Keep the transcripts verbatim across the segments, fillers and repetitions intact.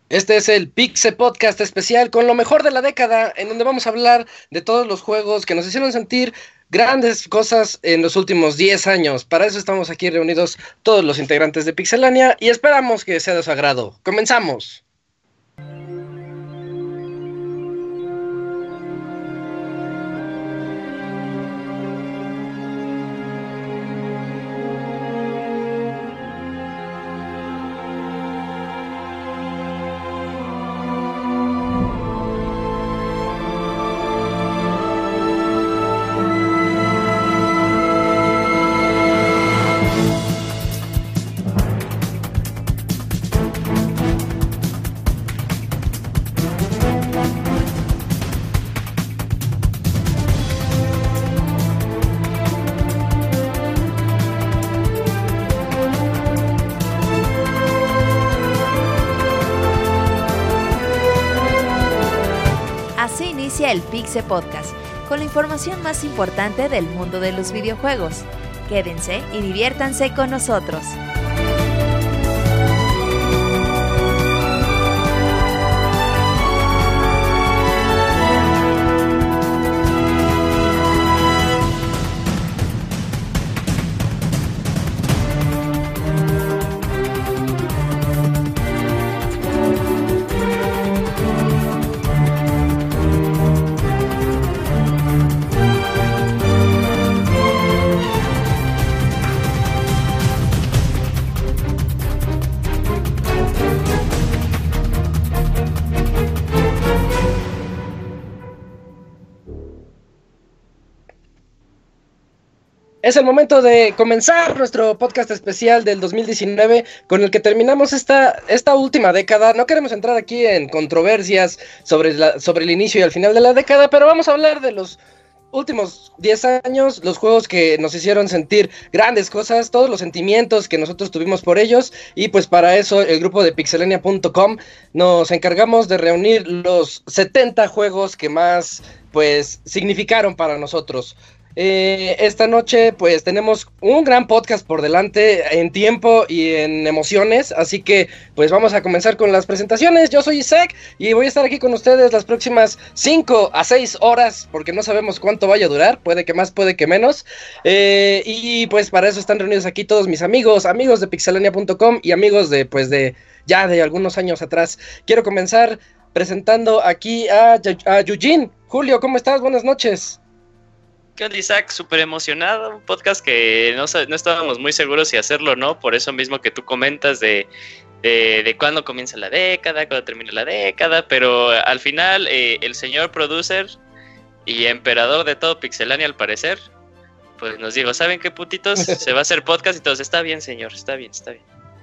Este es el Pixel Podcast especial con lo mejor de la década, en donde vamos a hablar de todos los juegos que nos hicieron sentir grandes cosas en los últimos diez años. Para eso estamos aquí reunidos todos los integrantes de Pixelania y esperamos que sea de su agrado. ¡Comenzamos! El Pixel Podcast, con la información más importante del mundo de los videojuegos. Quédense y diviértanse con nosotros. Es el momento de comenzar nuestro podcast especial del dos mil diecinueve, con el que terminamos esta, esta última década. No queremos entrar aquí en controversias sobre, la, sobre el inicio y el final de la década, pero vamos a hablar de los últimos diez años, los juegos que nos hicieron sentir grandes cosas, todos los sentimientos que nosotros tuvimos por ellos, y pues para eso el grupo de pixelania punto com nos encargamos de reunir los setenta juegos que más pues significaron para nosotros. Eh, esta noche pues tenemos un gran podcast por delante en tiempo y en emociones, así que pues vamos a comenzar con las presentaciones. Yo soy Isaac y voy a estar aquí con ustedes las próximas cinco a seis horas, porque no sabemos cuánto vaya a durar, puede que más, puede que menos, eh, y pues para eso están reunidos aquí todos mis amigos, amigos de pixelania punto com y amigos de pues de ya de algunos años atrás. Quiero comenzar presentando aquí a, a Eugene. Julio, ¿cómo estás? Buenas noches. ¿Qué onda, Isaac? Súper emocionado, un podcast que no, no estábamos muy seguros si hacerlo o no, por eso mismo que tú comentas de, de, de cuándo comienza la década, cuándo termina la década, pero al final eh, el señor producer y emperador de todo Pixelania al parecer, pues nos dijo, ¿saben qué putitos? Se va a hacer podcast y todos, está bien señor, está bien, está bien.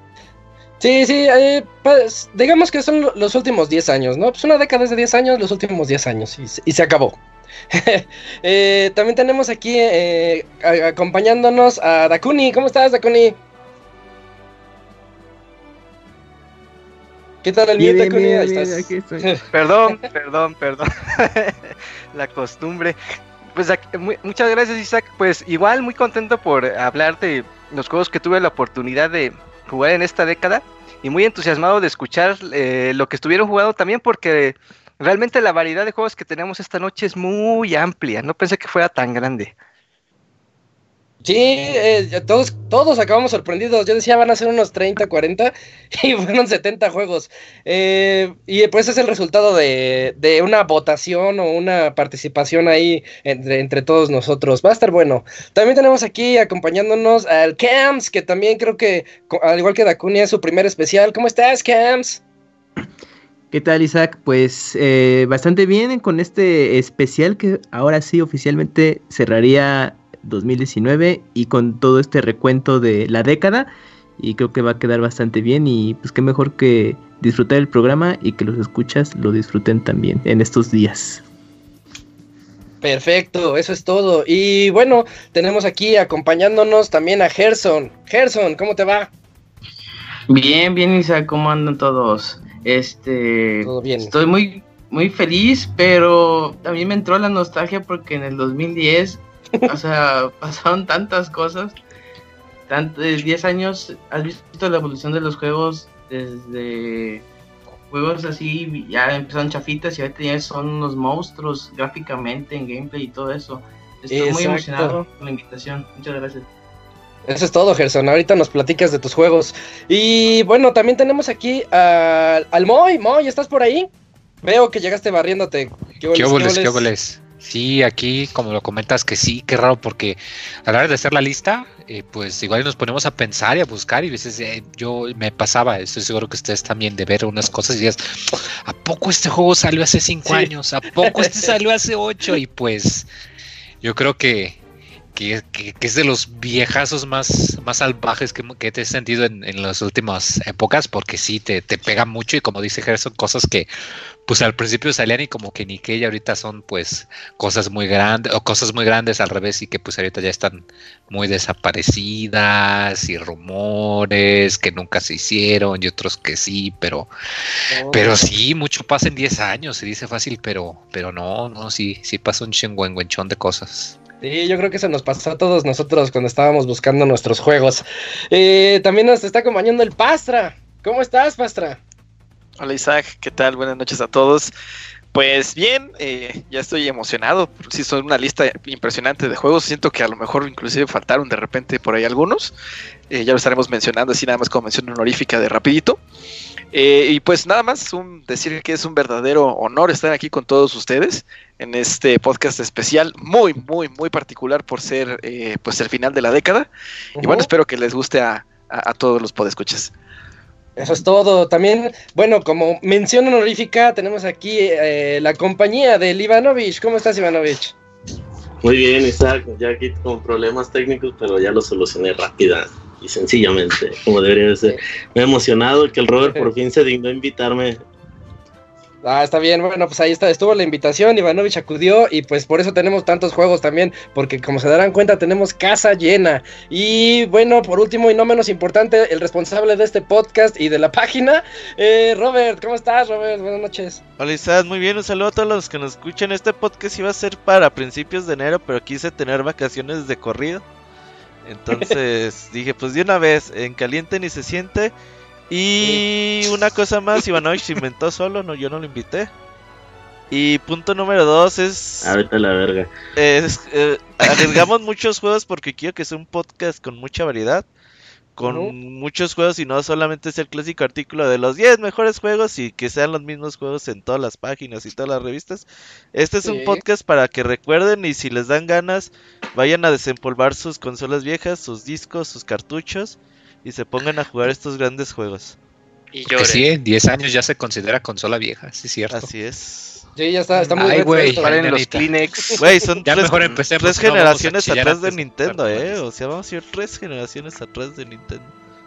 Sí, sí, eh, pues digamos que son los últimos diez años, ¿no? Pues una década es de diez años, los últimos diez años, y, y se acabó. eh, también tenemos aquí eh, a, acompañándonos a Dakuni. ¿Cómo estás, Dakuni? ¿Qué tal el bien, mute, Dakuni? Bien, Ahí bien, estás. Aquí estoy. Perdón, perdón, perdón. La costumbre. Pues muy, muchas gracias, Isaac. Pues igual muy contento por hablar de los juegos que tuve la oportunidad de jugar en esta década y muy entusiasmado de escuchar eh, lo que estuvieron jugando también, porque realmente la variedad de juegos que tenemos esta noche es muy amplia. No pensé que fuera tan grande. Sí, eh, todos, todos acabamos sorprendidos. Yo decía van a ser unos treinta, cuarenta y fueron setenta juegos. Eh, y pues es el resultado de, de una votación o una participación ahí entre, entre todos nosotros. Va a estar bueno. También tenemos aquí acompañándonos al Cams, que también creo que, al igual que Dakuni, es su primer especial. ¿Cómo estás, Cams? ¿Qué tal, Isaac? Pues eh, bastante bien con este especial que ahora sí oficialmente cerraría dos mil diecinueve y con todo este recuento de la década, y creo que va a quedar bastante bien, y pues qué mejor que disfrutar el programa y que los escuchas lo disfruten también en estos días. Perfecto, eso es todo. Y bueno, tenemos aquí acompañándonos también a Gerson. Gerson, ¿cómo te va? Bien, bien, Isaac, ¿cómo andan todos? Este, Todo bien. Estoy muy, muy feliz, pero también me entró la nostalgia porque en el dos mil diez, o sea, pasaron tantas cosas. Tanto, diez años, ¿has visto la evolución de los juegos desde juegos así ya empezaron chafitas y ahorita ya son unos monstruos gráficamente en gameplay y todo eso. Estoy Exacto. muy emocionado con la invitación. Muchas gracias. Eso es todo, Gerson. Ahorita nos platicas de tus juegos. Y bueno, también tenemos aquí a, al Moy. Moy, ¿estás por ahí? Veo que llegaste barriéndote. ¿Qué óboles, qué óboles? Sí, aquí, como lo comentas, que sí, qué raro, porque a la hora de hacer la lista, eh, pues igual nos ponemos a pensar y a buscar, y a veces eh, yo me pasaba, estoy seguro que ustedes también, de ver unas cosas y dices, ¿a poco este juego salió hace cinco sí. años? ¿A poco este salió hace ocho? Y pues, yo creo que Que, que, que es de los viejazos más, más salvajes que, que te he sentido en, en las últimas épocas, porque sí, te, te pega mucho y como dice Gerson, cosas que pues al principio salían y como que ni que y ahorita son pues cosas muy grandes, o cosas muy grandes al revés y que pues ahorita ya están muy desaparecidas y rumores que nunca se hicieron y otros que sí, pero, oh. pero sí, mucho pasa en diez años, se dice fácil, pero, pero no, no, sí, sí pasa un chingüengüenchón de cosas. Sí, yo creo que se nos pasó a todos nosotros cuando estábamos buscando nuestros juegos. Eh, también nos está acompañando el Pastra. ¿Cómo estás, Pastra? Hola, Isaac. ¿Qué tal? Buenas noches a todos. Pues bien, eh, ya estoy emocionado. Sí, son una lista impresionante de juegos. Siento que a lo mejor inclusive faltaron de repente por ahí algunos. Eh, ya lo estaremos mencionando así nada más como mención honorífica de rapidito. Eh, y pues nada más un, decir que es un verdadero honor estar aquí con todos ustedes en este podcast especial, muy, muy, muy particular por ser eh, pues el final de la década. Uh-huh. Y bueno, espero que les guste a, a, a todos los podescuchas. Eso es todo. También, bueno, como mención honorífica, tenemos aquí eh, la compañía del Ivanovich. ¿Cómo estás, Ivanovich? Muy bien, Isaac. Ya aquí con problemas técnicos, pero ya lo solucioné rápida y sencillamente, como debería de ser. Me he emocionado que el Robert por fin se dignó a invitarme. Ah, está bien, bueno, pues ahí está, estuvo la invitación, Ivanovich acudió y pues por eso tenemos tantos juegos también, porque como se darán cuenta tenemos casa llena. Y bueno, por último y no menos importante, el responsable de este podcast y de la página, eh, Robert, ¿cómo estás, Robert? Buenas noches. Hola, Isaac, muy bien, un saludo a todos los que nos escuchan. Este podcast iba a ser para principios de enero, pero quise tener vacaciones de corrido. Entonces dije, pues de una vez, en caliente ni se siente. Y una cosa más, Ivanovich se inventó solo, no, yo no lo invité. Y punto número dos es... A vete a la verga. Es, eh, arriesgamos muchos juegos porque quiero que sea un podcast con mucha variedad. Con uh-huh. muchos juegos y no solamente es el clásico artículo de los diez mejores juegos y que sean los mismos juegos en todas las páginas y todas las revistas. Este es sí. un podcast para que recuerden y si les dan ganas, vayan a desempolvar sus consolas viejas, sus discos, sus cartuchos y se pongan a jugar estos grandes juegos. Y que sí, en diez años ya se considera consola vieja, sí es cierto. Así es. Sí, ya está, está muy Ay, güey, paren los Kleenex. Güey, son ya tres, mejor empecemos, tres no generaciones atrás de antes, Nintendo, eh. O sea, vamos a ir tres generaciones atrás de Nintendo.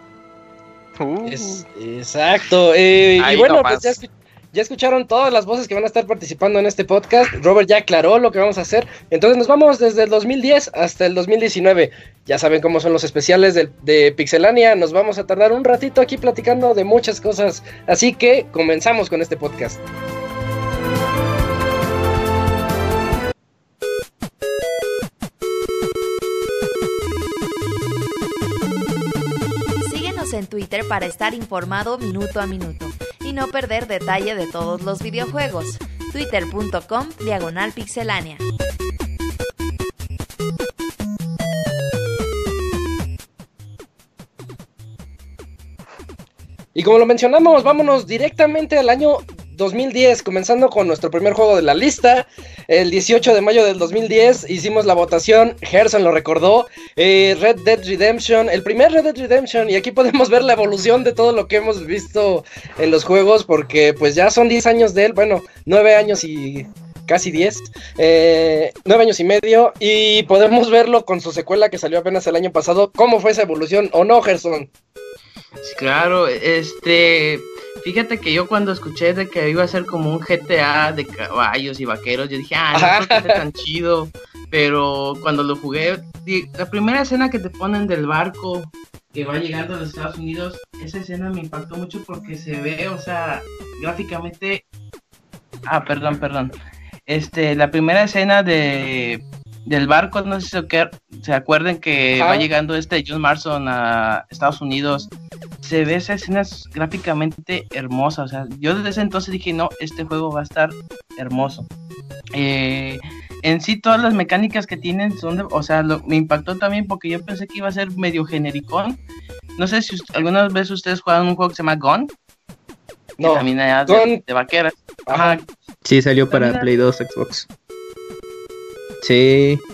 Uh. Es, exacto. Eh, y bueno, no pues ya, ya escucharon todas las voces que van a estar participando en este podcast. Robert ya aclaró lo que vamos a hacer. Entonces nos vamos desde el dos mil diez hasta el dos mil diecinueve. Ya saben cómo son los especiales de, de Pixelania. Nos vamos a tardar un ratito aquí platicando de muchas cosas. Así que comenzamos con este podcast. En Twitter para estar informado minuto a minuto y no perder detalle de todos los videojuegos. Twitter.com diagonal pixelánea. Y como lo mencionamos, vámonos directamente al año dos mil diez, comenzando con nuestro primer juego de la lista. El dieciocho de mayo del dos mil diez hicimos la votación, Gerson lo recordó, eh, Red Dead Redemption, el primer Red Dead Redemption, y aquí podemos ver la evolución de todo lo que hemos visto en los juegos, porque pues ya son diez años de él, bueno, nueve años y casi diez, eh, nueve años y medio, y podemos verlo con su secuela que salió apenas el año pasado. ¿Cómo fue esa evolución o no, Gerson? Sí, claro, este... Fíjate que yo cuando escuché de que iba a ser como un G T A de caballos y vaqueros, yo dije, ah, no creo que sea tan chido. Pero cuando lo jugué, la primera escena que te ponen del barco que va llegando a los Estados Unidos, esa escena me impactó mucho porque se ve, o sea, gráficamente... Ah, perdón, perdón. Este, la primera escena de... del barco, no sé si se acuerdan que Ajá. va llegando este John Marston a Estados Unidos se ve esas escenas gráficamente hermosas. O sea, yo desde ese entonces dije, no, este juego va a estar hermoso. Eh, en sí, todas las mecánicas que tienen son de, o sea, lo, me impactó también porque yo pensé que iba a ser medio genericón. No sé si alguna vez ustedes jugaron un juego que se llama Gone. No, que también era de, de vaqueras. Ajá. Sí, salió para también Play dos, Xbox. Sí.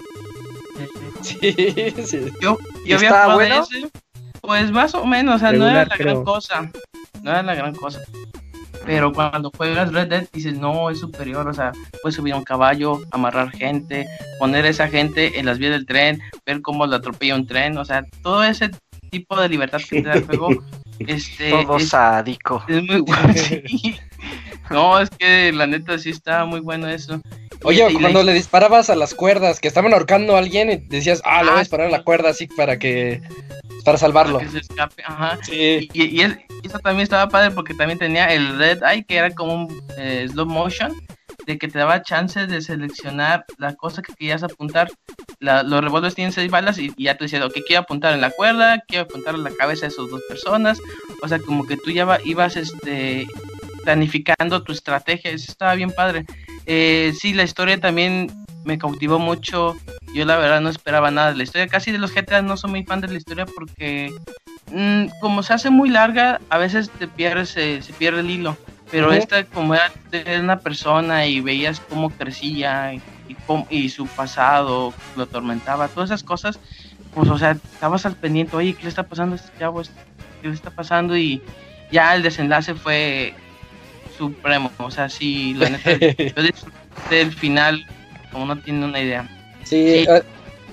Sí, sí. Yo, yo había jugado bueno? ese. Pues más o menos, o sea, regular, no era la creo. gran cosa. No era la gran cosa. Pero cuando juegas Red Dead dices, no, es superior, o sea, puedes subir a un caballo, amarrar gente, poner a esa gente en las vías del tren, ver cómo lo atropella un tren, o sea, todo ese tipo de libertad que te da el juego. Este, todo es, sádico. Es muy bueno, sí. No, es que la neta sí está muy bueno eso. Oye, y cuando la... le disparabas a las cuerdas, que estaban ahorcando a alguien y decías, ah, le voy a disparar a la cuerda así para que... para salvarlo. Para que se escape, ajá. Sí. Y, y, y eso también estaba padre porque también tenía el Red Eye, que era como un eh, slow motion, de que te daba chance de seleccionar la cosa que querías apuntar. La, los revólveres tienen seis balas y, y ya te decías, ok, quiero apuntar en la cuerda, quiero apuntar en la cabeza de esas dos personas. O sea, como que tú ya va, ibas este, planificando tu estrategia. Eso estaba bien padre. Eh, sí, la historia también me cautivó mucho. Yo la verdad no esperaba nada de la historia. Casi de los G T A no soy muy fan de la historia porque mmm, como se hace muy larga, a veces te pierdes, se, se pierde el hilo. Pero uh-huh. esta, como era de una persona y veías cómo crecía y, y, cómo, y su pasado lo atormentaba, todas esas cosas, pues o sea, estabas al pendiente, oye, ¿qué le está pasando a este chavo? ¿Qué le está pasando? Y ya el desenlace fue supremo. O sea, sí, la neta, yo disfruté el final como no tiene una idea. Sí, sí. A,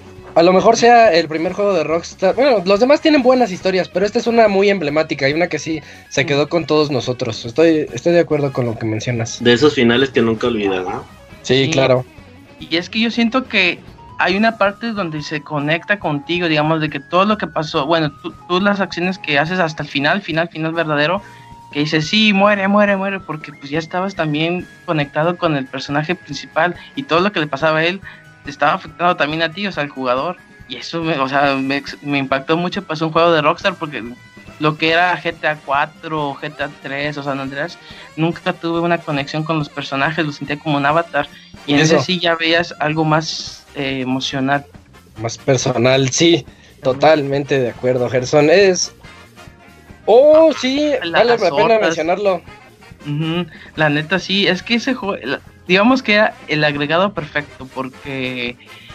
a lo mejor sea el primer juego de Rockstar. Bueno, los demás tienen buenas historias, pero esta es una muy emblemática y una que sí se quedó con todos nosotros. Estoy, estoy de acuerdo con lo que mencionas. De esos finales que nunca olvidas, ¿no? Sí, sí, claro. Y es que yo siento que hay una parte donde se conecta contigo, digamos, de que todo lo que pasó, bueno, tú, tú las acciones que haces hasta el final, final, final verdadero, que dices, sí, muere, muere, muere, porque pues ya estabas también conectado con el personaje principal y todo lo que le pasaba a él te estaba afectando también a ti, o sea, al jugador. Y eso, me, o sea, me, me impactó mucho, pasó un juego de Rockstar, porque lo que era G T A cuatro, G T A tres o San Andreas, nunca tuve una conexión con los personajes, lo sentía como un avatar. Y en eso? ese sí ya veías algo más eh, emocional. Más personal, sí, totalmente de acuerdo, Gerson. Es... Oh, sí, vale la pena otras. mencionarlo. Uh-huh. La neta, sí, es que ese juego, digamos que era el agregado perfecto, porque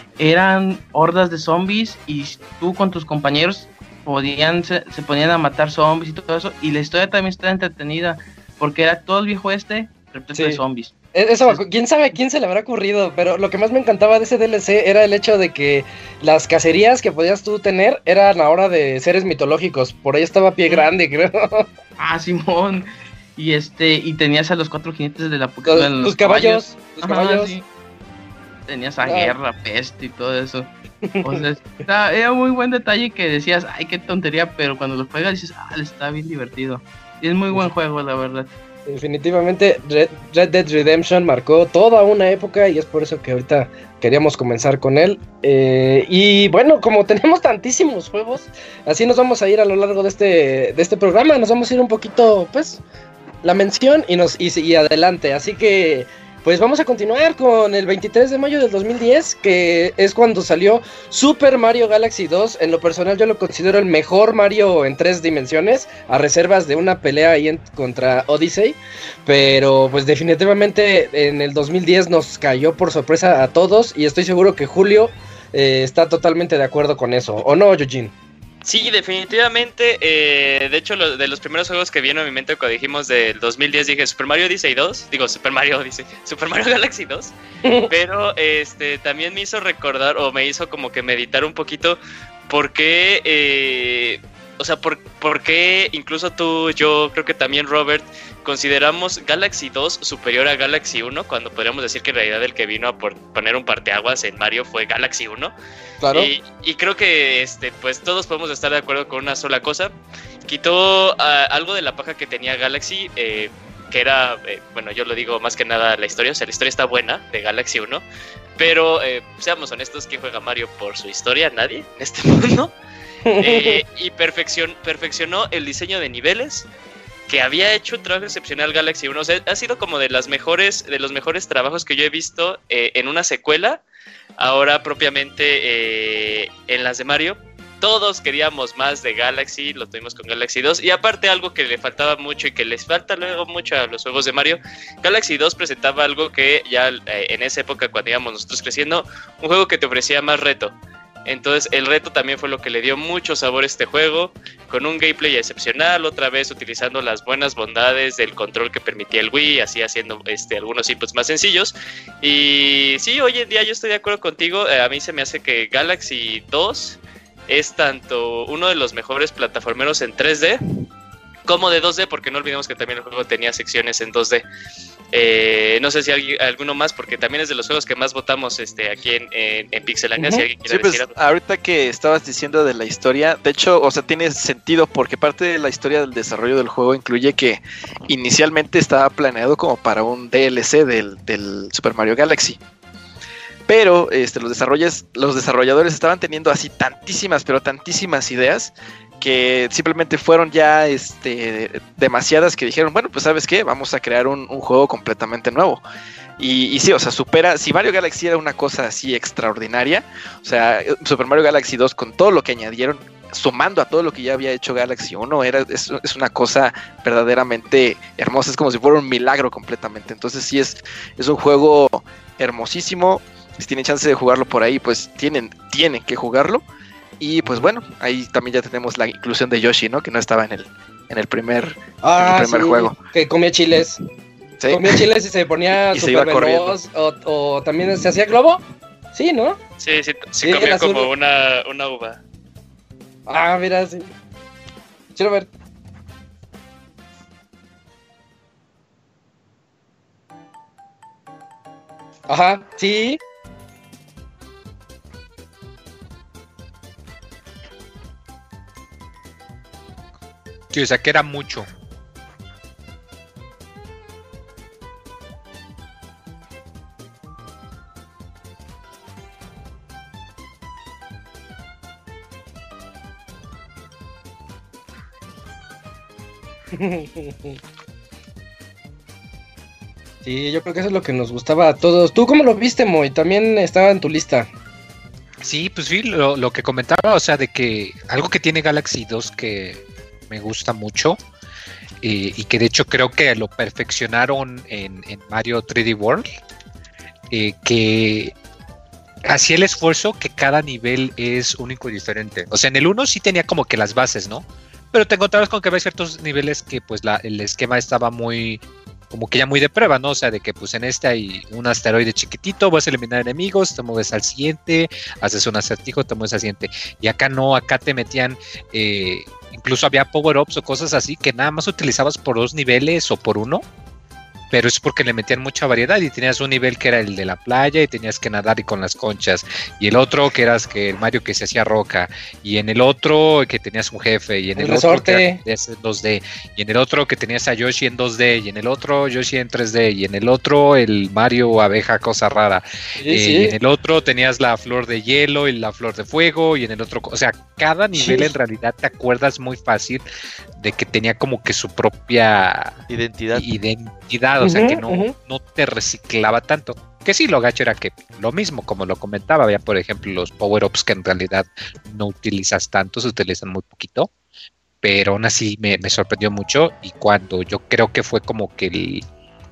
eran hordas de zombies y tú con tus compañeros podían se, se ponían a matar zombies y todo eso, y la historia también estaba entretenida, porque era todo el viejo este repleto sí. de zombies. Eso, quién sabe a quién se le habrá ocurrido, pero lo que más me encantaba de ese D L C era el hecho de que las cacerías que podías tú tener eran ahora de seres mitológicos. Por ahí estaba Pie Grande, creo. Ah, Simón. Y este, y tenías a los cuatro jinetes de la Los, los, los caballos. Los Ajá, caballos. Sí. Tenías a ah. Guerra, Peste y todo eso. O sea, era, era muy buen detalle que decías, ay, qué tontería, pero cuando lo juegas dices, ah, está bien divertido. Y es muy buen juego, la verdad. Definitivamente Red, Red Dead Redemption marcó toda una época y es por eso que ahorita queríamos comenzar con él. Eh, y bueno, como tenemos tantísimos juegos, así nos vamos a ir a lo largo de este, de este programa. Nos vamos a ir un poquito, pues, la mención y, nos, y, y adelante. Así que, pues vamos a continuar con el veintitrés de mayo del dos mil diez, que es cuando salió Super Mario Galaxy dos. En lo personal yo lo considero el mejor Mario en tres dimensiones, a reservas de una pelea ahí en, contra Odyssey. Pero pues definitivamente en el dos mil diez nos cayó por sorpresa a todos y estoy seguro que Julio eh, está totalmente de acuerdo con eso, ¿o no, Eugene? Sí, definitivamente. Eh, de hecho, lo, de los primeros juegos que vino a mi mente cuando dijimos del dos mil diez, dije Super Mario Odyssey dos. Digo, Super Mario Odyssey. Super Mario Galaxy dos. Pero este también me hizo recordar, o me hizo como que meditar un poquito, por qué... Eh, o sea, por, por qué incluso tú, yo, creo que también Robert, consideramos Galaxy dos superior a Galaxy uno, cuando podríamos decir que en realidad el que vino a por poner un parteaguas en Mario fue Galaxy uno. Claro. Y, y creo que este, pues todos podemos estar de acuerdo con una sola cosa. Quitó uh, algo de la paja que tenía Galaxy, eh, que era, eh, bueno, yo lo digo más que nada la historia, o sea, la historia está buena de Galaxy uno, pero eh, seamos honestos, ¿quién juega Mario por su historia? Nadie en este mundo. eh, y perfeccion, perfeccionó el diseño de niveles, que había hecho un trabajo excepcional Galaxy uno. O sea, ha sido como de las mejores, de los mejores trabajos que yo he visto eh, en una secuela. Ahora propiamente eh, en las de Mario. Todos queríamos más de Galaxy, lo tuvimos con Galaxy dos. Y aparte algo que le faltaba mucho y que les falta luego mucho a los juegos de Mario, Galaxy dos presentaba algo que ya eh, en esa época cuando íbamos nosotros creciendo, un juego que te ofrecía más reto. Entonces el reto también fue lo que le dio mucho sabor a este juego, con un gameplay excepcional, otra vez utilizando las buenas bondades del control que permitía el Wii, así haciendo este, algunos inputs más sencillos. Y sí, hoy en día yo estoy de acuerdo contigo, eh, a mí se me hace que Galaxy dos es tanto uno de los mejores plataformeros en tres D como de dos D, porque no olvidemos que también el juego tenía secciones en dos D. Eh, no sé si hay alguno más, porque también es de los juegos que más votamos este, aquí en, en, en Pixelania. Uh-huh. Si alguien quiere sí, pues, decir algo. Ahorita que estabas diciendo de la historia, de hecho, o sea, tiene sentido porque parte de la historia del desarrollo del juego incluye que inicialmente estaba planeado como para un D L C del, del Super Mario Galaxy. Pero este, los, desarrollos, los desarrolladores estaban teniendo así tantísimas, pero tantísimas ideas que simplemente fueron ya este, demasiadas que dijeron, bueno, pues ¿sabes qué? Vamos a crear un, un juego completamente nuevo. Y, y sí, o sea, supera, si Mario Galaxy era una cosa así extraordinaria, o sea, Super Mario Galaxy dos con todo lo que añadieron, sumando a todo lo que ya había hecho Galaxy uno, era, es, es una cosa verdaderamente hermosa, es como si fuera un milagro completamente. Entonces sí, es, es un juego hermosísimo. Si tienen chance de jugarlo por ahí, pues tienen, tienen que jugarlo. Y pues bueno, ahí también ya tenemos la inclusión de Yoshi, ¿no? Que no estaba en el, en el primer, ah, en el primer sí, juego. Que comía chiles. ¿Sí? Comía chiles y se ponía súper veloz. O, o también se hacía globo. Sí, ¿no? Sí, sí, se sí, comía como azul. una, una uva. Ah, mira, sí. Quiero ver. Ajá, sí. Sí, o sea que era mucho. Sí, yo creo que eso es lo que nos gustaba a todos. ¿Tú cómo lo viste, Moy? También estaba en tu lista. Sí, pues sí, lo, lo que comentaba, o sea, de que algo que tiene Galaxy dos que me gusta mucho eh, y que de hecho creo que lo perfeccionaron en, en Mario tres D World, eh, que hacía el esfuerzo que cada nivel es único y diferente. O sea, en el uno sí tenía como que las bases, ¿no? Pero te encontrabas con que había ciertos niveles que pues la, el esquema estaba muy... como que ya muy de prueba, ¿no? O sea, de que pues en este hay un asteroide chiquitito, vas a eliminar enemigos, te mueves al siguiente, haces un acertijo, te mueves al siguiente. Y acá no, acá te metían, eh, incluso había power-ups o cosas así que nada más utilizabas por dos niveles o por uno, pero es porque le metían mucha variedad y tenías un nivel que era el de la playa y tenías que nadar y con las conchas, y el otro que eras que el Mario que se hacía roca, y en el otro que tenías un jefe, y en el, el otro que tenías en dos D, y en el otro que tenías a Yoshi en dos D, y en el otro Yoshi en tres D, y en el otro el Mario abeja cosa rara, sí, eh, sí. Y en el otro tenías la flor de hielo y la flor de fuego, y en el otro, o sea, cada nivel sí. En realidad te acuerdas muy fácil de que tenía como que su propia identidad, identidad o sea, uh-huh, que no, uh-huh. no te reciclaba tanto. Que sí, lo gacho era que lo mismo, como lo comentaba, había por ejemplo los power-ups que en realidad no utilizas tanto, se utilizan muy poquito, pero aún así me, me sorprendió mucho, y cuando yo creo que fue como que el,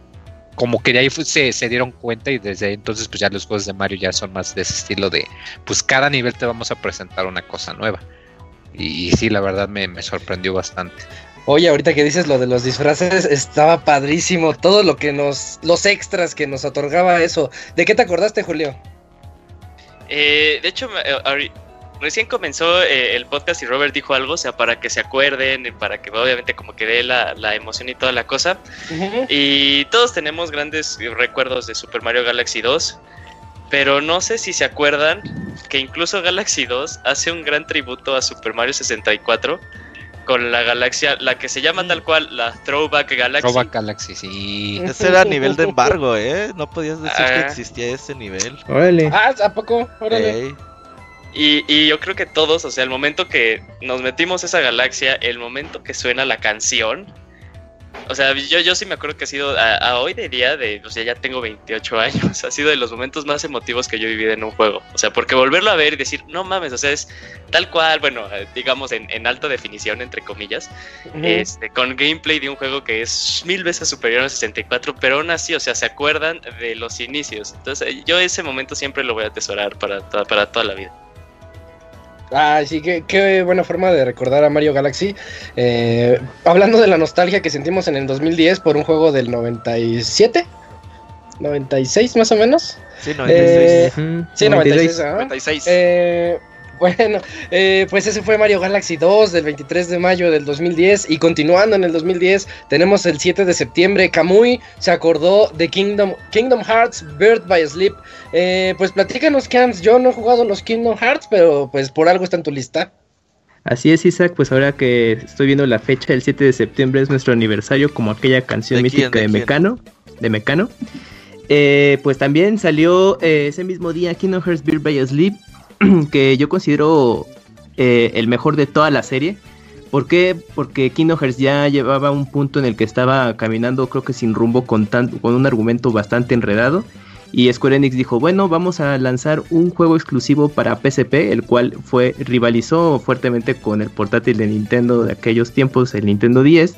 como que de ahí fue, se, se dieron cuenta, y desde ahí entonces pues ya los juegos de Mario ya son más de ese estilo de, pues cada nivel te vamos a presentar una cosa nueva, y, y sí, la verdad me, me sorprendió bastante. Oye, ahorita que dices lo de los disfraces, estaba padrísimo, todo lo que nos, los extras que nos otorgaba eso. ¿De qué te acordaste, Julio? Eh, de hecho, eh, recién comenzó eh, el podcast y Robert dijo algo, o sea, para que se acuerden, para que obviamente como que dé la, la emoción y toda la cosa. Uh-huh. Y todos tenemos grandes recuerdos de Super Mario Galaxy dos, pero no sé si se acuerdan que incluso Galaxy dos hace un gran tributo a Super Mario sesenta y cuatro, con la galaxia, la que se llama tal cual, la Throwback Galaxy. Throwback Galaxy, sí. Ese era nivel de embargo, ¿eh? No podías decir ah. que existía ese nivel. Órale. Ah, ¿a poco? Órale. Hey. Y, y yo creo que todos, o sea, el momento que nos metimos a esa galaxia, el momento que suena la canción, o sea, yo, yo sí me acuerdo que ha sido, a, a hoy de día, de, o sea, ya tengo veintiocho años, ha sido de los momentos más emotivos que yo he vivido en un juego. O sea, porque volverlo a ver y decir, no mames, o sea, es tal cual, bueno, digamos en, en alta definición, entre comillas, uh-huh. este, con gameplay de un juego que es mil veces superior a sesenta y cuatro, pero aún así, o sea, se acuerdan de los inicios. Entonces, yo ese momento siempre lo voy a atesorar para, para toda la vida. Ah, sí, qué, qué buena forma de recordar a Mario Galaxy. Eh, hablando de la nostalgia que sentimos en el dos mil diez por un juego del noventa y siete, noventa y seis más o menos. Sí, noventa y seis. Eh, uh-huh. Sí, noventa y seis. ¿Ah? noventa y seis. Eh, bueno, eh, pues ese fue Mario Galaxy dos del veintitrés de mayo del dos mil diez. Y continuando en el dos mil diez, tenemos el siete de septiembre. Kamui se acordó de Kingdom, Kingdom Hearts Birth by Sleep. Eh, pues platícanos, Camps. Yo no he jugado los Kingdom Hearts, pero pues por algo está en tu lista. Así es, Isaac, pues ahora que estoy viendo la fecha, el siete de septiembre es nuestro aniversario, como aquella canción ¿De mítica quién, de, de Mecano, de Mecano. Eh, pues también salió eh, ese mismo día Kingdom Hearts Birth by Sleep, que yo considero eh, el mejor de toda la serie. ¿Por qué? Porque Kingdom Hearts ya llevaba un punto en el que estaba caminando, creo que sin rumbo, con, tan, con un argumento bastante enredado. Y Square Enix dijo, bueno, vamos a lanzar un juego exclusivo para P S P, el cual fue rivalizó fuertemente con el portátil de Nintendo de aquellos tiempos, el Nintendo diez.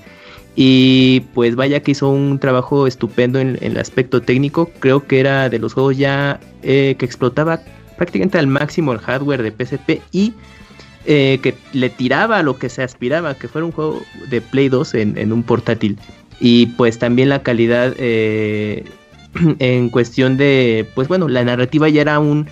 Y pues vaya que hizo un trabajo estupendo en, en el aspecto técnico. Creo que era de los juegos ya eh, que explotaba prácticamente al máximo el hardware de P S P y eh, que le tiraba a lo que se aspiraba, que fuera un juego de Play dos en, en un portátil. Y pues también la calidad eh, en cuestión de, pues bueno, la narrativa ya era un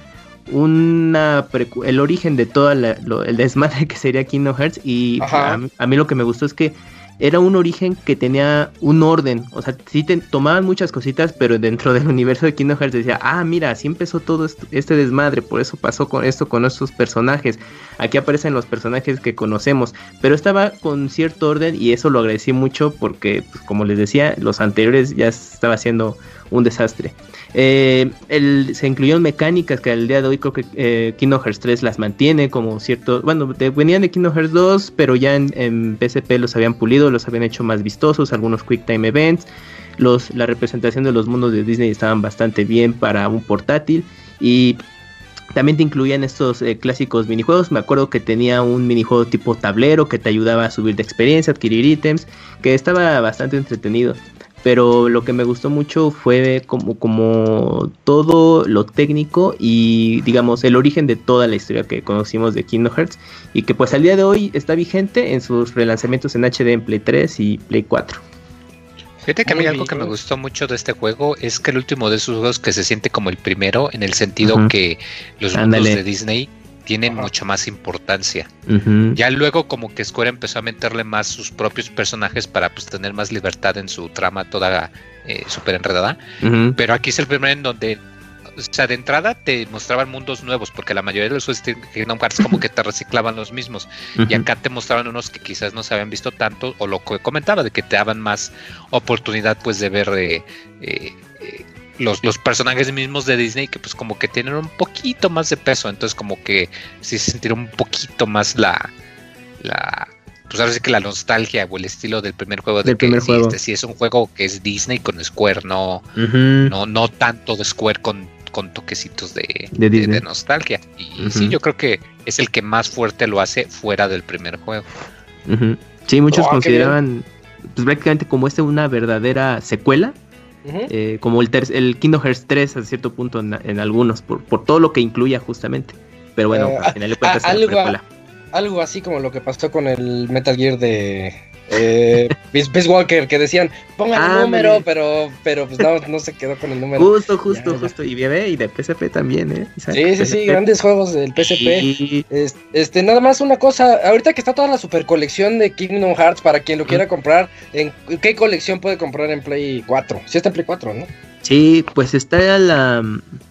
una precu- el origen de todo la, lo, el desmadre que sería Kingdom Hearts. Y a, a mí lo que me gustó es que era un origen que tenía un orden, o sea, sí te tomaban muchas cositas, pero dentro del universo de Kingdom Hearts decía, ah, mira, así empezó todo esto, este desmadre, por eso pasó con esto, con estos personajes, aquí aparecen los personajes que conocemos, pero estaba con cierto orden y eso lo agradecí mucho porque, pues, como les decía, los anteriores ya estaba haciendo un desastre. Eh, el, se incluyeron mecánicas que al día de hoy creo que eh, Kingdom Hearts tres las mantiene como cierto, bueno, de, venían de Kingdom Hearts dos, pero ya en, en P S P los habían pulido, los habían hecho más vistosos, algunos Quick Time Events, los, la representación de los mundos de Disney estaban bastante bien para un portátil y también te incluían estos eh, clásicos minijuegos. Me acuerdo que tenía un minijuego tipo tablero que te ayudaba a subir de experiencia, adquirir ítems, que estaba bastante entretenido. Pero lo que me gustó mucho fue como, como todo lo técnico y digamos el origen de toda la historia que conocimos de Kingdom Hearts y que pues al día de hoy está vigente en sus relanzamientos en H D en Play tres y Play cuatro. Fíjate que a mí algo que me gustó mucho de este juego es que el último de esos juegos que se siente como el primero, en el sentido uh-huh. que los mundos de Disney tienen uh-huh. mucha más importancia. Uh-huh. Ya luego como que Square empezó a meterle más sus propios personajes para pues tener más libertad en su trama toda eh, súper enredada. Uh-huh. Pero aquí es el primero en donde, o sea, de entrada te mostraban mundos nuevos, porque la mayoría de los juegos de Kingdom Hearts como que te reciclaban los mismos. Uh-huh. Y acá te mostraban unos que quizás no se habían visto tanto, o lo que comentaba, de que te daban más oportunidad pues de ver eh, eh, eh, Los, los personajes mismos de Disney que pues como que tienen un poquito más de peso, entonces como que sí se sentirá un poquito más la la pues ahora sí que la nostalgia o el estilo del primer juego, de del que primer sí, juego. Este sí es un juego que es Disney con Square, no uh-huh. no no tanto de Square con, con toquecitos de, de, de, de nostalgia y uh-huh. sí, yo creo que es el que más fuerte lo hace fuera del primer juego. Uh-huh. Sí, muchos oh, consideraban pues prácticamente como este una verdadera secuela. Uh-huh. Eh, como el, ter- el Kingdom Hearts tres a cierto punto en, en algunos, por, por todo lo que incluía justamente. Pero bueno, uh, al final de cuentas a, algo, a, algo así como lo que pasó con el Metal Gear de eh, Peace Walker, que decían pongan ah, el número, me... pero pero pues no, no se quedó con el número. Justo, justo, ya, justo. Y, y de P S P también, ¿eh? Sí, sí, P S P. Sí, grandes juegos del P S P. Sí. Este, este, nada más una cosa, ahorita que está toda la super colección de Kingdom Hearts, para quien lo quiera comprar, ¿en qué colección puede comprar en Play cuatro? Sí está en Play cuatro, ¿no? Sí, pues está la...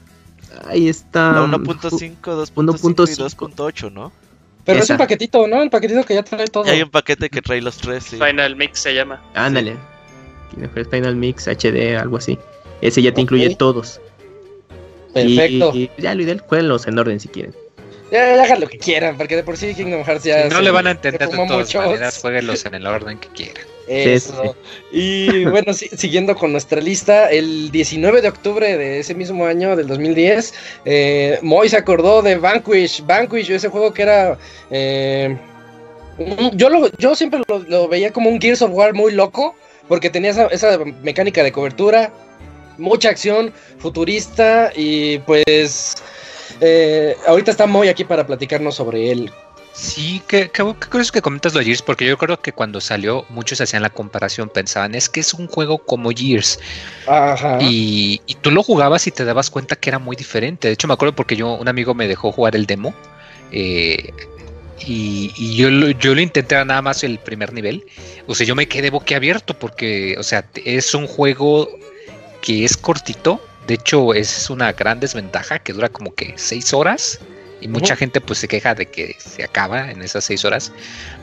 Ahí está... La uno punto cinco, dos punto cinco y dos punto ocho, ¿no? Pero esa. Es un paquetito, ¿no? El paquetito que ya trae todo. Y hay un paquete que trae los tres, sí. Final Mix se llama. Ándale. Sí. Final Mix, H D, algo así. Ese ya te okay. incluye todos. Perfecto. Y, y ya lo ideal, jueguenlos en orden si quieren. Ya, ya hagan lo que quieran, porque de por sí Kingdom Hearts ya... Si no se, le van a entender de todas muchos. maneras, jueguenlos en el orden que quieran. Eso. Y bueno, sí, siguiendo con nuestra lista, el diecinueve de octubre de ese mismo año, del dos mil diez, eh, Moy se acordó de Vanquish. Vanquish, ese juego que era... Eh, yo, lo, yo siempre lo, lo veía como un Gears of War muy loco, porque tenía esa, esa mecánica de cobertura, mucha acción, futurista, y pues... Eh, ahorita está Moy aquí para platicarnos sobre él. Sí, qué, qué, qué curioso que comentas lo de Gears, porque yo creo que cuando salió muchos hacían la comparación, pensaban, es que es un juego como Gears. Ajá. Y, y tú lo jugabas y te dabas cuenta que era muy diferente. De hecho me acuerdo porque yo un amigo me dejó jugar el demo, eh, y, y yo, lo, yo lo intenté nada más el primer nivel. O sea, yo me quedé boquiabierto porque, o sea, es un juego que es cortito. De hecho, es una gran desventaja que dura como que seis horas. Y mucha uh-huh. gente pues se queja de que se acaba en esas seis horas.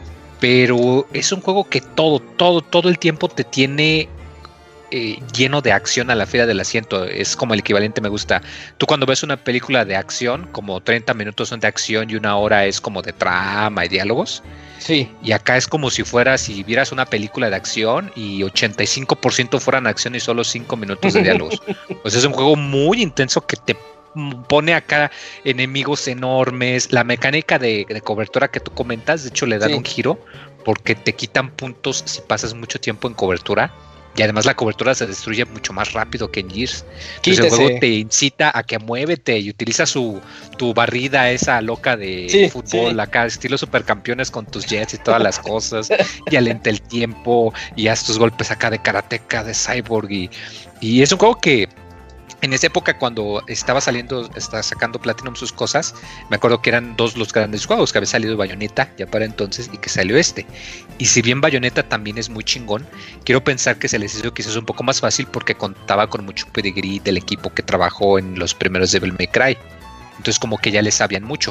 Pero es un juego que todo, todo, todo el tiempo te tiene eh, lleno de acción a la fila del asiento. Es como el equivalente, me gusta. Tú cuando ves una película de acción, como treinta minutos son de acción y una hora es como de trama y diálogos. Sí. Y acá es como si fueras, si vieras una película de acción y ochenta y cinco por ciento fueran acción y solo cinco minutos de diálogos. Pues es un juego muy intenso que te pone acá enemigos enormes. La mecánica de, de cobertura que tú comentas, de hecho le dan sí. un giro porque te quitan puntos si pasas mucho tiempo en cobertura. Y además la cobertura se destruye mucho más rápido que en Gears. Entonces el juego te incita a que muévete y utiliza su tu barrida esa loca de sí, fútbol sí. acá, estilo supercampeones con tus jets y todas las cosas. Y alenta el tiempo y haz tus golpes acá de karateka, de cyborg. Y, y es un juego que en esa época cuando estaba saliendo, estaba sacando Platinum sus cosas, me acuerdo que eran dos los grandes juegos, que había salido Bayonetta ya para entonces y que salió este. Y si bien Bayonetta también es muy chingón, quiero pensar que se les hizo quizás un poco más fácil porque contaba con mucho pedigrí del equipo que trabajó en los primeros Devil May Cry. Entonces como que ya le sabían mucho.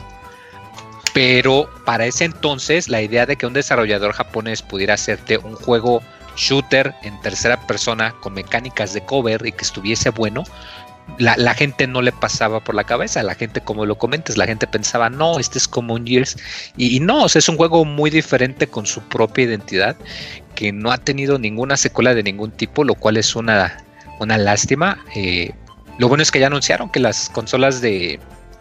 Pero para ese entonces la idea de que un desarrollador japonés pudiera hacerte un juego shooter en tercera persona con mecánicas de cover y que estuviese bueno, la, la gente no le pasaba por la cabeza. La gente, como lo comentas, la gente pensaba, no, este es como un Gears, y, y no, o sea, es un juego muy diferente con su propia identidad, que no ha tenido ninguna secuela de ningún tipo, lo cual es una, una lástima. Eh, lo bueno es que ya anunciaron que las consolas de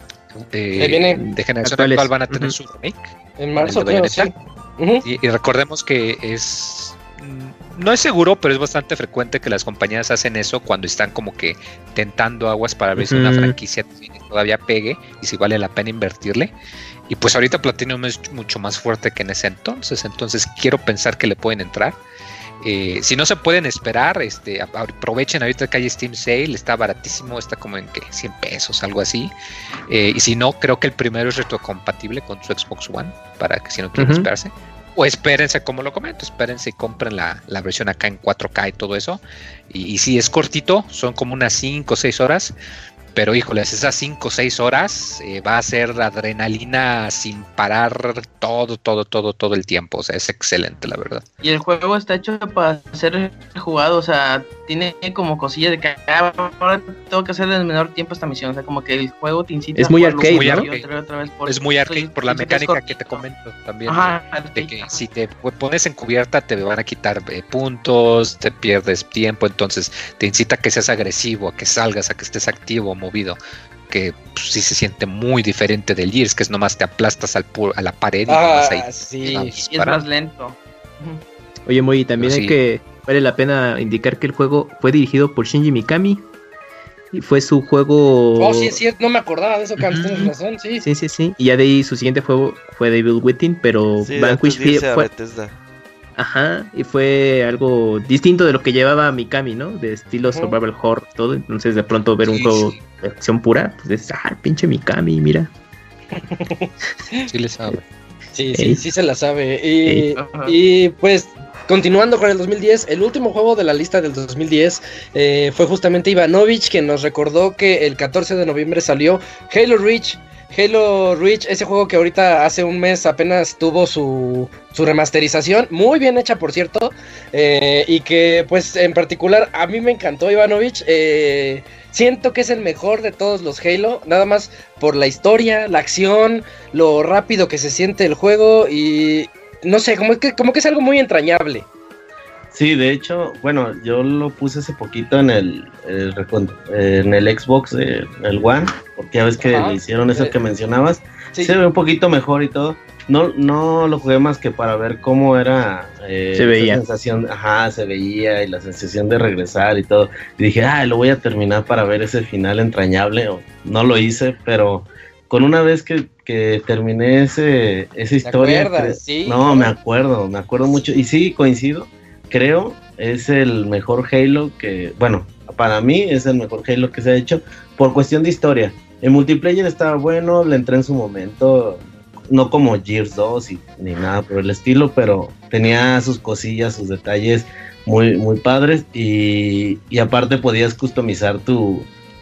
de, viene de generación actuales. actual van a tener uh-huh. su remake en marzo, creo, sí. uh-huh. y, y recordemos que es no es seguro, pero es bastante frecuente que las compañías hacen eso cuando están como que tentando aguas para ver si uh-huh. una franquicia todavía pegue y si vale la pena invertirle. Y pues ahorita Platinum es mucho más fuerte que en ese entonces, entonces quiero pensar que le pueden entrar. Eh, si no se pueden esperar, este, aprovechen ahorita que hay Steam Sale, está baratísimo, está como en que cien pesos, algo así. Eh, y si no, creo que el primero es retrocompatible con su Xbox One, para que si no quieren uh-huh. esperarse. O espérense, como lo comento, espérense y compren la, la versión acá en cuatro K y todo eso. Y, y si es cortito, son como unas cinco o seis horas. Pero híjoles, esas cinco o seis horas eh, va a ser adrenalina sin parar todo, todo, todo, todo el tiempo. O sea, es excelente, la verdad. Y el juego está hecho para ser jugado, o sea, tiene como cosillas de que ahora tengo que hacer en el menor tiempo esta misión. O sea, como que el juego te incita es muy a arcade, muy ¿no? arcade. Otra, otra vez por, es muy arcade por la mecánica que te comento también. Ajá, de, de que si te pones en cubierta te van a quitar eh, puntos, te pierdes tiempo, entonces te incita a que seas agresivo, a que salgas, a que estés activo, movido, que pues, sí se siente muy diferente del Gears, que es nomás te aplastas al pu- a la pared y ah, nomás ahí sí, y es más lento. Oye, Moy, también Pero hay sí. que vale la pena indicar que el juego fue dirigido por Shinji Mikami y fue su juego. Oh, sí, es cierto, no me acordaba de eso, Carlos, uh-huh. tienes razón, sí. Sí, sí, sí. Y ya de ahí su siguiente juego fue Devil Within, pero sí, Vanquish fue. Ajá, y fue algo distinto de lo que llevaba Mikami, ¿no? De estilo uh-huh. survival horror, todo. Entonces, de pronto ver sí, un juego sí. de acción pura, pues es, ah, pinche Mikami, mira. Sí le sabe. Sí, sí, Ey. sí se la sabe. Y, y pues, continuando con el dos mil diez, el último juego de la lista del dos mil diez eh, fue justamente Ivanovich, quien nos recordó que el catorce de noviembre salió Halo Reach. Halo Reach, ese juego que ahorita hace un mes apenas tuvo su, su remasterización, muy bien hecha por cierto, eh, y que pues en particular a mí me encantó Ivanovich, eh, siento que es el mejor de todos los Halo, nada más por la historia, la acción, lo rápido que se siente el juego y no sé, como que, como que es algo muy entrañable. Sí, de hecho, bueno, yo lo puse hace poquito en el, el en el Xbox, eh, el One, porque ya ves que Ajá, le hicieron eso eh, que mencionabas, sí. Se ve un poquito mejor y todo. No, no lo jugué más que para ver cómo era eh, se veía. La sensación, ajá, se veía y la sensación de regresar y todo. Y dije, ah, lo voy a terminar para ver ese final entrañable. O, no lo hice, pero con una vez que, que terminé ese, esa historia, ¿te acuerdas? Que, Sí, no, claro. me acuerdo, me acuerdo mucho. Y sí, coincido. Creo es el mejor Halo que, bueno, para mí es el mejor Halo que se ha hecho por cuestión de historia. El multiplayer estaba bueno, le entré en su momento, no como Gears dos y, ni nada por el estilo, pero tenía sus cosillas, sus detalles muy, muy padres y, y aparte podías customizar tu,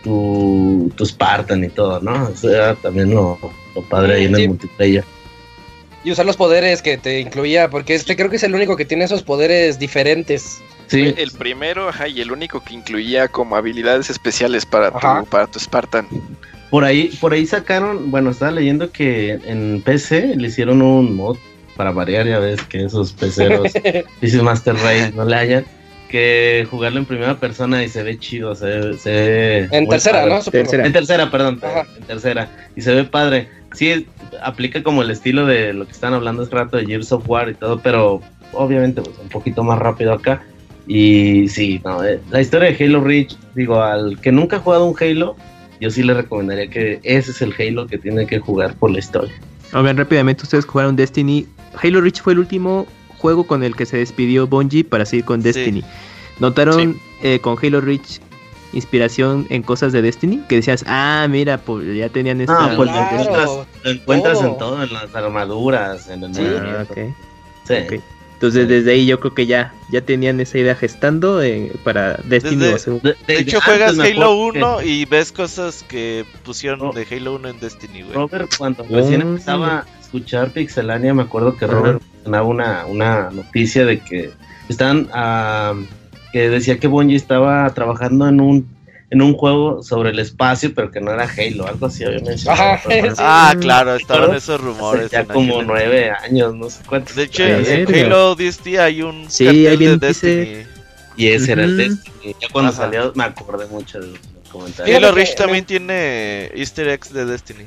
tu, tu Spartan y todo, ¿no? Eso era también lo, lo padre ahí en el sí. multiplayer. Y usar los poderes que te incluía, porque este creo que es el único que tiene esos poderes diferentes. Sí. El primero, ajá, y el único que incluía como habilidades especiales para tu, para tu Spartan. Por ahí, por ahí sacaron, bueno, estaba leyendo que en P C le hicieron un mod para variar, ya ves que esos peceros, dice Master Race, no le hayan, que jugarlo en primera persona y se ve chido, se ve... Se ve en tercera, padre. ¿No? Tercera. En tercera, perdón, Ajá. en tercera, y se ve padre. Sí, aplica como el estilo de lo que están hablando hace rato de Gears of War y todo, pero obviamente pues un poquito más rápido acá. Y sí, no, eh, la historia de Halo Reach, digo, al que nunca ha jugado un Halo, yo sí le recomendaría que ese es el Halo que tiene que jugar por la historia. A ver, rápidamente, ustedes jugaron Destiny. Halo Reach fue el último juego con el que se despidió Bungie para seguir con Destiny. Sí. ¿Notaron sí. Eh, con Halo Reach inspiración en cosas de Destiny? Que decías, ah, mira, pues ya tenían esta... Ah, pues claro, lo encuentras, lo encuentras todo. En todo, en las armaduras, en el... Sí, ah, okay. Sí. Okay. Entonces desde ahí yo creo que ya ya tenían esa idea gestando eh, para Destiny. Desde, o sea, de, de hecho juegas Halo uno que... y ves cosas que pusieron oh. de Halo uno en Destiny, güey. Robert, cuando oh. recién empezaba a escuchar Pixelania, me acuerdo que Robert mencionaba una, una noticia de que estaban... Uh, que decía que Bungie estaba trabajando en un en un juego sobre el espacio, pero que no era Halo, algo así había mencionado. Ajá, sí. Ah, claro, estaban esos rumores. Ya como nueve años, no sé cuántos. De hecho, en Halo O D S T hay un sí, cartel de Destiny. Dice... Y ese uh-huh. era el Destiny. Ya cuando Ajá. salió me acordé mucho de los comentarios. Halo Reach también me... tiene Easter eggs de Destiny.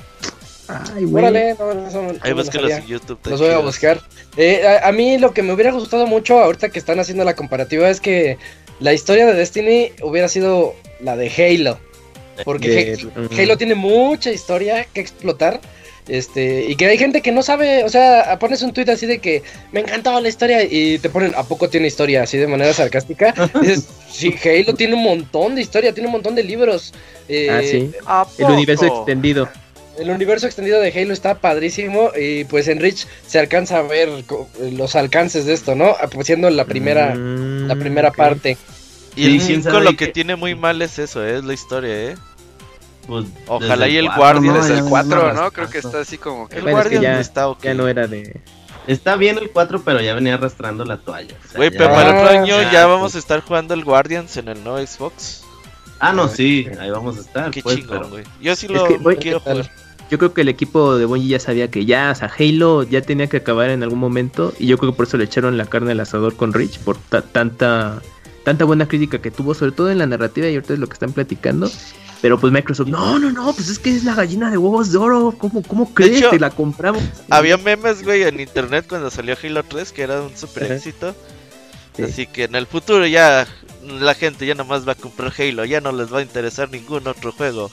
Ay, güey. Órale, no, no, no, ahí búscalos en YouTube. Los voy a buscar. Eh, a, a mí lo que me hubiera gustado mucho ahorita que están haciendo la comparativa es que la historia de Destiny hubiera sido la de Halo. Porque de... Halo, Halo tiene mucha historia que explotar. Este, y que hay gente que no sabe, o sea, pones un tweet así de que me encantaba la historia y te ponen, ¿a poco tiene historia? Así de manera sarcástica. Y dices, sí, Halo tiene un montón de historia, tiene un montón de libros. Eh, ah, sí. El universo extendido. El universo extendido de Halo está padrísimo y pues en Reach se alcanza a ver los alcances de esto, ¿no? Siendo la primera, mm, la primera okay. parte. Y el cinco lo que, que tiene muy mal es eso, es la historia, ¿eh? Pues ojalá y el Guardian no, es el cuatro, ¿no? Creo que está así como que el bueno, Guardian es que ya, está okay. Ya no era de... Está bien el cuatro, pero ya venía arrastrando la toalla. Güey, o sea, pero para el otro año ya, ya vamos a estar jugando el Guardians en el nuevo Xbox. Ah, no, sí, ahí vamos a estar. Qué pues, chingón, pero... güey. Yo sí lo es que, quiero jugar. Yo creo que el equipo de Bungie ya sabía que ya, o sea, Halo ya tenía que acabar en algún momento y yo creo que por eso le echaron la carne al asador con Reach por ta- tanta tanta buena crítica que tuvo, sobre todo en la narrativa y ahorita es lo que están platicando. Pero pues Microsoft, no, no, no, pues es que es la gallina de huevos de oro, ¿cómo, cómo crees que la compramos? Había memes, güey, en internet cuando salió Halo tres, que era un super éxito. Sí. Así que en el futuro ya la gente ya nomás va a comprar Halo, ya no les va a interesar ningún otro juego.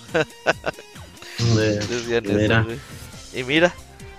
De, mira. Eso, y mira.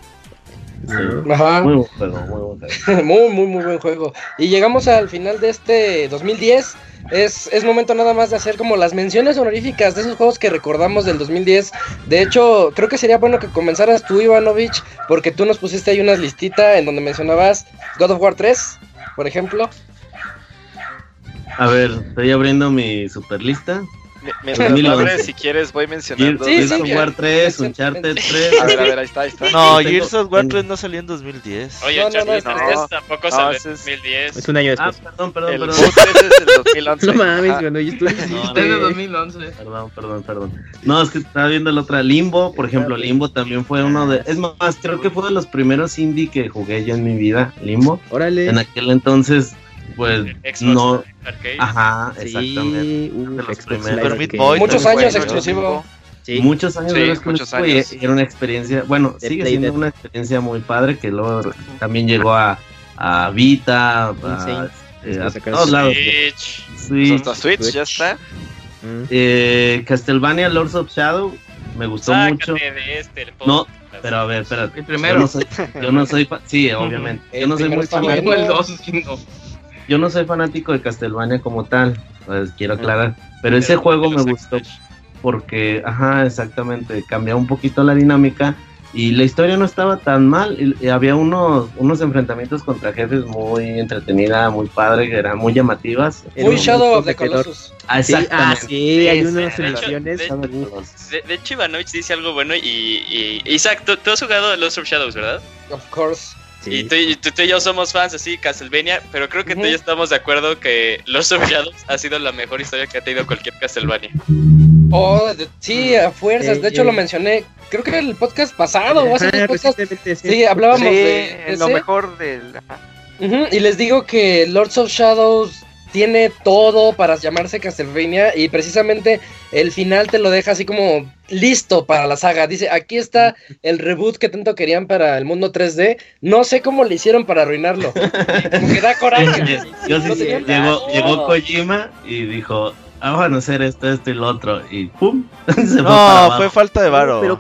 Sí. Ajá. Muy buen juego, muy buen juego. muy, muy, muy buen juego. Y llegamos al final de este dos mil diez. Es, es momento nada más de hacer como las menciones honoríficas de esos juegos que recordamos del dos mil diez. De hecho, creo que sería bueno que comenzaras tú, Ivanovich, porque tú nos pusiste ahí unas listitas en donde mencionabas God of War tres, por ejemplo. A ver, estoy abriendo mi super lista. Mientras lo abres, si quieres, voy mencionando. Gears of War tres, Uncharted tres. A ver, a ver, ahí está, ahí está. No, Gears of War tres no salió en dos mil diez. Oye, No, Uncharted no, no, tres no. tampoco No, salió ese en es- dos mil diez. Es un año Ah, después. perdón, perdón, El perdón. Boot tres es el dos mil once. No mames, Ajá. cuando yo estuve. No, Desde no, dos mil once. Perdón, perdón, perdón. No, es que estaba viendo el otro. Limbo, por ejemplo, Limbo también fue uno de... Es más, creo que fue de los primeros indie que jugué yo en mi vida, Limbo. Órale. En aquel entonces, pues, Xbox no... Arcade. Ajá, Sí, exactamente. uf, De los Xbox primeros. Live Super Meat Arcade. Boy Muchos Muy años bueno, exclusivo. Sí. Muchos años Sí, de muchos exclusivo y años. era una experiencia, bueno, De sigue Play siendo Dead. una experiencia muy padre que luego también llegó a, a Vita, a, Insane. eh, a Después sacaron todos lados. Switch. Sí. Hasta Switch, ya está. Mm. Eh, Castlevania Lords of Shadow me gustó Sácate mucho. de este. el No, podcast. pero a ver, espérate. El primero. Yo no soy, yo no soy fa- sí, obviamente. El Yo no soy primero muy está fanático. bueno. El dos, sí, no. Yo no soy fanático de Castlevania como tal, pues quiero aclarar, pero ese Pero juego me los gustó Switch. porque, ajá, exactamente, cambiaba un poquito la dinámica y la historia no estaba tan mal, y, y había unos, unos enfrentamientos contra jefes muy entretenida, muy padre, que eran muy llamativas. Era Muy un Shadow of the competidor. Colossus. Ah, Sí, ah, exactamente. sí, hay Ese, unas de hecho, ediciones. de- estaban- De, de hecho, Ivanovich dice algo bueno y, y Isaac, ¿tú, tú has jugado Lost of Shadows, ¿verdad? Of course. Y Sí. tú, y tú- tú y yo somos fans así, Castlevania, pero creo que tú y yo estamos de acuerdo que Lost of Shadows ha sido la mejor historia que ha tenido cualquier Castlevania. Oh, de- sí, a fuerzas. De Eh, hecho, eh. lo mencioné. Creo que en el podcast pasado. o hace Ajá, dos podcasts. recientemente, sí. Sí, hablábamos Sí, de en lo ese. mejor del... ajá. Ujú, y les digo que Lords of Shadows tiene todo para llamarse Castlevania y precisamente el final te lo deja así como listo para la saga. Dice, aquí está el reboot que tanto querían para el mundo tres D. No sé cómo le hicieron para arruinarlo. Como que da coraje. Yo sí, No sí, tenían llegó, nada. llegó Kojima y dijo, ah, van a hacer esto, esto y lo otro, y pum, se fue para No, abajo. fue falta de varo. Pero,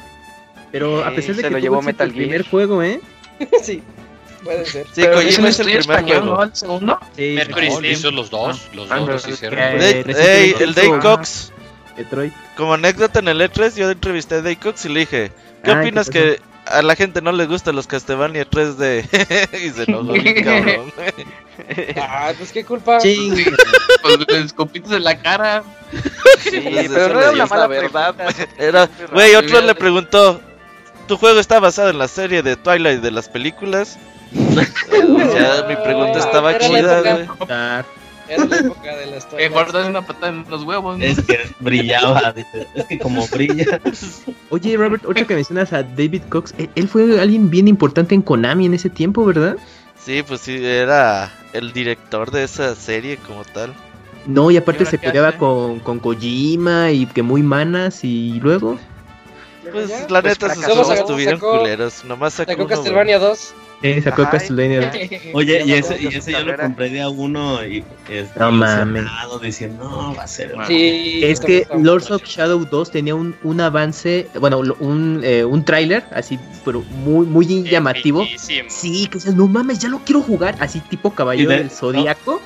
pero a Sí, pesar de se que lo tuvo llevó éxito Metal el primer Gear. juego, ¿eh? Sí, puede ser. Sí, Pero Kojima es un es el estudio primer español, juego. ¿no? ¿El segundo? Sí, Mercury No, Steam. hizo los dos, los Ah, dos pero los que- hicieron. Eh, Dave- recientemente ey, el Dave hizo- Cox, Detroit. como anécdota en el E tres, yo entrevisté a Dave Cox y le dije, ¿qué Ay, opinas ¿qué que a la gente no le gustan los Castlevania tres D? Y se enojó bien cabrón. Ah, pues qué culpa. Ching. Pues le escupitos en la cara. Sí, pero pero no no era es una la mala verdad. Era, güey, otro le preguntó, ¿tu juego está basado en la serie de Twilight de las películas? Ya, mi pregunta estaba Era la chida, época. güey. Ah, Era la época de la historia. Mejor darle una patada en los huevos, ¿no? Es que brillaba, dice, es que como brilla. Oye, Robert, ahorita que mencionas a David Cox, eh, él fue alguien bien importante en Konami en ese tiempo, ¿verdad? Sí, pues sí, era el director de esa serie como tal. No, y aparte ¿Y ahora se qué peleaba hace? con, con Kojima y que muy manas y luego... Pues Ya, la pues, neta sus fracasó. juegos Sacó- estuvieron sacó- culeros, nomás sacó Sacó uno, Castlevania dos. Eh, sacó Ajá, Castlevania. Oye, y Ya ese, pasó y su ese yo lo carrera. compré de a uno y este, No mames. ilusionado, diciendo, no, va a ser. Sí. Es me que gustó Lords mucho. of Shadow dos tenía un, un avance, bueno, lo- un, eh, un tráiler así, pero muy, muy llamativo. Epiquísimo. Sí, que dices, no mames, ya lo quiero jugar, así tipo caballero Y de- del Zodíaco.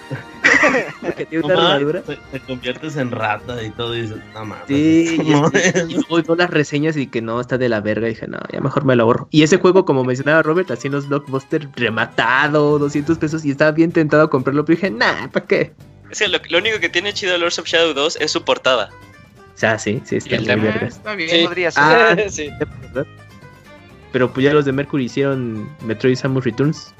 Que tiene No una mames, armadura. te, te conviertes en rata y todo, y dices, no mames. Sí, y, no este, y luego vio las reseñas y que no, está de la verga. Y dije, no, ya mejor me lo ahorro. Y ese juego, como mencionaba Robert, así en los blockbusters, rematado, doscientos pesos. Y estaba bien tentado a comprarlo, pero dije, nah, ¿para qué? Es que lo, lo único que tiene chido Lords of Shadow dos es su portada. O sea, sí, sí, está el muy tema. verga. Está bien. Sí. Podría ser. Ah, Sí. ¿verdad? Pero pues ya los de Mercury hicieron Metroid Samus Returns.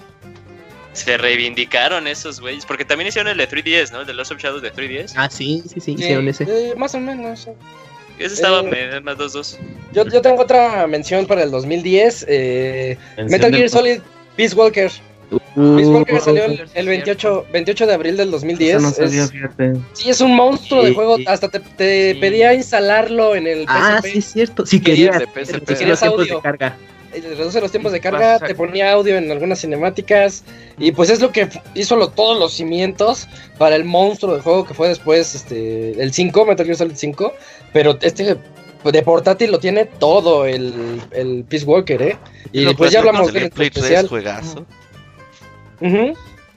Se reivindicaron esos güeyes. Porque también hicieron el de tres D S, ¿no? El de Lords of Shadows de tres D S. Ah, sí, sí, sí, Sí, hicieron ese. eh, más o menos. sí. Ese estaba eh, me- más dos dos. Yo, yo tengo otra mención para el dos mil diez. eh, Mención Metal del- Gear Solid Peace Walker. Uh, Peace Walker salió uh, el, el veintiocho, veintiocho de abril del dos mil diez. Eso no sabía, Es- fíjate. sí, es un monstruo de Sí, juego. sí. Hasta te, te Sí. pedía instalarlo en el Ah, P S P. sí, es cierto. Si Querías querías, de P S P. reducir Querías los tiempos audio. de carga. Eh, Reduce los tiempos de Y carga, pasa- te ponía audio en algunas cinemáticas. Y pues es lo que f- hizo lo- todos los cimientos para el monstruo de juego que fue después este el cinco, Metal Gear Solid cinco. Pero este de portátil lo tiene todo el, el Peace Walker, ¿eh? Y Lo pues ya pasó hablamos con de el él en Play tres, especial. juegazo. Ujú.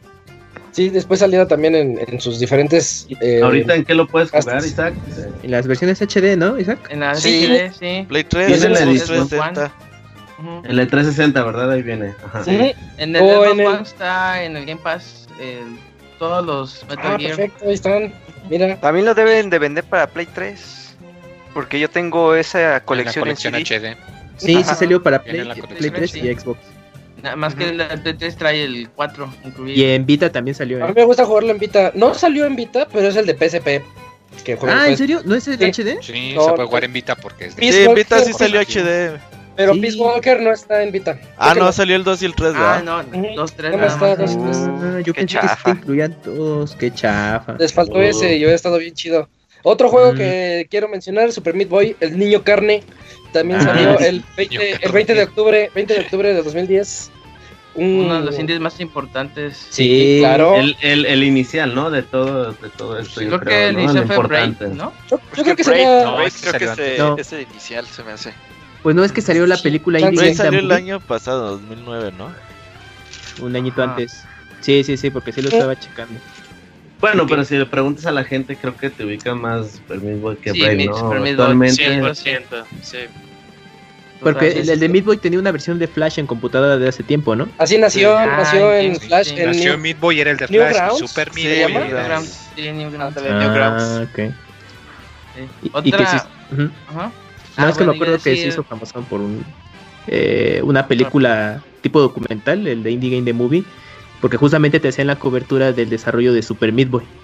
Sí, después salía también en, en sus diferentes. eh, ¿Ahorita en qué lo puedes jugar, hasta- Isaac? En las versiones H D, ¿no, Isaac? En la Sí. sí. sí. Play tres, Tiene la Xbox edición. trescientos sesenta. Ujú. En el trescientos sesenta, ¿verdad? Ahí viene. Ajá. Ujú. En el O Xbox en el- One está en el Game Pass el todos los Metal Ah, Gear. perfecto, ahí están. Mira. También lo deben de vender para Play tres. Porque yo tengo esa colección en, colección C D. H D. Sí, Ajá. sí salió para Viene Play, en la Play colección, tres sí. y Xbox. Nada más que la Play tres trae el cuatro incluido. Y en Vita también salió. A mí ¿eh? me gusta jugarlo en Vita. No salió en Vita, pero es el de P S P. Que juego Ah, ¿en después. serio? ¿No es el Sí. H D? Sí, No, se puede no. jugar en Vita porque es de... Peace Sí, en Walker, Vita sí sí. salió H D. Pero Sí. Peace Walker no está en Vita. Ah, Creo que no, salió el dos y el tres, Ah, ¿verdad? no, Ujú. dos, tres No me nada está, más. dos, tres. Ah, yo Qué pensé que chafa. se incluían todos. Qué chafa. Les faltó Oh. ese, yo he estado bien chido. Otro juego Mm. que quiero mencionar, Super Meat Boy, el niño carne. También Ah, salió sí. el veinte, el veinte de octubre, veinte de octubre de dos mil diez. Un- Uno de los indies más importantes. Sí, claro. El, el, el inicial, ¿no? De todo, de todo esto. Creo yo que el ¿no? inicio Lo fue Break, importante. ¿no? Yo, yo Porque creo que Braid, sería. no, Braid ese creo que salió ese, antes. ese inicial se me hace. Pues no es que salió la película Sí, Indie Braid Game salió el Movie año pasado, dos mil nueve, ¿no? un añito Ah. antes. Sí, sí, sí, porque sí lo estaba checando. Bueno, pero si le preguntas a la gente, creo que te ubica más Super Meat Boy que Sí, Braid, mi- ¿no? Super Meat Boy, Actualmente. cien por ciento, sí. Porque el, el de Total, Meat Boy tenía una versión de Flash en computadora de hace tiempo, ¿no? Así nació, Ah, nació en sí, Flash. sí. En Nació New- Meat Boy, era el de Newgrounds, Flash, y Super ¿se Meat llama? Boy era el- Newgrounds, sí, Newgrounds. Ándale, Newgrounds. Ah, ok. Sí. Y, y Otra. que sí, ujú. Ajá. No, Ah, es que bueno, me acuerdo iba a que se decir- hizo famoso por un eh, una película tipo documental, el de Indie Game The Movie, porque justamente te hacían la cobertura del desarrollo de Super Meat Boy.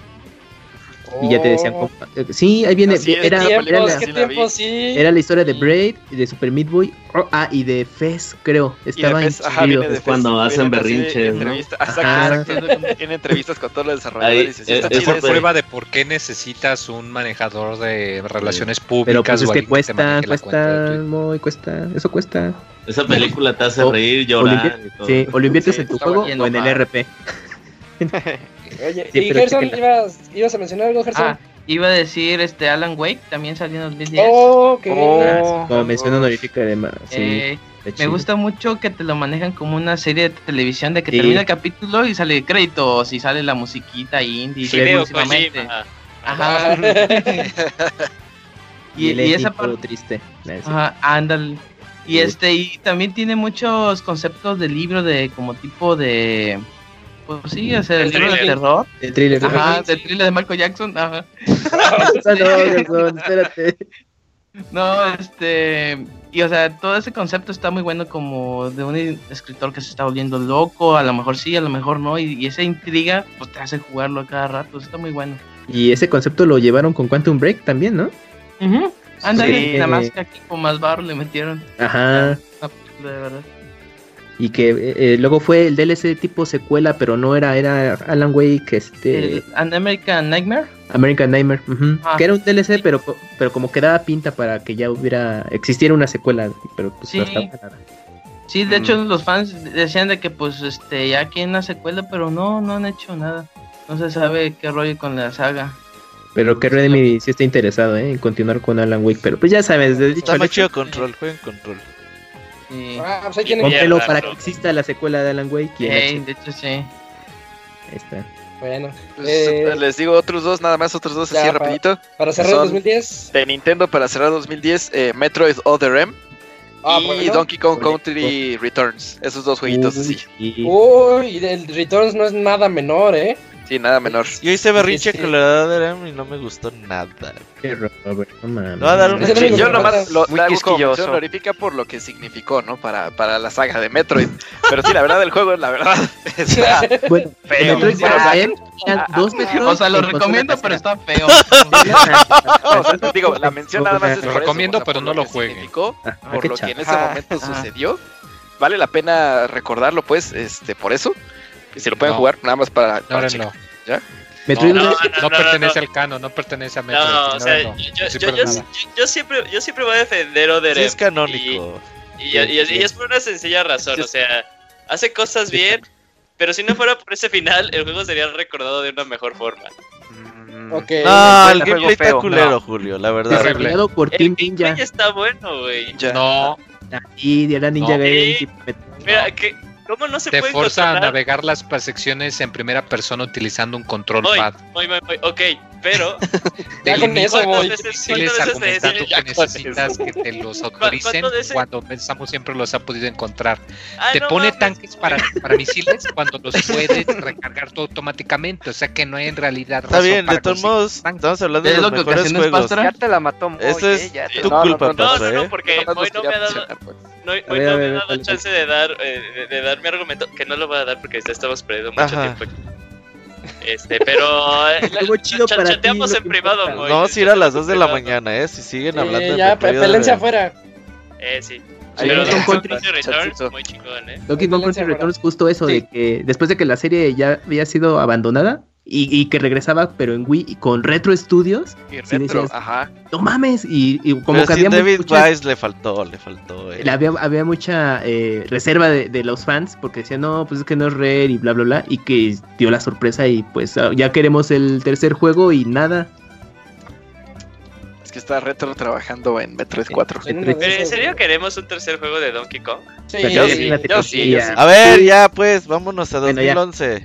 Y ya te decían, Oh, cómo- eh, sí, ahí viene, Así es, era, tiempo, era, tiempos, la, qué sí la vi. tiempos, sí. era la historia de Sí. Braid, de Super Meat Boy, oh, ah, y de Fez, creo, Y de estaba Fez, ajá, incluido. viene de Es cuando Fez, hacen vienen así de berrinches, ¿no? entrevista- Ajá. Exacto, exacto. Tiene entrevistas con todos los desarrolladores. y sí, Ahí, está eh, chido Mejor Ese- ese. prueba de por qué necesitas un manejador de relaciones públicas. Pero pues es o que alguien te cuesta, maneje la cuenta cuesta, de Twitter. muy cuesta, eso cuesta. Esa película te hace O- reír, O lo, llorar invier- y todo. sí, o lo inviertes Sí, en tu está juego bueno. o en el R P. Oye, Sí, y pero Gerson, chequenla. ibas, ibas a mencionar algo, Gerson. Ah, iba a decir este Alan Wake, también salió en dos mil diez. Oh, ok. Oh, Como mención honorífica además. Sí, Eh, está me chido. gusta mucho que te lo manejan como una serie de televisión de que Sí. termina el capítulo y sale créditos y sale la musiquita indie. Hideo exclusivamente. Kojima. Ajá. y, el y esa ending todo parte. triste. Ah, sí. Ajá, ándale. Y Sí. este, y también tiene muchos conceptos de libro de como tipo de. Pues sí, o sea, el El libro de thriller. terror. El thriller. Ajá, del thriller de Michael Jackson. Ajá. Ah, no, Gerson, espérate. No, este. Y o sea, todo ese concepto está muy bueno, como de un escritor que se está volviendo loco. A lo mejor sí, a lo mejor no. Y, y esa intriga, pues te hace jugarlo a cada rato. Está muy bueno. Y ese concepto lo llevaron con Quantum Break también, ¿no? Ujú. Ándale, Sí. nada más que aquí con más barro le metieron. Ajá. Una película de verdad. Y que eh, eh, luego fue el D L C tipo secuela, pero no era, era Alan Wake, este, El An American Nightmare. American Nightmare, ujú, Ah, que era un D L C, sí. pero, pero como que daba pinta para que ya hubiera, existiera una secuela, pero pues Sí. hasta ahora nada. Sí, de Mm. hecho los fans decían de que pues este ya quieren una secuela, pero no, no han hecho nada. No se sabe qué rollo con la saga. Pero que Redmi sí está interesado ¿eh? en continuar con Alan Wake, pero pues ya sabes, de dicho Está al más hecho, chido Control, jueguen Control. Sí. Ah, pues ahí tienen. Bien póntelo raro. para que exista la secuela de Alan Wake y el Ey, H- de hecho sí. ahí está. Bueno, Pues, eh, les digo otros dos, nada más otros dos ya, así pa- rapidito. para cerrar son- dos mil diez. De Nintendo para cerrar dos mil diez, eh, Metroid Other M Ah, y bueno. Donkey Kong Proyecto. Country Returns. Esos dos jueguitos Uy, así. y- Uy, el Returns no es nada menor, ¿eh? Sí, nada menor. Yo hice berrinche Sí, sí. con la edad de Rem y no me gustó nada. qué Robert, no mames. No, va a dar una Es el Sí, único yo que nomás falta. lo, Muy lo hago como quisquilloso. mención honorífica por lo que significó, ¿no? Para, para la saga de Metroid. Pero sí, la verdad, el juego, la verdad, está Bueno, feo. Metroid Sí, o sea, Prime tenían dos Metroid O sea, lo en consola recomiendo, casera. pero está feo. no, o sea, te digo, la mención nada más es Lo por recomiendo, eso, pero por no lo que jueguen. significó, Ah, por qué lo que en ese chafa. momento Ajá. sucedió. Vale la pena recordarlo, pues, este, por eso. Y si lo pueden No. jugar, nada más para, para Ahora checar. no. Metroid no, no, no, no, no, pertenece no. al canon, no pertenece a Metroid. No, o sea, no. yo, Sí, yo, pero yo, nada. yo- yo siempre, yo siempre voy a defender Other Sí, M. es canónico. Y, y, y- y es por una sencilla razón, o sea, hace cosas bien, pero si no fuera por ese final, el juego sería recordado de una mejor forma. Mm, Ok. No, el juego gameplay está feo, culero, no. Julio, la verdad. Horrible. Desarrollado por El Team gameplay Ninja. está bueno, güey. Ya. No, Y de la Ninja No. Gaiden. Sí. tipo Metroid. Mira, que, ¿cómo no se te puede forza a controlar? navegar las pa- secciones en primera persona utilizando un control Muy, pad. muy, muy, muy, ok, pero ya con eso voy. Difíciles argumentando que necesitas que te los autoricen ese... cuando pensamos siempre los ha podido encontrar. Ah, te no, pone mames. tanques para, para misiles cuando los puedes recargar todo automáticamente, o sea que no hay en realidad está bien, de todos modos estamos hablando de los mejores juegos. Ya te la mató Moy, eso es eh, tu no, culpa, no, no, no, no, porque Moy no me ha dado no, Moy no me ha dado chance de dar eh, de, de dar mi argumento, que no lo voy a dar porque ya estamos perdiendo mucho Ajá. tiempo aquí. Este, pero eh, chido ch- para chateamos ti, en privado, Moy. No, si era a las dos de la mañana, eh, si siguen hablando eh, de ya, pelense afuera. Eh, sí. Ahí pero Donkey Kong Country Returns, muy chingón, eh. Donkey Kong Country Returns justo eso, sí. de que después de que la serie ya había sido abandonada y, y que regresaba, pero en Wii con Retro Studios. Y retro, decías, ajá. No mames, y, y como pero que sí, había David muchas, Wise le faltó, le faltó. Eh. Había, había mucha eh, reserva de, de los fans porque decían, no, pues es que no es Rare y bla, bla, bla, y que dio la sorpresa y pues ya queremos el tercer juego y nada. Es que está Retro trabajando en Metroid cuatro. ¿Pero en serio queremos un tercer juego de Donkey Kong? Sí, yo, sí, sí, yo sí, yo sí. A ver, ya pues, vámonos a dos mil once.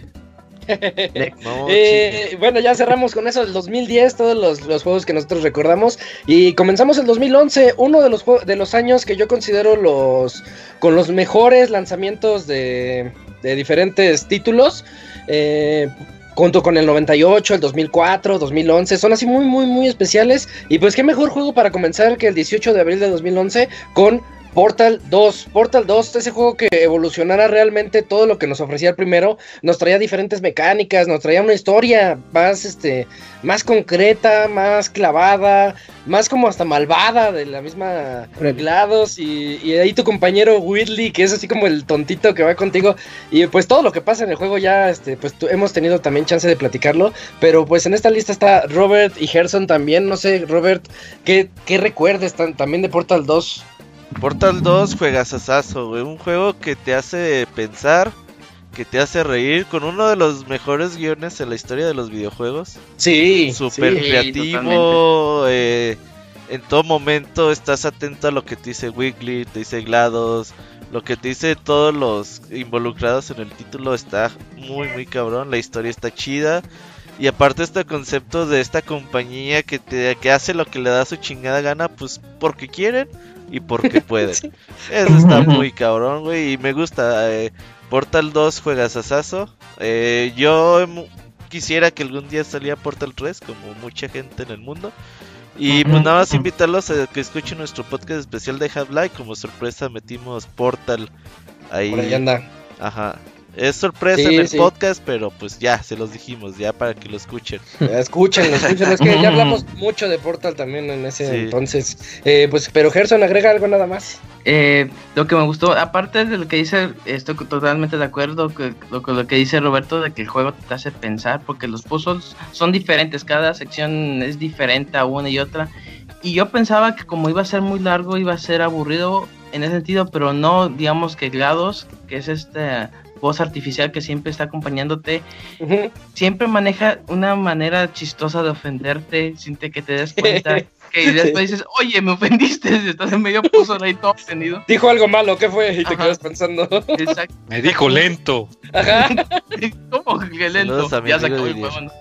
Bueno, no, eh, bueno, ya cerramos con eso el dos mil diez, todos los, los juegos que nosotros recordamos. Y comenzamos el dos mil once, uno de los, de los años que yo considero los con los mejores lanzamientos de, de diferentes títulos. Eh... Junto con el noventa y ocho, el dos mil cuatro, dos mil once, son así muy, muy, muy especiales. Y pues qué mejor juego para comenzar que el dieciocho de abril de dos mil once con Portal dos. Portal dos, ese juego que evolucionara realmente todo lo que nos ofrecía el primero. Nos traía diferentes mecánicas, nos traía una historia más, este, más concreta, más clavada, más como hasta malvada de la misma GLaDOS. Y, y ahí tu compañero Whitley, que es así como el tontito que va contigo. Y pues todo lo que pasa en el juego ya, este, pues tu, hemos tenido también chance de platicarlo. Pero pues en esta lista está Robert y Gerson también. No sé, Robert, ¿qué, qué recuerdas tan, también de Portal dos? Portal dos, juegazazazo, güey. Un juego que te hace pensar, que te hace reír, con uno de los mejores guiones en la historia de los videojuegos. Sí, súper sí, creativo. Eh, en todo momento estás atento a lo que te dice Wiggly, te dice GLaDOS, lo que te dice todos los involucrados en el título está muy, muy cabrón. La historia está chida. Y aparte este concepto de esta compañía que te que hace lo que le da su chingada gana, pues porque quieren y porque pueden. Sí. Eso está muy cabrón, güey, y me gusta. Eh, Portal dos juegazazazo. Eh, yo quisiera que algún día saliera Portal tres, como mucha gente en el mundo. Y pues nada más invitarlos a que escuchen nuestro podcast especial de Half-Life. Como sorpresa metimos Portal ahí. Por ahí anda. Ajá. Es sorpresa sí, en el sí. podcast, pero pues ya, se los dijimos, ya para que lo escuchen. Escúchenlo, escúchenlo, es que ya hablamos mucho de Portal también en ese sí. entonces. Eh, pues, pero Gerson, agrega algo nada más. Eh, lo que me gustó, aparte de lo que dice, estoy totalmente de acuerdo con lo, lo que dice Roberto, de que el juego te hace pensar, porque los puzzles son diferentes, cada sección es diferente a una y otra. Y yo pensaba que como iba a ser muy largo, iba a ser aburrido en ese sentido, pero no, digamos que GLaDOS, que es este... voz artificial que siempre está acompañándote, uh-huh. siempre maneja una manera chistosa de ofenderte sin que te des cuenta, que después dices, oye, me ofendiste, estás en medio puzzle ahí todo ofendido. Dijo algo malo, ¿qué fue? Y te Ajá. quedas pensando. Exacto. Me dijo lento. Ajá. ¿Cómo que lento? Ya se acabó el juego, ¿no?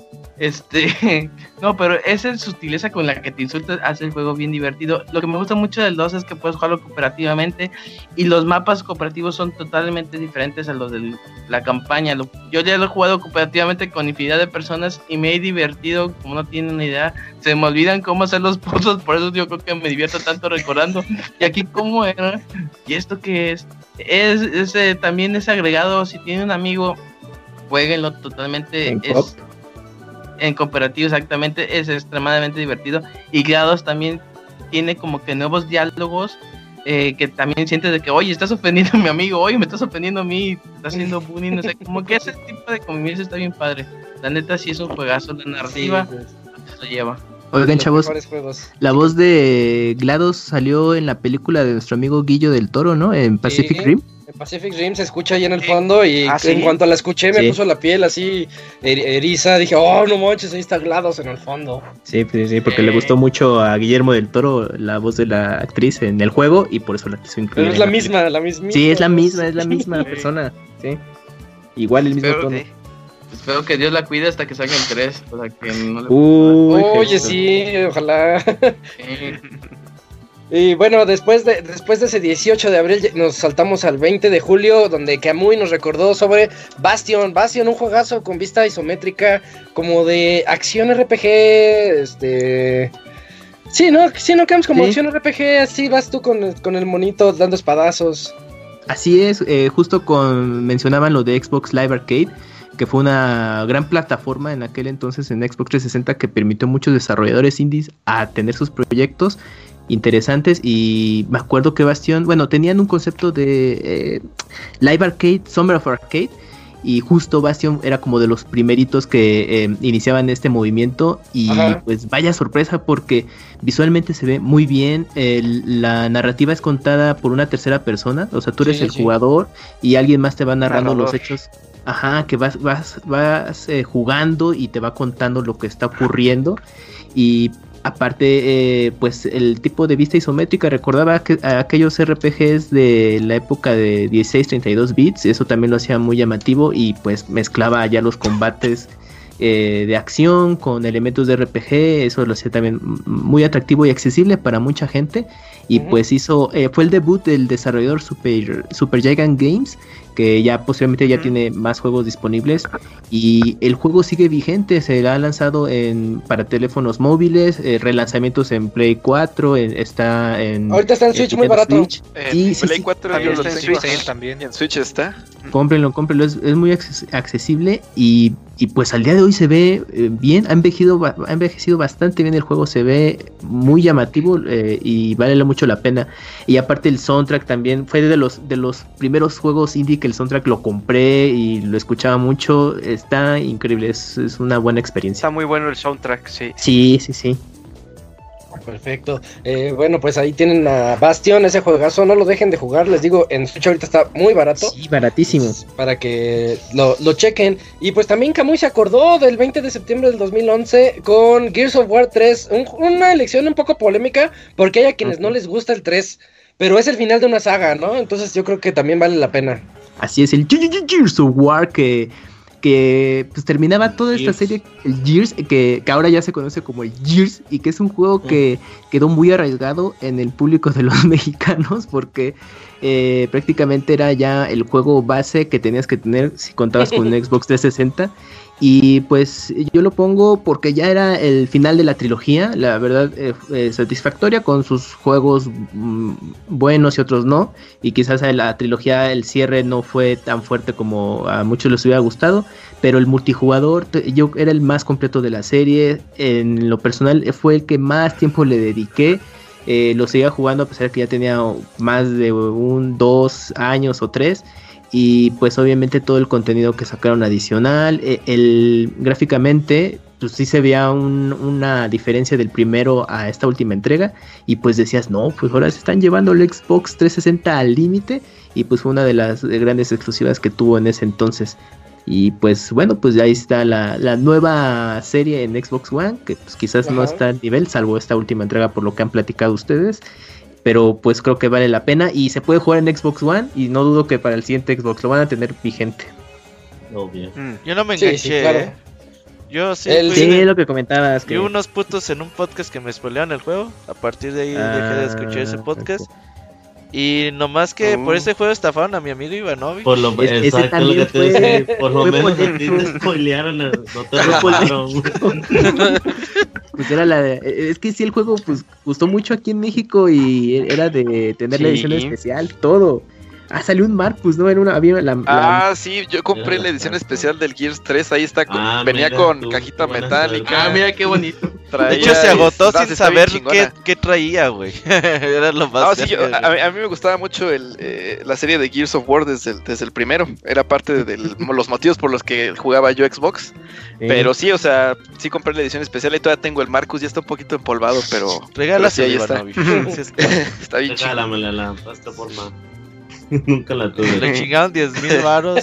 Este, no, pero esa sutileza con la que te insultas hace el juego bien divertido. Lo que me gusta mucho del dos es que puedes jugarlo cooperativamente y los mapas cooperativos son totalmente diferentes a los de la campaña. Lo, yo ya lo he jugado cooperativamente con infinidad de personas y me he divertido como no tienen ni idea. Se me olvidan cómo hacer los puzzles, por eso yo creo que me divierto tanto recordando. Y aquí cómo era, y esto que es, es, es eh, también es agregado. Si tiene un amigo, jueguenlo totalmente. ¿En es, cop? En cooperativo, exactamente, es extremadamente divertido. Y GLaDOS también tiene como que nuevos diálogos eh, que también sientes de que, oye, estás ofendiendo a mi amigo, oye, me estás ofendiendo a mí, estás haciendo bullying, no sé, como que ese tipo de convivencia está bien padre. La neta sí es un juegazo, la narrativa sí, pues. Se lleva. Oigan, chavos, la voz de GLaDOS salió en la película de nuestro amigo Guillo del Toro, ¿no? En Pacific sí. Rim. Pacific Rim se escucha ahí en el fondo y ¿Ah, sí? en cuanto la escuché me sí. puso la piel así eriza, dije, oh, no manches, ahí está GLaDOS en el fondo. Sí, sí, sí, porque eh... le gustó mucho a Guillermo del Toro la voz de la actriz en el juego y por eso la quiso incluir. Pero es la, la misma, la misma. Sí, es la misma, es la misma sí. persona, sí. Igual el mismo pero, tono. Sí. Espero que Dios la cuide hasta que salga el tres. O sea, que no le... Uy, Oye, sí, ojalá. Sí. Y bueno, después de, después de ese dieciocho de abril nos saltamos al veinte de julio, donde Kamui nos recordó sobre Bastion. Bastion, un juegazo con vista isométrica, como de acción R P G, este... Sí, ¿no? Sí, ¿no? Camps como ¿Sí? acción R P G, así vas tú con, con el monito dando espadazos. Así es, eh, justo con mencionaban lo de Xbox Live Arcade, que fue una gran plataforma en aquel entonces en Xbox trescientos sesenta que permitió a muchos desarrolladores indies a tener sus proyectos interesantes. Y me acuerdo que Bastion, bueno, tenían un concepto de eh, Live Arcade, Summer of Arcade, y justo Bastion era como de los primeritos que eh, iniciaban este movimiento. Y Ajá. pues vaya sorpresa, porque visualmente se ve muy bien. El, la narrativa es contada por una tercera persona, o sea, tú eres sí, el sí. jugador y alguien más te va narrando Narrador. los hechos. Ajá, que vas, vas, vas eh, jugando y te va contando lo que está ocurriendo. Y aparte, eh, pues el tipo de vista isométrica recordaba que, a aquellos R P Gs de la época de dieciséis treinta y dos bits. Eso también lo hacía muy llamativo y pues mezclaba ya los combates eh, de acción con elementos de R P G. Eso lo hacía también muy atractivo y accesible para mucha gente. Y uh-huh. pues hizo, eh, fue el debut del desarrollador Super, Super Giant Games, que ya posteriormente ya uh-huh. tiene más juegos disponibles, y el juego sigue vigente. Se ha lanzado en para teléfonos móviles, eh, relanzamientos en Play cuatro, en, está en... Ahorita está en Switch, en muy barato. Switch. En sí, sí, Play cuatro sí, está en Switch, Switch también. Y en Switch está. Cómprenlo, cómprenlo, es, es muy accesible y, y pues al día de hoy se ve eh, bien, ha envejecido, ha envejecido bastante bien el juego, se ve muy llamativo eh, y vale mucho la pena. Y aparte el soundtrack también fue de los de los primeros juegos indie que el soundtrack lo compré y lo escuchaba mucho. Está increíble, es, es una buena experiencia. Está muy bueno el soundtrack, sí. Sí, sí, sí. Perfecto. Eh, bueno, pues ahí tienen a Bastion, ese juegazo, no lo dejen de jugar, les digo, en Switch ahorita está muy barato. Sí, baratísimo. Pues, para que lo, lo chequen. Y pues también Kamui se acordó del veinte de septiembre del dos mil once con Gears of War tres, un, una elección un poco polémica, porque hay a quienes uh-huh. no les gusta el tres, pero es el final de una saga, ¿no? Entonces yo creo que también vale la pena. Así es, el Gears of War que... que pues terminaba toda esta serie, el Gears, que, que ahora ya se conoce como el Gears, y que es un juego que quedó muy arraigado en el público de los mexicanos, porque eh, prácticamente era ya el juego base que tenías que tener si contabas con un Xbox trescientos sesenta. Y pues yo lo pongo porque ya era el final de la trilogía, la verdad eh, eh, satisfactoria, con sus juegos mm, buenos y otros no, y quizás a la trilogía el cierre no fue tan fuerte como a muchos les hubiera gustado, pero el multijugador yo era el más completo de la serie. En lo personal fue el que más tiempo le dediqué. Eh, lo seguía jugando a pesar de que ya tenía más de un dos años o tres. Y pues obviamente todo el contenido que sacaron adicional, eh, el gráficamente pues sí se veía un, una diferencia del primero a esta última entrega, y pues decías, no, pues ahora se están llevando el Xbox trescientos sesenta al límite, y pues fue una de las grandes exclusivas que tuvo en ese entonces. Y pues bueno, pues ahí está la, la nueva serie en Xbox One, que pues quizás Ajá. no está al nivel, salvo esta última entrega por lo que han platicado ustedes. Pero pues creo que vale la pena y se puede jugar en Xbox One, y no dudo que para el siguiente Xbox lo van a tener vigente. Obvio. Mm, yo no me enganché, sí, sí, claro. ¿eh? Yo sí. El, sí, lo que comentabas. Vi que... unos putos en un podcast que me spoilearon el juego. A partir de ahí ah, dejé de escuchar ese podcast. Okay. Y nomás que uh. por ese juego estafaron a mi amigo Ivanovich. Por lo, es, exacto, lo que te fue, decía, por lo menos a ti te spoilearon, no te spoilearon. Pues era la de, es que sí, el juego pues gustó mucho aquí en México y era de tener sí. la edición especial, todo. Ah, salió un Marcus, ¿no? Era una, había la, ah, la... sí, yo compré la edición especial del Gears tres, ahí está, con, ah, venía mira, con tú, cajita metálica. Ah, mira qué bonito. Traía, de hecho se agotó sin saber qué, qué traía, güey. Era lo más... Ah, sí, yo, a, a mí me gustaba mucho el, eh, la serie de Gears of War desde el, desde el primero, era parte de los motivos por los que jugaba yo Xbox, sí. Pero sí, o sea, sí compré la edición especial y todavía tengo el Marcus, ya está un poquito empolvado, pero... Regálala, sí, ahí está. Está bien chido. Regálamela la pasta forma. Nunca la tuve. Le chingaron diez mil varos.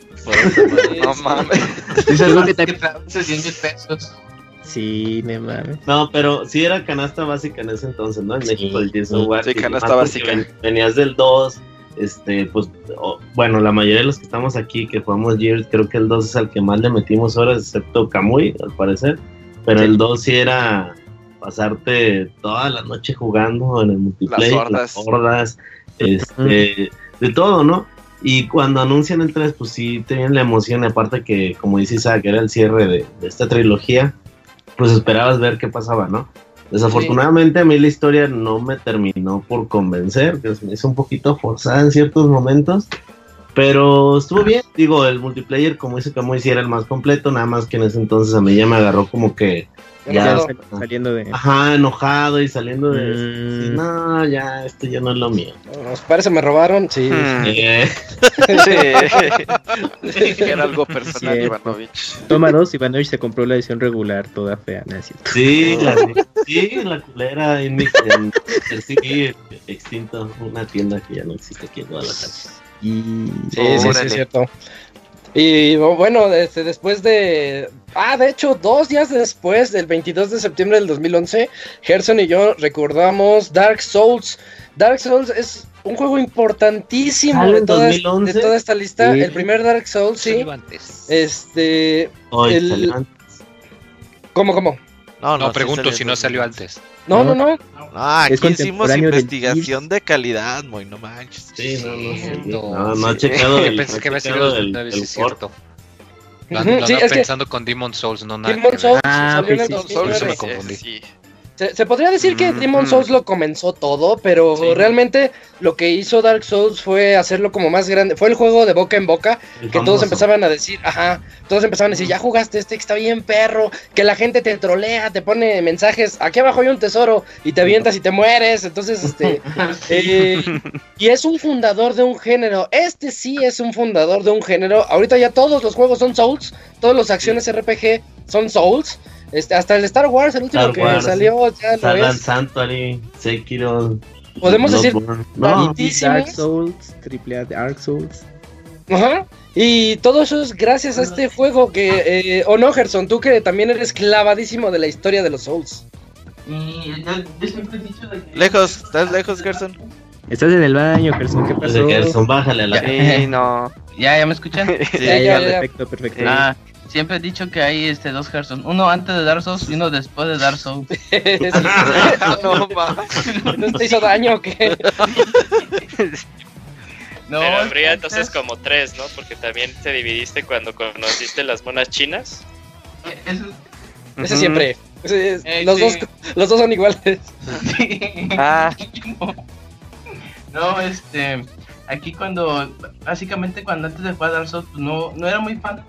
No mames. Es algo que te cien mil pesos. Sí, me mames. No, pero sí era canasta básica en ese entonces, ¿no? En sí. México el Gears of War. Sí, canasta básica. Ven, venías del dos, este, pues, oh, bueno, la mayoría de los que estamos aquí que jugamos Gears, creo que el dos es al que más le metimos horas, excepto Kamui, al parecer, pero sí. El dos sí era pasarte toda la noche jugando en el multiplayer, las hordas, las hordas este, de todo, ¿no? Y cuando anuncian el tres, pues sí tenían la emoción, y aparte que, como dice Isaac, era el cierre de, de esta trilogía, pues esperabas ver qué pasaba, ¿no? Desafortunadamente sí. A mí la historia no me terminó por convencer, que se me hizo un poquito forzada en ciertos momentos, pero estuvo bien. Digo, el multiplayer, como dice Kamui, sí era el más completo, nada más que en ese entonces a mí ya me agarró como que ya sal, saliendo de... Ajá, enojado y saliendo de... Mm. Sí, no, ya, esto ya no es lo mío. Nos parece me robaron, sí. Hmm. Eh. Sí. Era algo personal, sí, Ivanovich. Toma dos, Ivanovich se compró la edición regular, toda fea, ¿no? Sí, la, sí, la culera en, en el C D extinto, una tienda que ya no existe aquí en Guadalajara. Y... Sí, oh, sí, sí, es cierto. Y bueno, este, después de... Ah, de hecho, dos días después, del veintidós de septiembre del dos mil once, Gerson y yo recordamos Dark Souls. Dark Souls es un juego importantísimo de toda, de toda esta lista. Sí. El primer Dark Souls, sí. Este... Oh, el... ¿Cómo, cómo? No, no, no pregunto si no salió antes. No, no, no. Ah, aquí hicimos investigación de calidad, muy no manches. Sí, no, no, no, no, no he checado el, pensé que había sido el, el, el cierto. Lo, uh-huh, lo sí, ando pensando que... con Demon Souls, no nada. Demon Souls ah, salió pues en el sí, dos mil nueve. Por eso me confundí. Sí. Se, se podría decir que mm-hmm. Demon Souls lo comenzó todo, pero sí. Realmente lo que hizo Dark Souls fue hacerlo como más grande. Fue el juego de boca en boca, el que famoso. Todos empezaban a decir, ajá, todos empezaban a decir, ya jugaste este que está bien perro, que la gente te trolea, te pone mensajes, aquí abajo hay un tesoro, y te avientas y te mueres, entonces, este, eh, y es un fundador de un género, este sí es un fundador de un género, ahorita ya todos los juegos son Souls, todas las acciones R P G son Souls. Este, hasta el Star Wars, el último Star que Wars, salió, ya lo Sagan es. Sanctuary, Sekiro. Podemos decir no. Dark Souls, triple A Dark Souls. Ajá. Y todo eso es gracias a este juego que, eh, o no, Gerson, tú que también eres clavadísimo de la historia de los Souls. Y yo, yo siempre he dicho de que... Lejos, ¿estás lejos, Gerson? Estás en el baño, Gerson, ¿qué pasó? Gerson, bájale a la... Sí, no. ¿Ya, ya me escuchan? Sí, ya, ya, ya, perfecto, perfecto. Ah, siempre he dicho que hay este dos Gerson, uno antes de Dark Souls y uno después de Dark Souls. No, ¿no te hizo daño o qué? No, pero habría entonces como tres, ¿no? Porque también te dividiste cuando conociste las monas chinas. Eso, ese uh-huh. Siempre. Ese es, eh, los, sí. dos, los dos son iguales. Sí. Ah. No, este... Aquí cuando... Básicamente cuando antes de jugar Dark Souls, pues no, no era muy fan.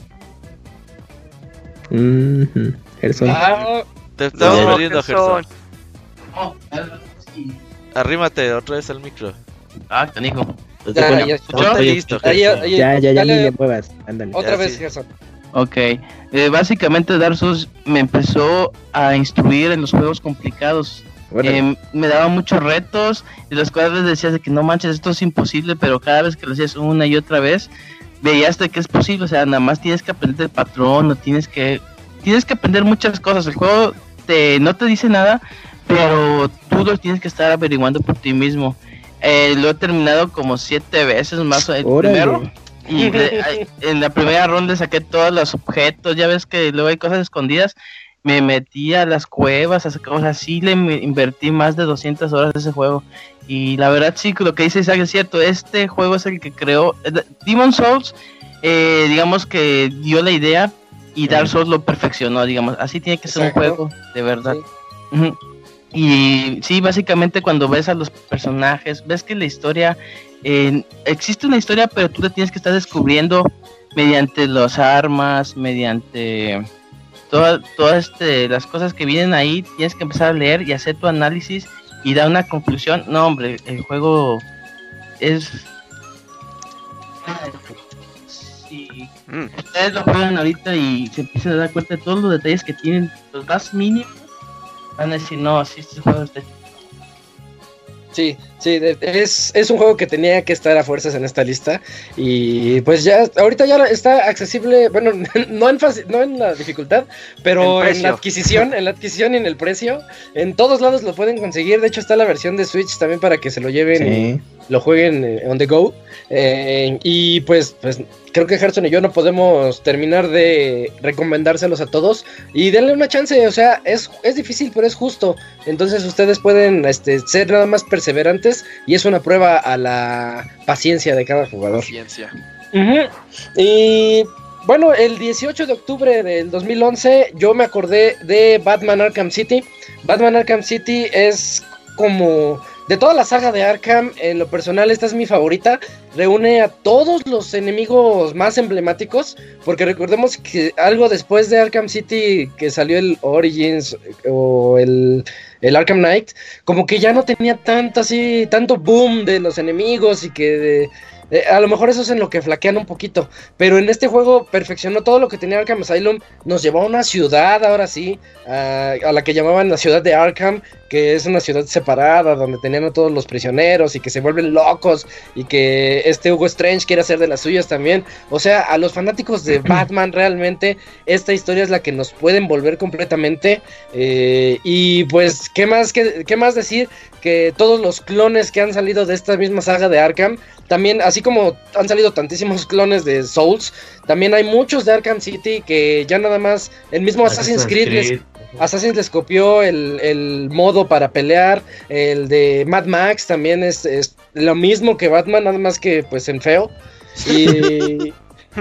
Mm-hmm. Gerson. Ah, te estamos no, perdiendo, Gerson. Oh, sí. Arrímate otra vez al micro. Ah, canijo. Ya, ya, ya, listo, ya, ya, ya, ya, ya ni le muevas. Ándale. Otra ya, vez, sí. Gerson. Ok, eh, básicamente Dark Souls me empezó a instruir en los juegos complicados. Bueno. Eh, me daba muchos retos y los cuales decías de que no manches, esto es imposible, pero cada vez que lo hacías una y otra vez veías de que es posible, o sea, nada más tienes que aprender el patrón, no tienes que tienes que aprender muchas cosas. El juego te no te dice nada, pero tú lo tienes que estar averiguando por ti mismo. Eh, lo he terminado como siete veces más el Órale. Primero. Y de, en la primera ronda saqué todos los objetos, ya ves que luego hay cosas escondidas. Me metí a las cuevas, a sacar, o sea, sí le invertí más de doscientas horas de ese juego. Y la verdad sí, lo que dice Isaac es cierto, este juego es el que creó... Demon Souls, eh, digamos que dio la idea y Dark Souls lo perfeccionó, digamos. Así tiene que ser Exacto. Un juego, de verdad. Sí. Uh-huh. Y sí, básicamente cuando ves a los personajes, ves que la historia... Eh, existe una historia, pero tú la tienes que estar descubriendo mediante las armas, mediante... Todas toda este, las cosas que vienen ahí, tienes que empezar a leer y hacer tu análisis y dar una conclusión. No, hombre, el juego es... Si mm. ustedes lo juegan ahorita y se empiezan a dar cuenta de todos los detalles que tienen, los más mínimos, van a decir, no, sí, este juego está... Sí, sí, es, es un juego que tenía que estar a fuerzas en esta lista y pues ya, ahorita ya está accesible, bueno, no en, faci- no en la dificultad, pero en la adquisición, en la adquisición y en el precio, en todos lados lo pueden conseguir, de hecho está la versión de Switch también para que se lo lleven sí. lo jueguen eh, on the go. Eh, y pues, pues creo que Gerson y yo no podemos terminar de recomendárselos a todos. Y denle una chance, o sea, es, es difícil, pero es justo. Entonces ustedes pueden este, ser nada más perseverantes y es una prueba a la paciencia de cada jugador. Paciencia. Uh-huh. Y bueno, el dieciocho de octubre del dos mil once yo me acordé de Batman Arkham City. Batman Arkham City es como... de toda la saga de Arkham, en lo personal esta es mi favorita. Reúne a todos los enemigos más emblemáticos, porque recordemos que algo después de Arkham City, que salió el Origins o el, el Arkham Knight, como que ya no tenía tanto así, tanto boom de los enemigos y que... De, Eh, a lo mejor eso es en lo que flaquean un poquito, pero en este juego perfeccionó todo lo que tenía Arkham Asylum, nos llevó a una ciudad, ahora sí, a, a la que llamaban la ciudad de Arkham, que es una ciudad separada, donde tenían a todos los prisioneros y que se vuelven locos, y que este Hugo Strange quiere hacer de las suyas también. O sea, a los fanáticos de Batman realmente, esta historia es la que nos puede envolver completamente, eh, y pues, ¿qué más, qué, qué más decir? Que todos los clones que han salido de esta misma saga de Arkham, también, así como han salido tantísimos clones de Souls, también hay muchos de Arkham City que ya nada más, el mismo Assassin's Creed, les, Assassin's les copió el, el modo para pelear, el de Mad Max también es, es lo mismo que Batman, nada más que pues en feo, y,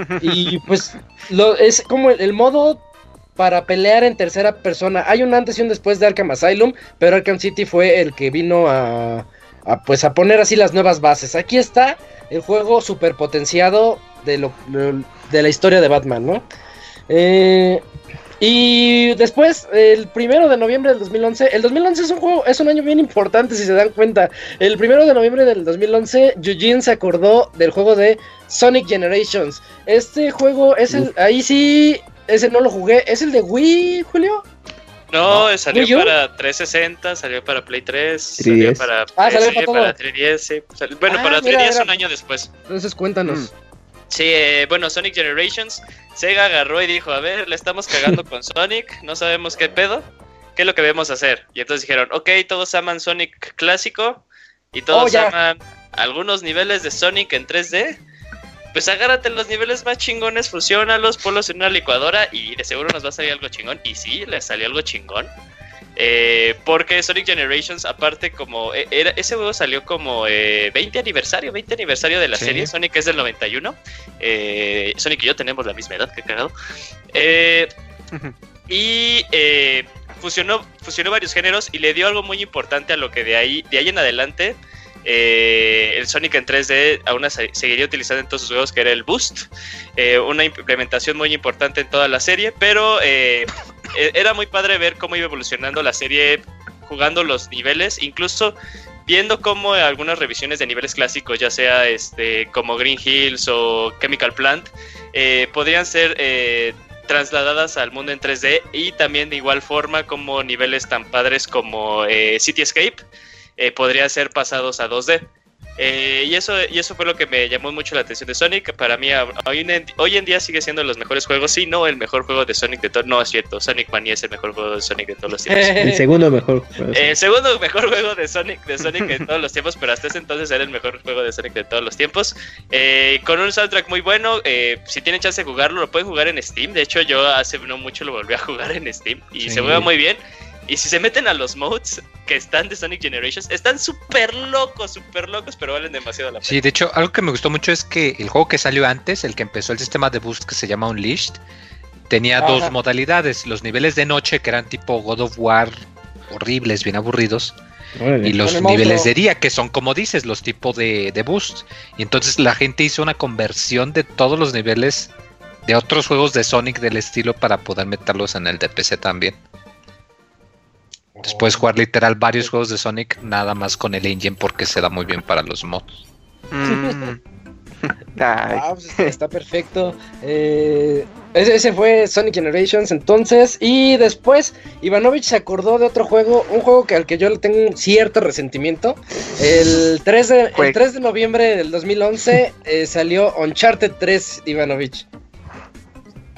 y pues lo, es como el, el modo para pelear en tercera persona. Hay un antes y un después de Arkham Asylum, pero Arkham City fue el que vino a... A, pues a poner así las nuevas bases. Aquí está el juego super potenciado de, lo, de la historia de Batman, ¿no? Eh, y después, el primero de noviembre del dos mil once, el dos mil once es un juego, es un año bien importante si se dan cuenta. El primero de noviembre del dos mil once, Eugene se acordó del juego de Sonic Generations. Este juego es el, ahí sí, ese no lo jugué, ¿es el de Wii, Julio? No, salió ¿Wii para trescientos sesenta, salió para Play tres, tres D S. salió para ah, P C, salió para, para tres D S. Sal... Bueno, ah, para mira, tres D S era... un año después. Entonces cuéntanos. Mm. Sí, eh, bueno, Sonic Generations, Sega agarró y dijo, a ver, le estamos cagando con Sonic, no sabemos qué pedo, ¿qué es lo que debemos hacer? Y entonces dijeron, ok, todos aman Sonic clásico y todos oh, aman algunos niveles de Sonic en tres D. Pues agárrate los niveles más chingones, fusiónalos, ponlos en una licuadora y de seguro nos va a salir algo chingón. Y sí, le salió algo chingón. Eh, porque Sonic Generations, aparte como... Era, ese juego salió como eh, veinte aniversario, veinte aniversario de la sí. serie. Sonic es del noventa y uno. Eh, Sonic y yo tenemos la misma edad, qué cagado. Eh, y eh, fusionó, fusionó varios géneros y le dio algo muy importante a lo que de ahí, de ahí en adelante... Eh, el Sonic en tres D aún se, seguiría utilizando en todos sus juegos, que era el Boost, eh, una implementación muy importante en toda la serie, pero eh, era muy padre ver cómo iba evolucionando la serie jugando los niveles, incluso viendo cómo algunas revisiones de niveles clásicos, ya sea este como Green Hills o Chemical Plant, eh, podrían ser eh, trasladadas al mundo en tres D, y también de igual forma como niveles tan padres como eh, Cityscape Eh, podría ser pasados a dos D. Eh, y, eso, y eso fue lo que me llamó mucho la atención de Sonic. Para mí, hoy en, hoy en día sigue siendo de los mejores juegos. Sí, no el mejor juego de Sonic de todos. No, es cierto. Sonic Mania es el mejor juego de Sonic de todos los tiempos. El segundo mejor juego. El segundo mejor juego de Sonic de Sonic de todos los tiempos. Pero hasta ese entonces era el mejor juego de Sonic de todos los tiempos. Eh, con un soundtrack muy bueno. Eh, si tienen chance de jugarlo, lo pueden jugar en Steam. De hecho, yo hace no mucho lo volví a jugar en Steam. Y sí. Se juega muy bien. Y si se meten a los modes que están de Sonic Generations, están súper locos, súper locos, pero valen demasiado la pena. Sí, de hecho, algo que me gustó mucho es que el juego que salió antes, el que empezó el sistema de boost que se llama Unleashed, tenía Ajá. dos modalidades. Los niveles de noche, que eran tipo God of War, horribles, bien aburridos. Vale. Y los niveles de día, que son, como dices, los tipos de, de boost. Y entonces la gente hizo una conversión de todos los niveles de otros juegos de Sonic del estilo para poder meterlos en el de P C también. Entonces puedes jugar literal varios juegos de Sonic nada más con el engine porque se da muy bien para los mods. Mm. Ah, pues está, está perfecto. Eh, ese, ese fue Sonic Generations entonces. Y después Ivanovich se acordó de otro juego, un juego que al que yo le tengo un cierto resentimiento. El tres de, el tres de noviembre del dos mil once eh, salió Uncharted tres, Ivanovich.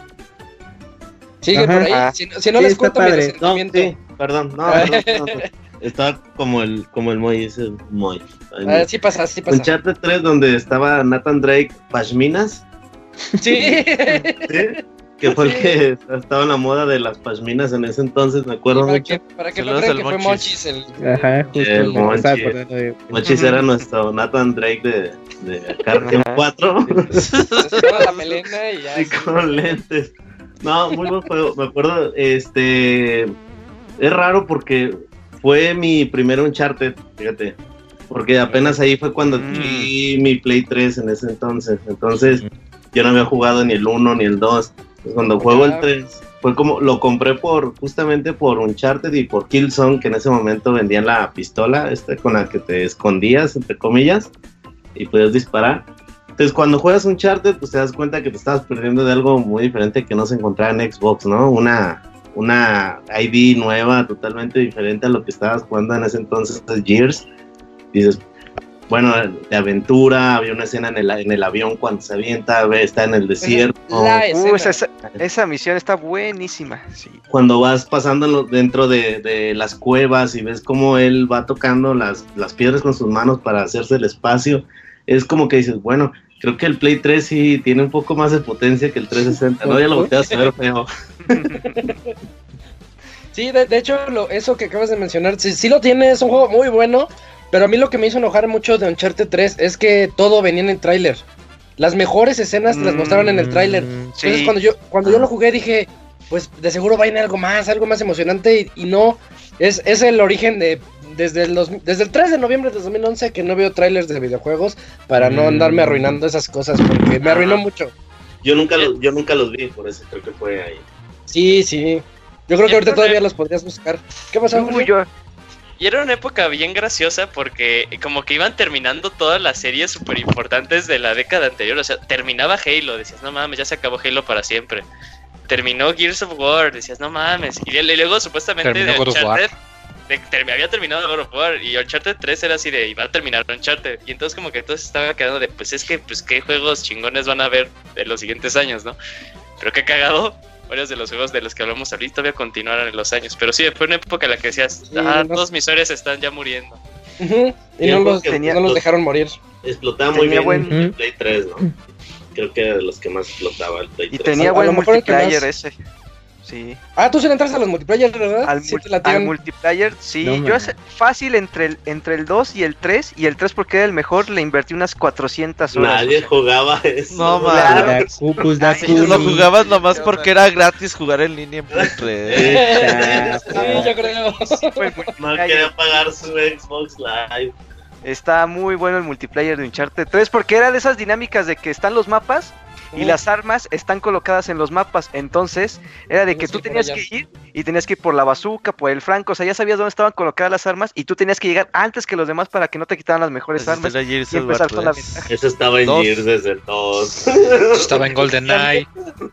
Sigue Ajá. por ahí. Si, si no sí, les cuento mi resentimiento. No, sí, perdón. No, no, no, no. estaba como el, como el Moy, ese Moy. Ah, sí pasa, sí pasa. Uncharted tres, donde estaba Nathan Drake Pashminas. Sí. ¿Sí? Que fue el que estaba en la moda de las pashminas en ese entonces, me acuerdo para mucho. Que, para que no crean que fue Monchis el... Ajá, justo. El Monchis, de... Monchis era nuestro Nathan Drake de, de Cartier cuatro. Se sacaba la melena y ya. Sí, con lentes. No, muy buen juego, me acuerdo, este... Es raro porque fue mi primer Uncharted, fíjate. Porque apenas ahí fue cuando adquirí mm. mi Play tres en ese entonces. Entonces, mm. yo no había jugado ni el uno ni el dos. Pues cuando juego el tres, fue como, lo compré por, justamente por Uncharted y por Killzone, que en ese momento vendían la pistola, esta con la que te escondías, entre comillas, y podías disparar. Entonces cuando juegas Uncharted, pues te das cuenta que te estabas perdiendo de algo muy diferente que no se encontraba en Xbox, ¿no? Una, una I D nueva, totalmente diferente a lo que estabas jugando en ese entonces, Gears. Dices, bueno, de aventura, había una escena en el, en el avión cuando se avienta, está en el desierto. Uh, esa, esa misión está buenísima. Sí. Cuando vas pasando dentro de, de las cuevas y ves cómo él va tocando las, las piedras con sus manos para hacerse el espacio, es como que dices, bueno, creo que el Play tres sí tiene un poco más de potencia que el trescientos sesenta, ¿no? Ya lo volteas a ver feo. Sí, de, de hecho, lo, eso que acabas de mencionar, sí, sí lo tiene, es un juego muy bueno. Pero a mí lo que me hizo enojar mucho de Uncharted tres es que todo venía en el tráiler. Las mejores escenas te las mostraron en el tráiler. Sí. Entonces cuando yo cuando yo lo jugué dije, pues de seguro va a ir algo más, algo más emocionante y, y no. Es, es el origen de desde el, dos, desde el tres de noviembre de dos mil once que no veo trailers de videojuegos para no andarme arruinando esas cosas porque me arruinó mucho. Yo nunca, lo, yo nunca los vi, por eso creo que fue ahí. Sí, sí. Yo creo que ahorita todavía los podrías buscar. ¿Qué pasó? Uy, yo... Y era una época bien graciosa porque como que iban terminando todas las series súper importantes de la década anterior. O sea, terminaba Halo, decías, no mames, ya se acabó Halo para siempre. Terminó Gears of War, decías, no mames. Y luego supuestamente de Uncharted, de, ter, había terminado God of War y Uncharted tres era así de, iba a terminar Uncharted. Y entonces como que entonces estaba quedando de, pues es que, pues qué juegos chingones van a haber en los siguientes años, ¿no? Pero qué cagado. Varios de los juegos de los que hablamos ahorita todavía continuaron en los años. Pero sí, fue una época en la que decías, ah, no, todos mis héroes están ya muriendo. Uh-huh. Y, y no, los, tenía, no los dejaron morir. Explotaba muy bien buen... el Play tres, ¿no? Creo que era de los que más explotaba el Play tres. Y tenía buen multiplayer ese. Sí. Ah, tú sí le entras a los multiplayer, ¿verdad? Al, sí, multi- al multiplayer, sí. No, yo hace fácil entre el, entre el dos y el tres. Y el tres, porque era el mejor, le invertí unas cuatrocientas horas. Nadie o sea. jugaba eso. No, man. Si tú lo jugabas nomás porque era gratis jugar en línea en Play tres. Sí, yo creo. No quería pagar su Xbox Live. Está muy bueno el multiplayer de Uncharted tres porque era de esas dinámicas de que están los mapas y las armas están colocadas en los mapas, entonces era de que tú tenías que ir y tenías que ir por la bazooka, por el franco, o sea, ya sabías dónde estaban colocadas las armas y tú tenías que llegar antes que los demás para que no te quitaran las mejores Eso armas y empezar con la ventaja. Eso estaba en dos. Gears desde el dos. Eso estaba en GoldenEye.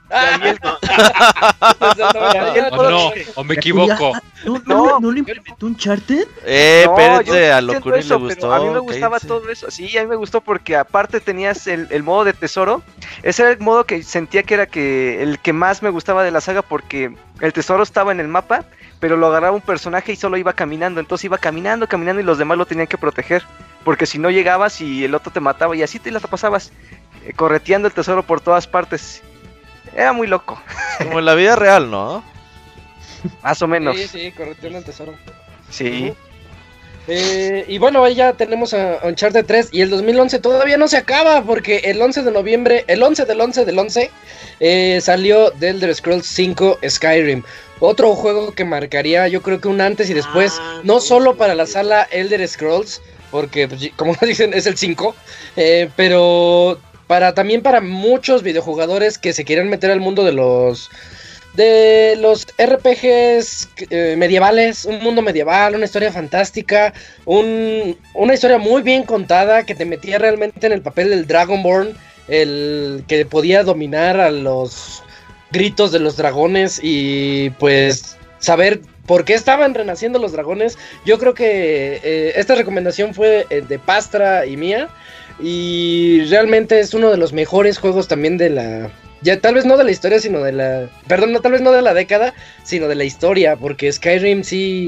¿O no? ¿O me equivoco? ¿No, no, ¿no le implementó Uncharted? Eh, espérense, a Locuri le gustó. A mí me gustaba cállate. todo eso, sí, a mí me gustó porque aparte tenías el, el modo de tesoro. Ese era el modo que sentía que era que el que más me gustaba de la saga porque el tesoro estaba en el mapa, pero lo agarraba un personaje y solo iba caminando, entonces iba caminando, caminando y los demás lo tenían que proteger, porque si no llegabas y el otro te mataba y así te la pasabas eh, correteando el tesoro por todas partes. Era muy loco. Como en la vida real, ¿no? Más o menos. Sí, sí, correteando el tesoro. Sí. Uh-huh. Eh, y bueno, ahí ya tenemos a Uncharted tres y el dos mil once todavía no se acaba porque el once de noviembre, el once del once del once eh, salió The Elder Scrolls cinco Skyrim, otro juego que marcaría yo creo que un antes y después, ah, no solo para la sala Elder Scrolls, porque pues, como dicen es el cinco, eh, pero para también para muchos videojugadores que se quieren meter al mundo de los... de los R P Gs eh, medievales, un mundo medieval, una historia fantástica, un, una historia muy bien contada que te metía realmente en el papel del Dragonborn, el que podía dominar a los gritos de los dragones y pues saber por qué estaban renaciendo los dragones. Yo creo que eh, esta recomendación fue eh, de Pastra y mía y realmente es uno de los mejores juegos también de la... Ya tal vez no de la historia, sino de la... Perdón, no, tal vez no de la década, sino de la historia, porque Skyrim sí...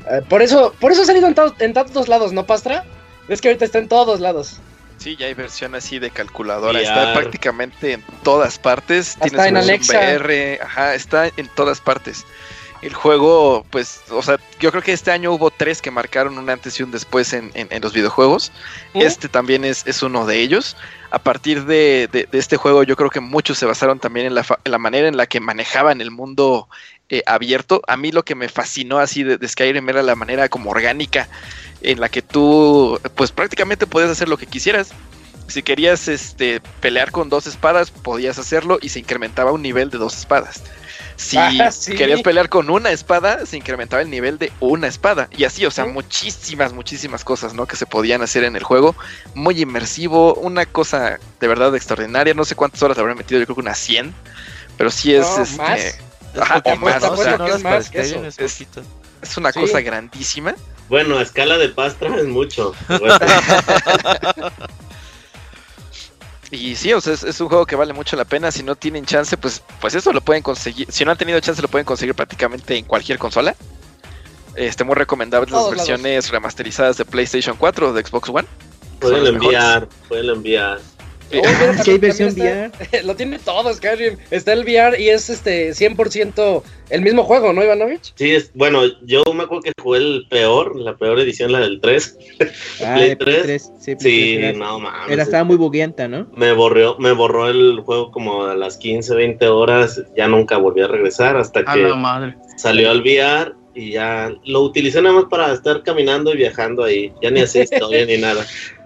Uh, por eso, por eso ha salido en, to- en tantos lados, ¿no, Pastra? Es que ahorita está en todos lados. Sí, ya hay versión así de calculadora, V R. está prácticamente en todas partes. Hasta Tiene su en versión Alexa. V R, ajá, está en todas partes. El juego, pues, o sea, yo creo que este año hubo tres que marcaron un antes y un después en, en, en los videojuegos. ¿Eh? Este también es, es uno de ellos. A partir de, de, de este juego, yo creo que muchos se basaron también en la, fa- en la manera en la que manejaban el mundo eh, abierto. A mí lo que me fascinó así de, de Skyrim era la manera como orgánica en la que tú, pues, prácticamente podías hacer lo que quisieras. Si querías este, pelear con dos espadas, podías hacerlo y se incrementaba un nivel de dos espadas. Si Ah, sí. querías pelear con una espada, se incrementaba el nivel de una espada. Y así, o sea, ¿Sí? muchísimas, muchísimas cosas, ¿no? Que se podían hacer en el juego. Muy inmersivo, una cosa de verdad extraordinaria. No sé cuántas horas habré metido, yo creo que unas cien. Pero sí es, No, este... ¿más? Es Ajá, poquito, o más, ¿no? o Pues sea, lo que es más que Skyrim eso. es poquito. es una Sí. cosa grandísima. Bueno, a escala de Pastra es mucho. Y sí, o sea, es, es un juego que vale mucho la pena. Si no tienen chance, pues, pues eso lo pueden conseguir. Si no han tenido chance, lo pueden conseguir prácticamente en cualquier consola. Este, muy recomendable las Todos versiones remasterizadas de PlayStation cuatro o de Xbox One. Pueden Son las mejores. enviar, pueden enviar. Oh, mira, Sí, hay también- versión también está- Lo tiene todo Skyrim. Está el V R y es este cien por ciento el mismo juego, ¿no, Ivanovich? Sí, es, bueno, yo me acuerdo que jugué el peor, la peor edición, la del tres. Ah, Play de Play tres. tres. Sí, Play Sí, tres era- no mames. era, estaba muy bugueanta, ¿no? Me borró, me borró el juego como a las quince, veinte horas. Ya nunca volví a regresar hasta A que la madre. salió al V R y ya lo utilicé nada más para estar caminando y viajando ahí. Ya ni hacía historia ni nada.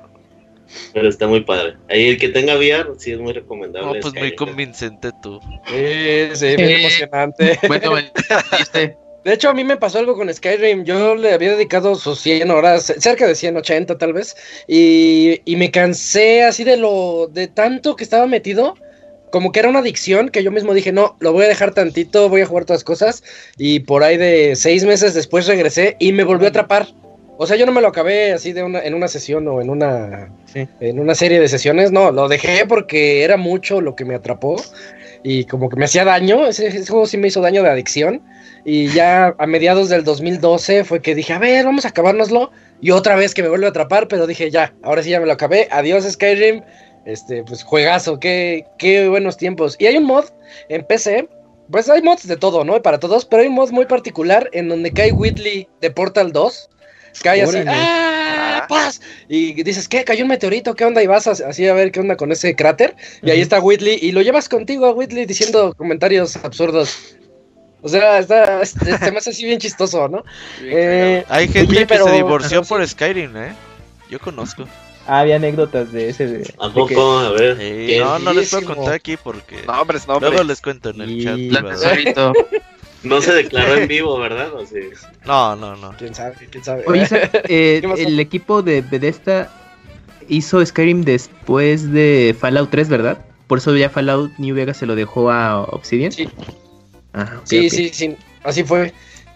Pero está muy padre. Ahí el que tenga V R sí es muy recomendable. No, pues muy Skyrim. convincente tú. Sí, sí, bien Eh. emocionante. Bueno, el chiste. De hecho, a mí me pasó algo con Skyrim. Yo le había dedicado sus cien horas, cerca de ciento ochenta tal vez, y, y me cansé así de lo de tanto que estaba metido, como que era una adicción que yo mismo dije, no, lo voy a dejar tantito, voy a jugar otras cosas, y por ahí de seis meses después regresé y me volvió a atrapar. O sea, yo no me lo acabé así de una, en una sesión o en una, Sí. en una serie de sesiones, no, lo dejé porque era mucho lo que me atrapó y como que me hacía daño, ese, ese juego sí me hizo daño de adicción. Y ya a mediados del dos mil doce fue que dije, a ver, vamos a acabárnoslo. Y otra vez que me vuelve a atrapar, pero dije, ya, ahora sí ya me lo acabé. Adiós, Skyrim. Este, pues juegazo, qué, qué buenos tiempos. Y hay un mod en P C, pues hay mods de todo, ¿no? Para todos, pero hay un mod muy particular en donde cae Whitley de Portal dos. Cae así, Órale. ¡ah! ¡Paz! Y dices, ¿qué? ¿Cayó un meteorito? ¿Qué onda? Y vas a- así a ver qué onda con ese cráter. Y ahí está Whitley. Y lo llevas contigo a Whitley diciendo comentarios absurdos. O sea, está, este, se me hace así bien chistoso, ¿no? Eh, Hay gente oye, que pero- se divorció pero sí. por Skyrim, ¿eh? Yo conozco. Ah, había anécdotas de ese. De, ¿A de poco? que- A ver. Sí, ¿quién? no, no les puedo Buenísimo. contar aquí porque Nombres, nombres. luego les cuento en el Y- chat. La privado. Tesorito. No se declaró en vivo, ¿verdad? O sí. No, no, no. ¿Quién sabe? ¿Quién sabe? Oye, Isaac, eh, ¿Qué pasó? el equipo de Bethesda hizo Skyrim después de Fallout tres, ¿verdad? Por eso ya Fallout New Vegas se lo dejó a Obsidian. Sí. Ah, ok, Sí, ok. sí, sí, así fue.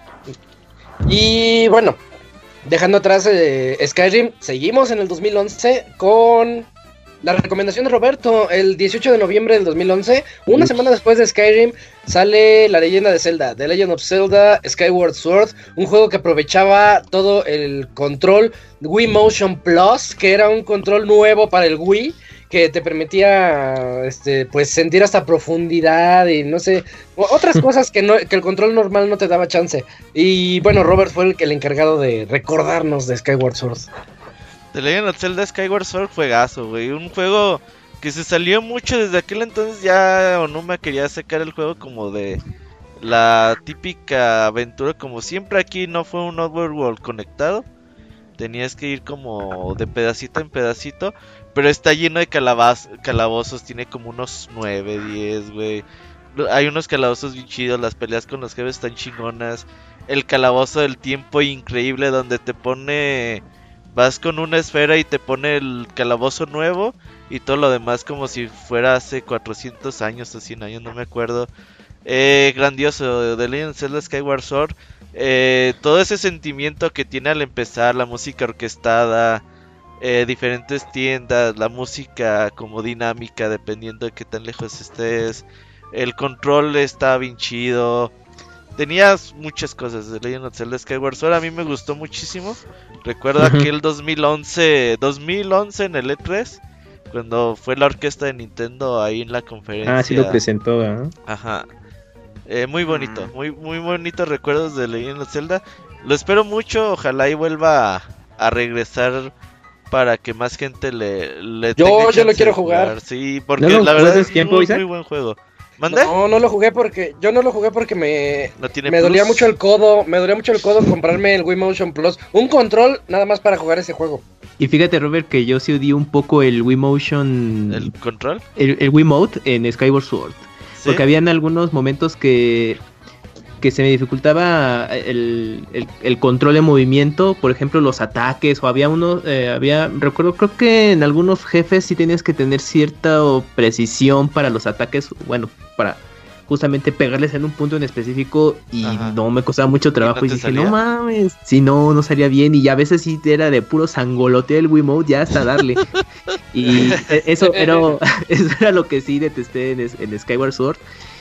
Y bueno, dejando atrás eh, Skyrim, seguimos en el dos mil once con la recomendación de Roberto. El dieciocho de noviembre del dos mil once, una Uf. semana después de Skyrim, sale La Leyenda de Zelda, The Legend of Zelda Skyward Sword, un juego que aprovechaba todo el control Wii Motion Plus, que era un control nuevo para el Wii, que te permitía este pues sentir hasta profundidad y no sé, o- otras cosas que no que el control normal no te daba chance. Y bueno, Robert fue el, el encargado de recordarnos de Skyward Sword. The Legend of Zelda Skyward Sword juegazo, güey. Un juego que se salió mucho desde aquel entonces. Ya Onuma quería sacar el juego como de la típica aventura. Como siempre aquí no fue un overworld conectado. Tenías que ir como de pedacito en pedacito. Pero está lleno de calabaz calabozos. Tiene como unos nueve, diez, güey. Hay unos calabozos bien chidos. Las peleas con los jefes están chingonas. El calabozo del tiempo increíble donde te pone... Vas con una esfera y te pone el calabozo nuevo y todo lo demás como si fuera hace cuatrocientos años o cien años, no me acuerdo. Eh, grandioso, The Legend of Zelda Skyward Sword. Eh, todo ese sentimiento que tiene al empezar, la música orquestada, eh, diferentes tiendas, la música como dinámica dependiendo de qué tan lejos estés. El control está bien chido. tenías muchas cosas de Legend of Zelda Skyward Sword. A mí me gustó muchísimo. Recuerdo uh-huh. aquel dos mil once en el E tres, cuando fue la orquesta de Nintendo ahí en la conferencia. Ah, sí lo presentó, ¿eh? Ajá. Eh, muy bonito, muy muy bonitos recuerdos de Legend of Zelda. Lo espero mucho, ojalá y vuelva a, a regresar para que más gente le, le Yo, yo lo quiero jugar. jugar. Sí, porque ¿No la verdad es tiempo, muy, muy buen juego. ¿Mande? No, no lo jugué porque yo no lo jugué porque me me dolía mucho el codo, me dolía mucho el codo comprarme el Wii Motion Plus, un control nada más para jugar ese juego. Y fíjate, Robert, que yo sí odié un poco el Wii Motion, el control, el, el Wii Mode en Skyward Sword, ¿sí? Porque habían algunos momentos que que se me dificultaba el, el, el control de movimiento, por ejemplo los ataques, o había uno, eh, había, recuerdo, creo que en algunos jefes sí tenías que tener cierta precisión para los ataques, bueno, para justamente pegarles en un punto en específico, y Ajá. no me costaba mucho trabajo, y, no y dije, salía? no mames, si no, no salía bien, y a veces sí era de puro sangolote el Wiimote, ya hasta darle, y eso era, eso era lo que sí detesté en, en Skyward Sword.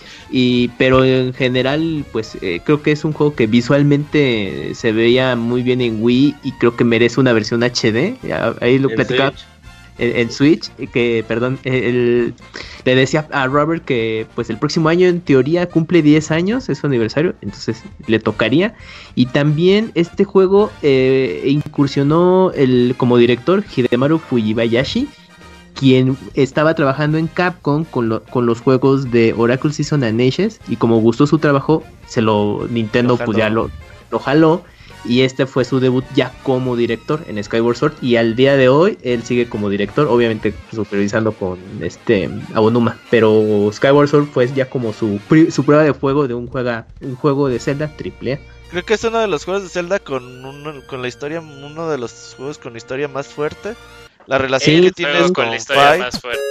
Y pero en general pues eh, creo que es un juego que visualmente se veía muy bien en Wii y creo que merece una versión H D. Ahí lo platicaba en, en Switch, que perdón, el, le decía a Robert que pues el próximo año en teoría cumple diez años, es su aniversario, entonces le tocaría. Y también este juego eh, incursionó el como director Hidemaru Fujibayashi, quien estaba trabajando en Capcom con, lo, con los juegos de Oracle Season and Ages, y como gustó su trabajo, se lo Nintendo lo pues ya lo, lo jaló, y este fue su debut ya como director en Skyward Sword, y al día de hoy él sigue como director, obviamente supervisando con este Aonuma, pero Skyward Sword fue ya como su, su prueba de fuego de un, juega, un juego de Zelda triple A. Creo que es uno de los juegos de Zelda con, un, con la historia, uno de los juegos con historia más fuerte. La relación sí, que tienes con la historia Fight, más fuerte.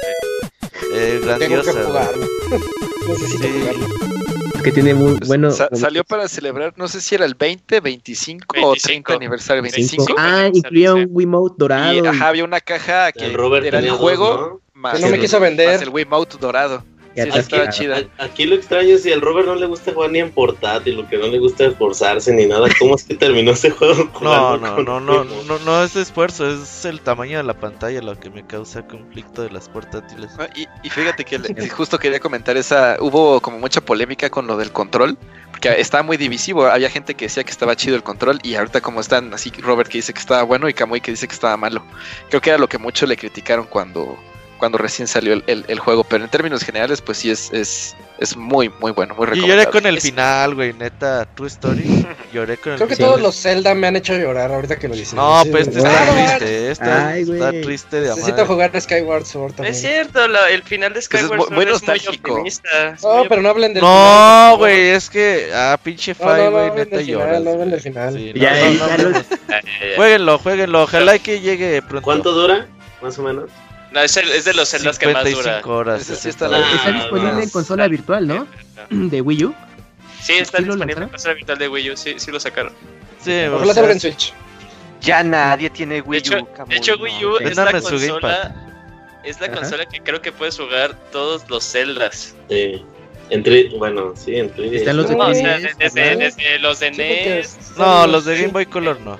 Eh, grandiosa. Tengo que jugarlo. Necesito sí. jugarlo. Que tiene muy pues, bueno. Sa- salió para celebrar, no sé si era el veinte, veinticinco, veinticinco o treinta aniversario. veinticinco. Ah, incluía un Wiimote dorado. Y, ajá, había una caja que el Robert era el juego, dos, ¿no? Más, que no me quiso vender. Más el Wiimote dorado. Sí, aquí, estaba chida. Aquí lo extraño es si al Robert no le gusta jugar ni en portátil, lo que no le gusta esforzarse ni nada. ¿Cómo es que terminó ese juego? No, no, no, no, no, no es esfuerzo, es el tamaño de la pantalla lo que me causa conflicto de las portátiles. Ah, y, y fíjate que le, justo quería comentar esa, hubo como mucha polémica con lo del control, porque estaba muy divisivo, había gente que decía que estaba chido el control, y ahorita como están así, Robert que dice que estaba bueno y Kamui que dice que estaba malo. Creo que era lo que mucho le criticaron cuando... cuando recién salió el, el, el juego, pero en términos generales pues sí es es, es muy muy bueno, muy recomendable. Y lloré con el es... final, güey, neta, True Story, lloré con el Creo que final. todos los Zelda me han hecho llorar ahorita que lo dicen. No, sí, pues este está triste, este Ay, está triste de amar. Necesito jugar Skyward Sword también. Es cierto, la, el final de Skyward Sword es muy, muy nostálgico. Es muy optimista. No, muy pero no hablen del no, final. No, güey, es que, ah, pinche Five, güey, no, no, neta lloras. No hablen del final. Sí, ya, no, no, no, no, no. Jueguenlo, jueguenlo, ojalá que llegue pronto. ¿Cuánto dura? Más o menos. No, es, el, es de los celdas que más dura. Horas, Ese sí está, ah, está disponible en consola virtual, ¿no? De Wii U. Sí, está ¿Sí disponible en consola virtual de Wii U, sí, sí lo sacaron. Sí, ojalá se abra en Switch. Ya nadie tiene Wii U. De hecho, Camuy, de hecho Wii U no. es, la consola, es la Ajá. consola que creo que puedes jugar todos los celdas. Sí. Entre, bueno, sí, entre Están los de no, o sea, desde, desde, desde los de N E S. No, los de Game Boy Color no.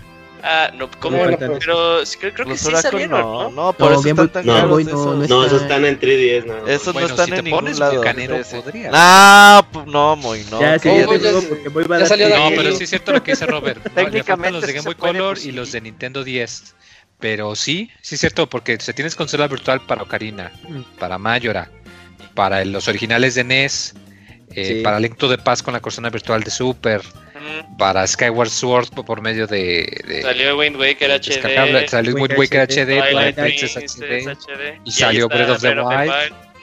Ah, no, ¿cómo? Bueno, pero creo, creo que los sí salieron, no, ¿no? no, por no, eso están tan no, caros no, esos. No, no, esos están en tres D S, no. Esos bueno, no están si en te ningún pones lado. Canero, podría. No, no, muy no. Ya, sí, oh, ya, ya, tengo, ya, porque voy ya salió de No, aquí. pero sí es cierto lo que dice Robert. No, le faltan los de Game Boy Color puede, y los de Nintendo diez. Pero sí, sí es cierto, porque si tienes consola virtual para Ocarina, para Majora, para los originales de N E S, eh, sí. para Link to the Past con la consola virtual de Super, mm. para Skyward Sword por medio de... de salió Wind Waker H D, salió Wind Waker H D, Twilight Princess H D, y salió Breath of the Wild.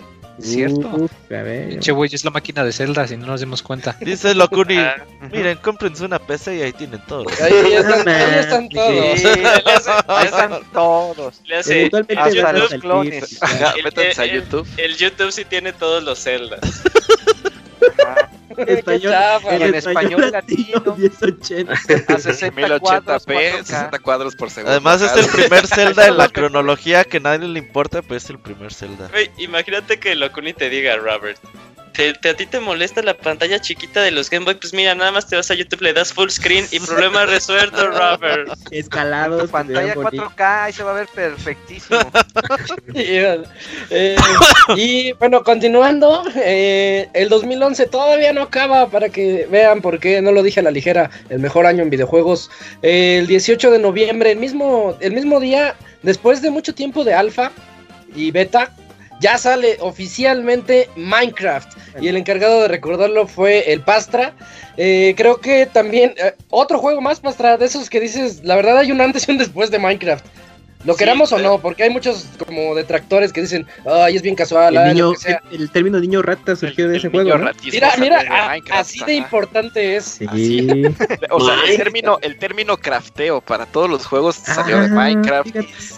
Es cierto. Uh, Pinche güey, es la máquina de Zelda, si no nos dimos cuenta. Dice Locuni, miren, cómprense una P C y ahí tienen todo. Ahí están, ahí están todos. Sí, ahí están todos. Le hace hasta los clones. Métanse a YouTube. El, el YouTube sí tiene todos los Zeldas. Español, en, en español latino, diez ochenta a sesenta cuadros, sesenta cuadros por segundo. Además es el primer Zelda en la cronología que a nadie le importa, pero es el primer Zelda. Wey, imagínate que Locuni te diga, Robert, te, te, a ti te molesta la pantalla chiquita de los Game Boy, pues mira, nada más te vas a YouTube, le das full screen y problema resuelto, Robert. Escalados. Pantalla cuatro K, ahí se va a ver perfectísimo. eh, y bueno, continuando, eh, el dos mil once todavía no acaba, para que vean por qué no lo dije a la ligera, el mejor año en videojuegos. Eh, el dieciocho de noviembre, el mismo, el mismo día, después de mucho tiempo de alfa y beta, ya sale oficialmente Minecraft, y el encargado de recordarlo fue el Pastra. Eh, creo que también, eh, otro juego más, Pastra, de esos que dices, la verdad hay un antes y un después de Minecraft. Lo sí, queramos pero... o no, porque hay muchos como detractores que dicen, ay, es bien casual. El, niño, el, el término niño rata surgió el, de ese juego, ¿no? Mira, mira, a, así de importante es. Sí. Así. O sea, el término, el término crafteo para todos los juegos ah, salió de Minecraft.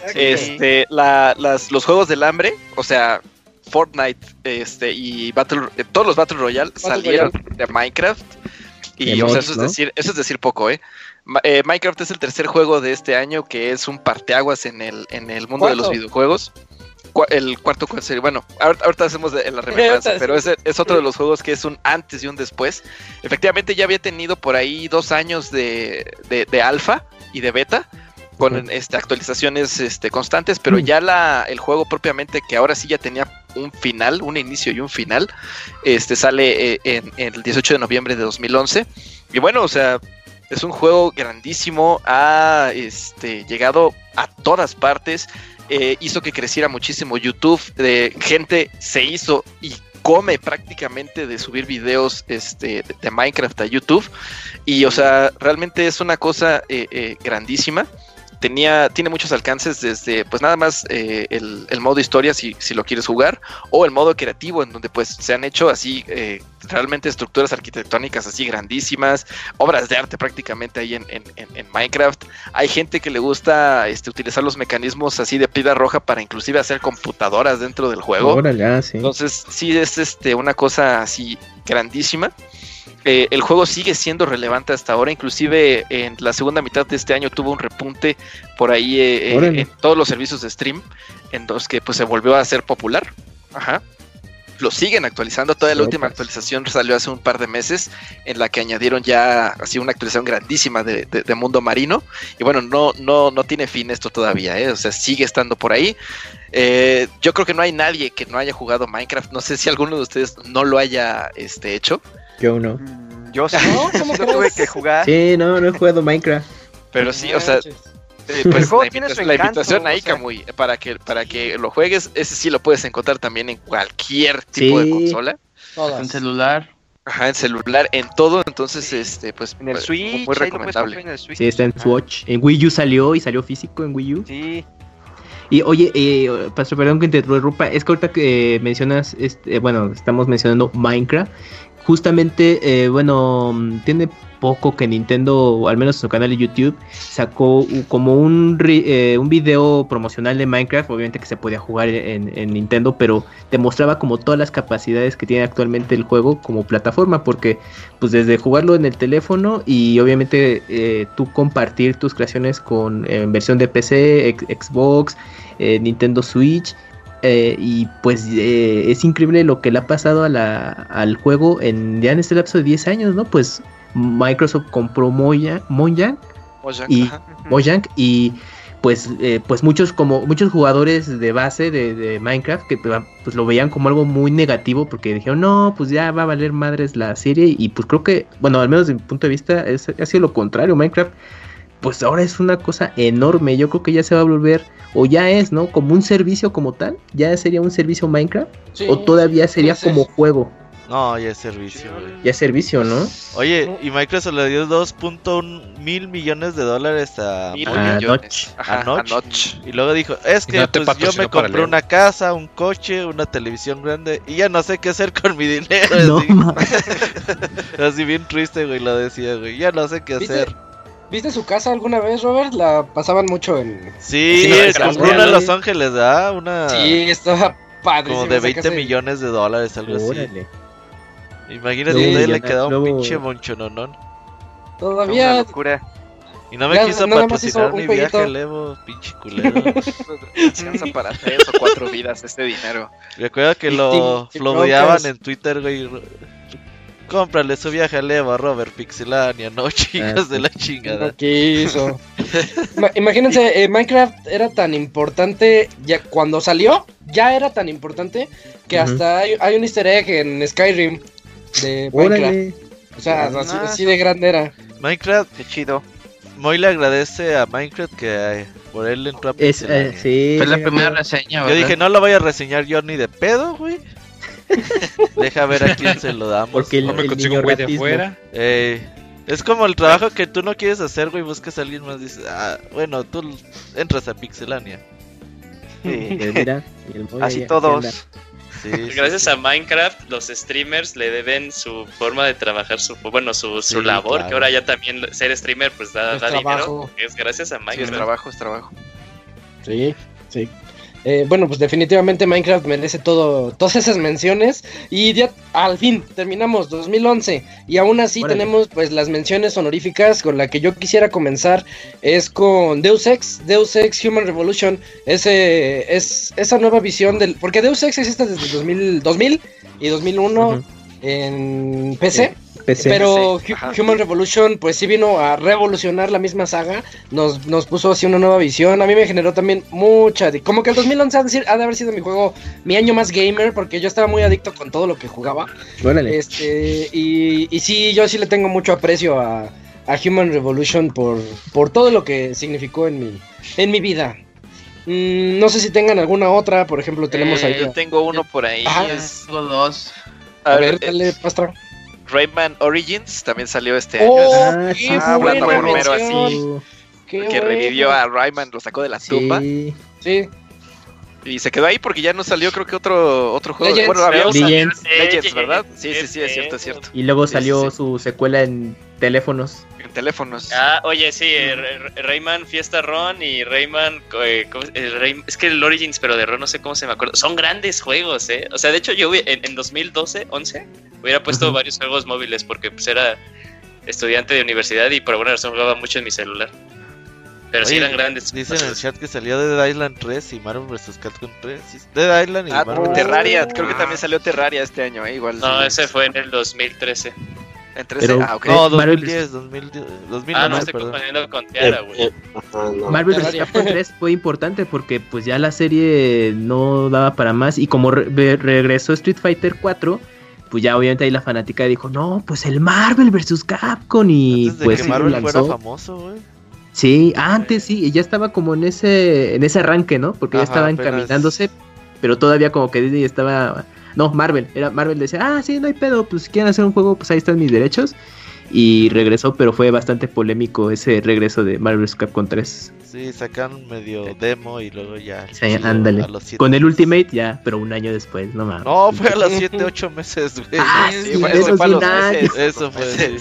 Este, la, las, los juegos del hambre, o sea, Fortnite, este, y Battle, eh, todos los Battle Royale Battle salieron Royale. de Minecraft. Y el o sea, mod, eso es ¿no? decir, eso es decir poco, eh. Eh, Minecraft es el tercer juego de este año que es un parteaguas en el, en el mundo ¿Cuánto? de los videojuegos. Cu- el cuarto cuál sería, bueno, ahorita, ahorita hacemos de, la remembranza, pero es, es otro de los juegos que es un antes y un después. Efectivamente ya había tenido por ahí dos años de, de, de alfa y de beta, con uh-huh. este, actualizaciones este, constantes, pero uh-huh. ya la, el juego propiamente, que ahora sí ya tenía un final, un inicio y un final, este sale eh, en, en el dieciocho de noviembre de dos mil once. Y bueno, o sea, es un juego grandísimo, ha este, llegado a todas partes, eh, hizo que creciera muchísimo YouTube, de gente se hizo y come prácticamente de subir videos este, de, de Minecraft a YouTube, y o sea, realmente es una cosa eh, eh, grandísima. Tenía, tiene muchos alcances desde, pues nada más eh, el, el modo historia si, si lo quieres jugar, o el modo creativo en donde pues se han hecho así eh, realmente estructuras arquitectónicas así grandísimas, obras de arte prácticamente ahí en, en, en Minecraft. Hay gente que le gusta este, utilizar los mecanismos así de piedra roja para inclusive hacer computadoras dentro del juego. Órale, ah, sí. Entonces sí es este, una cosa así grandísima. Eh, el juego sigue siendo relevante hasta ahora, inclusive en la segunda mitad de este año tuvo un repunte por ahí eh, eh, en todos los servicios de stream, en los que pues se volvió a ser popular. Ajá. Lo siguen actualizando, toda la última actualización salió hace un par de meses, en la que añadieron ya así una actualización grandísima de, de, de mundo marino, y bueno, no, no, no tiene fin esto todavía, ¿eh? O sea, sigue estando por ahí. Eh, yo creo que no hay nadie que no haya jugado Minecraft, no sé si alguno de ustedes no lo haya este, hecho. Yo no. Mm, yo sí, ¿no? ¿Cómo yo tuve que jugar? Sí, no, no he jugado Minecraft. Pero sí, o sea, eh, pues la, invitación, la invitación ahí, o sea, Camuy, para que, para que lo juegues, ese sí lo puedes encontrar también en cualquier tipo sí. de consola. Todas. En celular. Ajá, en celular, en todo, entonces, este, pues, en el pues, Switch, muy recomendable. En el Switch. Sí, está en Switch. En Wii U salió y salió físico en Wii U. Sí. Y oye, eh, Pastor, perdón que te interrumpa, es que ahorita que eh, mencionas, este, bueno, estamos mencionando Minecraft. Justamente, eh, bueno, tiene poco que Nintendo, al menos en su canal de YouTube, sacó como un, eh, un video promocional de Minecraft, obviamente que se podía jugar en, en Nintendo, pero te mostraba como todas las capacidades que tiene actualmente el juego como plataforma, porque pues desde jugarlo en el teléfono y obviamente eh, tú compartir tus creaciones con eh, versión de P C, ex, Xbox, eh, Nintendo Switch. Eh, y pues eh, es increíble lo que le ha pasado a la, al juego en ya en este lapso de diez años, ¿no? Pues Microsoft compró Mojang, Mojang y Mojang y pues eh, pues muchos como muchos jugadores de base de, de Minecraft que pues lo veían como algo muy negativo porque dijeron no, pues ya va a valer madres la serie, y pues creo que, bueno, al menos desde mi punto de vista es, ha sido lo contrario. Minecraft pues ahora es una cosa enorme. Yo creo que ya se va a volver, o ya es, ¿no? Como un servicio como tal. ¿Ya sería un servicio Minecraft? Sí, ¿o todavía sería sí, como sí. juego? No, ya es servicio, güey. Ya es servicio, ¿no? Oye, y Microsoft le dio dos punto uno mil millones de dólares a Notch. A Notch. Y luego dijo, es que no pues yo me compré una casa, un coche, una televisión grande, y ya no sé qué hacer con mi dinero. No, así, así bien triste, güey, lo decía, güey. Ya no sé qué ¿Viste? hacer. ¿Viste su casa alguna vez, Robert? La pasaban mucho en... Sí, sí, compró una en Los Ángeles, ¿ah? Una... Sí, estaba padre. Como de veinte millones de dólares, algo Órale. así. Imagínate, sí, a le quedaba un pinche monchononón. Todavía... Una locura. Y no me Ya, quiso nada más hizo patrocinar un mi viaje jueguito. al Evo, pinche culero. Alcanza para tres o cuatro vidas este dinero. Recuerda que Y lo sin- sin flodeaban broncas. en Twitter, güey. Cómprale su viaje al Evo a Robert Pixelania, no chicos de la chingada. No quiso. Ma- Imagínense, eh, Minecraft era tan importante, ya cuando salió, ya era tan importante que Ujú. hasta hay, hay un easter egg en Skyrim de Minecraft. Órale. O sea, Ah, así, así de grande era. Minecraft, Qué chido. Moy le agradece a Minecraft que eh, por él entró a Es, Pixelania. eh, sí. Fue la primera reseña, Yo ¿verdad? dije, no lo voy a reseñar yo ni de pedo, güey. Deja ver a quién se lo damos. Porque el, No me el consigo un güey de niño fuera. Eh, es como el trabajo que tú no quieres hacer, güey, buscas a alguien más, dices, ah, bueno, tú entras a Pixelania. Sí. Pues mira, y el Moy Así ahí- todos. ahí anda. Sí, sí, Gracias sí. a Minecraft, los streamers le deben su forma de trabajar, su bueno, su, su Sí, labor, claro. que ahora ya también ser streamer pues da, Es da trabajo. dinero. Es gracias a Sí, es Minecraft. trabajo, es trabajo. Sí, sí. Eh, bueno, pues definitivamente Minecraft merece todo, todas esas menciones. Y ya al fin terminamos dos mil once. Y aún así Órale. tenemos pues las menciones honoríficas. Con la que yo quisiera comenzar es con Deus Ex, Deus Ex Human Revolution. Ese, es esa nueva visión del... Porque Deus Ex existe desde el dos mil, dos mil y dos mil uno Ujú. en P C. P C. Pero P C, Hu- ajá. Human Revolution pues sí vino a revolucionar la misma saga, nos, nos puso así una nueva visión, a mí me generó también mucha, di- como que el dos mil once ha de, ser- ha de haber sido mi juego, mi año más gamer, porque yo estaba muy adicto con todo lo que jugaba, Órale. este, y, y sí, yo sí le tengo mucho aprecio a, a Human Revolution por, por todo lo que significó en mi, en mi vida. Mm, no sé si tengan alguna otra, por ejemplo tenemos Eh, ahí, yo tengo uno por ahí. Ajá. Es, Tengo dos. a ver, eh, dale, Pastra. Rayman Origins también salió este año. Oh, Ah, qué sí, ah, buena bueno, primero mención. así. Qué Que revivió a Rayman, lo sacó de la tumba. Sí. Sí. Y se quedó ahí porque ya no salió, creo que otro otro juego. Legends. Bueno, había Luego un- salió Legends. Legends, ¿verdad? Sí, sí, sí, es cierto, es cierto. Y luego Sí, salió sí, sí. su secuela en teléfonos. En teléfonos. Ah, oye, sí, eh, Re- Rayman Fiesta Ron y Rayman, eh, ¿cómo es? El Ray- es que el Origins, pero de Ron no sé cómo se me acuerdo. Son grandes juegos, ¿eh? O sea, de hecho yo hubi- en, en dos mil doce, once, hubiera puesto Ujú. varios juegos móviles porque pues era estudiante de universidad y por alguna razón jugaba mucho en mi celular. Pero sí Oye, eran grandes. Dicen en el chat que salió Dead Island tres y Marvel versus. Capcom tres. Sí, Dead Island y Ah, Marvel Terraria, creo que también salió Terraria este año, ¿eh? Igual. No, sí. ese fue en el dos mil trece. En trece, Pero- ah, ok. No, Marvel dos mil diez, dos mil diez, dos mil Ah, no, nueve, estoy perdón. confundiendo con Tiara, güey. Eh, ajá, no. Marvel vs. Terraria. Capcom tres fue importante porque pues ya la serie no daba para más y como re- re- regresó Street Fighter cuatro, pues ya obviamente ahí la fanática dijo, no, pues el Marvel versus. Capcom y Antes de pues que sí, Marvel lo fuera lanzó. famoso, güey. Sí, antes sí, y ya estaba como en ese en ese arranque, ¿no? Porque ya Ajá, estaba apenas. encaminándose, pero todavía como que Disney estaba... No, Marvel, era Marvel decía, ah, sí, no hay pedo, pues si quieren hacer un juego, pues ahí están mis derechos. Y regresó, pero fue bastante polémico ese regreso de Marvel versus. Capcom tres. Sí, sacaron medio demo y luego ya. Sí, chido, ándale. a los siete Con el meses. Ultimate ya, pero un año después, no mames. No, fue a los siete, ocho meses, güey. Ah, Sí, sí, fue- eso ese fue a sí, los nada. meses. Eso fue, sí.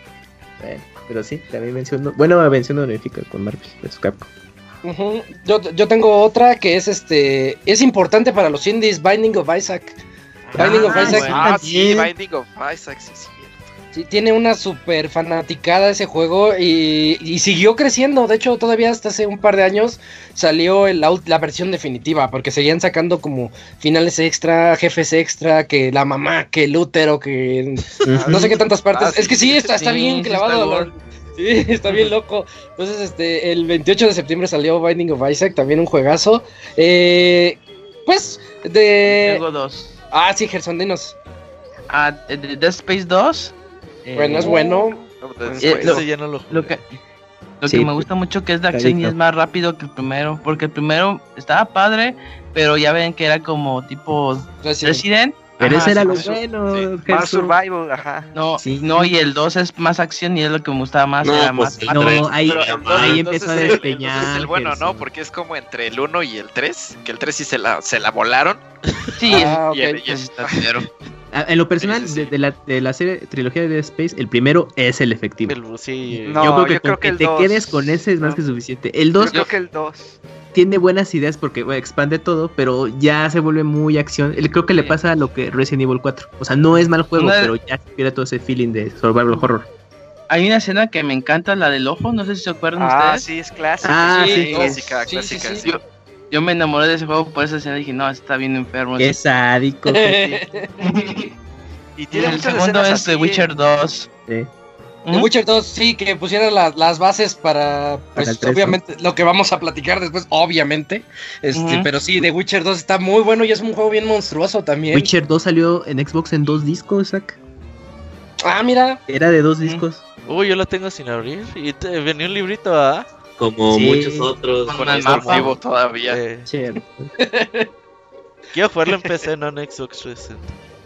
Bueno, pero sí, también mencionó... Bueno, mencionó honorífica con Marvel versus. Capcom. Ujú. Yo, yo tengo otra que es este es importante para los indies, Binding of Isaac. Binding of Ah, Isaac bueno. Ah, sí, también. Binding of Isaac, sí, sí. sí, tiene una super fanaticada ese juego y, y siguió creciendo. De hecho, todavía hasta hace un par de años salió el, la, ult- la versión definitiva, porque seguían sacando como finales extra, jefes extra, que la mamá, que el útero, que no sé qué tantas partes. Ah, sí. Es que sí, está, está Sí, bien sí clavado. está la- gore. Sí, está bien loco. Entonces, este, el veintiocho de septiembre salió Binding of Isaac, también un juegazo. Eh, pues, de... Tengo dos. Ah, sí, Gerson, dinos. Ah, de de Dead Space dos. eh, Bueno, es bueno. No, pues, Eh, pues, lo- Ese ya no lo jugué. Lo que, lo Sí, que me pues, gusta mucho que es de está acción y bien, es más rápido que el primero. Porque el primero estaba padre, pero ya ven que era como tipo Resident. Resident. Pero Ajá, ese era sí, lo sí. bueno, sí. Gerson. Más Survival, ajá. No, Sí. no, y el dos es más acción y es lo que me gustaba más. No, era pues, más No, padre. ahí, Pero ahí entonces- empezó a entonces el- despeñar. entonces el bueno, Gerson. ¿no? Porque es como entre el uno y el tres, que el tres sí se la, se la volaron. Sí, Ah, y el- ok. y el- es- está culero. Ah, en lo personal, Sí, sí, sí. De, de la, de la serie trilogía de Dead Space, el primero es el efectivo. El- sí, No, yo creo que yo con creo que que el te dos. quedes con ese es más No. que suficiente. El dos Yo creo que el dos. tiene buenas ideas porque bueno, expande todo, pero ya se vuelve muy acción. El- Creo que le Sí. pasa a lo que Resident Evil cuatro. O sea, no es mal juego, Una- pero ya se pierde todo ese feeling de survival horror. hay una escena que me encanta, la del ojo, no sé si se acuerdan ah, ustedes. Ah, sí, es clásica. Ah, sí, sí. Clásica, sí, clásica. sí, sí. Yo, yo me enamoré de ese juego por esa escena y dije, no, está bien enfermo. Qué sádico. Y tiene el muchas segundo escenas es The así, Witcher dos. Sí. The Witcher dos, sí, que pusieran la, las bases para, pues, Para el tres, obviamente, ¿no? Lo que vamos a platicar después, obviamente. Este, Uh-huh. Pero sí, The Witcher dos está muy bueno y es un juego bien monstruoso también. Witcher dos salió en Xbox en dos discos, Zach. Ah, mira. Era de dos discos. Uy, yo lo tengo sin abrir. Y te, venía un librito, ¿ah? Como Sí. muchos otros. Con el motivo todavía. Eh, Cierto. quiero jugarlo en P C, no en Xbox trescientos sesenta.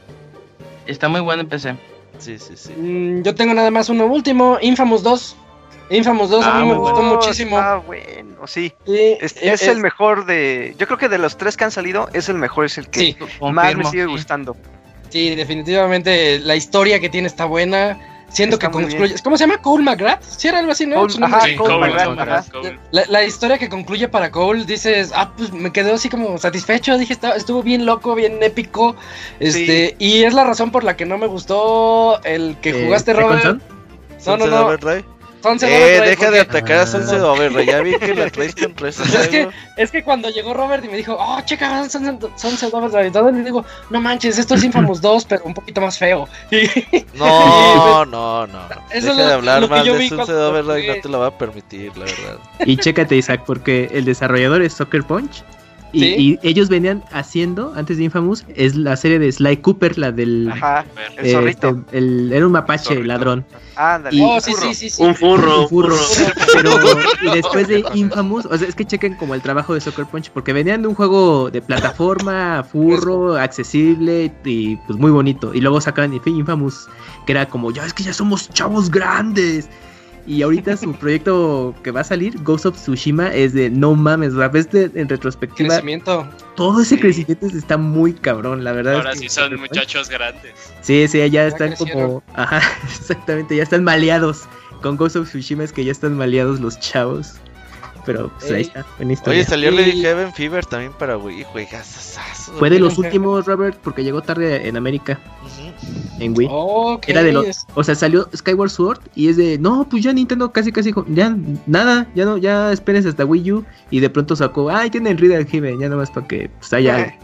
Está muy bueno en P C. Sí, sí, sí. Mm, yo tengo nada más uno último, Infamous dos. Infamous dos a Ah, mí me muy gustó Oh, muchísimo. Ah, bueno, sí. Sí, Es, es- es es- el mejor de... Yo creo que de los tres que han salido, es el mejor, es el que Sí, más me confirmo, sigue sí. gustando. Sí, definitivamente la historia que tiene está buena. Siento Está que muy concluye. bien. ¿Cómo se llama? Cole McGrath. Sí, era algo así, ¿no? Cole- Su nombre. ajá, Sí, Cole Cole, McGrath, Cole, ajá. Cole. La, la historia que concluye para Cole, dices, ah, pues me quedé así como satisfecho, dije, está- estuvo bien loco, bien épico, este, y es la razón por la que no me gustó el que Eh, jugaste, ¿Second Robert. Son? No, no, Sunset no, Overdrive. Sunset Eh, Overdrive, deja de porque- atacar a Ah. Sunset Overdrive. Ya vi que la traes con rezo. Es que, es que cuando llegó Robert y me dijo, oh, checa, Sunset Sunset Overdrive, y todo, le digo, no manches, esto es Infamous dos, pero un poquito más feo. Y- No, no, no. Eso Deja es lo- de hablar lo que mal yo de vi Sunset cuando Overdrive, jugué. no te lo va a permitir, la verdad. Y chécate, Isaac, porque el desarrollador es Sucker Punch. Y, ¿Sí? y ellos venían haciendo, antes de Infamous, es la serie de Sly Cooper, la del... Ajá, el eh, zorrito. este, el- era un mapache Zorrito. ladrón. Ándale. y- Oh, sí, burro. sí, sí, sí. Un furro, Un furro. furro. Pero, y después de Infamous, o sea, es que chequen como el trabajo de Sucker Punch, porque venían de un juego de plataforma, furro, accesible y pues muy bonito. Y luego sacaron Infamous, que era como, ya es que ya somos chavos grandes. Y ahorita su proyecto que va a salir, Ghost of Tsushima, es de no mames, la ves de- en retrospectiva, Crecimiento. todo ese Sí. crecimiento está muy cabrón, la verdad. Ahora es que sí son Sucker Punch- muchachos grandes. Sí, sí, ya están crecieron. como, ajá, exactamente, ya están maleados. Con Ghost of Tsushima es que ya están maleados los chavos. Pero pues ahí Ey. está, buena historia. Oye, salió Y- Lady Heaven Fever también para Wii. Juegazazazo. Fue de los Ujú. últimos, Robert, porque llegó tarde en América, Ujú. en Wii. Ok. Era de los, o sea, salió Skyward Sword y es de, no, pues ya Nintendo casi casi dijo, ya nada, ya no, ya espérense hasta Wii U y de pronto sacó, ay, tienen Reader Heaven, ya nomás para que pues haya algo.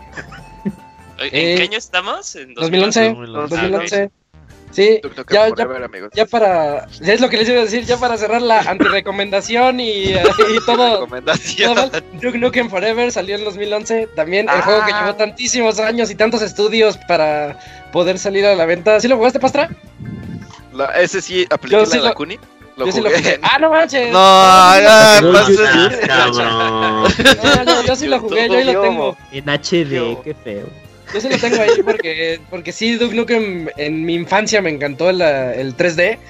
¿En Eh, qué año estamos? ¿En dos mil once. dos mil once. dos mil once. Sí, Duke Nukem ya, ya, Forever, amigos. ya para. Es lo que les iba a decir, ya para cerrar la antirecomendación y, eh, y todo. Recomendación. todo mal, Duke Nukem Forever salió en dos mil once. También el Ah. juego que llevó tantísimos años y tantos estudios para poder salir a la venta. ¿Sí lo jugaste, Pastra? La- ese sí apliqué Yo la sí de lo- la Kuni. Lo Yo sí lo jugué. jugué. Ah, no manches. No, haga, No, pase- Ah, cabrón. No, yo, yo sí lo jugué, yo ahí lo tengo. En H D, Yo- qué feo. Yo sí lo tengo ahí porque, porque sí, Duke Nukem en mi infancia me encantó el, el tres D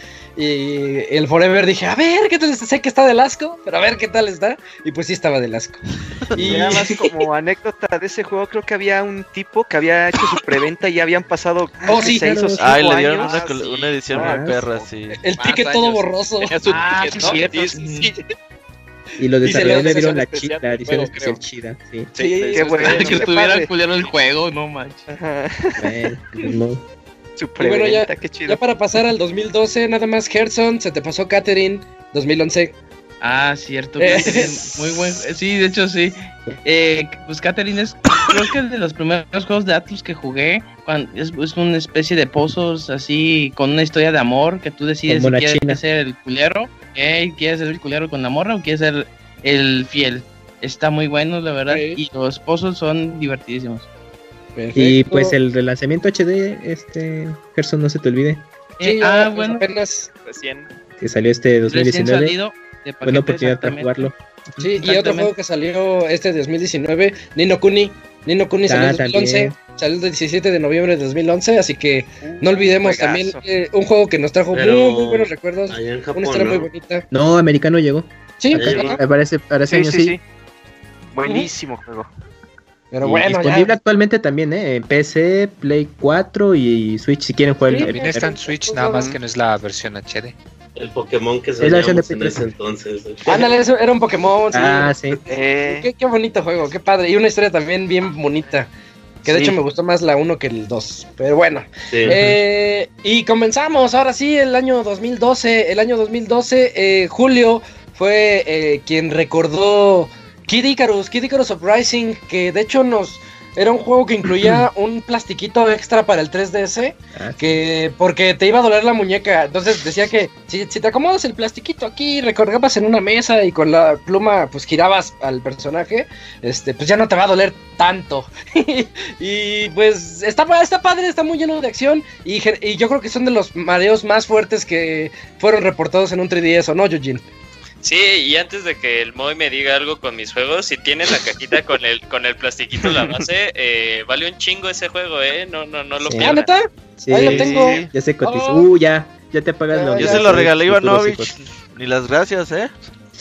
y el Forever dije, a ver, ¿qué tal está? Sé que está del asco, pero a ver qué tal está. Y pues sí estaba del asco. Y Y nada más como anécdota de ese juego, creo que había un tipo que había hecho su preventa y ya habían pasado Oh, sí, seis o claro. cinco Ay, le dieron años. una, Ah, col- sí. una edición Ah, muy perra, sí. el Más ticket todo años. borroso. Tenía su Ah, ticket, sí, ¿no? cierto, Sí, sí. sí. Y los Y se desarrolladores le- le dieron se la, le- chi- especial, la edición juego, especial creo. chida, sí. Sí, qué sí, bueno. sí. que qué estuviera padre. culero el juego, no manches. Ajá. Bueno, pues no. Su bueno, ya- preventa, qué chido. Ya para pasar al dos mil doce, nada más Hearthstone, se te pasó Catherine, dos mil once. Ah, cierto. Eh. Catherine, muy buen. Sí, de hecho sí. Eh, pues Catherine es, creo que es de los primeros juegos de Atlus que jugué. Cuando, es, es una especie de pozos así con una historia de amor que tú decides si Como la quieres China. ser el culero, ¿eh? ¿Quieres ser el culero con la morra o quieres ser el fiel? Está muy bueno, la verdad. Ok. Y los pozos son divertidísimos. Y pues el relanzamiento H D, este, Gerson, no se te olvide, Eh, Sí, ya, ah, pues, bueno, apenas. Recién. que salió este dos mil recién diecinueve. salido de paquete, Buena oportunidad para exactamente. jugarlo. Sí, y otro Exactamente. juego que salió este dos mil diecinueve, Nino Kuni. Nino Kuni salió Ah, en dos mil once, también. salió el diecisiete de noviembre de dos mil once, así que no olvidemos juegazo. también eh, un juego que nos trajo Pero muy, muy buenos recuerdos, Allá en una Japón, historia muy ¿no? bonita. No, americano llegó. Sí, Allá ajá, llegó. Me parece, para ese Sí, año sí, sí. sí. Buenísimo juego. pero Y bueno, disponible ya. actualmente también, ¿eh? En P C, Play cuatro y Switch si quieren jugar Sí, el También está en Switch, nada más que no es la versión H D. El Pokémon que Es la versión de soñamos en Play ese entonces. Ándale, eso era un Pokémon, sí. Ah, sí. Eh, Qué, qué bonito juego, qué padre. Y una historia también bien bonita. Que de Sí. hecho me gustó más la uno que el dos. Pero bueno. Sí. Eh, y comenzamos, ahora sí, el año dos mil doce. El año dos mil doce, eh, Julio fue eh, quien recordó Kid Icarus, Kid Icarus Uprising, que de hecho nos... Era un juego que incluía un plastiquito extra para el tres D S, Ah. que porque te iba a doler la muñeca. Entonces decía que si, si te acomodas el plastiquito aquí, recargabas en una mesa y con la pluma pues girabas al personaje, este pues ya no te va a doler tanto. Y pues está, pa- está padre, está muy lleno de acción y, ge- y yo creo que son de los mareos más fuertes que fueron reportados en un tres D S, ¿o no, Yujin? Sí, y antes de que el Moy me diga algo con mis juegos, si tienes la cajita con el con el plastiquito la base, eh, vale un chingo ese juego, eh, no no no lo Sí. ¿Ah, pierdas. neta? Sí, Ahí lo tengo. ya se cotizó. Oh. Uh, ya, ya te pagas Ya, lo Yo ya, se lo regalé a futuros Ivanovich. hijos. Ni las gracias, ¿eh?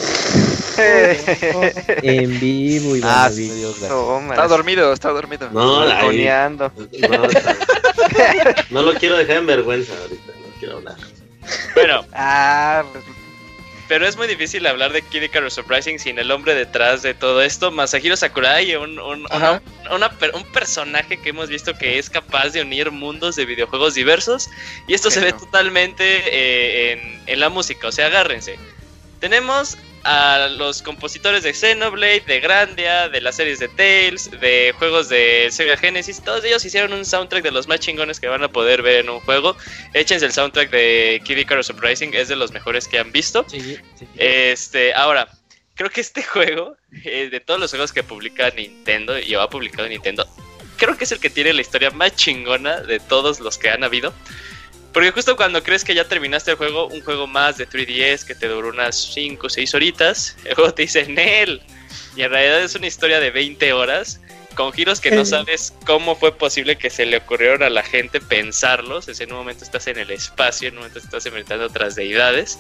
En vivo, Ah, sí, Ivanovich. me dio gracias. Toma. Está dormido, está dormido. No, la- ahí- Balconeando. no, está- no lo quiero dejar en vergüenza ahorita, no quiero hablar. Bueno, Ah, pero es muy difícil hablar de Kid Icarus Uprising sin el hombre detrás de todo esto, Masahiro Sakurai, un, un, Ajá. una- una per- un personaje que hemos visto que es capaz de unir mundos de videojuegos diversos, y esto se ve Genio. totalmente eh, en, en la música, o sea, agárrense. Tenemos a los compositores de Xenoblade, de Grandia, de las series de Tales, de juegos de Sega Genesis, todos ellos hicieron un soundtrack de los más chingones que van a poder ver en un juego. Échense el soundtrack de Kid Icarus Uprising, es de los mejores que han visto. Sí, sí. Este, ahora, creo que este juego, eh, de todos los juegos que publica Nintendo, y ha publicado Nintendo, creo que es el que tiene la historia más chingona de todos los que han habido. Porque justo cuando crees que ya terminaste el juego, un juego más de tres D S que te duró unas cinco o seis horitas, el juego te dice Nel. Y en realidad es una historia de veinte horas, con giros que no sabes cómo fue posible que se le ocurrieron a la gente pensarlos. Es en un momento estás en el espacio, en un momento estás enfrentando a otras deidades.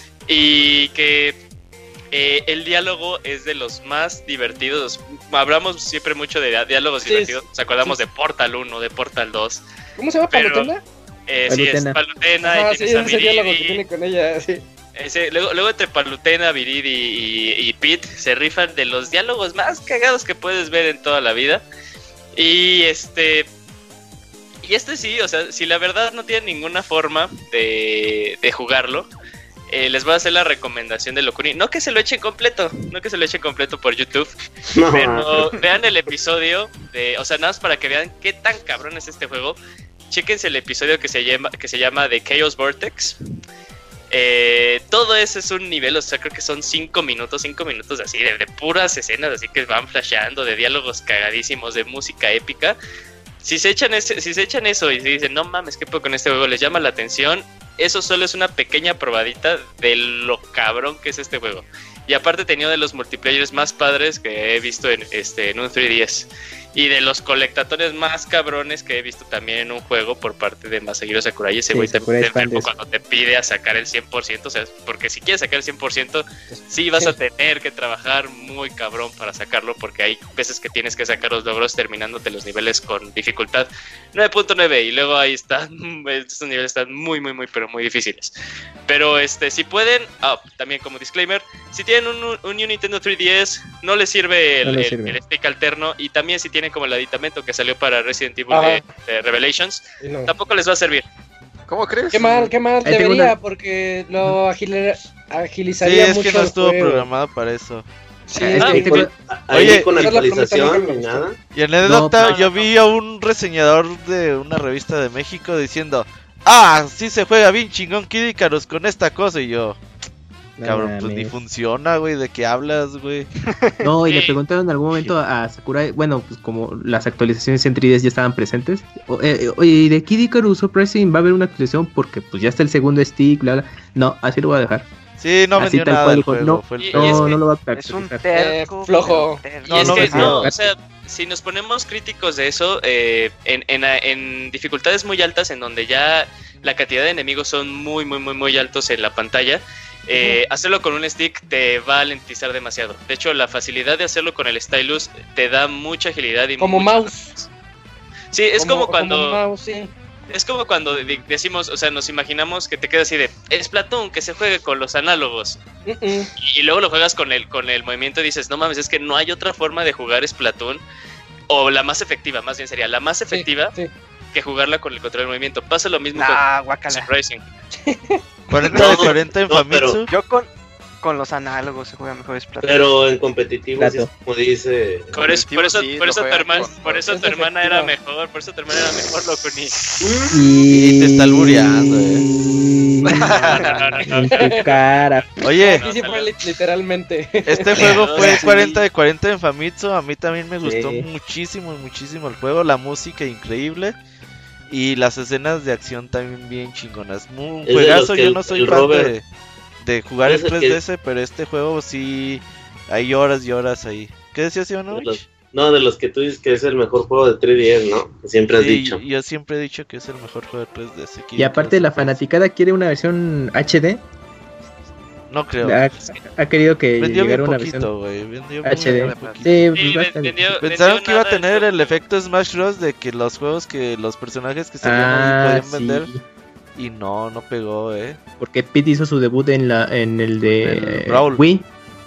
Y que eh, el diálogo es de los más divertidos. Hablamos siempre mucho de diálogos Sí, divertidos. Nos acordamos sí. de Portal uno, de Portal dos. ¿Cómo se llama, Pero- Palutena? Eh, sí, es Palutena. Palutena. Ah, y sí, tienes a ese diálogo que Viridi. tiene con ella, sí. Ese- luego, luego entre Palutena, Viridi y, y Pete se rifan de los diálogos más cagados que puedes ver en toda la vida. Y este. Y este sí, o sea, si la verdad no tienen ninguna forma de, de jugarlo, eh, les voy a hacer la recomendación de Locuni. No que se lo echen completo, no que se lo echen completo por YouTube, No, pero vean el episodio de, o sea, nada más para que vean qué tan cabrón es este juego. Chéquense el episodio que se llama, que se llama The Chaos Vortex. Eh, todo eso es un nivel, o sea, creo que son cinco minutos, cinco minutos así, de, de puras escenas, así que van flasheando, de diálogos cagadísimos, de música épica. Si se echan ese, si se echan eso y se dicen, no mames, qué pedo con este juego, les llama la atención, eso solo es una pequeña probadita de lo cabrón que es este juego. Y aparte tenía de los multiplayers más padres que he visto en, este, en un tres D S. Y de los colectatorios más cabrones que he visto también en un juego por parte de Masahiro Sakurai. Ese Sí, güey te, Sakurai te- es fan de eso. cuando te pide a sacar el cien por ciento, o sea, porque si quieres sacar el cien por ciento, sí vas a tener que trabajar muy cabrón para sacarlo, porque hay veces que tienes que sacar los logros terminándote los niveles con dificultad nueve punto nueve y luego ahí están, estos niveles están muy, muy, muy, pero muy difíciles. Pero este, si pueden, ah, también como disclaimer, si tienen un, un New Nintendo tres D S, no les sirve el, No les el- sirve. el stick alterno, y también si tienen como el aditamento que salió para Resident Evil Ajá. de, de Revelations, Y no. tampoco les va a servir. ¿Cómo crees? Qué mal, qué mal, Ahí tengo debería, una- porque lo agile- Sí, agilizaría es mucho que no el estuvo juego. programado para eso. Sí, Ah, es es que que- tiene- ahí Oye, con esa es la pregunta, actualización nunca me ni gustó. nada. Y anécdota, No, pues- yo vi a un reseñador de una revista de México diciendo, ah, sí se juega bien chingón Kid Icarus con esta cosa, y yo, No cabrón, pues ni mames. funciona, güey, ¿de qué hablas, güey? No, y le Sí. preguntaron en algún momento a Sakurai, bueno, pues como las actualizaciones en tres D S ya estaban presentes. o- eh, eh, Oye, ¿y de Kid Icarus Uprising va a haber una actualización? Porque pues ya está el segundo stick, bla, bla. No, así lo voy a dejar. Sí, no Así vendió tal nada cual el dijo, juego, no, fue el Y- pedo. es No, que no lo va a es un actualizar. terco. Eh, flojo. pero Y terco. es no que, vendió. no, o sea, si nos ponemos críticos de eso, eh, en, en, en dificultades muy altas, en donde ya la cantidad de enemigos son muy, muy, muy, muy altos en la pantalla, eh, hacerlo con un stick te va a lentizar demasiado. De hecho, la facilidad de hacerlo con el stylus te da mucha agilidad y Como mucha- mouse. Sí, es como, cuando como mouse, sí. es como cuando de- decimos, o sea, nos imaginamos que te queda así de Splatoon, que se juegue con los análogos. Mm-mm. Y luego lo juegas con el, con el movimiento y dices, no mames, es que no hay otra forma de jugar Splatoon o la más efectiva, más bien sería la más efectiva sí, sí. que jugarla con el control del movimiento. Pasa lo mismo nah, con Racing. cuarenta de cuarenta en no, Famitsu. Yo con, con los análogos se juega mejor Splatoon. Pero en competitivo, sí, como dice. Por eso, por eso, sí, por eso tu hermana, por, por eso tu hermana era mejor, por eso tu hermana era mejor, Locuni. Y te está albureando, eh. No, no, no, no, en tu cara. Oye, sí, sí fue literalmente. Este juego fue cuarenta de cuarenta en Famitsu. A mí también me gustó sí. muchísimo, muchísimo el juego. La música increíble. Y las escenas de acción también bien chingonas. Un juegazo, yo no soy fan Robert... de, de jugar en tres D S, que... pero este juego sí hay horas y horas ahí. ¿Qué decías, Ivanovich? No, de los que tú dices que es el mejor juego de tres D S, ¿no? Que siempre has sí, dicho. Yo siempre he dicho que es el mejor juego de tres D S. Y aparte la fanaticada quiere una versión H D. No creo. Ha, ha querido que vendió llegara una poquito, versión vendió H D. Sí, sí, pues vendió, pensaron vendió que iba a tener el efecto Smash Bros. De que los juegos que los personajes que se ah, podían vender sí. y no, no pegó, eh. Porque Pete hizo su debut en la en el de el Brawl. Wii.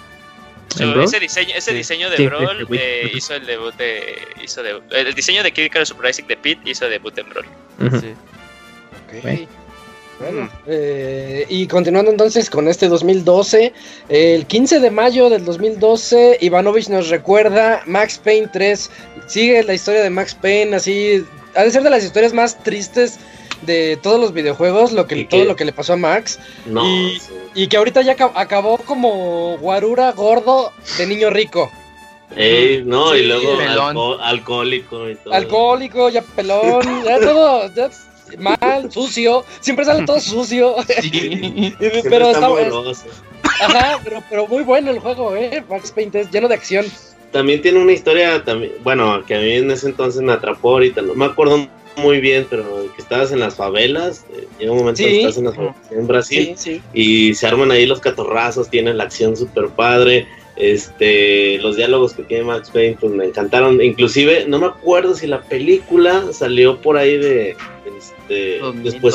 So, ese diseño, ese sí. diseño de sí, Brawl eh, hizo el debut de hizo de, el diseño de Kid Icarus Uprising de Pete hizo debut en Brawl. Uh-huh. Sí. Okay. Bueno. Bueno, eh, y continuando entonces con este dos mil doce, eh, el quince de mayo del dos mil doce, Ivanovich nos recuerda Max Payne tres, sigue la historia de Max Payne, así, ha de ser de las historias más tristes de todos los videojuegos, lo que todo qué? lo que le pasó a Max, no, y, sí. y que ahorita ya acabó como guarura gordo de niño rico. Ey, no, sí, y luego alco- alcohólico y todo. Alcohólico, ya pelón, ya todo, ya... mal, sucio, siempre sale todo sucio. Sí, pero está bueno. Ajá, pero, pero muy bueno el juego, eh. Max Payne es lleno de acción. También tiene una historia, también, bueno, que a mí en ese entonces me atrapó ahorita, no me acuerdo muy bien, pero que estabas en las favelas, eh, llega un momento sí. que estás en las favelas en Brasil sí, sí. y se arman ahí los catorrazos, tienen la acción súper padre. Este, los diálogos que tiene Max Payne pues me encantaron, inclusive no me acuerdo si la película salió por ahí de este, después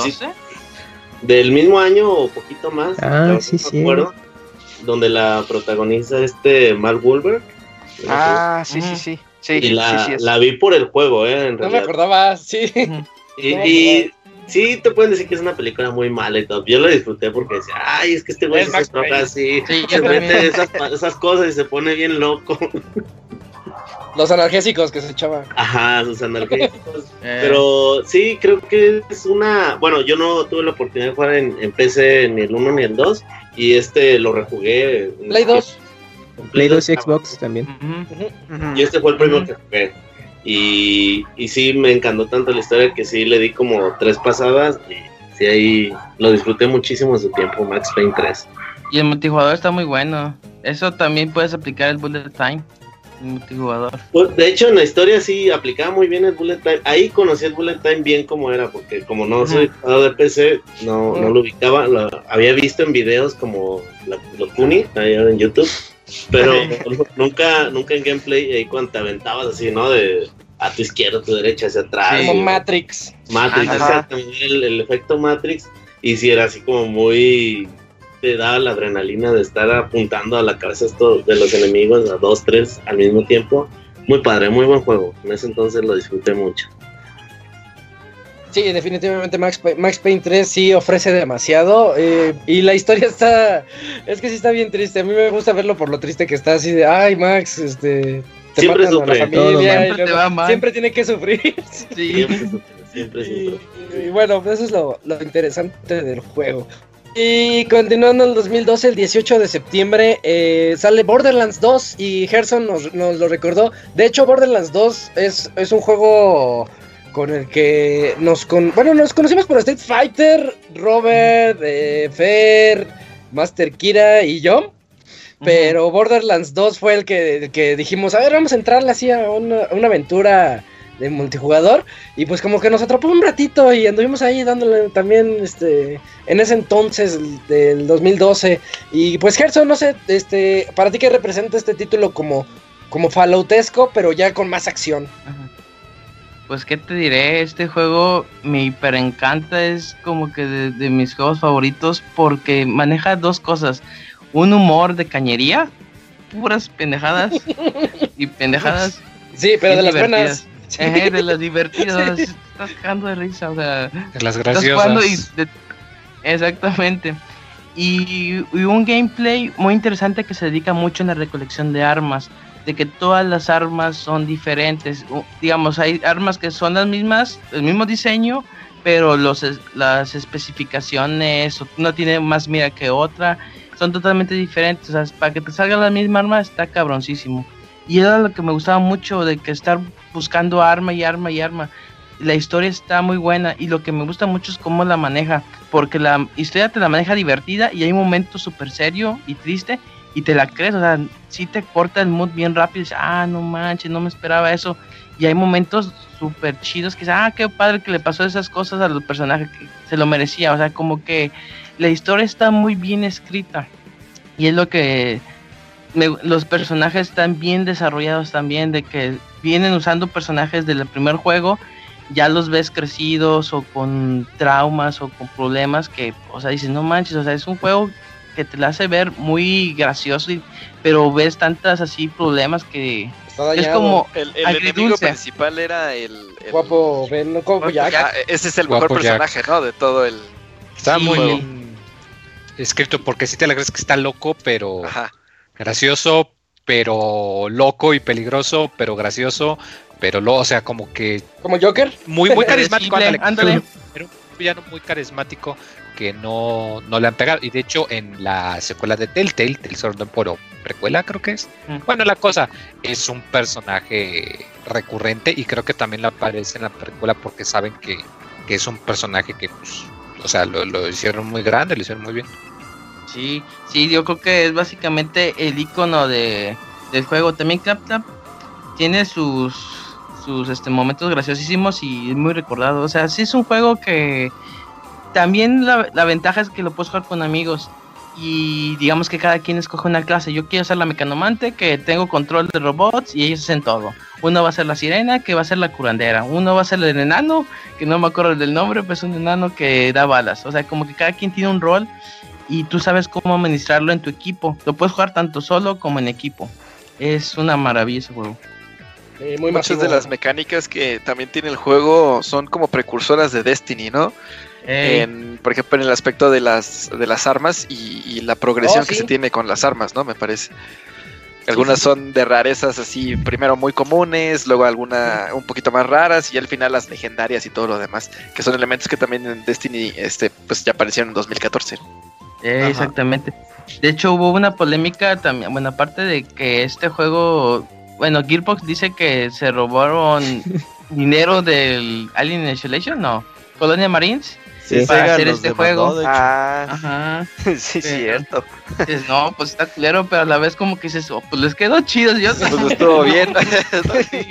del mismo año o poquito más, ah, no, sí, no sí. me acuerdo, donde la protagoniza este Mark Wahlberg. Ah, sí, sí, sí, sí. Y la, sí, sí, la vi por el juego, eh, en no realidad. me acordaba, sí. Y, y sí, te pueden decir que es una película muy mala y todo. Yo lo disfruté porque decía, ay, es que este güey se toca así, sí, se mete esas, esas cosas y se pone bien loco. Los analgésicos que se echaban. Ajá, sus analgésicos. eh. Pero sí, creo que es una... Bueno, yo no tuve la oportunidad de jugar en, en P C ni el uno ni el dos. Y este lo rejugué. Play dos. Play dos y Xbox también. Uh-huh. Uh-huh. Y este fue el primero uh-huh. que jugué. Y, y sí, me encantó tanto la historia que sí le di como tres pasadas. Y sí, ahí lo disfruté muchísimo en su tiempo, Max Payne tres. Y el multijugador está muy bueno. Eso también puedes aplicar el Bullet Time. El multijugador. Pues, de hecho, en la historia sí aplicaba muy bien el Bullet Time. Ahí conocí el Bullet Time bien como era, porque como no uh-huh. soy jugador de P C, no, uh-huh. no lo ubicaba. Lo había visto en videos como la, lo Kuni, ahí en YouTube. Pero nunca, nunca en gameplay, ahí cuando te aventabas así, ¿no? De a tu izquierda, a tu derecha, hacia atrás. Como Matrix. Matrix, exactamente, el, el efecto Matrix. Y si era así como muy... Te daba la adrenalina de estar apuntando a la cabeza esto de los enemigos, a dos, tres al mismo tiempo. Muy padre, muy buen juego. En ese entonces lo disfruté mucho. Sí, definitivamente Max, Pay- Max Payne tres sí ofrece demasiado, eh, y la historia está, es que sí está bien triste. A mí me gusta verlo por lo triste que está, así de, ay Max, este, te siempre matan sufre, a la familia, todo, y siempre, luego, te va mal. siempre tiene que sufrir. Sí. Siempre sufre, siempre y, sufre. y bueno, eso es lo, lo interesante del juego. Y continuando en el dos mil doce, el dieciocho de septiembre, eh, sale Borderlands dos y Gerson nos, nos lo recordó. De hecho, Borderlands dos es, es un juego con el que nos con, bueno, nos conocimos por Street Fighter, Robert, eh, Fer, Master Kira y yo. Pero uh-huh. Borderlands dos fue el que, el que dijimos, a ver, vamos a entrarle así a una, a una aventura de multijugador, y pues como que nos atrapó un ratito y anduvimos ahí dándole también, este, en ese entonces del dos mil doce, y pues Gerson, no sé, este, para ti qué representa este título como, como Falloutesco, pero ya con más acción. Ajá. Pues qué te diré, este juego me hiper encanta, es como que de, de mis juegos favoritos porque maneja dos cosas, un humor de cañería, puras pendejadas y pendejadas Sí, pero de las buenas. Sí. Eh, de las divertidas. Sí. Estás cagando de risa, o sea. De las graciosas. Y de... Exactamente. Y, y un gameplay muy interesante que se dedica mucho en la recolección de armas. De que todas las armas son diferentes. Digamos, hay armas que son las mismas, el mismo diseño, pero los, las especificaciones, una tiene más mira que otra, son totalmente diferentes. O sea, para que te salga la misma arma está cabroncísimo. Y era lo que me gustaba mucho, de que estar buscando arma y arma y arma. La historia está muy buena y lo que me gusta mucho es cómo la maneja, porque la historia te la maneja divertida y hay momentos súper serio y triste y te la crees, o sea, sí te corta el mood bien rápido y dices, ah, no manches, no me esperaba eso. Y hay momentos súper chidos que dices, ah, qué padre que le pasó esas cosas a los personajes, que se lo merecía, o sea, como que la historia está muy bien escrita y es lo que... Me, los personajes están bien desarrollados también, de que vienen usando personajes del primer juego, ya los ves crecidos o con traumas o con problemas que, o sea, dices, no manches, o sea, es un juego que te la hace ver muy gracioso, y, pero ves tantas así problemas que es como el, el enemigo principal era el, el guapo Ben, no como Jack. Ah, ese es el guapo mejor personaje, Jack, ¿no? De todo el está sí. muy bien escrito, porque sí te la crees que está loco, pero ajá, gracioso, pero loco y peligroso, pero gracioso, pero lo, o sea, como que como Joker, muy muy carismático, ándale, ándale. Pero un villano muy carismático que no, no le han pegado. Y de hecho en la secuela de Telltale, Tales of the Empire, precuela creo que es, mm. bueno, la cosa es un personaje recurrente y creo que también le aparece en la precuela porque saben que, que es un personaje que pues, o sea, lo, lo hicieron muy grande, lo hicieron muy bien. Sí, sí, yo creo que es básicamente el icono de, del juego. También ClapClap tiene sus sus este momentos graciosísimos y es muy recordado. O sea, sí es un juego que también la, la ventaja es que lo puedes jugar con amigos y digamos que cada quien escoge una clase. Yo quiero ser la mecanomante, que tengo control de robots y ellos hacen todo. Uno va a ser la sirena, que va a ser la curandera. Uno va a ser el enano, que no me acuerdo del nombre, pero es un enano que da balas. O sea, como que cada quien tiene un rol y tú sabes cómo administrarlo en tu equipo. Lo puedes jugar tanto solo como en equipo. Es una maravilla ese juego. Eh, muy Muchas de las mecánicas que también tiene el juego son como precursoras de Destiny, ¿no? En, por ejemplo, en el aspecto de las de las armas y, y la progresión oh, sí. que se tiene con las armas, ¿no? Me parece. Algunas sí, sí. son de rarezas así, primero muy comunes, luego alguna un poquito más raras y al final las legendarias y todo lo demás, que son elementos que también en Destiny este pues ya aparecieron en dos mil catorce. Eh, exactamente. De hecho hubo una polémica también, bueno, aparte de que este juego, bueno, Gearbox dice que se robaron dinero del Alien Isolation, no, Colonia Marines. Sí, para Sega hacer este juego. Demandó, ah, ajá. Sí, pero, cierto. Dices, no, pues está culero, pero a la vez como que dices, oh, pues les quedó chido. Yo pues no estuvo bien. sí.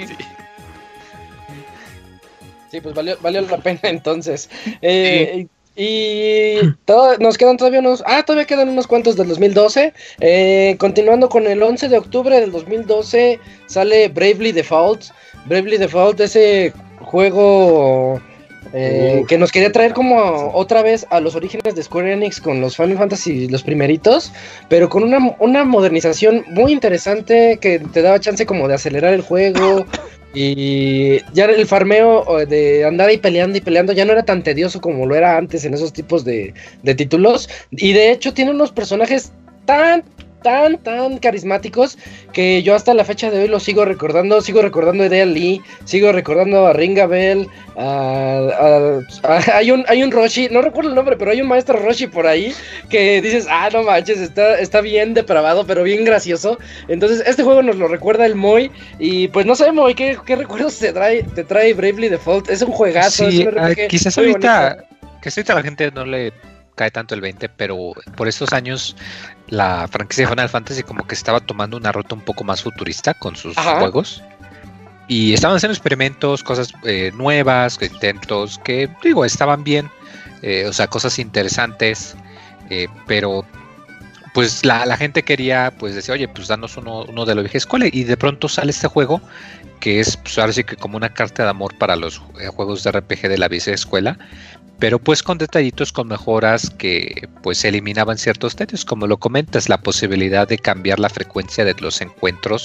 sí, pues valió, valió la pena entonces. Eh, sí. Y todo, nos quedan todavía unos... Ah, todavía quedan unos cuantos del dos mil doce. Eh, continuando con el once de octubre del dos mil doce sale Bravely Default. Bravely Default, ese juego... Eh, que nos quería traer como otra vez a los orígenes de Square Enix con los Final Fantasy, los primeritos, pero con una, una modernización muy interesante que te daba chance como de acelerar el juego y ya el farmeo de andar ahí peleando y peleando ya no era tan tedioso como lo era antes en esos tipos de, de títulos, y de hecho tiene unos personajes tan tan, tan carismáticos que yo hasta la fecha de hoy los sigo recordando, sigo recordando a Edea Lee, sigo recordando a Ringa Bell, a, a, a, hay un hay un Roshi, no recuerdo el nombre, pero hay un maestro Roshi por ahí que dices, ah, no manches, está, está bien depravado, pero bien gracioso. Entonces este juego nos lo recuerda el Moy, y pues no sé, Moy, ¿qué, qué recuerdos te trae, te trae Bravely Default? Es un juegazo, sí, es un R P G quizás ahorita, que ahorita la gente no le cae tanto el veinte, pero por estos años la franquicia de Final Fantasy como que estaba tomando una ruta un poco más futurista con sus Ajá. juegos, y estaban haciendo experimentos, cosas eh, nuevas, intentos que digo estaban bien, eh, o sea, cosas interesantes, eh, pero pues la, la gente quería pues decir, oye, pues danos uno, uno de la vieja escuela, y de pronto sale este juego que es pues ahora sí que como una carta de amor para los eh, juegos de R P G de la vieja escuela, pero pues con detallitos, con mejoras que pues eliminaban ciertos detalles, como lo comentas, la posibilidad de cambiar la frecuencia de los encuentros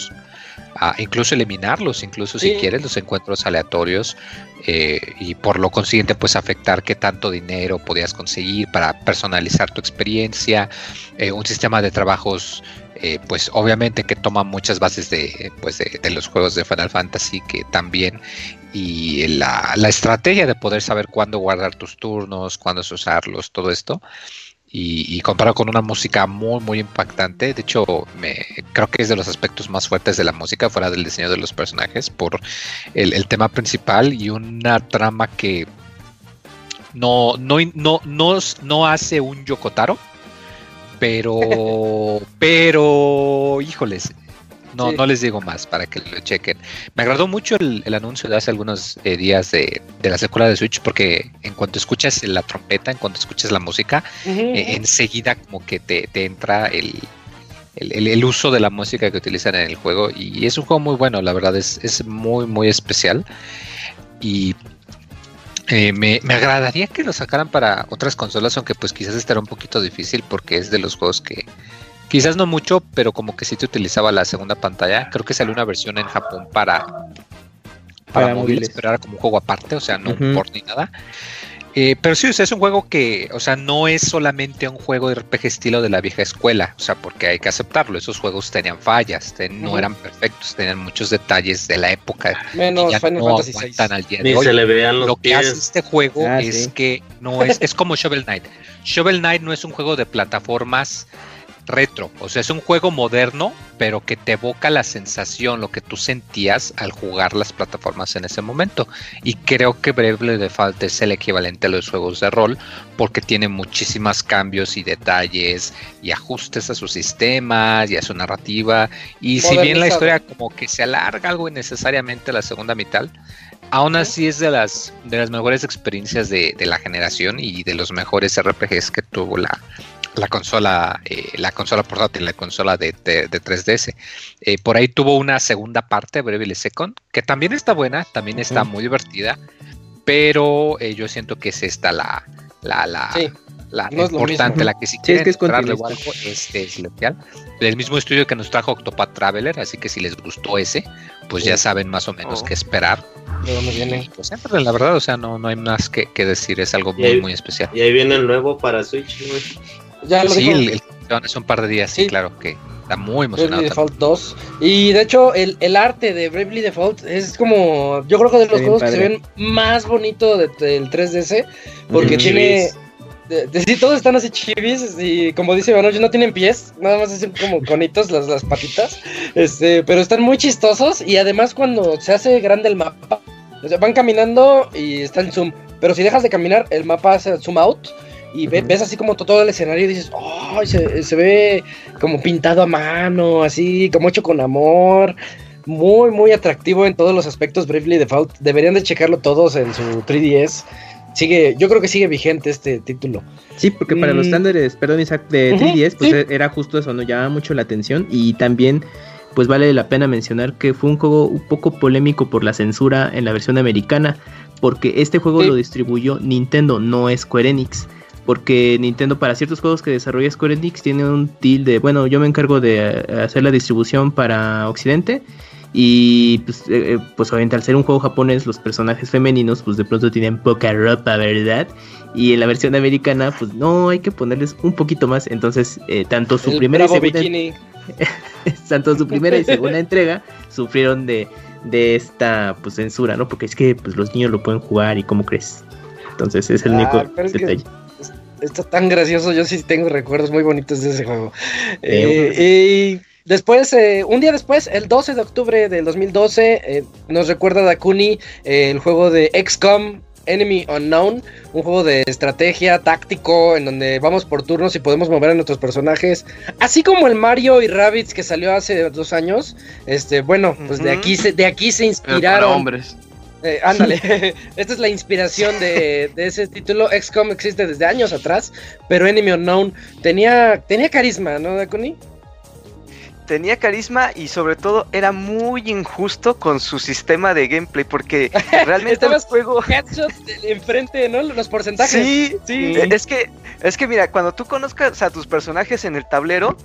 a incluso eliminarlos, incluso Sí. si quieres, los encuentros aleatorios, eh, y por lo consiguiente pues afectar qué tanto dinero podías conseguir para personalizar tu experiencia, eh, un sistema de trabajos eh, pues obviamente que toma muchas bases de, pues, de, de los juegos de Final Fantasy, que también, y la, la estrategia de poder saber cuándo guardar tus turnos, cuándo usarlos, todo esto. Y, y comparado con una música muy muy impactante. De hecho, me creo que es de los aspectos más fuertes de la música, fuera del diseño de los personajes, por el, el tema principal y una trama que no, no, no, no, no hace un Yoko Taro, pero, pero, híjoles, no, Sí. no les digo más para que lo chequen. Me agradó mucho el, el anuncio de hace algunos eh, días de, de la secuela de Switch, porque en cuanto escuchas la trompeta, en cuanto escuchas la música, Ujú, eh, ujú. enseguida como que te, te entra el, el, el- el uso de la música que utilizan en el juego, y es un juego muy bueno, la verdad es, es muy muy especial, y eh, me, me agradaría que lo sacaran para otras consolas, aunque pues quizás estará un poquito difícil porque es de los juegos que quizás no mucho, pero como que sí te utilizaba la segunda pantalla. Creo que salió una versión en Japón para, para, Para móviles, móviles. pero era como un juego aparte, o sea, no Ujú. un port ni nada. Eh, pero sí, o sea, es un juego que, o sea, no es solamente un juego de R P G estilo de la vieja escuela, o sea, porque hay que aceptarlo, esos juegos tenían fallas, ten- no Ujú. eran perfectos, tenían muchos detalles de la época que Menos ya Final no Fantasy seis. aguantan al día de Ni hoy. se le vean los Lo que hace pies. este juego Ah, es sí. que no es, es como Shovel Knight. Shovel Knight no es un juego de plataformas retro, o sea, es un juego moderno, pero que te evoca la sensación, lo que tú sentías al jugar las plataformas en ese momento. Y creo que Bravely Default es el equivalente a los juegos de rol, porque tiene muchísimos cambios y detalles y ajustes a sus sistemas y a su narrativa. Y si bien la Modernizado. historia como que se alarga algo innecesariamente la segunda mitad, aún así es de las de las mejores experiencias de, de la generación y de los mejores R P Gs que tuvo la, la consola, eh, la consola portátil, la consola de, de, de tres D S. Eh, por ahí tuvo una segunda parte, Bravely Second, que también está buena, también está muy divertida, pero eh, yo siento que es esta la la la, Sí, la no es lo importante, mismo. la que si es quieren que es esperarle continuista. algo, este es Celestial, del mismo estudio que nos trajo Octopath Traveler, así que si les gustó ese, pues ya saben más o menos Oh. qué esperar. ¿De dónde viene? Pues entren, la verdad, o sea, no, no hay más que, que decir, es algo Y muy, ahí- muy especial. Y ahí viene el nuevo para Switch, güey. Ya lo Sí, dijo. el, el- hace un par de días, sí, Sí. claro, que está muy emocionado. Bravely también. Default dos. Y de hecho, el, el arte de Bravely Default es como. Yo creo que de los Está bien juegos que se padre. ven más bonito de- del tres D S. Porque Ujú. tiene. Chivis. De, de- sí, todos están así chivis. Y como dice Iván, no tienen pies. Nada más hacen como conitos las, las patitas. Este, pero están muy chistosos. Y además, cuando se hace grande el mapa, o sea, van caminando y está en zoom. Pero si dejas de caminar, el mapa hace zoom out. Y ve- Ujú. ves así como to- todo el escenario y dices, ¡ay! se, se ve como pintado a mano, así, como hecho con amor. Muy, muy atractivo en todos los aspectos. Bravely Default. Deberían de checarlo todos en su tres D S. Sigue, yo creo que sigue vigente este título. Sí, porque para los Mm. estándares, perdón, Isaac, de Ujú, tres D S, pues sí. e- era justo eso, ¿no? Llamaba mucho la atención y también, pues vale la pena mencionar que fue un juego un poco polémico por la censura en la versión americana, porque este juego Sí. lo distribuyó Nintendo, no Square Enix. Porque Nintendo para ciertos juegos que desarrolla Square Enix tiene un deal de, bueno, yo me encargo de eh, hacer la distribución para Occidente. Y pues, eh, pues obviamente al ser un juego japonés, los personajes femeninos pues de pronto tienen poca ropa, ¿verdad? Y en la versión americana pues no, hay que ponerles un poquito más. Entonces eh, tanto su El primera y bravo segunda bikini. tanto su primera y segunda entrega sufrieron de, de esta pues censura, ¿no? Porque es que pues los niños lo pueden jugar y ¿cómo crees? Entonces es el Ah, único pero es que- detalle. Está tan gracioso, yo sí tengo recuerdos muy bonitos de ese juego. Eh, y después, eh, un día después, el doce de octubre del dos mil doce, eh, nos recuerda Dakuni eh, el juego de X COM Enemy Unknown, un juego de estrategia táctico en donde vamos por turnos y podemos mover a nuestros personajes, así como el Mario y Rabbids que salió hace dos años. Este, bueno, pues de Ujú. aquí se, de aquí se Pero inspiraron. para hombres. Eh, ándale, esta es la inspiración de, de ese título. X COM existe desde años atrás, pero Enemy Unknown tenía, tenía carisma, ¿no, Dakuni? Tenía carisma y sobre todo era muy injusto con su sistema de gameplay porque realmente el Estabas juego... headshot de- enfrente, ¿no? Los porcentajes. Sí, sí. eh, es que, es que mira, cuando tú conozcas a tus personajes en el tablero,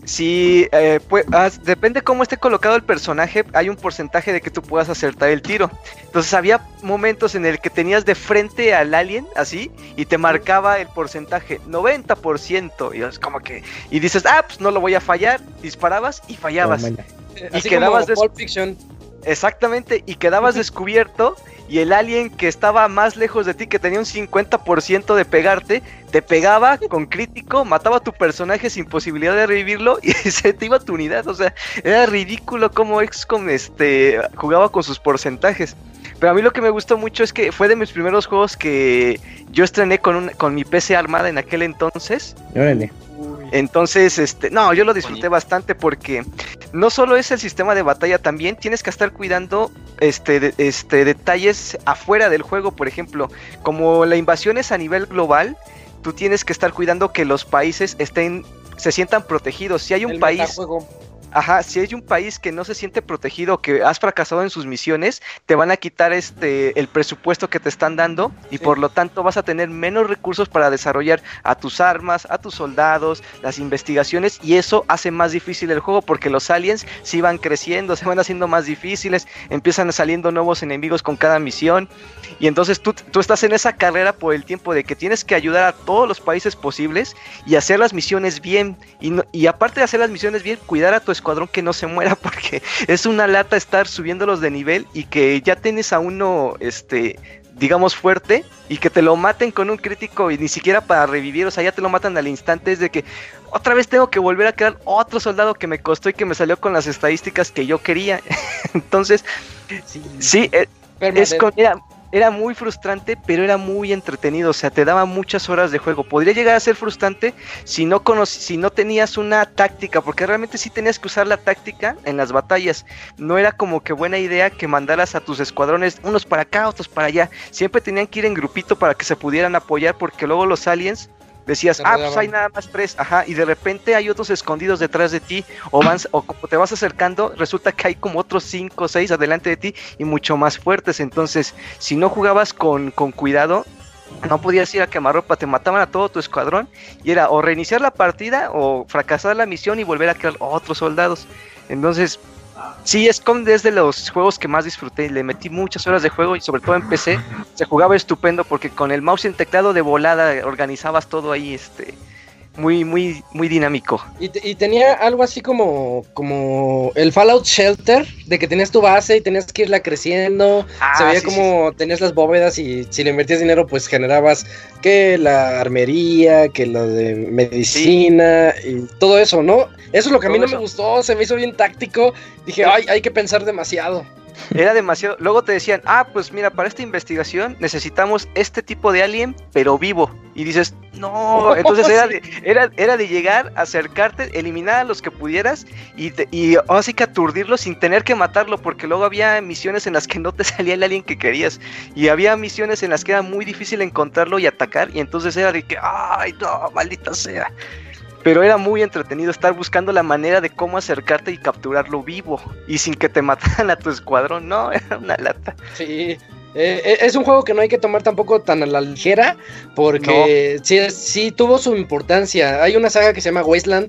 si eh, pues, ah, depende cómo esté colocado el personaje, hay un porcentaje de que tú puedas acertar el tiro. Entonces había momentos en el que tenías de frente al alien, así, y te marcaba el porcentaje, noventa por ciento, y es como que, y dices, ah, pues no lo voy a fallar, disparabas y fallabas. Oh, y así quedabas como Pulp Fiction. Exactamente, y quedabas descubierto, y el alien que estaba más lejos de ti, que tenía un cincuenta por ciento de pegarte, te pegaba con crítico, mataba a tu personaje sin posibilidad de revivirlo y se te iba tu unidad. O sea, era ridículo cómo X COM este, jugaba con sus porcentajes. Pero a mí lo que me gustó mucho es que fue de mis primeros juegos que yo estrené con, un, con mi P C armada en aquel entonces. Órale. Entonces, este, no, yo lo disfruté bastante porque no solo es el sistema de batalla, también tienes que estar cuidando este, de, este, detalles afuera del juego, por ejemplo, como la invasión es a nivel global, tú tienes que estar cuidando que los países estén, se sientan protegidos. Si hay un el país... metajuego. Ajá, si hay un país que no se siente protegido, que has fracasado en sus misiones, te van a quitar este el presupuesto que te están dando y sí. Por lo tanto vas a tener menos recursos para desarrollar a tus armas, a tus soldados, las investigaciones, y eso hace más difícil el juego porque los aliens sí van creciendo, se van haciendo más difíciles, empiezan saliendo nuevos enemigos con cada misión, y entonces tú, tú estás en esa carrera por el tiempo de que tienes que ayudar a todos los países posibles y hacer las misiones bien, y, no, y aparte de hacer las misiones bien, cuidar a tu escuadrón que no se muera, porque es una lata estar subiéndolos de nivel y que ya tienes a uno, este, digamos fuerte, y que te lo maten con un crítico y ni siquiera para revivir, o sea, ya te lo matan al instante. Es de que otra vez tengo que volver a crear otro soldado que me costó y que me salió con las estadísticas que yo quería. Entonces, sí, sí es, es con, era, era muy frustrante, pero era muy entretenido, o sea, te daba muchas horas de juego. Podría llegar a ser frustrante si no conoc- si no tenías una táctica, porque realmente sí tenías que usar la táctica en las batallas. No era como que buena idea que mandaras a tus escuadrones unos para acá, otros para allá. Siempre tenían que ir en grupito para que se pudieran apoyar, porque luego los aliens decías, ah, pues hay nada más tres, ajá, y de repente hay otros escondidos detrás de ti, o van, o como te vas acercando, resulta que hay como otros cinco o seis adelante de ti, y mucho más fuertes. Entonces, si no jugabas con, con cuidado, no podías ir a quemarropa, te mataban a todo tu escuadrón, y era o reiniciar la partida, o fracasar la misión y volver a crear otros soldados. Entonces, sí, X COM es de los juegos que más disfruté, le metí muchas horas de juego y sobre todo en P C, se jugaba estupendo porque con el mouse y el teclado de volada organizabas todo ahí, este, muy, muy, muy dinámico. Y, te, y tenía algo así como, como el Fallout Shelter, de que tenías tu base y tenías que irla creciendo, ah, se veía sí, como sí. Tenías las bóvedas y si le invertías dinero pues generabas que la armería, que lo de medicina sí. Y todo eso, ¿no? Eso es lo que a mí no me gustó, se me hizo bien táctico, dije, ay, hay que pensar demasiado. Era demasiado, luego te decían, ah, pues mira, para esta investigación necesitamos este tipo de alien, pero vivo, y dices, no, entonces era de, era, era de llegar, acercarte, eliminar a los que pudieras, y, te, y así que aturdirlo sin tener que matarlo, porque luego había misiones en las que no te salía el alien que querías, y había misiones en las que era muy difícil encontrarlo y atacar, y entonces era de que, ay, no, maldita sea. Pero era muy entretenido estar buscando la manera de cómo acercarte y capturarlo vivo y sin que te mataran a tu escuadrón. No, era una lata. Sí, eh, es un juego que no hay que tomar tampoco tan a la ligera porque no. sí, sí tuvo su importancia. Hay una saga que se llama Wasteland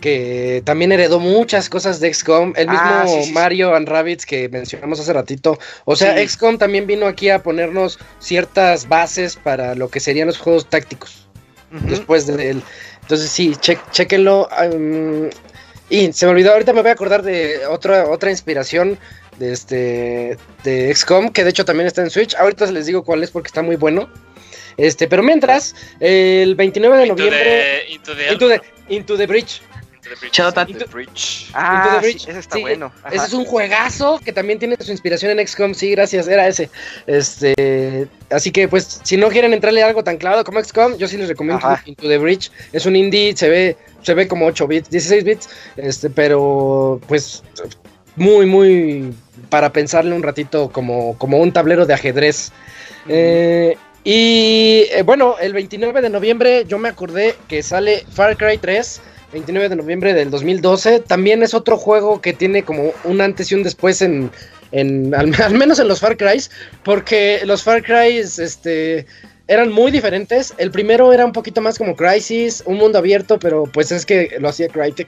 que también heredó muchas cosas de X COM. El mismo ah, sí, sí, Mario sí. and Rabbids que mencionamos hace ratito. O sea, sí. X COM también vino aquí a ponernos ciertas bases para lo que serían los juegos tácticos. Uh-huh. Después de él. Entonces sí, che, chequenlo. Um, y se me olvidó, ahorita me voy a acordar de otra, otra inspiración de este de X COM, que de hecho también está en Switch. Ahorita les digo cuál es porque está muy bueno. Este, pero mientras, el veintinueve de noviembre. Into the, into the, into the Bridge. Shout out into, Bridge. Ah, Into the Bridge. Sí, ese está sí, bueno. Ajá. Ese es un juegazo que también tiene su inspiración en X COM. Sí, gracias, era ese. Este, así que pues si no quieren entrarle a algo tan clavado como X COM, yo sí les recomiendo Ajá. Into the Bridge. Es un indie, se ve se ve como ocho bits, dieciséis bits, este, pero pues muy muy para pensarle un ratito como como un tablero de ajedrez. Mm. Eh, y eh, bueno, el veintinueve de noviembre yo me acordé que sale Far Cry tres. veintinueve de noviembre del dos mil doce, también es otro juego que tiene como un antes y un después en, en al, al menos en los Far Crys, porque los Far Crys, este, eran muy diferentes. El primero era un poquito más como Crysis, un mundo abierto, pero pues es que lo hacía Crytek.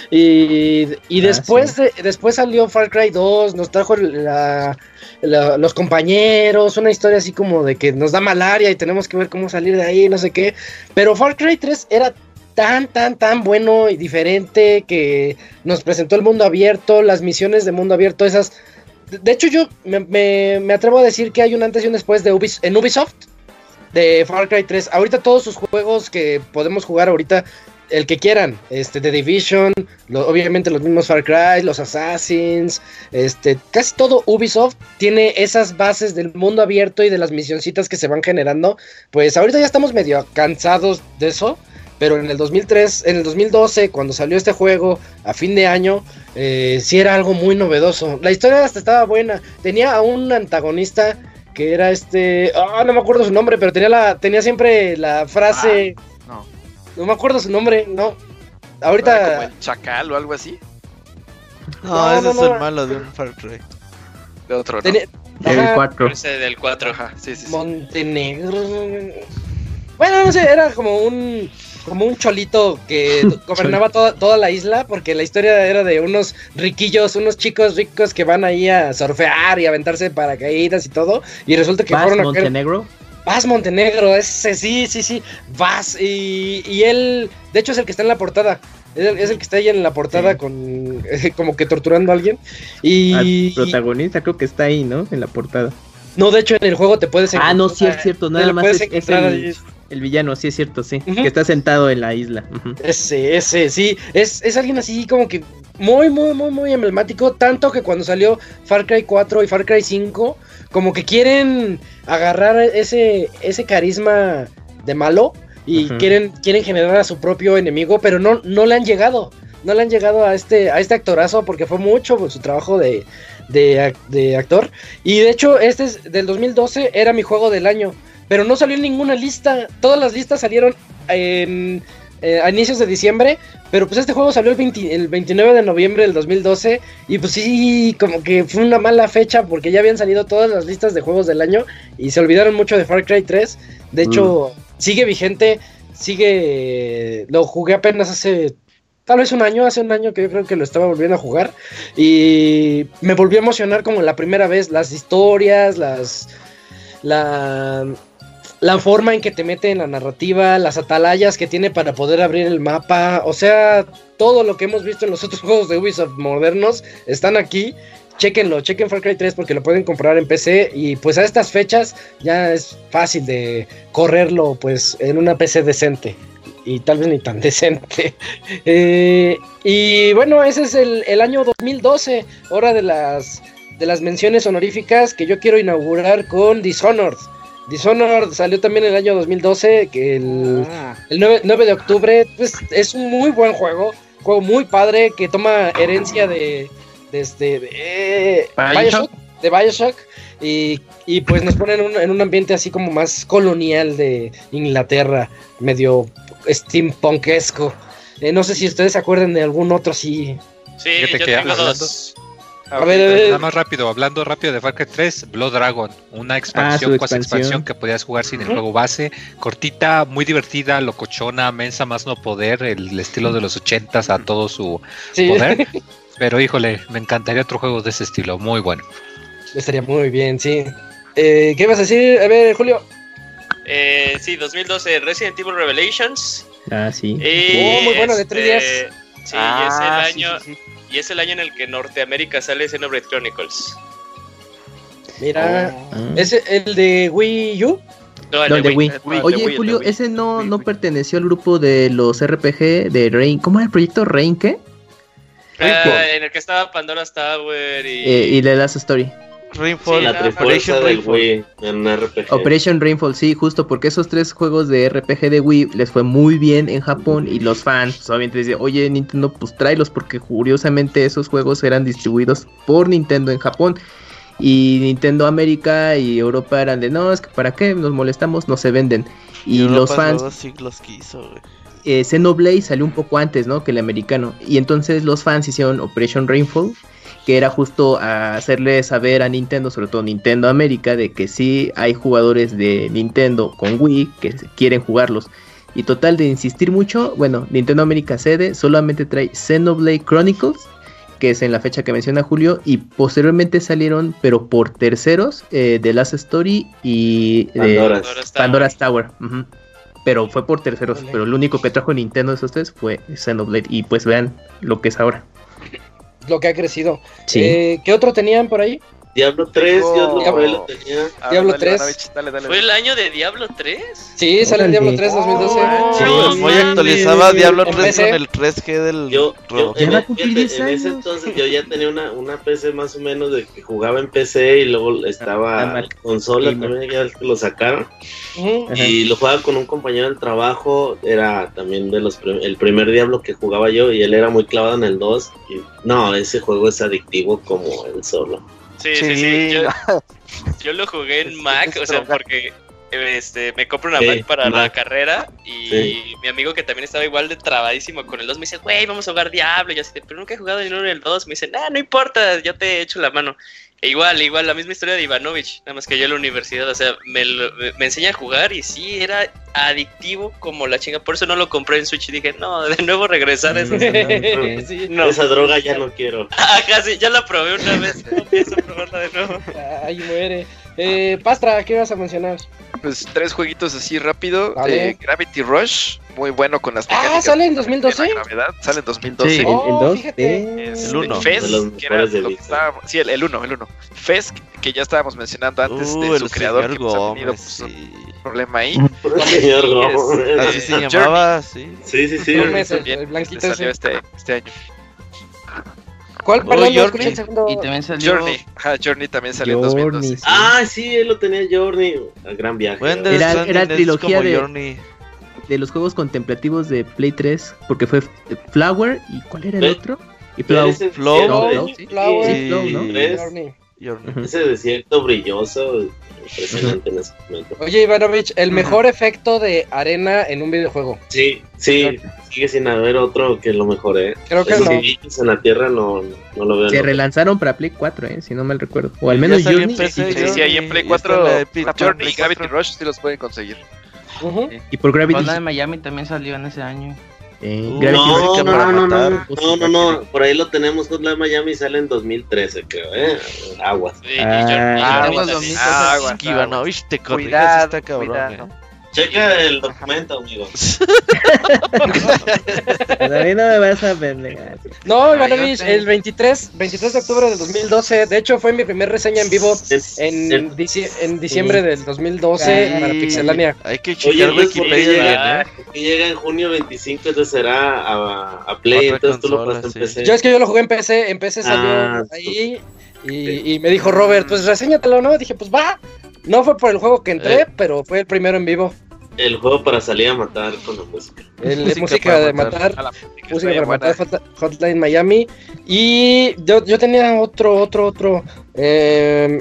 Y, y ah, después, sí. de, después salió Far Cry dos, nos trajo la, la, los compañeros, una historia así como de que nos da malaria y tenemos que ver cómo salir de ahí, no sé qué. Pero Far Cry tres era tan, tan, tan bueno y diferente que nos presentó el mundo abierto, las misiones de mundo abierto, esas... De hecho, yo me, me, me atrevo a decir que hay un antes y un después de Ubis, en Ubisoft de Far Cry tres. Ahorita todos sus juegos que podemos jugar ahorita, el que quieran, este, The Division, lo, obviamente los mismos Far Cry, los Assassins, este, casi todo Ubisoft tiene esas bases del mundo abierto y de las misioncitas que se van generando. Pues ahorita ya estamos medio cansados de eso. Pero en el dos mil tres, en el dos mil doce, cuando salió este juego a fin de año, eh, sí era algo muy novedoso. La historia hasta estaba buena. Tenía a un antagonista que era este... Ah, oh, no me acuerdo su nombre, pero tenía la tenía siempre la frase... Ah, no. No me acuerdo su nombre, no. Ahorita... ¿Como el Chacal o algo así? No, no ese no, es no. el malo de un Far Cry. De otro, ¿no? Tenía... El cuatro. Ese del cuatro. Ajá, sí, sí, sí. Montenegro... Bueno, no sé, era como un... como un cholito que gobernaba toda, toda la isla, porque la historia era de unos riquillos, unos chicos ricos que van ahí a surfear y aventarse paracaídas y todo, y resulta que ¿Vas fueron a... Montenegro? Vas Montenegro, ese sí, sí, sí, Vas, y, y él, de hecho es el que está en la portada, es el, es el que está ahí en la portada sí. con, eh, como que torturando a alguien, y... Al protagonista creo que está ahí, ¿no? En la portada. No, de hecho en el juego te puedes encontrar... Ah, no, sí, es cierto, nada más es, es el... El villano, sí es cierto, sí, uh-huh. que está sentado en la isla. Uh-huh. Ese, ese, sí, es, es alguien así como que muy, muy, muy, muy emblemático, tanto que cuando salió Far Cry cuatro y Far Cry cinco, como que quieren agarrar ese, ese carisma de malo y uh-huh. quieren, quieren generar a su propio enemigo, pero no, no le han llegado, no le han llegado a este, a este actorazo porque fue mucho por su trabajo de, de, de actor, y de hecho este es del dos mil doce, era mi juego del año. Pero no salió en ninguna lista. Todas las listas salieron en, eh, a inicios de diciembre. Pero pues este juego salió el, veinte, el veintinueve de noviembre del dos mil doce. Y pues sí, como que fue una mala fecha. Porque ya habían salido todas las listas de juegos del año. Y se olvidaron mucho de Far Cry tres. De hecho, mm. sigue vigente. Sigue... Lo jugué apenas hace... Tal vez un año, hace un año que yo creo que lo estaba volviendo a jugar. Y me volvió a emocionar como la primera vez. Las historias, las... La... La forma en que te mete en la narrativa, las atalayas que tiene para poder abrir el mapa, o sea, todo lo que hemos visto en los otros juegos de Ubisoft modernos están aquí. Chéquenlo, chequen Far Cry tres porque lo pueden comprar en P C y pues a estas fechas ya es fácil de correrlo pues en una P C decente y tal vez ni tan decente. eh, y bueno, ese es el, el año dos mil doce, hora de las, de las menciones honoríficas que yo quiero inaugurar con Dishonored. Dishonored salió también en el año dos mil doce, que el, ah. el nueve, nueve de octubre, pues es un muy buen juego, juego muy padre, que toma herencia de, de, este, de, Bioshock, de Bioshock, y, y pues nos ponen en un, en un ambiente así como más colonial de Inglaterra, medio steampunkesco. Eh, no sé si ustedes se acuerdan de algún otro así. Sí, yo tengo dos. A ver, a ver, nada más rápido, hablando rápido de Far Cry tres, Blood Dragon, una expansión, ah, cuasi expansión que podías jugar sin el juego base, cortita, muy divertida, locochona, mensa, más no poder, el estilo de los ochentas a todo su sí. poder, pero híjole, me encantaría otro juego de ese estilo, muy bueno. Estaría muy bien, sí. Eh, ¿Qué vas a decir? A ver, Julio. Eh, sí, dos mil doce, Resident Evil Revelations. Ah, sí. Y oh, muy bueno, de tres días. Este, sí, ah, y es el año... Sí, sí, sí. Y es el año en el que Norteamérica sale Xenoblade Chronicles. Mira, oh. ¿es el de Wii U? No, el no, de, de Wii. Wii. Wii. Oye, Wii, Julio, Wii. ese no, no perteneció al grupo de los R P G de Rain. ¿Cómo era el proyecto Rain qué? Ah, en el que estaba Pandora's Tower y... Eh, y The Last Story. Rainfall, sí, la trifuerza del Wii en R P G. Operation Rainfall, sí, justo porque esos tres juegos de R P G de Wii les fue muy bien en Japón y los fans, pues, obviamente dicen, oye Nintendo, pues tráelos porque curiosamente esos juegos eran distribuidos por Nintendo en Japón y Nintendo América y Europa eran de, no, es que para qué nos molestamos, no se venden. Y, y los fans... Dos siglos quiso, güey. Eh, Xenoblade salió un poco antes, ¿no? Que el americano y entonces los fans hicieron Operation Rainfall. que era justo a hacerle saber a Nintendo, sobre todo Nintendo América, de que sí hay jugadores de Nintendo con Wii que quieren jugarlos. Y total, de insistir mucho, bueno, Nintendo América cede, solamente trae Xenoblade Chronicles, que es en la fecha que menciona Julio, y posteriormente salieron, pero por terceros, eh, The Last Story y eh, Pandora's, Pandora's Tower. Uh-huh. Pero fue por terceros, pero el único que trajo Nintendo de esos tres fue Xenoblade, y pues vean lo que es ahora. Lo que ha crecido. Sí. Eh, ¿Qué otro tenían por ahí? Diablo tres, Diablo, yo lo tenía. Ah, Diablo dale, tres. Dale, dale, ¿Fue el año de Diablo tres? Sí, sale el Diablo tres dos mil doce. Oh, sí, no, muy mames. actualizaba Diablo tres Empecé. con el tres G del Yo, yo Robo. en, va a cumplir fíjate, diez en ese años. entonces yo ya tenía una, una P C más o menos de que jugaba en P C y luego estaba Ah, en Mac. consola Gamer. también, ya lo sacaron. Ujú. Ajá. Y lo jugaba con un compañero del trabajo, era también de los prim- el primer Diablo que jugaba yo y él era muy clavado en el dos. Y no, ese juego es adictivo como el solo. Sí, sí, sí. Yo, yo lo jugué en Mac, o sea, porque este, me compro una Sí, Mac para la Mac. carrera y Sí. mi amigo que también estaba igual de trabadísimo con el dos me dice, güey, vamos a jugar Diablo. Y yo así, de, pero nunca he jugado ni el uno ni el dos. Me dice, nah, no importa, yo te echo la mano. E igual, igual, la misma historia de Ivanovich, nada más que yo en la universidad, o sea, me, lo- me, me enseña a jugar y sí, era adictivo como la chinga. Por eso no lo compré en Switch y dije, no, de nuevo regresar a eso. Sí. No. Esa droga ya no quiero. Ajá, sí, ya la probé una vez, no pienso probarla de nuevo. Ahí muere. Eh, Pastra, ¿qué vas a mencionar? Pues tres jueguitos así rápido. Vale. Eh, Gravity Rush, muy bueno con las Ah, mecánicas. ¿sale en dos mil doce? de la gravedad, sale en dos mil doce. Sí, el, el Oh, dos. fíjate. eh, Es El uno. Fez, De los que era mejores de lo que Vita. estábamos- sí, el, el uno, el uno. Fez, que ya estábamos mencionando antes Uh, de su el creador, señor que pues, ha tenido Gómez, pues, sí. un problema ahí. Señor Y Gómez. Así Eh, se Journey. llamaba, sí. Sí, sí, sí. Gómez, el- También, el blanquito este salió ese. este, este año. ¿Cuál? Oh, Perdón, no Journey. escuché el segundo. Y también salió. Journey, ajá, Journey también salió en Journey, dos mil doce. sí. Ah, sí, él lo tenía Journey. El gran viaje. Buen ¿verdad? Death Era- Stranding era es trilogía como de- Journey. de los juegos contemplativos de Play tres, porque fue Flower, ¿y cuál era el Ve- otro? Y Pero Flow. ese Flow, desierto ¿no? de- Sí. Flower. Sí, Flow, ¿no? tres, Journey. Journey. Ujú. Ese desierto brilloso, impresionante en ese momento. Oye, Ivanovich, el mejor efecto de arena en un videojuego. Sí, sí, sigue sin haber otro que lo mejore. ¿eh? Creo que Esos no. bichos en la tierra no, no lo veo. Se no. relanzaron para Play cuatro, eh, si no mal recuerdo. O al Ya menos salió en Journey. P C, y- Sí, sí, ahí en Play Y cuatro, está la Epic Journey Play y Gravity cuatro. Rush sí los pueden conseguir. Ujú. Y por Gravity. Hola de Miami también salió en ese año. eh, Uh, Gravity No, Rush no, para no, no, matar. no, no, no, no, por ahí lo tenemos. Hotline Miami sale en dos mil trece, creo, ¿eh? Aguas. Sí, y Ah, Journey- y ah, Journey los también. domingos. Ah, aguas, Es que Ivanovich te corriges, Cuidado, está cabrón. cuidado. eh. Checa el documento, amigo. A mí no me vas a pendejar. No, yo Ivanovich, sé. el veintitrés, veintitrés de octubre del dos mil doce. De hecho, fue mi primer reseña en vivo en, En- dici- en diciembre del dos mil doce Sí. para Pixelania. Hay que Oye, checar entonces, ¿por qué Wikipedia bien, llega, ¿eh? por qué llega en junio veinticinco? Entonces será a, a Play, Otra entonces tú lo consola, pasas en sí. P C. Yo es que yo lo jugué en P C, en P C salió Ah, ahí y, y me dijo Robert, pues reséñatelo, ¿no? Dije, pues va. No fue por el juego que entré, Eh. pero fue el primero en vivo. El juego para salir a matar con la música. El, Música música, para de matar. matar. A la Música está para bien matar Hot- Hotline Miami. Y yo, yo tenía otro, otro, otro. eh,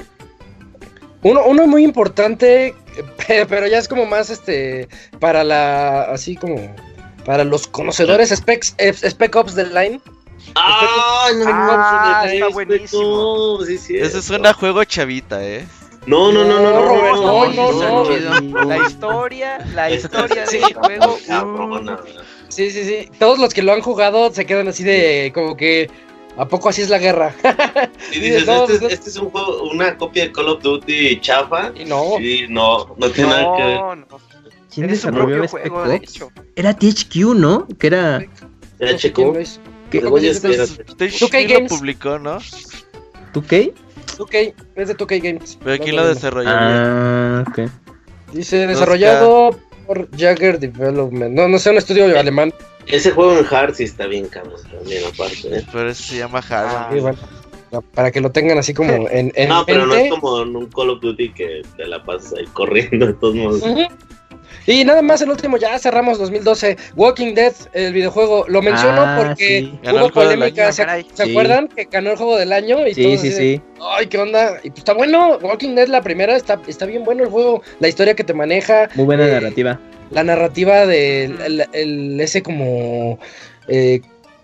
uno, uno muy importante, pero ya es como más este. Para la. Así como. Para los conocedores Specs, eh, Spec Ops del Line. ¡Ah! No, Ah, no, está no, buenísimo. no, sí, sí, Ese suena a juego chavita, ¿eh? No, no, no, no, no, Robert, no, no, no, no. La historia, la Esta- historia de sí. ese juego. Cabrona. Sí, sí, sí. Todos los que lo han jugado se quedan así de. Como que. ¿A poco así es la guerra? Y dices, No, este, es, no. este es un juego, una copia de Call of Duty chafa. Y no. Y no, no tiene nada que ver. No, no. ¿Quién Es su desarrolló propio Spec juego, de Ops? hecho. Era T H Q, ¿no? Que era. Ya No sé quién checó. lo hizo. ¿Qué? Te voy a ¿Cómo se llama? esperar. Stage two K lo Games. publicó, ¿no? ¿tú qué? two K, es de two K Games. Pero No ¿quién lo lo mismo. desarrolló? Ah, ok. Dice desarrollado por Jagger Development. No, no sé, un estudio alemán. Ese juego en hard sí está bien cabrón también, aparte. ¿eh? Pero ese se llama Hard. Sí, bueno, para que lo tengan así como en, en No, pero no mente. es como en un Call of Duty que te la pasas ahí corriendo de todos modos. Ujú. Y nada más el último, ya cerramos dos mil doce. Walking Dead, el videojuego. Lo menciono Ah, porque sí. Ganó hubo el juego del polémica. año, ¿Se, caray. ¿se Sí. acuerdan? Que ganó el juego del año. Y Sí, todos sí, así de, sí. ay, ¿qué onda? Y pues está bueno. Walking Dead, la primera, está, está bien bueno el juego. La historia que te maneja. Muy buena eh, narrativa. La narrativa de el, el- ese como. eh,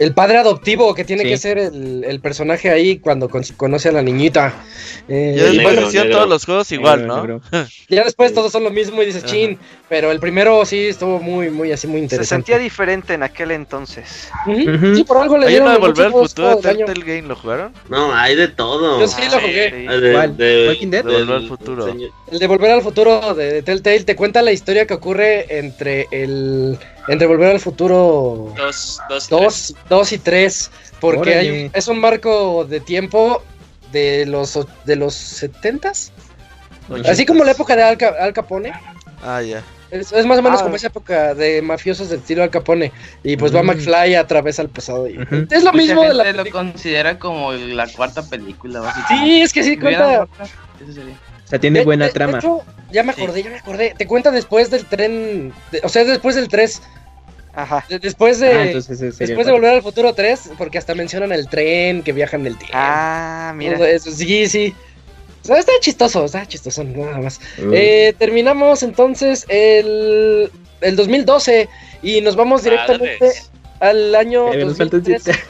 el padre adoptivo que tiene Sí. que ser el, el personaje ahí cuando con- conoce a la niñita. Eh, Y y después bueno, hacían todos los juegos igual, ¿no? Negro. ya después todos son lo mismo y dices, Ajá. chin, pero el primero sí estuvo muy, muy así, muy Se interesante. sentía diferente en aquel entonces. Ujú. Ujú. Sí, por algo le ¿Hay dieron uno de muchos Volver al juegos Futuro de todo el año. Telltale Game? ¿Lo jugaron? No, hay de todo. Yo sí lo Sí. jugué. Ah, de- ¿Cuál? de- ¿Walking Dead? De Volver al del Futuro. señor- El de Volver al Futuro de, de Telltale te cuenta la historia que ocurre entre el entre Volver al Futuro Dos, dos, dos, dos y tres, porque hay Órale. un- es un marco de tiempo de los o- de los setentas, así como la época de Al, Ca- Al Capone. Ah, ya. Es, es más o menos Ah. como esa época de mafiosos del estilo Al Capone. Y pues va Mm. McFly a través al pasado. Y, Ujú. es lo Mucha mismo de gente la lo película. considera como la cuarta película, básicamente. Sí, es que sí Si tuvieran cuenta. otra, eso sería. O sea, tiene De- buena de- de trama. hecho, ya me acordé, ya me acordé. Te cuenta después del tren. de- o sea, después del tres. Ajá. de- después de. Ah, entonces ese sería después de el Volver al Futuro tres. Porque hasta mencionan el tren, que viajan en el tiempo. Ah, mira. Todo eso, sí, sí. O sea, está chistoso, está chistoso, nada más. cuatro. Eh, terminamos entonces el, el dos mil doce. Y nos vamos directamente Madres. al año Eh, nos faltan dos mil trece.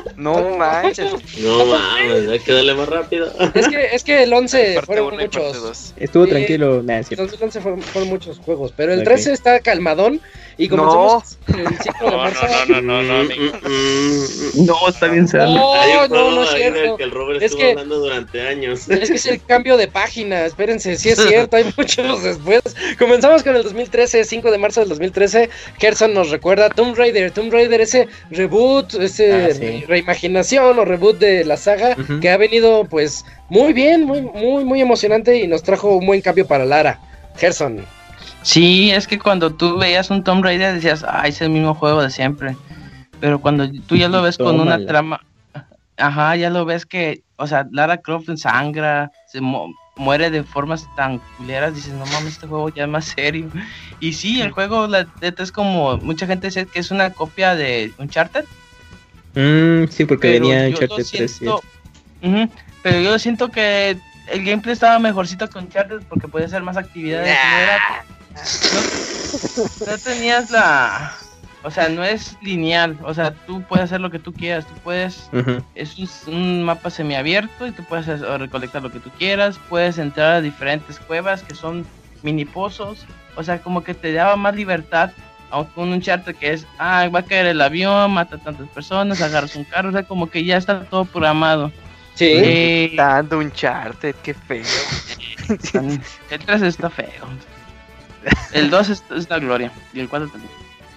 No manches. No mames, hay que darle más rápido. Es que, es que el once Parte fueron uno y parte muchos. dos. Estuvo Sí. tranquilo. Nah, es El cierto. dos mil once fueron, fueron muchos juegos, pero el Ok. trece está calmadón y comenzamos el cinco de No, marzo. no, no, no, no, no, amigo. Mm, mm, No, está bien cerrado. No, Hay un no, juego no es ahí en el cierto. que el Robert Es estuvo que- hablando durante años. Es que es el cambio de página, espérense, sí es cierto, hay muchos después. Comenzamos con el dos mil trece, cinco de marzo del dos mil trece. Gerson nos recuerda Tomb Raider, Tomb Raider, ese reboot, ese Ah, sí. re- reimaginación o reboot de la saga Ujú. que ha venido pues muy bien, muy, muy, muy emocionante y nos trajo un buen cambio para Lara. Gerson. Sí, es que cuando tú veías un Tomb Raider decías, ah, es el mismo juego de siempre. Pero cuando tú ya lo ves con una Tómala. trama, ajá, ya lo ves que, o sea, Lara Croft sangra, se mu- muere de formas tan culeras, dices, no mames, este juego ya es más serio. Y sí, el juego, la neta, es como, mucha gente dice que es una copia de Uncharted. Mm, sí, porque Pero venía yo Uncharted lo tres. sí. siento- Ujú, pero yo siento que el gameplay estaba mejorcito que Uncharted porque podía hacer más actividades. No, era- no- no tenías la... O sea, no es lineal. O sea, tú puedes hacer lo que tú quieras. Tú puedes... Ujú. Es un, un mapa semiabierto y tú puedes hacer- o recolectar lo que tú quieras. Puedes entrar a diferentes cuevas que son mini pozos. O sea, como que te daba más libertad. Aunque un Uncharted que es, ah, va a caer el avión, mata a tantas personas, agarras un carro, o sea, como que ya está todo programado. Sí. Eh, Dando un charter, qué feo. tan- el tres está feo. El dos es, es la gloria. Y el cuatro también.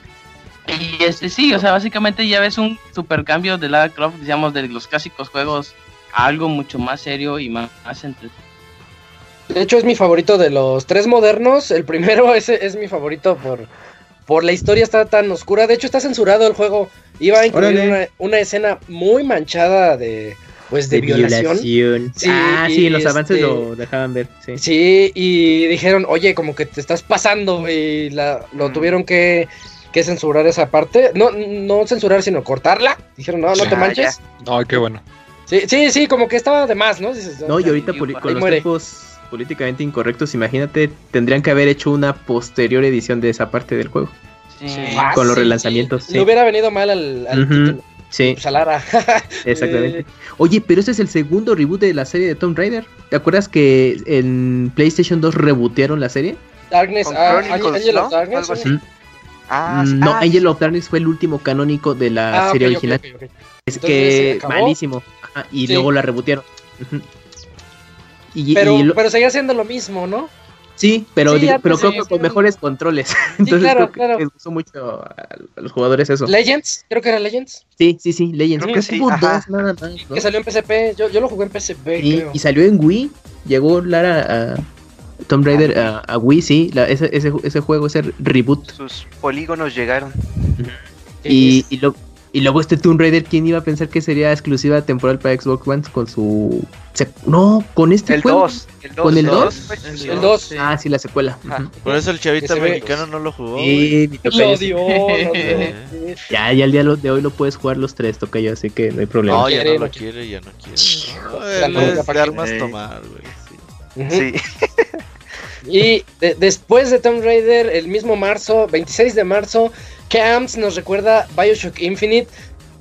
Y este sí, o sea, básicamente ya ves un super cambio de Lara Croft, digamos, de los clásicos juegos a algo mucho más serio y más, más entretenido. De hecho es mi favorito de los tres modernos. El primero ese es mi favorito por, por la historia está tan oscura. De hecho está censurado el juego. Iba a incluir Órale. una, una escena muy manchada de pues de, De violación. violación. Sí, ah, sí, y en los avances este- lo dejaban ver. Sí. Sí, y dijeron, oye, como que te estás pasando. Y la, lo Mm. tuvieron que, que censurar esa parte. No, no censurar, sino cortarla. Dijeron, no, no te Ah, manches. Ay, qué bueno. Sí, sí, sí, como que estaba de más, ¿no? Dices, No, y ahorita y poli- ahí con los muere. tiempos políticamente incorrectos, imagínate, tendrían que haber hecho una posterior edición de esa parte del juego. Sí. Ah, con los sí, relanzamientos, sí. sí. Le hubiera venido mal al, al Ujú. título. Sí, Pues a Lara. exactamente. Eh, Oye, pero ese es el segundo reboot de la serie de Tomb Raider. ¿Te acuerdas que en PlayStation dos rebootearon la serie? Darkness, Con ah, Chronicles, Angel ¿no? of Darkness. Algo así. ¿no? Mm, Ah, no, ah, Angel of Darkness fue el último canónico de la Ah, serie ok, ok, original. ok, ok. Es Entonces, que ¿se acabó? malísimo. Ajá, y Sí. luego la rebootearon. Ujú. Y, Pero, y lo- pero seguía siendo lo mismo, ¿no? sí, pero, sí, digo- antes pero creo sí, que sí. con mejores controles. Entonces claro, creo que claro. les gustó mucho a, a los jugadores eso. Legends, creo que era Legends. Sí, sí, sí, Legends. Creo Creo que que sí, hubo ajá. dos nada más, ¿no? Que salió en P S P. Yo, yo lo jugué en P S P, Y, creo. y salió en Wii. Llegó Lara a Tomb Raider a, a Wii, sí. La- ese, ese, ese juego, ese reboot. sus polígonos llegaron. Y, y, lo- y luego este Tomb Raider, ¿quién iba a pensar que sería exclusiva temporal para Xbox One con su... se- no, con este El juego. dos. El dos. ¿Con el el dos? dos fue El exclusivo. dos. Sí. Ah, sí, la secuela. Ajá. Ujú. Por eso el Que chavita se ve- mexicano no lo jugó. güey. Sí, mi Lo tocayo. odió, lo odió. Ya, ya al día lo- de hoy lo puedes jugar los tres, tocayo, así que no hay problema. No, ya quiere, no no lo quiere, ya no quiere. No, La él nunca es pa' de qué. armas Eh. tomar, güey. Sí. Ujú. Sí. Y de- después de Tomb Raider, el mismo marzo, veintiséis de marzo, Camps nos recuerda Bioshock Infinite.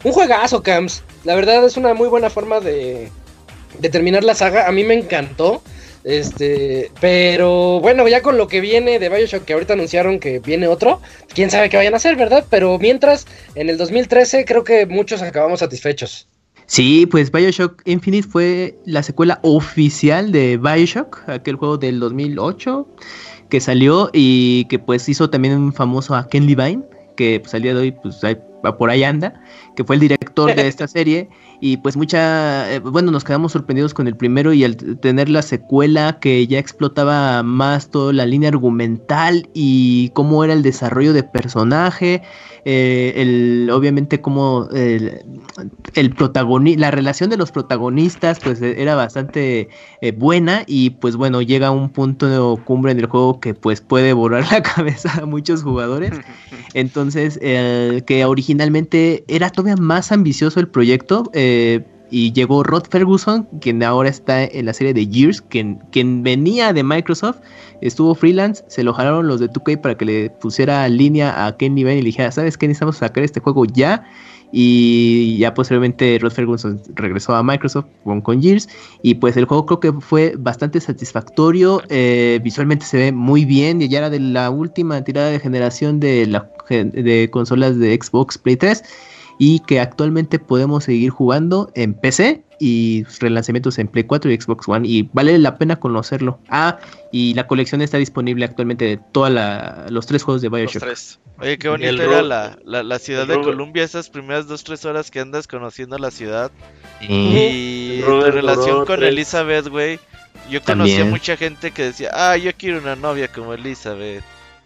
Un juegazo, Camps. La verdad es una muy buena forma de, de terminar la saga. A mí me encantó. Este, pero bueno, ya con lo que viene de BioShock, que ahorita anunciaron que viene otro, quién sabe qué vayan a hacer, ¿verdad? Pero mientras, en el dos mil trece creo que muchos acabamos satisfechos. Sí, pues BioShock Infinite fue la secuela oficial de BioShock, aquel juego del dos mil ocho que salió y que pues hizo también un famoso a Ken Levine, que pues al día de hoy pues ahí, por ahí anda, que fue el director de esta serie. Y pues mucha, eh, bueno, nos quedamos sorprendidos con el primero y al tener la secuela que ya explotaba más toda la línea argumental y cómo era el desarrollo de personaje, eh, el, obviamente cómo el, el protagoni- la relación de los protagonistas pues era bastante eh, buena y pues bueno, llega a un punto de cumbre en el juego que pues puede volar la cabeza a muchos jugadores. Entonces, eh, que originalmente era todavía más ambicioso el proyecto, eh, y llegó Rod Ferguson, quien ahora está en la serie de Gears, quien, quien venía de Microsoft, estuvo freelance, se lo jalaron los de dos K para que le pusiera línea a Ken Levine y le dijera, ¿sabes qué? Necesitamos sacar este juego ya. Y ya posteriormente Rod Ferguson regresó a Microsoft con, con Gears. Y pues el juego creo que fue bastante satisfactorio. Eh, visualmente se ve muy bien. Y ya era de la última tirada de generación de, la, de consolas de Xbox Play tres. Y que actualmente podemos seguir jugando en P C y relanzamientos en Play cuatro y Xbox One. Y vale la pena conocerlo. Ah, y la colección está disponible actualmente de todos los tres juegos de BioShock. Los tres. Oye, qué bonita era ro- la, la, la ciudad de Columbia, esas primeras dos, tres horas que andas conociendo la ciudad. Sí. Y tu relación con Elizabeth, güey. Yo conocí a mucha gente que decía, ah, yo quiero una novia como Elizabeth.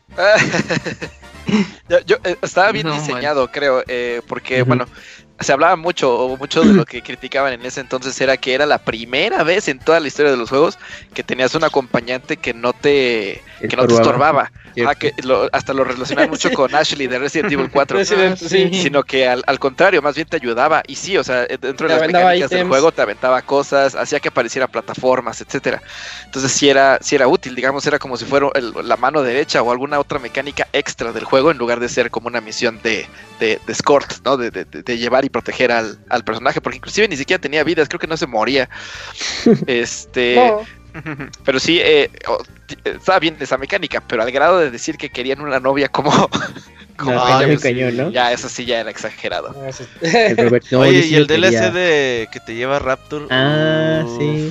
yo, yo eh, estaba bien no, diseñado, man. creo, eh, porque, uh-huh. bueno, se hablaba mucho, o mucho de lo que criticaban en ese entonces era que era la primera vez en toda la historia de los juegos que tenías un acompañante que no te, que no te estorbaba. Ah, que lo, hasta lo relacionaban mucho con Ashley de Resident Evil cuatro, Resident, sí. sino que al, al contrario, más bien te ayudaba. Y sí, o sea, dentro de las mecánicas ítems. del juego te aventaba cosas, hacía que aparecieran plataformas, etcétera. Entonces sí era, sí era útil, digamos, era como si fuera el, la mano derecha o alguna otra mecánica extra del juego en lugar de ser como una misión de, de, de escort, ¿no? De, de, de llevar y proteger al, al personaje, porque inclusive ni siquiera tenía vidas, creo que no se moría. este... No. Pero sí, eh, oh, estaba bien esa mecánica, pero al grado de decir que querían una novia como... como no, ella, pues, cañón, ¿no? Ya, eso sí ya era exagerado. No, eso... el Robert, no, Oye, y el D L C de que te lleva Rapture. Ah, uh... sí.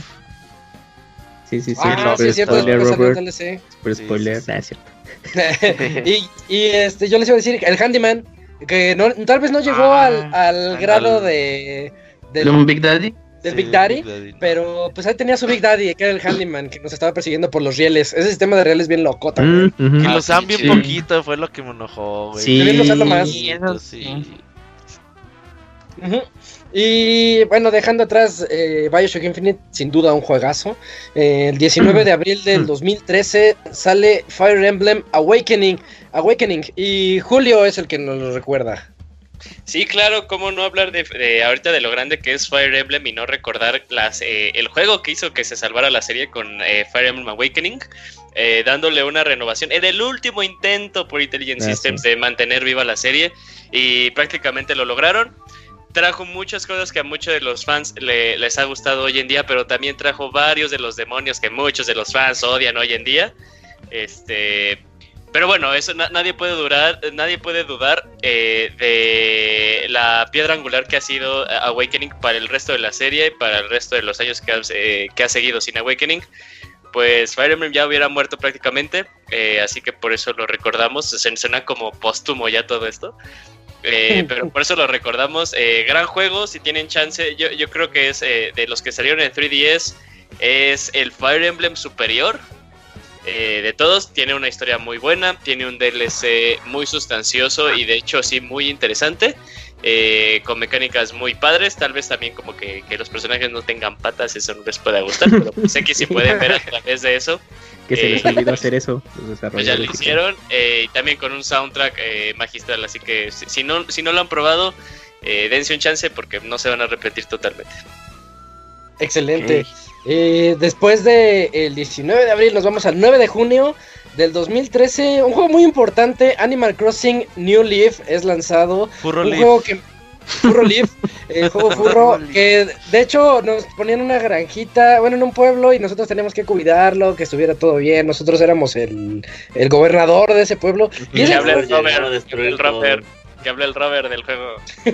Sí, sí, sí. Ah, sí, es cierto, spoiler, Robert. D L C. Super sí, spoiler, sí, sí. Nah, es cierto. y, y este, yo les iba a decir, el Handyman, que no, tal vez no llegó ah, al, al grado al... de... ¿De un Big Daddy? Del sí, Big, Daddy, Big Daddy, pero pues ahí tenía su Big Daddy, que era el Handyman, que nos estaba persiguiendo por los rieles. Ese sistema de rieles bien loco también. Mm, uh-huh. Que lo usaban bien sí. poquito, fue lo que me enojó, güey. Sí, debían usarlo más. Sí. Uh-huh. Y bueno, dejando atrás eh, BioShock Infinite, sin duda un juegazo. Eh, el diecinueve de abril del dos mil trece sale Fire Emblem Awakening, Awakening, y Julio es el que nos lo recuerda. Sí, claro, cómo no hablar de, de ahorita de lo grande que es Fire Emblem y no recordar las eh, el juego que hizo que se salvara la serie con eh, Fire Emblem Awakening, eh, dándole una renovación. Era el último intento por Intelligent Gracias. Systems de mantener viva la serie y prácticamente lo lograron. Trajo muchas cosas que a muchos de los fans le, les ha gustado hoy en día, pero también trajo varios de los demonios que muchos de los fans odian hoy en día. Este... Pero bueno, eso na- nadie puede durar, nadie puede dudar eh, de la piedra angular que ha sido Awakening para el resto de la serie y para el resto de los años que ha, eh, que ha seguido sin Awakening. Pues Fire Emblem ya hubiera muerto prácticamente, eh, así que por eso lo recordamos. Se suena como póstumo ya todo esto, eh, pero por eso lo recordamos. Eh, gran juego, si tienen chance. Yo, yo creo que es eh, de los que salieron en tres D S, es el Fire Emblem superior. Eh, de todos, tiene una historia muy buena, tiene un D L C muy sustancioso y de hecho sí muy interesante, eh, con mecánicas muy padres. Tal vez también como que, que los personajes no tengan patas, eso no les pueda gustar, pero sé que sí pueden ver a través de eso. Que se eh, les olvidó hacer eso. Pues ya lo hicieron, eh, y también con un soundtrack eh, magistral, así que si, si, no, si no lo han probado, eh, dense un chance porque no se van a arrepentir totalmente. Excelente. Okay. Eh, después del de diecinueve de abril nos vamos al nueve de junio del dos mil trece. Un juego muy importante, Animal Crossing New Leaf, es lanzado. Puro un Leaf. juego que Furro Live, el juego Furro, que de hecho nos ponían una granjita, bueno, en un pueblo, y nosotros teníamos que cuidarlo, que estuviera todo bien. Nosotros éramos el, el gobernador de ese pueblo. Y, y que hable el Robert, que hable el Robert, que hable el Robert del juego.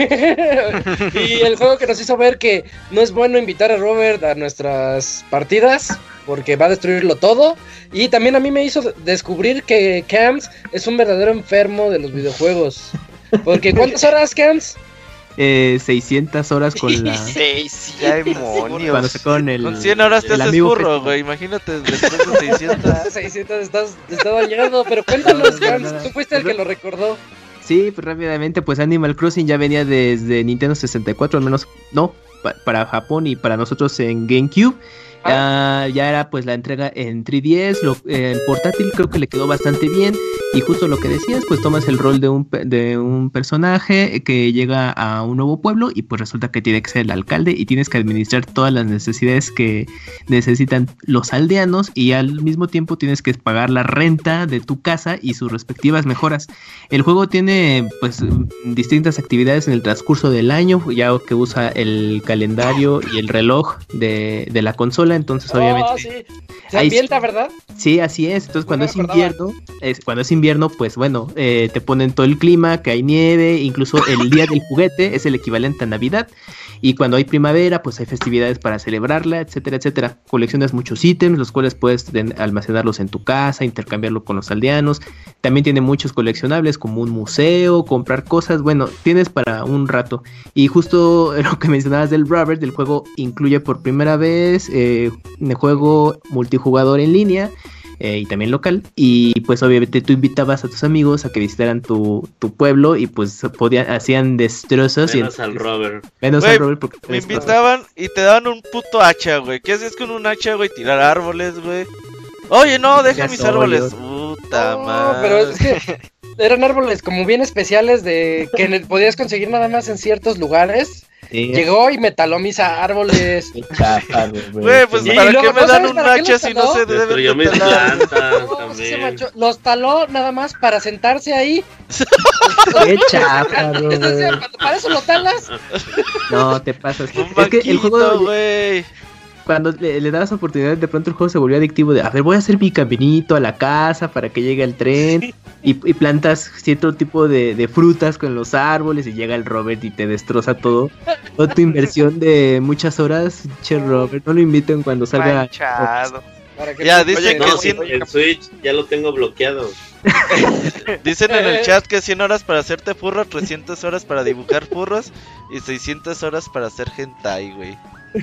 Y el juego que nos hizo ver que no es bueno invitar a Robert a nuestras partidas, porque va a destruirlo todo. Y también a mí me hizo descubrir que Camps es un verdadero enfermo de los videojuegos. Porque ¿cuántas horas, Camps? Eh, seiscientas horas con la... seiscientos demonios. Cuando sacaron el... Con cien horas te el haces amigo burro, festival. güey. Imagínate, después de seiscientos. seiscientos estás, está dañado, pero cuéntanos, Camps, tú fuiste el que lo recordó. Sí, pues rápidamente, pues Animal Crossing ya venía desde Nintendo sesenta y cuatro, al menos, no, pa- para Japón y para nosotros en GameCube. Ah. Uh, ya era pues la entrega en tres D S, lo, eh, el portátil creo que le quedó bastante bien. Y justo lo que decías, pues tomas el rol de un, de un personaje que llega a un nuevo pueblo y pues resulta que tiene que ser el alcalde y tienes que administrar todas las necesidades que necesitan los aldeanos y al mismo tiempo tienes que pagar la renta de tu casa y sus respectivas mejoras. El juego tiene pues distintas actividades en el transcurso del año, ya que usa el calendario y el reloj de, de la consola, entonces obviamente... Oh, sí. Se ambienta, sí, ¿verdad? Sí, así es. Entonces, cuando no es invierno, es, cuando es invierno, pues bueno, eh, te ponen todo el clima, que hay nieve, incluso el día del juguete es el equivalente a Navidad. Y cuando hay primavera, pues hay festividades para celebrarla, etcétera, etcétera. Coleccionas muchos ítems, los cuales puedes ten, almacenarlos en tu casa, intercambiarlo con los aldeanos. También tiene muchos coleccionables, como un museo, comprar cosas. Bueno, tienes para un rato. Y justo lo que mencionabas del Robert, del juego incluye por primera vez eh, un juego multijugador en línea. Eh, y también local, y pues obviamente tú invitabas a tus amigos a que visitaran tu, tu pueblo y pues podían, hacían destrozos. Menos y, al Robert. Menos Wey, al Robert porque me invitaban y te daban un puto hacha, güey. ¿Qué hacías con un hacha, güey? Tirar árboles, güey. Oye, no, deja mis árboles. Puta no, madre. Pero es que eran árboles como bien especiales de que podías conseguir nada más en ciertos lugares. Sí. Llegó y me taló mis árboles. Güey, pues sí, ¿para luego, qué me ¿no dan un hacha si no se deben de talar? No, sí macho, los taló nada más para sentarse ahí. Qué chafa, ¿Para eso lo talas? No, te pasas. Un es banquito, que el juego, güey. Cuando le, le dabas oportunidad, de pronto el juego se volvió adictivo de, a ver, voy a hacer mi caminito a la casa para que llegue el tren, sí. y, y plantas cierto tipo de, de frutas con los árboles y llega el Robert y te destroza todo. Toda tu inversión de muchas horas, che Robert, no lo inviten cuando salga. Manchado. Ya, dicen no, que cien... el Switch ya lo tengo bloqueado. Dicen en el chat que cien horas para hacerte furro, trescientas horas para dibujar furros y seiscientas horas para hacer hentai, güey.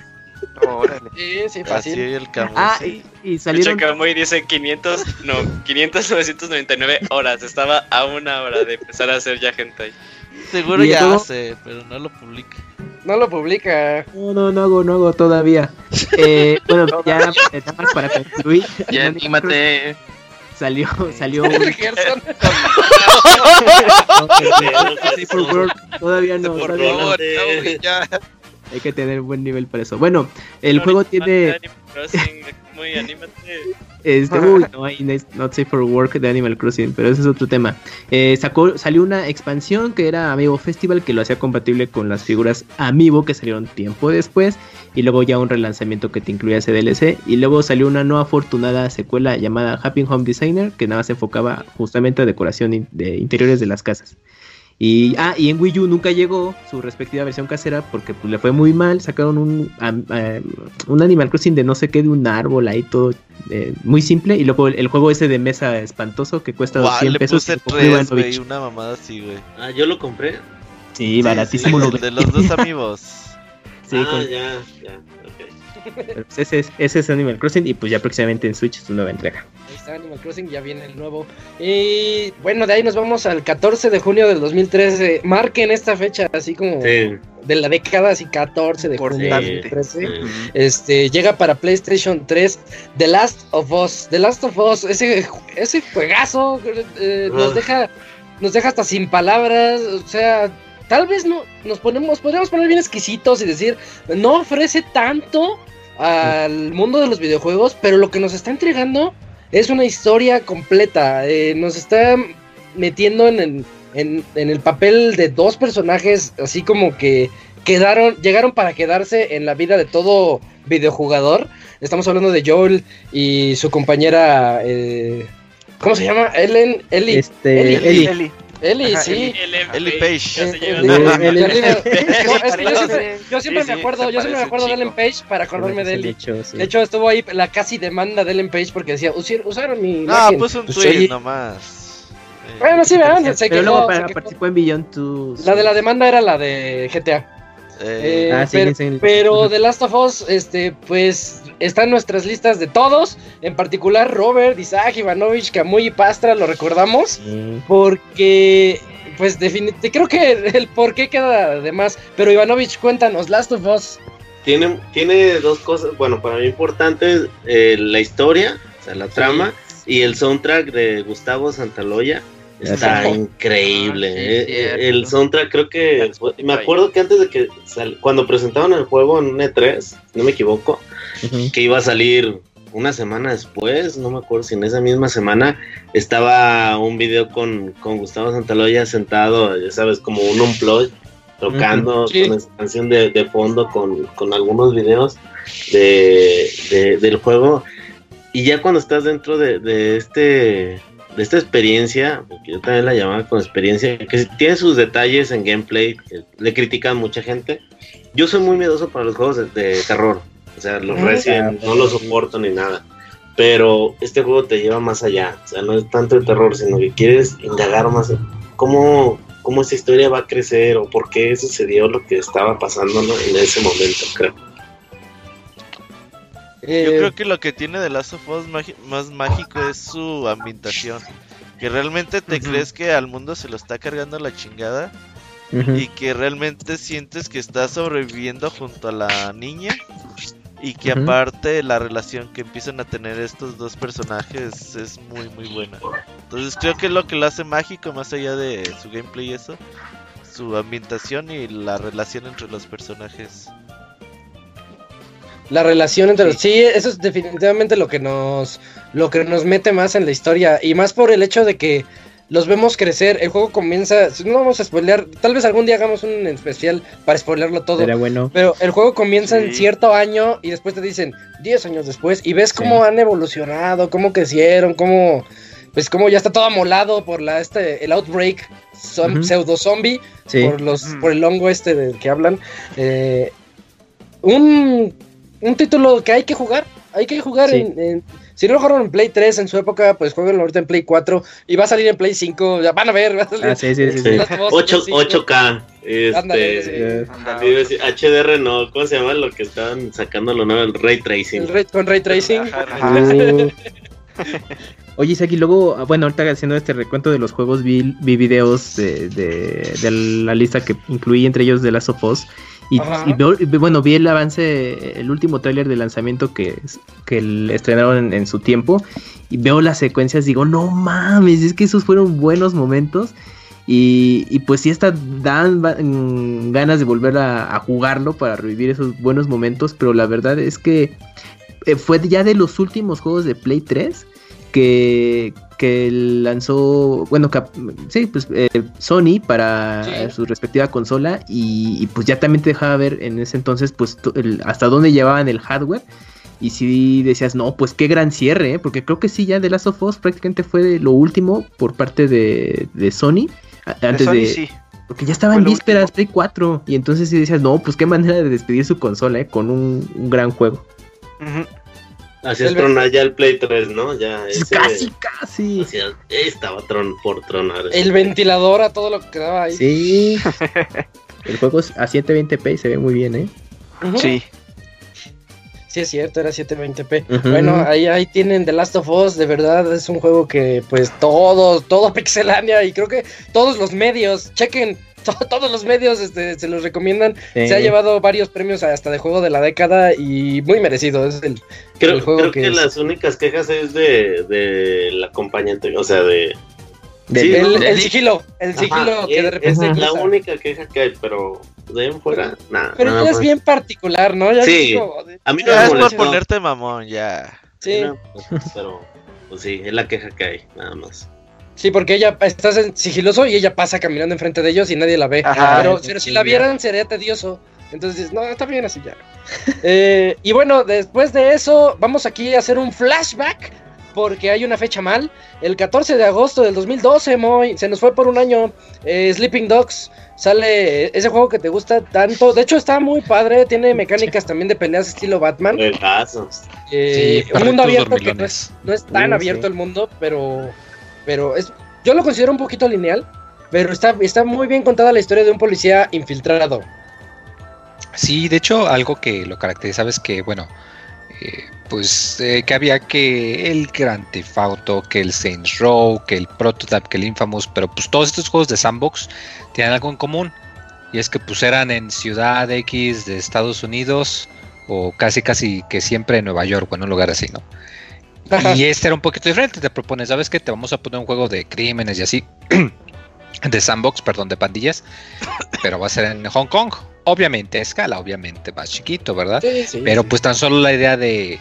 Órale. Sí, sí, fácil. Así el Camuy. Ah, y, y salieron... De hecho, Camuy dice quinientos, no, quinientos, novecientos noventa y nueve horas. Estaba a una hora de empezar a hacer ya hentai. Seguro ya todo... hace, pero no lo publica. No lo publica. No, no, no hago, no hago todavía. Eh, bueno, ya nada más para concluir. Ya anímate. Salió, salió un... Todavía no. Por favor, ya. Hay que tener buen nivel para eso. Bueno, el no, juego tiene... Muy anímate. Este, uy, no hay Not Safe for Work de Animal Crossing, pero ese es otro tema. Eh, sacó, salió una expansión que era Amiibo Festival, que lo hacía compatible con las figuras Amiibo que salieron tiempo después, y luego ya un relanzamiento que te incluía ese D L C, y luego salió una no afortunada secuela llamada Happy Home Designer, que nada más se enfocaba justamente a decoración in- de interiores de las casas. Y, ah, y en Wii U nunca llegó su respectiva versión casera porque pues, le fue muy mal. Sacaron un, um, um, un Animal Crossing de no sé qué, de un árbol ahí todo eh, muy simple. Y luego el, el juego ese de mesa espantoso que cuesta wow, cien le pesos. Puse tres, wey, una mamada así, güey. Ah, yo lo compré. Sí, sí baratísimo. Sí, el de los dos amigos. Sí, ah, con... ya, ya, ok. Pero pues ese, es, ese es Animal Crossing y pues ya próximamente en Switch es su nueva entrega. Ahí está Animal Crossing, ya viene el nuevo. Y bueno, de ahí nos vamos al catorce de junio del dos mil trece. Marquen esta fecha, así como sí. de la década, así catorce de junio del dos mil trece. Sí. Este, llega para PlayStation tres The Last of Us. The Last of Us, ese, ese juegazo eh, nos deja nos deja hasta sin palabras, o sea... Tal vez no nos ponemos, podríamos poner bien exquisitos y decir, no ofrece tanto al mundo de los videojuegos, pero lo que nos está entregando es una historia completa. Eh, nos está metiendo en, en, en, en el papel de dos personajes así como que quedaron, llegaron para quedarse en la vida de todo videojugador. Estamos hablando de Joel y su compañera, eh, ¿cómo se llama? Ellen, Ellie. Este, Ellie. Ellie. Ellie. Ellie, Ajá, sí. Ellie Page. Yo siempre me acuerdo, yo siempre me acuerdo de Ellen Page para acordarme de Ellie. Hecho, sí. De hecho, estuvo ahí la casi demanda de Ellen Page porque decía, usaron mi No, imagen. puso un Pues, tweet oye, nomás. Eh, Bueno, sí, vean, se Pero quejó, luego se para, quejó. participó en Beyond Two. La de la demanda era la de G T A. eh, Eh, Ah, sí, pero, sí, sí. pero The Last of Us, este, pues, está en nuestras listas de todos. En particular, Robert, Isaac, Ivanovich, Camuy y Pastra, lo recordamos. Sí. Porque, pues, definitivamente, creo que el por qué queda de más. Pero Ivanovich, cuéntanos, Last of Us. Tiene, tiene dos cosas, bueno, para mí importantes, eh, la historia, o sea, la trama, y el soundtrack de Gustavo Santaloya. Está Sí. increíble. Ah, sí, eh, cierto. el soundtrack creo que... fue- me acuerdo que antes de que... sal- cuando presentaban el juego en E tres, no me equivoco, Ujú. que iba a salir una semana después, no me acuerdo si en esa misma semana, estaba un video con, con Gustavo Santaloya sentado, ya sabes, como un unplugged, tocando Ujú, sí. con esa canción de, de fondo con, con algunos videos de, de- del juego. Y ya cuando estás dentro de, de este de esta experiencia, porque yo también la llamaba con experiencia, que tiene sus detalles en gameplay, que le critican mucha gente. Yo soy muy miedoso para los juegos de, de terror, o sea, los Ujú. Resident no los soporto ni nada, pero este juego te lleva más allá, o sea, no es tanto el terror, sino que quieres indagar más en cómo, cómo esta historia va a crecer o por qué sucedió lo que estaba pasando, ¿no? En ese momento, creo. Yo Eh, creo que lo que tiene The Last of Us magi- más mágico es su ambientación. Que realmente te Ujú. crees que al mundo se lo está cargando la chingada. Ujú. Y que realmente sientes que estás sobreviviendo junto a la niña. Y que Ujú. aparte la relación que empiezan a tener estos dos personajes es muy muy buena. Entonces creo que es lo que lo hace mágico, más allá de su gameplay y eso. Su ambientación y la relación entre los personajes. La relación entre los... Sí, eso es definitivamente lo que nos lo que nos mete más en la historia. Y más por el hecho de que los vemos crecer. El juego comienza... No vamos a spoilear. Tal vez algún día hagamos un especial para spoilearlo todo. Era bueno. Pero el juego comienza en Sí. cierto año y después te dicen diez años después. Y ves Sí. cómo han evolucionado, cómo crecieron, cómo... Pues cómo ya está todo amolado por la este el outbreak som- Ujú. pseudo zombie. Sí. Por los Ujú. por el hongo este del que hablan. Eh, un, un título que hay que jugar. Hay que jugar Sí. en, en- si no lo jugaron en Play tres en su época, pues jueguenlo ahorita en Play cuatro. Y va a salir en Play cinco. Ya van a ver. Va a salir Ah, sí, sí, sí. Sí. sí. Last of Us ocho, Play cinco. ocho K. Este, Ándale, sí. Eh, Ajá. iba a decir, H D R no, ¿cómo se llama lo que estaban sacando lo nuevo? El Ray Tracing. El ray- con Ray Tracing. Ajá. Uh. Oye, Isaac, y luego, ah, bueno, ahorita haciendo este recuento de los juegos, vi, vi videos de, de, de la lista que incluí entre ellos de Last of Us. Y, Ajá. y veo- y bueno, vi el avance, el último tráiler de lanzamiento que, que el- estrenaron en, en su tiempo. Y veo las secuencias, digo, no mames, es que esos fueron buenos momentos. Y, y pues sí, hasta dan va- mm, ganas de volver a, a jugarlo para revivir esos buenos momentos. Pero la verdad es que eh, fue ya de los últimos juegos de Play tres que, que lanzó, bueno, cap- sí, pues eh, Sony para Sí. eh, su respectiva consola y, y, pues ya también te dejaba ver en ese entonces pues to- el- hasta dónde llevaban el hardware. Y si decías, no, pues qué gran cierre, ¿eh? Porque creo que sí, ya The Last of Us prácticamente fue de lo último por parte de, de Sony. a- De Antes Sony, de, sí. porque ya estaba Fue en lo vísperas último. Play cuatro. Y entonces sí decías, no, pues qué manera de despedir su consola, ¿eh? Con un, un gran juego. Ujú. Hacías El- tronar ya el Play tres, ¿no? Ya ese- Casi, casi. hacías- estaba tron, por tronar. El ventilador a todo lo que quedaba ahí. Sí. El juego es a setecientos veinte p y se ve muy bien, ¿eh? Ujú. Sí. Sí, es cierto, era setecientos veinte p. Ujú. Bueno, ahí, ahí tienen The Last of Us, de verdad es un juego que pues todo, todo pixelania y creo que todos los medios, chequen, to- todos los medios este, se los recomiendan. Sí. Se ha llevado varios premios hasta de juego de la década y muy merecido, es el, Creo, el juego creo que que, es. las únicas quejas es de, de la acompañante, o sea, de... De- Sí, El, ¿no? el sigilo, el sigilo Ajá, que de es- repente es la usa. única queja que hay, pero de ahí en fuera, nada. Pero nada ya es más. bien particular, ¿no? Ya Sí. es como de- A mí no Ya me es por molestó. ponerte mamón, ya. Sí. No, pues, pero, pues sí, es la queja que hay, nada más. Sí, porque ella está sigiloso y ella pasa caminando enfrente de ellos y nadie la ve. Ajá, pero, pero si la vieran sería tedioso. Entonces, no, está bien así ya. eh, y bueno, después de eso, vamos aquí a hacer un flashback. Porque hay una fecha mal. El catorce de agosto del dos mil doce, Moy. Se nos fue por un año. Eh, Sleeping Dogs. Sale ese juego que te gusta tanto. De hecho, está muy padre. Tiene mecánicas también de peleas estilo Batman. Eh, sí, un mundo abierto que no es, no es tan sí, abierto sí. el mundo, pero. Pero es. Yo lo considero un poquito lineal. Pero está, está muy bien contada la historia de un policía infiltrado. Sí, de hecho, algo que lo caracteriza es que, bueno. Eh, pues eh, que había que el Grand Theft Auto, que el Saints Row, que el Prototype, que el Infamous, pero pues todos estos juegos de sandbox tienen algo en común, y es que pues eran en ciudad X de Estados Unidos, o casi casi que siempre en Nueva York, o en un lugar así, ¿no? Ajá. Y este era un poquito diferente, te propones, ¿sabes qué? Te vamos a poner un juego de crímenes y así, de sandbox, perdón, de pandillas, pero va a ser en Hong Kong. Obviamente a escala, obviamente más chiquito, ¿verdad? Sí, sí, pero sí. Pues tan solo la idea de,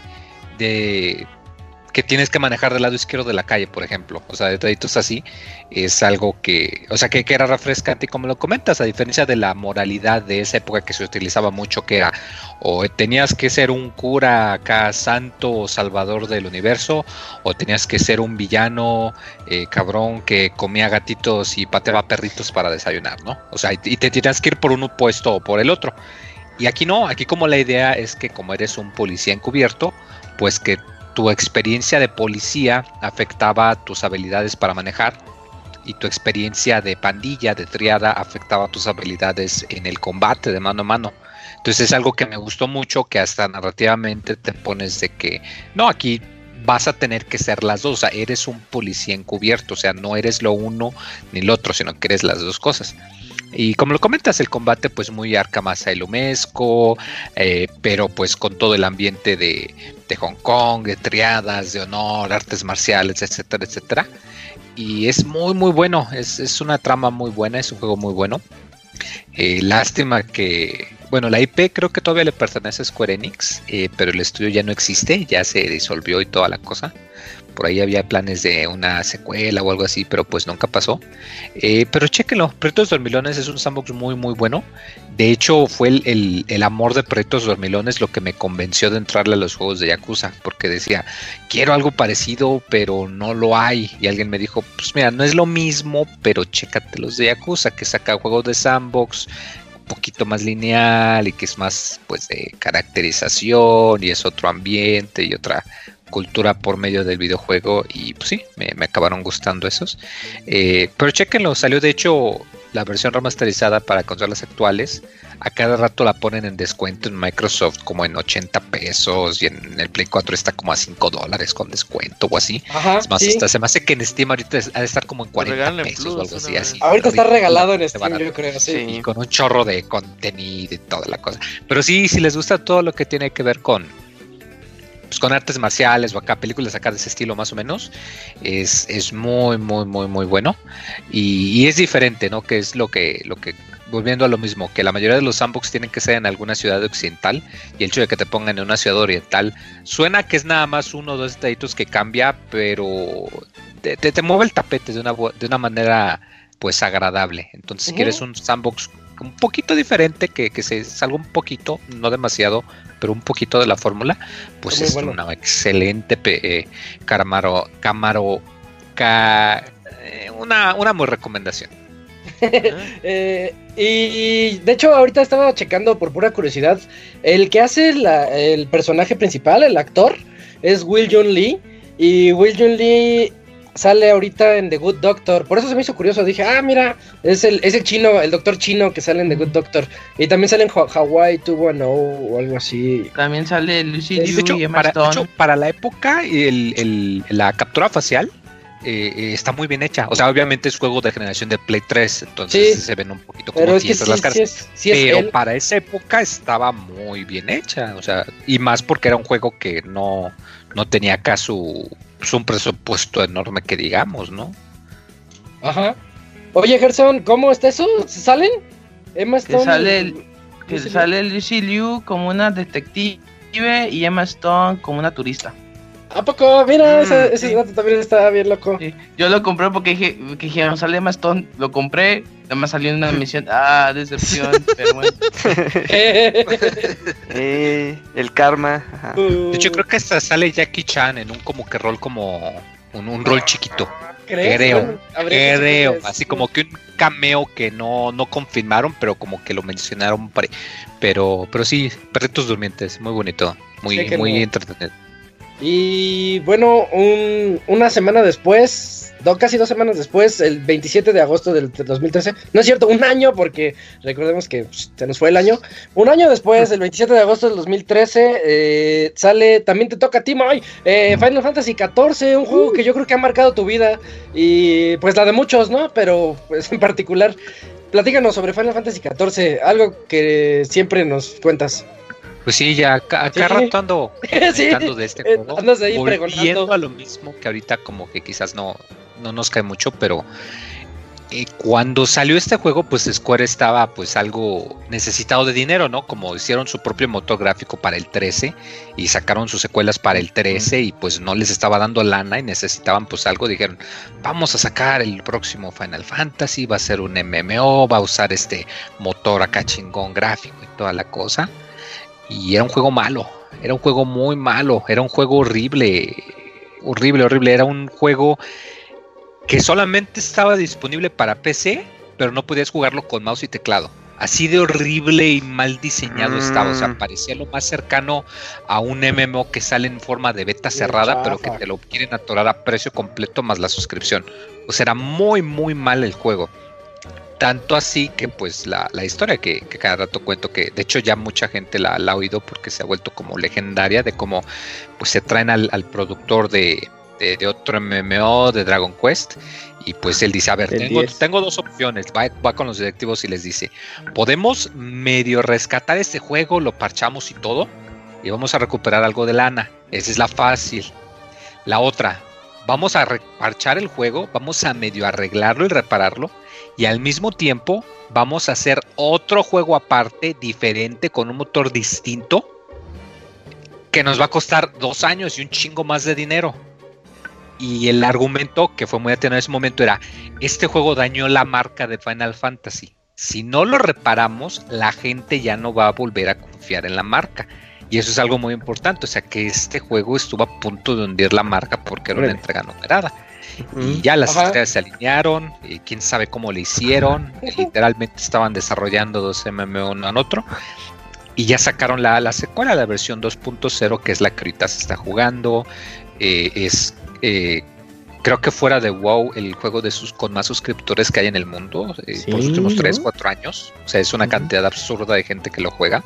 de que tienes que manejar del lado izquierdo de la calle, por ejemplo, o sea, detallitos así, es algo que, o sea, que, que era refrescante, y como lo comentas, a diferencia de la moralidad de esa época que se utilizaba mucho, que era, o tenías que ser un cura acá santo o salvador del universo, o tenías que ser un villano eh, cabrón que comía gatitos y pateaba perritos para desayunar, ¿no? O sea, y, y te tenías que ir por un puesto o por el otro. Y aquí no, aquí como la idea es que como eres un policía encubierto, pues que tu experiencia de policía afectaba tus habilidades para manejar, y tu experiencia de pandilla, de triada, afectaba tus habilidades en el combate de mano a mano. Entonces es algo que me gustó mucho, que hasta narrativamente te pones de que, no, aquí vas a tener que ser las dos, o sea, eres un policía encubierto, o sea, no eres lo uno ni lo otro, sino que eres las dos cosas. Y como lo comentas, el combate pues muy Arkham Asylumesco, eh, pero pues con todo el ambiente de, de Hong Kong, de triadas, de honor, artes marciales, etcétera, etcétera. Y es muy muy bueno, es, es una trama muy buena, es un juego muy bueno. Eh, lástima que, bueno, la I P creo que todavía le pertenece a Square Enix, eh, pero el estudio ya no existe, ya se disolvió y toda la cosa. Por ahí había planes de una secuela o algo así, pero pues nunca pasó. Eh, pero chéquenlo, Proyectos Dormilones es un sandbox muy muy bueno. De hecho fue el, el, el amor de Proyectos Dormilones lo que me convenció de entrarle a los juegos de Yakuza, porque decía, quiero algo parecido, pero no lo hay. Y alguien me dijo, pues mira, no es lo mismo, pero chécate los de Yakuza, que saca juegos de sandbox, un poquito más lineal y que es más pues de caracterización y es otro ambiente y otra cultura por medio del videojuego, y pues sí, me, me acabaron gustando esos. Eh, pero chéquenlo, salió de hecho la versión remasterizada para consolas actuales. A cada rato la ponen en descuento en Microsoft como en ochenta pesos, y en el Play cuatro está como a cinco dólares con descuento o así. Ajá, es más, sí. Hasta se me hace que en Steam ahorita ha de estar como en cuarenta pesos plus, o algo así, así. Ahorita está regalado en Steam, barato, yo creo, sí. Y con un chorro de contenido y toda la cosa. Pero sí, si les gusta todo lo que tiene que ver con pues con artes marciales o acá películas acá de ese estilo más o menos, es, es muy muy muy muy bueno, y, y es diferente, ¿no? Que es lo que lo que volviendo a lo mismo, que la mayoría de los sandbox tienen que ser en alguna ciudad occidental, y el hecho de que te pongan en una ciudad oriental suena que es nada más uno o dos detallitos que cambia, pero te, te, te mueve el tapete de una de una manera pues agradable. Entonces, uh-huh. si quieres un sandbox un poquito diferente, que, que se salga un poquito, no demasiado, pero un poquito de la fórmula, pues es bueno. Una excelente eh, Camaro, Camaro, ca, eh, una, una muy recomendación. eh, y de hecho ahorita estaba checando por pura curiosidad, el que hace la, el personaje principal, el actor, es Will Jun Lee, y Will Jun Lee sale ahorita en The Good Doctor. Por eso se me hizo curioso. Dije, ah, mira, es el, es el chino, el doctor chino que sale en The Good Doctor. Y también sale en Hawaii dos diez o algo así. También sale Lucy Liu de hecho, y Emma para, Stone. De hecho, para la época, el, el, la captura facial eh, eh, está muy bien hecha. O sea, obviamente es juego de generación de Play tres, entonces sí, se ven un poquito como tiesas sí, las caras. Sí es, sí pero es para esa época estaba muy bien hecha. O sea, y más porque era un juego que no, no tenía acá su... pues un presupuesto enorme que digamos, ¿no? Ajá. Oye, Gerson, ¿cómo está eso? ¿Salen? Emma Stone. Que sale, el, que sale Lucy Liu como una detective y Emma Stone como una turista. ¿A poco? Mira, mm, ese, ese sí. dato también estaba bien loco. Sí. Yo lo compré porque dije, que dije, no sale más ton. Lo compré, nada más salió en una misión. Ah, decepción, pero bueno. eh, el karma. Ajá. De hecho, creo que hasta sale Jackie Chan en un como que rol como un, un rol chiquito. ¿Crees? Creo, bueno, creo, así como que un cameo que no, no confirmaron, pero como que lo mencionaron, pero, pero sí, Perritos Durmientes, muy bonito, muy, sí, muy no. entretenido. Y bueno, un, una semana después, do, casi dos semanas después, el veintisiete de agosto del dos mil trece, no es cierto, un año, porque recordemos que pff, se nos fue el año, un año después, el veintisiete de agosto del dos mil trece, eh, sale, también te toca a ti, Moy, eh, Final Fantasy catorce, un juego uh. que yo creo que ha marcado tu vida, y pues la de muchos, ¿no? Pero pues en particular, platícanos sobre Final Fantasy catorce, algo que siempre nos cuentas. Pues sí, ya acá, acá sí. rato ando comentando sí. de este juego. Andas ahí volviendo pregonando. A lo mismo que ahorita como que quizás no, no nos cae mucho, pero eh, cuando salió este juego, pues Square estaba pues algo necesitado de dinero, ¿no? Como hicieron su propio motor gráfico para el trece y sacaron sus secuelas para el trece y pues no les estaba dando lana y necesitaban pues algo, dijeron, vamos a sacar el próximo Final Fantasy, va a ser un M M O, va a usar este motor acá chingón gráfico y toda la cosa. Y era un juego malo, era un juego muy malo, era un juego horrible, horrible, horrible. Era un juego que solamente estaba disponible para P C, pero no podías jugarlo con mouse y teclado. Así de horrible y mal diseñado mm. estaba, o sea, parecía lo más cercano a un M M O que sale en forma de beta cerrada, pero que te lo quieren atorar a precio completo más la suscripción. O sea, era muy, muy mal el juego. Tanto así que pues la, la historia que, que cada rato cuento, que de hecho ya mucha gente la, la ha oído porque se ha vuelto como legendaria, de cómo pues se traen al, al productor de, de, de otro M M O, de Dragon Quest, y pues él dice, a ver, tengo, tengo dos opciones, va, va con los directivos y les dice, podemos medio rescatar este juego, lo parchamos y todo, y vamos a recuperar algo de lana, esa es la fácil. La otra, vamos a reparchar el juego, vamos a medio arreglarlo y repararlo, y al mismo tiempo vamos a hacer otro juego aparte, diferente, con un motor distinto, que nos va a costar dos años y un chingo más de dinero. Y el argumento, que fue muy atinado en ese momento, era, este juego dañó la marca de Final Fantasy. Si no lo reparamos, la gente ya no va a volver a confiar en la marca. Y eso es algo muy importante, o sea que este juego estuvo a punto de hundir la marca porque era una entrega numerada. Y ya las Ajá. estrellas se alinearon, y quién sabe cómo le hicieron, literalmente estaban desarrollando dos M M O uno en otro, y ya sacaron la, la secuela, la versión dos punto cero, que es la que ahorita se está jugando, eh, es eh, creo que fuera de WoW el juego de sus con más suscriptores que hay en el mundo, eh, sí, por los últimos tres, cuatro años, o sea es una uh-huh. cantidad absurda de gente que lo juega.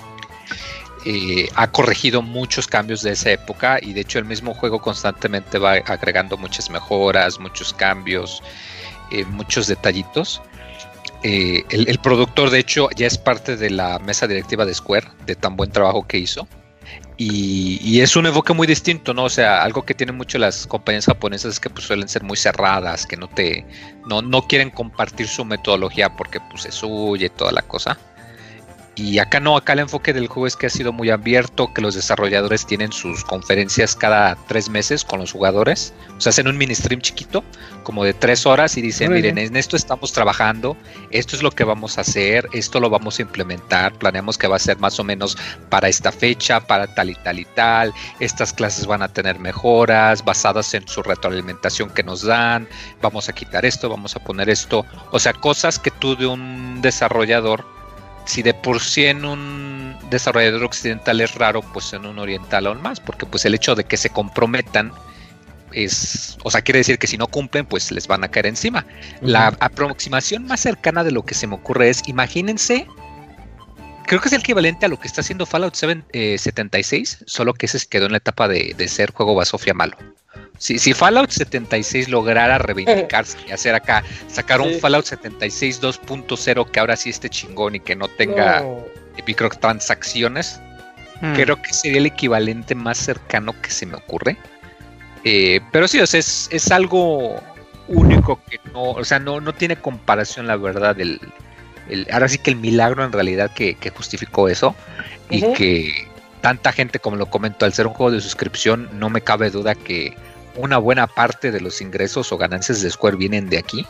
Eh, ha corregido muchos cambios de esa época y de hecho el mismo juego constantemente va agregando muchas mejoras, muchos cambios, eh, muchos detallitos. Eh, el, el productor de hecho ya es parte de la mesa directiva de Square, de tan buen trabajo que hizo. Y, y es un enfoque muy distinto, ¿no? O sea, algo que tienen mucho las compañías japonesas es que pues, suelen ser muy cerradas, que no te no, no quieren compartir su metodología porque pues es suya y toda la cosa. Y acá no, acá el enfoque del juego es que ha sido muy abierto, que los desarrolladores tienen sus conferencias cada tres meses con los jugadores. O sea, hacen un mini stream chiquito, como de tres horas y dicen, Muy miren, bien. en esto estamos trabajando, esto es lo que vamos a hacer, esto lo vamos a implementar, planeamos que va a ser más o menos para esta fecha, para tal y tal y tal, estas clases van a tener mejoras basadas en su retroalimentación que nos dan, vamos a quitar esto, vamos a poner esto. O sea, cosas que tú de un desarrollador, si de por sí en un desarrollador occidental es raro, pues en un oriental aún más, porque pues el hecho de que se comprometan es, o sea, quiere decir que si no cumplen, pues les van a caer encima. Uh-huh. La aproximación más cercana de lo que se me ocurre es, imagínense, creo que es el equivalente a lo que está haciendo Fallout setenta y seis, solo que ese se quedó en la etapa de, de ser juego basofia malo. Si, si Fallout setenta y seis lograra reivindicarse y hacer acá, sacar sí. un Fallout setenta y seis dos punto cero que ahora sí esté chingón y que no tenga no. microtransacciones, hmm. creo que sería el equivalente más cercano que se me ocurre. Eh, pero sí, o sea, es, es algo único que no, o sea, no, no tiene comparación, la verdad, el, el, ahora sí que el milagro en realidad que, que justificó eso uh-huh. y que tanta gente, como lo comento, al ser un juego de suscripción, no me cabe duda que una buena parte de los ingresos o ganancias de Square vienen de aquí.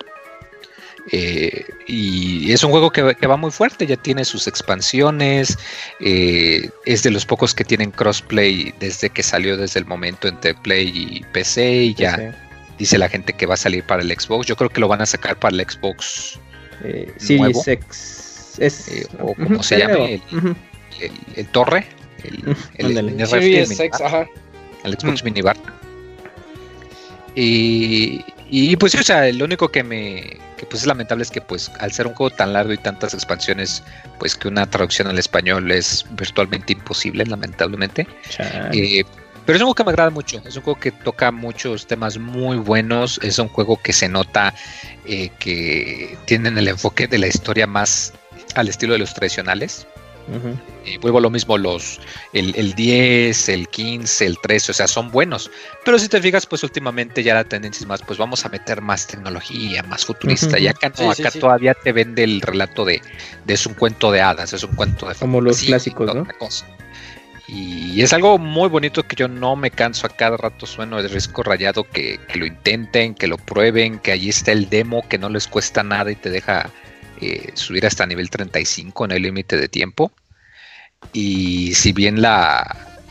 Eh, y es un juego que, que va muy fuerte, ya tiene sus expansiones, eh, es de los pocos que tienen crossplay desde que salió, desde el momento entre Play y P C, y ya P C. Dice la gente que va a salir para el Xbox. Yo creo que lo van a sacar para el Xbox eh, Series X es, eh, o como uh-huh, se llame el, uh-huh. el, el, el torre el, el, el, el Series X, ajá. El Xbox uh-huh. Minibar. Y, y pues sí, o sea, lo único que me que pues es lamentable es que pues al ser un juego tan largo y tantas expansiones, pues que una traducción al español es virtualmente imposible, lamentablemente. Eh, pero es un juego que me agrada mucho, es un juego que toca muchos temas muy buenos, es un juego que se nota eh, que tienen el enfoque de la historia más al estilo de los tradicionales. Uh-huh. Y vuelvo a lo mismo, los el, el diez, el quince, el trece, o sea, son buenos, pero si te fijas, pues últimamente ya la tendencia es más, pues vamos a meter más tecnología, más futurista. Uh-huh. Y acá no, sí, acá sí, todavía sí. te vende el relato de, de es un cuento de hadas, es un cuento de como los clásicos, ¿no? Cosa. Y es algo muy bonito que yo no me canso, a cada rato sueno el Risco Rayado, que, que lo intenten, que lo prueben, que allí está el demo, que no les cuesta nada y te deja Eh, subir hasta nivel treinta y cinco en el límite de tiempo. Y si bien la,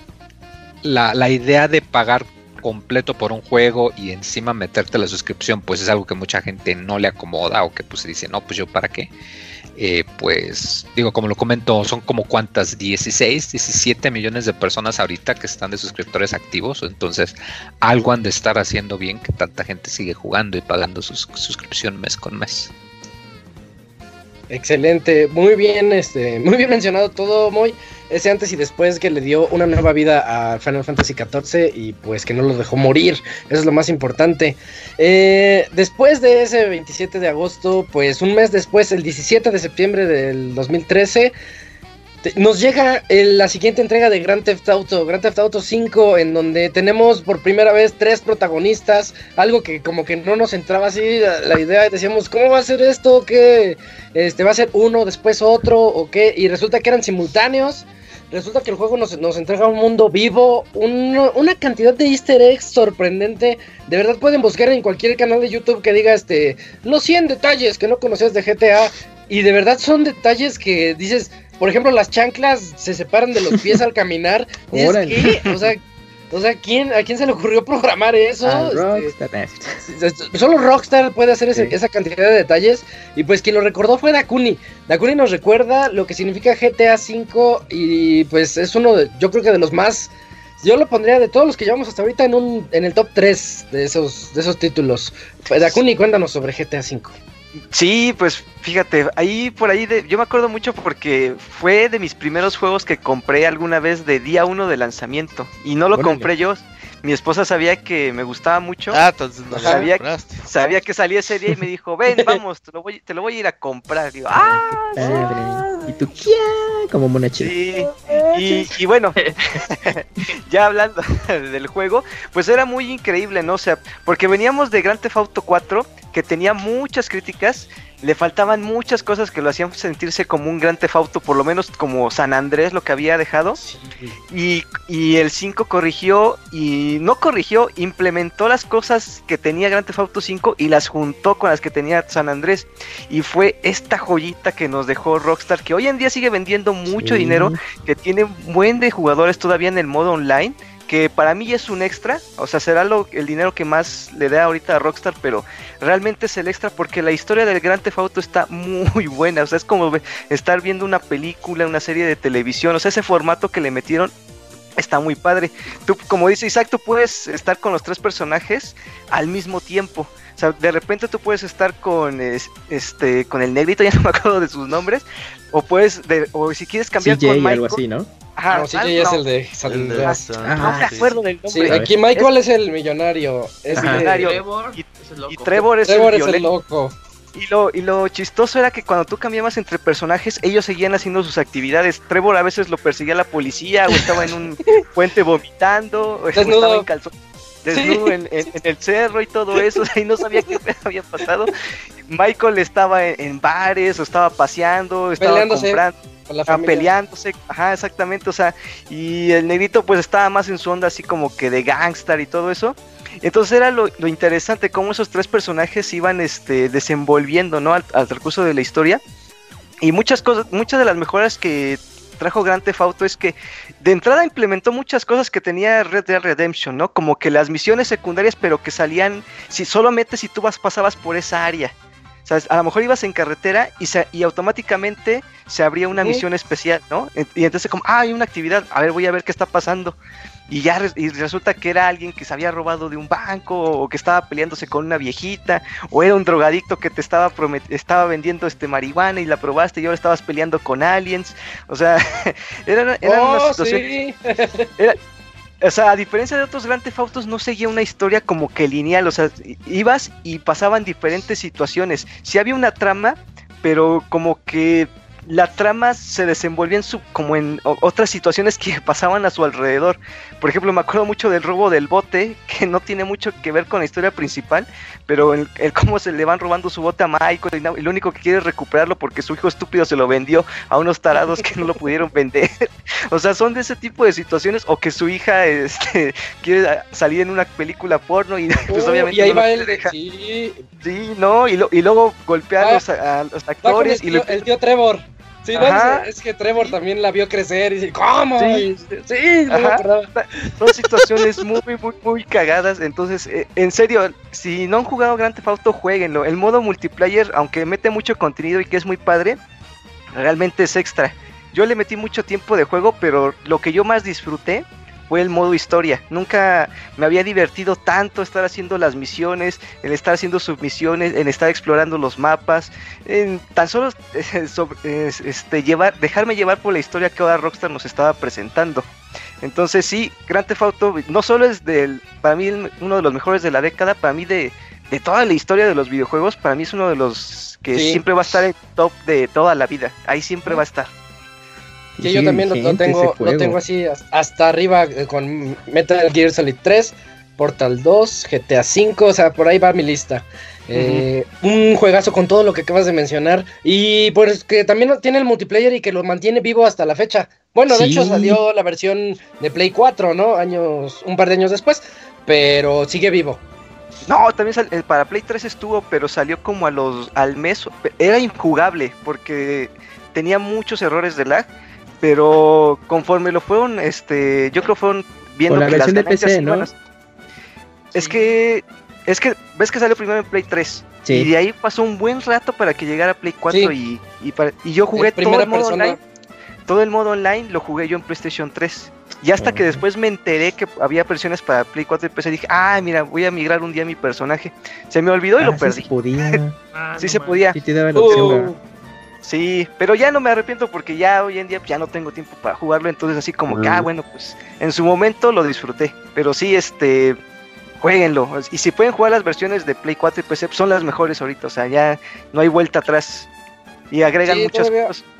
la la idea de pagar completo por un juego y encima meterte la suscripción, pues es algo que mucha gente no le acomoda, o que pues dice, no, pues yo para qué, eh, pues digo, como lo comento, son como cuántas, dieciséis, diecisiete millones de personas ahorita que están de suscriptores activos, entonces algo han de estar haciendo bien que tanta gente sigue jugando y pagando su suscripción mes con mes. Excelente, muy bien, este, muy bien mencionado todo, Moy. Ese antes y después que le dio una nueva vida a Final Fantasy catorce y pues que no lo dejó morir, eso es lo más importante. Eh, después de ese veintisiete de agosto, pues un mes después, el diecisiete de septiembre del dos mil trece, nos llega el, la siguiente entrega de Grand Theft Auto, Grand Theft Auto cinco, en donde tenemos por primera vez tres protagonistas, algo que como que no nos entraba así la, la idea, decíamos, ¿cómo va a ser esto? ¿Qué? Este, ¿va a ser uno, después otro o qué? Y resulta que eran simultáneos. Resulta que el juego nos, nos entrega un mundo vivo, un, una cantidad de easter eggs sorprendente. De verdad pueden buscar en cualquier canal de YouTube que diga este los cien detalles que no conocías de G T A. Y de verdad son detalles que dices, por ejemplo, las chanclas se separan de los pies al caminar. ¿Es que? O sea, o sea ¿quién, ¿a quién se le ocurrió programar eso? Ah, Rockstar. Este, solo Rockstar puede hacer ese, sí. esa cantidad de detalles. Y pues quien lo recordó fue Dakuni. Dakuni nos recuerda lo que significa G T A cinco. Y pues es uno de, yo creo que de los más... Yo lo pondría de todos los que llevamos hasta ahorita en un en el top tres de esos, de esos títulos. Dakuni, cuéntanos sobre G T A cinco. Sí, pues fíjate, ahí por ahí de, yo me acuerdo mucho porque fue de mis primeros juegos que compré alguna vez de día uno de lanzamiento. Y no lo Órale. compré yo, mi esposa sabía que me gustaba mucho. Ah, entonces no sabía, sabía que salía ese día y me dijo, ven, vamos, te lo voy, te lo voy a ir a comprar. Digo, ah, padre. Y tú, ¿qué? Como mona chida. Sí, y, y bueno, ya hablando del juego, pues era muy increíble, ¿no? O sea, porque veníamos de Grand Theft Auto cuatro, que tenía muchas críticas, le faltaban muchas cosas que lo hacían sentirse como un Grand Theft Auto, por lo menos como San Andrés lo que había dejado. Sí. Y, y el cinco corrigió, y no corrigió, implementó las cosas que tenía Grand Theft Auto cinco y las juntó con las que tenía San Andrés. Y fue esta joyita que nos dejó Rockstar, que hoy en día sigue vendiendo mucho sí. dinero, que tiene un buen de jugadores todavía en el modo online, que para mí es un extra, o sea, será lo, el dinero que más le da ahorita a Rockstar, pero realmente es el extra porque la historia del Grand Theft Auto está muy buena, o sea, es como estar viendo una película, una serie de televisión, o sea, ese formato que le metieron está muy padre. Tú, como dice Isaac, tú puedes estar con los tres personajes al mismo tiempo. O sea, de repente tú puedes estar con este con el negrito, ya no me acuerdo de sus nombres, o puedes, de, o si quieres cambiar C J, con Michael, algo así, ¿no? Ajá, no, C J es el de San Andreas. No me acuerdo del nombre. Sí, aquí Michael es, es el millonario. Es el millonario. Trevor, y, es el loco. y Trevor es Trevor el, es el loco. Y lo, y lo chistoso era que cuando tú cambiabas entre personajes, ellos seguían haciendo sus actividades. Trevor a veces lo perseguía la policía, o estaba en un puente vomitando, o Desnudo. estaba en calzón desnudo sí. en, en, en el cerro y todo eso, y no sabía qué había pasado. Michael estaba en, en bares, o estaba paseando, estaba Peleándose. comprando. estaban peleándose, ajá, exactamente, o sea, y el negrito pues estaba más en su onda así como que de gangster y todo eso. Entonces era lo, lo interesante cómo esos tres personajes se iban este, desenvolviendo, ¿no? Al, al recurso de la historia. Y muchas cosas, muchas de las mejoras que trajo Grand Theft Auto es que de entrada implementó muchas cosas que tenía Red Dead Redemption, ¿no? Como que las misiones secundarias, pero que salían si solamente si tú vas, pasabas por esa área. O sea, a lo mejor ibas en carretera y, se, y automáticamente se abría una misión especial, ¿no? Y entonces como, ah, hay una actividad, a ver, voy a ver qué está pasando. Y ya res, y resulta que era alguien que se había robado de un banco, o que estaba peleándose con una viejita, o era un drogadicto que te estaba promet estaba vendiendo este marihuana y la probaste y ahora estabas peleando con aliens. O sea, eran, eran oh, unas situaciones... Sí. Era, o sea, a diferencia de otros Grand Theft Autos, no seguía una historia como que lineal. O sea, ibas y pasaban diferentes situaciones. Sí había una trama, pero como que la trama se desenvolvía en su, como en otras situaciones que pasaban a su alrededor. Por ejemplo, me acuerdo mucho del robo del bote, que no tiene mucho que ver con la historia principal, pero el, el cómo se le van robando su bote a Michael, y, no, y lo único que quiere es recuperarlo porque su hijo estúpido se lo vendió a unos tarados que no lo pudieron vender. O sea, son de ese tipo de situaciones, o que su hija este, quiere salir en una película porno y pues uh, obviamente y ahí no va el de... sí. sí, no, y, lo, y luego golpea ah, a, los, a los actores. El tío, y lo... el tío Trevor. Sí, no, es que Trevor sí. también la vio crecer y dice, ¿cómo? Sí, sí, no me acordaba. Son situaciones muy, muy, muy cagadas. Entonces, eh, en serio, si no han jugado Grand Theft Auto, jueguenlo. El modo multiplayer, aunque mete mucho contenido y que es muy padre, realmente es extra. Yo le metí mucho tiempo de juego, pero lo que yo más disfruté fue el modo historia. Nunca me había divertido tanto estar haciendo las misiones, en estar haciendo submisiones, en estar explorando los mapas, en tan solo eh, sobre, eh, este, llevar, dejarme llevar por la historia que ahora Rockstar nos estaba presentando. Entonces sí, Grand Theft Auto no solo es del, para mí uno de los mejores de la década, para mí de, de toda la historia de los videojuegos, para mí es uno de los que sí. siempre va a estar en top de toda la vida. Ahí siempre va a estar. Sí, yo también lo, lo tengo lo tengo así hasta arriba con Metal Gear Solid tres, Portal dos, G T A cinco, o sea, por ahí va mi lista. Uh-huh. Eh, un juegazo con todo lo que acabas de mencionar y pues que también tiene el multiplayer y que lo mantiene vivo hasta la fecha. Bueno, sí. De hecho salió la versión de Play cuatro, ¿no? Años, un par de años después, pero sigue vivo. No, también sal, para Play tres estuvo, pero salió como a los al mes, era injugable porque tenía muchos errores de lag. Pero conforme lo fueron, este, yo creo fueron viendo la que versión las de P C, ¿no? A... Es que, es que, ves que salió primero en Play tres. Sí. Y de ahí pasó un buen rato para que llegara a Play cuatro sí. y, y, para, y yo jugué todo el modo persona. online. Todo el modo online lo jugué yo en PlayStation tres. Y hasta uh-huh. que después me enteré que había versiones para Play cuatro y P C, dije, ah, mira, voy a migrar un día mi personaje. Se me olvidó y ah, lo sí perdí. Se podía. ah, sí no se man. podía. Sí te daba la opción, uh. Sí, pero ya no me arrepiento porque ya hoy en día ya no tengo tiempo para jugarlo, entonces así como que, ah, bueno, pues en su momento lo disfruté, pero sí, este, jueguenlo, y si pueden jugar las versiones de Play cuatro y P C, son las mejores ahorita, o sea, ya no hay vuelta atrás, y agregan sí, muchas todavía, cosas.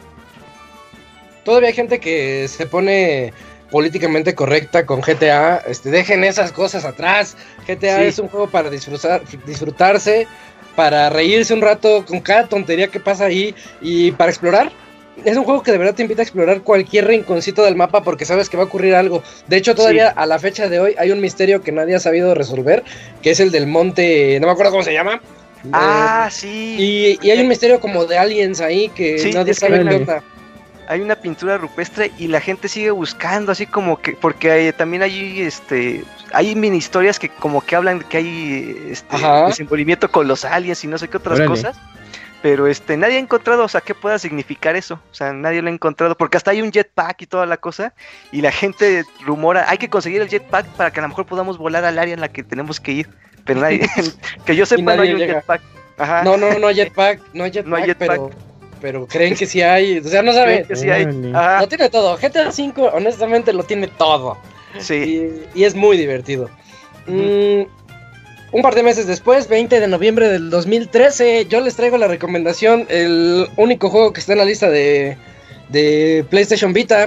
Todavía hay gente que se pone políticamente correcta con G T A, este, dejen esas cosas atrás, G T A sí. es un juego para disfrutar, disfrutarse, para reírse un rato con cada tontería que pasa ahí y para explorar. Es un juego que de verdad te invita a explorar cualquier rinconcito del mapa porque sabes que va a ocurrir algo. De hecho, todavía sí. a la fecha de hoy hay un misterio que nadie ha sabido resolver, que es el del monte, no me acuerdo cómo se llama. Ah, eh, sí. Y, y hay un misterio como de aliens ahí que sí, nadie sabe qué onda. Hay una pintura rupestre y la gente sigue buscando, así como que, porque hay, también hay este hay mini historias que como que hablan que hay este desenvolvimiento con los aliens y no sé qué otras Órale. cosas, pero este nadie ha encontrado, o sea, qué pueda significar eso, o sea, nadie lo ha encontrado, porque hasta hay un jetpack y toda la cosa, y la gente rumora, hay que conseguir el jetpack para que a lo mejor podamos volar al área en la que tenemos que ir, pero nadie, que yo sepa no hay un llega. jetpack. Ajá. No, no, no hay jetpack, no hay jetpack, no hay jetpack. pero... pero creen que sí hay, o sea, no saben. Que sí hay. Lo tiene todo. G T A cinco, honestamente, lo tiene todo. Sí. Y, y es muy divertido. Mm, un par de meses después, veinte de noviembre del dos mil trece, yo les traigo la recomendación, el único juego que está en la lista de, de PlayStation Vita.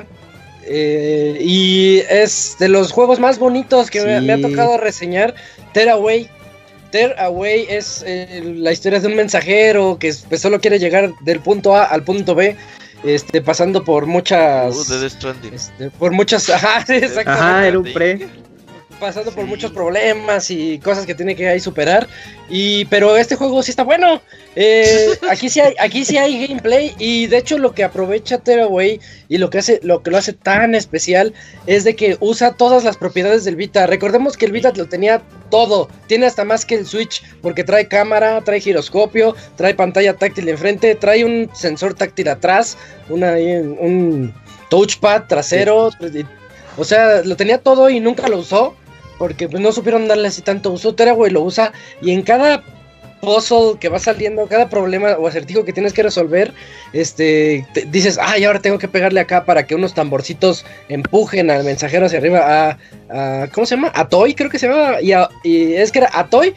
Eh, y es de los juegos más bonitos que sí. me, me ha tocado reseñar, Tearaway. Tearaway es eh, la historia de un mensajero que pues, solo quiere llegar del punto A al punto B este, pasando por muchas... Uh, de Death Stranding. Este, por muchas... Ajá, exactamente. Ajá, era un pre... pasando por sí. muchos problemas y cosas que tiene que ahí superar. Y pero este juego sí está bueno. Eh, aquí sí hay, aquí sí hay gameplay. Y de hecho lo que aprovecha Tearaway y lo que hace, lo que lo hace tan especial es de que usa todas las propiedades del Vita. Recordemos que el Vita lo tenía todo. Tiene hasta más que el Switch, porque trae cámara, trae giroscopio, trae pantalla táctil enfrente, trae un sensor táctil atrás, una, un touchpad trasero. Sí. O sea, lo tenía todo y nunca lo usó. Porque pues no supieron darle así tanto uso. Tearaway lo usa y en cada puzzle que va saliendo, cada problema o acertijo que tienes que resolver, este, te, dices, ay, ahora tengo que pegarle acá para que unos tamborcitos empujen al mensajero hacia arriba. A, a ¿cómo se llama? Atoy, creo que se llama. Y, a, y es que era Atoy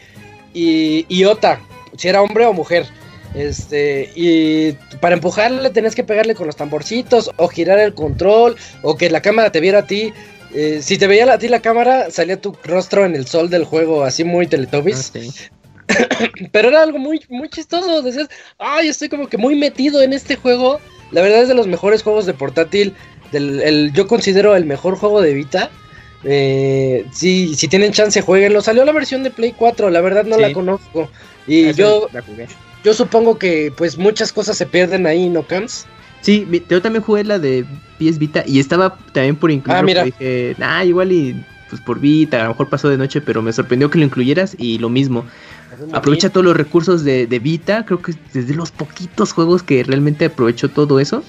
y Iota, si era hombre o mujer. Este, y para empujarle tenías que pegarle con los tamborcitos o girar el control o que la cámara te viera a ti. Eh, si te veía a ti la cámara, salía tu rostro en el sol del juego, así muy Teletubbies. Ah, sí. Pero era algo muy, muy chistoso. Decías, ay, estoy como que muy metido en este juego. La verdad es de los mejores juegos de portátil. Del, el, yo considero el mejor juego de Vita. Eh, si, si tienen chance, jueguenlo. Salió la versión de Play cuatro, la verdad no sí. la conozco. Y ah, yo, la yo supongo que pues muchas cosas se pierden ahí, ¿no, Cams? Sí, yo también jugué la de P S Vita y estaba también por incluirlo. Ah, mira. Dije, ah, igual y pues por Vita, a lo mejor pasó de noche, pero me sorprendió que lo incluyeras y lo mismo. Aprovecha todos los recursos de, de Vita, creo que es de los poquitos juegos que realmente aprovechó todo eso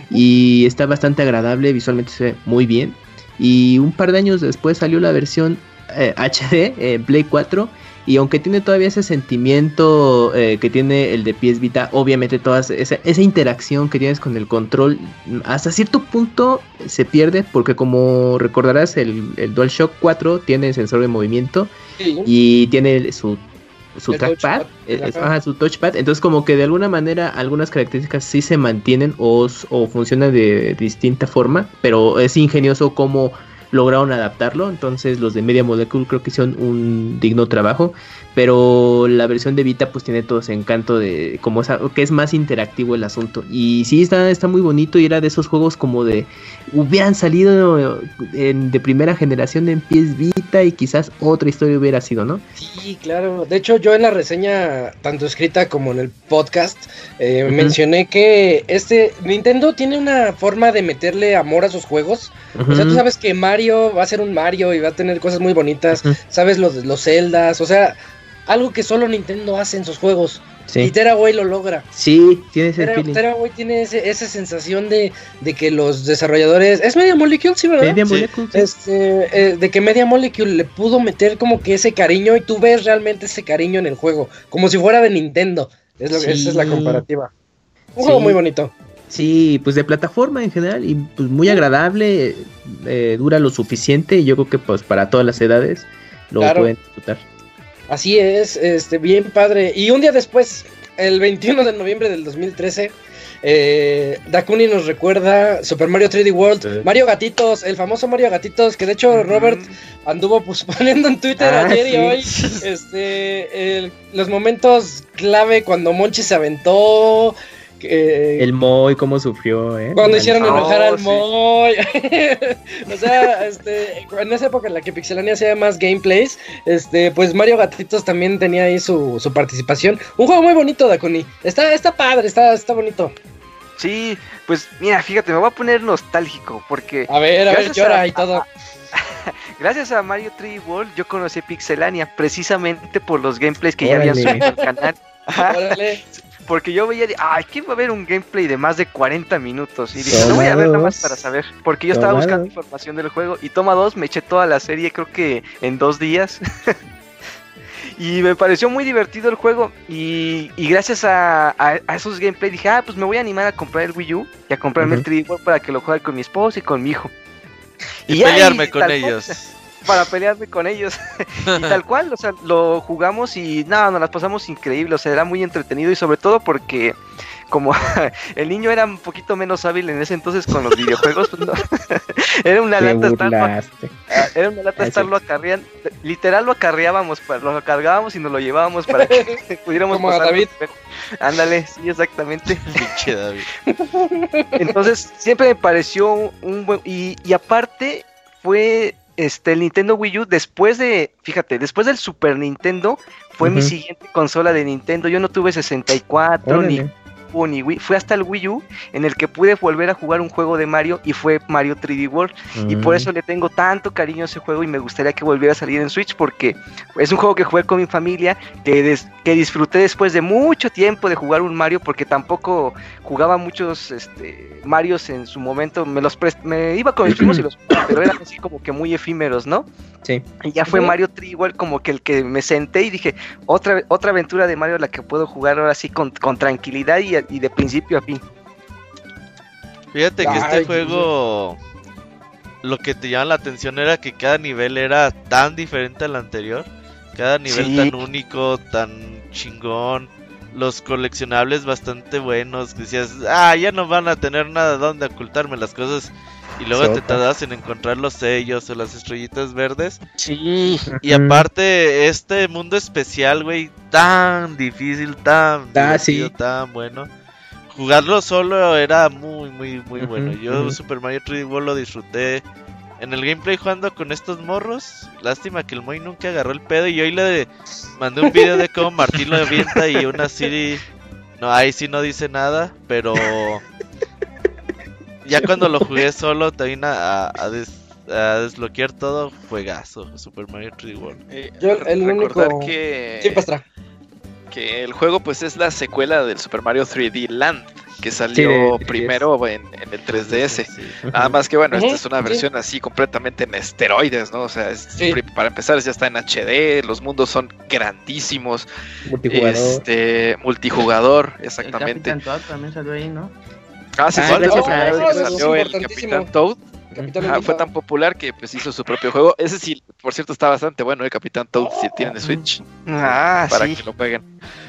y está bastante agradable, visualmente se ve muy bien. Y un par de años después salió la versión eh, H D en Play cuatro. Y aunque tiene todavía ese sentimiento eh, que tiene el de P S Vita, obviamente toda esa, esa interacción que tienes con el control, hasta cierto punto se pierde, porque como recordarás, el, el DualShock cuatro tiene sensor de movimiento sí. y tiene su, su trackpad, touchpad, ajá, su touchpad, entonces como que de alguna manera algunas características sí se mantienen o, o funcionan de distinta forma, pero es ingenioso como lograron adaptarlo, entonces los de Media Molecule creo que hicieron un digno trabajo, pero la versión de Vita pues tiene todo ese encanto de como esa, que es más interactivo el asunto, y sí está, está muy bonito y era de esos juegos como de hubieran salido en, de primera generación en P S Vita y quizás otra historia hubiera sido, ¿no? Sí, claro, de hecho yo en la reseña tanto escrita como en el podcast eh, uh-huh. mencioné que este Nintendo tiene una forma de meterle amor a sus juegos, uh-huh. o sea, tú sabes que Mario va a ser un Mario y va a tener cosas muy bonitas, uh-huh. sabes los, los Zeldas, o sea, algo que solo Nintendo hace en sus juegos. Sí. Y Tearaway lo logra. Sí, tiene ese Tera, feeling. Tearaway tiene ese, esa sensación de, de que los desarrolladores... Es Media Molecule, sí, ¿verdad? Media Molecule, sí. Este, eh, de que Media Molecule le pudo meter como que ese cariño y tú ves realmente ese cariño en el juego. Como si fuera de Nintendo. Es lo, sí. Esa es la comparativa. Un sí. juego muy bonito. Sí, pues de plataforma en general y pues muy agradable, eh, dura lo suficiente y yo creo que pues para todas las edades lo claro. pueden disfrutar. Así es, este, bien padre. Y un día después, el veintiuno de noviembre del dos mil trece, eh, Dakuni nos recuerda Super Mario tres D World, sí. Mario Gatitos, el famoso Mario Gatitos, que de hecho mm-hmm. Robert anduvo pues, poniendo en Twitter ah, ayer sí. y hoy este, el, los momentos clave cuando Monchi se aventó. Eh, el Moy, cómo sufrió, ¿eh? Cuando hicieron enojar oh, al sí. Moy. O sea, este, en esa época en la que Pixelania hacía más gameplays, este, pues Mario Gatitos también tenía ahí su, su participación. Un juego muy bonito, Dakuni. Está, está padre, está, está bonito. Sí, pues mira, fíjate, me voy a poner nostálgico porque... A ver, a ver, llora a, y todo. Gracias a Mario tres D World yo conocí Pixelania precisamente por los gameplays que Órale. ya habían subido al canal. Órale. Porque yo veía, ay, ¿quién va a ver un gameplay de más de cuarenta minutos? Y dije, no voy a ver nada más para saber. Porque yo estaba buscando información del juego. Y toma dos, me eché toda la serie, creo que en dos días. Y me pareció muy divertido el juego. Y, y gracias a, a, a esos gameplays dije, ah, pues me voy a animar a comprar el Wii U. Y a comprarme uh-huh. el tres D World para que lo juegue con mi esposa y con mi hijo. Y, y pelearme con ellos. para pelearme con ellos. Y tal cual, o sea, lo jugamos y nada, nos las pasamos increíble, o sea, era muy entretenido y sobre todo porque como el niño era un poquito menos hábil en ese entonces con los videojuegos, pues no. Era una lata estarlo, era una lata estarlo acarreando, literal lo acarreábamos, lo cargábamos y nos lo llevábamos para que pudiéramos como a David. Ándale, sí, exactamente. Pinche David. Entonces, siempre me pareció un, un buen y, y aparte fue este el Nintendo Wii U después de, fíjate, después del Super Nintendo fue uh-huh. mi siguiente consola de Nintendo. Yo no tuve sesenta y cuatro Órale. ni Ni Wii. Fue hasta el Wii U en el que pude volver a jugar un juego de Mario y fue Mario tres D World mm. y por eso le tengo tanto cariño a ese juego y me gustaría que volviera a salir en Switch porque es un juego que jugué con mi familia, que, des, que disfruté después de mucho tiempo de jugar un Mario porque tampoco jugaba muchos este, Marios en su momento, me los prest- me iba con mis primos y los jugaba, pero eran así como que muy efímeros, ¿no? Sí. Y ya fue Mario tres D World como que el que me senté y dije, otra, otra aventura de Mario la que puedo jugar ahora sí con, con tranquilidad y y de principio a fin. Fíjate que este Ay, juego lo que te llama la atención era que cada nivel era tan diferente al anterior, cada nivel sí. tan único, tan chingón, los coleccionables bastante buenos, que decías, ah, ya no van a tener nada donde ocultarme las cosas, y luego Sopa. te tardabas en encontrar los sellos o las estrellitas verdes. Sí. Y aparte, este mundo especial, güey, tan difícil, tan ah, divertido, sí. tan bueno. Jugarlo solo era muy, muy, muy uh-huh, bueno. Yo uh-huh. Super Mario tres D World lo disfruté en el gameplay jugando con estos morros. Lástima que el Moy nunca agarró el pedo y hoy le mandé un video de cómo Martín lo avienta y una Siri... No, ahí sí no dice nada, pero... Ya cuando lo jugué solo, también a, a, des, a desbloquear todo, juegazo, Super Mario tres D World. Eh, Yo el recordar único... que... Sí, Pastra. Que el juego pues es la secuela del Super Mario tres D Land, que salió sí, primero en, en el tres D S. Sí. Nada más que bueno, uh-huh. esta es una versión sí. así completamente en esteroides, ¿no? O sea, es, sí. para empezar ya está en H D, los mundos son grandísimos. Multijugador. Este, multijugador, exactamente. El Capitán Toad también salió ahí, ¿no? Ah, sí, ah, fue la no, primera no, vez que no, salió el Capitán Toad. Ajá, fue tan popular que pues hizo su propio juego. Ese sí, por cierto, está bastante bueno, el Capitán Toad, si tienen Switch. Ah, para sí. que lo peguen.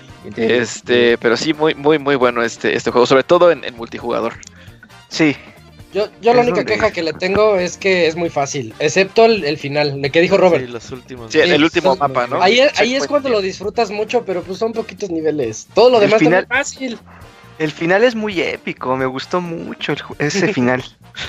Este, pero sí, muy, muy, muy bueno este, este juego, sobre todo en, en multijugador. Sí. Yo, yo la única donde... queja que le tengo es que es muy fácil, excepto el, el final, el que dijo Robert. Sí, los últimos. Sí, el, el último mapa, ¿no? Ahí, ahí es cuando lo disfrutas mucho, pero pues son poquitos niveles. Todo lo el demás final... es muy fácil. El final es muy épico, me gustó mucho el, ese final.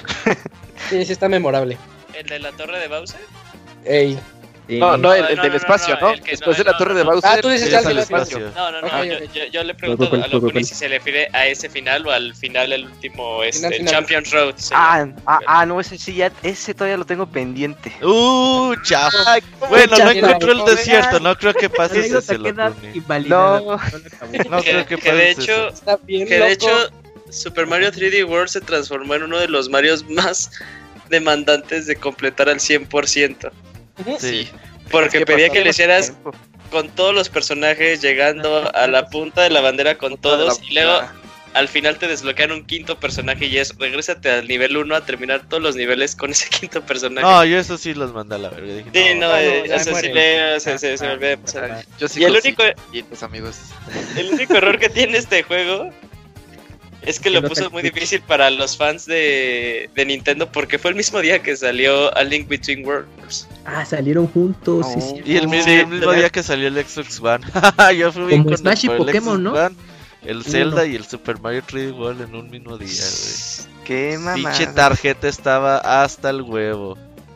Sí, sí está memorable. ¿El de la torre de Bowser? Ey. Sí. No, no, el, el no, del no, espacio, ¿no? no, no Después no, de la no, torre no, de Bowser. Ah, tú dices el el espacio. No, no, no, okay. yo, yo, yo le pregunto a lo Kuni si se refiere a ese final o al final, el último, este, final, final. Champions Road. Ah, ah, ah, no, ese sí, ya, ese todavía lo tengo pendiente. Uh, chao. Bueno, no encuentro el desierto, no creo que pase ese. No, no creo que pase. De hecho, que de hecho, Super Mario tres D World se transformó en uno de los Marios más demandantes de completar al cien por ciento. Sí. Porque pedía que lo hicieras con todos los personajes, llegando a la punta de la bandera con todos, y luego al final te desbloquean un quinto personaje y es, regrésate al nivel uno a terminar todos los niveles con ese quinto personaje. No, yo eso sí los mandé a la verga. Dije, sí, no, no, eh, no eso sí le, se, se, se me olvidó pasar. Yo sí y el único, amigos. el único error que tiene este juego es que lo puso muy difícil para los fans de, de Nintendo porque fue el mismo día que salió A Link Between Worlds. Ah, salieron juntos. No. Sí, sí. Y el mismo, sí, el mismo día que salió el Xbox One. Yo fui bien con Smash y Pokémon, ¿no? One, el Zelda y el Super Mario tres D World en un mismo día, güey. Qué mamada. Pinche tarjeta estaba hasta el huevo.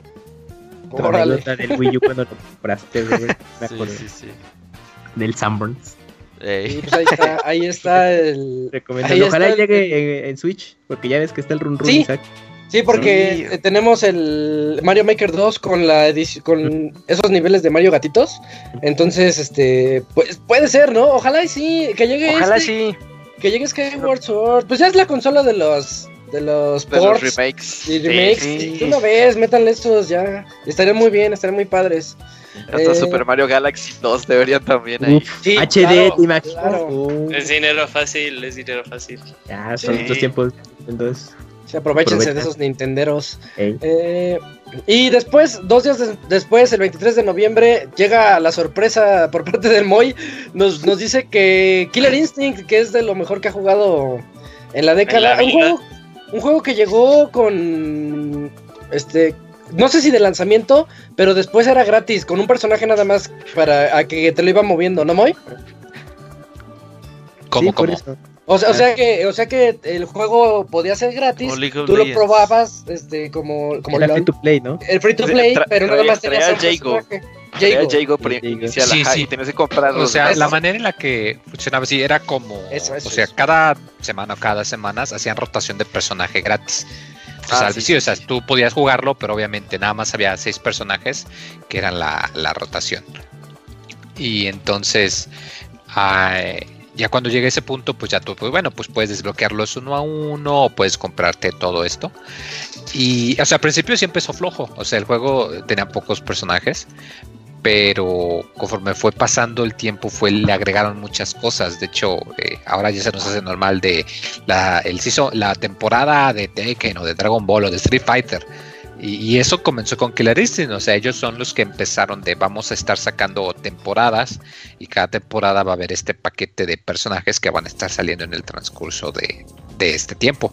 La nota del Wii U cuando lo compraste, güey. Sí, sí, sí. Del Sunburns. Y pues ahí está, ahí está el... Ahí Ojalá está llegue el... en, en Switch, porque ya ves que está el Run Run. Sí, sí porque sí. tenemos el Mario Maker dos con la edición, con esos niveles de Mario Gatitos. Entonces, este, pues puede ser, ¿no? Ojalá y sí, que llegue Ojalá este, sí. Que llegue Skyward Sword. Pues ya es la consola de los... De los, de ports, los remakes. Y remakes. Sí. Una vez, métanle estos ya. Estarían muy bien, estarían muy padres. Hasta eh... Super Mario Galaxy dos deberían también ahí. Sí, H D, claro, Max. Claro. Es dinero fácil, es dinero fácil. Ya, son sí. Estos tiempos. Entonces. Se aprovechense de esos nintenderos. Eh, y después, dos días de, después, el veintitrés de noviembre, llega la sorpresa por parte del Moy. Nos, nos dice que Killer Instinct, que es de lo mejor que ha jugado en la década. En la un, juego, un juego que llegó con... este no sé si de lanzamiento, pero después era gratis, con un personaje nada más para a que te lo iba moviendo, ¿no, Moy? ¿Cómo, sí, cómo? O sea, o sea que, o sea que el juego podía ser gratis, tú lo probabas, este, como, como era free to play, ¿no? El free to play, Tra pero nada más tenías un Jago. Jago, Jago inicial, sí, ajá, sí. Y tenías que comprarlo. O sea, la manera en la que funcionaba así era como, eso, eso, o sea, eso. cada semana o cada semanas hacían rotación de personaje gratis. O sea, Ah, sí, sí, sí, sí, o sea, sí. tú podías jugarlo, pero obviamente nada más había seis personajes que eran la, la rotación. Y entonces, ay, ya cuando llegue ese punto, pues ya tú, pues bueno, pues puedes desbloquearlos uno a uno o puedes comprarte todo esto. Y, o sea, al principio sí empezó flojo, o sea, el juego tenía pocos personajes, pero conforme fue pasando el tiempo, fue le agregaron muchas cosas. De hecho, eh, ahora ya se nos hace normal de la, el season, la temporada de Tekken o de Dragon Ball o de Street Fighter. Y, y eso comenzó con Killer Instinct, o sea, ellos son los que empezaron de vamos a estar sacando temporadas y cada temporada va a haber este paquete de personajes que van a estar saliendo en el transcurso de, de este tiempo.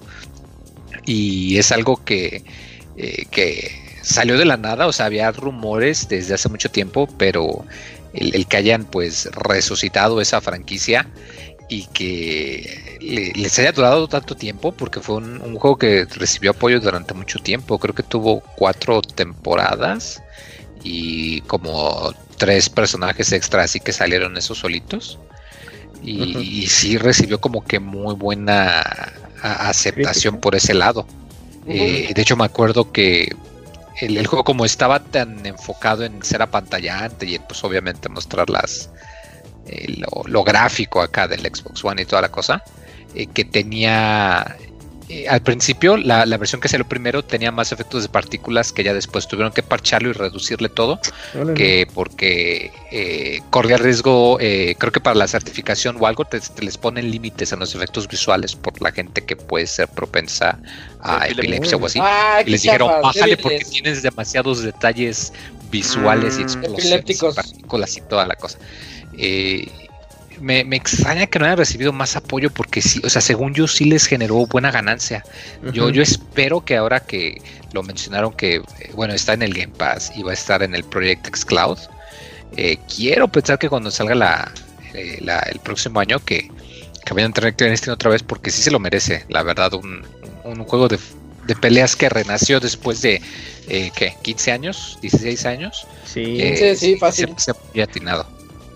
Y es algo que, eh, que salió de la nada, o sea, había rumores desde hace mucho tiempo, pero el, el que hayan pues resucitado esa franquicia y que le, les haya durado tanto tiempo, porque fue un, un juego que recibió apoyo durante mucho tiempo. Creo que tuvo cuatro temporadas y como tres personajes extra así que salieron esos solitos. Y, uh-huh. y sí recibió como que muy buena a, aceptación por ese lado. Uh-huh. Eh, de hecho me acuerdo que el, el juego, como estaba tan enfocado en ser apantallante y pues obviamente mostrar las Eh, lo, lo gráfico acá del Xbox One y toda la cosa, eh, que tenía eh, al principio la, la versión que salió primero tenía más efectos de partículas que ya después tuvieron que parcharlo y reducirle todo, Hola, que porque eh, corría riesgo, eh, creo que para la certificación o algo te, te les ponen límites en los efectos visuales por la gente que puede ser propensa a sí, epilepsia o así, ah, y les dijeron bájale porque tienes demasiados detalles visuales mm, y explosiones y partículas y toda la cosa. Eh, me, me extraña que no hayan recibido más apoyo porque sí, o sea, según yo sí les generó buena ganancia. Uh-huh. Yo, yo espero que ahora que lo mencionaron que, eh, bueno, está en el Game Pass y va a estar en el Project X Cloud, eh, quiero pensar que cuando salga la, eh, la el próximo año que, que vayan a tener que este otra vez porque sí se lo merece, la verdad, un, un juego de, de peleas que renació después de, eh, ¿qué? quince años, dieciséis años. Sí, eh, sí, sí, fácil. Se, se había atinado.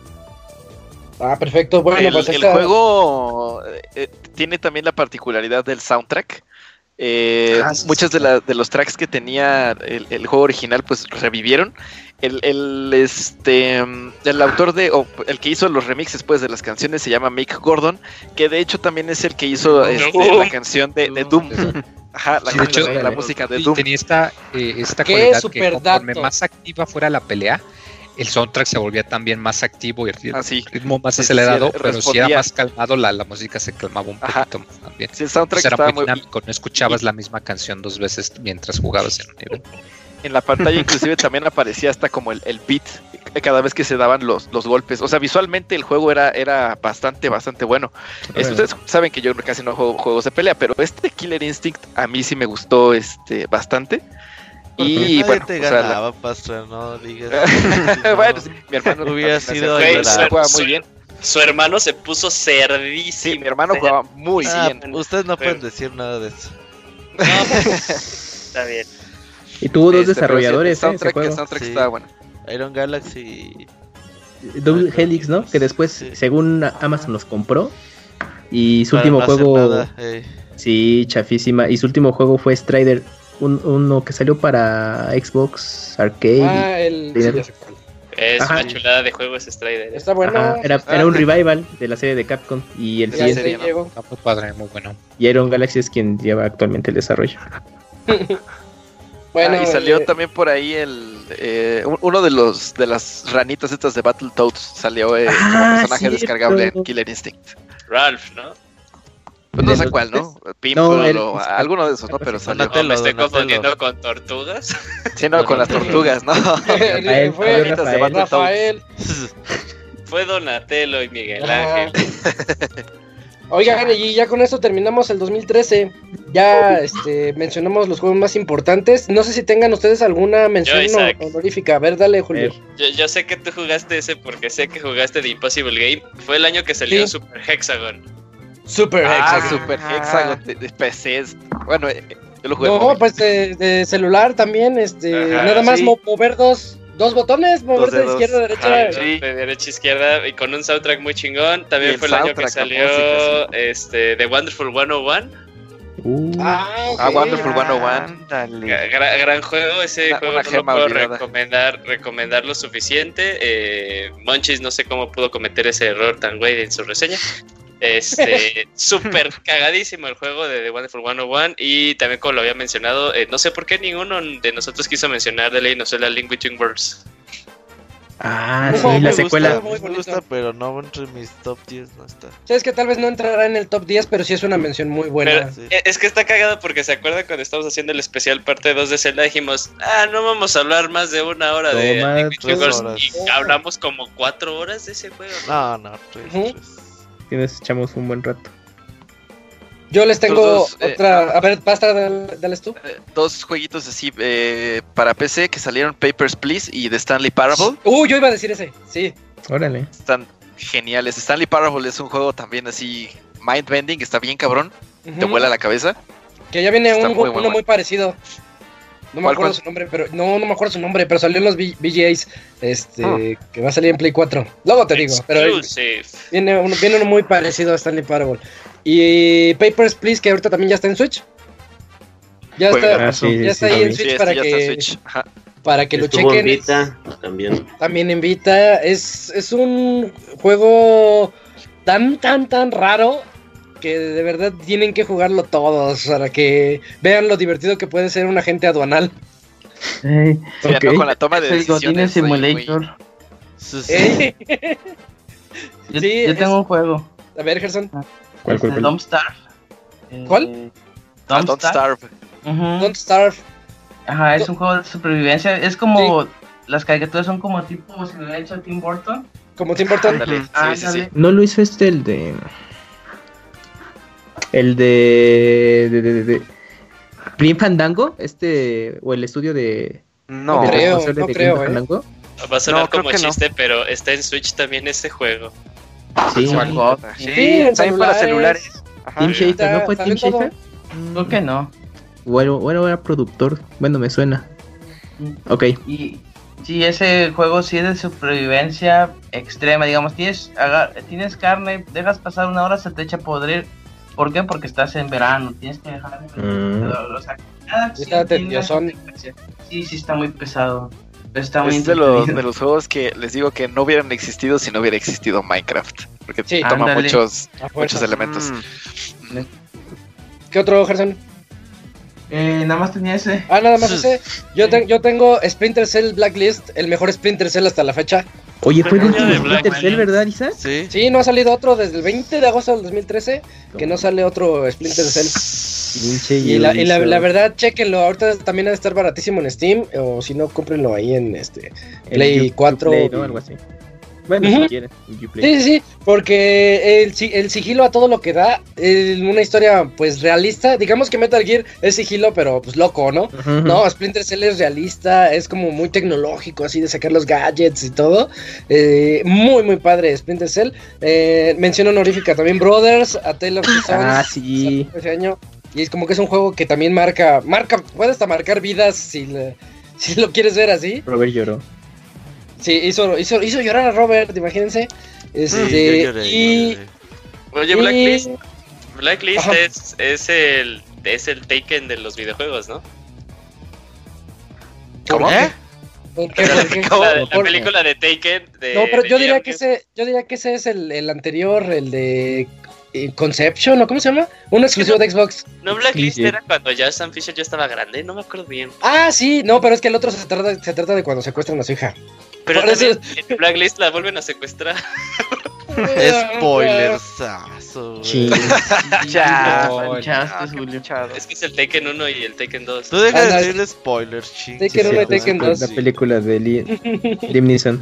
Ah, perfecto. Bueno, el, pues el esta... juego eh, tiene también la particularidad del soundtrack. Eh, ah, sí, muchos sí, de, la, de los tracks que tenía el, el juego original, pues revivieron. El, el este el autor de o el que hizo los remixes pues de las canciones se llama Mick Gordon, que de hecho también es el que hizo este, uh, la canción de, de Doom. Ajá, la, sí, de hecho, la, la música de Doom. Tenía esta, eh, esta cualidad que conforme dato. más activa fuera la pelea, el soundtrack se volvía también más activo y el ritmo, ah, sí. ritmo más sí, acelerado, sí, pero si era más calmado, la, la música se calmaba un poquito Ajá. más también. Sí, el soundtrack era muy muy dinámico, no escuchabas y... la misma canción dos veces mientras jugabas en un nivel. En la pantalla inclusive también aparecía hasta como el, el beat cada vez que se daban los, los golpes. O sea, visualmente el juego era, era bastante, bastante bueno. Bueno. Ustedes saben que yo casi no juego juegos de pelea, pero este Killer Instinct a mí sí me gustó este bastante. Y bueno, te o ganaba, sea, la... Pastor, no digas. no, bueno, sí, mi hermano hubiera sido se jugaba muy bien. Su hermano se puso cerdísimo. Sí, mi hermano jugaba muy ah, bien. Ustedes no pero... pueden decir nada de eso. No, pues, está bien. Y tuvo dos este, desarrolladores. El soundtrack, ¿eh? Ese el soundtrack sí. estaba bueno. Iron Galaxy. Double Helix, ¿no? Que después, sí. según Amazon, los compró. Y su Para último no juego. Nada, eh. Sí, chafísima. Y su último juego fue Strider. Un, uno que salió para Xbox Arcade. Ah, el. Sí, es Ajá. una chulada de juego ese Strider. Está bueno. Ajá, era, era un revival de la serie de Capcom. Y el siguiente siguiente. llegó. Está muy padre, muy bueno. Y Iron Galaxy es quien lleva actualmente el desarrollo. Bueno, ah, y salió eh, también por ahí el eh, uno de los de las ranitas estas de Battletoads salió eh, ah, como personaje sí, descargable pero... en Killer Instinct. Ralph, ¿no? Pues no sé cuál, ¿no? Pimple No, el- o alguno de esos, ¿no? Pero salió. No, me estoy Donatello. confundiendo con tortugas. Sí, no, con las tortugas, ¿no? Rafael, Fue Rafael. Rafael. Fue Donatello y Miguel Ajá. Ángel. Oigan, y ya con esto terminamos el dos mil trece. Ya este, mencionamos los juegos más importantes. No sé si tengan ustedes alguna mención Yo, Isaac. honorífica. A ver, dale, Julio. Yo, yo sé que tú jugaste ese porque sé que jugaste The Impossible Game. Fue el año que salió Sí. Super Hexagon. Super Ah, Hexagon. Super Hexagon de, de P Cs. Bueno, eh, yo lo jugué. No, móvil. pues de, de celular también. Este, Ajá, nada más sí. mo- mover dos, dos botones, mover de dedos. izquierda a derecha. Ajá, Sí. de derecha a izquierda y con un soundtrack muy chingón. Y También el fue el año que soundtrack, la salió música, este, The Wonderful ciento uno. Uh, Ah, ok. Ah, Wonderful ciento uno. Ándale. Gran, gran juego, ese Una- juego una no lo gema puedo olvidada. recomendar, recomendar lo suficiente. Eh, Monchis no sé cómo pudo cometer ese error tan güey en su reseña. Este, súper cagadísimo el juego de The Wonderful ciento uno. Y también, como lo había mencionado, eh, no sé por qué ninguno de nosotros quiso mencionar The Legend of Zelda: Link Between Worlds. ah, No, sí, me la gusta. secuela. Muy Me bonito. gusta, pero no entre mis top diez no está. Sabes que tal vez no entrará en el top diez, pero sí es una mención muy buena. Pero sí. eh, es que está cagado porque se acuerdan cuando estábamos haciendo el especial parte dos de Zelda, dijimos, ah, no vamos a hablar más de una hora de Toma, Link Between tres Worlds", horas. y hablamos como cuatro horas de ese juego. No, no, tres, Ujú. tres. Sí, nos echamos un buen rato. Yo les tengo Otros dos, eh, otra. A ver, basta, dale, dales tú. Eh, dos jueguitos así eh, para P C que salieron, Papers, Please y The Stanley Parable. Uh, yo iba a decir ese, sí. Órale. Están geniales. Stanley Parable es un juego también así mind-bending, está bien cabrón, te Ujú. vuela la cabeza. Que ya viene Está un, muy, muy uno bueno. muy parecido. No me ¿Cuál, acuerdo cuál? su nombre, pero. No, no me acuerdo su nombre, pero salió en los V- VGAs. Este. Ah. Que va a salir en Play cuatro. Luego te digo, pero Exclusive. viene uno, viene uno muy parecido a Stanley Parable. Y Papers, Please, que ahorita también ya está en Switch. Ya Juega. está, Ah, sí, ya sí, está sí, ahí lo en vi. Switch Sí, para este ya está en que. Switch. Ajá. Para que lo Estuvo en chequen. Vita también. También en Vita. Es, es un juego tan, tan, tan raro que de verdad tienen que jugarlo todos para que vean lo divertido que puede ser un agente aduanal. Eh, Sí, Ok. no, con la toma de es el Godines decisiones. muy- muy- Simulator. Sí, sí. Eh, Yo, Sí, yo es- tengo un juego. A ver, Gerson. ¿Cuál, cuál, Este, cuál? Don't Starve. Eh, ¿Cuál? Ah, Don't, Don't Starve. Starve. Ujú. Don't Starve. Ajá, es un juego de supervivencia. Es como. Las caricaturas son como tipo si lo hubiera hecho Tim Burton. Como Tim Burton. Ándale, sí, sí, sí. Ándale. ¿No lo hizo este el de. El de. de, de, de, de- Grim Fandango? Este. O el estudio de. No, de creo, responsable no de creo, Grim eh. Fandango. Va a sonar No, creo como que no. chiste, pero está en Switch también ese juego. Sí, One God. Sí, Sí, en también para celulares. celulares. Ajá. Team Schafer, Está- ¿no fue está Team bien todo. Schafer? Creo que no. Bueno, bueno, era productor. Bueno, me suena. Ok. Y sí, ese juego sí es de supervivencia extrema, digamos, tienes, aga- tienes carne, dejas pasar una hora, se te echa a podrir. ¿Por qué? Porque estás en verano, tienes que dejar... Mm. O sea, cada Está acción tiene una tediosón. consecuencia. Sí, sí, está muy pesado. Pero está muy Es de los, entretenido. de los juegos que les digo que no hubieran existido si no hubiera existido Minecraft. Porque Sí. toma Ándale. muchos, A muchos fuerzas. elementos. Mm. ¿Qué otro, Gerson? Eh, nada más tenía ese. Ah, nada más ese. Yo, te- yo tengo Splinter Cell Blacklist, el mejor Splinter Cell hasta la fecha. Oye, fue el Año último de Splinter Black Cell, Man. ¿verdad, Isa? Sí. Sí, no ha salido otro desde el veinte de agosto del dos mil trece, que no sale otro Splinter Cell. Pinche Y la, y la, Ubisoft. la verdad, chequenlo. Ahorita también ha de estar baratísimo en Steam, o si no, cómprenlo ahí en este El Play U- cuatro. Uplay, ¿no? Algo así. Bueno, Ujú. si quieren. en Uplay. Sí, sí, sí, porque el, si- el sigilo a todo lo que da, el- una historia pues realista, digamos que Metal Gear es sigilo pero pues loco, ¿no? Ujú, ujú. No, Splinter Cell es realista, es como muy tecnológico, así de sacar los gadgets y todo. Eh, muy, muy padre Splinter Cell. Eh, mención honorífica también Brothers, A Tale of Two Sons. Ah, sí. Ese año. Y es como que es un juego que también marca, marca, puede hasta marcar vidas si, le- si lo quieres ver así. Robert lloró. Sí, hizo, hizo, hizo llorar a Robert, imagínense. Este, Sí, yo lloré, y, yo lloré. Oye, y- Blacklist, Blacklist Ajá. es, es el es el Taken de los videojuegos, ¿no? ¿Cómo? ¿Eh? ¿Por qué? ¿Por qué? ¿Cómo? La, la Por- película de Taken de No, pero yo de diría Liam que Neeson. ese, yo diría que ese es el, el anterior, el de eh, Conception, ¿o cómo se llama? Un exclusivo de Xbox. No, Blacklist Sí, sí. era cuando ya Sam Fisher ya estaba grande, no me acuerdo bien. Ah, sí, no, pero es que el otro se trata, se trata de cuando secuestran a su hija. Pero Por eso- también en Blacklist la vuelven a secuestrar. Spoilersazo. Es que es el Tekken uno y el Tekken dos. Tú deja de decir spoilers, ching. Tekken uno y Tekken dos. La película de Liam Neeson.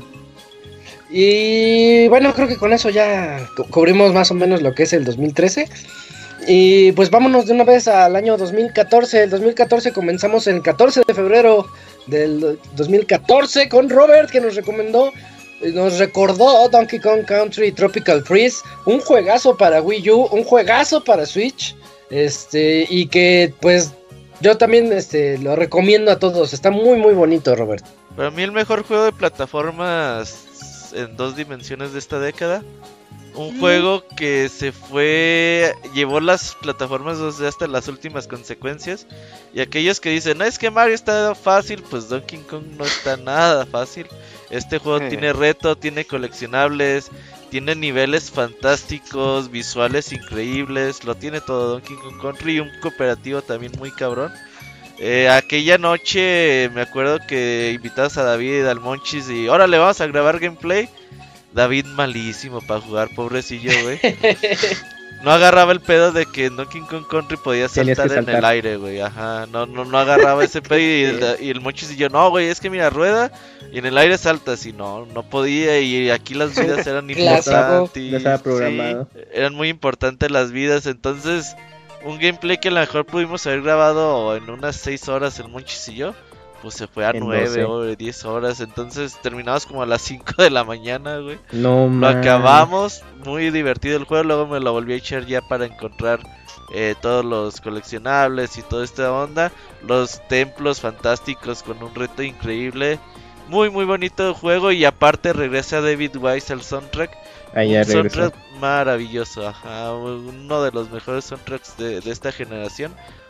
Y bueno, creo que con eso ya cubrimos más o menos lo que es el dos mil trece. Y pues vámonos de una vez al año dos mil catorce. El dos mil catorce comenzamos el catorce de febrero del dos mil catorce con Robert, que nos recomendó, nos recordó Donkey Kong Country Tropical Freeze, un juegazo para Wii U, un juegazo para Switch, este, y que pues yo también este, lo recomiendo a todos. Está muy muy bonito, Robert. Para mí el mejor juego de plataformas en dos dimensiones de esta década. Un mm. juego que se fue, llevó las plataformas dos D hasta las últimas consecuencias. Y aquellos que dicen, no, es que Mario está fácil, pues Donkey Kong no está nada fácil. Este juego sí. tiene reto, tiene coleccionables, tiene niveles fantásticos, visuales increíbles, lo tiene todo Donkey Kong Country, y un cooperativo también muy cabrón. Eh, aquella noche me acuerdo que invitabas a David al Monchis y órale, vamos a grabar gameplay. David malísimo para jugar, pobrecillo, güey. No agarraba el pedo de que en Donkey Kong Country podía saltar, saltar en el aire, güey. Ajá, no, no, no agarraba ese pedo. Y el, y el Monchis y yo, no, güey, es que mira, rueda y en el aire saltas. Y no, no podía. Y aquí las vidas eran importantes. Ya estaba programado. Sí, eran muy importantes las vidas. Entonces, un gameplay que a lo mejor pudimos haber grabado en unas seis horas el Monchis y yo, pues se fue a nueve o diez horas. Entonces terminamos como a las cinco de la mañana, güey. No, Lo man. acabamos, muy divertido el juego. Luego me lo volví a echar ya para encontrar eh, todos los coleccionables y toda esta onda. Los templos fantásticos con un reto increíble. Muy muy bonito el juego. Y aparte regresa David Wise al soundtrack. Ah, ya un regresó. Soundtrack maravilloso, ajá. Uno de los mejores soundtracks de, de esta generación.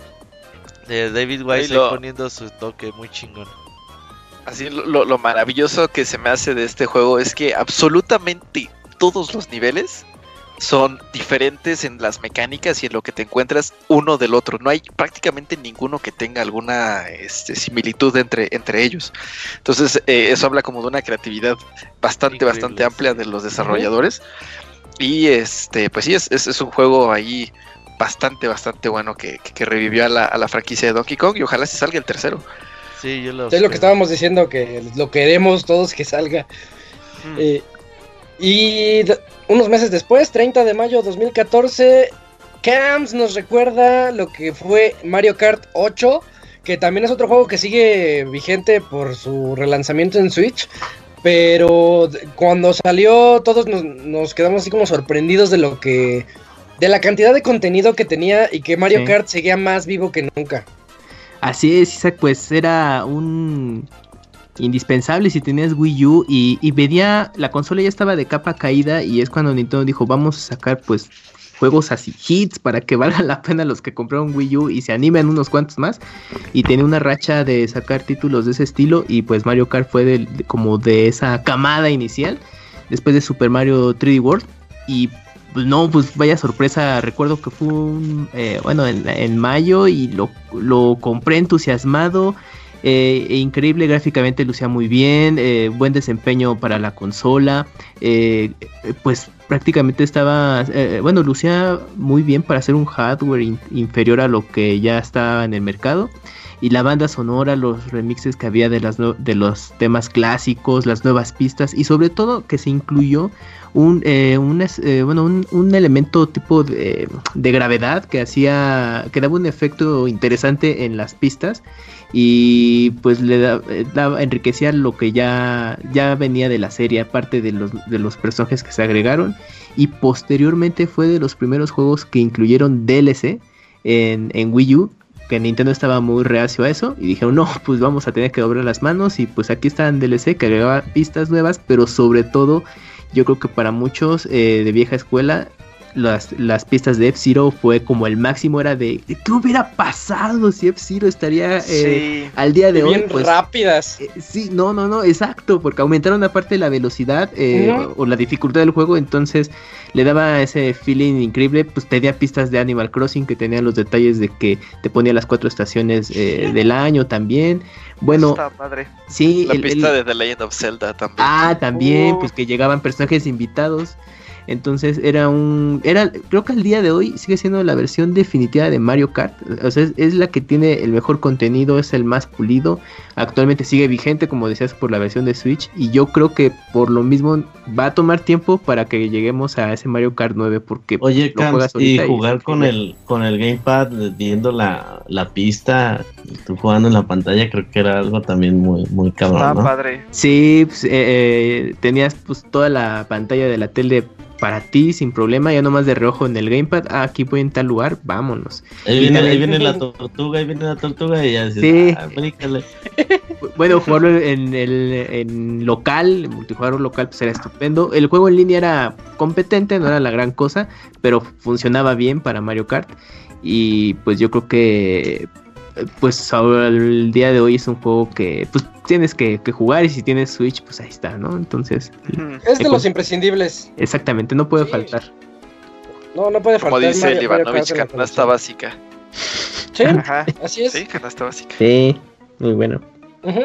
De David Wise lo... poniendo su toque muy chingón. Así lo, lo maravilloso que se me hace de este juego es que absolutamente todos los niveles son diferentes en las mecánicas y en lo que te encuentras uno del otro. No hay prácticamente ninguno que tenga alguna este, similitud entre, entre ellos. Entonces eh, eso habla como de una creatividad bastante, increíble, bastante amplia de los desarrolladores. Uh-huh. Y este, pues sí, es, es, es un juego ahí bastante, bastante bueno que, que, que revivió a la, a la franquicia de Donkey Kong y ojalá se salga el tercero. Sí, yo lo es lo que estábamos diciendo, que lo queremos todos que salga. Hmm. Eh, y d- unos meses después, treinta de mayo de dos mil catorce, Camps nos recuerda lo que fue Mario Kart ocho, que también es otro juego que sigue vigente por su relanzamiento en Switch. Pero cuando salió todos nos, nos quedamos así como sorprendidos de lo que... de la cantidad de contenido que tenía y que Mario sí. Kart seguía más vivo que nunca. Así es, Isaac, pues era un indispensable si tenías Wii U y, y veía, la consola ya estaba de capa caída y es cuando Nintendo dijo, vamos a sacar pues juegos así, hits, para que valga la pena los que compraron Wii U y se animen unos cuantos más. Y tenía una racha de sacar títulos de ese estilo y pues Mario Kart fue de, de, como de esa camada inicial, después de Super Mario tres D World. Y pues no, pues vaya sorpresa, recuerdo que fue un, eh, bueno, en, en mayo y lo, lo compré entusiasmado, eh, e increíble gráficamente, lucía muy bien, eh, buen desempeño para la consola, eh, pues prácticamente estaba, eh, bueno, lucía muy bien para hacer un hardware in, inferior a lo que ya estaba en el mercado. Y la banda sonora, los remixes que había de, las no, de los temas clásicos, las nuevas pistas y sobre todo que se incluyó un, eh, un, eh, bueno, un, un elemento tipo de, de gravedad que hacía, que daba un efecto interesante en las pistas y pues le da, daba, enriquecía lo que ya, ya venía de la serie, aparte de los, de los personajes que se agregaron. Y posteriormente fue de los primeros juegos que incluyeron D L C en, en Wii U, que Nintendo estaba muy reacio a eso y dijeron, no, pues vamos a tener que doblar las manos. Y pues aquí está en D L C que agregaba pistas nuevas, pero sobre todo yo creo que para muchos eh, de vieja escuela las, las pistas de F-Zero fue como el máximo, era de, de ¿qué hubiera pasado si F-Zero estaría eh, sí, al día de bien hoy? Pues, rápidas. Eh, sí, no, no, no, exacto, porque aumentaron aparte la velocidad eh, uh-huh. o, o la dificultad del juego, entonces le daba ese feeling increíble. Pues tenía pistas de Animal Crossing que tenían los detalles de que te ponía las cuatro estaciones eh, del año también. Bueno, está padre. Sí, la el, pista el... de The Legend of Zelda también. Ah, también, uh. pues que llegaban personajes invitados. Entonces era un, era, creo que al día de hoy sigue siendo la versión definitiva de Mario Kart. O sea, es, es la que tiene el mejor contenido, es el más pulido. Actualmente sigue vigente, como decías, por la versión de Switch. Y yo creo que por lo mismo va a tomar tiempo para que lleguemos a ese Mario Kart nueve, porque oye, lo juegas Camps, y ahorita jugar y- con el con el gamepad viendo la, la pista, tú jugando en la pantalla, creo que era algo también muy muy cabrón, Ah, ¿no? padre. Sí, pues, eh, eh, tenías pues toda la pantalla de la tele para ti sin problema, ya nomás de reojo en el gamepad, ah, aquí voy en tal lugar, vámonos. Ahí Y viene, también- ahí viene la tortuga, ahí viene la tortuga y ya dices, Sí. ah, bríncale. Bueno, jugarlo en el en local, en multijugador local, pues era estupendo. El juego en línea era competente, no era la gran cosa, pero funcionaba bien para Mario Kart. Y pues yo creo que pues ahora el día de hoy es un juego que pues tienes que, que jugar, y si tienes Switch, pues ahí está, ¿no? Entonces, Es de eh, los imprescindibles. exactamente, no puede Sí. faltar. No, no puede Como faltar. dice Mario- el Mario Ivanovich, Kart en la canasta colección. básica. Sí, Ajá. así es. Sí, canasta básica. Sí, muy bueno. Ujú.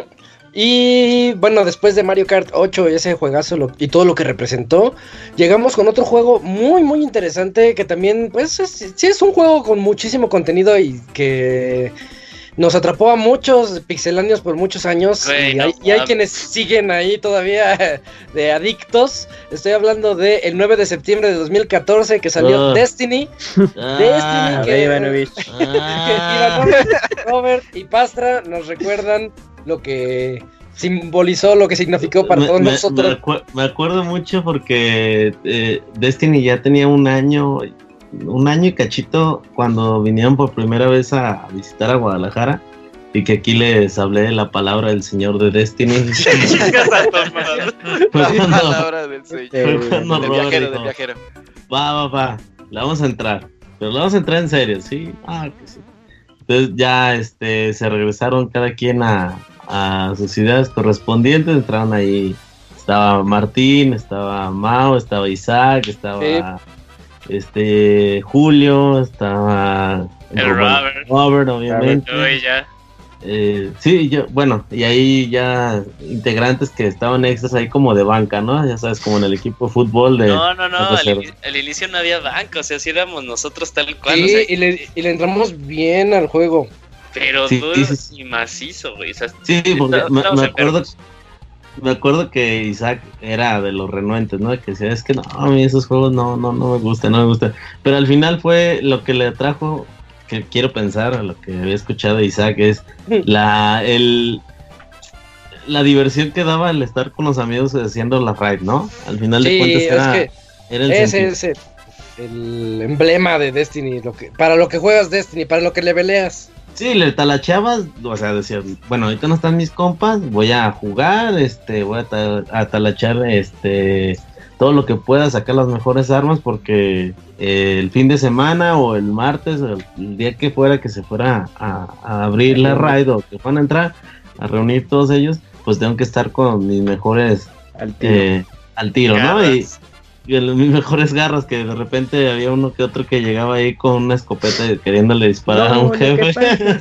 Y bueno, después de Mario Kart ocho y ese juegazo lo- y todo lo que representó, llegamos con otro juego muy muy interesante que también, pues es- sí es un juego con muchísimo contenido y que nos atrapó a muchos pixeláneos por muchos años. Güey, y, no hay, y hay mames. quienes siguen ahí todavía de adictos. Estoy hablando de el nueve de septiembre de dos mil catorce que salió Ah. Destiny. Ah, Destiny, que, Ivanovich. que ah. Ivanovich, Robert y Pastra nos recuerdan lo que simbolizó, lo que significó para Me- todos me, nosotros. me acu- me acuerdo mucho porque eh, Destiny ya tenía un año, un año y cachito cuando vinieron por primera vez a visitar a Guadalajara, y que aquí les hablé de la palabra del señor de Destiny. Chingas a tu madre. Fue La cuando- palabra del sueño. fue cuando Del Robert viajero, dijo, del viajero. va, va, va, le vamos a entrar, pero le vamos a entrar en serio, ¿sí? Ah, que sí. Entonces ya este, se regresaron cada quien a, a sus ciudades correspondientes, entraron ahí, estaba Martín, estaba Mao, estaba Isaac, estaba este Julio, estaba El bueno, Robert. Robert, obviamente. Yo y ya. Eh, sí, yo, bueno, y ahí ya integrantes que estaban extras ahí como de banca, ¿no? Ya sabes, como en el equipo de fútbol de... No, no, no, de al, reserva. ini- al inicio no había banco, o sea, si éramos nosotros tal cual, Sí, o sea, y, le, y le entramos bien al juego. pero Sí, duro sí, sí. y macizo, güey. O sea, Sí, porque está- me, estamos me acuerdo, enfermos. me acuerdo que Isaac era de los renuentes, ¿no? Que decía, es que no, a mí esos juegos no, no, no me gustan, no me gustan. Pero al final fue lo que le atrajo, que quiero pensar, a lo que había escuchado de Isaac, es la, el, la diversión que daba el estar con los amigos haciendo la raid, ¿no? Al final de Sí, cuentas es era, que era el ese sentido. es el, el emblema de Destiny, lo que, para lo que juegas Destiny, para lo que le peleas. Sí, le talachabas, o sea, decías, bueno, ahorita no están mis compas, voy a jugar, este, voy a, ta- a talachar, este, todo lo que pueda, sacar las mejores armas, porque eh, el fin de semana o el martes, o el día que fuera que se fuera a, a abrir la raid o que fueran a entrar, a reunir todos ellos, pues tengo que estar con mis mejores Al tiro. eh, al tiro, ¿no? Y, Garras. y el- mis mejores garras, que de repente había uno que otro que llegaba ahí con una escopeta y queriéndole disparar a un No, ¿qué jefe.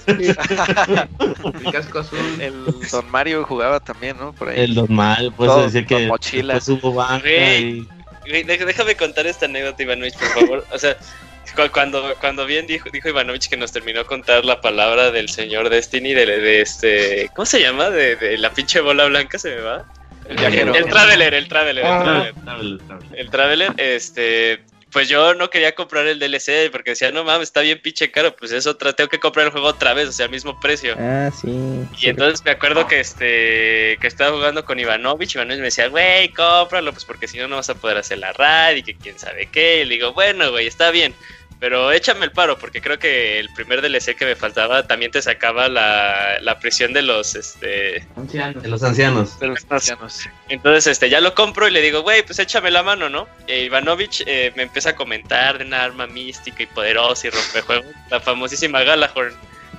pasa? El casco azul. El Don Mario jugaba también, ¿no? Por ahí. El normal, pues Todo decía con que mochila. después hubo banca Güey. y... Güey, dej- déjame contar esta anécdota, Ivanovich, por favor. O sea, cu- cuando, cuando bien dijo, dijo Ivanovich que nos terminó contar la palabra del señor Destiny, de, de este... ¿Cómo se llama? De, de la pinche bola blanca, se me va. El viajero. El Traveler, el Traveler, el Ah. Traveler. Traveler, Traveler. El Traveler, este, pues yo no quería comprar el D L C porque decía, no mames, está bien pinche caro, pues eso otra, tengo que comprar el juego otra vez, o sea, al mismo precio. Ah, sí. Y entonces me acuerdo que este que estaba jugando con Ivanovich, Ivanovich me decía, güey, cómpralo, pues porque si no no vas a poder hacer la raid y que quién sabe qué. Y le digo, bueno, güey, está bien, pero échame el paro, porque creo que el primer D L C que me faltaba también te sacaba la, la prisión de los, este... Ancianos. De los ancianos. De los ancianos. Entonces, este, ya lo compro y le digo, güey, pues échame la mano, ¿no? E Ivanovich eh, me empieza a comentar de una arma mística y poderosa y rompejuegos, la famosísima Galahorn.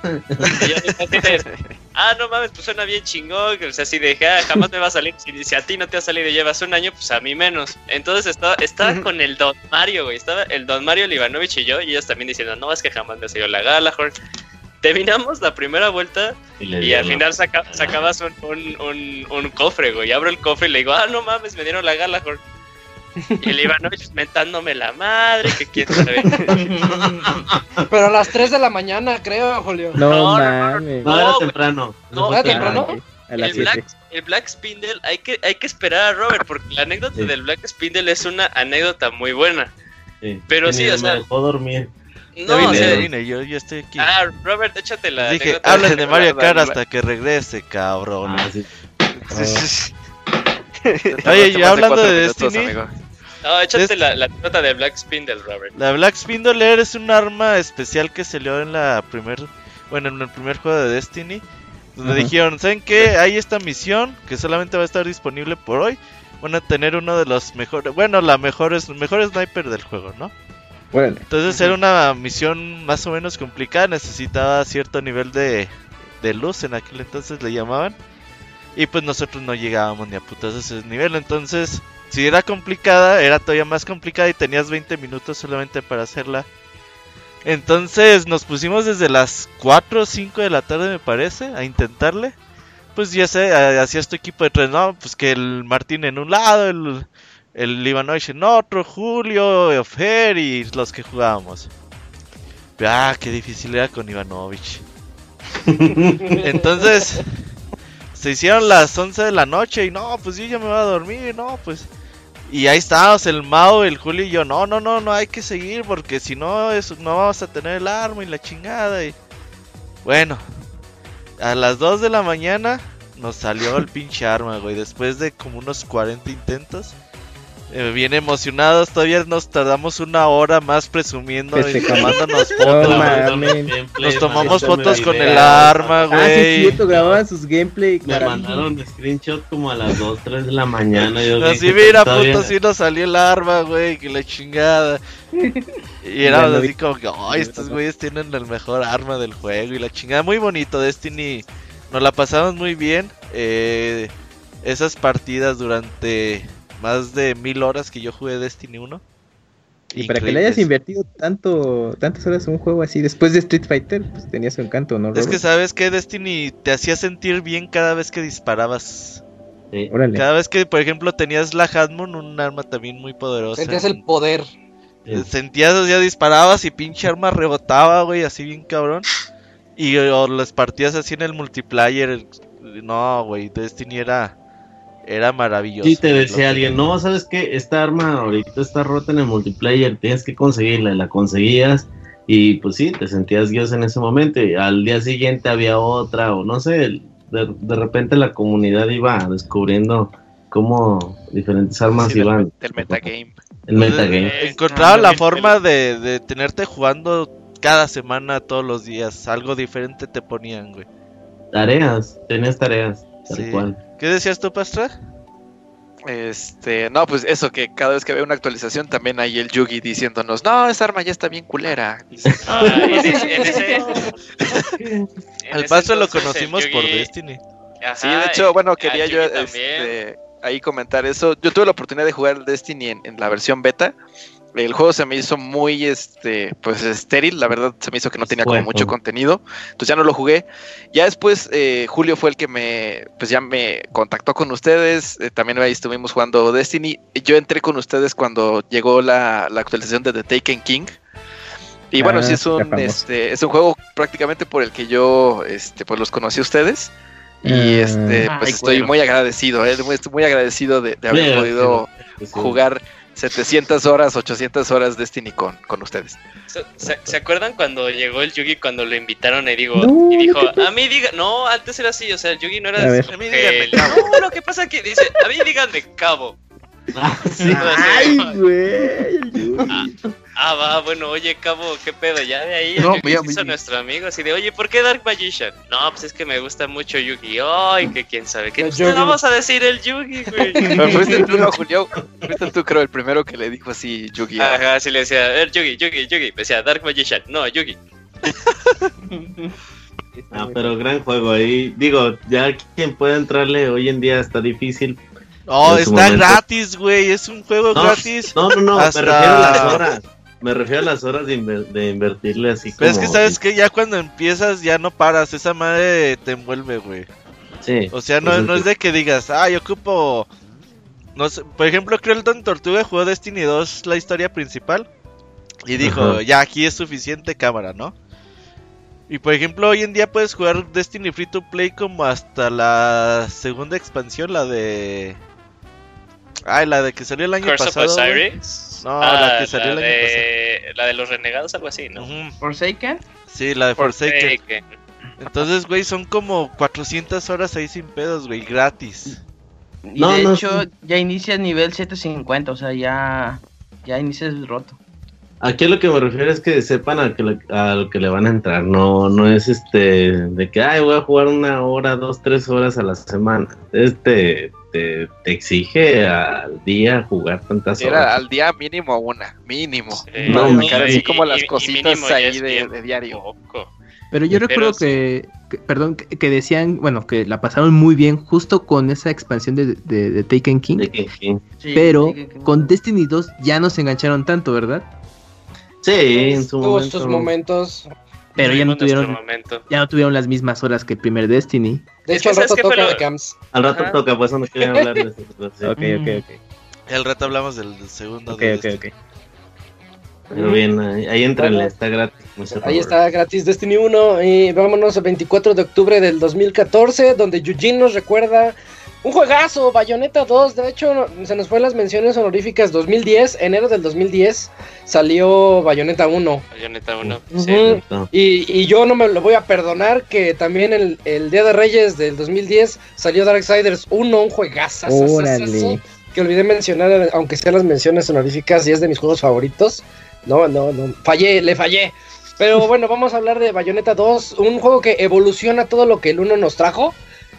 Y yo así de, ah, no mames, pues suena bien chingón. O sea, así de, ah, jamás me va a salir. Si, si a ti no te ha salido y llevas un año, pues a mí menos. Entonces estaba, estaba con el Don Mario, güey. Estaba el Don Mario, el Ivanovich y yo, y ellos también diciendo, no, es que jamás me ha salido la Galahorn. Terminamos la primera vuelta le y al dieron final saca, sacabas un, un, un, un cofre, güey. Abro el cofre y le digo, ah, no mames, me dieron la Galahorn. Y el Ivanovich mentándome la madre, que quién sabe. Pero a las tres de la mañana, creo, Julio. No, No, no, mames. No, era No, temprano. no, ¿Era fue temprano? A las El siete. Black, el Black Spindle, hay que, hay que esperar a Robert, porque la anécdota Sí. del Black Spindle es una anécdota muy buena. Sí. Pero Que sí, ni o sea- me dejó dormir. Ya No, o vine, sea, ya vine, yo ya estoy aquí. ah, Robert, échate la Dije, anécdota. hablen de Mario la- Kart la- hasta que regrese, cabrón. Ah, sí. Oye, Más ya hablando cuatro de minutos, Destiny, amigo. No, échate Des- la, la anécdota de Black Spindle, Robert. la Black Spindle es un arma especial que salió en la primer, bueno, en el primer juego de Destiny, donde Ajá. dijeron, ¿saben qué? Hay esta misión que solamente va a estar disponible por hoy. Van a tener uno de los mejores, bueno, la mejor, es- mejor sniper del juego, ¿no? Órale. Entonces era una misión más o menos complicada, necesitaba cierto nivel de, de luz, en aquel entonces le llamaban. Y pues nosotros no llegábamos ni a putas a ese nivel, entonces si era complicada, era todavía más complicada y tenías veinte minutos solamente para hacerla. Entonces nos pusimos desde las cuatro o cinco de la tarde, me parece, a intentarle. Pues ya sé, a- hacías tu equipo de tres, ¿no? Pues que el Martín en un lado, el, el Ivanovich en otro, Julio, Ofer y los que jugábamos. Ah, qué difícil era con Ivanovich. Entonces, se hicieron las once de la noche y no, pues yo ya me voy a dormir, no, pues. Y ahí estábamos, el Mao, el Julio y yo, no, no, no, no hay que seguir porque si no, eso, no vamos a tener el arma y la chingada. Y bueno, a las dos de la mañana nos salió el pinche arma, güey, después de como unos cuarenta intentos. Eh, bien emocionados, todavía nos tardamos una hora más presumiendo y Festejando. tomándonos No fotos. mames. Nos tomamos Mándame fotos con el videos. arma, Ah, sí, es güey. cierto, grababan sus gameplay. Me maravilloso. mandaron screenshot como a las dos, tres de la mañana. Yo Así dije, mira, todavía- puto, sí nos salió el arma, güey, que la chingada. Y éramos así como que, ay, estos güeyes tienen el mejor arma del juego y la chingada. Muy bonito, Destiny. Nos la pasamos muy bien. Eh, esas partidas durante más de mil horas que yo jugué Destiny uno. Y para que le hayas invertido tanto, tantas horas en un juego así, después de Street Fighter, pues tenía su encanto, ¿no, Es que Robert? sabes que Destiny te hacía sentir bien cada vez que disparabas. Sí. Órale. Cada vez que, por ejemplo, tenías la Hatmon, un arma también muy poderosa. Sentías el poder. Sí. Sentías, ya disparabas y pinche arma rebotaba, güey, así bien cabrón. Y o las partidas así en el multiplayer. No, güey, Destiny era, era maravilloso. Sí, te güey, decía lo- alguien, no, ¿sabes qué? Esta arma ahorita está rota en el multiplayer, tienes que conseguirla, y la conseguías, y pues sí, te sentías Dios en ese momento, y al día siguiente había otra, o no sé, de, de repente la comunidad iba descubriendo cómo diferentes armas Sí, del, iban. me- del metagame. El metagame. Eh, Encontraba ah, la el- forma de, de tenerte jugando cada semana, todos los días. Algo diferente te ponían, güey. Tareas, tenías tareas, tal Sí. cual. ¿Qué decías tú, Pastra? Este, no, pues eso, que cada vez que había una actualización también hay el Yugi diciéndonos, no, esa arma ya está bien culera. Dice, ah, en ese- en ese- en Al ese Pastra lo entonces, el conocimos por Yugi- Destiny. Ajá, sí, de hecho, bueno, el- quería al yo Yugi también. este, ahí comentar eso. Yo tuve la oportunidad de jugar Destiny en, en la versión beta. El juego se me hizo muy, este, pues estéril, la verdad se me hizo que no tenía como Bueno. mucho contenido, entonces ya no lo jugué. Ya después eh, Julio fue el que me, pues ya me contactó con ustedes, eh, también ahí estuvimos jugando Destiny. Yo entré con ustedes cuando llegó la, la actualización de The Taken King. Y bueno, Ah, sí es la un, famosa. este, es un juego prácticamente por el que yo, este, pues los conocí a ustedes. Y Ah. este, pues Ay, estoy cuero. muy agradecido, eh, muy- estoy muy agradecido de, de haber Muy podido agradecido, sí. jugar setecientas horas, ochocientas horas Destiny con, con ustedes. ¿Se, se- se acuerdan cuando llegó el Yugi cuando lo invitaron y digo No, y dijo, ¿qué a mí diga, no, antes era así, o sea, el Yugi no era A ver. como A mí que díganme el- cabo. no, lo que pasa que dice, a mí díganme cabo. Ah, sí. Ay, güey. el Yugi. Ah, va, bueno, oye, cabo, qué pedo, ya de ahí el No, Yugi mira, se hizo mira. nuestro amigo, así de, oye, ¿por qué Dark Magician? No, pues es que me gusta mucho Yugi, ay, que quién sabe, que El pues te Yugi. vamos a decir el Yugi, güey. Pero fuiste tú, no, Julio, fuiste tú, creo, el primero que le dijo así Yugi. a- Ajá, sí le decía, a ver, Yugi, Yugi, Yugi, me decía Dark Magician, no, Yugi. Ah, pero gran juego ahí. Digo, ya quien pueda entrarle hoy en día está difícil. Oh, En su está momento. gratis, güey. Es un juego No, gratis. no, no, no, Hasta- me refiero a las horas. Me refiero a las horas de, inver- de invertirle así Pero como... es que sabes que ya cuando empiezas ya no paras. Esa madre te envuelve, güey. Sí. O sea, no, Pues no es de que digas, ah, yo ocupo no sé, por ejemplo, Krelton Tortuga jugó Destiny dos, la historia principal, y dijo, uh-huh. ya aquí es suficiente cámara, ¿no? Y por ejemplo, hoy en día puedes jugar Destiny Free to Play como hasta la segunda expansión, la de... Ay, la de que salió el año Curse pasado. Curse of Osiris. No, ah, la que salió la el año de... pasado. La de los renegados, algo así, ¿no? Uh-huh. ¿Forsaken? Sí, la de Forsaken. Forsaken. Entonces, güey, son como cuatrocientas horas ahí sin pedos, güey, gratis. Y no, de no, hecho, sí. ya inicias nivel setecientos cincuenta, o sea, ya, ya inicias roto. Aquí lo que me refiero es que sepan a, que le, a lo que le van a entrar, no no es este de que ay voy a jugar una hora, dos, tres horas a la semana. Este te, te exige al día jugar tantas Era horas. Al día mínimo una, mínimo. Sí, no, no, así y, como las y, cositas y ahí de, de diario. Poco. Pero yo recuerdo Pero, que, que, perdón, que, que decían, bueno, que la pasaron muy bien justo con esa expansión de, de, de Taken King. Taken King. Sí, pero Taken King. Con Destiny dos ya no se engancharon tanto, ¿verdad? Sí, en su Tuvo momento. sus momentos. Pero ya no tuvieron ya no tuvieron las mismas horas que el primer Destiny. De hecho, al rato toca lo... de Camps. Al rato Ajá. toca, pues eso no quería hablar de eso. Sí. Ok, ok, ok. El rato hablamos del, del segundo. Ok, de ok, Destiny. ok. Pero bien, ahí, ahí entrenle, bueno, está gratis. Ahí está gratis Destiny uno. Y vámonos al veinticuatro de octubre del dos mil catorce, donde Eugene nos recuerda un juegazo, Bayonetta dos. De hecho, se nos fue las menciones honoríficas. Dos mil diez, enero del dos mil diez, salió Bayonetta uno. Bayonetta uno, uh-huh. sí. Y, y yo no me lo voy a perdonar que también el, el Día de Reyes del dos mil diez salió Darksiders uno, un juegazo. Que olvidé mencionar, aunque sean las menciones honoríficas, y es de mis juegos favoritos. No, no, no, fallé, le fallé. Pero bueno, vamos a hablar de Bayonetta dos, un juego que evoluciona todo lo que el uno nos trajo.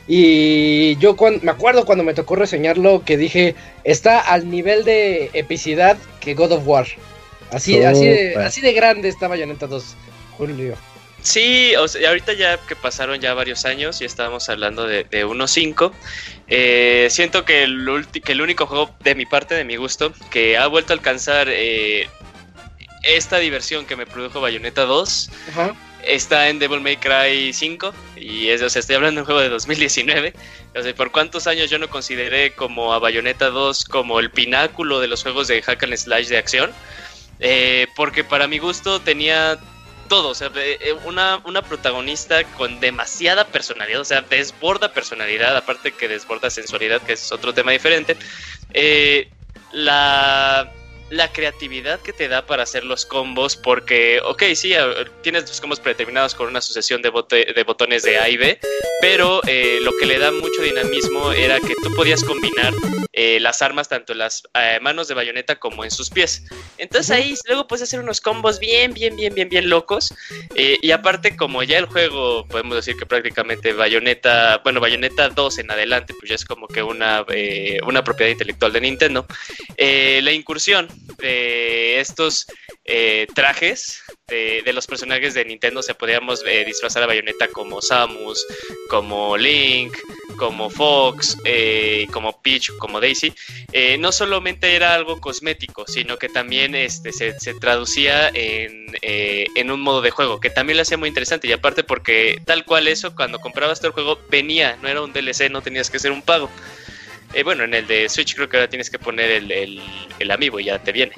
Y yo cuando, me acuerdo cuando me tocó reseñarlo que dije, está al nivel de epicidad que God of War. Así, oh, así, de, así de grande está Bayonetta dos, Julio. Sí, o sea, ahorita ya que pasaron ya varios años y estábamos hablando de, de uno punto cinco, eh, siento que el, ulti, que el único juego de mi parte, de mi gusto, que ha vuelto a alcanzar eh, esta diversión que me produjo Bayonetta dos, uh-huh. está en Devil May Cry cinco, y es, o sea, estoy hablando de un juego de dos mil diecinueve, o sea, por cuántos años yo no consideré como a Bayonetta dos como el pináculo de los juegos de hack and slash de acción, eh, porque para mi gusto tenía todo, o sea, una, una protagonista con demasiada personalidad, o sea, desborda personalidad, aparte que desborda sensualidad, que es otro tema diferente, eh, la... la creatividad que te da para hacer los combos, porque, ok, sí, tienes los combos predeterminados con una sucesión de, bote, de botones de A y B, pero eh, lo que le da mucho dinamismo era que tú podías combinar eh, las armas tanto en las eh, manos de Bayonetta como en sus pies. Entonces ahí luego puedes hacer unos combos bien, bien, bien, bien, bien locos, eh, y aparte como ya el juego, podemos decir que prácticamente Bayonetta, bueno, Bayonetta dos en adelante, pues ya es como que una, eh, una propiedad intelectual de Nintendo, eh, la incursión de estos eh, trajes de, de los personajes de Nintendo, o sea, podíamos eh, disfrazar a Bayonetta como Samus, como Link, como Fox, eh, como Peach, como Daisy, eh, no solamente era algo cosmético, sino que también este, se, se traducía en, eh, en un modo de juego, que también lo hacía muy interesante, y aparte porque tal cual eso, cuando comprabas todo el juego, venía, no era un D L C, no tenías que hacer un pago. Eh, bueno, en el de Switch creo que ahora tienes que poner el, el, el amiibo y ya te viene.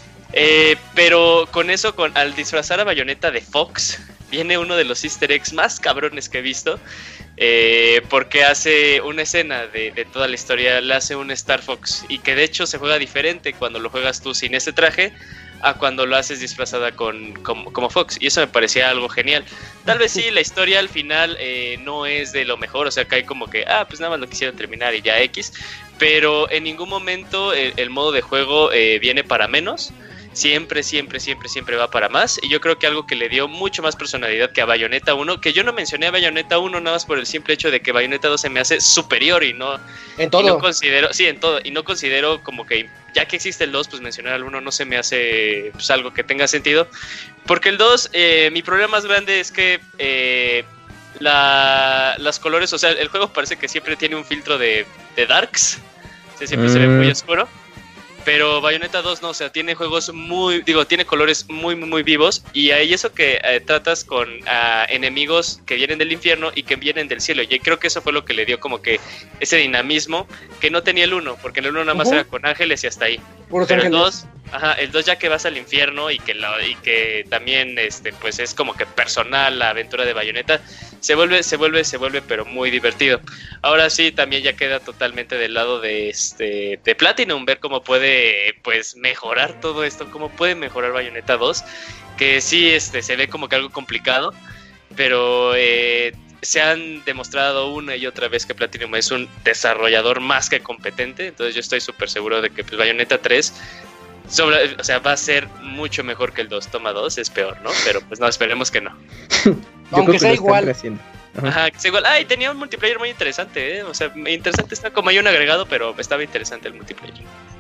Eh, pero con eso, con, al disfrazar a Bayonetta de Fox, viene uno de los easter eggs más cabrones que he visto. Eh, porque hace una escena de, de toda la historia, le hace un Star Fox. Y que de hecho se juega diferente cuando lo juegas tú sin ese traje a cuando lo haces disfrazada con, como, como Fox, y eso me parecía algo genial. Tal vez sí, la historia al final eh, no es de lo mejor, o sea, cae como que, ah, pues nada más lo quisieron terminar y ya X, pero en ningún momento el, el modo de juego eh, viene para menos. Siempre, siempre, siempre, siempre va para más. Y yo creo que algo que le dio mucho más personalidad que a Bayonetta uno, que yo no mencioné a Bayonetta uno nada más por el simple hecho de que Bayonetta dos se me hace superior y no... En todo. Y no considero, sí, en todo. Y no considero como que, ya que existe el dos, pues mencionar al uno no se me hace pues, algo que tenga sentido. Porque el dos, eh, mi problema más grande es que... Eh, la, las colores, o sea, el juego parece que siempre tiene un filtro de, de darks. O sea, siempre mm. se ve muy oscuro. Pero Bayonetta dos no, o sea, tiene juegos muy, digo, tiene colores muy, muy, muy vivos. Y hay eso que eh, tratas con uh, enemigos que vienen del infierno y que vienen del cielo. Y creo que eso fue lo que le dio como que ese dinamismo que no tenía el uno, porque en el uno nada más uh-huh. era con ángeles y hasta ahí. Puros Pero ángeles. el dos, ajá, el dos ya que vas al infierno y que, la, y que también este, pues es como que personal la aventura de Bayonetta, se vuelve, se vuelve, se vuelve, pero muy divertido. Ahora sí, también ya queda totalmente del lado de este de Platinum, ver cómo puede pues mejorar todo esto, cómo puede mejorar Bayonetta dos, que sí este, se ve como que algo complicado, pero eh, se han demostrado una y otra vez que Platinum es un desarrollador más que competente, entonces yo estoy súper seguro de que pues, Bayonetta tres sobre, o sea, va a ser mucho mejor que el dos. Toma dos es peor, ¿no? Pero pues no, esperemos que no. Aunque sea igual. Ajá. Ajá, que sea igual. Ay, tenía un multiplayer muy interesante, ¿eh? O sea, interesante está como hay un agregado, pero estaba interesante el multiplayer.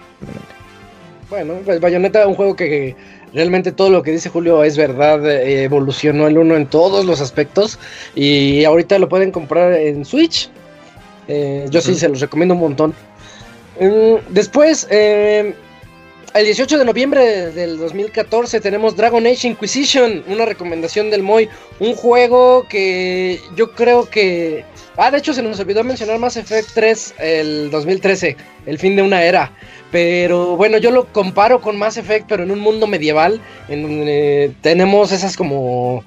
Bueno, pues Bayonetta, un juego que realmente todo lo que dice Julio es verdad, eh, evolucionó el uno en todos los aspectos y ahorita lo pueden comprar en Switch. Eh, yo uh-huh. sí se los recomiendo un montón. Um, después, eh, el dieciocho de noviembre del dos mil catorce tenemos Dragon Age Inquisition, una recomendación del Moy, un juego que yo creo que... Ah, de hecho se nos olvidó mencionar Mass Effect tres, el dos mil trece, el fin de una era. Pero bueno, yo lo comparo con Mass Effect, pero en un mundo medieval, en donde tenemos esas como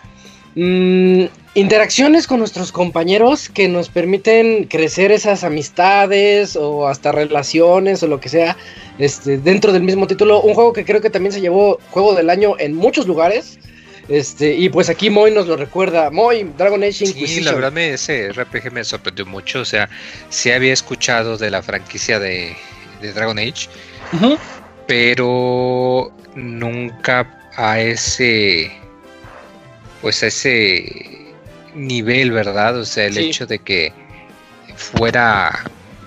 mmm, interacciones con nuestros compañeros que nos permiten crecer esas amistades o hasta relaciones o lo que sea, este, dentro del mismo título. Un juego que creo que también se llevó Juego del Año en muchos lugares. Este, y pues aquí Moy nos lo recuerda. Moy, Dragon Age Inquisition. Sí, la verdad me, ese R P G me sorprendió mucho. O sea, sí había escuchado de la franquicia de, de Dragon Age, uh-huh. pero nunca a ese, pues a ese nivel, ¿verdad? O sea, el sí. hecho de que fuera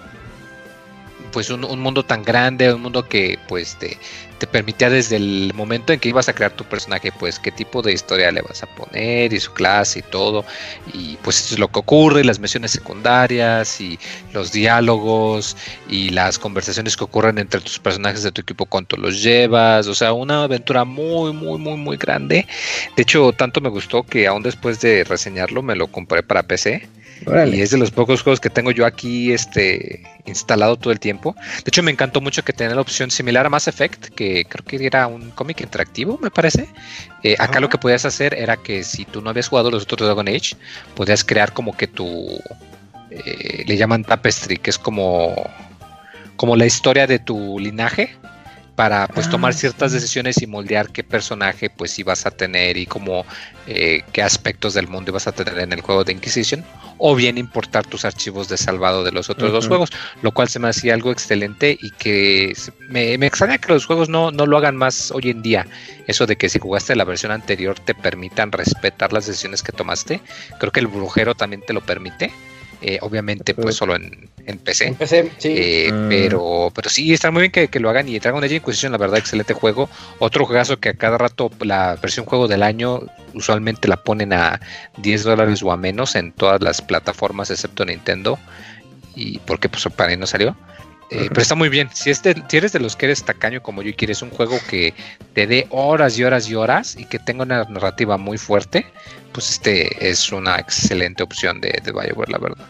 pues un, un mundo tan grande, un mundo que pues te, te permitía desde el momento en que ibas a crear tu personaje, pues qué tipo de historia le vas a poner y su clase y todo, y pues eso es lo que ocurre, las misiones secundarias y los diálogos y las conversaciones que ocurren entre tus personajes de tu equipo cuando los llevas, o sea, una aventura muy muy muy muy grande. De hecho, tanto me gustó que aún después de reseñarlo me lo compré para P C. Órale. Y es de los pocos juegos que tengo yo aquí este instalado todo el tiempo. De hecho, me encantó mucho que tenía la opción similar a Mass Effect, que creo que era un cómic interactivo, me parece. Eh, acá ah. lo que podías hacer era que si tú no habías jugado los otros Dragon Age, podías crear como que tu... Eh, le llaman tapestry, que es como, como la historia de tu linaje, para pues ah, tomar ciertas sí. decisiones y moldear qué personaje pues ibas a tener y como eh, qué aspectos del mundo ibas a tener en el juego de Inquisition, o bien importar tus archivos de salvado de los otros uh-huh. dos juegos, lo cual se me hacía algo excelente y que me, me extraña que los juegos no, no lo hagan más hoy en día, eso de que si jugaste la versión anterior te permitan respetar las decisiones que tomaste. Creo que el Brujero también te lo permite. Eh, obviamente pues solo en, en P C, en P C sí. eh, mm. pero, pero sí, está muy bien que, que lo hagan. Y Dragon Age Inquisition, la verdad, excelente juego. Otro juegazo que a cada rato la versión juego del año usualmente la ponen a diez dólares o a menos en todas las plataformas excepto Nintendo, y porque pues para ahí no salió. Eh, pero está muy bien. Si, es de, si eres de los que eres tacaño como yo y quieres un juego que te dé horas y horas y horas y que tenga una narrativa muy fuerte, pues este es una excelente opción de, de BioWare, la verdad.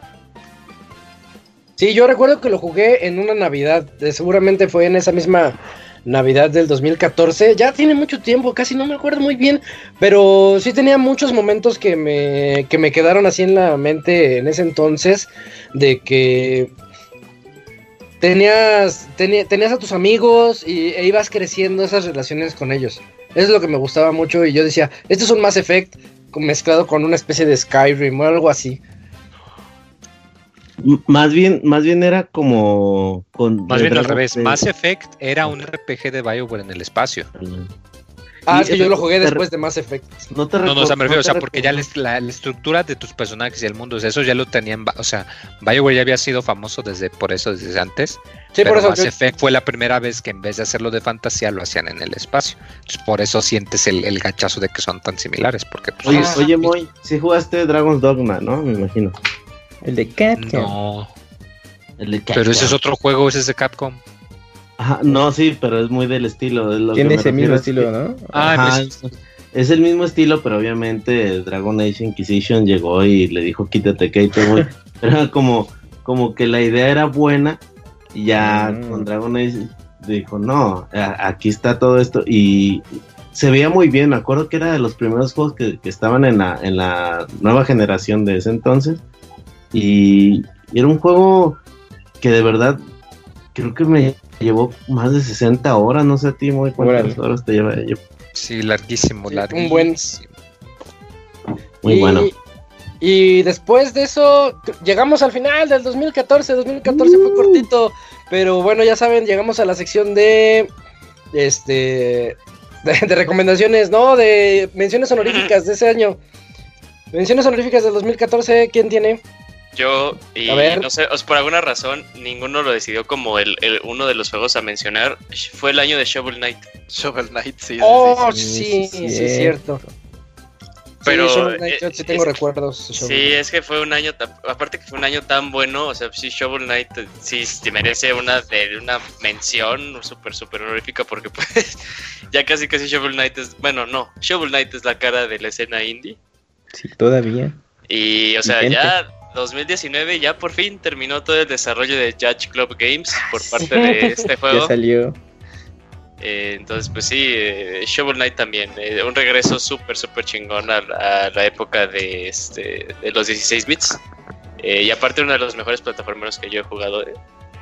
Sí, yo recuerdo que lo jugué en una Navidad, eh, seguramente fue en esa misma Navidad del dos mil catorce, ya tiene mucho tiempo, casi no me acuerdo muy bien, pero sí tenía muchos momentos que me, que me quedaron así en la mente en ese entonces, de que tenías, teni, tenías a tus amigos y, e ibas creciendo esas relaciones con ellos. Eso es lo que me gustaba mucho y yo decía, esto es un Mass Effect mezclado con una especie de Skyrim o algo así. Más bien, más bien era como... Con más bien al revés, de... Mass Effect era un R P G de BioWare en el espacio. Ah, es que yo lo jugué después de Mass Effect. No, te no, no, o sea, me refiero, no o sea, porque ya les, la, la estructura de tus personajes y el mundo, o sea, eso ya lo tenían, o sea, BioWare ya había sido famoso desde por eso, desde antes. Sí, pero por eso Mass yo... Effect fue la primera vez que en vez de hacerlo de fantasía lo hacían en el espacio. Entonces, por eso sientes el, el gachazo de que son tan similares, porque pues, Oye, ah, oye Moy, sí jugaste Dragon's Dogma, ¿no? Me imagino. El de Capcom. No. El de Capcom. Pero ese es otro juego, ese es de Capcom. Ah, Ajá, no, sí, pero es muy del estilo. Es lo Tiene que me ese mismo refiero, estilo, es que- ¿no? Ah, Ajá, pues- es, es el mismo estilo, pero obviamente Dragon Age Inquisition llegó y le dijo quítate que ahí te voy. Era como, como que la idea era buena y ya Mm. con Dragon Age dijo, no, a- aquí está todo esto y se veía muy bien. Me acuerdo que era de los primeros juegos que, que estaban en la, en la nueva generación de ese entonces y, y era un juego que de verdad creo que me llevó más de sesenta horas, no sé a ti, muy cuántas Órale. horas te lleva. Yo- Sí, larguísimo, Sí, larguísimo. un buen- Muy y, bueno. Y después de eso, llegamos al final del dos mil catorce. dos mil catorce fue cortito, pero bueno, ya saben, llegamos a la sección de. Este. De, de recomendaciones, ¿no? De menciones honoríficas de ese año. Menciones honoríficas del dos mil catorce, ¿quién tiene? Yo, y A ver. no sé, o sea, por alguna razón, ninguno lo decidió como el, el uno de los juegos a mencionar. Fue el año de Shovel Knight. Shovel Knight, sí. sí, Oh, sí. sí, sí, sí, es cierto. Pero, sí, Shovel Knight, yo eh, sí tengo es- recuerdos. de Shovel Sí, Knight. es que fue un año, tan- aparte que fue un año tan bueno, o sea, sí, Shovel Knight eh, sí, sí merece una, de, una mención súper, súper honorífica porque pues ya casi casi Shovel Knight es, bueno, no, Shovel Knight es la cara de la escena indie Sí, todavía. y, o sea, Vigente. ya dos mil diecinueve ya por fin terminó todo el desarrollo de Judge Club Games por parte de este Ya juego. salió. Eh, entonces, pues sí, eh, Shovel Knight también, eh, un regreso súper, súper chingón a, a la época de, este, de los dieciséis bits. Eh, y aparte uno de los mejores plataformeros que yo he jugado. eh.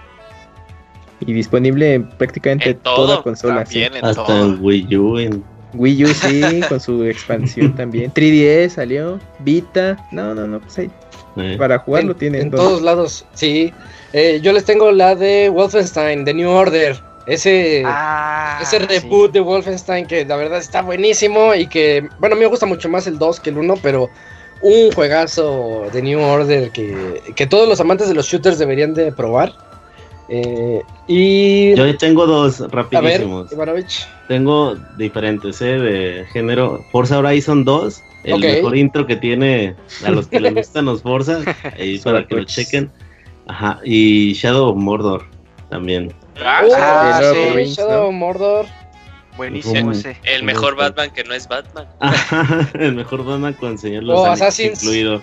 Y disponible en prácticamente En todo, toda consola. Sí. También en Hasta todo. en Wii U. En... Wii U sí, con su expansión también. tres D S salió. Vita. No, no, no, pues ahí. eh. Para jugarlo en, tienen en todo. todos lados, sí. Eh, yo les tengo la de Wolfenstein, The New Order. Ese, Ah, ese sí. reboot de Wolfenstein que la verdad está buenísimo y que, bueno, a mí me gusta mucho más el dos que el uno, pero un juegazo de New Order que, que todos los amantes de los shooters deberían de probar. Eh, y... Yo tengo dos a ver, rapidísimos. Ivanovich. Tengo diferentes, ¿eh? De género. Forza Horizon dos, el Ok. mejor intro que tiene a los que les gustan los Forza, ahí para que lo Coches. chequen. Ajá, y Shadow of Mordor también. Uh, Ah, el sí, Lord of the Rings, Shadow ¿no? Mordor. Buenísimo Mm. ese. El Me mejor gusta. Batman que no es Batman. Ajá, el mejor Batman con Señor Los Oh, Anillos Assassins. incluido.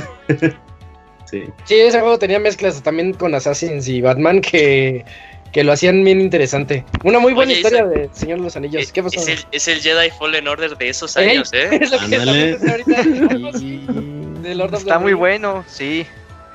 Sí. Sí, ese juego tenía mezclas también con Assassins y Batman que, que lo hacían bien interesante. Una muy buena Oye, historia ese- de Señor de los Anillos. ¿Qué pasó? Es el, es el Jedi Fallen Order de esos Ey, años, ¿eh? es lo que Ándale. estamos ahorita. Y- De Lord of the Está muy Rings. bueno, sí.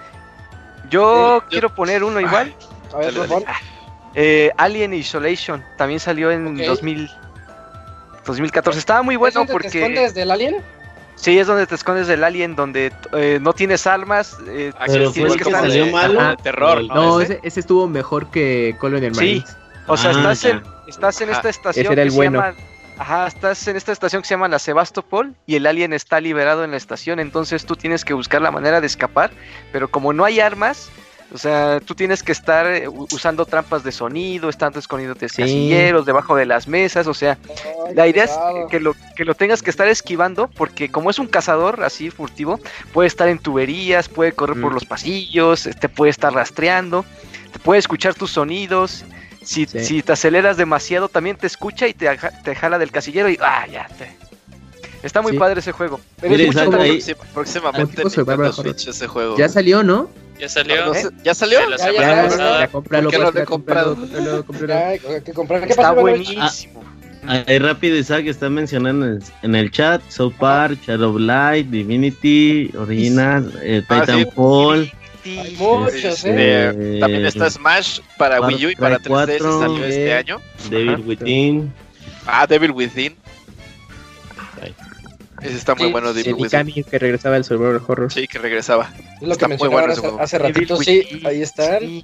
Yo Eh, yo- quiero poner uno igual. A ver, Dale, por favor. Eh, Alien Isolation también salió en Ok. dos mil, dos mil catorce. Estaba muy bueno ¿Es donde porque te escondes del alien? sí, es donde te escondes del alien, donde eh, no tienes armas. eh, Ah, Pero sí, fue tienes el que que estar- salió de- malo. Ajá. de terror, No, ¿no? No, Ese. ese, ese estuvo mejor que Colonial Sí. Marines. O sea, Ah, estás, ya. en, estás en Ajá. esta estación Ese era el que bueno. se llama. Ajá, estás en esta estación que se llama la Sebastopol y el alien está liberado en la estación, entonces tú tienes que buscar la manera de escapar, pero como no hay armas, o sea, tú tienes que estar eh, u- usando trampas de sonido, estando escondiéndote de Sí. casilleros, debajo de las mesas, o sea, Ay, la idea es pesado. que lo, que lo tengas que estar esquivando, porque como es un cazador así furtivo, puede estar en tuberías, puede correr por Mm. los pasillos, te puede estar rastreando, te puede escuchar tus sonidos. Si, Sí. si te aceleras demasiado, también te escucha y te, aja- te jala del casillero y ¡ah, ya! Te... Está muy Sí. padre ese juego. Pero Mire, es mucho Isaac, como- ahí- Próxima- próximamente Tipo Survival Nintendo Horror. Switch ese juego. Ya salió, ¿no? Ya salió. No ¿eh? sé, ¿Ya salió? La Ya, semana ya, ya, pasada. Ya, cómpralo, ¿Por qué no pues, lo he ya, cómpralo, comprado? cómpralo, cómpralo. Ya, hay que comprar. ¿Qué Está pasó, Ivanovich? buenísimo. Ahí rápido, Isaac está mencionando en el, en el chat South Park, Shadow of Light, Divinity, Original, eh, Ah, sí. Titanfall. Hay muchos, ¿eh? Eh, eh, También está Smash para Far Wii U y Cry para tres D S cuatro, salió este eh, año. Devil Ajá. Within. Ah, Devil Within. Ahí. Ese está muy Sí, bueno, Devil El Within. Mikami que regresaba al Survival Horror. Sí, que regresaba. Es lo Está que muy bueno mencionaban ese hace, juego. hace ratito, Devil sí, Within, ahí están. sí.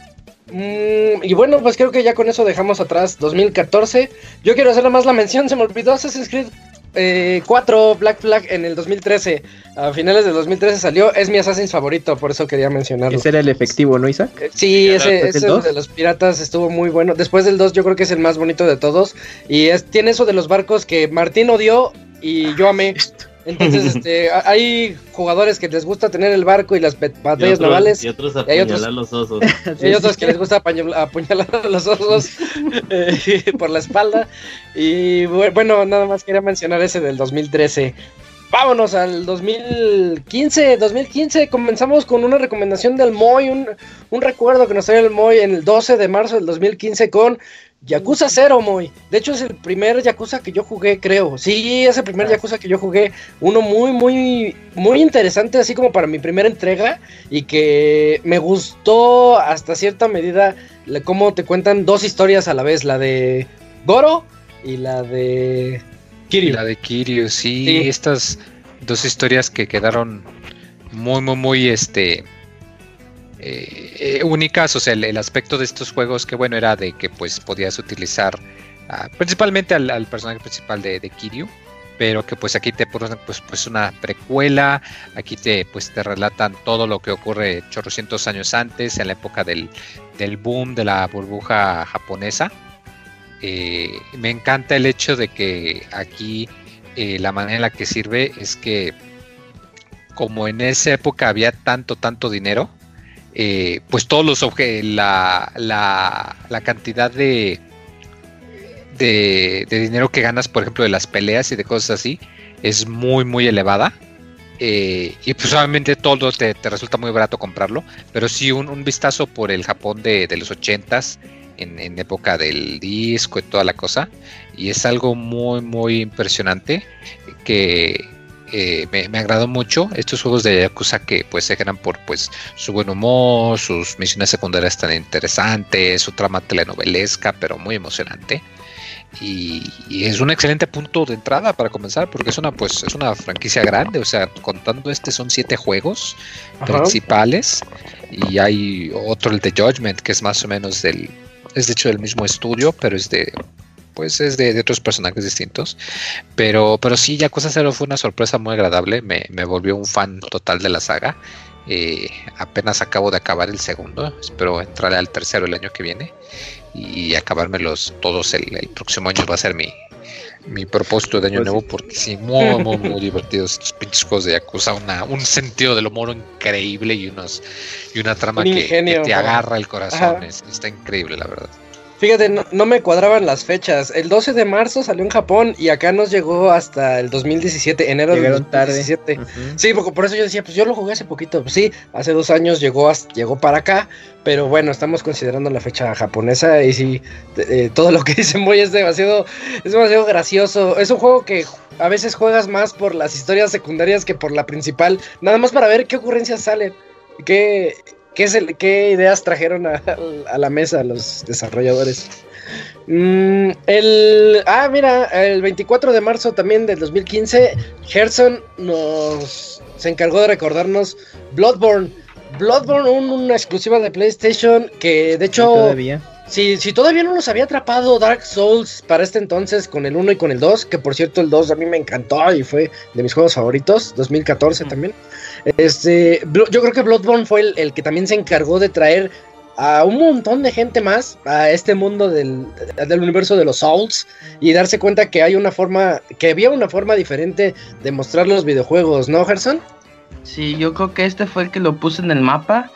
Mm, y bueno, pues creo que ya con eso dejamos atrás dos mil catorce. Yo quiero hacer nada más la mención, se me olvidó Assassin's Creed eh, cuatro Black Flag en el dos mil trece. A finales del dos mil trece salió, es mi Assassin's favorito, por eso quería mencionarlo. Ese era el efectivo, ¿no, Isaac? Eh, Sí, ese, ¿Después del ese dos? de los piratas estuvo muy bueno. Después del dos yo creo que es el más bonito de todos. Y es, tiene eso de los barcos que Martín odió y yo amé. Entonces, este, hay jugadores que les gusta tener el barco y las batallas y otros, navales. Y otros apuñalar y otros, los osos. Y hay otros que les gusta apuñalar a los osos eh, por la espalda. Y bueno, nada más quería mencionar ese del dos mil trece. Vámonos al dos mil quince. dos mil quince comenzamos con una recomendación del Moy, un, un recuerdo que nos trae el Moy en el doce de marzo del dos mil quince con Yakuza cero, Moy. De hecho es el primer Yakuza que yo jugué, creo. Sí, es el primer Yakuza que yo jugué. Uno muy, muy, muy interesante, así como para mi primera entrega. Y que me gustó hasta cierta medida cómo te cuentan dos historias a la vez. La de Goro y la de Kiryu. La de Kiryu, sí, sí. Estas dos historias que quedaron muy, muy, muy, este... Eh, eh, únicas, o sea, el, el aspecto de estos juegos que bueno era de que pues podías utilizar uh, principalmente al, al personaje principal de, de Kiryu, pero que pues aquí te ponen pues, pues una precuela, aquí te pues te relatan todo lo que ocurre chorrocientos años antes, en la época del, del boom de la burbuja japonesa. Eh, me encanta el hecho de que aquí eh, la manera en la que sirve es que como en esa época había tanto, tanto dinero, Eh, pues todos los objetos, la, la, la cantidad de, de, de dinero que ganas, por ejemplo, de las peleas y de cosas así, es muy, muy elevada. Eh, y pues obviamente todo te, te resulta muy barato comprarlo, pero sí un, un vistazo por el Japón de, de los ochentas, en, en época del disco y toda la cosa, y es algo muy, muy impresionante que... Eh, me, me agradó mucho estos juegos de Yakuza que pues se ganan por pues su buen humor, sus misiones secundarias tan interesantes, su trama telenovelesca pero muy emocionante, y, y es un excelente punto de entrada para comenzar porque es una pues es una franquicia grande, o sea, contando este son siete juegos Ajá. principales, y hay otro, el de Judgment, que es más o menos del, es de hecho del mismo estudio, pero es de pues es de, de otros personajes distintos, pero pero sí, Yakuza cero fue una sorpresa muy agradable, me, me volvió un fan total de la saga. Eh, apenas acabo de acabar el segundo, espero entrar al tercero el año que viene y acabármelos todos el, el próximo año, va a ser mi, mi propósito de año pues nuevo, sí. Porque sí, muy, muy, muy divertidos estos pinches juegos de Yakuza, una, un sentido del humor increíble y unos y una trama que, ingenio, que te agarra el corazón, es, está increíble, la verdad. Fíjate, no, no me cuadraban las fechas. El doce de marzo salió en Japón y acá nos llegó hasta el dos mil diecisiete, enero de dos mil diecisiete. Tarde. Uh-huh. Sí, porque por eso yo decía, pues yo lo jugué hace poquito. Pues sí, hace dos años llegó, hasta, llegó para acá, pero bueno, estamos considerando la fecha japonesa y sí, eh, todo lo que dicen Moy es demasiado, es demasiado gracioso. Es un juego que a veces juegas más por las historias secundarias que por la principal, nada más para ver qué ocurrencias salen, qué... ¿Qué, es el, ¿Qué ideas trajeron a, a la mesa los desarrolladores? Mm, el, ah, mira, el veinticuatro de marzo también del dos mil quince, Gerson nos se encargó de recordarnos Bloodborne. Bloodborne, un, una exclusiva de PlayStation que de hecho... ¿Sí, todavía? Si, si todavía no nos había atrapado Dark Souls para este entonces con el uno y con el dos, que por cierto el dos a mí me encantó y fue de mis juegos favoritos, dos mil catorce mm. también. Este, yo creo que Bloodborne fue el, el que también se encargó de traer a un montón de gente más a este mundo del, del universo de los Souls y darse cuenta que hay una forma, que había una forma diferente de mostrar los videojuegos, ¿no, Gerson? Sí, yo creo que este fue el que lo puso en el mapa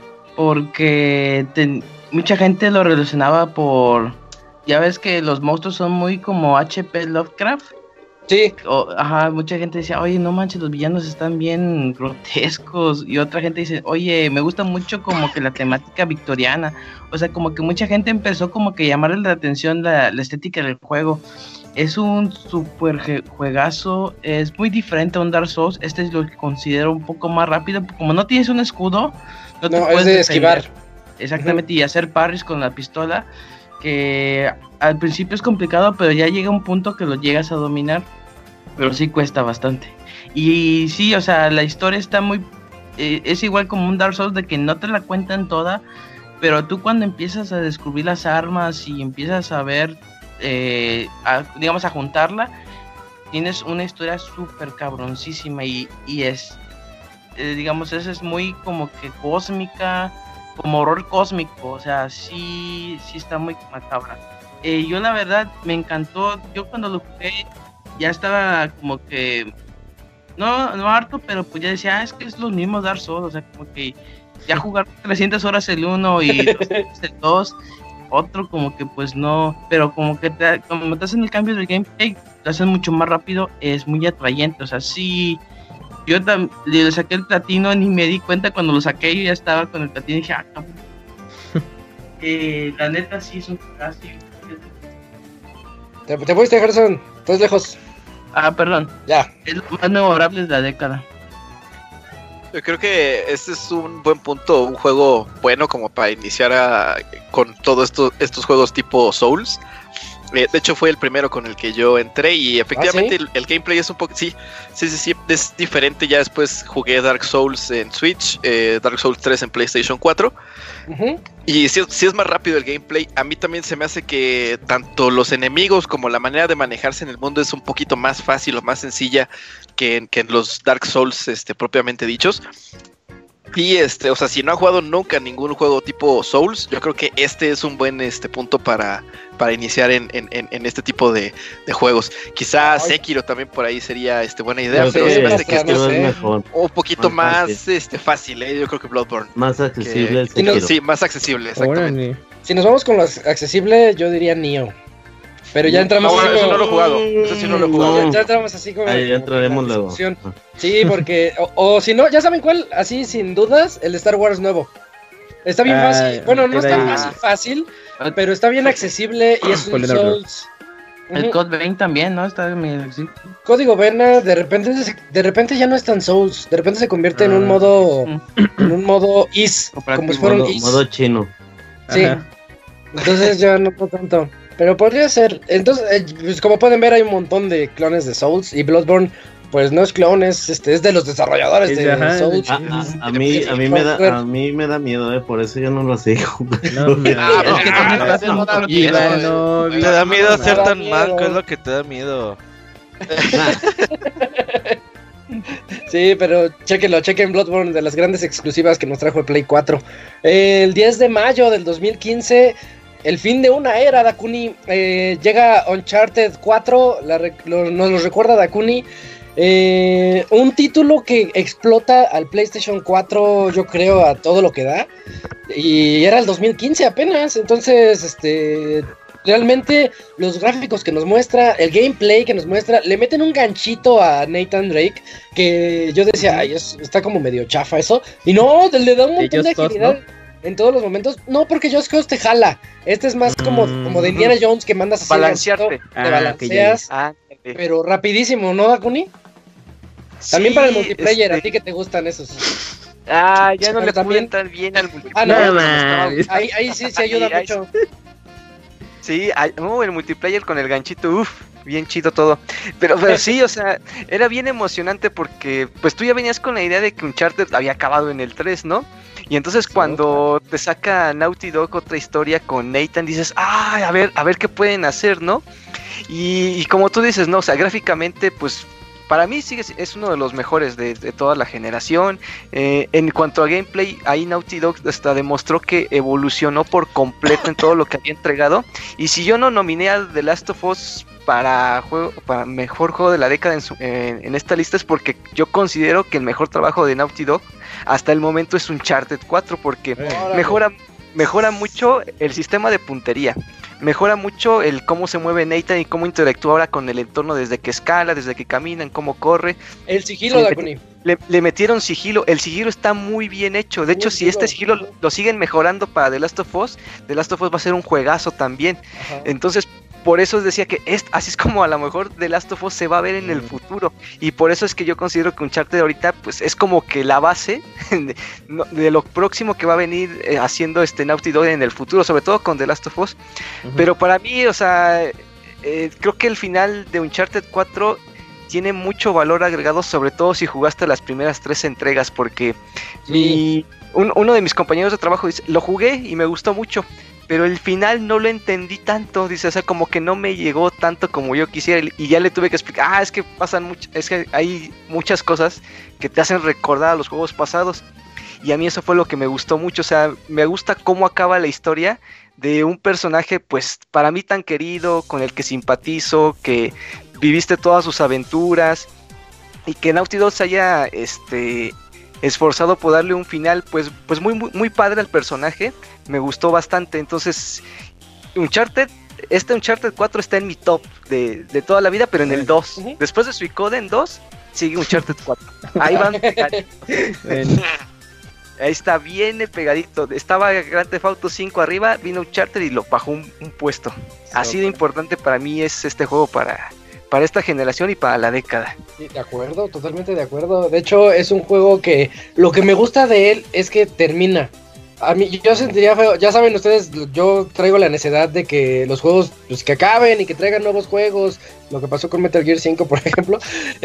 porque te, mucha gente lo relacionaba por, ya ves que los monstruos son muy como H P Lovecraft. Sí. O, ajá, mucha gente decía, oye, no manches, los villanos están bien grotescos. Y otra gente dice, oye, me gusta mucho como que la temática victoriana. O sea, como que mucha gente empezó como que a llamarle la atención la, la estética del juego. Es un super juegazo, es muy diferente a un Dark Souls. Este es lo que considero un poco más rápido. Como no tienes un escudo, no te no, puedes es de defender. esquivar. Exactamente, uh-huh. Y hacer parries con la pistola. Que al principio es complicado, pero ya llega un punto que lo llegas a dominar. Pero sí cuesta bastante. Y sí, o sea, la historia está muy... Eh, es igual como un Dark Souls de que no te la cuentan toda, pero tú cuando empiezas a descubrir las armas y empiezas a ver, eh, a, digamos, a juntarla, tienes una historia súper cabroncísima y, y es, eh, digamos, esa es muy como que cósmica, como horror cósmico, o sea, sí, sí está muy macabra. Eh, yo la verdad me encantó, yo cuando lo jugué ya estaba como que no, no harto, pero pues ya decía, ah, es que es lo mismo Dark Souls, o sea, como que ya jugar trescientas horas el uno y doscientas el dos, otro como que pues no, pero como que te, como te hacen el cambio del gameplay, lo hacen mucho más rápido, es muy atrayente, o sea, sí, yo también le saqué el platino, ni me di cuenta cuando lo saqué, yo ya estaba con el platino y dije, ah, cabrón. eh, la neta sí es un casi. Te, te fuiste, Gerson, estás lejos. Ah, perdón. Ya. Es lo más memorable de la década. Yo creo que este es un buen punto, un juego bueno como para iniciar a, con todos estos, estos juegos tipo Souls. Eh, de hecho fue el primero con el que yo entré y efectivamente ¿Ah, sí? el, el gameplay es un poco, sí, sí, sí, sí, es diferente. Ya después jugué Dark Souls en Switch, eh, Dark Souls tres en PlayStation cuatro. Uh-huh. Y sí, sí es más rápido el gameplay. A mí también se me hace que tanto los enemigos como la manera de manejarse en el mundo es un poquito más fácil o más sencilla que en, que en los Dark Souls este, propiamente dichos. Y este, o sea, si no ha jugado nunca ningún juego tipo Souls, yo creo que este es un buen este punto para, para iniciar en, en, en este tipo de, de juegos. Quizá Ay. Sekiro también por ahí sería este buena idea, no, pero sí, se me hace que este es mejor. Un poquito más, más este fácil, ¿eh? Yo creo que Bloodborne. Más accesible. Que, no, sí, más accesible, exactamente. Órale. Si nos vamos con lo accesible, yo diría Nioh. Pero ya entramos no, así eso como... no lo he jugado. Eso sí no lo he jugado. Ya, ya entramos así como... Ahí entraremos luego. Sí, porque... O, o si no, ya saben cuál, así sin dudas, el de Star Wars nuevo. Está bien ah, fácil. Bueno, no está fácil, fácil, pero está bien accesible y es un Souls. El uh-huh. Code Vein también, ¿no? Está bien, sí. Código Vena, de repente, de repente ya no es tan Souls. De repente se convierte ah, en un modo... En un modo Is. Como si fuera un Is. Modo chino. Sí. Ajá. Entonces ya no tanto. Pero podría ser. Entonces, eh, pues como pueden ver, hay un montón de clones de Souls. Y Bloodborne, pues no es clon, es, este, es de los desarrolladores de Ajá, Souls. A, a, a, mí, a, mí me da, a mí me da miedo, eh, por eso yo no lo sigo. No, me da miedo. Te da miedo ser tan manco, es lo que te da miedo. Sí, pero chéquenlo, chequen Bloodborne, de las grandes exclusivas que nos trajo el Play cuatro. El diez de mayo del dos mil quince... El fin de una era, Dakuni. Eh, llega Uncharted cuatro, la rec- lo, nos lo recuerda Dakuni. Eh, un título que explota al PlayStation cuatro, yo creo, a todo lo que da. Y era el dos mil quince apenas. Entonces, este... realmente los gráficos que nos muestra, el gameplay que nos muestra, le meten un ganchito a Nathan Drake. Que yo decía, ay, es, está como medio chafa eso. Y no, le da un montón de agilidad. ¿No? En todos los momentos, no, porque Just Cause te jala. Este es más como, mm, como de Indiana Jones, que mandas así balancearte. Ah, te balanceas, ah, okay. Pero rapidísimo, ¿no, Dakuni? Sí, también para el multiplayer, este... a ti que te gustan esos. Ah, ya no le también tan bien al multiplayer. Ah, no, no, no, ahí, ahí sí se ayuda ahí, mucho. Ahí, sí, hay, oh, el multiplayer con el ganchito, uff, bien chido todo. Pero, pero sí, o sea, era bien emocionante porque pues tú ya venías con la idea de que Uncharted había acabado en el tres, ¿no? Y entonces cuando te saca Naughty Dog otra historia con Nathan, dices, ah, a ver, a ver qué pueden hacer, ¿no? Y, y como tú dices, no, o sea, gráficamente, pues, para mí sigue es uno de los mejores de, de toda la generación. Eh, en cuanto a gameplay, ahí Naughty Dog hasta demostró que evolucionó por completo en todo lo que había entregado. Y si yo no nominé a The Last of Us para juego, para mejor juego de la década en, su, en, en esta lista, es porque yo considero que el mejor trabajo de Naughty Dog hasta el momento es Uncharted cuatro, porque eh, mejora, mejora mucho el sistema de puntería, mejora mucho el cómo se mueve Nathan y cómo interactúa ahora con el entorno desde que escala, desde que camina, en cómo corre. El sigilo, Dakuni. Le, le metieron sigilo, el sigilo está muy bien hecho. De muy hecho, si sigilo. Este sigilo lo, lo siguen mejorando para The Last of Us, The Last of Us va a ser un juegazo también. Ajá. Entonces, por eso decía que es, así es como a lo mejor The Last of Us se va a ver en mm. el futuro. Y por eso es que yo considero que Uncharted ahorita pues es como que la base de, de lo próximo que va a venir eh, haciendo este Naughty Dog en el futuro, sobre todo con The Last of Us. Uh-huh. Pero para mí, o sea, eh, creo que el final de Uncharted cuatro tiene mucho valor agregado, sobre todo si jugaste las primeras tres entregas, porque sí. mi, un, uno de mis compañeros de trabajo dice, lo jugué y me gustó mucho, pero el final no lo entendí tanto, dice, o sea, como que no me llegó tanto como yo quisiera, y ya le tuve que explicar, ah, es que pasan mucho, es que hay muchas cosas que te hacen recordar a los juegos pasados, y a mí eso fue lo que me gustó mucho, o sea, me gusta cómo acaba la historia de un personaje, pues, para mí tan querido, con el que simpatizo, que viviste todas sus aventuras, y que Naughty Dog se haya este, esforzado por darle un final pues, pues muy, muy, muy padre al personaje, me gustó bastante. Entonces, Uncharted, este Uncharted cuatro está en mi top de, de toda la vida, pero en el dos. Uh-huh. Después de Suicoden dos, sigue Uncharted cuatro. Ahí van pegaditos. Bueno. Ahí está bien pegadito. Estaba Grand Theft Auto cinco arriba, vino Uncharted y lo bajó un, un puesto. Sí, así de importante para mí es este juego para, para esta generación y para la década. Sí, de acuerdo, totalmente de acuerdo. De hecho, es un juego que lo que me gusta de él es que termina. A mí, yo sentiría feo, ya saben ustedes, yo traigo la necesidad de que los juegos, pues que acaben y que traigan nuevos juegos, lo que pasó con Metal Gear cinco, por ejemplo,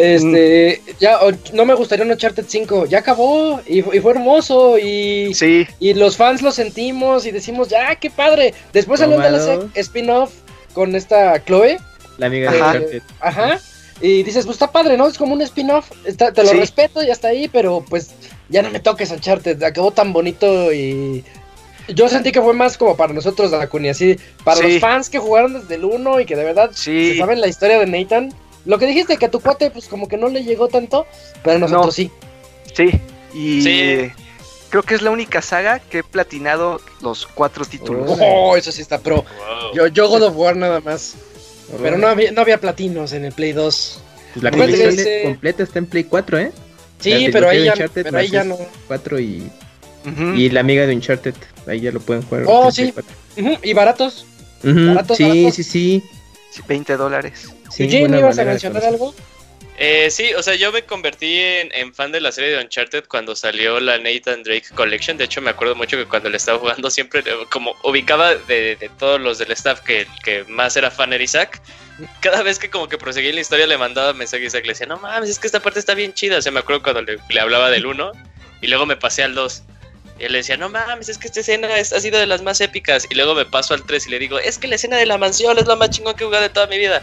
este, mm. ya, no me gustaría un Uncharted cinco, ya acabó, y, y fue hermoso, y, sí. y los fans lo sentimos, y decimos, ya, qué padre, después salió un D L C spin-off con esta Chloe, la amiga de Uncharted, ajá, y dices, pues está padre, ¿no? Es como un spin-off, está, te lo sí. respeto, ya está ahí, pero pues ya no me toques Uncharted, acabó tan bonito y yo sentí que fue más como para nosotros, Dakuni, así, para sí. los fans que jugaron desde el uno y que de verdad sí. se saben la historia de Nathan. Lo que dijiste, que a tu cuate pues como que no le llegó tanto, pero a nosotros no. sí. Sí, y sí. creo que es la única saga que he platinado los cuatro títulos. Oh, eso sí está pro. Wow. Yo, yo God of War nada más. Oh. Pero no había, no había platinos en el Play dos. Pues la colección ese... completa está en Play cuatro, ¿eh? Sí, pero ahí, ya, pero ahí ya no. cuatro y, uh-huh. y la amiga de Uncharted, ahí ya lo pueden jugar. Oh, sí. Uh-huh. Y baratos. Uh-huh. baratos. Sí, baratos. sí, sí. veinte dólares. Sí, Jim, ¿ibas a mencionar algo? Eh, sí, o sea, yo me convertí en, en fan de la serie de Uncharted cuando salió la Nathan Drake Collection. De hecho, me acuerdo mucho que cuando le estaba jugando siempre, como ubicaba de, de todos los del staff que, que más era fan era Isaac. Cada vez que como que proseguía la historia le mandaba mensaje a Isaac, le decía, no mames, es que esta parte está bien chida. O sea, me acuerdo cuando le, le hablaba del uno y luego me pasé al dos. Y él le decía, no mames, es que esta escena es, ha sido de las más épicas. Y luego me paso al tres y le digo, es que la escena de la mansión es la más chingón que he jugado de toda mi vida.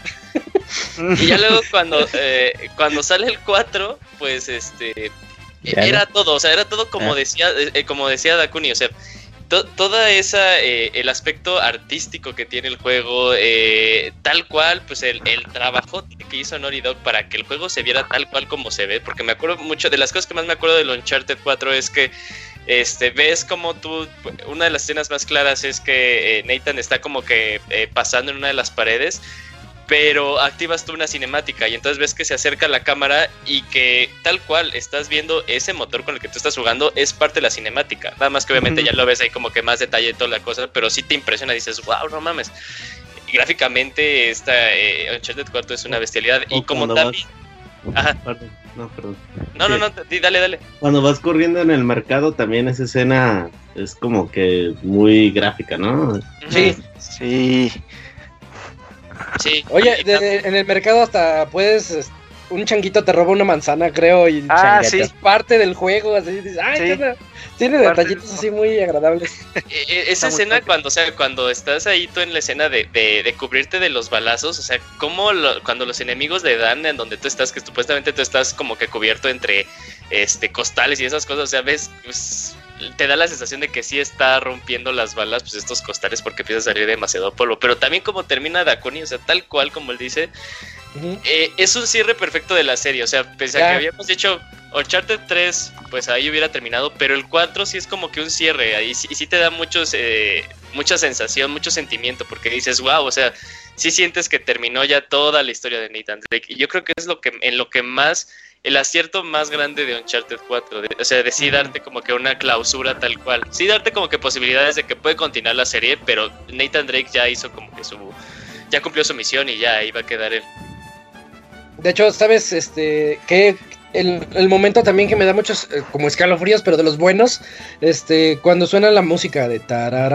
Y ya luego cuando, eh, cuando sale el cuatro, pues este ya era no. todo, o sea, era todo como ah. decía, eh, como decía Dakuni, o sea, to, toda esa, eh, el aspecto artístico que tiene el juego, eh, tal cual, pues el, el trabajo que hizo Naughty Dog para que el juego se viera tal cual como se ve, porque me acuerdo mucho, de las cosas que más me acuerdo del Uncharted cuatro es que Este, ves como tú, una de las escenas más claras es que eh, Nathan está como que eh, pasando en una de las paredes, pero activas tú una cinemática y entonces ves que se acerca la cámara y que tal cual estás viendo ese motor con el que tú estás jugando es parte de la cinemática, nada más que obviamente uh-huh. ya lo ves ahí como que más detalle y toda la cosa, pero sí te impresiona, dices, wow, no mames, y gráficamente esta eh, Uncharted cuatro es una bestialidad o y como también... Ajá. No, perdón. No, no, no, dale, dale. Cuando vas corriendo en el mercado también esa escena es como que muy gráfica, ¿no? Sí, sí. Sí. Oye, de, en el mercado hasta puedes, un changuito te roba una manzana, creo, y ah, sí. es parte del juego, así dices, ay, sí. tiene, tiene detallitos así muy agradables. Esa escena cuando, o sea, cuando estás ahí tú en la escena de, de, de cubrirte de los balazos, o sea, como lo, cuando los enemigos le dan en donde tú estás, que supuestamente tú estás como que cubierto entre este costales y esas cosas, o sea, ves, pues, te da la sensación de que sí está rompiendo las balas, pues estos costales porque empieza a salir demasiado polvo, pero también como termina Dakuni, o sea, tal cual como él dice, uh-huh. eh, es un cierre perfecto de la serie, o sea, pese yeah. a que habíamos dicho Uncharted tres, pues ahí hubiera terminado, pero el cuatro sí es como que un cierre, ahí sí, sí te da muchos, eh, mucha sensación, mucho sentimiento, porque dices, wow, o sea, sí sientes que terminó ya toda la historia de Nathan Drake, y yo creo que es lo que, en lo que más... el acierto más grande de Uncharted cuatro, de, o sea, de sí darte como que una clausura tal cual, sí darte como que posibilidades de que puede continuar la serie, pero Nathan Drake ya hizo como que su, ya cumplió su misión y ya ahí va a quedar él. De hecho, ¿sabes? Este, que el, el momento también que me da muchos, eh, como escalofríos, pero de los buenos, este, cuando suena la música de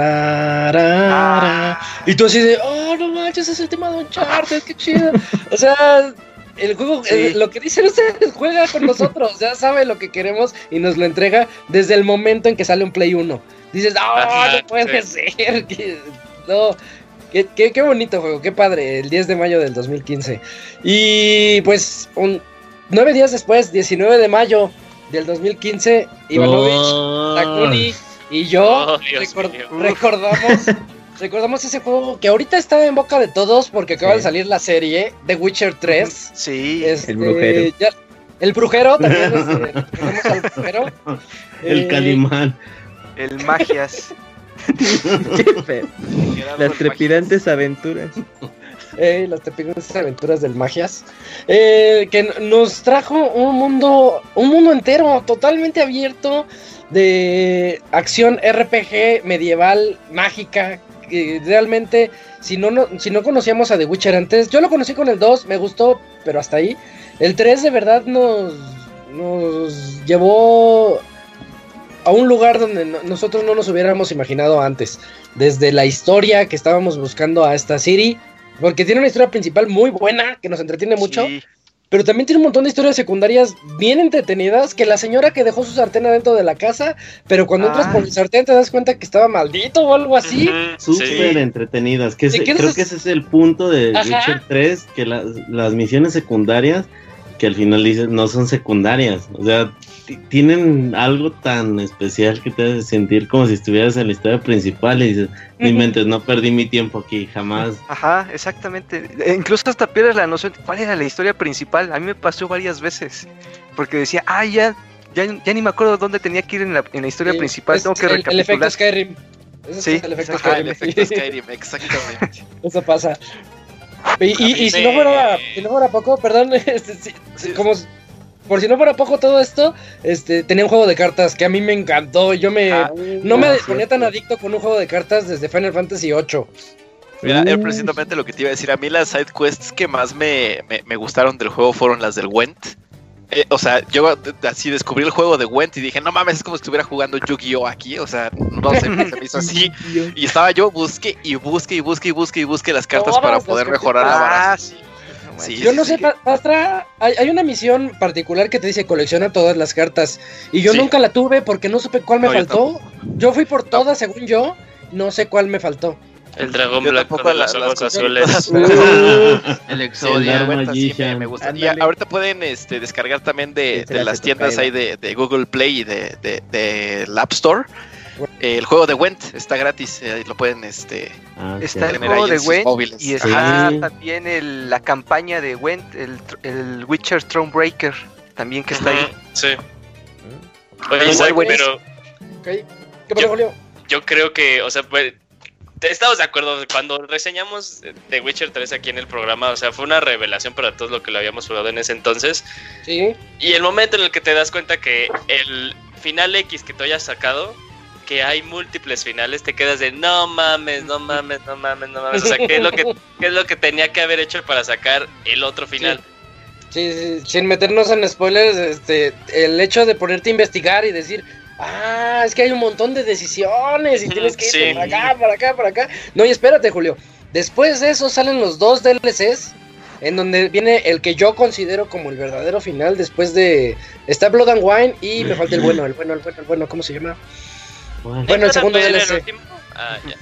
tarararara, ah. y tú así de, oh, no manches, es el tema de Uncharted, qué chido, o sea... El juego, sí. el, lo que dicen ustedes, juega con nosotros, ya sabe lo que queremos y nos lo entrega desde el momento en que sale un Play uno. Dices, no, oh, no puede sí. ser. Que, no, qué, qué, qué bonito juego, qué padre, el diez de mayo del dos mil quince. Y pues, un, nueve días después, diecinueve de mayo del dos mil quince, Ivanovich, oh. Dakuni y yo oh, record, recordamos... Recordamos ese juego que ahorita está en boca de todos porque acaba sí. de salir la serie The Witcher tres. Sí, este, el brujero. Ya, El brujero también, este, tenemos al brujero. El Eh, Calimán. El Magias. Qué feo. Las trepidantes aventuras. eh, las trepidantes aventuras del Magias. Eh, que nos trajo un mundo, un mundo entero, totalmente abierto, de acción R P G medieval, mágica. Que realmente, si no, no, si no conocíamos a The Witcher antes, yo lo conocí con el dos, me gustó, pero hasta ahí. El tres de verdad nos, nos llevó a un lugar donde no, nosotros no nos hubiéramos imaginado antes. Desde la historia que estábamos buscando a esta Ciri, porque tiene una historia principal muy buena, que nos entretiene mucho. Sí. Pero también tiene un montón de historias secundarias bien entretenidas, que la señora que dejó su sartén adentro de la casa, pero cuando Ah. entras por el sartén te das cuenta que estaba maldito o algo así. Ujú, Súper sí. entretenidas. Que ¿Te ese- quedas creo as- que ese es el punto de Ajá. Witcher tres, que las, las misiones secundarias, que al final dices, no son secundarias. O sea, t- tienen algo tan especial que te hace sentir como si estuvieras en la historia principal y dices, ni Ujú. mentes, no perdí mi tiempo aquí, jamás. Ajá, exactamente. E incluso hasta pierdes la noción de cuál era la historia principal. A mí me pasó varias veces. Porque decía, ah, ya, ya, ya ni me acuerdo dónde tenía que ir en la, en la historia Sí, principal. es Tengo que el, el efecto recapitular. Skyrim. Ese Sí, es el efecto exacto. Ah, Skyrim. el efecto Skyrim, exactamente. Eso pasa. Y, y- A mí y si me- no fuera, si no fuera poco, perdón, este, si- si- como s- por si no fuera poco todo esto, este, tenía un juego de cartas que a mí me encantó. Yo me Ah, no me ah, ponía cierto. tan adicto con un juego de cartas desde Final Fantasy ocho. Mira, Uh. era precisamente lo que te iba a decir. A mí las side quests que más me, me, me gustaron del juego fueron las del Gwent. Eh, o sea, yo de- así descubrí el juego de Gwent y dije, no mames, es como si estuviera jugando Yu-Gi-Oh aquí. O sea, no sé, se me hizo así. Y estaba yo, busque y busque y busque y busque y busque las cartas Todas para las poder cartas. mejorar la Ah, baraja. sí. Sí, Yo sí, no sí. sé, Pa- Pastra, hay, hay una misión particular que te dice colecciona todas las cartas. Y yo Sí. nunca la tuve porque no supe cuál me No, yo faltó. Yo fui por todas, según yo, no sé cuál me faltó. El dragón Yo blanco tampoco de la- los las ojos conseguí azules. todas. El El Exodia. Dark Cuenta, sí, me, Magician. me gusta. Y Ándale. ahorita pueden este, descargar también de, Ese de la las te tiendas tocaba. ahí de, de Google Play y de, de, de App Store. Eh, el juego de Gwent está gratis, eh, lo pueden este Ah, Está el tener juego ahí de en sus Gwent móviles. y está Sí. también el- la campaña de Gwent, el, tr- el Witcher Thronebreaker, también que está ahí. Ujú, sí. Igual Oye, Isaac, buenísimo. pero ¿Ok? ¿Qué pasó, Yo- Julio? yo creo que, o sea, pues, estamos de acuerdo. Cuando reseñamos The Witcher tres aquí en el programa, o sea, fue una revelación para todos lo que lo habíamos jugado en ese entonces. Sí. Y el momento en el que te das cuenta que el final X que tú hayas sacado, que hay múltiples finales, te quedas de no mames, no mames, no mames, no mames. O sea, ¿qué es lo que, qué es lo que tenía que haber hecho para sacar el otro final? Sí, sí, sin meternos en spoilers, este, el hecho de ponerte a investigar y decir, ah, es que hay un montón de decisiones y Ujú, tienes que ir sí. para acá, para acá, para acá. No, y espérate, Julio. Después de eso salen los dos D L Cs, en donde viene el que yo considero como el verdadero final. Después de está Blood and Wine y me falta el bueno, el bueno, el bueno, el bueno, ¿cómo se llama? Bueno, el segundo ¿Era D L el C. último? Ah, ya.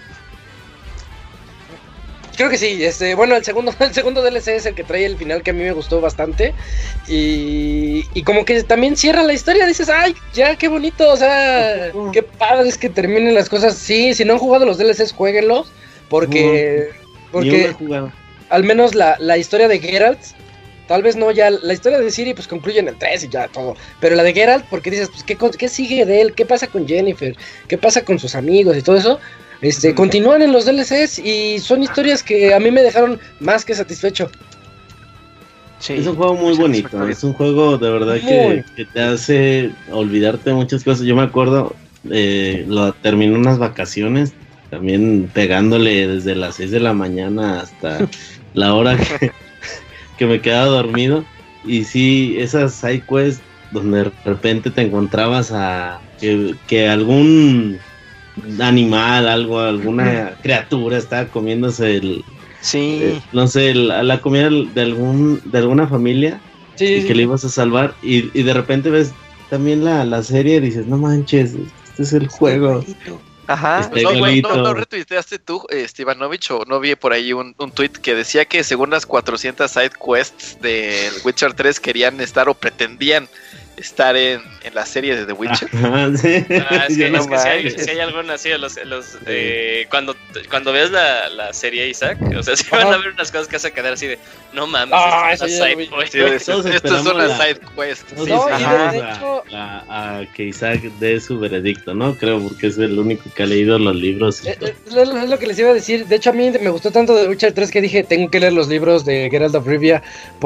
Creo que sí, este, bueno, el segundo, el segundo D L C es el que trae el final que a mí me gustó bastante. Y, y como que también cierra la historia, dices, ay, ya, qué bonito, o sea, qué padre es que terminen las cosas. Sí, si no han jugado los D L Cs, jueguenlos, porque, Ni uno porque he jugado. al menos la, la historia de Geralt, tal vez no ya, la historia de Ciri pues concluye en el tres y ya todo, pero la de Geralt, porque dices, pues, ¿qué, con- qué sigue de él? ¿Qué pasa con Jennifer? ¿Qué pasa con sus amigos y todo eso? Este, continúan en los D L Cs y son historias que a mí me dejaron más que satisfecho. Sí. Es un juego muy Muchas bonito, satisfactorias. es un juego de verdad que, Muy. que te hace olvidarte de muchas cosas. Yo me acuerdo, eh, lo terminé unas vacaciones, también pegándole desde las seis de la mañana hasta la hora que, que me quedaba dormido. Y sí, esas side quests donde de repente te encontrabas a que, que algún animal, algo, alguna criatura estaba comiéndose el, Sí. eh, no sé, la, la comida de algún de alguna familia Sí, y que le ibas a salvar y, y de repente ves también la, la serie y dices, no manches, este es el juego. Ajá. Este, No, güey, no, igualito. no retuiteaste tú, este, Ivanovich, o no vi por ahí un, un tweet que decía que según las cuatrocientas side quests de Witcher tres querían estar o pretendían estar en, en la serie de The Witcher. Ah, sí. Ah, es que, No es que si, hay, manches. si hay alguna así, los, los, eh, cuando, cuando veas la, la serie, Isaac, o sea, si van a ver unas cosas que vas a quedar así de, no mames, Ah, esto eso es ya una lo vi. side quest. Sí, de- Todos esto es esperamos una la- side quest. Todos Sí, No, sí. y de- esperamos de a- hecho- a, a que Isaac dé su veredicto, ¿no? Creo, porque es el único que ha leído los libros. y Eh, todo. eh, Es lo, es lo que les iba a decir. De hecho, a mí me gustó tanto The Witcher tres que dije, tengo que leer los libros de Geralt of Rivia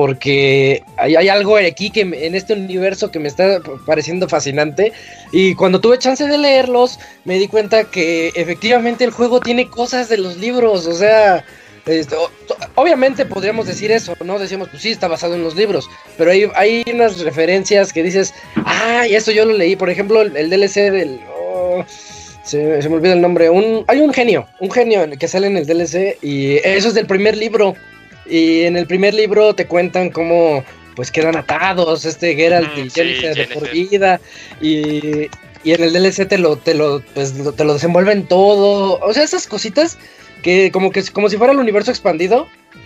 porque hay, hay algo aquí que me- en este universo que me está pareciendo fascinante. Y cuando tuve chance de leerlos, me di cuenta que efectivamente el juego tiene cosas de los libros. O sea, este, o- obviamente podríamos decir eso, ¿no? Decíamos, pues sí, está basado en los libros. Pero hay, hay unas referencias que dices, ah, y eso yo lo leí. Por ejemplo, el, el D L C del... oh, Se, se me olvida el nombre. Un, hay un genio, un genio en el que sale en el D L C y eso es del primer libro. Y en el primer libro te cuentan cómo pues quedan atados este Geralt Mm, y sí, Jennifer de por Jennifer. vida. Y, y en el D L C te lo, te lo, pues, lo- te lo desenvuelven todo. O sea, esas cositas que como que como si fuera el universo expandido.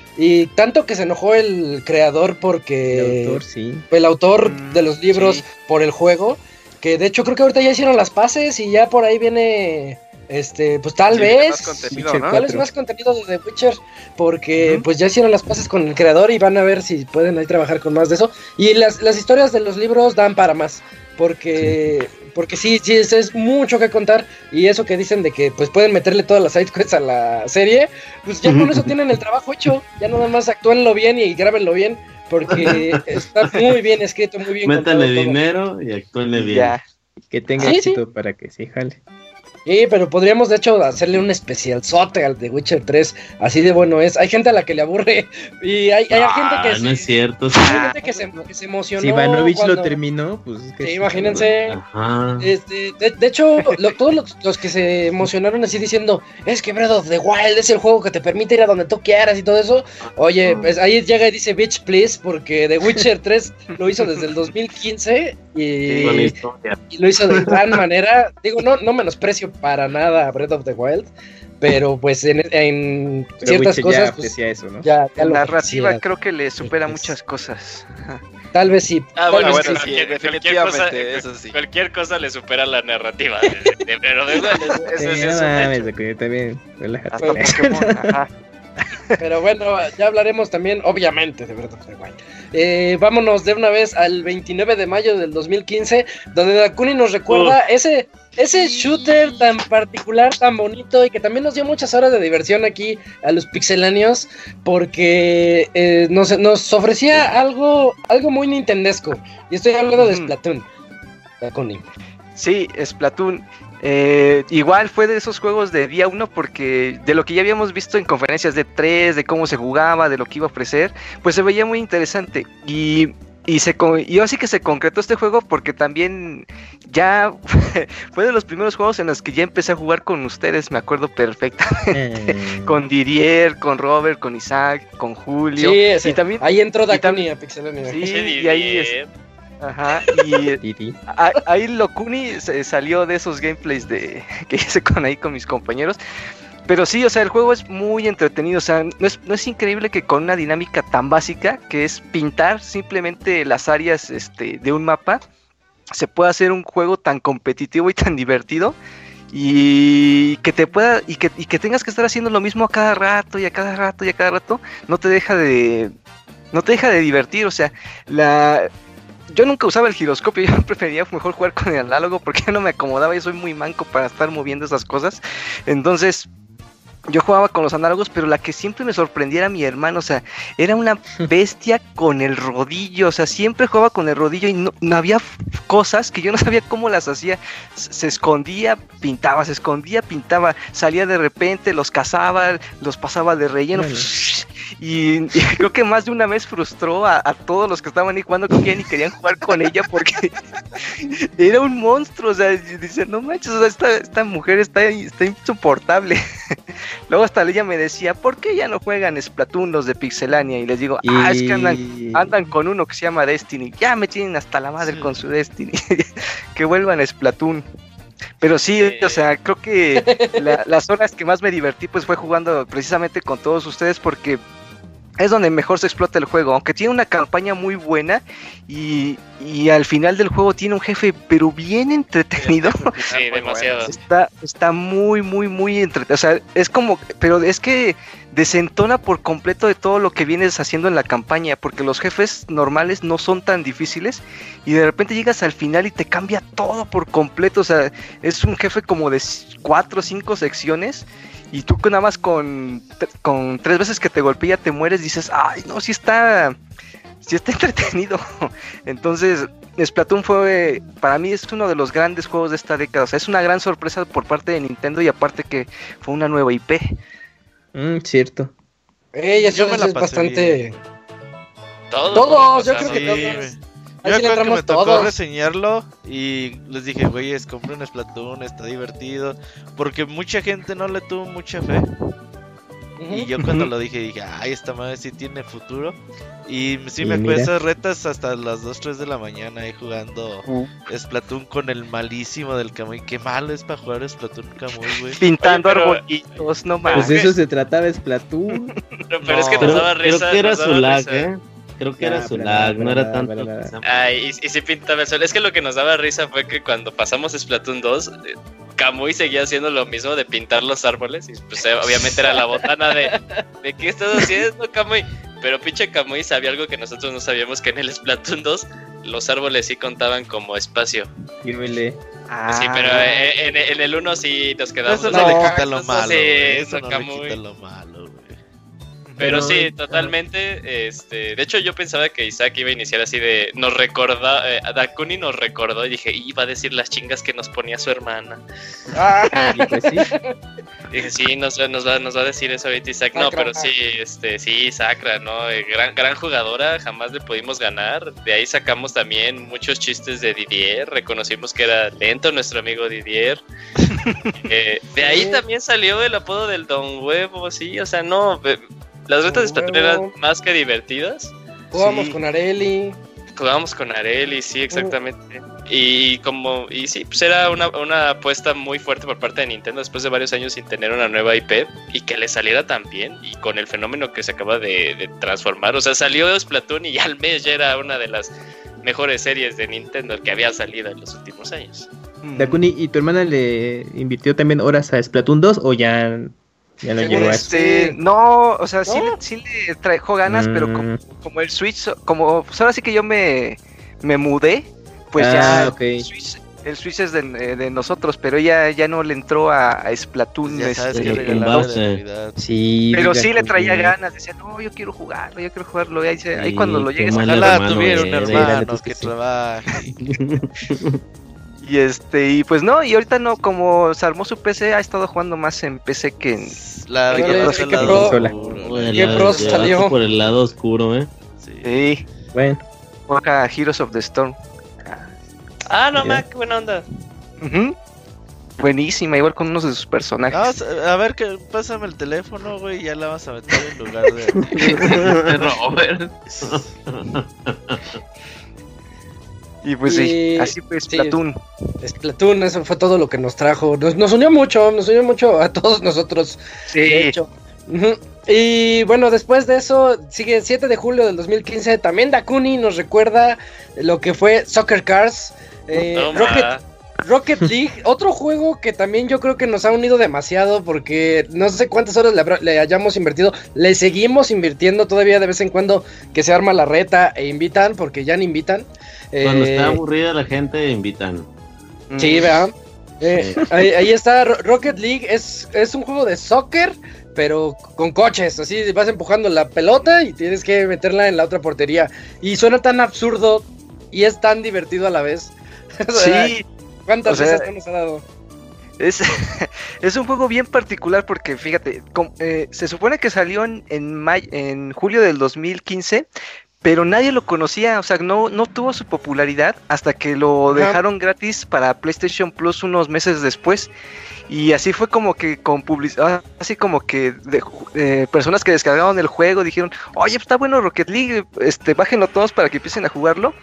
Y tanto que se enojó el creador porque El autor, sí. el autor Mm, de los libros sí. por el juego, que de hecho creo que ahorita ya hicieron las paces y ya por ahí viene, este, pues tal Sí, vez, más contenido, Witcher ¿no? tal vez cuatro. más contenido de The Witcher, porque Ujú. pues ya hicieron las paces con el creador y van a ver si pueden ahí trabajar con más de eso. Y las, las historias de los libros dan para más, porque, porque sí, sí, es, es mucho que contar y eso que dicen de que pues pueden meterle todas las sidequests a la serie, pues ya con eso tienen el trabajo hecho, ya nada más actúenlo bien y grábenlo bien. Porque está muy bien escrito, muy bien contado Métanle todo. dinero y actúenle bien. Ya. Que tenga Sí, éxito para que sí jale. Sí, pero podríamos de hecho hacerle un especial sote al de Witcher tres, así de bueno es. Hay gente a la que le aburre y hay, hay Ah, gente que no se, es cierto. sí. hay gente que se, que se emocionó. Si Ivanovich cuando- lo terminó, pues es que Sí, sí. imagínense. Ajá. Este, de, de hecho, lo- todos los, los que se emocionaron así diciendo, es que Breath of the Wild es el juego que te permite ir a donde tú quieras y todo eso. Oye, pues ahí llega y dice bitch please, porque The Witcher tres lo hizo desde el dos mil quince y, Buena historia. y lo hizo de gran manera. Digo, no, no menosprecio para nada a Breath of the Wild, pero pues en, en Pero ciertas Witcher cosas, ya pues, aprecia eso, ¿no? ya, ya La lo narrativa aprecia. creo que le supera Pues- muchas cosas. Ajá. Tal vez sí. Ah, tal bueno, vez bueno, sí. sí, cualquier, cualquier definitivamente, cosa, eso sí. cualquier cosa le supera la narrativa de, de, de- pero de igual, eso, Sí, eso sí no es un mames, hecho. Zacuyo, también, relájate. Hasta Pokémon. Ajá. Pero bueno, ya hablaremos también, obviamente, de Breath of the Wild. Eh, vámonos de una vez al veintinueve de mayo del dos mil quince, donde Dakuni nos recuerda ese, ese shooter tan particular, tan bonito y que también nos dio muchas horas de diversión aquí a los pixeláneos, porque eh, nos, nos ofrecía algo, algo muy nintendesco. Y estoy hablando de Ujú. Splatoon. Dakuni. Sí, Splatoon. Eh, igual fue de esos juegos de día uno porque de lo que ya habíamos visto en conferencias de tres, de cómo se jugaba, de lo que iba a ofrecer, pues se veía muy interesante. Y, y, se, con- y así que se concretó este juego porque también ya fue de los primeros juegos en los que ya empecé a jugar con ustedes, me acuerdo perfectamente. Eh, Con Didier, con Robert, con Isaac, con Julio. Sí, ese. y también, Ahí entró y Dakuni también- a Pixelania. sí, Che, y ahí es- Didier. ajá, y Titi. A- ahí Locuni se salió de esos gameplays de que hice con ahí con mis compañeros. Pero sí, o sea, el juego es muy entretenido. O sea, no es, no es increíble que con una dinámica tan básica que es pintar simplemente las áreas este, de un mapa, se pueda hacer un juego tan competitivo y tan divertido. Y que te pueda, y que, y que tengas que estar haciendo lo mismo a cada rato, y a cada rato, y a cada rato, no te deja de. No te deja de divertir. O sea, la. Yo nunca usaba el giroscopio, yo prefería mejor jugar con el análogo porque no me acomodaba y soy muy manco para estar moviendo esas cosas. Entonces, yo jugaba con los análogos, pero la que siempre me sorprendía era mi hermano, o sea, era una bestia con el rodillo, o sea, siempre jugaba con el rodillo y no, no había f- cosas que yo no sabía cómo las hacía. S- Se escondía, pintaba, se escondía, pintaba, salía de repente, los cazaba, los pasaba de relleno. Bueno. Y, y creo que más de una vez frustró a, a todos los que estaban ahí jugando, que ya ni querían jugar con ella porque era un monstruo. O sea, y dicen, no manches, o sea, esta, esta mujer está, está insoportable. Luego hasta ella me decía, ¿por qué ya no juegan Splatoon los de Pixelania? Y les digo, ah, es que andan, andan con uno que se llama Destiny. Ya me tienen hasta la madre Sí. con su Destiny. Que vuelvan a Splatoon. Pero sí, o sea, creo que la- las horas que más me divertí pues fue jugando precisamente con todos ustedes porque es donde mejor se explota el juego, aunque tiene una campaña muy buena y, y al final del juego tiene un jefe pero bien entretenido. Sí, demasiado. Está, está muy, muy, muy entretenido. O sea, es como, pero es que desentona por completo de todo lo que vienes haciendo en la campaña, porque los jefes normales no son tan difíciles y de repente llegas al final y te cambia todo por completo. O sea, es un jefe como de cuatro o cinco secciones. Y tú nada más con, con tres veces que te golpea te mueres, dices, ay, no, sí está, sí está entretenido. Entonces, Splatoon fue, para mí es uno de los grandes juegos de esta década. O sea, es una gran sorpresa por parte de Nintendo y aparte que fue una nueva I P. Mm, cierto. Ella Yo me la es pasé bastante... bien. Todos, Todos, yo pasamos creo que Sí, todos. güey. Ahí Yo sí le creo que entramos me tocó todos. reseñarlo y les dije, güeyes, compren un Splatoon, está divertido. Porque mucha gente no le tuvo mucha fe. Y yo cuando lo dije, dije, ay, esta madre sí tiene futuro. Y sí Y me mira. acuerdo retas hasta las dos, tres de la mañana ahí jugando Uh. Splatoon con el malísimo del Kamui. Qué malo es para jugar Splatoon Kamui, güey. Pintando Oye, pero- arbolitos, no Pues más. de eso se trataba Splatoon. Pero, pero es que Creo, nos daba creo risa. que era nos daba su lag, risa. ¿eh? Creo que era Ah, su para lag, nada, no para era nada, tanto. para nada. que sea- Ay, y, y sí pintaba el sol. Es que lo que nos daba risa fue que cuando pasamos Splatoon dos, eh, Kamui seguía haciendo lo mismo de pintar los árboles. Y pues eh, obviamente era la botana de, de ¿qué estás haciendo, Kamui? Pero pinche Kamui sabía algo que nosotros no sabíamos, que en el Splatoon dos los árboles sí contaban como espacio. Híjole. Ah, Sí, pero eh, en, en el uno sí nos quedamos Eso así no de, le "Ah, quita lo estás malo, güey. haciendo, Eso no le Kamui?". quita lo malo, güey. Pero Pero, sí, ah, totalmente. Este, de hecho, yo pensaba que Isaac iba a iniciar así de. Nos recorda. Eh, Dakuni nos recordó y dije, iba a decir las chingas que nos ponía su hermana. Ah, Y pues sí. Dije, sí, nos, va- nos, va, nos va a decir eso ahorita Isaac. No, Sacra. pero sí, este, sí, Sacra, ¿no? Eh, gran, gran jugadora, jamás le pudimos ganar. De ahí sacamos también muchos chistes de Didier. Reconocimos que era lento nuestro amigo Didier. Eh, de ahí Sí. también salió el apodo del Don Huevo, sí, o sea, no. eh, Las retas de Don Splatoon eran Huevo. más que divertidas. jugamos Sí. con Areli. Jugábamos con Areli, sí, exactamente. Y como, y sí, pues era una, una apuesta muy fuerte por parte de Nintendo después de varios años sin tener una nueva I P y que le saliera tan bien y con el fenómeno que se acaba de, de transformar. O sea, salió Splatoon y al mes ya era una de las mejores series de Nintendo que había salido en los últimos años. Dakuni, ¿y tu hermana le invirtió también horas a Splatoon dos o ya, ya no Según llegó a eso? Este, Sí. no, o sea, sí, ¿No? le, sí le trajo ganas, pero Mm. como, como el Switch, como pues ahora sí que yo me, me mudé, pues Ah, ya ok. el Switch, el Switch es de, eh, de nosotros, pero ella ya no le entró a, a Splatoon. Ya sabes este, que el regalaba base. de Navidad. Sí. pero sí le Dakuni. traía ganas, decía, no, yo quiero jugarlo, yo quiero jugarlo. Y ahí, se- ahí Sí, cuando lo qué llegues a mal jalar, Ojalá hermano tuviera un eres. Sí, la neta hermano es que que sí. trabaje. y este, y pues no, y ahorita no, como se armó su P C, ha estado jugando más en P C que en... La Órale, ya qué pasó el lado pro. oscuro, Por la- el ¿Qué lado- pros llevaste salió? por el lado oscuro, ¿eh? sí. Sí, Bueno, juega Heroes of the Storm. Ah, no, Mira. Mac, qué buena onda. Ujú. Buenísima, igual con unos de sus personajes. Vamos a a ver, que pásame el teléfono, güey, y ya la vas a meter en lugar de... Robert. Y pues Y- sí, así pues sí. Splatoon. Splatoon, eso fue todo lo que nos trajo. Nos, nos unió mucho, nos unió mucho a todos nosotros. Sí. De hecho. Ujú. Y bueno, después de eso, sigue el siete de julio del dos mil quince. También Dakuni nos recuerda lo que fue Soccer Cars. eh, Toma. Rocket, Rocket League, otro juego que también yo creo que nos ha unido demasiado porque no sé cuántas horas le, habrá- le hayamos invertido, le seguimos invirtiendo todavía de vez en cuando que se arma la reta e invitan, porque ya no invitan. Cuando Eh, está aburrida la gente, invitan. Sí, vean. Eh, ahí, ahí está Ro- Rocket League, es, es un juego de soccer, pero con coches, así vas empujando la pelota y tienes que meterla en la otra portería. Y suena tan absurdo y es tan divertido a la vez. O sea, Sí, ¿cuántas o sea, veces no nos ha dado? es, es un juego bien particular porque fíjate, com- eh, se supone que salió en, en, may- en julio del dos mil quince, pero nadie lo conocía, o sea, no, no tuvo su popularidad hasta que lo Ajá. dejaron gratis para PlayStation Plus unos meses después. Y así fue como que con publicidad, así como que de, eh, personas que descargaron el juego dijeron, oye, está bueno Rocket League, este, bájenlo todos para que empiecen a jugarlo.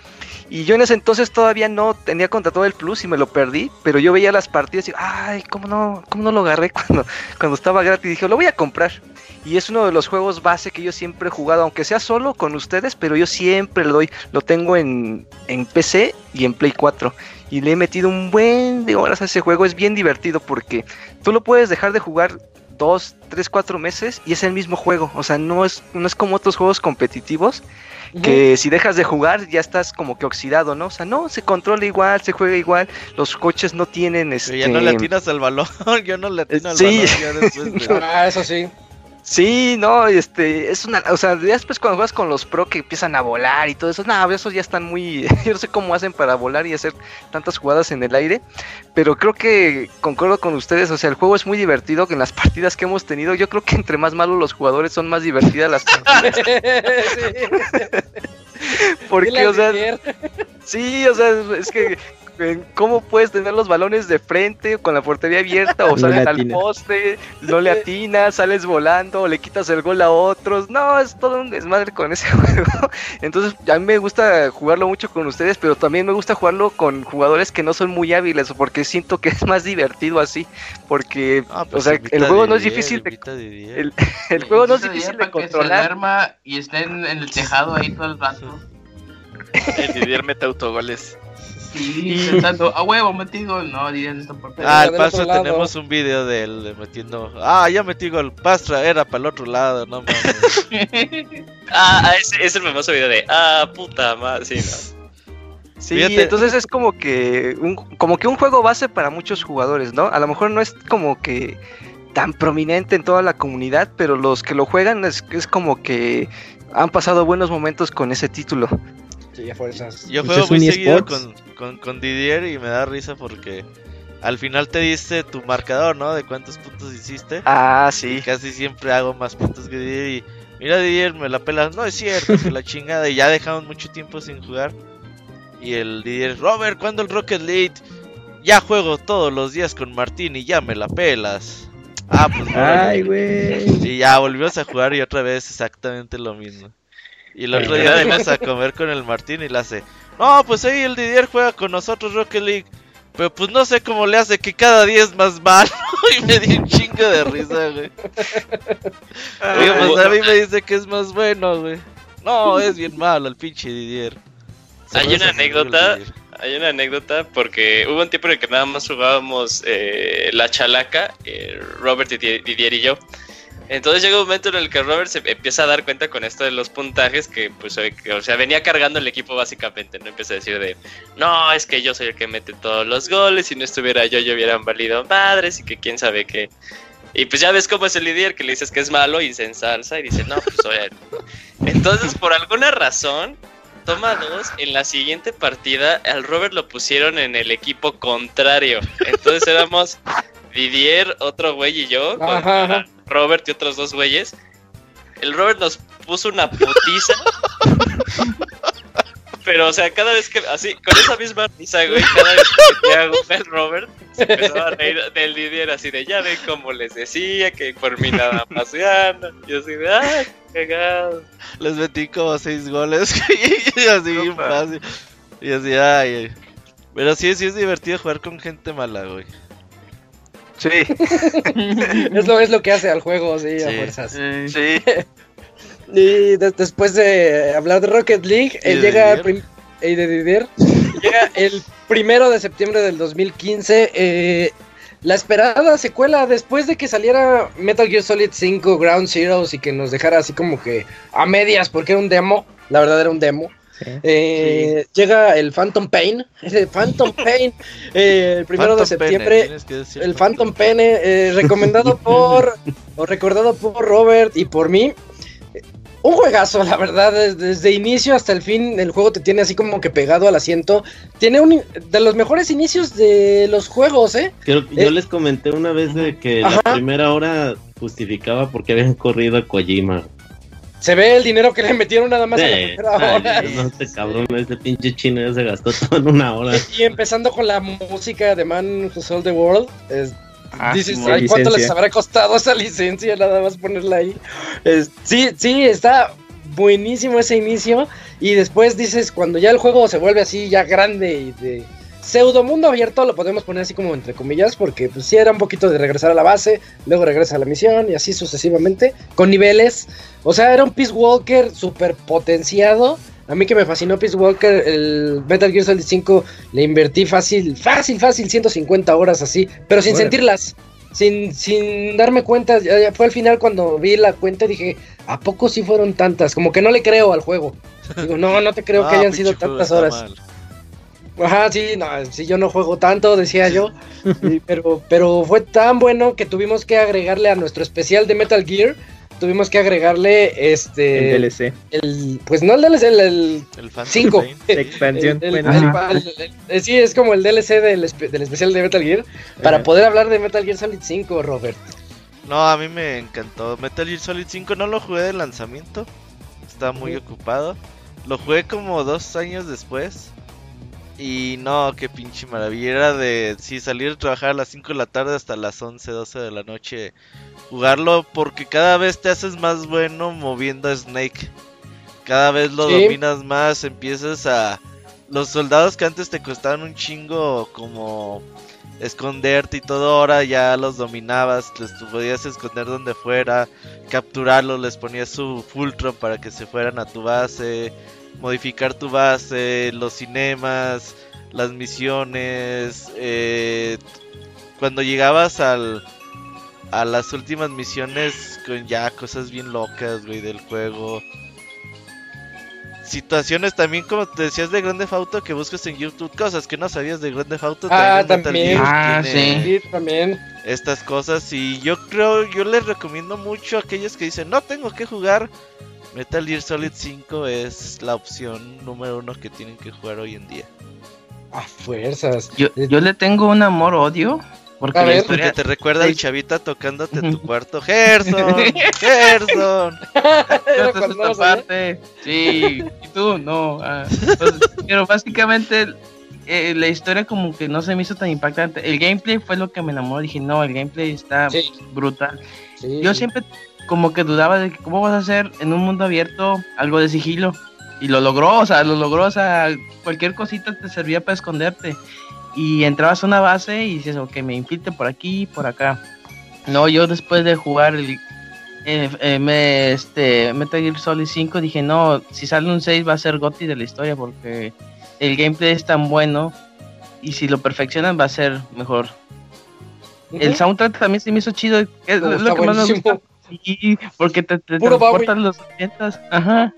Y yo en ese entonces todavía no tenía contratado el Plus y me lo perdí, pero yo veía las partidas y ay, ¿cómo no, cómo no lo agarré cuando, cuando estaba gratis? Dije, lo voy a comprar. Y es uno de los juegos base que yo siempre he jugado, aunque sea solo con ustedes, pero yo siempre le doy, lo tengo en, en P C y en Play cuatro. Y le he metido un buen de horas a ese juego, es bien divertido porque tú lo puedes dejar de jugar dos, tres, cuatro meses y es el mismo juego. O sea, no es, no es como otros juegos competitivos que uh-huh. si dejas de jugar ya estás como que oxidado, ¿no? O sea, no, se controla igual, se juega igual, los coches no tienen este... Pero ya no le atinas al balón, yo no le atino al sí. balón ya después de... Ah, eso sí. Sí, no, este, es una, o sea, ya después cuando juegas con los pro que empiezan a volar y todo eso, no, esos ya están muy, yo no sé cómo hacen para volar y hacer tantas jugadas en el aire, pero creo que concuerdo con ustedes, o sea, el juego es muy divertido, que en las partidas que hemos tenido, yo creo que entre más malos los jugadores son más divertidas las partidas. Porque, o sea, sí, o sea, es que ¿cómo puedes tener los balones de frente con la portería abierta o no sales al poste, no le atinas, sales volando o le quitas el gol a otros? No, es todo un desmadre con ese juego. Entonces a mí me gusta jugarlo mucho con ustedes, pero también me gusta jugarlo con jugadores que no son muy hábiles, porque siento que es más divertido así, porque ah, pues o sea, el juego no es difícil de, de el, el juego no es difícil de controlar. Se arma y está en, en el tejado ahí todo el rato. El Didier mete autogoles. Sí, pensando, a huevo, metí gol. No, Didier está por perder. Ah, al paso tenemos un video de él metiendo. Ah, ya metí gol. Pastra era para el otro lado, no mames. ah, ese es el famoso video de. Ah, puta madre. Sí, no. Sí, Fíjate. Entonces es como que un, como que un juego base para muchos jugadores, ¿no? A lo mejor no es como que tan prominente en toda la comunidad, pero los que lo juegan es, es como que han pasado buenos momentos con ese título. Sí, a fuerzas. Yo juego muy seguido con, con, con Didier y me da risa porque al final te dice tu marcador, ¿no? De cuántos puntos hiciste. Ah, sí. Y casi siempre hago más puntos que Didier y mira Didier, me la pelas. No es cierto, que la chingada. Y ya dejamos mucho tiempo sin jugar. Y el Didier, Robert, ¿cuándo el Rocket League? Ya juego todos los días con Martín y ya me la pelas. Ah, pues ay, güey. Y ya volvimos a jugar y otra vez exactamente lo mismo. Y el otro día fuimos a comer con el Martín y le hace, no, pues ahí el Didier juega con nosotros Rocket League, pero pues no sé cómo le hace que cada día es más malo. Y me di un chingo de risa, güey. Digo, pues a mí me dice que es más bueno, güey. No, es bien malo el pinche Didier. Hay una anécdota, hay una anécdota porque hubo un tiempo en el que nada más jugábamos eh, la chalaca, eh, Robert, Didier y yo. Entonces llega un momento en el que Robert se empieza a dar cuenta con esto de los puntajes que, pues, o sea, venía cargando el equipo básicamente, ¿no? Empieza a decir de, no, es que yo soy el que mete todos los goles, si no estuviera yo, yo hubieran valido madres y que quién sabe qué. Y pues ya ves cómo es el Didier, que le dices que es malo y se ensalza y dice, no, pues oye. Entonces, por alguna razón, toma dos, en la siguiente partida, al Robert lo pusieron en el equipo contrario. Entonces éramos Didier, otro güey y yo, con Robert y otros dos güeyes. El Robert nos puso una putiza. Pero, o sea, cada vez que, así, con esa misma risa, güey, cada vez que metía gol el Robert, se empezaba a reír del Didier, así de, ya ven como les decía, que por mí nada más ganan. Y así de, ay, qué cagado. Les metí como seis goles, y así bien fácil. Y así, ay, ay. Pero sí, sí es divertido jugar con gente mala, güey. Sí. es, lo, es lo que hace al juego, sí, sí. a fuerzas. Sí. sí. Y de, después de hablar de Rocket League, él llega el prim- y de Didier, llega el primero de septiembre del dos mil quince, eh, la esperada secuela después de que saliera Metal Gear Solid cinco Ground Zeroes y que nos dejara así como que a medias porque era un demo, la verdad era un demo. Sí. Eh, sí. Llega el Phantom Pain, el Phantom Pain, eh, el primero Phantom de septiembre, Pene, el Phantom Pain, eh, recomendado por o recordado por Robert y por mí. Un juegazo, la verdad, desde, desde inicio hasta el fin el juego te tiene así como que pegado al asiento. Tiene un de los mejores inicios de los juegos, ¿eh? Creo que eh, yo les comenté una vez de que ajá. la primera hora justificaba porque habían corrido a Kojima. Se ve el dinero que le metieron nada más sí, a la primera hora. No, este cabrón, este pinche chino ya se gastó todo en una hora. Y empezando con la música de Man Who Sold the World, es... Ah, dices, ay, ¿cuánto les habrá costado esa licencia? Nada más ponerla ahí. Es, sí, sí, está buenísimo ese inicio. Y después dices, cuando ya el juego se vuelve así, ya grande y de pseudo mundo abierto, lo podemos poner así como entre comillas, porque pues sí era un poquito de regresar a la base, luego regresa a la misión y así sucesivamente, con niveles. O sea, era un Peace Walker super potenciado. A mí que me fascinó Peace Walker, el Metal Gear Solid cinco le invertí fácil, fácil, fácil, ciento cincuenta horas así, pero sin bueno. sentirlas, sin, sin darme cuenta. Ya fue al final cuando vi la cuenta y dije, ¿a poco sí fueron tantas? Como que no le creo al juego. Digo, no, no te creo que hayan sido tantas horas. Mal. Ajá, sí, no, sí, yo no juego tanto, decía yo, sí, pero, pero fue tan bueno que tuvimos que agregarle a nuestro especial de Metal Gear, tuvimos que agregarle este... El D L C. El, pues no el D L C, el, el, el cinco. La expansión. El, el, el, el, el, sí, es como el D L C del, del especial de Metal Gear, para Ajá. poder hablar de Metal Gear Solid cinco, Robert. No, a mí me encantó. Metal Gear Solid cinco no lo jugué de lanzamiento, estaba muy Ajá. ocupado. Lo jugué como dos años después. Y no, qué pinche maravilla. Era de sí, salir a trabajar a las cinco de la tarde hasta las once, doce de la noche. Jugarlo porque cada vez te haces más bueno moviendo a Snake. Cada vez lo sí. dominas más. Empiezas a... Los soldados que antes te costaban un chingo como esconderte y todo, ahora ya los dominabas. Les podías esconder donde fuera, capturarlos, les ponías su Fultron para que se fueran a tu base, modificar tu base, los cinemas, las misiones. Eh, cuando llegabas al a las últimas misiones con ya cosas bien locas, güey, del juego. Situaciones también, como te decías, de Grand Theft Auto, que buscas en YouTube, cosas que no sabías de Grand Theft Auto. Ah, también. Ah, sí. sí, también. Estas cosas, y yo creo, yo les recomiendo mucho a aquellos que dicen, no tengo que jugar. Metal Gear Solid cinco es la opción número uno que tienen que jugar hoy en día. A fuerzas. Yo, yo le tengo un amor-odio. Porque, a ver, historia... porque te recuerda al chavita tocándote en tu cuarto. ¡Gerson! ¡Gerson! Yo esta parte. Sí, y tú no. Ah, pues, pero básicamente eh, la historia como que no se me hizo tan impactante. El gameplay fue lo que me enamoró. Dije, no, el gameplay está sí. brutal. Sí. Yo siempre como que dudaba de que cómo vas a hacer en un mundo abierto algo de sigilo. Y lo logró, o sea, lo logró, o sea, cualquier cosita te servía para esconderte. Y entrabas a una base y dices, ok, me infiltre por aquí, por acá. No, yo después de jugar el eh, eh, me, este, Metal Gear Solid cinco dije, no, si sale un seis va a ser GOTY de la historia porque el gameplay es tan bueno y si lo perfeccionan va a ser mejor. Uh-huh. El soundtrack también se me hizo chido, es oh, lo que más me gusta. Sí, porque te, te transportan los ochentas. Ajá.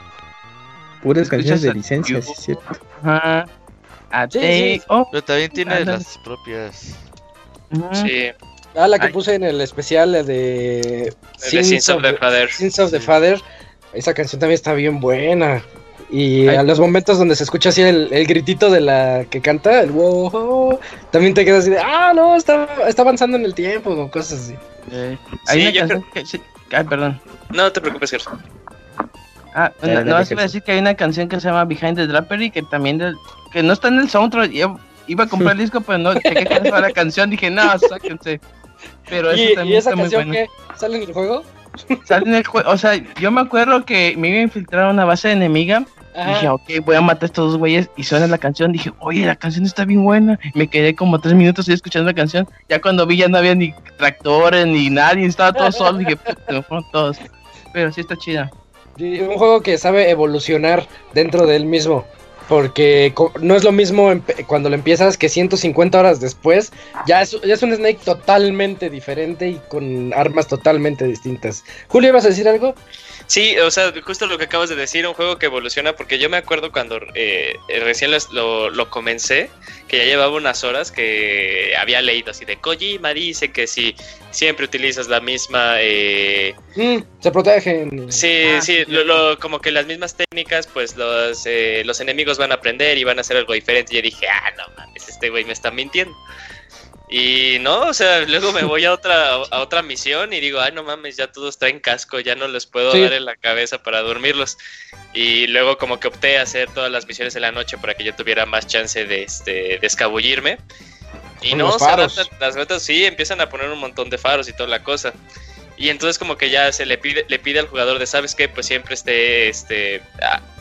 Puras canciones de licencia, sí es cierto. Ajá. Sí, sí. Oh, pero también tiene ah, las propias. Uh-huh. Sí. Ah, la que Ay. puse en el especial de Sins of the Father. Sins of the Father. Esa canción también está bien buena. Y Ay. a los momentos donde se escucha así el, el gritito de la que canta, el wow, también te quedas así de, ah, no, está, está avanzando en el tiempo, o cosas así. Eh, hay sí, una canción creo... que... Sí. Ay, perdón. No te preocupes, Gerson. Ah, no, no vas a decir que hay una canción que se llama Behind the Drapery que también de, que no está en el soundtrack. Yo iba a comprar el disco, pero no chequé que estaba la canción, dije, no, sáquense. Pero ¿Y, eso también ¿y esa está canción muy bueno. qué? ¿Sale en el juego? Sale en el juego, o sea, yo me acuerdo que me iba a infiltrar a una base enemiga. Ajá. Dije, ok, voy a matar a estos dos güeyes. Y suena la canción, dije, oye, la canción está bien buena. Me quedé como tres minutos ahí escuchando la canción. Ya cuando vi ya no había ni tractores, ni nadie, estaba todo solo. Dije, se me fueron todos. Pero sí está chida. Un juego que sabe evolucionar dentro de él mismo, porque no es lo mismo cuando lo empiezas que ciento cincuenta horas después, ya es, ya es un Snake totalmente diferente y con armas totalmente distintas. Julio, ¿ibas a decir algo? Sí, o sea, justo lo que acabas de decir, un juego que evoluciona, porque yo me acuerdo cuando eh, recién lo, lo comencé, que ya llevaba unas horas que había leído así de Kojima dice que si siempre utilizas la misma... Eh... Mm, se protegen. Sí, ah, sí, lo, lo, como que las mismas técnicas, pues los, eh, los enemigos van a aprender y van a hacer algo diferente. Y yo dije, ah, no mames, este güey me está mintiendo. Y no, o sea, luego me voy a otra a otra misión y digo, ay, no mames, ya todos traen casco, ya no les puedo sí. dar en la cabeza para dormirlos. Y luego como que opté a hacer todas las misiones en la noche para que yo tuviera más chance de, este, de escabullirme. Y no, o sea, las, las metas sí empiezan a poner un montón de faros y toda la cosa. Y entonces como que ya se le pide le pide al jugador de, ¿sabes qué? Pues siempre esté, este, ah,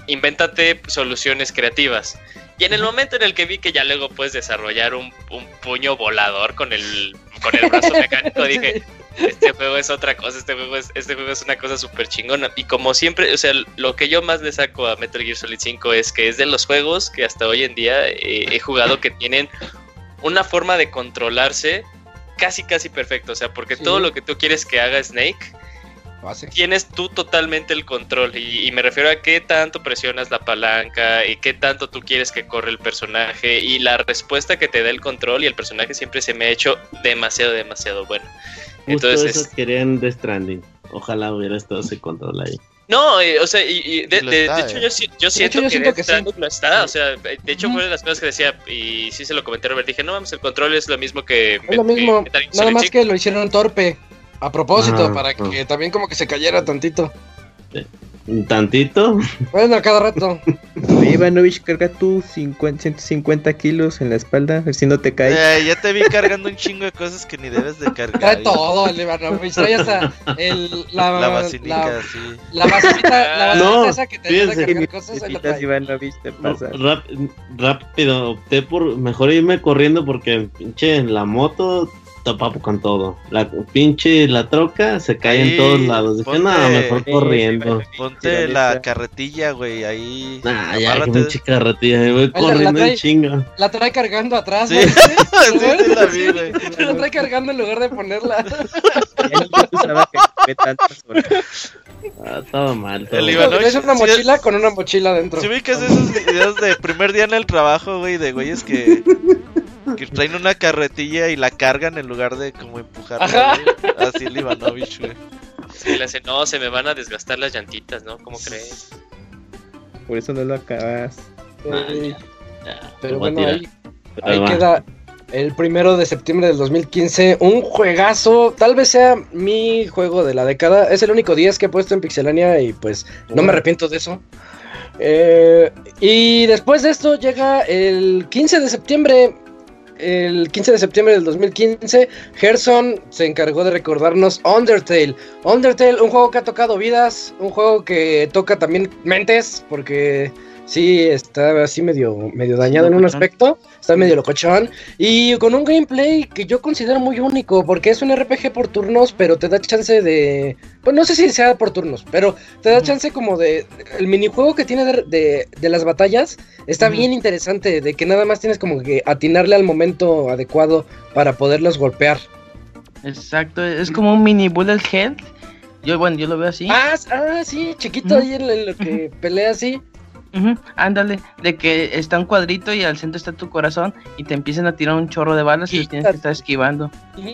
invéntate soluciones creativas. Y en el momento en el que vi que ya luego puedes desarrollar un, un puño volador con el, con el brazo mecánico, dije, este juego es otra cosa, este juego es, este juego es una cosa súper chingona. Y como siempre, o sea, lo que yo más le saco a Metal Gear Solid cinco es que es de los juegos que hasta hoy en día eh, he jugado que tienen una forma de controlarse casi casi perfecto, o sea, porque sí. todo lo que tú quieres que haga Snake, tienes tú totalmente el control, y, y me refiero a qué tanto presionas la palanca y qué tanto tú quieres que corre el personaje, y la respuesta que te da el control y el personaje siempre se me ha hecho demasiado, demasiado bueno. Justo Entonces eso es... querían Death Stranding, ojalá hubiera estado ese control ahí. No, eh, o sea, y, y de, de, está, de hecho eh. yo, yo siento de hecho, yo que, que sí. no está, sí. o sea, de hecho mm. fue de las cosas que decía, y sí se lo comenté a Robert, dije, no vamos, el control es lo mismo que... Es lo mismo, que, que nada más cinco. Que lo hicieron torpe, a propósito, ah, para ah. que también como que se cayera tantito. ¿Un tantito? Bueno, a cada rato. Oye, Ivanovich, carga tú cincuenta, ciento cincuenta kilos en la espalda, a ver si no te caes. Eh, ya te vi cargando un chingo de cosas que ni debes de cargar. Trae todo el Ivanovich, trae hasta el, la, la vacinica, la, sí. La vacinita, la vacinita no, esa que te ayuda a cargar que cosas. necesitas, Ivanovich, te pasa. No, rap, rápido, opté por mejor irme corriendo porque pinche la moto topa con todo. La pinche la troca se cae ahí, en todos lados. Dije, ponte, no, mejor corriendo. Ponte la carretilla, güey, ahí. Nah, ya, que pinche carretilla, me voy corriendo en chinga. La trae cargando atrás, sí. ¿Sí? sí, sí, la vi, güey. La trae cargando en lugar de ponerla. Ah, todo mal. Todo el mal. Es una mochila sí, con una mochila dentro. Si ¿sí ubicas esos videos de primer día en el trabajo, güey, de güeyes que... que traen una carretilla y la cargan en lugar de como empujarla. Así el Ivanovich, güey. Sí, le hace, no, se me van a desgastar las llantitas, ¿no? ¿Cómo crees? Por eso no lo acabas. Eh, ya, pero bueno, ahí, ahí queda el primero de septiembre del dos mil quince. Un juegazo, tal vez sea mi juego de la década. Es el único diez que he puesto en Pixelania y pues no me arrepiento de eso. Eh, y después de esto llega el quince de septiembre. El quince de septiembre del dos mil quince, Gerson se encargó de recordarnos Undertale. Undertale, un juego que ha tocado vidas, un juego que toca también mentes, porque sí está así medio, medio dañado en un aspecto, está medio locochón, y con un gameplay que yo considero muy único, porque es un R P G por turnos, pero te da chance de... Pues no sé si sea por turnos, pero te da chance como de... El minijuego que tiene de, de, de las batallas está uh-huh. bien interesante, de que nada más tienes como que atinarle al momento adecuado para poderlos golpear. Exacto, es como un mini bullet hell. Yo, bueno, yo lo veo así. Ah, ah sí, chiquito uh-huh. ahí en, en lo que uh-huh. pelea así. Uh-huh. Ándale, de que está un cuadrito y al centro está tu corazón y te empiezan a tirar un chorro de balas y los tienes que estar esquivando. Uh-huh.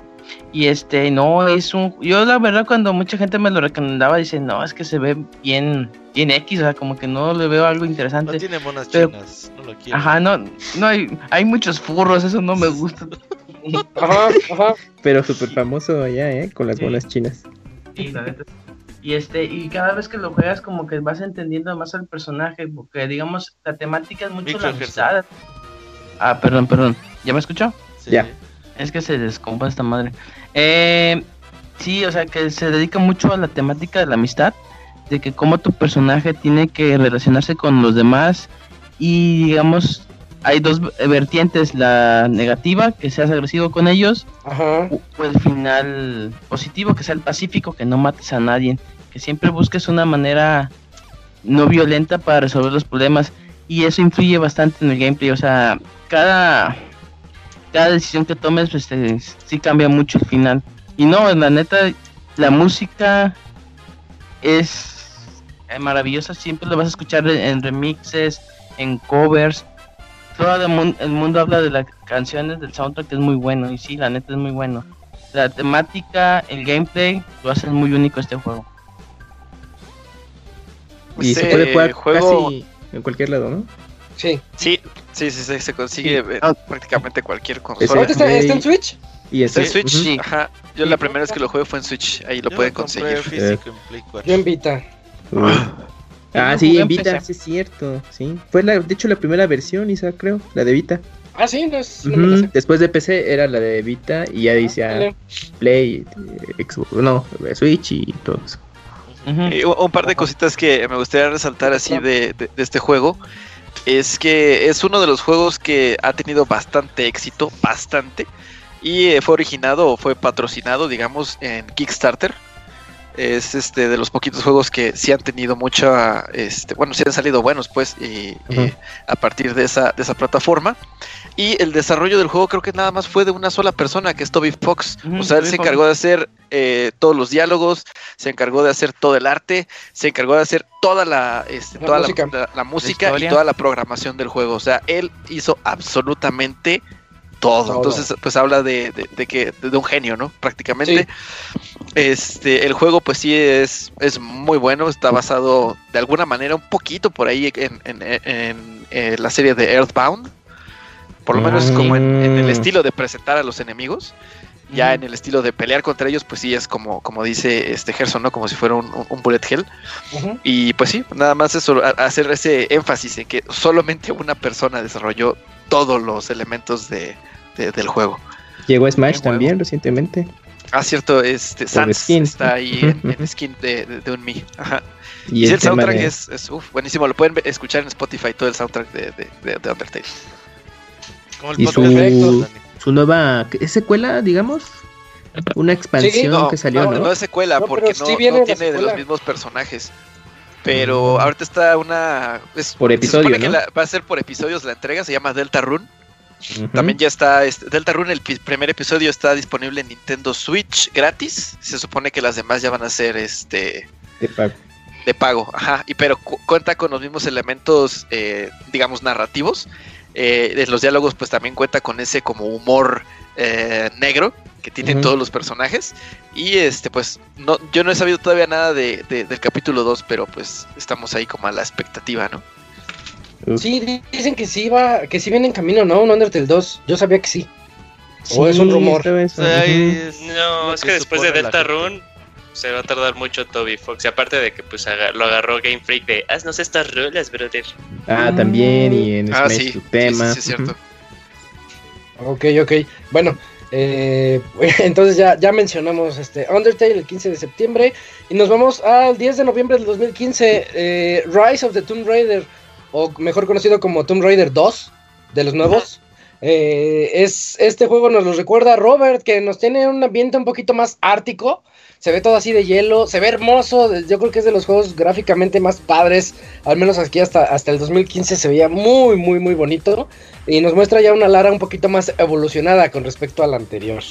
Y este, no, es un... Yo la verdad cuando mucha gente me lo recomendaba, dice, no, es que se ve bien, bien X, o sea, como que no le veo algo interesante. No tiene monas pero, chinas, no lo quiero. Ajá, no, no hay, hay muchos furros, eso no me gusta. Ajá, ajá. Pero súper famoso allá, ¿eh? Con las sí. monas chinas. Sí, la neta. Y este, y cada vez que lo juegas como que vas entendiendo más al personaje, porque digamos, la temática es mucho la amistad. Ah, perdón, perdón. ¿Ya me escuchó? Sí. Ya. Es que se descompone esta madre. Eh, sí, o sea, que se dedica mucho a la temática de la amistad, de que cómo tu personaje tiene que relacionarse con los demás y digamos, hay dos vertientes, la negativa, que seas agresivo con ellos, ajá. o el final positivo, que sea el pacífico, que no mates a nadie, que siempre busques una manera no violenta para resolver los problemas, y eso influye bastante en el gameplay, o sea, cada... cada decisión que tomes, pues eh, sí cambia mucho el final. Y no, la neta, la música es eh, maravillosa, siempre lo vas a escuchar en, en remixes, en covers. Todo el mundo, el mundo habla de las canciones, del soundtrack, que es muy bueno, y sí, la neta es muy bueno. La temática, el gameplay, lo hace muy único este juego. Y este se puede jugar juego... casi en cualquier lado, ¿no? Sí. Sí, sí, sí, sí se consigue sí. en prácticamente cualquier consola. ¿Ahorita está, está en Switch? Y está en Switch, uh-huh. ajá. Yo la primera vez que lo jugué fue en Switch, ahí lo Yo pueden lo conseguir. Físico en Play cuatro. Yo en Vita. Uh. Ah, sí, en Vita, sí es cierto, sí. Fue la, de hecho la primera versión, Isa, creo, la de Vita. Ah, sí, no es... Uh-huh. No después de P C era la de Vita y ya decía ah, Play, Xbox, no, Switch y todo eso. Uh-huh. Y un par de cositas que me gustaría resaltar así de, de, de este juego. Es que es uno de los juegos que ha tenido bastante éxito, bastante. Y eh, fue originado o fue patrocinado, digamos, en Kickstarter. Es este de los poquitos juegos que sí han tenido mucha, este, bueno, sí han salido buenos, pues, y, uh-huh. y a partir de esa, de esa plataforma. Y el desarrollo del juego creo que nada más fue de una sola persona, que es Toby Fox. Uh-huh, o sea, él se encargó de hacer eh, todos los diálogos, se encargó de hacer todo el arte, se encargó de hacer toda la, este, la toda música, la, la, la música y toda la programación del juego. O sea, él hizo absolutamente todo. todo. Entonces, pues habla de, de, de que de un genio, ¿no? Prácticamente. Sí. Este, el juego, pues sí es, es muy bueno. Está basado de alguna manera un poquito por ahí en, en, en, en, en la serie de Earthbound. Por lo menos como en, en el estilo de presentar a los enemigos. Ya mm. en el estilo de pelear contra ellos, pues sí es como, como dice este Gerson, ¿no? Como si fuera un, un, un bullet hell. Uh-huh. Y pues sí, nada más eso, a, hacer ese énfasis en que solamente una persona desarrolló todos los elementos de, de, del juego. Llegó Smash también juego. recientemente. Ah, cierto, este Sans está ahí uh-huh. en, en skin de, de, de un Mi. Ajá. Y, y el, el soundtrack de... es, es uf, buenísimo, lo pueden escuchar en Spotify, todo el soundtrack de, de, de, de Undertale. Como el y su, su nueva, ¿es secuela, digamos? Una expansión sí, no, que salió, ¿no? No, no es secuela, no, porque no, sí no tiene de los mismos personajes. Pero mm. ahorita está una... Es, por episodio, ¿no? Que la, va a ser por episodios la entrega, se llama Deltarune. Uh-huh. También ya está... Este, Deltarune, el p- primer episodio está disponible en Nintendo Switch gratis. Se supone que las demás ya van a ser este... de pago. De pago, ajá. Y, pero cu- cuenta con los mismos elementos, eh, digamos, narrativos. Eh, de los diálogos pues también cuenta con ese como humor eh, negro que tienen uh-huh. todos los personajes y este pues no yo no he sabido todavía nada de, de, del capítulo dos, pero pues estamos ahí como a la expectativa, ¿no? Sí, dicen que sí va, que sí viene en camino, ¿no? Un Undertale dos, yo sabía que sí. sí o es un rumor. O sea, es, no, es que después de Deltarune se va a tardar mucho Toby Fox. Y aparte de que pues aga- lo agarró Game Freak de haznos estas rolas, brother. Ah, también, y en ah, Smash sí. su tema. Sí, sí, sí, es cierto. Ok, ok. Bueno, eh, entonces ya, ya mencionamos este Undertale el quince de septiembre. Y nos vamos al diez de noviembre del dos mil quince. Eh, Rise of the Tomb Raider, o mejor conocido como Tomb Raider dos, de los nuevos. Eh, es este juego nos lo recuerda Robert, que nos tiene un ambiente un poquito más ártico. Se ve todo así de hielo, se ve hermoso. Yo creo que es de los juegos gráficamente más padres. Al menos aquí hasta, hasta el dos mil quince se veía muy, muy, muy bonito. Y nos muestra ya una Lara un poquito más evolucionada con respecto a la anterior.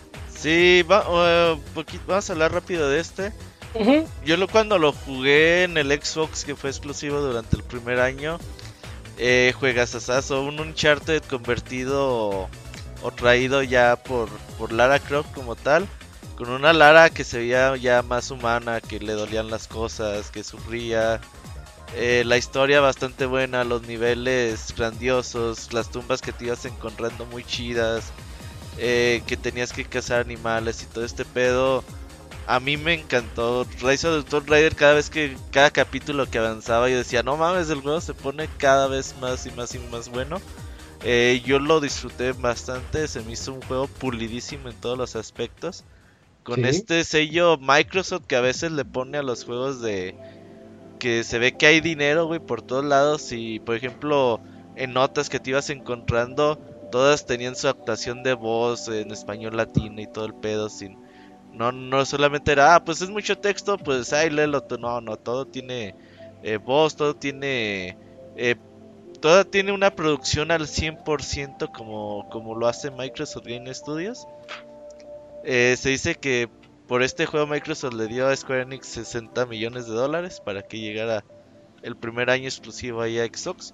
Sí, va, uh, poquito, vamos a hablar rápido de este. Uh-huh. Yo lo, cuando lo jugué en el Xbox, que fue exclusivo durante el primer año, eh, juegas asazo, un Uncharted convertido o traído ya por, por Lara Croft como tal. Con una Lara que se veía ya más humana, que le dolían las cosas, que sufría. Eh, la historia bastante buena, los niveles grandiosos, las tumbas que te ibas encontrando muy chidas, eh, que tenías que cazar animales y todo este pedo. A mí me encantó. Rise of the Tomb Raider, cada vez que, cada capítulo que avanzaba, yo decía, no mames, el juego se pone cada vez más y más y más bueno. Eh, yo lo disfruté bastante, se me hizo un juego pulidísimo en todos los aspectos. Con ¿sí? este sello Microsoft que a veces le pone a los juegos de... que se ve que hay dinero, güey, por todos lados. Y, por ejemplo, en notas que te ibas encontrando, todas tenían su actuación de voz en español latino y todo el pedo. Sin No no solamente era, ah, pues es mucho texto, pues ahí léelo tú. No, no, todo tiene eh, voz, todo tiene... Eh, todo tiene una producción al cien por ciento como, como lo hace Microsoft Game Studios. Eh, se dice que por este juego Microsoft le dio a Square Enix sesenta millones de dólares para que llegara el primer año exclusivo ahí a Xbox.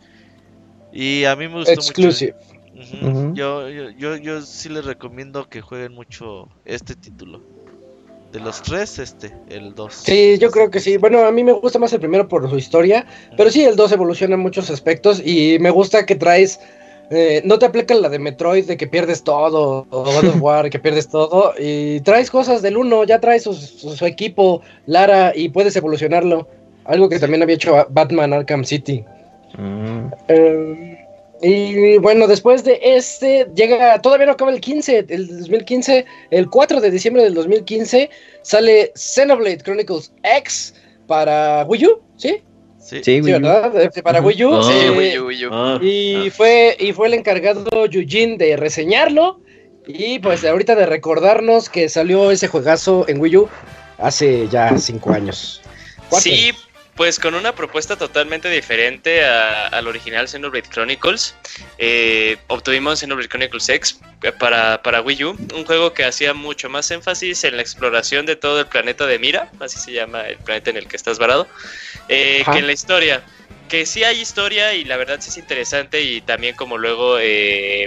Y a mí me gustó Exclusive. mucho. Uh-huh. Uh-huh. Yo, yo, yo, yo sí les recomiendo que jueguen mucho este título. De los tres, este, el dos. Sí, yo creo que sí. Bueno, a mí me gusta más el primero por su historia. Uh-huh. Pero sí, el dos evoluciona en muchos aspectos. Y me gusta que traes... Eh, no te aplica la de Metroid de que pierdes todo, o God of War que pierdes todo, y traes cosas del uno, ya traes su, su, su equipo, Lara, y puedes evolucionarlo, algo que sí. también había hecho Batman Arkham City. Mm. Eh, y bueno, después de este, llega, todavía no acaba el quince, el dos mil quince, el cuatro de diciembre del dos mil quince, sale Xenoblade Chronicles X, para Wii U, ¿sí? Sí, Sí, Sí, Wii U. ¿verdad? Eh, Para Ujú. Wii U. Oh. eh, Sí, Wii U, Wii U. Ah, Y fue, y fue el encargado Yujin de reseñarlo. Y pues ahorita de recordarnos que salió ese juegazo en Wii U hace ya cinco años. Cuatro. Sí, pues con una propuesta totalmente diferente a- al original Xenoblade Chronicles. Eh, obtuvimos Xenoblade Chronicles X para, para Wii U, un juego que hacía mucho más énfasis en la exploración de todo el planeta de Mira, así se llama el planeta en el que estás varado, eh, Ajá. que en la historia. Que sí hay historia y la verdad sí es interesante, y también como luego eh,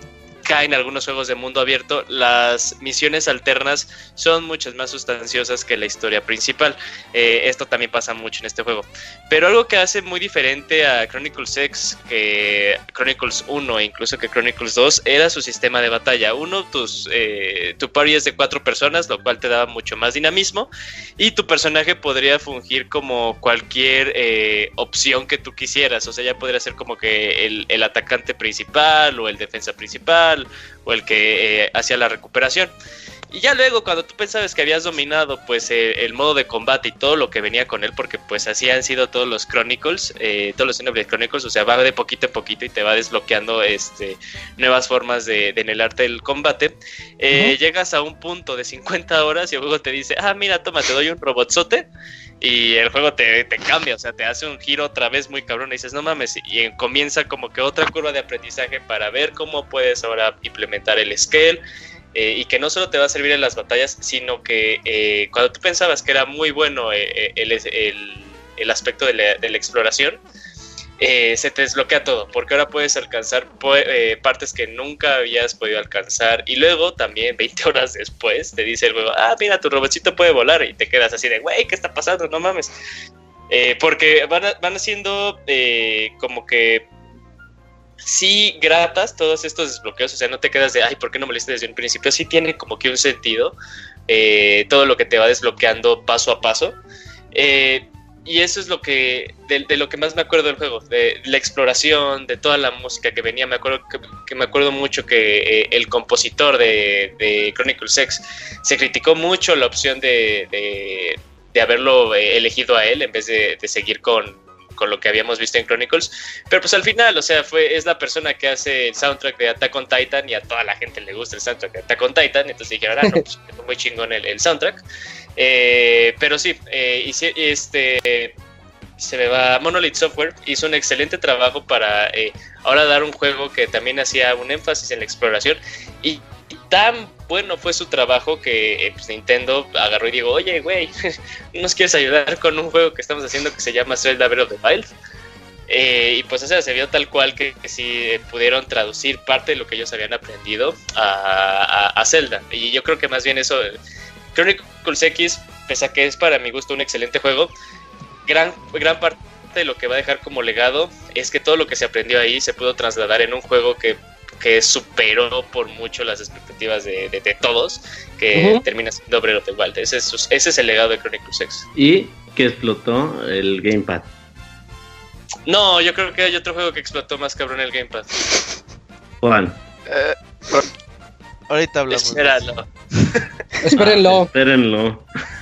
caen algunos juegos de mundo abierto, las misiones alternas son muchas más sustanciosas que la historia principal. Eh, esto también pasa mucho en este juego. Pero algo que hace muy diferente a Chronicles X, que Chronicles uno e incluso que Chronicles dos, era su sistema de batalla. Uno, tus, eh, tu party es de cuatro personas, lo cual te daba mucho más dinamismo, y tu personaje podría fungir como cualquier eh, opción que tú quisieras. O sea, ya podría ser como que el, el atacante principal o el defensa principal o el que eh, hacía la recuperación. Y ya luego, cuando tú pensabas que habías dominado pues eh, el modo de combate y todo lo que venía con él, porque pues así han sido todos los Chronicles, eh, todos los Xenoblade Chronicles, o sea, va de poquito en poquito y te va desbloqueando este, nuevas formas de, de en el arte del combate. Eh, uh-huh. Llegas a un punto de cincuenta horas y el juego te dice, ah, mira, toma, te doy un robotzote. Y el juego te, te cambia, o sea, te hace un giro otra vez muy cabrón y dices, no mames, y comienza como que otra curva de aprendizaje para ver cómo puedes ahora implementar el scale, eh, y que no solo te va a servir en las batallas, sino que eh, cuando tú pensabas que era muy bueno eh, el, el, el aspecto de la, de la exploración, eh, se te desbloquea todo, porque ahora puedes alcanzar eh, partes que nunca habías podido alcanzar, y luego también veinte horas después te dice el juego, ah, mira, tu robotcito puede volar, y te quedas así de, güey, ¿qué está pasando? No mames. Eh, porque van, a, van haciendo eh, como que sí gratas todos estos desbloqueos, o sea, no te quedas de, ay, ¿por qué no me lo hice desde un principio? Sí tiene como que un sentido, eh, todo lo que te va desbloqueando paso a paso. Eh, Y eso es lo que de, de lo que más me acuerdo del juego, de la exploración, de toda la música que venía. Me acuerdo que, que me acuerdo mucho que eh, el compositor de, de Chronicles X se criticó mucho la opción de, de, de haberlo eh, elegido a él en vez de, de seguir con, con lo que habíamos visto en Chronicles. Pero pues al final, o sea, fue es la persona que hace el soundtrack de Attack on Titan y a toda la gente le gusta el soundtrack de Attack on Titan. Entonces dijeron, ah, no, pues fue muy chingón el, el soundtrack. Eh, pero sí, eh, y si, este, se me va. Monolith Software hizo un excelente trabajo para eh, ahora dar un juego que también hacía un énfasis en la exploración, y, y tan bueno fue su trabajo que eh, pues Nintendo agarró y dijo, oye, güey, ¿nos quieres ayudar con un juego que estamos haciendo que se llama Zelda Breath of the Wild? Eh, y pues o sea, se vio tal cual que, que sí eh, pudieron traducir parte de lo que ellos habían aprendido a, a, a Zelda, y yo creo que más bien eso... Chronicles X, pese a que es para mi gusto un excelente juego, gran, gran parte de lo que va a dejar como legado es que todo lo que se aprendió ahí se pudo trasladar en un juego que, que superó por mucho las expectativas de, de, de todos, que uh-huh. termina siendo Breath of the Wild. Ese es, ese es el legado de Chronicles X. Y que explotó el Gamepad. No, yo creo que hay otro juego que explotó más cabrón el Gamepad. ¿Cuál? Eh, Ahorita hablamos. Espéralo. Espérenlo. Ah, espérenlo.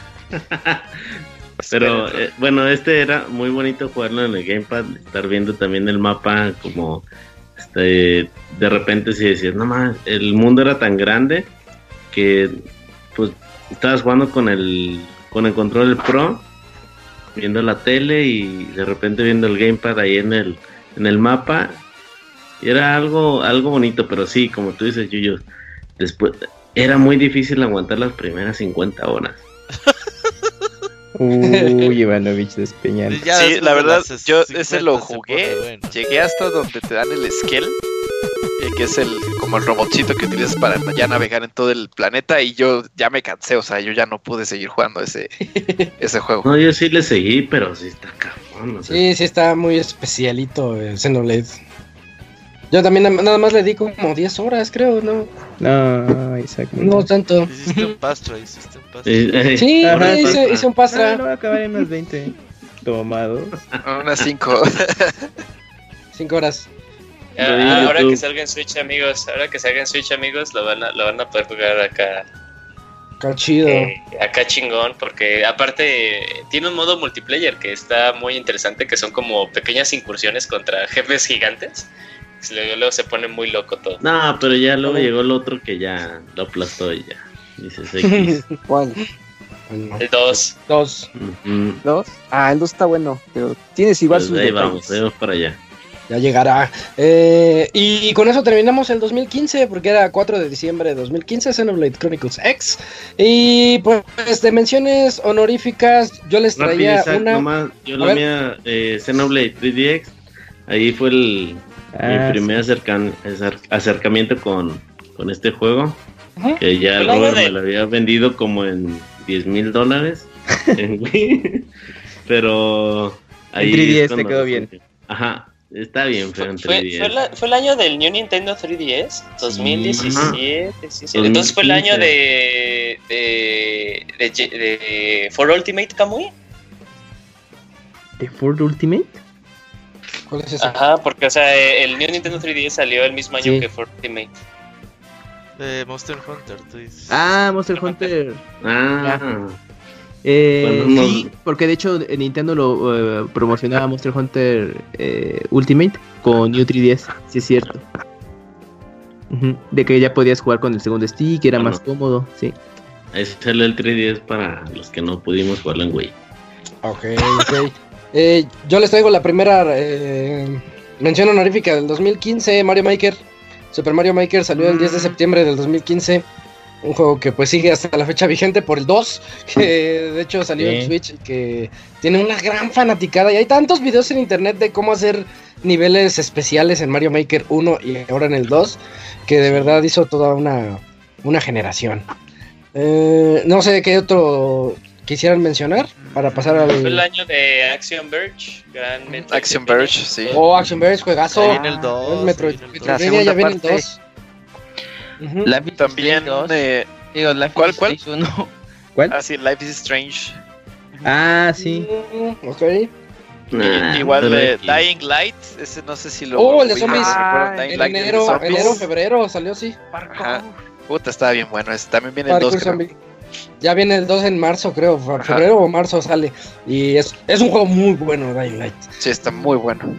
Pero eh, bueno, este era muy bonito jugarlo en el Gamepad, estar viendo también el mapa, como este, de repente si decías, no más, el mundo era tan grande que pues estabas jugando con el con el control Pro, viendo la tele y de repente viendo el Gamepad ahí en el en el mapa, y era algo algo bonito, pero sí, como tú dices, Yuyo, después era muy difícil aguantar las primeras cincuenta horas. Uy, Ivanovich despeñando. Sí, la verdad, yo ese lo jugué, bueno. Llegué hasta donde te dan el scale, que es el como el robotcito que utilizas para ya navegar en todo el planeta, y yo ya me cansé, o sea, yo ya no pude seguir jugando ese ese juego. No, yo sí le seguí, pero sí está cabrón, o sea. Sí, sí está muy especialito el Xenoblade. Yo también nada más le di como diez horas, creo, ¿no? No, Isaac. No, no tanto. Hiciste un pastra, hiciste un pastra. Sí, sí Ajá, hice, hice un pastra. No, no va a acabar en unas veinte tomados. Unas cinco. cinco horas. Ah, ahora que salga en Switch, amigos, ahora que salga en Switch, amigos, lo van a, lo van a poder jugar acá. Acá chido. Eh, acá chingón, porque aparte tiene un modo multiplayer que está muy interesante, que son como pequeñas incursiones contra jefes gigantes. Luego, luego se pone muy loco todo. No, pero ya luego llegó el otro que ya lo aplastó y ya. Dices X. ¿Cuál? El dos. Dos. Uh-huh. ¿Dos? Ah, el dos está bueno, pero tienes igual Pues sus ahí detalles. vamos, ahí vamos para allá. Ya llegará. Eh, y con eso terminamos el dos mil quince, porque era cuatro de diciembre de dos mil quince, Xenoblade Chronicles X. Y pues de menciones honoríficas, yo les traía Rápido, Isaac, una... nomás, yo A la ver. mía, eh, Xenoblade tres D X, ahí fue el Ah, mi primer acercan- acer- acercamiento con, con este juego, Ajá. que ya el Fue el año Robert de- me lo había vendido como en diez mil dólares en Wii, pero ahí En tres D S es te cuando- quedó bien. Ajá, está bien feo en Fue, tres D S. fue, la- fue el año del New Nintendo tres D S, dos mil diecisiete. Sí, sí. Ajá. Entonces fue el año dos mil de, de, de, de, de For Ultimate Kamui. ¿The Ford Ultimate? ¿Cuál es ese? Ajá, porque o sea, el New Nintendo tres D S salió el mismo año Sí. que For Ultimate. Eh, Monster Hunter, tú dices. Ah, Monster Hunter. Ah, Eh, Bueno, no- sí, porque de hecho eh, Nintendo lo eh, promocionaba Monster Hunter eh, Ultimate con New tres D S, sí es cierto. Ujú, de que ya podías jugar con el segundo stick, era Bueno. más cómodo, sí. ahí sale el tres D S para los que no pudimos jugarlo en Wii. Ok, ok. Eh, yo les traigo la primera eh, mención honorífica del dos mil quince, Mario Maker. Super Mario Maker salió el diez de septiembre del dos mil quince. Un juego que pues sigue hasta la fecha vigente por el dos, que de hecho salió Sí. en Switch y que tiene una gran fanaticada. Y hay tantos videos en internet de cómo hacer niveles especiales en Mario Maker uno y ahora en el dos, que de verdad hizo toda una, una generación. Eh, no sé qué otro quisieran mencionar para pasar al... Fue el año de Action Verge, gran Metroid Action que tenía. Verge, sí. Oh, Action Verge, juegazo. Ahí viene el dos, El Metroid, ahí viene el Metroidvania, dos. La ya viene el segunda dos. Ujú. Life is También, Strange dos. eh, Digo, Life ¿cuál, is cuál? Strange uno. ¿Cuál? ah, sí, Life is Strange. Ah, sí. Mm, ok. Nah, Igual pero de X. Dying Light, ese no sé si lo. Oh, el de ubican, zombies. si recuerdan Ah, Dying En Light, el de enero, zombies. enero, febrero salió así. Ajá. Puta, estaba bien bueno ese. También viene el Parkour dos, creo. Zombie. Ya viene el dos en marzo, creo. fe- Febrero o marzo sale. Y es, es un juego muy bueno, Dying Light. Sí, está muy bueno.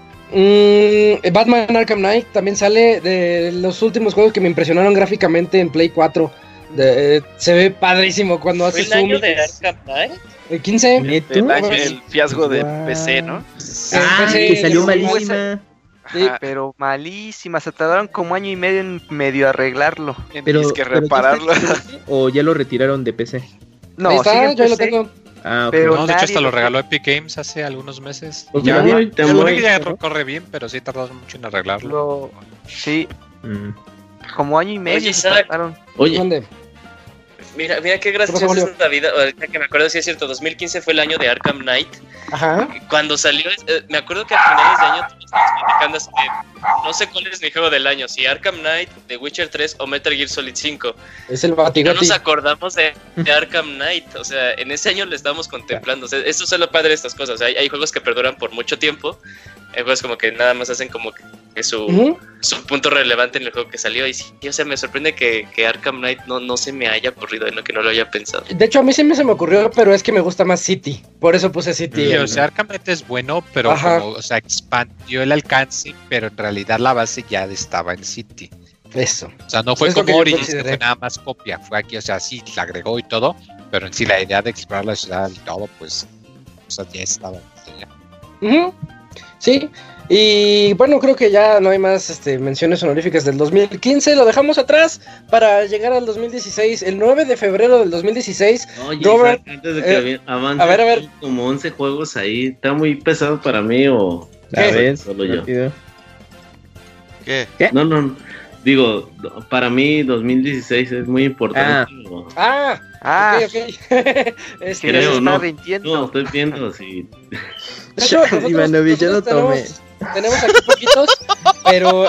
Mm, Batman Arkham Knight también sale de los últimos juegos que me impresionaron gráficamente en Play cuatro. De- se ve padrísimo cuando Fue hace el año zoom. de Arkham Knight. El quince. ¿Neto? El, año- Pues, el fiasco de Guau. P C, ¿no? Ah, Sí, que salió sí, malísima. Sí. Ajá, Pero malísima, se tardaron como año y medio en medio arreglarlo. en Pero, disque pero ¿tú repararlo. estás seguro ¿O ya lo retiraron de P C? No, Ahí está, sigue en yo lo P C, tengo. Ah, ok. Pero No, de hecho nadie hasta lo lo- regaló Epic Games hace algunos meses. Pues ya, muy ya, te ya, muy- ya corre bien, pero sí tardaron mucho en arreglarlo. lo- Sí, Mm. como año y medio Oye, se Isaac. tardaron. Oye, ¿Dónde? Mira, mira qué ¿Qué pasó, graciosa Julio? es la vida. Ahorita que me acuerdo, sí es cierto, dos mil quince fue el año de Arkham Knight. Ajá. Cuando salió, eh, me acuerdo que a finales de año todos estábamos platicando así de, no sé cuál es mi juego del año, si Arkham Knight, The Witcher tres o Metal Gear Solid cinco. Es el No Batigoti. nos acordamos de, de Arkham Knight, o sea, en ese año lo estábamos contemplando. O sea, esto es lo padre de estas cosas. Hay, hay juegos que perduran por mucho tiempo, hay juegos como que nada más hacen como que, que su, Ujú. su punto relevante en el juego que salió. Y sí, o sea, me sorprende que, que Arkham Knight no, no se me haya ocurrido, en lo que no lo haya pensado. De hecho, a mí sí me se me ocurrió, pero es que me gusta más City. Por eso puse City. Sí, en- o sea, Arkham Knight es bueno, pero Ajá. como, o sea, expandió el alcance, pero en realidad la base ya estaba en City. Eso. O sea, no fue Es lo que como yo Origins, que consideré. fue nada más copia. Fue aquí, o sea, sí, la agregó y todo, pero en sí la idea de explorar la ciudad y todo, pues, o sea, ya estaba. Ya. Ujú. Sí. Y bueno, creo que ya no hay más este, menciones honoríficas del dos mil quince. Lo dejamos atrás para llegar al dos mil dieciséis. El nueve de febrero del dos mil dieciséis. oye, Robert, Isaac, antes de que eh, avi- avance, a ver, a ver. hay como once juegos ahí. ¿Está muy pesado para mí o A ver, solo yo? rápido. ¿Qué? No, no, digo, para mí dos mil dieciséis es muy importante. o- Ah, Ah, ok, ok. Este, que ya se creo, está no. rindiendo. No, estoy viendo si... de hecho, nosotros- Ivanovich, yo no nosotros tomé. tenemos- Tenemos aquí poquitos, pero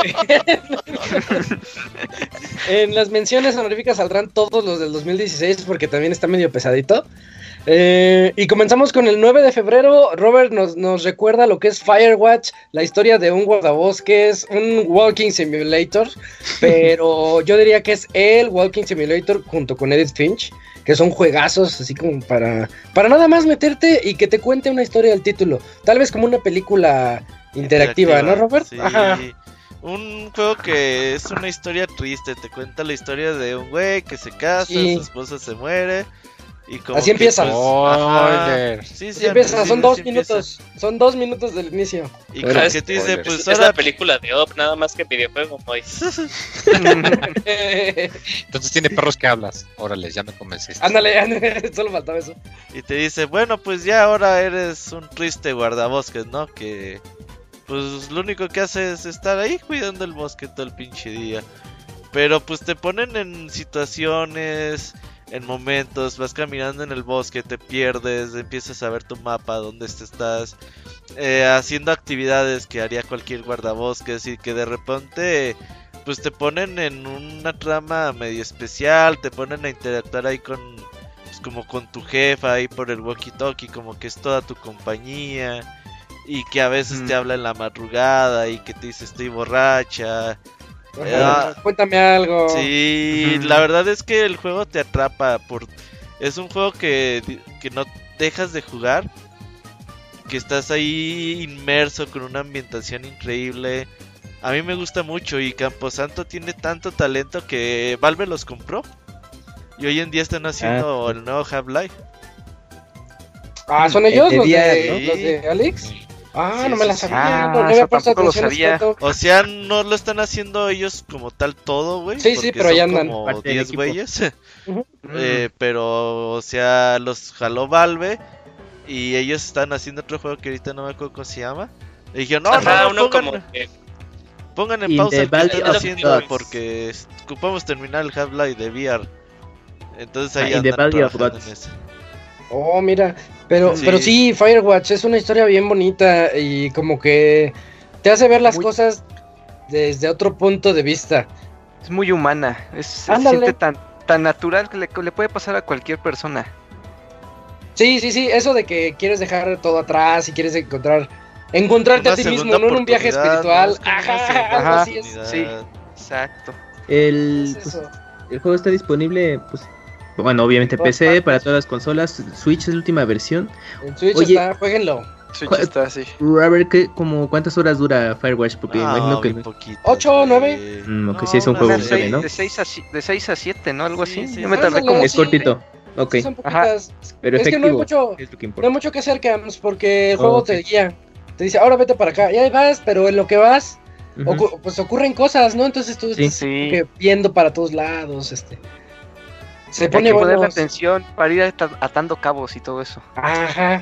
en las menciones honoríficas saldrán todos los del dos mil dieciséis porque también está medio pesadito. Eh, y comenzamos con el nueve de febrero. Robert nos, nos recuerda lo que es Firewatch, la historia de un guardabosques, un walking simulator, pero yo diría que es el walking simulator junto con Edith Finch, que son juegazos así como para, para nada más meterte y que te cuente una historia del título, tal vez como una película interactiva, interactiva ¿no, Robert? Sí. Ajá. Un juego que es una historia triste, te cuenta la historia de un güey que se casa, sí. su esposa se muere. Y como así empieza. Pues, Spoiler. Sí, sí, así empieza, sí, son sí, dos sí minutos, empieza. son dos minutos del inicio. Y como que te dice, pues es, ahora... es la película de Up, nada más que videojuego, muy. Entonces tiene perros que hablas. Órale, ya me convenciste. Ándale, ándale, solo faltaba eso. Y te dice, bueno, pues ya ahora eres un triste guardabosques, ¿no? Que pues lo único que hace es estar ahí cuidando el bosque todo el pinche día. Pero pues te ponen en situaciones, en momentos, vas caminando en el bosque, te pierdes, empiezas a ver tu mapa, dónde estás, eh, haciendo actividades que haría cualquier guardabosques y que de repente pues te ponen en una trama medio especial, te ponen a interactuar ahí con, pues como con tu jefa ahí por el walkie talkie, como que es toda tu compañía. Y que a veces mm. te habla en la madrugada y que te dice estoy borracha. Ajá, uh, cuéntame algo. Sí, uh-huh. La verdad es que el juego te atrapa. Por... Es un juego que, que no dejas de jugar. Que estás ahí inmerso con una ambientación increíble. A mí me gusta mucho y Camposanto tiene tanto talento que Valve los compró. Y hoy en día están haciendo ah. el nuevo Half-Life. Ah, ¿son ellos de los, día, de, ¿no? ¿los de Alex? Ah, sí, no me la sí, sabía, ah, no me había puesto tampoco atención lo sabía. a ese dato. O sea, no lo están haciendo ellos como tal todo, güey. Sí, sí, pero ya andan. Como diez güeyes. Uh-huh. eh, pero, o sea, los jaló Valve y ellos están haciendo otro juego que ahorita no me acuerdo cómo se llama. Y dijeron, no, Ajá, no, uno pongan, como que... pongan en In pausa el que Valley están of haciendo Gods. porque ocupamos terminar el Half-Life de V R. Entonces ahí ah, andan trabajando en eso. Oh, mira, pero sí. pero sí, Firewatch es una historia bien bonita y como que te hace ver las muy... cosas desde otro punto de vista. Es muy humana, es, se siente tan, tan natural que le, le puede pasar a cualquier persona. Sí, sí, sí, eso de que quieres dejar todo atrás y quieres encontrar encontrarte una a ti mismo, no en un viaje espiritual. ¿No? Ajá, algo Ajá, así es. Sí, exacto. El, es pues, el juego está disponible, pues, bueno, obviamente P C, partes. Para todas las consolas. Switch es la última versión. En Switch Oye, está, jueguenlo. Switch está, sí. A ver, ¿qué, como, ¿cuántas horas dura Firewatch? Porque no, imagino que... Poquito, ¿ocho o nueve? Mm, ok, no, sí es un juego breve, ¿no? De seis a siete, ¿no? Algo sí, así. sí, Yo me sí. tardé como... Es cortito. Ok. Sí, son poquitas. Pero es efectivo, que no hay mucho, es lo que importa. no hay mucho que hacer, Cams, porque el juego oh, okay. te guía. Te dice, ahora vete para acá. Y ahí vas, pero en lo que vas, uh-huh. ocu- pues ocurren cosas, ¿no? Entonces tú sí. estás sí. que viendo para todos lados, este... Se pone hay que poner buenos. la atención para ir atando cabos y todo eso. Ajá.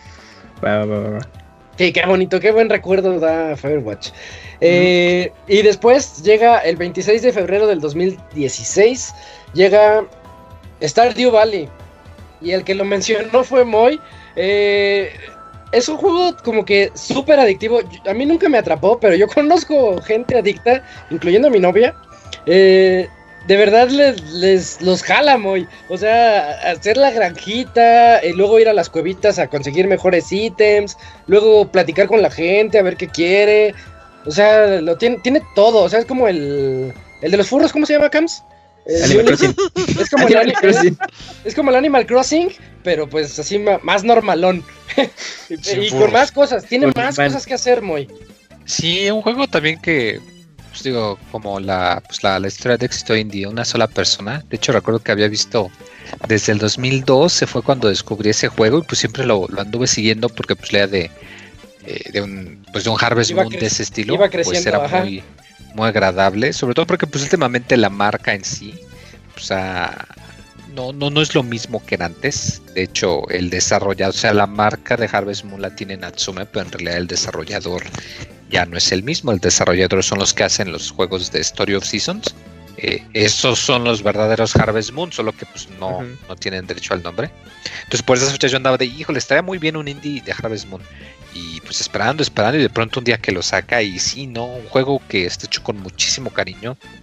Va, va, va. Sí, qué bonito, qué buen recuerdo da Firewatch. Mm. Eh, y después llega el veintiséis de febrero del dos mil dieciséis, llega Stardew Valley. Y el que lo mencionó fue Moy. Eh, es un juego como que súper adictivo. A mí nunca me atrapó, pero yo conozco gente adicta, incluyendo a mi novia. Eh... De verdad les, les los jala muy, o sea, hacer la granjita, y luego ir a las cuevitas a conseguir mejores ítems, luego platicar con la gente, a ver qué quiere, o sea, lo tiene, tiene todo, o sea, es como el, el de los furros, ¿cómo se llama, Cams? Animal Crossing. Es como el Animal Crossing. Es como el Animal Crossing, pero pues así más normalón. y y con más cosas, tiene Muy más mal. cosas que hacer, muy. Sí, un juego también que... Pues digo, como la, pues la, la historia de éxito indie, una sola persona. De hecho, recuerdo que había visto desde el dos mil dos, se fue cuando descubrí ese juego y pues siempre lo, lo anduve siguiendo porque pues leía de, eh, de un pues de un Harvest Iba Moon cre- de ese estilo, iba pues creciendo, era ajá. muy, muy agradable, sobre todo porque pues últimamente la marca en sí, pues ha, no, no, no es lo mismo que era antes. De hecho, el desarrollador, o sea, la marca de Harvest Moon la tiene Natsume, pero en realidad el desarrollador ya no es el mismo. El desarrollador son los que hacen los juegos de Story of Seasons. Eh, esos son los verdaderos Harvest Moon, solo que pues no, uh-huh. no tienen derecho al nombre. Entonces por esas fechas yo andaba de, híjole, estaría muy bien un indie de Harvest Moon. Y pues esperando, esperando, y de pronto un día que lo saca, y sí, no, un juego que está hecho con muchísimo cariño.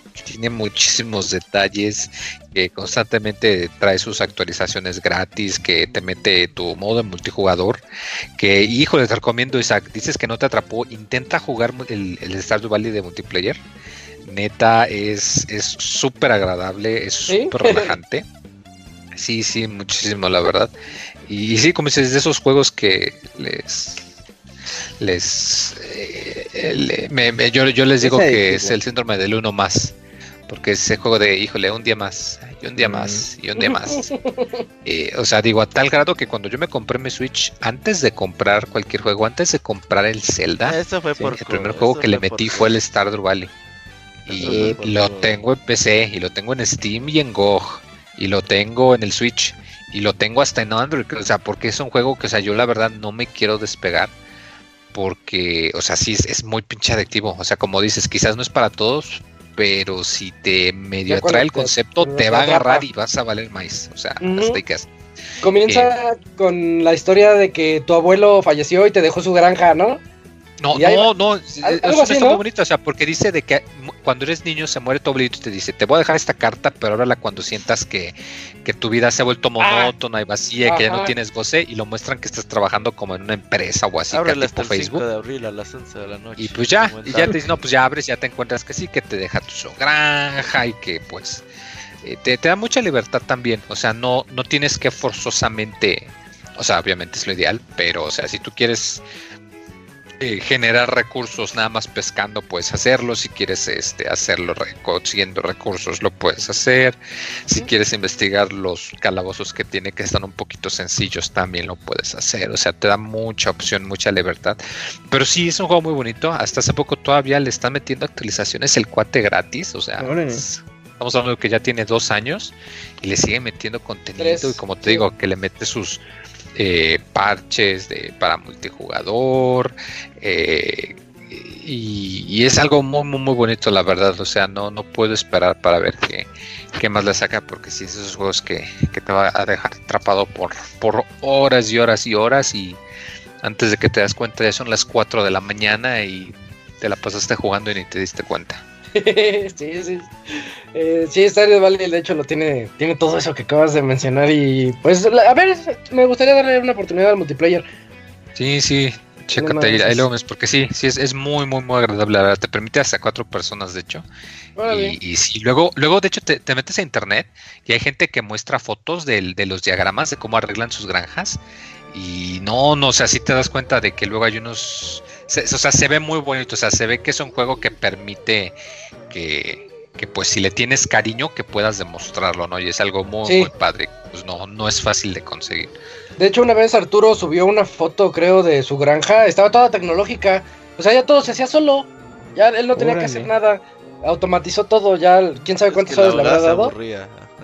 tiene muchísimos detalles, que constantemente trae sus actualizaciones gratis, que te mete tu modo de multijugador, que híjole, te recomiendo, Isaac, dices que no te atrapó, intenta jugar el, el Stardew Valley de multiplayer, neta, es es súper agradable, es súper ¿Sí? relajante, sí, sí, muchísimo la verdad, y, y sí, como dices, de esos juegos que les... les eh, le, me, me, yo, yo les digo que es el síndrome del uno más, porque ese juego de híjole, un día más y un día mm. más y un día más eh, o sea, digo, a tal grado que cuando yo me compré mi Switch, antes de comprar cualquier juego, antes de comprar el Zelda, eso fue por el primer juego que le metí fue el Stardew Valley, y lo por... tengo en P C, y lo tengo en Steam y en G O G, y lo tengo en el Switch, y lo tengo hasta en Android, o sea, porque es un juego que, o sea, yo la verdad no me quiero despegar, porque, o sea, sí es, es muy pinche adictivo, o sea, como dices, quizás no es para todos, pero si te medio atrae el concepto, te, te va a agarrar y vas a valer más, o sea, uh-huh. hasta que comienza eh, con la historia de que tu abuelo falleció y te dejó su granja, ¿no? No, no, no, es, algo así, está ¿no? muy bonito, o sea, porque dice de que cuando eres niño se muere tu abuelito y te dice, te voy a dejar esta carta, pero ahora cuando sientas que, que tu vida se ha vuelto monótona ah, y vacía, ajá. que ya no tienes goce, y lo muestran que estás trabajando como en una empresa o así, que tipo Facebook. de abril a las once de la noche. Y pues ya, y ya te dicen, no, pues ya abres, ya te encuentras que sí, que te deja tu granja y que pues eh, te, te da mucha libertad también, o sea, no, no tienes que forzosamente, o sea, obviamente es lo ideal, pero o sea, si tú quieres Eh, generar recursos nada más pescando, puedes hacerlo. Si quieres este hacerlo consiguiendo recursos, lo puedes hacer. Si quieres investigar los calabozos que tiene, que están un poquito sencillos, también lo puedes hacer. O sea, te da mucha opción, mucha libertad. Pero sí, es un juego muy bonito. Hasta hace poco todavía le están metiendo actualizaciones el cuate gratis. O sea, es, estamos hablando de que ya tiene dos años y le sigue metiendo contenido. Tres. Y como te digo, que le mete sus Eh, parches de, para multijugador, eh, y, y es algo muy muy muy bonito, la verdad. O sea, no, no puedo esperar para ver qué, qué más le saca, porque si sí, es esos juegos que, que te va a dejar atrapado por, por horas y horas y horas, y antes de que te das cuenta ya son las cuatro de la mañana y te la pasaste jugando y ni te diste cuenta. sí, sí. Eh, sí, Stardew Valley de hecho lo tiene, tiene todo eso que acabas de mencionar, y pues a ver, me gustaría darle una oportunidad al multiplayer. Sí, sí, chécate ahí, ahí luego ves, porque sí, sí es, es muy, muy, muy agradable, la verdad, te permite hasta cuatro personas, de hecho. Y, y sí, luego, luego de hecho te, te metes a internet y hay gente que muestra fotos de, de los diagramas de cómo arreglan sus granjas, y no, no, o sea, sí te das cuenta de que luego hay unos... Se, o sea, se ve muy bonito, o sea, se ve que es un juego que permite que, que pues si le tienes cariño, que puedas demostrarlo, ¿no? Y es algo muy, sí. muy padre, pues no, no es fácil de conseguir. De hecho, una vez Arturo subió una foto, creo, de su granja, estaba toda tecnológica, o sea, ya todo se hacía solo, ya él no tenía Órale. que hacer nada, automatizó todo, ya quién sabe cuántas horas le habrá dado. Aburría.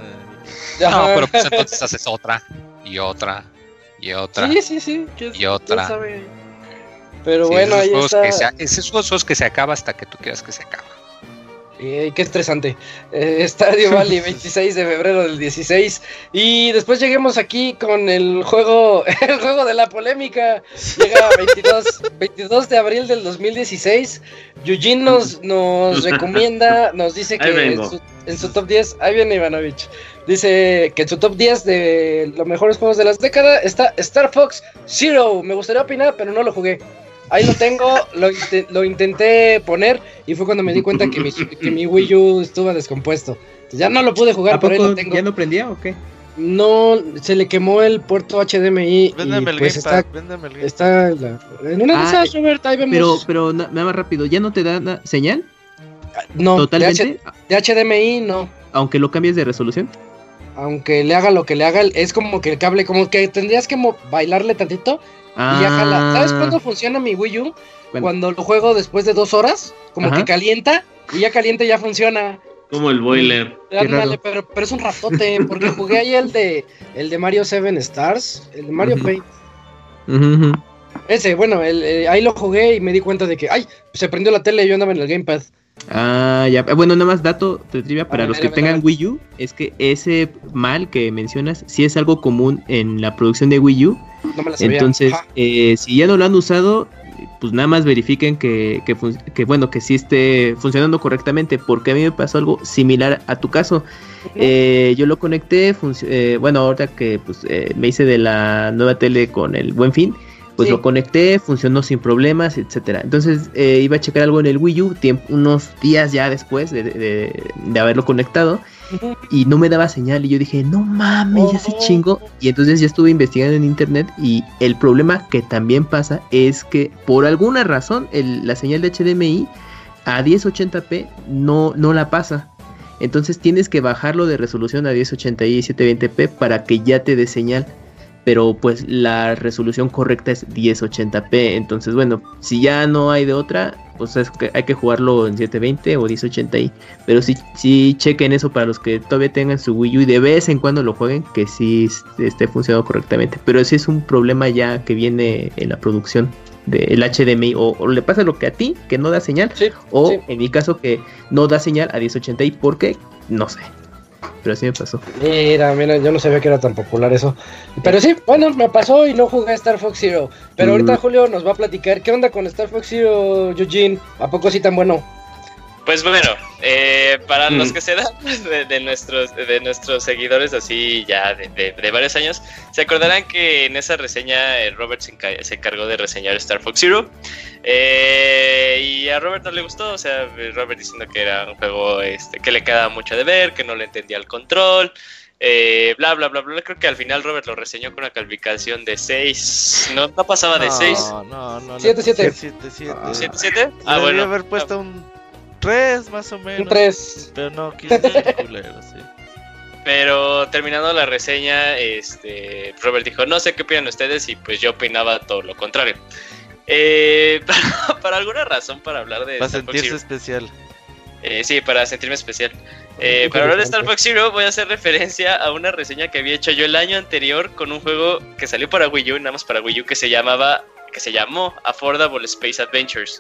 No, pero pues entonces haces otra, y otra, y otra, sí, sí, sí, y otra. Pero sí, bueno, ahí está. Que se, esos juegos que se acaba hasta que tú quieras que se acabe. Eh, qué estresante. Eh, Stardew Valley, veintiséis de febrero del dieciséis. Y después lleguemos aquí con el juego, el juego de la polémica. Llega veintidós, veintidós de abril del dos mil dieciséis. Eugene nos, nos recomienda, nos dice que en su, en su top diez, ahí viene Ivanovich. Dice que en su top diez de los mejores juegos de las décadas está Star Fox Zero. Me gustaría opinar, pero no lo jugué. Ahí lo tengo, lo, int- lo intenté poner y fue cuando me di cuenta que mi, que mi Wii U estuvo descompuesto. Entonces ya no lo pude jugar, pero ahí lo tengo. ¿Ya no prendía o qué? No, se le quemó el puerto H D M I. Véndame y pues el está, Gamepad, el está la, en una de esas, Robert, ahí vemos. Pero, pero nada más rápido, ¿ya no te da na- señal? No, ¿Totalmente? De, H- de H D M I no. ¿Aunque lo cambies de resolución? Aunque le haga lo que le haga, es como que el cable, como que tendrías que mo- bailarle tantito. Ah. Y ya jala. ¿Sabes cuándo funciona mi Wii U? Bueno. Cuando lo juego después de dos horas, como Ajá. que calienta, y ya calienta y ya funciona. Como el boiler. Ándale, pero, pero es un ratote, porque jugué ahí el de el de Mario Seven Stars, el de Mario uh-huh. Paint. Uh-huh. Ese, bueno, el, eh, ahí lo jugué y me di cuenta de que, ay, se prendió la tele y yo andaba en el Gamepad. Ah, ya. Bueno, nada más dato de trivia para ver, los que ver, tengan ver. Wii U, es que ese mal que mencionas sí es algo común en la producción de Wii U. No me la sabía. Entonces, eh, si ya no lo han usado, pues nada más verifiquen que, que, fun- que bueno, que sí esté funcionando correctamente, porque a mí me pasó algo similar a tu caso. Eh, yo lo conecté, func- eh, bueno, ahorita que pues eh, me hice de la nueva tele con el Buen Fin, pues Sí. lo conecté, funcionó sin problemas, etcétera. Entonces eh, iba a checar algo en el Wii U, tiemp- unos días ya después de, de, de haberlo conectado, y no me daba señal, y yo dije, no mames, ya se chingó. Y entonces ya estuve investigando en internet, y el problema que también pasa es que por alguna razón el- la señal de H D M I a diez ochenta p no, no la pasa. Entonces tienes que bajarlo de resolución a diez ochenta y setecientos veinte p para que ya te dé señal. Pero pues la resolución correcta es diez ochenta p. Entonces bueno, si ya no hay de otra, pues es que hay que jugarlo en setecientos veinte o diez ochenta i. Pero sí, sí chequen eso para los que todavía tengan su Wii U y de vez en cuando lo jueguen, que sí esté funcionando correctamente. Pero sí es un problema ya que viene en la producción del H D M I, o, o le pasa lo que a ti, que no da señal, Sí, o sí. en mi caso que no da señal a diez ochenta i, porque no sé, pero así me pasó. Mira, mira, yo no sabía que era tan popular eso. Pero sí, bueno, me pasó y no jugué a Star Fox Zero. Pero ahorita Mm. Julio nos va a platicar qué onda con Star Fox Zero, Eugene. ¿A poco sí tan bueno? Pues bueno, eh, para Mm. los que se dan de, de nuestros de nuestros seguidores así ya de, de- de varios años, se acordarán que en esa reseña eh, Robert se, enca- se encargó de reseñar Star Fox Zero, eh, y a Robert no le gustó, o sea, Robert diciendo que era un juego este, que le quedaba mucho de ver, que no le entendía el control, eh, bla bla bla bla. Creo que al final Robert lo reseñó con una calificación de seis, no, no pasaba de seis. No, no, no. Siete, siete. siete, siete. ¿siete, siete? Ah, Ah, bueno. haber puesto un tres más o menos. Un tres. Pero no, quise ser culero, sí. Pero terminando la reseña, este Robert dijo, no sé qué opinan ustedes, y pues yo opinaba todo lo contrario. Eh, para, para alguna razón, para hablar de Para Star Fox sentirse Zero, especial. eh, sí, para sentirme especial. Eh, para hablar de Star Fox Zero voy a hacer referencia a una reseña que había hecho yo el año anterior con un juego que salió para Wii U, nada más para Wii U, que se llamaba, que se llamó Affordable Space Adventures.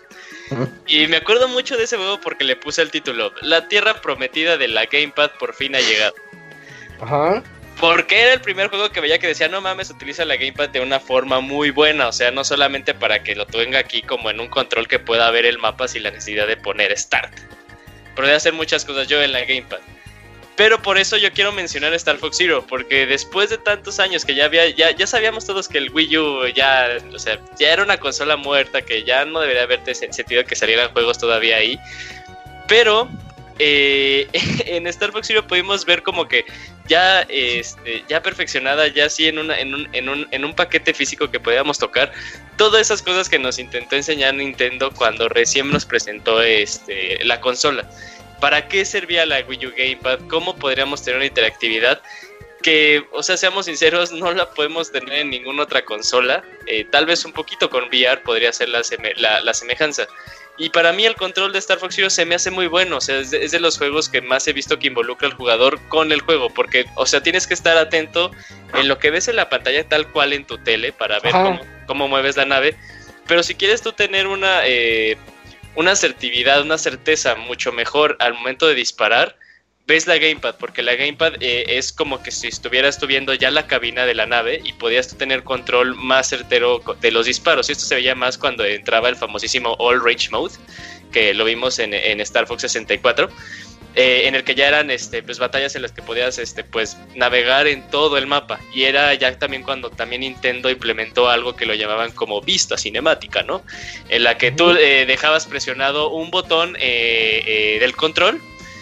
Y me acuerdo mucho de ese juego porque le puse el título, La tierra prometida de la Gamepad por fin ha llegado. Ajá. Porque era el primer juego que veía que decía, no mames, utiliza la Gamepad de una forma muy buena. O sea, no solamente para que lo tenga aquí como en un control que pueda ver el mapa sin la necesidad de poner Start. Podría hacer muchas cosas yo en la Gamepad. Pero por eso yo quiero mencionar Star Fox Zero, porque después de tantos años que ya había, ya, ya sabíamos todos que el Wii U ya, o sea, ya era una consola muerta, que ya no debería haberte sentido que salieran juegos todavía ahí. Pero eh, en Star Fox Zero pudimos ver como que ya, este, ya perfeccionada, ya sí en, una, en, un, en, un, en un paquete físico que podíamos tocar, todas esas cosas que nos intentó enseñar Nintendo cuando recién nos presentó este, la consola. ¿Para qué servía la Wii U Gamepad? ¿Cómo podríamos tener una interactividad? Que, o sea, seamos sinceros, no la podemos tener en ninguna otra consola. Eh, tal vez un poquito con V R podría ser la, seme la, la semejanza. Y para mí el control de Star Fox Zero se me hace muy bueno. O sea, es de, es de los juegos que más he visto que involucra al jugador con el juego. Porque, o sea, tienes que estar atento en lo que ves en la pantalla tal cual en tu tele para ver cómo, cómo mueves la nave. Pero si quieres tú tener una... Eh, una asertividad, una certeza mucho mejor al momento de disparar, ves la Gamepad, porque la Gamepad eh, es como que si estuvieras tú viendo ya la cabina de la nave y podías tú tener control más certero de los disparos. Y esto se veía más cuando entraba el famosísimo All Range Mode, que lo vimos en, en Star Fox sesenta y cuatro, eh, en el que ya eran este, pues, batallas en las que podías este, pues, navegar en todo el mapa. Y era ya también cuando también Nintendo implementó algo que lo llamaban como vista cinemática, ¿no? En la que tú eh, dejabas presionado un botón eh, eh, del control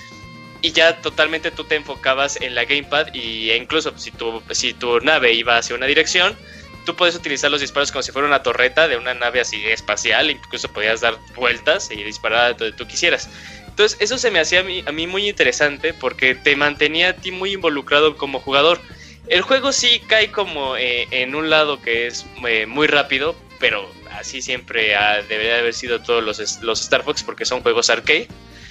y ya totalmente tú te enfocabas en la Gamepad, y e incluso si tu, si tu nave iba hacia una dirección, tú puedes utilizar los disparos como si fuera una torreta de una nave así espacial, incluso podías dar vueltas y disparar donde tú quisieras. Entonces eso se me hacía a mí, a mí muy interesante porque te mantenía a ti muy involucrado como jugador. El juego sí cae como eh, en un lado que es eh, muy rápido, pero así siempre ha, debería haber sido todos los, los Star Fox porque son juegos arcade.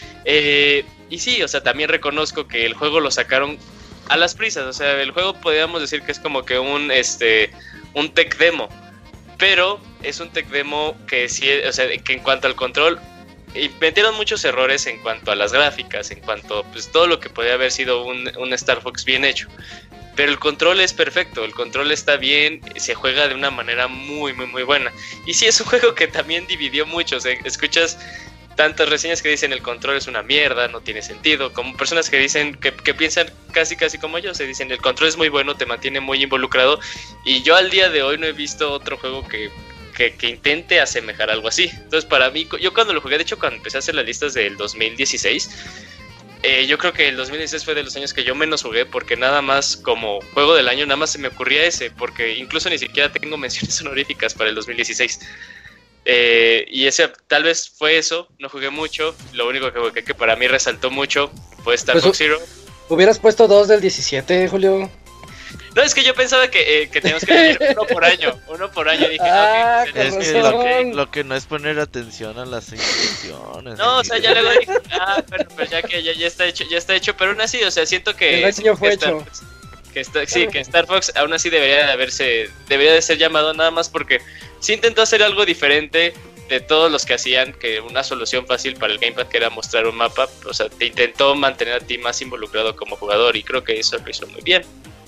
Eh, y sí, o sea, también reconozco que el juego lo sacaron a las prisas. O sea, el juego podríamos decir que es como que un, este, un tech demo, pero es un tech demo que sí, o sea, que en cuanto al control... Y metieron muchos errores en cuanto a las gráficas, en cuanto a pues, todo lo que podría haber sido un, un Star Fox bien hecho. pero el control es perfecto, el control está bien, se juega de una manera muy, muy, muy buena. Y sí, es un juego que también dividió mucho, o sea, escuchas tantas reseñas que dicen el control es una mierda, no tiene sentido, como personas que dicen, que, que piensan casi casi como yo, se dicen el control es muy bueno, te mantiene muy involucrado, y yo al día de hoy no he visto otro juego que, que, que intente asemejar algo así. Entonces para mí, yo cuando lo jugué, de hecho cuando empecé a hacer las listas del dos mil dieciséis, eh, yo creo que el dos mil dieciséis fue de los años que yo menos jugué, porque nada más como juego del año, nada más se me ocurría ese, porque incluso ni siquiera tengo menciones honoríficas para el dos mil dieciséis. Eh, y ese tal vez fue eso, no jugué mucho, lo único que jugué que para mí resaltó mucho fue Star pues, Fox Zero. ¿Hubieras puesto dos del diecisiete, Julio? No, es que yo pensaba que, eh, que teníamos que elegir uno por año, uno por año, dije, ah, okay, es que lo, que lo que no es poner atención a las instrucciones. No, o sea, ya luego dije, ah, pero, pero ya que ya, ya está hecho, ya está hecho, pero aún así, o sea, siento que... El diseño fue Star, hecho. Que está, sí, que Star Fox aún así debería de haberse, debería de ser llamado nada más porque sí intentó hacer algo diferente de todos los que hacían, que una solución fácil para el gamepad que era mostrar un mapa, o sea, te intentó mantener a ti más involucrado como jugador y creo que eso lo hizo muy bien.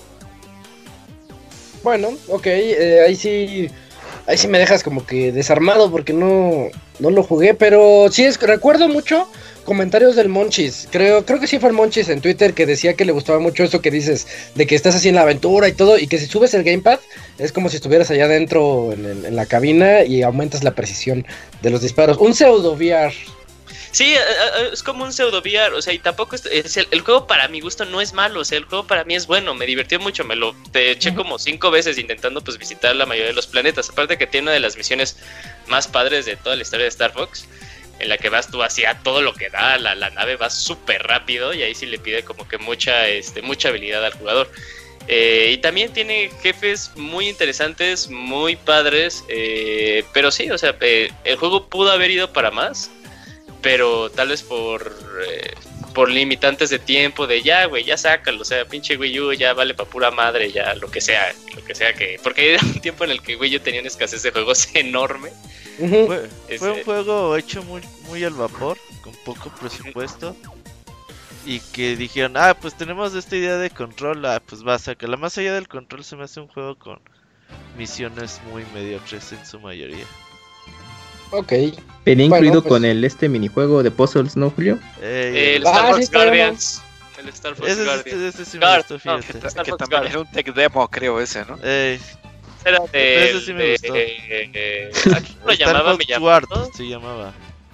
Bueno, ok, eh, ahí sí, ahí sí me dejas como que desarmado porque no, no lo jugué, pero sí es, recuerdo mucho comentarios del Monchis, creo, creo que sí fue el Monchis en Twitter que decía que le gustaba mucho eso que dices, de que estás así en la aventura y todo, y que si subes el gamepad, es como si estuvieras allá adentro en, en, en la cabina y aumentas la precisión de los disparos, un pseudo V R. Sí, es como un pseudo V R, o sea, y tampoco es, es el, el juego para mi gusto no es malo, o sea, el juego para mí es bueno, me divirtió mucho, me lo te eché como cinco veces intentando pues visitar la mayoría de los planetas, aparte que tiene una de las misiones más padres de toda la historia de Star Fox, en la que vas tú hacia todo lo que da, la, la nave va súper rápido y ahí sí le pide como que mucha, este, mucha habilidad al jugador. Eh, y también tiene jefes muy interesantes, muy padres, eh, pero sí, o sea, eh, el juego pudo haber ido para más, pero tal vez por, eh, por limitantes de tiempo, de ya, güey, ya sácalo, o sea, pinche Wii U ya vale pa' pura madre, ya, lo que sea, lo que sea que... Porque era un tiempo en el que Wii U tenía una escasez de juegos enorme. Uh-huh. Fue, Ese... fue un juego hecho muy, muy al vapor, con poco presupuesto, y que dijeron, ah, pues tenemos esta idea de control, ah, pues va a sacarla. Más allá del control se me hace un juego con misiones muy mediocres en su mayoría. Ok. Venía bueno, incluido pues... con el este minijuego de puzzles, ¿no, Julio? Eh, el Star ah, Fox sí, Guardians. El Star Fox ese, Guardians. Ese, ese sí me gustó, fíjate. No, que, que también era un tech demo, creo, ese, ¿no? Eh, era de... Ese sí me gustó. De, de, de, ¿Aquí lo llamaba Miyamoto? Se llamaba.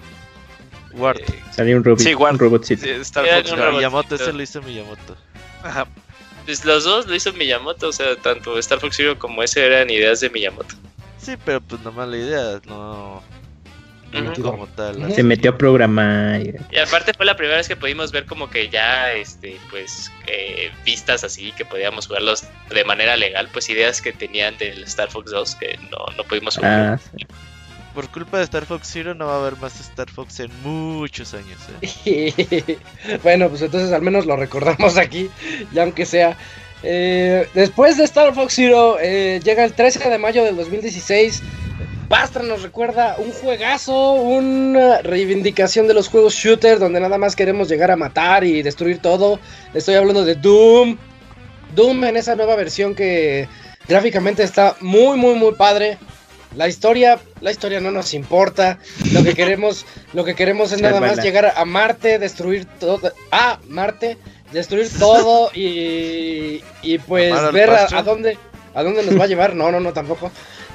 Wart. Eh, Salía un, robot, sí, un robotcito. Sí, Star Fox un Guardians. Miyamoto, ese lo hizo Miyamoto. Ajá. Pues los dos lo hizo Miyamoto, o sea, tanto Star Fox Zero como ese eran ideas de Miyamoto. Sí, pero pues nomás la idea, no... Uh-huh. Como tal, se metió a programar y... y aparte fue la primera vez que pudimos ver como que ya este pues eh, vistas así que podíamos jugarlos de manera legal, pues ideas que tenían del Star Fox dos que no, no pudimos jugar. Ah, sí. Por culpa de Star Fox Zero no va a haber más Star Fox en muchos años, ¿eh? Bueno, pues entonces al menos lo recordamos aquí, ya aunque sea. Eh, después de Star Fox Zero eh, llega el trece de mayo del dos mil dieciséis. Bastra nos recuerda un juegazo, una reivindicación de los juegos shooter donde nada más queremos llegar a matar y destruir todo. Estoy hablando de Doom. Doom en esa nueva versión que gráficamente está muy muy muy padre. La historia, la historia no nos importa. Lo que queremos, lo que queremos es nada más llegar a Marte, destruir todo, a Marte, destruir todo y y pues ver a, a dónde a dónde nos va a llevar. No, no, no tampoco.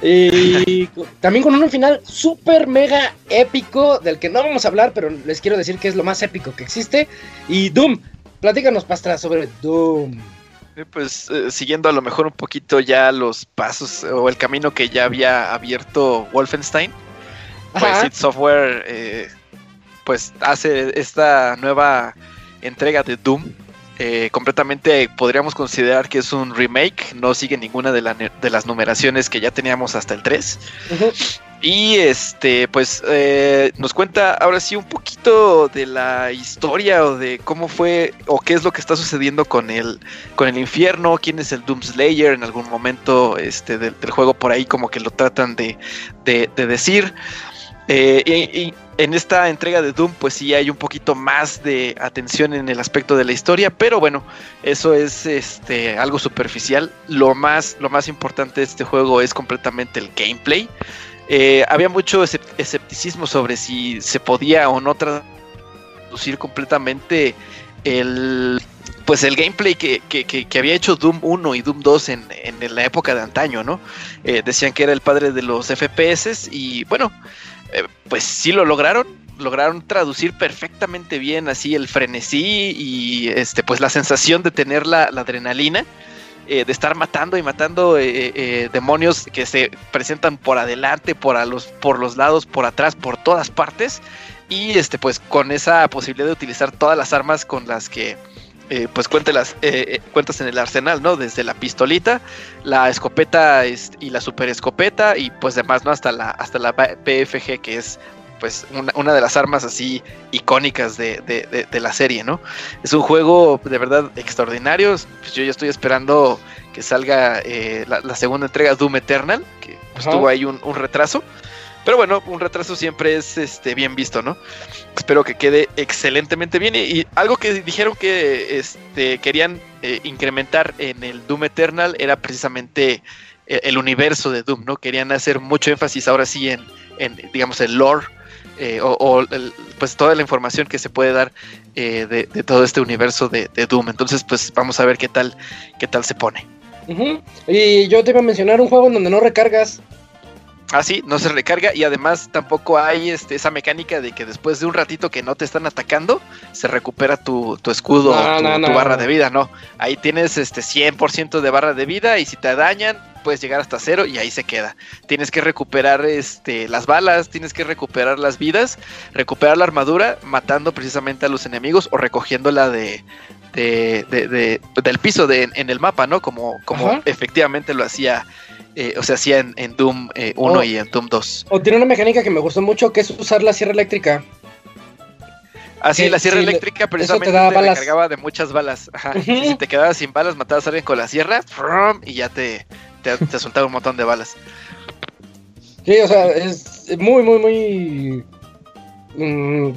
Y también con un final súper mega épico del que no vamos a hablar, pero les quiero decir que es lo más épico que existe. Y Doom, platícanos, Pastra, sobre Doom. Pues eh, siguiendo a lo mejor un poquito ya los pasos o el camino que ya había abierto Wolfenstein, pues id Software eh, pues hace esta nueva entrega de Doom. Eh, completamente podríamos considerar que es un remake, no sigue ninguna de, la, de las numeraciones que ya teníamos hasta el tres. Uh-huh. Y este, pues eh, nos cuenta ahora sí un poquito de la historia o de cómo fue o qué es lo que está sucediendo con el, con el infierno, quién es el Doom Slayer. En algún momento este, del, del juego por ahí como que lo tratan de, de, de decir. Eh, y, y en esta entrega de Doom, pues sí hay un poquito más de atención en el aspecto de la historia, pero bueno, eso es este algo superficial. Lo más, lo más importante de este juego es completamente el gameplay. Eh, había mucho escepticismo sobre si se podía o no traducir completamente el pues el gameplay que, que, que, que había hecho Doom uno y Doom dos en, en la época de antaño, ¿no? Eh, decían que era el padre de los F P S y bueno, eh, pues sí lo lograron, lograron traducir perfectamente bien así el frenesí y este pues la sensación de tener la, la adrenalina, eh, de estar matando y matando eh, eh, demonios que se presentan por adelante, por, a los, por los lados, por atrás, por todas partes, y este pues con esa posibilidad de utilizar todas las armas con las que Eh, pues cuéntelas, eh, cuentas en el arsenal, ¿no? Desde la pistolita, la escopeta es, y la super escopeta y pues demás, ¿no? Hasta la, hasta la P F G, que es pues una, una de las armas así icónicas de, de, de, de la serie, ¿no? Es un juego de verdad extraordinario. Pues yo ya estoy esperando que salga eh, la, la segunda entrega, Doom Eternal, que pues, tuvo ahí un, un retraso. Pero bueno, un retraso siempre es este, bien visto, ¿no? Espero que quede excelentemente bien. Y, y algo que dijeron que este, querían eh, incrementar en el Doom Eternal era precisamente el, el universo de Doom, ¿no? Querían hacer mucho énfasis ahora sí en, en digamos, el lore eh, o, o el, pues toda la información que se puede dar eh, de, de todo este universo de, de Doom. Entonces, pues vamos a ver qué tal, qué tal se pone. Uh-huh. Y yo te iba a mencionar un juego en donde no recargas. Ah, sí, no se recarga y además tampoco hay este, esa mecánica de que después de un ratito que no te están atacando, se recupera tu, tu escudo, no, tu, no, no. tu barra de vida, no. Ahí tienes este cien por ciento de barra de vida y si te dañan, puedes llegar hasta cero y ahí se queda. Tienes que recuperar este, las balas, tienes que recuperar las vidas, recuperar la armadura, matando precisamente a los enemigos o recogiéndola de, de, de, de, del piso de, en el mapa, ¿no? Como, como efectivamente lo hacía... Eh, o sea, hacía en, en Doom eh, uno oh, y en Doom dos. O tiene una mecánica que me gustó mucho, que es usar la sierra eléctrica. Ah, sí, la sierra sí, eléctrica precisamente te, te recargaba de muchas balas. Ajá. Uh-huh. Si te quedabas sin balas, matabas a alguien con la sierra y ya te, te, te soltaba un montón de balas. Sí, o sea, es muy, muy, muy... Mmm,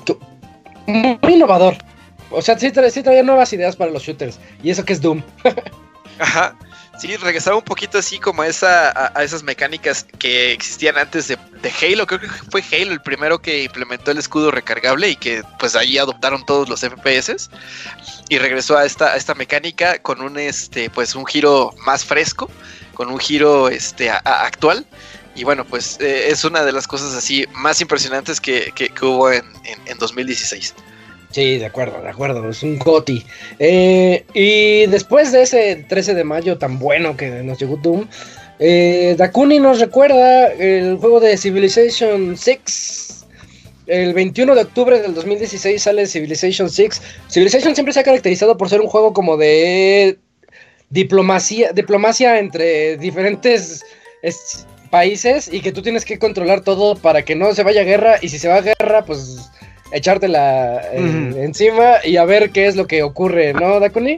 muy innovador. O sea, sí, tra- sí traía nuevas ideas para los shooters. Y eso que es Doom. Ajá. Sí, regresaba un poquito así como a, esa, a, a esas mecánicas que existían antes de, de Halo. Creo que fue Halo el primero que implementó el escudo recargable y que pues allí adoptaron todos los F P S. Y regresó a esta, a esta mecánica con un este pues un giro más fresco, con un giro este a, a actual. Y bueno, pues eh, es una de las cosas así más impresionantes que, que, que hubo en, en, en dos mil dieciséis. Sí, de acuerdo, de acuerdo, es un goti. Eh, y después de ese trece de mayo tan bueno que nos llegó Doom, eh, Dakuni nos recuerda el juego de Civilization seis. El veintiuno de octubre del dos mil dieciséis sale Civilization seis. Civilization siempre se ha caracterizado por ser un juego como de diplomacia, diplomacia entre diferentes es, países y que tú tienes que controlar todo para que no se vaya a guerra, y si se va a guerra, pues... echártela eh, mm. encima y a ver qué es lo que ocurre, ¿no, Dakuni?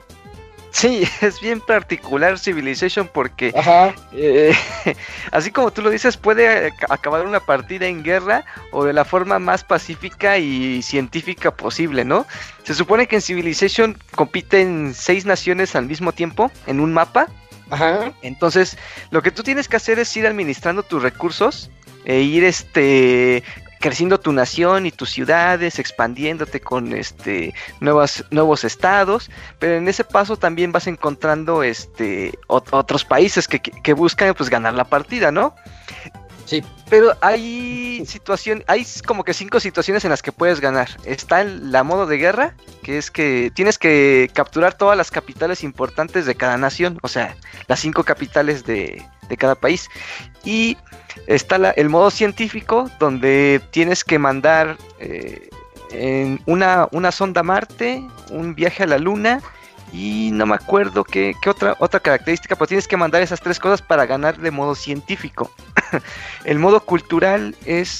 Sí, es bien particular Civilization porque Ajá. Eh, así como tú lo dices, puede acabar una partida en guerra o de la forma más pacífica y científica posible, ¿no? Se supone que en Civilization compiten seis naciones al mismo tiempo en un mapa. Ajá. Entonces, lo que tú tienes que hacer es ir administrando tus recursos e ir este... creciendo tu nación y tus ciudades, expandiéndote con este nuevos, nuevos estados, pero en ese paso también vas encontrando este ot- otros países que, que, que buscan pues ganar la partida, ¿no? Sí. Pero hay situación, hay como que cinco situaciones en las que puedes ganar. Está el, la modo de guerra, que es que tienes que capturar todas las capitales importantes de cada nación, o sea, las cinco capitales de, de cada país. Y está la, el modo científico, donde tienes que mandar eh, en una, una sonda a Marte, un viaje a la Luna, y no me acuerdo qué, qué otra, otra característica, pero tienes que mandar esas tres cosas para ganar de modo científico. El modo cultural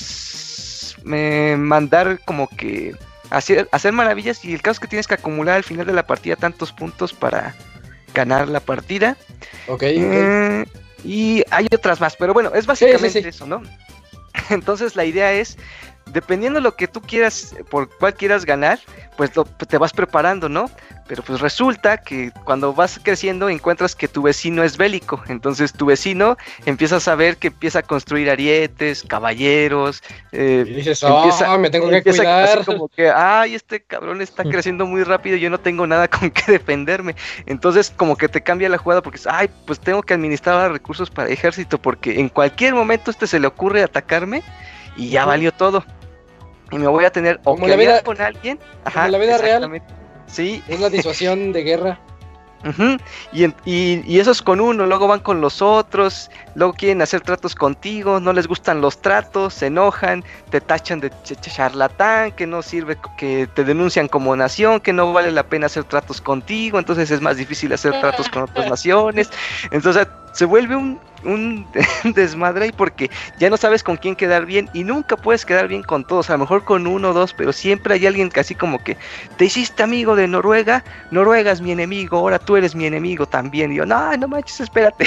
es eh, mandar como que hacer, hacer maravillas, y el caso es que tienes que acumular al final de la partida tantos puntos para ganar la partida. Ok, okay. Eh, y hay otras más, pero bueno, es básicamente sí, sí, sí. eso, ¿no? Entonces la idea es, dependiendo de lo que tú quieras, por cuál quieras ganar, pues lo, te vas preparando, ¿no? Pero pues resulta que cuando vas creciendo encuentras que tu vecino es bélico, entonces tu vecino empiezas a ver que empieza a construir arietes, caballeros, eh, y dices, oh, empieza, me tengo que cuidar. Así como que, ay, este cabrón está creciendo muy rápido, yo no tengo nada con qué defenderme. Entonces como que te cambia la jugada porque, ay, pues tengo que administrar recursos para el ejército porque en cualquier momento este se le ocurre atacarme y ya valió todo. Y me voy a tener o como que la vida con alguien, ajá, como la vida real. Sí. Es la disuasión de guerra. Uh-huh. y, y, y eso es con uno, luego van con los otros, luego quieren hacer tratos contigo, no les gustan los tratos, se enojan, te tachan de ch- ch- charlatán, que no sirve, que te denuncian como nación, que no vale la pena hacer tratos contigo, entonces es más difícil hacer tratos con otras naciones, entonces se vuelve un, un desmadre ahí porque ya no sabes con quién quedar bien y nunca puedes quedar bien con todos, a lo mejor con uno o dos, pero siempre hay alguien que así como que te hiciste amigo de Noruega, Noruega es mi enemigo, ahora tú eres mi enemigo también, y yo, no, no manches, espérate.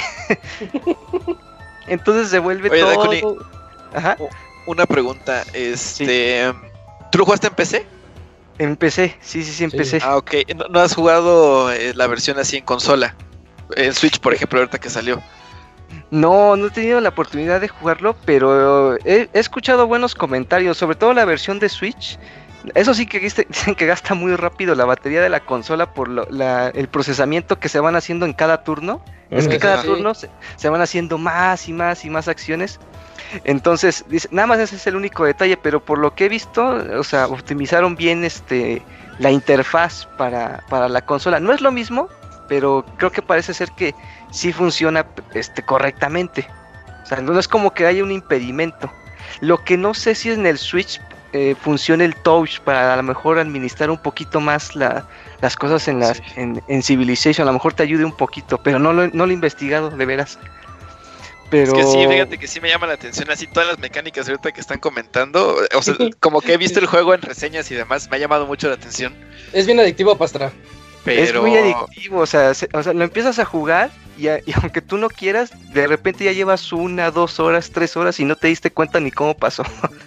Entonces se vuelve Oye, todo. Dakuni, Ajá. Una pregunta, este, sí. ¿Tú lo jugaste en P C? En P C, sí, sí, sí, en sí. P C. Ah, ok. ¿No, no has jugado eh, la versión así en consola? En Switch, por ejemplo, ahorita que salió. No, no he tenido la oportunidad de jugarlo, pero he, he escuchado buenos comentarios, sobre todo la versión de Switch. Eso sí que dicen que gasta muy rápido la batería de la consola por lo, la, el procesamiento que se van haciendo en cada turno. Uh-huh. Es que cada sí. turno se, se van haciendo más y más y más acciones. Entonces, dice, nada más ese es el único detalle, pero por lo que he visto, o sea, optimizaron bien este la interfaz para, para la consola. No es lo mismo, pero creo que parece ser que sí funciona este, correctamente. O sea, no es como que haya un impedimento. Lo que no sé si en el Switch eh, funcione el touch para a lo mejor administrar un poquito más la, las cosas en, la, sí. en, en Civilization. A lo mejor te ayude un poquito, pero no lo, no lo he investigado de veras. Pero... Es que sí, fíjate que sí me llama la atención así todas las mecánicas ahorita que están comentando. O sea, como que he visto el juego en reseñas y demás, me ha llamado mucho la atención. Es bien adictivo, Pastra. Pero... Es muy adictivo, o sea, se, o sea, lo empiezas a jugar y, a, y aunque tú no quieras, de repente ya llevas una, dos horas, tres horas y no te diste cuenta ni cómo pasó.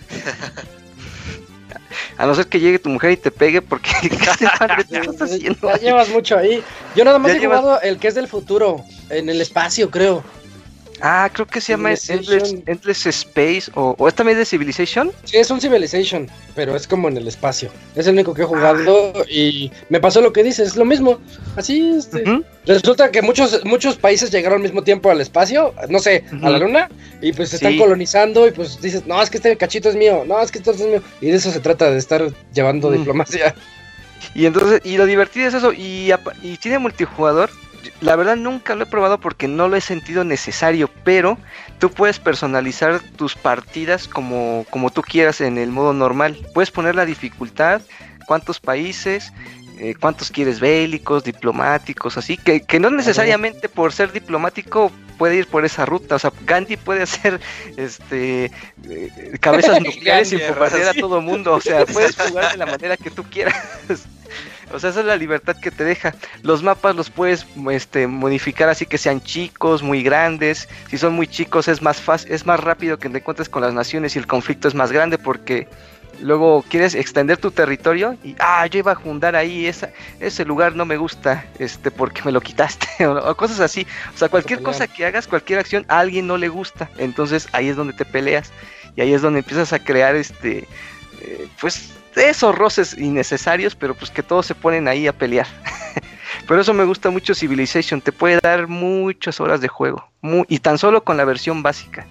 A no ser que llegue tu mujer y te pegue porque ¿qué estás haciendo? Ya ahí? Llevas mucho ahí. Yo nada más he llevas... jugado el que es del futuro, en el espacio, creo. Ah, creo que se llama Endless, Endless Space o, o ¿esta también es de Civilization? Sí, es un Civilization, pero es como en el espacio. Es el único que he jugado ah. y me pasó lo que dices, es lo mismo. Así, este, uh-huh. Resulta que muchos muchos países llegaron al mismo tiempo al espacio, no sé, uh-huh. a la luna, y pues se están sí. colonizando y pues dices, no, es que este cachito es mío, no, es que esto es mío. Y de eso se trata, de estar llevando uh-huh. diplomacia. Y entonces, y lo divertido es eso, y, y tiene multijugador. La verdad nunca lo he probado porque no lo he sentido necesario, pero tú puedes personalizar tus partidas como, como tú quieras en el modo normal. Puedes poner la dificultad, cuántos países, eh, cuántos quieres bélicos, diplomáticos, así, que, que no necesariamente por ser diplomático puede ir por esa ruta. O sea, Gandhi puede hacer este eh, cabezas nucleares y bombardear a todo mundo. O sea, puedes jugar de la manera que tú quieras. O sea, esa es la libertad que te deja. Los mapas los puedes este, modificar así que sean chicos, muy grandes. Si son muy chicos es más fácil, es más rápido que te encuentres con las naciones y el conflicto es más grande porque luego quieres extender tu territorio y ah, yo iba a fundar ahí esa, ese lugar no me gusta, este, porque me lo quitaste o, o cosas así. O sea, cualquier cosa que hagas, cualquier acción a alguien no le gusta. Entonces ahí es donde te peleas y ahí es donde empiezas a crear este, eh, pues esos roces innecesarios, pero pues que todos se ponen ahí a pelear. Pero eso me gusta mucho Civilization, te puede dar muchas horas de juego, muy, y tan solo con la versión básica.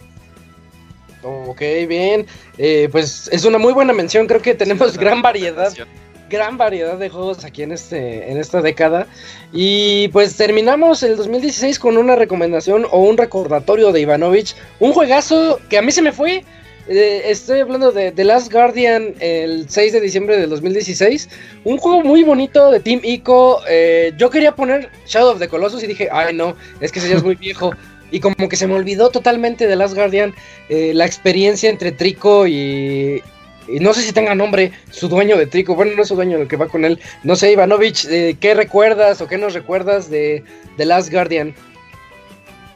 Ok, bien, eh, pues es una muy buena mención, creo que tenemos gran variedad, gran variedad de juegos aquí en este, en esta década, y pues terminamos el dos mil dieciséis con una recomendación o un recordatorio de Ivanovich, un juegazo que a mí se me fue. Eh, estoy hablando de The Last Guardian el seis de diciembre del dos mil dieciséis. Un juego muy bonito de Team Ico. eh, Yo quería poner Shadow of the Colossus y dije, ay no, es que ese ya es muy viejo. Y como que se me olvidó totalmente de Last Guardian, eh, la experiencia entre Trico y... Y no sé si tenga nombre, su dueño de Trico. Bueno, no es su dueño el que va con él. No sé, Ivanovich, eh, ¿qué recuerdas o qué nos recuerdas de The Last Guardian?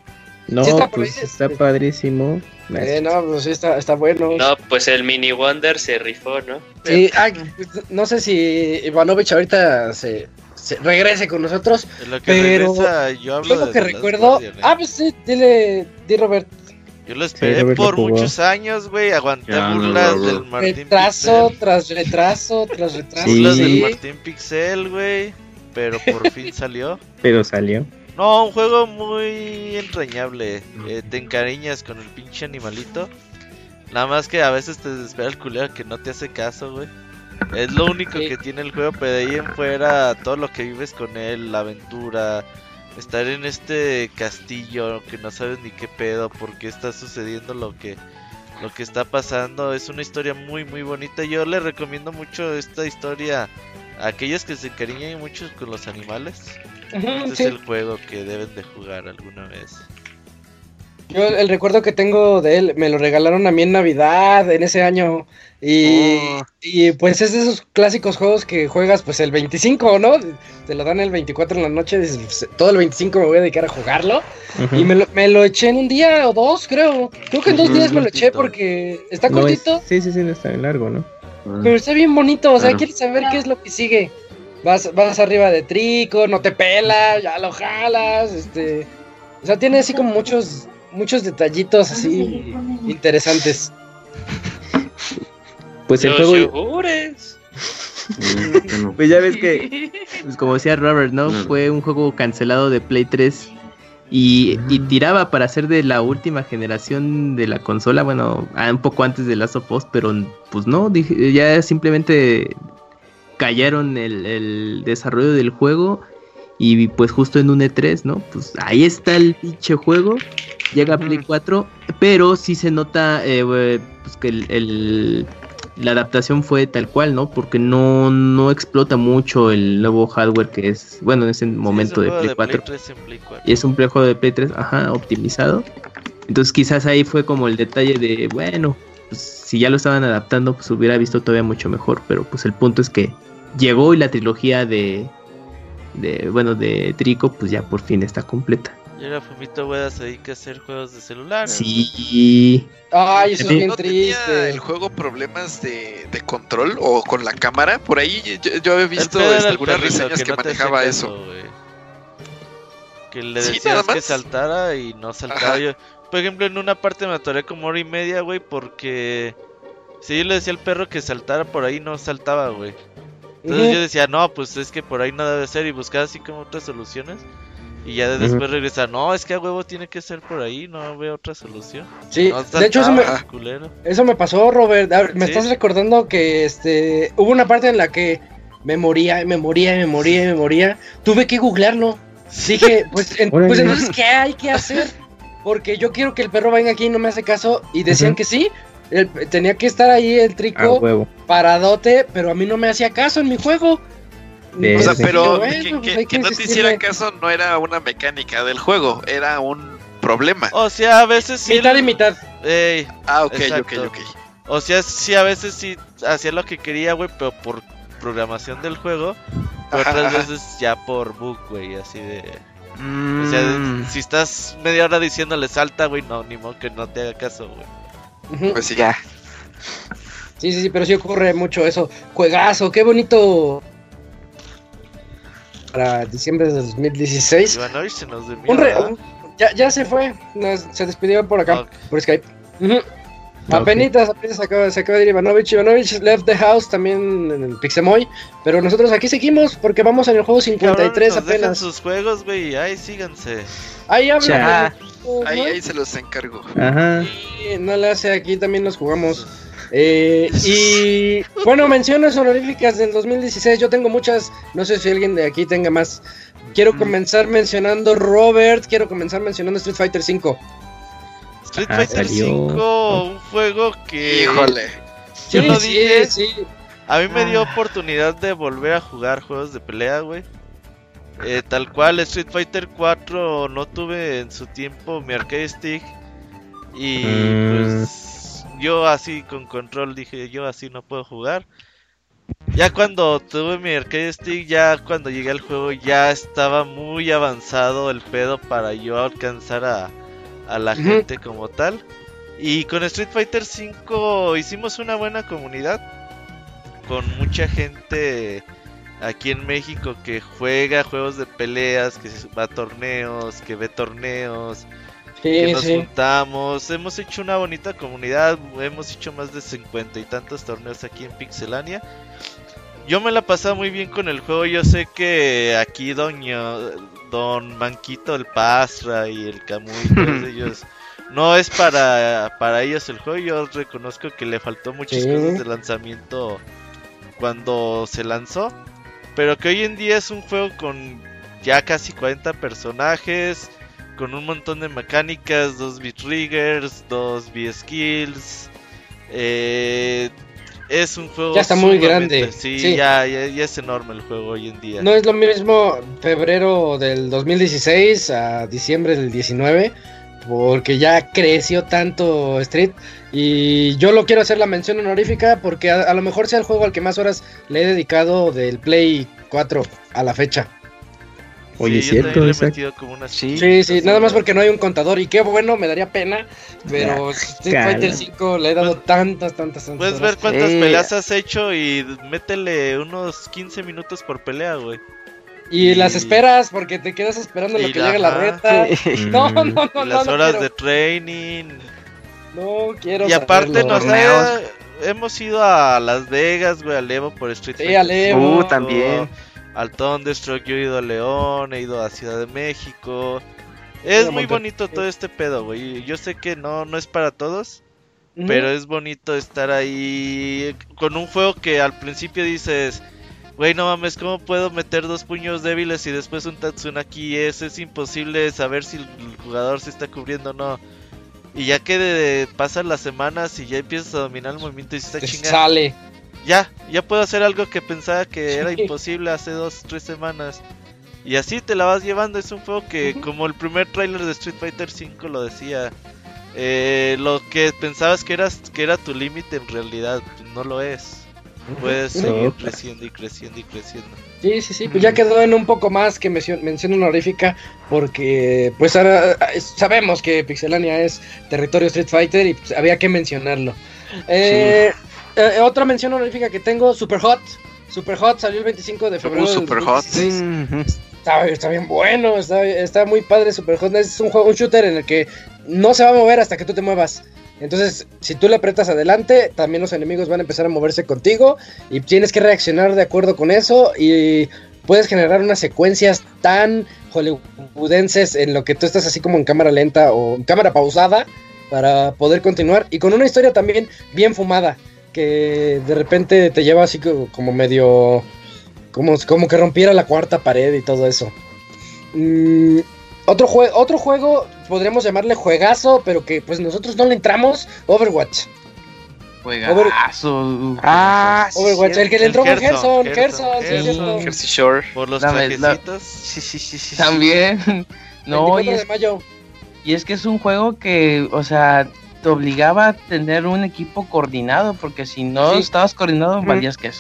No, ¿Sí está pues ahí? está padrísimo. Eh, no, pues sí, está, está bueno. No, pues el Mini Wonder se rifó, ¿no? Sí, ay, no sé si Ivanovich ahorita se, se regrese con nosotros, En lo que pero regresa, yo hablo yo lo de que The Last recuerdo... Guardian, ¿eh? Ah, pues sí, dile, di Robert. Yo lo esperé Robert lo por jugó. muchos años, güey. Aguanté Ya, no, burlas no, no. del Martín Retraso Pixel. tras retraso tras retraso. Sí. Burlas Sí. del Martín Pixel, güey. Pero por fin salió. Pero salió. No, un juego muy entrañable. Eh, te encariñas con el pinche animalito. Nada más que a veces te desespera el culero que no te hace caso, güey. Es lo único Sí. que tiene el juego, pero de ahí en fuera todo lo que vives con él, la aventura, estar en este castillo que no sabes ni qué pedo, por qué está sucediendo lo que lo que está pasando, es una historia muy muy bonita. Yo le recomiendo mucho esta historia a aquellos que se encariñan mucho con los animales. Ujú, Este sí. es el juego que deben de jugar alguna vez. Yo el recuerdo que tengo de él, me lo regalaron a mí en Navidad, en ese año. Y, Oh. y pues es de esos clásicos juegos que juegas pues el veinticinco, ¿no? Te lo dan el veinticuatro en la noche, dices, pues, todo el veinticinco me voy a dedicar a jugarlo. Ujú. Y me lo, me lo eché en un día o dos, creo. Creo que en dos Ujú, días me lo eché cortito. porque está No es- cortito, sí, sí, sí, no está bien largo, ¿no? pero está bien bonito. O sea, Claro. quieres saber qué es lo que sigue. Vas, vas arriba de Trico, no te pela, ya lo jalas, este... O sea, tiene así como muchos, muchos detallitos así interesantes. Pues el Los juego, yogures. Mm, que no. pues ya ves que, pues como decía Robert, ¿no? Claro. Fue un juego cancelado de Play tres y, y tiraba para ser de la última generación de la consola, bueno, ah, un poco antes de Last of Us, pero pues no, dije- ya simplemente callaron el, el desarrollo del juego y pues justo en un E tres, ¿no? Pues ahí está el pinche juego, llega a Play cuatro, pero sí se nota eh, eh, pues que el, el- la adaptación fue tal cual, ¿no? Porque no, no explota mucho el nuevo hardware que es, bueno, en ese momento Sí, es un de juego Play cuatro. tres en Play cuatro. Y es un juego de Play tres, ajá, optimizado. Entonces quizás ahí fue como el detalle de, bueno, pues si ya lo estaban adaptando, pues hubiera visto todavía mucho mejor. Pero pues el punto es que llegó y la trilogía de, de bueno, de Trico, pues ya por fin está completa. Llega Fumito Ueda, se dedica a hacer juegos de celular. Sí. Ay, eso es Sí. bien ¿No tenía triste. el juego problemas de, de control o con la cámara? Por ahí yo, yo había El visto pedo era este, el algunas perrito, reseñas que, no te manejaba hacía eso. caso, güey. Que le Sí, decías nada que más. saltara y no saltaba. Ajá. Yo, por ejemplo, en una parte me atoré como hora y media, güey, porque si yo le decía al perro que saltara por ahí, no saltaba, güey. Entonces Ujú. yo decía, no, pues es que por ahí no debe ser, y buscaba así como otras soluciones. Y ya de- después regresa, no, es que a huevo tiene que ser por ahí, no veo otra solución. Sí, No de hecho eso me, saltaba, culero. eso me pasó, Robert. A ver, me ¿Sí? estás recordando que este hubo una parte en la que me moría, y me moría, y me moría, y me moría. Tuve que googlearlo. Dije, pues, en- Órale. pues entonces, ¿qué hay que hacer? Porque yo quiero que el perro venga aquí y no me hace caso. Y decían Ujú. que sí. el- tenía que estar ahí el A Trico huevo. paradote, pero a mí no me hacía caso en mi juego. De- O sea, Sí. pero Bueno, que, pues que- hay que que no te insistirle. hiciera caso no era una mecánica del juego, era un problema. O sea, a veces sí. Mitad el- y mitad. Ey, Ah, ok, exacto. ok, ok. O sea, sí, a veces sí hacía lo que quería, güey, pero por programación del juego. Pero Ajá, otras ajá. veces ya por bug, güey, así de... Mm, O sea, si estás media hora diciéndole salta, güey, no, ni modo que no te haga caso, güey. Ujú. Pues sí. ya. Sí, sí, sí, pero sí ocurre mucho eso. Juegazo, qué bonito. Para diciembre de dos mil dieciséis. Ivanovich se nos durmió, Un re- ¿verdad? un- ya, ya se fue, nos- se despidió por acá, Ok. por Skype. Ujú. Ok. Apenitas, apenas se acaba, se acaba de ir Ivanovich. Ivanovich left the house también en el Pixemoy. Pero nosotros aquí seguimos porque vamos en el juego cincuenta y tres Cabrones, nos dejan apenas. sus juegos, güey, ahí síganse. Ahí habla. Ya. Ahí, ahí se los encargo. Ajá. Sí, no le hace, aquí también los jugamos. Eh, y bueno, menciones honoríficas del dos mil dieciséis. Yo tengo muchas. No sé si alguien de aquí tenga más. Quiero Mm. comenzar mencionando Robert. Quiero comenzar mencionando Street Fighter cinco. Street Ah, Fighter salió. cinco, un juego que... Híjole. Yo Sí, lo sí, dije, sí. a mí me dio Ah. oportunidad de volver a jugar juegos de pelea, güey. Eh, tal cual, Street Fighter cuatro no tuve en su tiempo mi arcade stick. Y Mm. pues yo así con control dije, yo así no puedo jugar. Ya cuando tuve mi arcade stick, ya cuando llegué al juego ya estaba muy avanzado el pedo para yo alcanzar a, a la uh-huh. gente como tal. Y con Street Fighter cinco hicimos una buena comunidad, con mucha gente aquí en México que juega juegos de peleas, que va a torneos, que ve torneos, sí, que nos sí. juntamos. Hemos hecho una bonita comunidad, hemos hecho más de cincuenta y tantos torneos aquí en Pixelania. Yo me la pasaba muy bien con el juego. Yo sé que aquí doña, Don Manquito el Pastra y el Camuy, todos ellos, no es para, para ellos el juego. Yo reconozco que le faltó muchas sí. cosas de lanzamiento cuando se lanzó, pero que hoy en día es un juego con ya casi cuarenta personajes, con un montón de mecánicas, dos V-Triggers, dos V-Skills. Eh... Es un juego ya está muy grande. Sí, sí. Ya, ya, ya es enorme el juego hoy en día. No es lo mismo febrero del dos mil dieciséis a diciembre del diecinueve, porque ya creció tanto Street. Y yo lo quiero hacer la mención honorífica porque a, a lo mejor sea el juego al que más horas le he dedicado del Play cuatro a la fecha. Oye, sí, cierto, le he metido como una... Sí, sí, sí, nada más porque no hay un contador. Y qué bueno, me daría pena. Pero Street Fighter cinco le he dado pues, tantas, tantas, tantas puedes horas. Ver cuántas eh, peleas has hecho y métele unos quince minutos por pelea, güey. Y, y las esperas porque te quedas esperando lo que la, llegue la reta. No, no, no, no. Las no, horas no de training. No quiero. Y aparte nos ha, hemos ido a Las Vegas, güey, al Evo por Street Fighter. Sí, al Evo. Uh, también. Al Thunderstruck, yo he ido a León, he ido a Ciudad de México. Es muy Monte... bonito todo este pedo, güey. Yo sé que no, no es para todos, uh-huh. pero es bonito estar ahí con un juego que al principio dices, güey, no mames, ¿cómo puedo meter dos puños débiles y después un Tatsunaki? Es, es imposible saber si el jugador se está cubriendo o no. Y ya que de, de, pasan las semanas y ya empiezas a dominar el movimiento y se está chingando. Sale. Ya, ya puedo hacer algo que pensaba que sí. era imposible hace dos, tres semanas. Y así te la vas llevando. Es un juego que, uh-huh. como el primer tráiler de Street Fighter cinco lo decía, eh, lo que pensabas que, eras, que era tu límite en realidad no lo es. Puedes uh-huh. seguir creciendo y creciendo y creciendo. Sí, sí, sí, pues ya quedó en un poco más que mención, mención honorífica, porque pues ahora sabemos que Pixelania es territorio Street Fighter y pues, había que mencionarlo. Eh... Sí. Eh, otra mención honorífica que tengo, Super Hot. Super Hot salió el veinticinco de febrero. Uh, Super Hot. Mm-hmm. Está, está bien bueno, está, está muy padre Super Hot. Es un juego, un shooter en el que no se va a mover hasta que tú te muevas. Entonces, si tú le apretas adelante, también los enemigos van a empezar a moverse contigo y tienes que reaccionar de acuerdo con eso y puedes generar unas secuencias tan hollywoodenses en lo que tú estás así como en cámara lenta o en cámara pausada para poder continuar y con una historia también bien fumada. Que de repente te lleva así como medio... Como, como que rompiera la cuarta pared y todo eso. Mm, otro, jue- otro juego, podríamos llamarle juegazo, pero que pues nosotros no le entramos, Overwatch. Juegazo. Over- ah, Overwatch, sí, el que le entró fue Gerson, Gerson, Gerson, Jersey Shore. Por los la, trajecitos. La... Sí, sí, sí, sí. También. No, y es... de mayo. y es que es un juego que, o sea... te obligaba a tener un equipo coordinado, porque si no sí. estabas coordinado, mm. valías queso.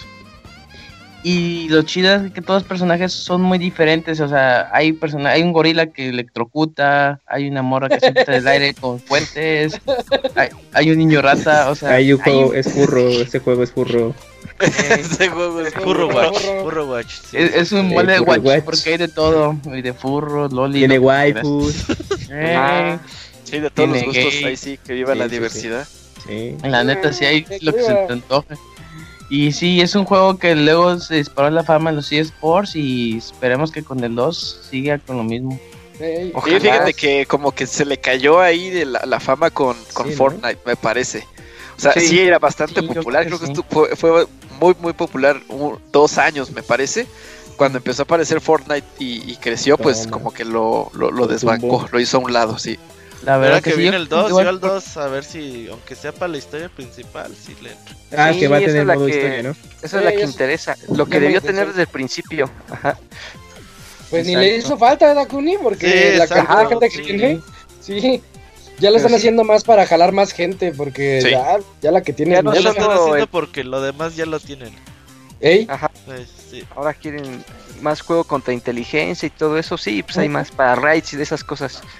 Y lo chido es que todos los personajes son muy diferentes, o sea, hay persona- hay un gorila que electrocuta, hay una morra que salta del aire con puentes, hay, hay un niño rata, o sea... Hay un juego, un... es furro, ese juego es furro. Ese juego es Furro Watch. Furro Watch. Sí. Es, es un mole de watch, watch porque hay de todo, hay de furro, loli... Tiene waifus. eh. Sí, de todos los gustos, gay. Ahí sí, que viva sí, la sí, diversidad. Sí. La neta, sí hay lo que se te antoja. Y sí, es un juego que luego se disparó la fama en los eSports y esperemos que con el dos siga con lo mismo. Sí, fíjate que como que se le cayó ahí de la, la fama con, con sí, Fortnite, ¿no? Me parece. O sea, sí, sí era bastante sí, popular, creo que, creo que sí. fue, fue muy, muy popular, un, dos años me parece. Cuando empezó a aparecer Fortnite y, y creció, pues Toma. como que lo, lo, lo desbancó, lo hizo a un lado, sí. La verdad que, que viene sí, el dos, igual... yo al dos, a ver si, aunque sea para la historia principal, sí le entro. Ah, sí, que va a tener modo que, historia, ¿no? Esa sí, es la que es... interesa, lo que debió tener desde el principio. Ajá. Pues exacto. Ni le hizo falta, Dakuni, porque sí, la exacto, cantidad de gente que sí. tiene, sí, ya lo están sí. haciendo más para jalar más gente, porque sí. ya, ya la que tiene... Ya no ya lo están haciendo el... porque lo demás ya lo tienen. ¿Ey? Ajá. Pues, sí. Ahora quieren más juego contra inteligencia y todo eso, sí, pues hay más para raids y de esas cosas.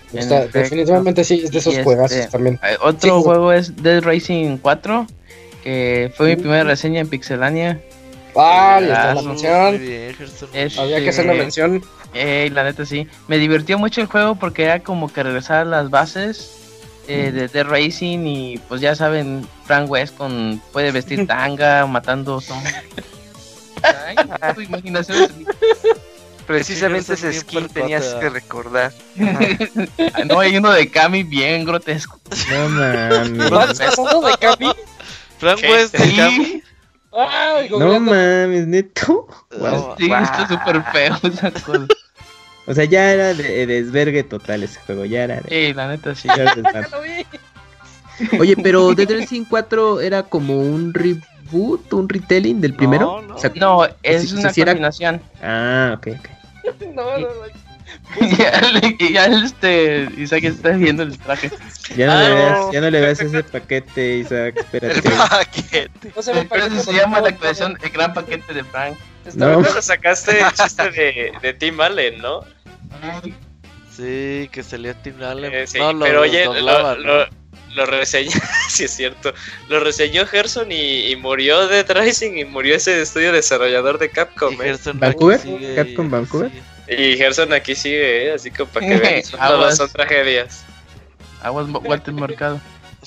Está, definitivamente sí, es de esos y juegazos este, también. Otro sí, juego es Dead Racing cuatro, que fue mi primera reseña en Pixelania. Ah, ya está la mención. Este, Había que hacer la mención. Eh, la neta sí. Me divirtió mucho el juego porque era como que regresar a las bases eh, de Dead Racing y pues ya saben, Frank West con puede vestir tanga, matando zombies. Ay, tu imaginación. Precisamente ese skin tenías que recordar. No, hay uno de Kami bien grotesco. No mames. ¿Has pasado de Kami? Frank West de Kami. Ay, No mames, neto. Wow. Sí, wow. Está súper feo esa cosa. O sea, ya era de, de desvergue total ese juego, ya era. De... Sí, la neta sí. Oye, pero Dead Racing cuatro era como un reboot, un retelling del primero. No, no, o sea, no es si, una si era... continuación. Ah, ok, ok. No, no, no. ya, ya este Isaac está viendo el traje. Ya no, ah, le veas, no. ya no le veas ese paquete, Isaac, espérate. El paquete. No se ve paquete se llama la actuación El Gran Paquete de Frank. No, no sacaste el chiste de, de Tim Allen, ¿no? Sí, que salía Tim Allen. Eh, sí, no, lo, pero oye, doblaba, lo, ¿no? lo, lo reseñó, sí es cierto, lo reseñó Gerson y, y murió Dead Rising y murió ese estudio desarrollador de Capcom. Y Gerson ¿eh? ¿Vancouver? Sigue, ¿Capcom Vancouver? Sí. Y Gerson aquí sigue, ¿eh? Así como para que vean, son, todas son tragedias. Aguas Walter Mercado.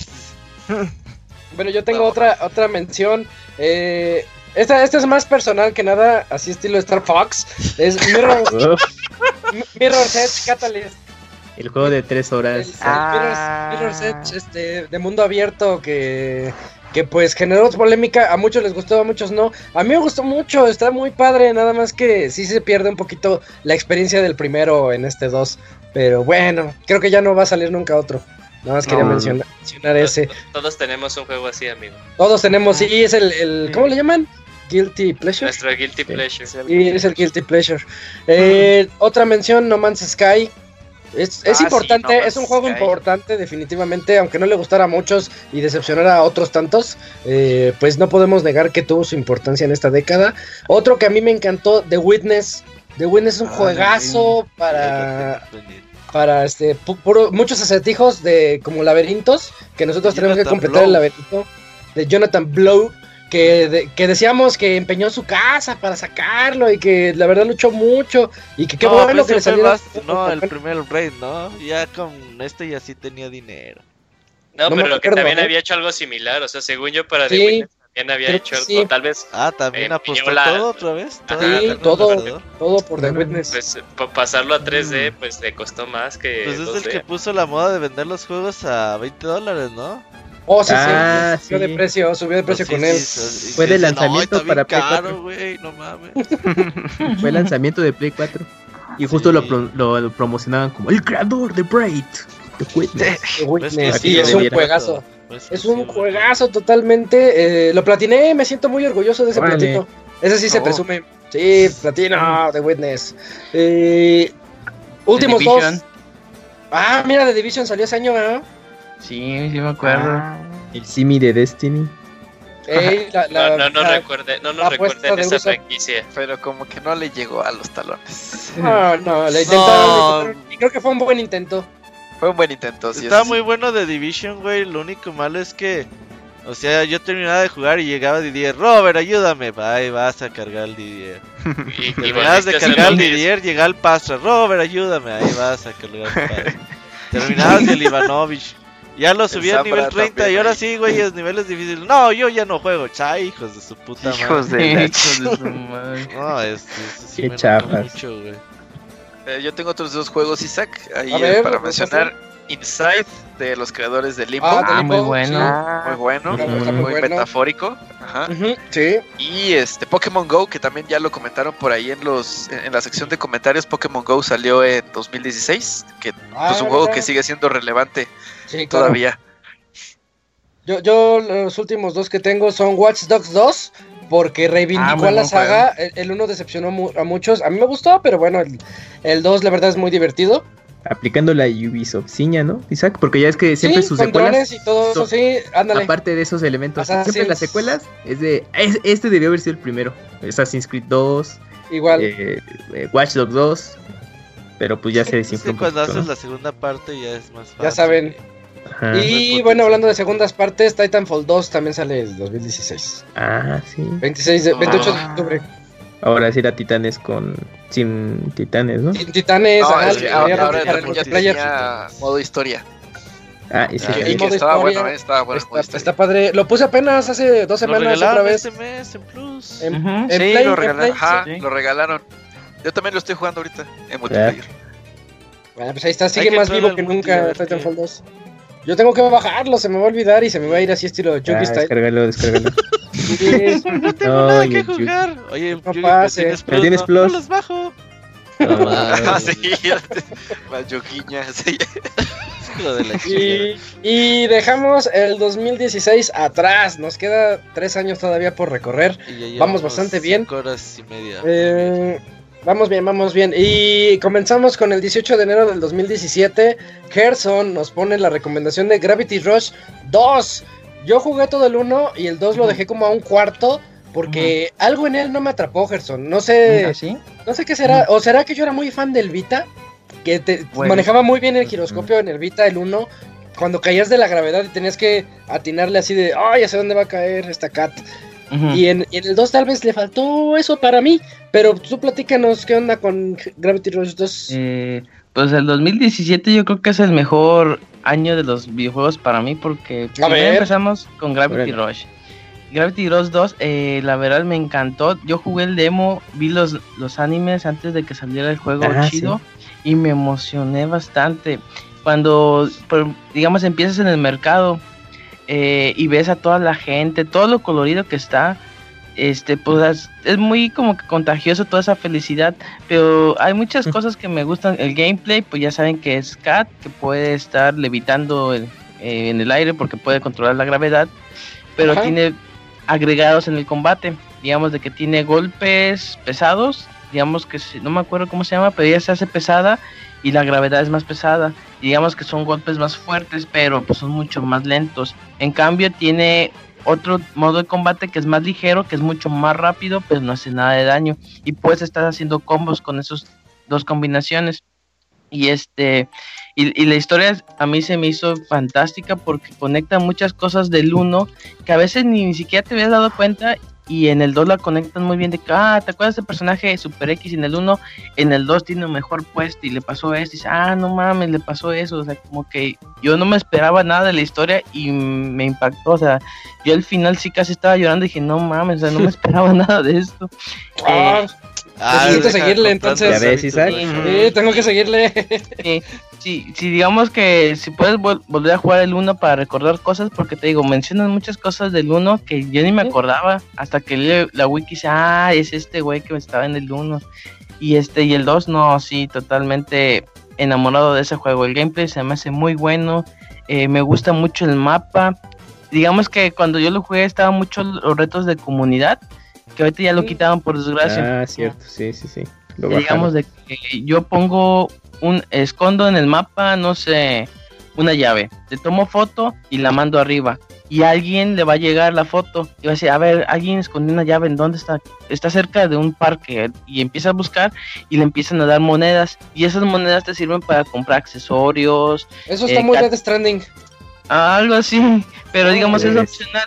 Bueno, yo tengo otra otra mención. Eh, esta, esta es más personal que nada, así estilo Star Fox. Es Mirror, Mirror's Edge Catalyst. El juego de tres horas. El, ah. el Mirror's, Mirror's Edge este, de mundo abierto que, que pues generó polémica. A muchos les gustó, a muchos no. A mí me gustó mucho, está muy padre. Nada más que sí se pierde un poquito la experiencia del primero en este dos. Pero bueno, creo que ya no va a salir nunca otro. Nada más quería no. mencionar, mencionar ese. Todos tenemos un juego así, amigo. Todos tenemos, sí, es el, el ¿cómo le llaman? Guilty Pleasure. Nuestro Guilty Pleasure. Sí, es el Guilty Pleasure. Eh, uh-huh. Otra mención, No Man's Sky. Es, es ah, importante, sí, no es un juego Sky. importante, definitivamente, aunque no le gustara a muchos y decepcionara a otros tantos, eh, pues no podemos negar que tuvo su importancia en esta década. Otro que a mí me encantó, The Witness. The Witness es un ah, juegazo sí. para... para este pu- puro, muchos acertijos de como laberintos que nosotros Jonathan tenemos que completar Blow. El laberinto de Jonathan Blow que, de, que decíamos que empeñó su casa para sacarlo y que la verdad luchó mucho y que qué no, bueno que le salió más, no el primer raid, no ya con este ya sí tenía dinero. No, no pero que acuerdo, también ¿eh? había hecho algo similar, o sea, según yo para sí. The Witness también había hecho algo, sí. tal vez. Ah, también eh, apostó la... todo otra vez. ¿Todo sí, todo, todo por The Witness. Pues pasarlo a tres D, pues le costó más que. Pues es dos D. el que puso la moda de vender los juegos a veinte dólares, ¿no? Oh, sí, ah, sí, subió sí. de precio, subió de precio pues con sí, él. Sí, Fue de lanzamiento no, para Play caro, cuatro. Wey, no mames. Fue lanzamiento de Play cuatro. Y justo lo, pro, lo, lo promocionaban como el creador de Braid. The Witness. The Witness. Sí, es un juegazo. Es un juegazo totalmente. Eh, lo platiné, me siento muy orgulloso de ese vale. platino. Ese sí oh. se presume. Sí, platino, The Witness. Eh, últimos dos. Ah, mira, The Division salió ese año, ¿no? Sí, sí me acuerdo. Ah, el Simi de Destiny. Ey, la, la, no, no, no la, recuerde, no nos recuerden esa franquicia. Pero como que no le llegó a los talones. No, no, le intentaron. No. Y creo que fue un buen intento. Fue un buen intento, sí. Está muy bueno de Division, güey. Lo único malo es que, o sea, yo terminaba de jugar y llegaba Didier. Robert, ayúdame. Ahí vas a cargar el Didier. Y, terminabas de cargar el Didier, llega el Pastra. Robert, ayúdame. Ahí vas a cargar el Pastra. Terminabas del Ivanovich. Ya lo subí al nivel treinta y ahora sí, güey, es niveles difíciles. No, yo ya no juego. Chay, hijos de su puta madre. Hijos de, la... hijos de su madre. No, es, es, Qué chafas. Mucho, güey. Eh, yo tengo otros dos juegos, Isaac, ahí ver, para mencionar. Inside, de los creadores de Limbo. Ah, ah muy bueno. Sí, muy bueno, muy, muy, muy bueno. metafórico. Ajá. Uh-huh, sí. Y este Pokémon Go, que también ya lo comentaron por ahí en los en, en la sección de comentarios. Pokémon Go salió en dos mil dieciséis, que ah, pues, es un juego que sigue siendo relevante sí, claro. todavía. Yo, yo los últimos dos que tengo son Watch Dogs dos, porque reivindicó ah, a la saga. El, el uno decepcionó mu- a muchos. A mí me gustó, pero bueno, el, el dos la verdad es muy divertido. Aplicando la Ubisoft-ciña, ¿no, Isaac? Porque ya es que siempre sí, sus con secuelas... drones y todo eso, sí, ándale. Aparte de esos elementos, Assassin's... siempre las secuelas es de... Es, este debió haber sido el primero. Assassin's Creed dos. Igual. Eh, eh, Watch Dogs dos. pero pues ya se desinfló. Es que cuando haces ¿no? la segunda parte ya es más fácil. Ya saben. Ajá. Y bueno, hablando de segundas partes, Titanfall dos también sale el dos mil dieciséis. Ah, sí. veintiséis de, veintiocho de octubre. Ahora sí era Titanes con... sin Titanes, ¿no? Sin Titanes. No, ajá, es que ahora, ahora para el multiplayer modo historia. Ah, y sí. Ah, que, y que estaba bueno, ¿eh? Estaba bueno. Está, está padre. Lo puse apenas hace dos semanas otra vez. Este mes en Plus. En, uh-huh. en sí, Play, lo regalaron. Ajá, sí. lo regalaron. Yo también lo estoy jugando ahorita en multiplayer. Bueno, pues ahí está, sigue más vivo que nunca Titanfall dos. Yo tengo que bajarlo, se me va a olvidar y se me va a ir así estilo Junkie ah, Style. Descárgalo, descárgalo. Sí, no tengo no, nada que jugar. Oye, no pase. ¿tienes Plus? ¿Tienes no, Plus? No los bajo. No, ah, sí, la yoquiña, sí. Lo de la y, y dejamos el dos mil dieciséis atrás. Nos queda tres años todavía por recorrer. Vamos bastante bien. Horas y media. Eh, vamos bien, vamos bien. Y comenzamos con el dieciocho de enero del dos mil diecisiete. Gerson nos pone la recomendación de Gravity Rush dos. Yo jugué todo el uno y el dos lo dejé como a un cuarto. Porque uh-huh. algo en él no me atrapó, Gerson. No sé. ¿Ah, sí? No sé qué será. Uh-huh. O será que yo era muy fan del Vita. Que te bueno. manejaba muy bien el giroscopio uh-huh. en el Vita, el uno. Cuando caías de la gravedad y tenías que atinarle así de, ay, ¿hacia dónde va a caer esta cat? Uh-huh. Y, en, y en el dos tal vez le faltó eso para mí. Pero tú platícanos qué onda con Gravity Rush dos. Eh, pues el dos mil diecisiete yo creo que es el mejor año de los videojuegos para mí. Porque primero empezamos con Gravity bueno. Rush. Gravity Rush dos, eh, la verdad me encantó. Yo jugué el demo, vi los, los animes antes de que saliera el juego ah, chido sí. y me emocioné bastante. Cuando, por, digamos, empiezas en el mercado eh, y ves a toda la gente, todo lo colorido que está, este, pues es muy como que contagioso toda esa felicidad. Pero hay muchas cosas que me gustan. El gameplay, pues ya saben que es Cat, que puede estar levitando el, eh, en el aire porque puede controlar la gravedad, pero Ajá. tiene agregados en el combate, digamos de que tiene golpes pesados, digamos que no me acuerdo cómo se llama, pero ella se hace pesada y la gravedad es más pesada, y digamos que son golpes más fuertes, pero pues son mucho más lentos. En cambio tiene otro modo de combate que es más ligero, que es mucho más rápido, pero no hace nada de daño, y puedes estar haciendo combos con esas dos combinaciones. Y este y, y la historia a mí se me hizo fantástica porque conecta muchas cosas del uno que a veces ni, ni siquiera te habías dado cuenta, y en el dos la conectan muy bien de que, ah, ¿te acuerdas de ese personaje Super X en el uno? En el dos tiene un mejor puesto y le pasó esto, y dice, ah, no mames, le pasó eso. O sea, como que yo no me esperaba nada de la historia y me impactó. O sea, yo al final sí casi estaba llorando y dije, no mames, o sea, no me esperaba nada de esto. Ah. Eh, Ah, necesito seguirle, entonces. ¿Ya ves, Isaac? Sí, tengo que seguirle. Sí, sí, sí, digamos que si puedes vol- volver a jugar el uno para recordar cosas, porque te digo, mencionan muchas cosas del uno que yo ni me acordaba, hasta que leí la wiki, dice, ah, es este güey que estaba en el uno. Y este, y el dos, no, sí, totalmente enamorado de ese juego. El gameplay se me hace muy bueno, eh, me gusta mucho el mapa. Digamos que cuando yo lo jugué estaban muchos los retos de comunidad, que ahorita ya lo quitaron por desgracia. Ah, cierto, sí, sí, sí. Lo digamos de que yo pongo un escondo en el mapa, no sé, una llave, le tomo foto y la mando arriba, y a alguien le va a llegar la foto y va a decir, a ver, alguien escondió una llave, ¿en dónde está? Está cerca de un parque, y empieza a buscar y le empiezan a dar monedas, y esas monedas te sirven para comprar accesorios. Eso está eh, muy Death Stranding. Algo así, pero oh, digamos es eres. opcional.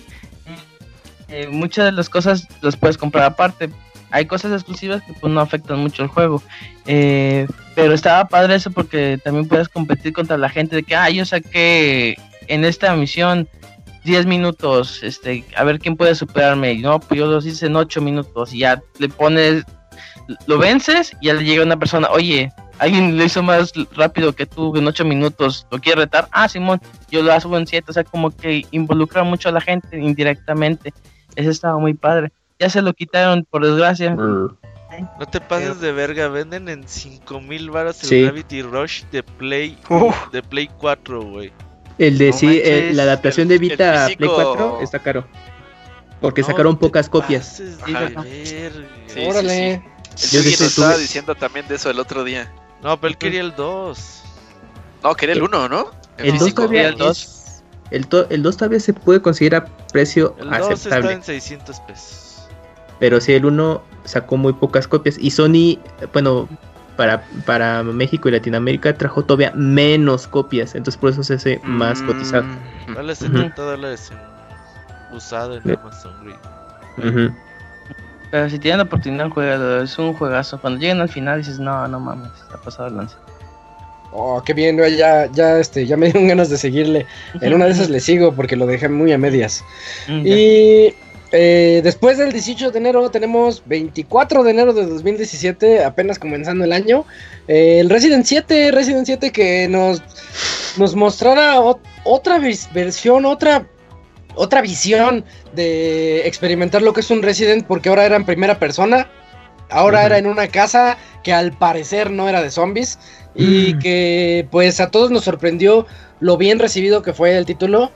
Eh, muchas de las cosas las puedes comprar aparte. Hay cosas exclusivas que pues no afectan mucho el juego, eh, pero estaba padre eso porque también puedes competir contra la gente de que, ah, yo saqué en esta misión diez minutos, este, a ver quién puede superarme. No, pues yo los hice en ocho minutos, y ya le pones, lo vences y ya le llega una persona, oye, alguien lo hizo más rápido que tú en ocho minutos, ¿lo quieres retar? Ah, Simón, yo lo hago en siete. O sea, como que involucra mucho a la gente indirectamente. Eso estaba muy padre. Ya se lo quitaron, por desgracia. No te pases de verga, venden en cinco mil varos el sí. Gravity Rush de Play Uf. de Play cuatro, güey. El de no sí, el, la adaptación el, de Vita a Play cuatro está caro. Porque no, sacaron pocas copias. Sí, órale. Sí, sí. El Yo estaba tuve... diciendo también de eso el otro día. No, pero él quería el dos. No, quería el uno, ¿no? El, el dos todavía el dos. El, to- el dos todavía se puede conseguir a precio el aceptable. El dos está en seiscientos pesos. Pero sí, el uno sacó muy pocas copias. Y Sony, bueno, para, para México y Latinoamérica trajo todavía menos copias, entonces por eso se hace más Mm, cotizado. Vale Ujú. setenta dólares en- usado en Eh. Amazon Green. Ujú. Pero si tienen la oportunidad, juegalo, es un juegazo. Cuando lleguen al final dices, no, no mames, está pasado el lance. Oh, qué bien, güey, ya, ya, este, ya me dieron ganas de seguirle. En una de esas le sigo porque lo dejé muy a medias. Mm, ya. Y eh, después del dieciocho de enero tenemos veinticuatro de enero de dos mil diecisiete, apenas comenzando el año. eh, el Resident siete, Resident siete que nos, nos mostrara ot- otra vis- versión, otra, otra visión de experimentar lo que es un Resident, porque ahora era en primera persona. Ahora Ujú. era en una casa que al parecer no era de zombies. Y Mm. que pues a todos nos sorprendió lo bien recibido que fue el título.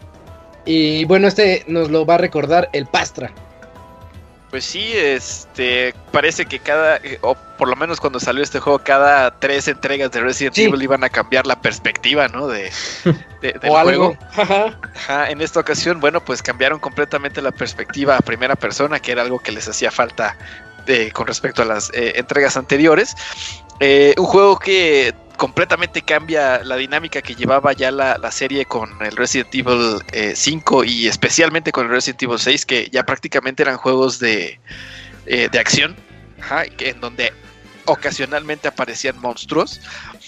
Y bueno, este nos lo va a recordar el Pastra. Pues sí, este, parece que cada, eh, o por lo menos cuando salió este juego, cada tres entregas de Resident Sí. Evil iban a cambiar la perspectiva, ¿no? De, de- del O algo. juego. Ajá. Ajá, en esta ocasión, bueno, pues cambiaron completamente la perspectiva a primera persona, que era algo que les hacía falta de- con respecto a las eh, entregas anteriores. Eh, un juego que completamente cambia la dinámica que llevaba ya la, la serie con el Resident Evil eh, cinco y especialmente con el Resident Evil seis, que ya prácticamente eran juegos de, eh, de acción, ajá, que- en donde ocasionalmente aparecían monstruos.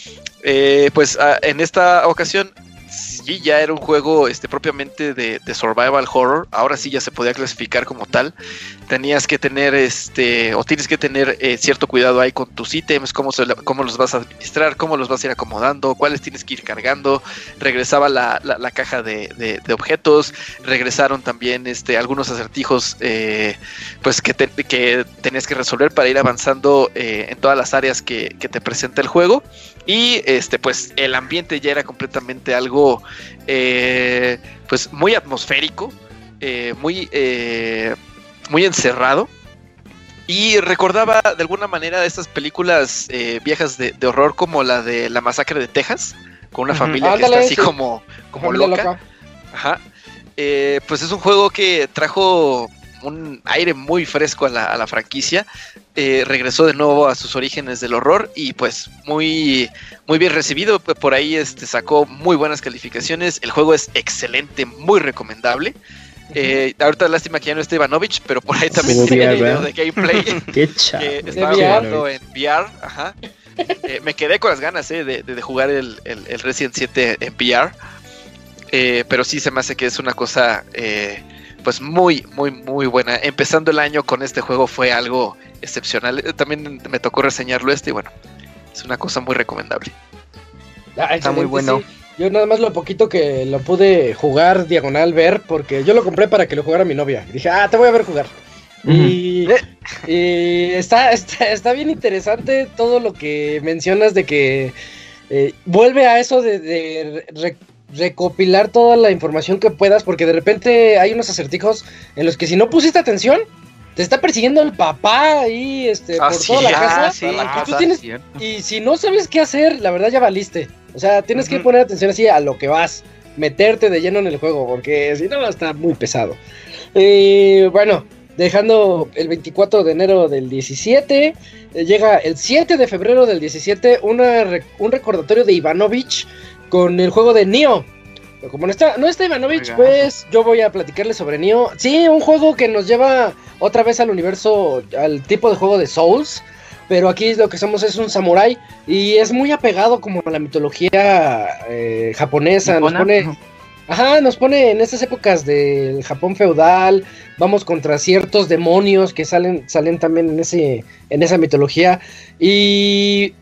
Eh, pues ah, en esta ocasión sí ya era un juego este, propiamente de, de survival horror. Ahora sí ya se podía clasificar como tal. Tenías que tener este o tienes que tener eh, cierto cuidado ahí con tus ítems, cómo, se, cómo los vas a administrar, cómo los vas a ir acomodando, cuáles tienes que ir cargando. Regresaba la, la, la caja de, de, de objetos, regresaron también este, algunos acertijos eh, pues que, te, que tenías que resolver para ir avanzando eh, en todas las áreas que, que te presenta el juego. Y este pues el ambiente ya era completamente algo eh, pues muy atmosférico, eh, muy eh, muy encerrado, y recordaba de alguna manera estas películas eh, viejas de, de horror, como la de La Masacre de Texas, con una Ujú. familia Ándale, que está así sí. como, como Familia loca. loca. Ajá. Eh, pues es un juego que trajo un aire muy fresco a la, a la franquicia. Eh, regresó de nuevo a sus orígenes del horror y pues muy, muy bien recibido. Por ahí este, sacó muy buenas calificaciones. El juego es excelente, muy recomendable. Eh, ahorita lástima que ya no está Ivanovich, pero por ahí también Como tiene V R, video ¿verdad? de gameplay Qué chavo. que estaba V R. jugando en V R. Ajá. Eh, me quedé con las ganas eh, de, de, de jugar el, el, el Resident siete en V R. Eh, pero sí se me hace que es una cosa eh, pues muy, muy, muy buena. Empezando el año con este juego fue algo excepcional. Eh, También me tocó reseñarlo este y bueno, es una cosa muy recomendable. Ah, Está muy excelente, bueno. sí. Yo nada más lo poquito que lo pude jugar diagonal ver, porque yo lo compré para que lo jugara mi novia. Y dije, ah, te voy a ver jugar. Y, y está, está, está bien interesante todo lo que mencionas de que eh, vuelve a eso de, de re- recopilar toda la información que puedas, porque de repente hay unos acertijos en los que si no pusiste atención, te está persiguiendo el papá ahí este, Ah, por sí, toda la ah, casa. sí, y la tú casa, tienes cierto. y si no sabes qué hacer, la verdad ya valiste. O sea, tienes que Ujú. poner atención así a lo que vas. Meterte de lleno en el juego, porque si no está muy pesado. Y bueno, dejando el veinticuatro de enero del diecisiete, eh, llega el siete de febrero del diecisiete una re- un recordatorio de Ivanovich con el juego de Nioh. Pero como no está, no está Ivanovich, Juegazo. pues yo voy a platicarles sobre Nioh. Sí, un juego que nos lleva otra vez al universo, al tipo de juego de Souls. Pero aquí lo que somos es un samurái y es muy apegado como a la mitología eh, japonesa. Nos Nipona. pone, ajá, nos pone en estas épocas del Japón feudal. Vamos contra ciertos demonios que salen, salen también en ese, en esa mitología. Y,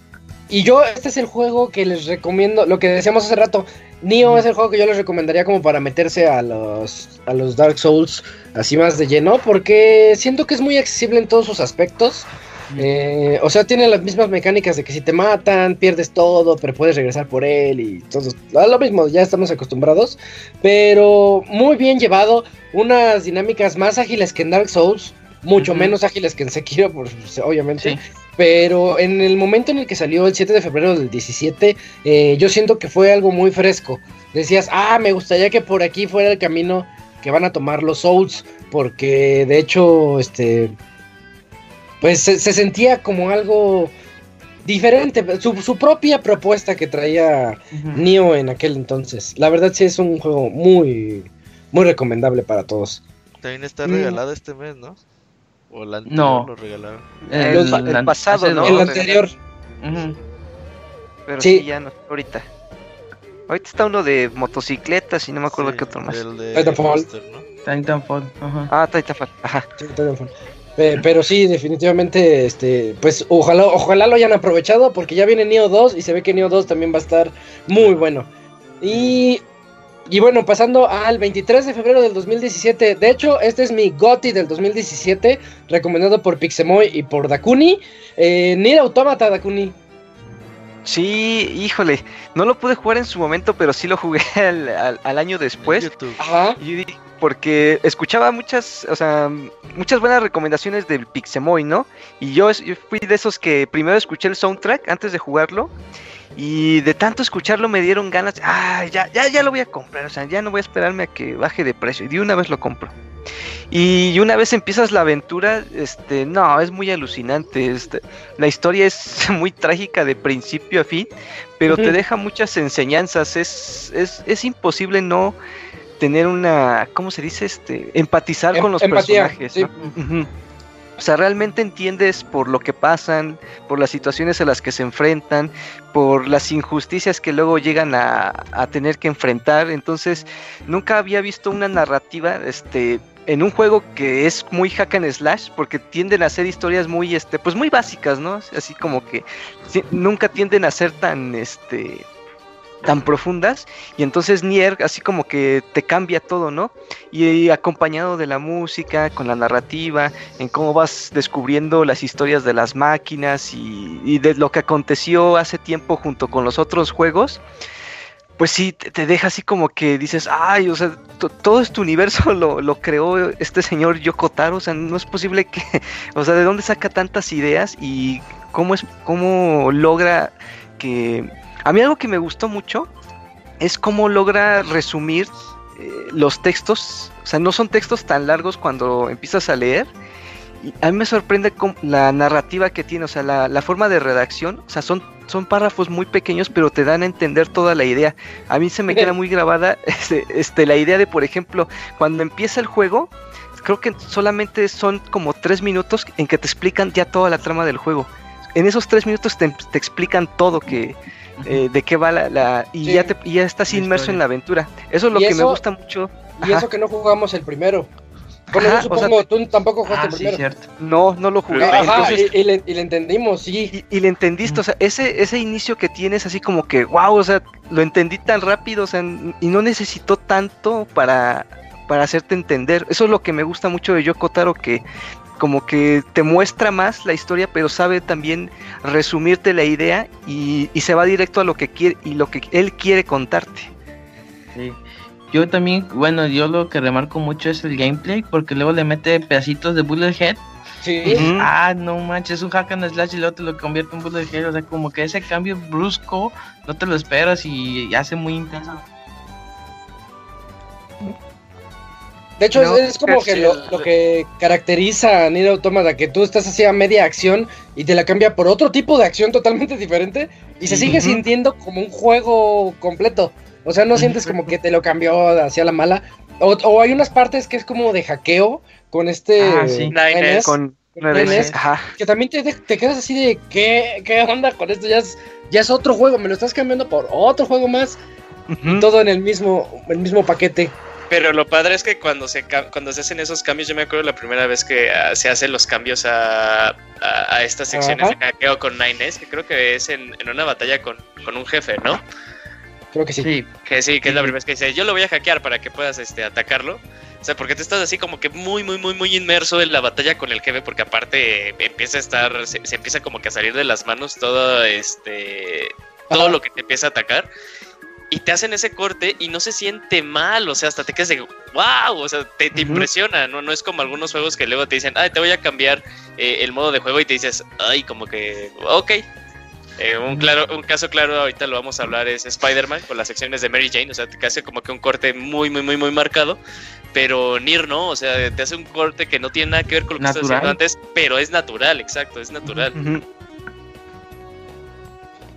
y yo, este es el juego que les recomiendo. Lo que decíamos hace rato, Nioh es el juego que yo les recomendaría como para meterse a los, a los Dark Souls así más de lleno, porque siento que es muy accesible en todos sus aspectos. Eh, o sea, tiene las mismas mecánicas de que si te matan, pierdes todo, pero puedes regresar por él y todo. Lo mismo, ya estamos acostumbrados. Pero muy bien llevado. Unas dinámicas más ágiles que en Dark Souls. Mucho Ujú. menos ágiles que en Sekiro, pues, obviamente. Sí. Pero en el momento en el que salió el siete de febrero del diecisiete, eh, yo siento que fue algo muy fresco. Decías, ah, me gustaría que por aquí fuera el camino que van a tomar los Souls. Porque de hecho, este... pues se, se sentía como algo diferente, su, su propia propuesta que traía uh-huh. Nioh en aquel entonces. La verdad sí es un juego muy, muy recomendable para todos. También está regalado mm. este mes, ¿no? O el anterior no. lo regalaron. El, el, el pasado, ¿no? El anterior. Uh-huh. Pero sí. sí, ya no, ahorita. Ahorita está uno de motocicletas y no me acuerdo sí, qué otro más. El de Titanfall. Monster, ¿no? Titanfall. Ajá. Ah, Titanfall. Ajá. Sí, Titanfall. Pero, pero sí, definitivamente, este, pues ojalá, ojalá lo hayan aprovechado porque ya viene Nioh dos y se ve que Nioh dos también va a estar muy bueno. Y, y bueno, pasando al veintitrés de febrero del dos mil diecisiete, de hecho, este es mi GOTY del dos mil diecisiete, recomendado por Pixemoy y por Dakuni, eh, Nier Automata, Dakuni. Sí, híjole, no lo pude jugar en su momento, pero sí lo jugué al, al, al año después. Ajá. Y, porque escuchaba muchas, o sea, muchas buenas recomendaciones del Pixemoy, ¿no? Y yo, yo fui de esos que primero escuché el soundtrack antes de jugarlo. Y de tanto escucharlo me dieron ganas, ah, ya, ya, ya lo voy a comprar, o sea, ya no voy a esperarme a que baje de precio. Y de una vez lo compro. Y una vez empiezas la aventura, este, no, es muy alucinante, este, la historia es muy trágica de principio a fin, pero uh-huh. te deja muchas enseñanzas, es, es, es imposible no tener una, ¿cómo se dice? Este, empatizar em- con los empatía, personajes, ¿no? Sí. Uh-huh. O sea, realmente entiendes por lo que pasan, por las situaciones a las que se enfrentan, por las injusticias que luego llegan a, a tener que enfrentar. Entonces, nunca había visto una narrativa, este, en un juego que es muy hack and slash, porque tienden a ser historias muy, este, pues muy básicas, ¿no? Así como que sí, nunca tienden a ser tan, este, tan profundas, y entonces Nier así como que te cambia todo, ¿no? Y, y acompañado de la música, con la narrativa, en cómo vas descubriendo las historias de las máquinas y, y de lo que aconteció hace tiempo junto con los otros juegos, pues sí, te, te deja así como que dices, ay, o sea, t- todo este universo lo, lo creó este señor Yoko Taro, o sea, no es posible que, o sea, ¿de dónde saca tantas ideas y cómo es, cómo logra que... A mí algo que me gustó mucho es cómo logra resumir eh, los textos, o sea, no son textos tan largos cuando empiezas a leer, y a mí me sorprende con la narrativa que tiene, o sea, la, la forma de redacción, o sea, son, son párrafos muy pequeños, pero te dan a entender toda la idea. A mí se me queda muy grabada este, este, la idea de, por ejemplo, cuando empieza el juego, creo que solamente son como tres minutos en que te explican ya toda la trama del juego. En esos tres minutos te, te explican todo, que... Eh, de qué va la, la y, sí, ya te, y ya estás inmerso en la aventura. Eso es lo que eso, me gusta mucho. Y Ajá. eso que no jugamos el primero. Bueno, Ajá, yo supongo, o sea, tú tampoco jugaste ah, el primero. Sí, cierto. No, no lo jugué. Ajá, Entonces, y, y, le, y le entendimos, sí. Y, y le entendiste, o sea, ese, ese inicio que tienes así como que, wow, o sea, lo entendí tan rápido, o sea, y no necesitó tanto para, para hacerte entender. Eso es lo que me gusta mucho de Yoko Taro, que como que te muestra más la historia, pero sabe también resumirte la idea y, y se va directo a lo que quiere y lo que él quiere contarte. Sí. Yo también, bueno, yo lo que remarco mucho es el gameplay, porque luego le mete pedacitos de Bullet Head. Sí. Uh-huh. Ah, no manches, es un hack and slash y luego te lo convierte en Bullet Head, o sea, como que ese cambio brusco no te lo esperas y, y hace muy intenso. De hecho, no, es, es como que lo, lo que caracteriza a Nier Automata, que tú estás así a media acción y te la cambia por otro tipo de acción totalmente diferente y se sigue uh-huh. sintiendo como un juego completo. O sea, no sientes como que te lo cambió hacia la mala. O, o hay unas partes que es como de hackeo con este... Ah, sí. N S, con N S, ajá. Que también te, te quedas así de, ¿qué, qué onda con esto? Ya es, ya es otro juego, me lo estás cambiando por otro juego más. Uh-huh. Y todo en el mismo, el mismo paquete. Pero lo padre es que cuando se cuando se hacen esos cambios, yo me acuerdo la primera vez que uh, se hacen los cambios a, a, a estas secciones Ajá. de hackeo con nine S, que creo que es en, en una batalla con, con un jefe, ¿no? Creo que sí. sí. Que sí, que sí. Es la primera vez que dice, yo lo voy a hackear para que puedas este, atacarlo. O sea, porque te estás así como que muy, muy, muy, muy inmerso en la batalla con el jefe, porque aparte eh, empieza a estar, se, se empieza como que a salir de las manos todo, este, todo lo que te empieza a atacar. Y te hacen ese corte y no se siente mal, o sea, hasta te quedas de wow, o sea, te, te uh-huh. impresiona, ¿no? No es como algunos juegos que luego te dicen, ay, te voy a cambiar eh, el modo de juego y te dices, ay, como que, ok. Eh, un, claro, un caso claro, ahorita lo vamos a hablar, es Spider-Man con las secciones de Mary Jane, o sea, te hace como que un corte muy, muy, muy, muy marcado, pero Nier no, o sea, te hace un corte que no tiene nada que ver con lo que estás haciendo antes, pero es natural, exacto, es natural. Uh-huh.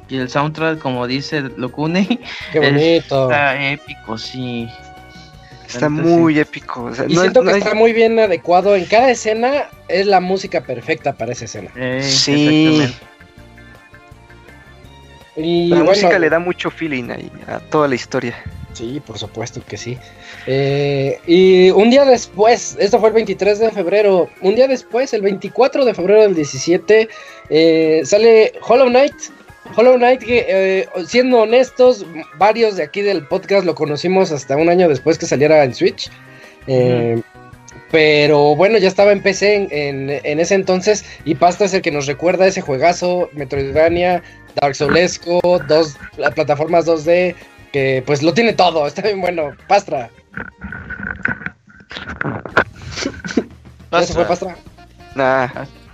Y el soundtrack, como dice Locune, qué bonito. Está épico, sí. Está muy sí. épico. O sea, y no siento es, que no está es... muy bien adecuado. En cada escena es la música perfecta para esa escena. Eh, sí. Exactamente. Y la bueno, música le da mucho feeling ahí a toda la historia. Sí, por supuesto que sí. Eh, y un día después, esto fue el veintitrés de febrero, un día después, el veinticuatro de febrero del diecisiete, eh, sale Hollow Knight. Hollow Knight, que eh, siendo honestos, varios de aquí del podcast lo conocimos hasta un año después que saliera en Switch. Eh, mm. Pero bueno, ya estaba en P C en, en, en ese entonces. Y Pasta es el que nos recuerda ese juegazo, Metroidvania, Dark Soulesco, dos plataformas dos D, que pues lo tiene todo, está bien bueno. Pastra. ¿Ya se fue Pastra? Nah.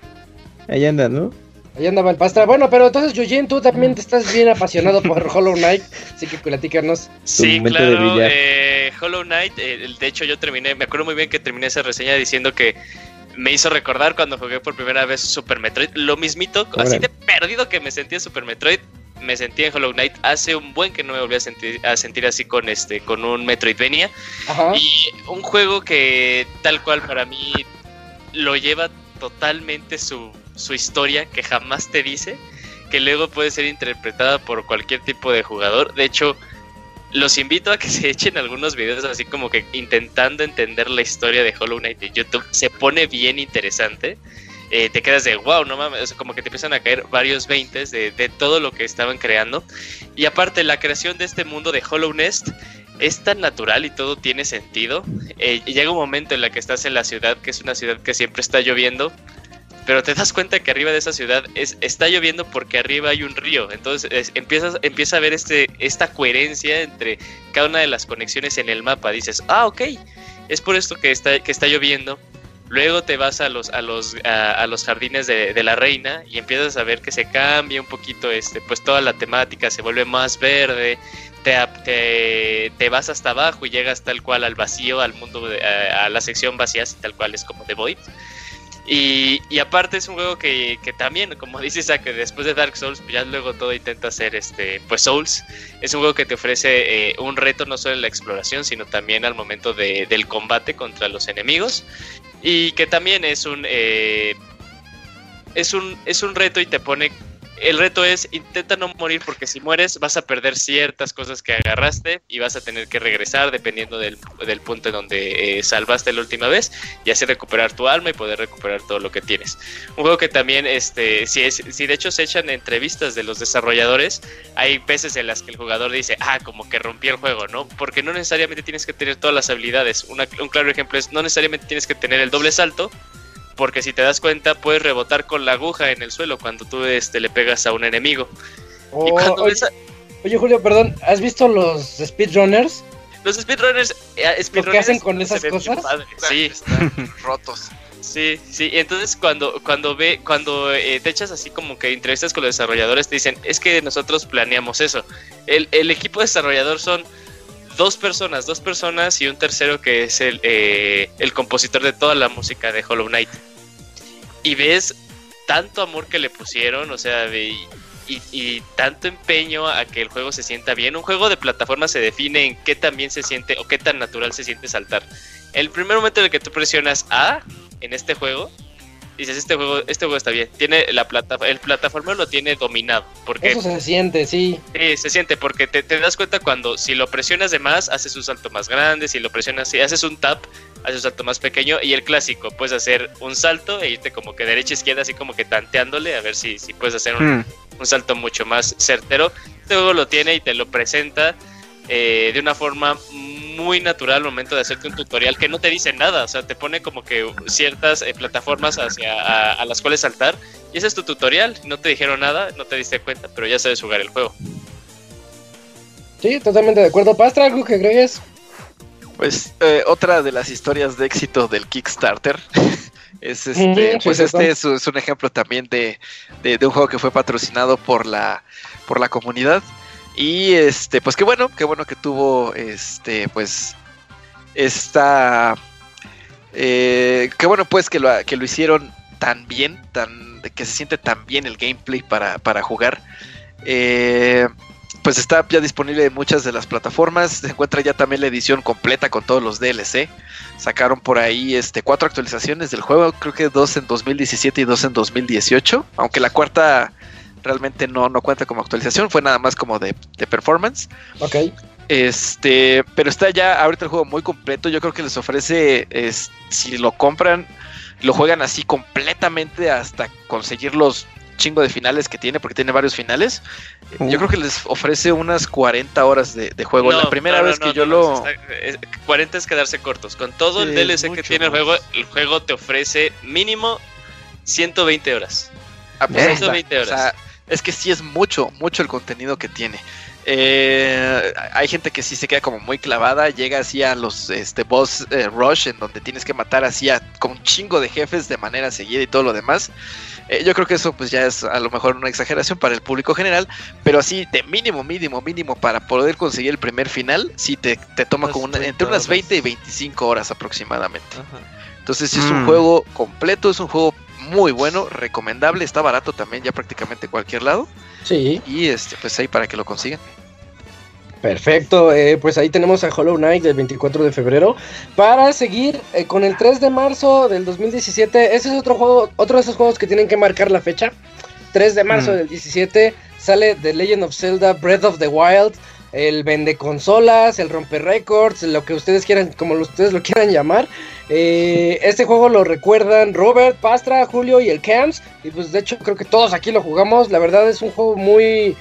Ahí anda, ¿no? Ahí andaba el Pastra. Bueno, pero entonces, Yujin, tú también estás bien apasionado por Hollow Knight, así que platícanos. Sí, claro, eh, Hollow Knight, eh, de hecho yo terminé, me acuerdo muy bien que terminé esa reseña diciendo que me hizo recordar cuando jugué por primera vez Super Metroid, lo mismito, Ahora. así de perdido que me sentí en Super Metroid, me sentí en Hollow Knight. Hace un buen que no me volví a sentir, a sentir así con este, con un Metroidvania. Ajá. Y un juego que tal cual para mí lo lleva totalmente su, su historia, que jamás te dice, que luego puede ser interpretada por cualquier tipo de jugador. De hecho, los invito a que se echen algunos videos así como que intentando entender la historia de Hollow Knight de YouTube. Se pone bien interesante. Eh, te quedas de wow, no mames, o sea, como que te empiezan a caer varios veintes de, de todo lo que estaban creando. Y aparte, la creación de este mundo de Hollow Nest es tan natural y todo tiene sentido. Eh, llega un momento en el que estás en la ciudad, que es una ciudad que siempre está lloviendo, pero te das cuenta que arriba de esa ciudad es, está lloviendo porque arriba hay un río. Entonces es, empiezas, empieza a ver este, esta coherencia entre cada una de las conexiones en el mapa. Dices, ah, ok, es por esto que está, que está lloviendo. Luego te vas a los, a los, a, a los jardines de, de la reina y empiezas a ver que se cambia un poquito este, pues toda la temática, se vuelve más verde. Te, te, te vas hasta abajo y llegas tal cual al vacío, al mundo, de, a, a la sección vacía, tal cual es como The Void. Y, y aparte es un juego que, que también, como dices, que después de Dark Souls, pues ya luego todo intenta ser este, pues Souls. Es un juego que te ofrece eh, un reto no solo en la exploración, sino también al momento de, del combate contra los enemigos. Y que también es un, eh, es un es un reto y te pone... El reto es, intenta no morir porque si mueres vas a perder ciertas cosas que agarraste y vas a tener que regresar dependiendo del, del punto en donde eh, salvaste la última vez y así recuperar tu alma y poder recuperar todo lo que tienes. Un juego que también, este, si, es, si de hecho se echan entrevistas de los desarrolladores, hay veces en las que el jugador dice, ah, como que rompí el juego, ¿no? Porque no necesariamente tienes que tener todas las habilidades. Una, un claro ejemplo es, no necesariamente tienes que tener el doble salto, porque si te das cuenta puedes rebotar con la aguja en el suelo cuando tú este, le pegas a un enemigo. Oh, y cuando oye, ves a... oye Julio, perdón, ¿has visto los speedrunners? Los speedrunners, eh, speedrunners ¿Lo que hacen con esas cosas? Sí, están rotos. Sí, sí, entonces cuando cuando ve cuando eh, te echas así como que entrevistas con los desarrolladores te dicen, es que nosotros planeamos eso. El, el equipo desarrollador son dos personas, dos personas y un tercero que es el, eh, el compositor de toda la música de Hollow Knight. Y ves tanto amor que le pusieron, o sea, y, y, y tanto empeño a que el juego se sienta bien. Un juego de plataforma se define en qué tan bien se siente o qué tan natural se siente saltar. El primer momento en el que tú presionas A en este juego, dices, este juego, este juego está bien. Tiene la plata, el plataformero lo tiene dominado. Porque, eso se siente, sí. Sí, se siente, porque te, te das cuenta cuando si lo presionas de más, haces un salto más grande. Si lo presionas, si haces un tap, haces un salto más pequeño. Y el clásico, puedes hacer un salto e irte como que derecha izquierda, así como que tanteándole, a ver si, si puedes hacer un, hmm. un salto mucho más certero. Este juego lo tiene y te lo presenta eh, de una forma muy natural al momento de hacerte un tutorial que no te dice nada, o sea, te pone como que ciertas eh, plataformas hacia a, a las cuales saltar y ese es tu tutorial, no te dijeron nada, no te diste cuenta, pero ya sabes jugar el juego. Sí, totalmente de acuerdo. Pastra, ¿algo que agregues? Pues eh, otra de las historias de éxito del Kickstarter es este, pues este es, es un ejemplo también de, de, de un juego que fue patrocinado por la por la comunidad. Y este, pues qué bueno, qué bueno que tuvo este, pues, esta, eh, qué bueno pues que lo, que lo hicieron tan bien, tan, que se siente tan bien el gameplay para, para jugar. Eh, pues está ya disponible en muchas de las plataformas. Se encuentra ya también la edición completa con todos los D L C. Sacaron por ahí este, cuatro actualizaciones del juego, creo que dos en dos mil diecisiete y dos en dos mil dieciocho, aunque la cuarta realmente no, no cuenta como actualización, fue nada más como de, de performance. Ok. Este, pero está ya ahorita el juego muy completo. Yo creo que les ofrece, es, si lo compran, lo juegan así completamente hasta conseguir los chingo de finales que tiene, porque tiene varios finales. Uh. Yo creo que les ofrece unas cuarenta horas de, de juego. No, la primera no, no, vez no, que no, yo no, lo... Está, es, cuarenta es quedarse cortos. Con todo sí, el D L C que tiene más. el juego, el juego te ofrece mínimo ciento veinte horas. Ah, pues ciento veinte horas. O sea, es que sí es mucho, mucho el contenido que tiene. Eh, hay gente que sí se queda como muy clavada, llega así a los este, boss eh, rush, en donde tienes que matar así a con un chingo de jefes de manera seguida y todo lo demás. Eh, yo creo que eso pues ya es a lo mejor una exageración para el público general, pero así de mínimo, mínimo, mínimo para poder conseguir el primer final, sí te, te toma como una, entre unas veinte y veinticinco horas aproximadamente. Ajá. Entonces sí es un mm. juego completo, es un juego muy bueno, recomendable, está barato también ya prácticamente en cualquier lado. Sí. Y este, pues ahí para que lo consigan. Perfecto, eh, pues ahí tenemos a Hollow Knight del veinticuatro de febrero. Para seguir eh, con el tres de marzo del dos mil diecisiete, ese es otro juego, otro de esos juegos que tienen que marcar la fecha. tres de marzo mm. del diecisiete sale The Legend of Zelda Breath of the Wild. El vende consolas, el rompe récords, lo que ustedes quieran, como ustedes lo quieran llamar. Eh, este juego lo recuerdan Robert, Pastra, Julio y el Camps. Y pues de hecho creo que todos aquí lo jugamos. La verdad es un juego muy,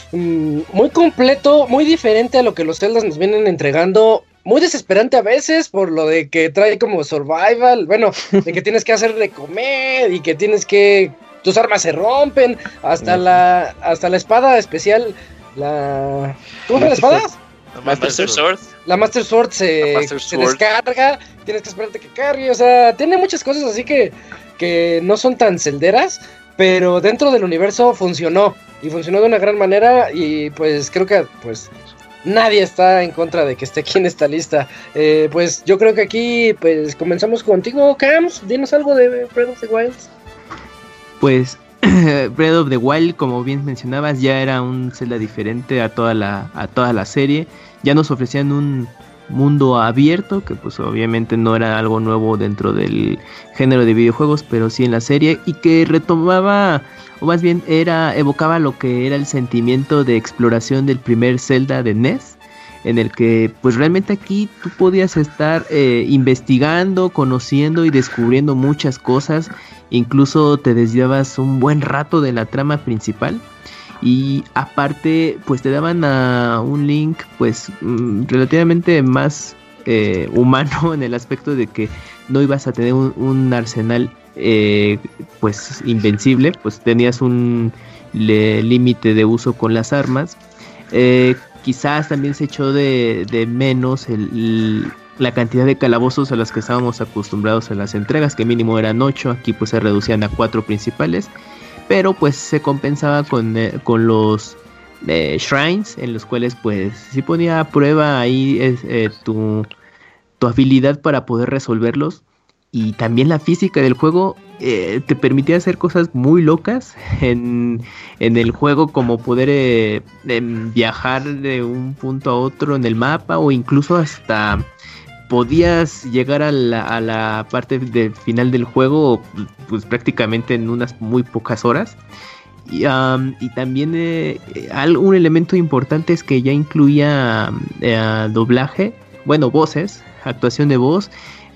muy completo, muy diferente a lo que los Zeldas nos vienen entregando. Muy desesperante a veces por lo de que trae como survival. Bueno, de que tienes que hacer de comer y que tienes que... Tus armas se rompen. Hasta la, hasta la espada especial... La... ¿Cómo fue la espada? La Master Sword. La Master Sword se, Master Sword. se descarga. Tienes que esperarte que cargue. O sea, tiene muchas cosas así que, que no son tan celderas. Pero dentro del universo funcionó. Y funcionó de una gran manera. Y pues creo que pues nadie está en contra de que esté aquí en esta lista. Eh, pues yo creo que aquí pues comenzamos contigo, Cams. Dinos algo de Breath of the Wild. Pues... Breath of the Wild, como bien mencionabas, ya era un Zelda diferente a toda la a toda la serie. Ya nos ofrecían un mundo abierto, que pues obviamente no era algo nuevo dentro del género de videojuegos, pero sí en la serie, y que retomaba, o más bien era evocaba lo que era el sentimiento de exploración del primer Zelda de N E S, en el que pues realmente aquí tú podías estar eh, investigando, conociendo y descubriendo muchas cosas. Incluso te desviabas un buen rato de la trama principal. Y aparte pues te daban a un Link pues mmm, relativamente más eh, humano, en el aspecto de que no ibas a tener un, un arsenal eh, pues invencible. Pues tenías un límite de uso con las armas. eh, Quizás también se echó de, de menos el, el, la cantidad de calabozos a los que estábamos acostumbrados en las entregas, que mínimo eran ocho, aquí pues se reducían a cuatro principales, pero pues se compensaba con, eh, con los eh, shrines, en los cuales pues sí ponía a prueba ahí eh, tu, tu habilidad para poder resolverlos. Y también la física del juego eh, te permitía hacer cosas muy locas en, en el juego, como poder eh, eh, viajar de un punto a otro en el mapa, o incluso hasta podías llegar a la, a la parte del final del juego pues prácticamente en unas muy pocas horas. Y, um, y también eh, un elemento importante es que ya incluía eh, doblaje, bueno, voces, actuación de voz.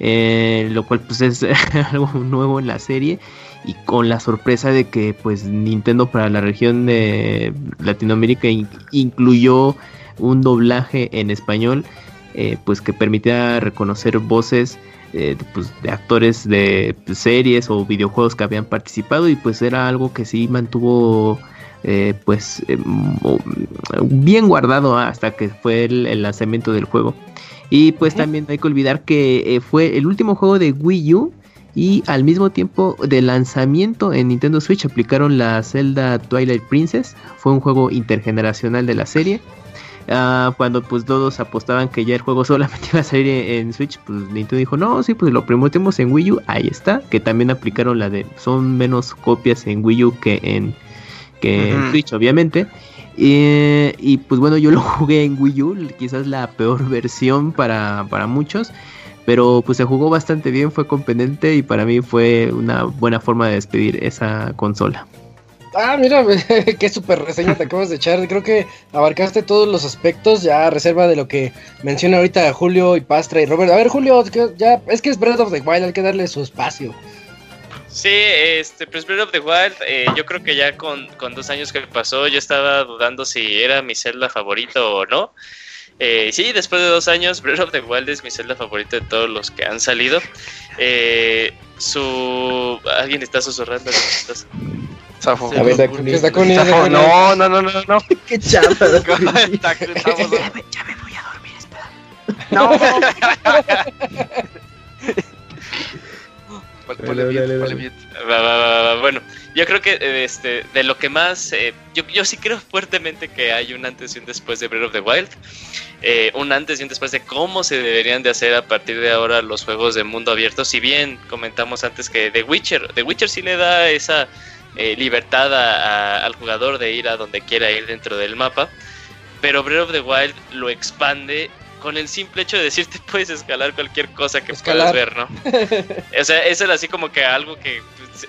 Eh, lo cual pues es algo nuevo en la serie, y con la sorpresa de que pues Nintendo para la región de Latinoamérica in- incluyó un doblaje en español, eh, pues que permitía reconocer voces eh, pues, de actores de pues, series o videojuegos que habían participado, y pues era algo que sí mantuvo eh, pues eh, bien guardado hasta que fue el, el lanzamiento del juego. Y pues también no hay que olvidar que eh, fue el último juego de Wii U, y al mismo tiempo de lanzamiento en Nintendo Switch aplicaron la Zelda Twilight Princess. Fue un juego intergeneracional de la serie. Uh, cuando pues todos apostaban que ya el juego solamente iba a salir en, en Switch, pues Nintendo dijo, no, sí, pues lo prometemos en Wii U. Ahí está, que también aplicaron la de, son menos copias en Wii U que en, que uh-huh. en Switch, obviamente. Y, y pues bueno, yo lo jugué en Wii U, quizás la peor versión para, para muchos, pero pues se jugó bastante bien, fue competente y para mí fue una buena forma de despedir esa consola. Ah, mira, qué super reseña te acabas de echar. Creo que abarcaste todos los aspectos, ya a reserva de lo que menciona ahorita Julio y Pastra y Robert. A ver, Julio, ya es que es Breath of the Wild, hay que darle su espacio. Sí, este, pues Breath of the Wild, eh, yo creo que ya con, con dos años que pasó, yo estaba dudando si era mi Zelda favorito o no. Eh, sí, después de dos años, Breath of the Wild es mi Zelda favorito de todos los que han salido. Eh, su... Alguien está susurrando. Zafo. A ver, está con Zafo, no, no, no, no, no. Qué chapa. Ya me, ya me voy a dormir, espera. No. Ponle bien, ponle bien. Va, va, va, va. Bueno, yo creo que este, de lo que más, eh, yo, yo sí creo fuertemente que hay un antes y un después de Breath of the Wild, eh, un antes y un después de cómo se deberían de hacer a partir de ahora los juegos de mundo abierto. Si bien comentamos antes que The Witcher, The Witcher sí le da esa eh, libertad a, a, al jugador de ir a donde quiera ir dentro del mapa, pero Breath of the Wild lo expande con el simple hecho de decirte puedes escalar cualquier cosa que escalar. puedas ver, ¿no? O sea, eso era así como que algo que... Pues,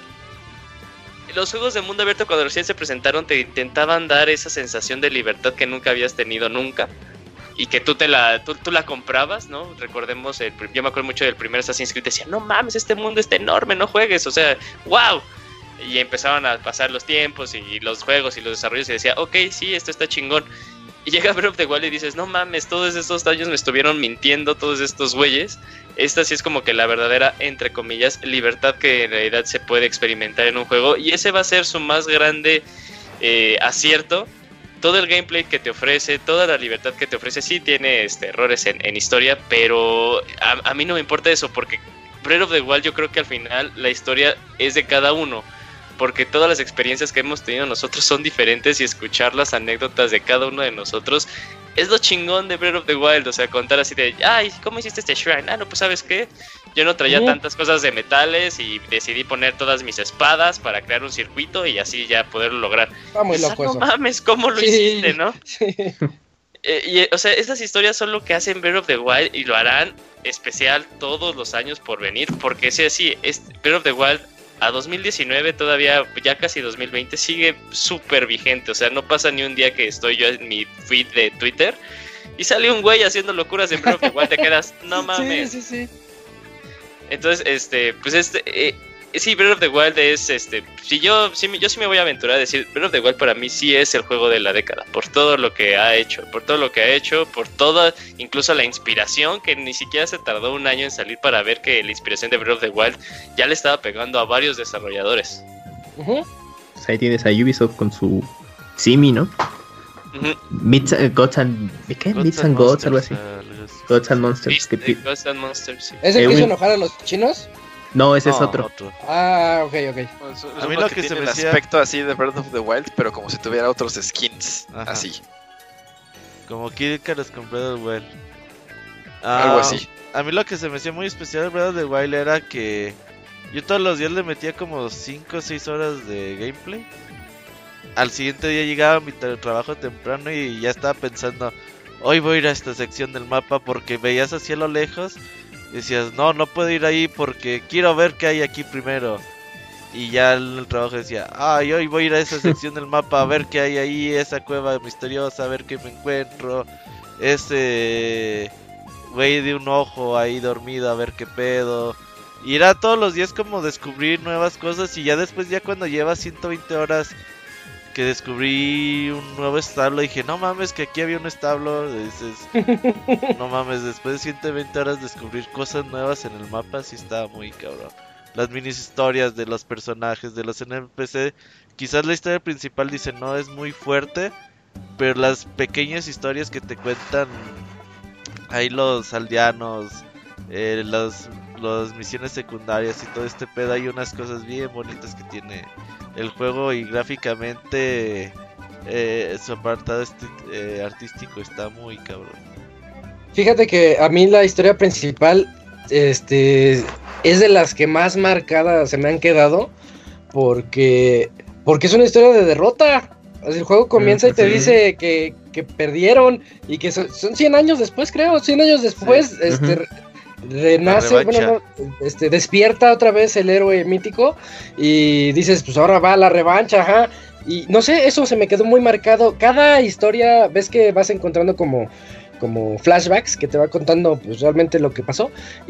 los juegos de mundo abierto cuando recién se presentaron te intentaban dar esa sensación de libertad que nunca habías tenido nunca y que tú te la tú, tú la comprabas, ¿no? Recordemos, el, yo me acuerdo mucho del primer Assassin's Creed, decía, no mames, este mundo está enorme, no juegues, o sea, wow. Y empezaban a pasar los tiempos y los juegos y los desarrollos y decía, ok, sí, esto está chingón. Y llega Breath of the Wild y dices, no mames, todos estos años me estuvieron mintiendo todos estos güeyes. Esta sí es como que la verdadera, entre comillas, libertad que en realidad se puede experimentar en un juego. Y ese va a ser su más grande eh, acierto. Todo el gameplay que te ofrece, toda la libertad que te ofrece, sí tiene este, errores en, en historia, pero a, a mí no me importa eso, porque Breath of the Wild yo creo que al final la historia es de cada uno. Porque todas las experiencias que hemos tenido nosotros son diferentes y escuchar las anécdotas de cada uno de nosotros es lo chingón de Breath of the Wild. O sea, contar así de, ay, ¿cómo hiciste este shrine? Ah, no, pues ¿sabes qué? Yo no traía uh. tantas cosas de metales y decidí poner todas mis espadas para crear un circuito y así ya poderlo lograr. Está muy loco eso. No mames, ¿cómo lo sí. hiciste, no? Sí. Eh, y, o sea, estas historias son lo que hacen Breath of the Wild y lo harán especial todos los años por venir. Porque si así, es, Breath of the Wild a dos mil diecinueve, todavía ya casi dos mil veinte, sigue súper vigente. O sea, no pasa ni un día que estoy yo en mi feed de Twitter y sale un güey haciendo locuras en Breath of the Wild, te quedas, no mames. Sí, sí, sí. Entonces, este, pues este, eh, sí, Breath of the Wild es, este, si yo, sí, yo sí me voy a aventurar a decir, Breath of the Wild para mí sí es el juego de la década, por todo lo que ha hecho, por todo lo que ha hecho, por toda, incluso la inspiración, que ni siquiera se tardó un año en salir para ver que la inspiración de Breath of the Wild ya le estaba pegando a varios desarrolladores. Uh-huh. Pues ahí tienes a Ubisoft con su Simi, ¿no? Uh-huh. Myths, uh, Gods and... ¿Qué? Gods Myths and and Gods, Monsters, algo así. Uh, Gods and Monsters. Sí, que... Gods and Monsters, sí. ¿Es el eh, que hizo un... enojar a los chinos? No, ese no, es otro. otro. Ah, ok, ok. Pues, a mí lo que, que tiene se me el decía... aspecto así de Breath of the Wild, pero como si tuviera otros skins. Ajá. Así. Como Kid Icarus con Breath of the Wild. Ah, algo así. A mí lo que se me hacía muy especial de Breath of the Wild era que yo todos los días le metía como cinco o seis horas de gameplay. Al siguiente día llegaba a mi trabajo temprano y ya estaba pensando, hoy voy a ir a esta sección del mapa, porque veías hacia lo lejos y decías, no, no puedo ir ahí porque quiero ver qué hay aquí primero. Y ya en el trabajo decía, ay, hoy voy a ir a esa sección del mapa a ver qué hay ahí, esa cueva misteriosa, a ver qué me encuentro. Ese güey de un ojo ahí dormido, a ver qué pedo. Y era todos los días como descubrir nuevas cosas. Y ya después, ya cuando llevas ciento veinte horas, que descubrí un nuevo establo, dije, no mames, que aquí había un establo. Dices, no mames, después de ciento veinte horas descubrir cosas nuevas en el mapa, sí estaba muy cabrón. Las mini historias de los personajes, de los N P C, quizás la historia principal, dice, no es muy fuerte, pero las pequeñas historias que te cuentan ahí los aldeanos, eh, los, las misiones secundarias y todo este pedo, hay unas cosas bien bonitas que tiene el juego, y gráficamente eh, su apartado este, eh, artístico está muy cabrón. Fíjate que a mí la historia principal este es de las que más marcadas se me han quedado, porque porque es una historia de derrota. O sea, el juego comienza y te sí. dice que, que perdieron y que son, son cien años después, creo, cien años después, sí. este, uh-huh. renace, bueno, no, este, despierta otra vez el héroe mítico y dices, pues ahora va la revancha, ajá. Y no sé, eso se me quedó muy marcado. Cada historia, ves que vas encontrando como... como flashbacks que te va contando pues realmente lo que pasó,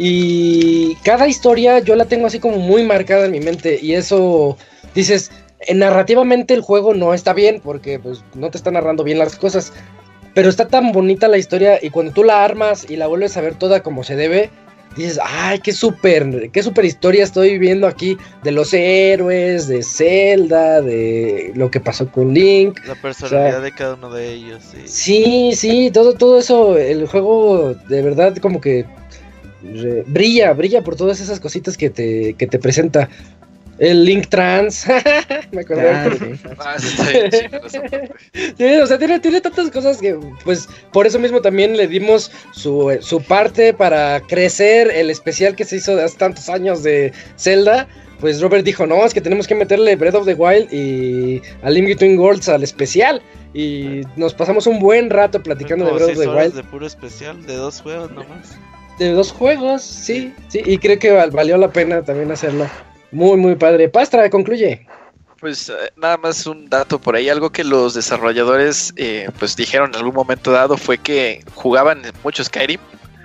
y cada historia yo la tengo así como muy marcada en mi mente, y eso dices, narrativamente el juego no está bien porque pues no te está narrando bien las cosas, pero está tan bonita la historia, y cuando tú la armas y la vuelves a ver toda como se debe, dices, ay, qué súper, qué súper historia estoy viviendo aquí, de los héroes, de Zelda, de lo que pasó con Link. La personalidad, o sea, de cada uno de ellos, sí. Sí, sí, todo, todo eso, el juego de verdad como que re, brilla, brilla por todas esas cositas que te, que te presenta. El Link Trans, me acordé. Ah, sí. Ah, sí, está bien chido. Sí, o sea, tiene, tiene tantas cosas que, pues, por eso mismo también le dimos su, su parte para crecer el especial que se hizo de hace tantos años de Zelda. Pues Robert dijo, no, es que tenemos que meterle Breath of the Wild y A Link Between Worlds al especial. Y nos pasamos un buen rato platicando de Breath of the Wild. De puro especial, de dos juegos nomás. De dos juegos, sí, sí, y creo que val, valió la pena también hacerlo. Muy, muy padre. Pastra, concluye. Pues eh, nada más un dato por ahí, algo que los desarrolladores eh, pues dijeron en algún momento dado fue que jugaban mucho Skyrim,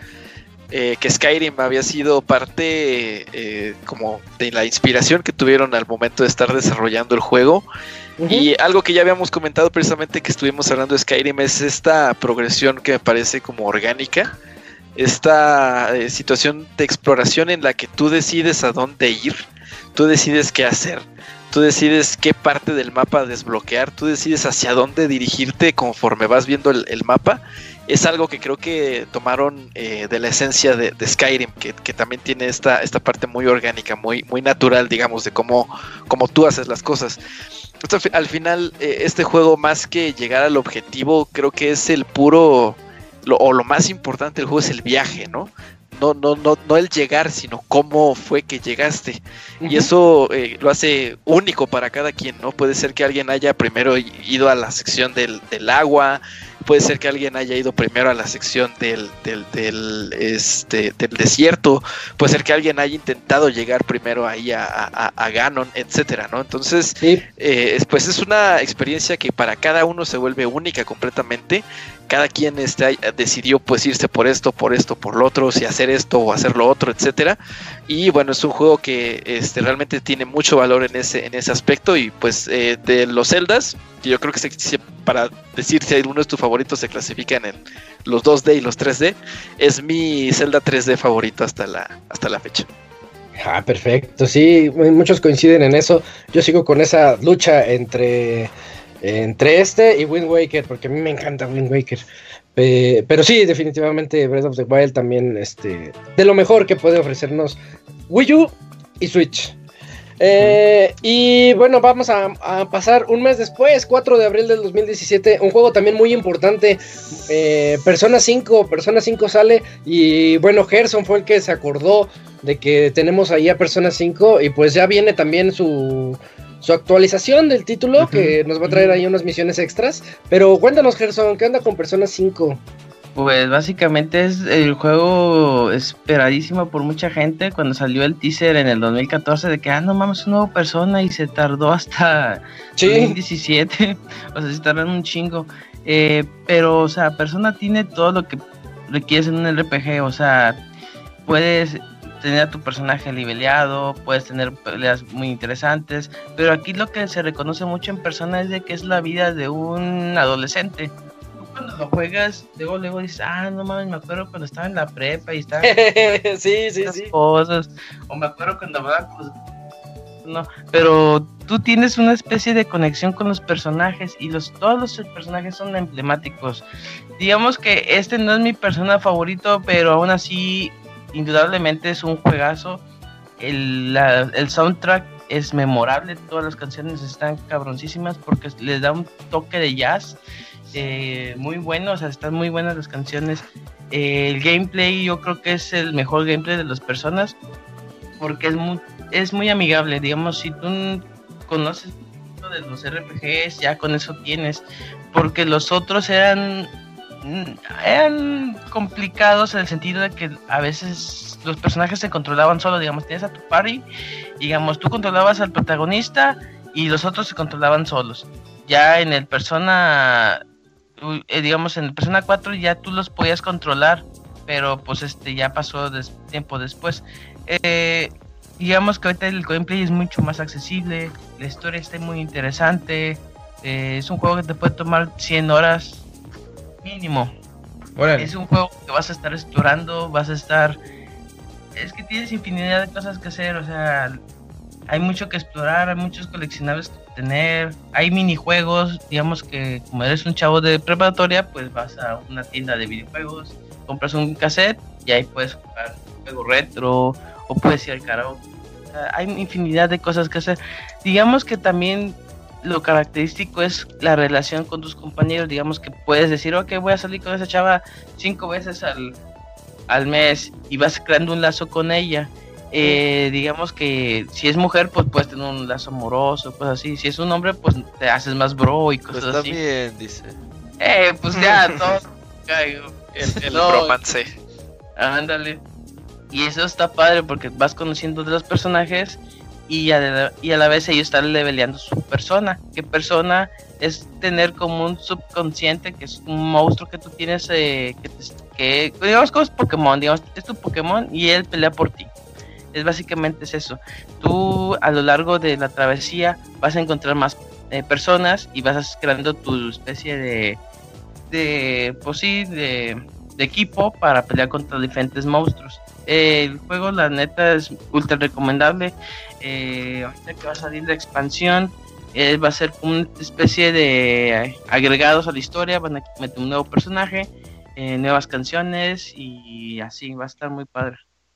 eh, que Skyrim había sido parte eh, como de la inspiración que tuvieron al momento de estar desarrollando el juego. Uh-huh. Y algo que ya habíamos comentado precisamente que estuvimos hablando de Skyrim es esta progresión que me parece como orgánica, esta eh, situación de exploración en la que tú decides a dónde ir, tú decides qué hacer, tú decides qué parte del mapa desbloquear, tú decides hacia dónde dirigirte conforme vas viendo el, el mapa. Es algo que creo que tomaron eh, de la esencia de, de Skyrim, que, que también tiene esta, esta parte muy orgánica, muy, muy natural, digamos, de cómo, cómo tú haces las cosas. Esto, al final, eh, este juego, más que llegar al objetivo, creo que es el puro, lo, o lo más importante del juego es el viaje, ¿no? No, no, no, no el llegar, sino cómo fue que llegaste. Uh-huh. Y eso eh, lo hace único para cada quien, ¿no? Puede ser que alguien haya primero ido a la sección del, del agua, puede ser que alguien haya ido primero a la sección del, del, del, este, del desierto, puede ser que alguien haya intentado llegar primero ahí a, a, a Ganon, etcétera, ¿no? Entonces, sí. eh, pues es una experiencia que para cada uno se vuelve única completamente. Cada quien este, decidió pues irse por esto, por esto, por lo otro, si hacer esto o hacer lo otro, etcétera. Y bueno, es un juego que este, realmente tiene mucho valor en ese, en ese aspecto. Y pues eh, de los Zeldas, que yo creo que se, para decir si alguno es tu favorito se clasifican en los dos D y los tres D, es mi Zelda tres D favorito hasta la, hasta la fecha. Ah, perfecto, sí, muchos coinciden en eso. Yo sigo con esa lucha entre... entre este y Wind Waker, porque a mí me encanta Wind Waker, eh, pero sí, definitivamente Breath of the Wild también, este, de lo mejor que puede ofrecernos Wii U y Switch. Eh, y bueno, vamos a, a pasar un mes después, cuatro de abril del dos mil diecisiete, un juego también muy importante, eh, Persona cinco, Persona cinco sale, y bueno, Gerson fue el que se acordó de que tenemos ahí a Persona cinco, y pues ya viene también su... su actualización del título, uh-huh, que nos va a traer ahí unas misiones extras. Pero cuéntanos, Gerson, ¿qué onda con Persona cinco? Pues básicamente es el juego esperadísimo por mucha gente. Cuando salió el teaser en el dos mil catorce de que, ah, no mames, un nuevo Persona, y se tardó hasta ¿sí? dos mil diecisiete. O sea, se tardaron un chingo. Eh, pero, o sea, Persona tiene todo lo que requieres en un R P G. O sea, puedes tener a tu personaje niveleado, puedes tener peleas muy interesantes, pero aquí lo que se reconoce mucho en Persona es de que es la vida de un adolescente. Tú cuando lo juegas, luego luego dices, ah, no mames, me acuerdo cuando estaba en la prepa y estaba sí, sí, sí. cosas, o me acuerdo cuando hablaba pues, no, pero tú tienes una especie de conexión con los personajes y los todos los personajes son emblemáticos. Digamos que este no es mi Persona favorito, pero aún así indudablemente es un juegazo. El, la, el soundtrack es memorable, todas las canciones están cabroncísimas porque les da un toque de jazz eh, muy bueno, o sea, están muy buenas las canciones. Eh, el gameplay yo creo que es el mejor gameplay de las personas porque es muy, es muy amigable. Digamos, si tú conoces punto de los R P Gs, ya con eso tienes, porque los otros eran eran complicados en el sentido de que a veces los personajes se controlaban solo, digamos, tienes a tu party, digamos, tú controlabas al protagonista y los otros se controlaban solos. Ya en el Persona, eh, digamos, en el Persona cuatro ya tú los podías controlar, pero pues este ya pasó des- tiempo después. Eh, digamos que ahorita el gameplay es mucho más accesible, la historia está muy interesante, eh, es un juego que te puede tomar cien horas mínimo. Órale. Es un juego que vas a estar explorando, vas a estar... Es que tienes infinidad de cosas que hacer, o sea, hay mucho que explorar, hay muchos coleccionables que tener, hay minijuegos, digamos que como eres un chavo de preparatoria, pues vas a una tienda de videojuegos, compras un cassette y ahí puedes jugar un juego retro, o puedes ir al karaoke. O sea, hay infinidad de cosas que hacer. Digamos que también lo característico es la relación con tus compañeros, digamos que puedes decir, ok, voy a salir con esa chava cinco veces al, al mes y vas creando un lazo con ella. Eh, digamos que si es mujer, pues puedes tener un lazo amoroso, pues así. Si es un hombre, pues te haces más bro y cosas pues así. También, dice. Eh, pues ya, todo. El, el no, romance. Ándale. Y eso está padre porque vas conociendo de los personajes y a, la, y a la vez ellos están leveleando su persona. ¿Qué persona? Es tener como un subconsciente, que es un monstruo que tú tienes, eh, que, te, que digamos como es Pokémon, digamos, es tu Pokémon y él pelea por ti. Es básicamente es eso. Tú a lo largo de la travesía vas a encontrar más eh, personas y vas creando tu especie de, de pues sí, de, de equipo para pelear contra diferentes monstruos. Eh, el juego, la neta, es ultra recomendable. Eh, ahorita que va a salir la expansión, eh, va a ser una especie de agregados a la historia. Van a meter un nuevo personaje, eh, nuevas canciones y así va a estar muy padre.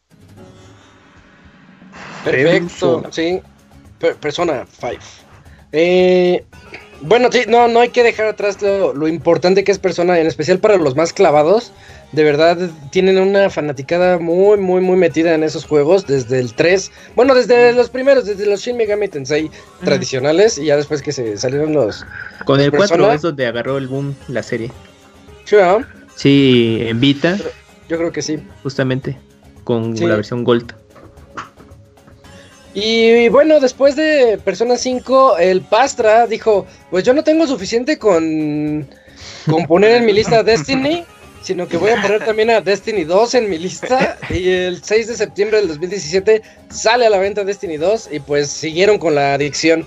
Perfecto, sí. Per- Persona cinco. Eh, bueno, sí, no, no hay que dejar atrás lo, lo importante que es Persona, en especial para los más clavados. De verdad, tienen una fanaticada muy, muy, muy metida en esos juegos. Desde el tres, bueno, desde los primeros, desde los Shin Megami Tensei uh-huh. tradicionales. Y ya después que se salieron los... Con los el Persona. cuatro es donde agarró el boom la serie. ¿Sí, ¿no? Sí, en Vita. Yo creo que sí. Justamente, con sí. la versión Gold. Y bueno, después de Persona cinco, el Pastra dijo, pues yo no tengo suficiente con, con poner en mi lista Destiny, sino que voy a poner también a Destiny dos en mi lista. Y el seis de septiembre del dos mil diecisiete sale a la venta Destiny dos y pues siguieron con la adicción.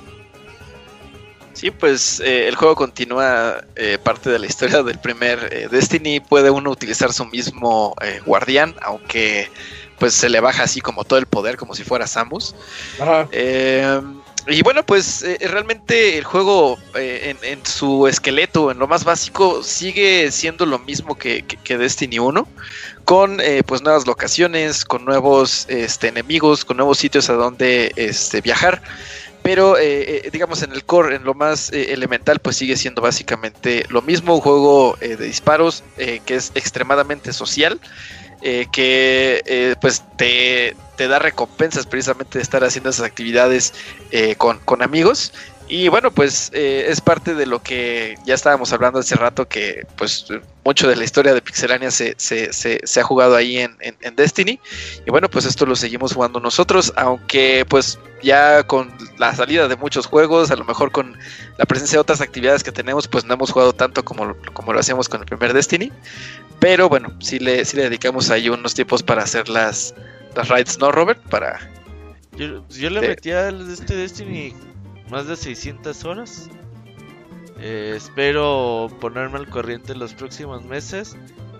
Sí, pues eh, el juego continúa eh, parte de la historia del primer eh, Destiny. Puede uno utilizar su mismo eh, guardián, aunque... pues se le baja así como todo el poder, como si fuera Samus. Ajá. Eh, y bueno, pues eh, realmente el juego eh, en, en su esqueleto, en lo más básico, sigue siendo lo mismo que, que, que Destiny uno, con eh, pues nuevas locaciones, con nuevos este, enemigos, con nuevos sitios a donde este, viajar. Pero eh, eh, digamos en el core, en lo más eh, elemental, pues sigue siendo básicamente lo mismo, un juego eh, de disparos eh, que es extremadamente social. Eh, que eh, pues te, te da recompensas precisamente de estar haciendo esas actividades eh, con, con amigos. Y bueno, pues eh, es parte de lo que ya estábamos hablando hace rato, que pues mucho de la historia de Pixelania se, se, se, se ha jugado ahí en, en, en Destiny. Y bueno, pues esto lo seguimos jugando nosotros, aunque pues ya con la salida de muchos juegos, a lo mejor con la presencia de otras actividades que tenemos, pues no hemos jugado tanto como, como lo hacíamos con el primer Destiny. Pero bueno, sí le, sí le dedicamos ahí unos tiempos para hacer las, las raids, ¿no, Robert? Para... Yo, yo le eh, metí a este Destiny más de seiscientas horas. Eh, espero ponerme al corriente en los próximos meses.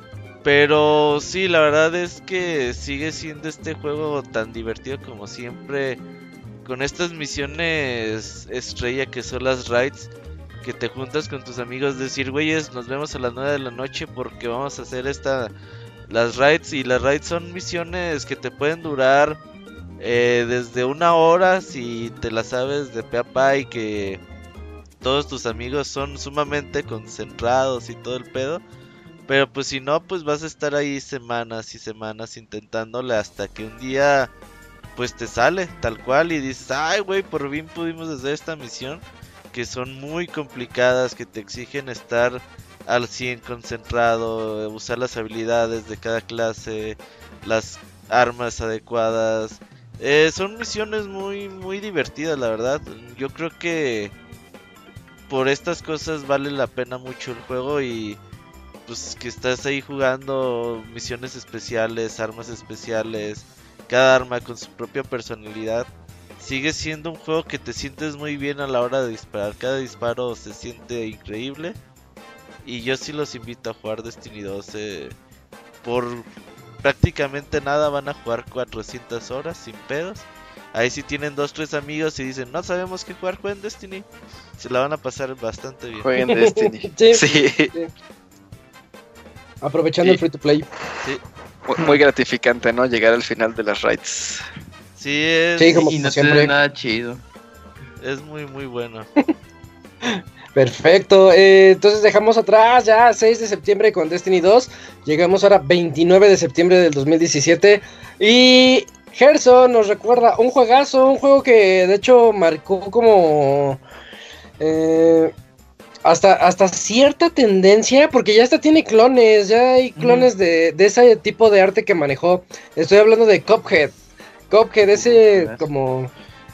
Pero sí, la verdad es que sigue siendo este juego tan divertido como siempre. Con estas misiones estrella que son las raids, que te juntas con tus amigos, decir, güeyes, nos vemos a las nueve de la noche porque vamos a hacer esta las raids. Y las raids son misiones que te pueden durar eh, desde una hora si te la sabes de pe a pa y que todos tus amigos son sumamente concentrados y todo el pedo. Pero pues si no, pues vas a estar ahí semanas y semanas intentándole hasta que un día pues te sale tal cual y dices, ay güey, por fin pudimos hacer esta misión que son muy complicadas, que te exigen estar al cien concentrado, usar las habilidades de cada clase, las armas adecuadas. Eh, son misiones muy muy divertidas, la verdad. Yo creo que por estas cosas vale la pena mucho el juego, y pues que estás ahí jugando misiones especiales, armas especiales, cada arma con su propia personalidad. Sigue siendo un juego que te sientes muy bien a la hora de disparar. Cada disparo se siente increíble. Y yo sí los invito a jugar Destiny dos. Eh, por prácticamente nada van a jugar cuatrocientas horas sin pedos. Ahí si tienen dos, tres amigos y dicen, no sabemos qué jugar, jueguen Destiny. Se la van a pasar bastante bien. Jueguen Destiny. Sí, sí. sí. Aprovechando sí. el free to play. Sí. Muy, muy gratificante, ¿no? Llegar al final de las raids. Sí, es... Sí, como y no siempre. te da nada chido. Es muy, muy bueno. Perfecto, eh, entonces dejamos atrás ya seis de septiembre con Destiny dos. Llegamos ahora veintinueve de septiembre del dos mil diecisiete. Y Gerson nos recuerda un juegazo, un juego que de hecho marcó como... Eh, hasta, hasta cierta tendencia, porque ya hasta tiene clones, ya hay clones mm. de, de ese tipo de arte que manejó. Estoy hablando de Cuphead. Cuphead, ese como...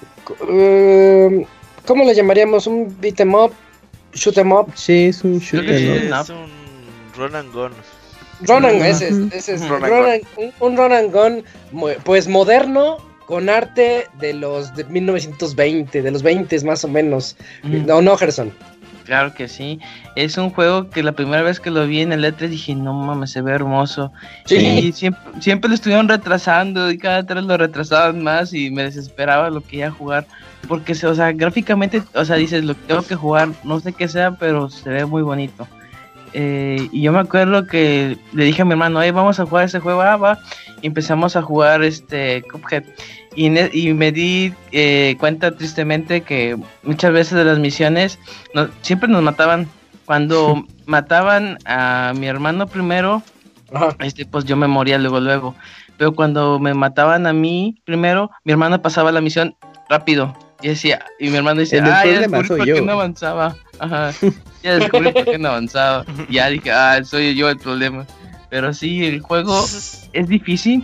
Uh, ¿Cómo le llamaríamos? ¿Un beat 'em up? ¿Shoot 'em up? Sí, es un shoot 'em up. Es un run and gun. Run and, ese es, ese es run run and, un, un run and gun, pues moderno, con arte de los de mil novecientos veinte, de los veinte más o menos. Mm. No, no, Gerson. Claro que sí, es un juego que la primera vez que lo vi en el E tres dije, no mames, se ve hermoso. Sí. Y siempre, siempre lo estuvieron retrasando y cada vez lo retrasaban más y me desesperaba lo que iba a jugar. Porque, o sea, gráficamente, o sea, dices, lo que tengo que jugar, no sé qué sea, pero se ve muy bonito. Eh, y yo me acuerdo que le dije a mi hermano, hey, vamos a jugar ese juego, ah, va. Y empezamos a jugar este Cuphead. Y, ne- y me di eh, cuenta tristemente que muchas veces de las misiones no, siempre nos mataban. Cuando mataban a mi hermano primero, Ajá. este pues yo me moría luego, luego. Pero cuando me mataban a mí primero, mi hermano pasaba la misión rápido. Y decía, y mi hermano decía, ah, ya descubrí por qué no avanzaba. Ajá, ya descubrí por qué no avanzaba. Y ya dije, ah, soy yo el problema. Pero sí, el juego es difícil,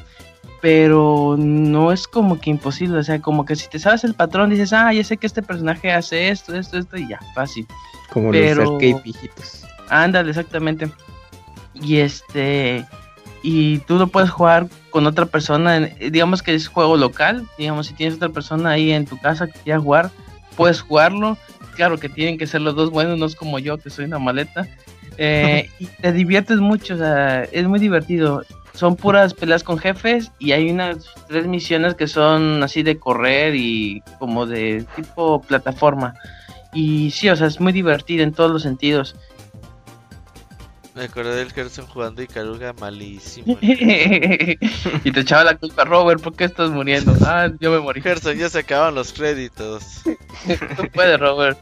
pero no es como que imposible. O sea, como que si te sabes el patrón, dices, ah, ya sé que este personaje hace esto, esto, esto, y ya, fácil. Como pero... los arcade viejitos. Ándale, exactamente. Y este... Y tú lo puedes jugar con otra persona, en, digamos que es juego local, digamos si tienes otra persona ahí en tu casa que quiera jugar, puedes jugarlo, claro que tienen que ser los dos buenos, no es como yo que soy una maleta, eh, y te diviertes mucho, o sea, es muy divertido, son puras peleas con jefes y hay unas tres misiones que son así de correr y como de tipo plataforma, y sí, o sea, es muy divertido en todos los sentidos. Me acordé del Gerson jugando Ikaruga malísimo. Y te echaba la culpa, Robert, ¿por qué estás muriendo? Ah, yo me morí. Gerson, ya se acaban los créditos. Tú puedes, Robert.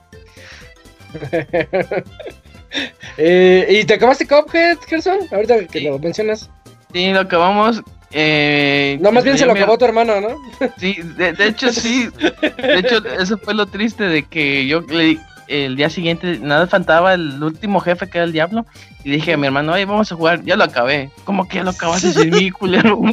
eh, ¿Y te acabaste Cuphead, Gerson? Ahorita que sí. lo mencionas. Sí, lo acabamos. Eh, no, más bien se lo acabó tu hermano, ¿no? Sí, de, de hecho sí. De hecho, eso fue lo triste de que yo le el día siguiente nada faltaba el último jefe que era el diablo y dije a mi hermano, oye, vamos a jugar, ya lo acabé. ¿Cómo que ya lo acabaste sin mí, culero?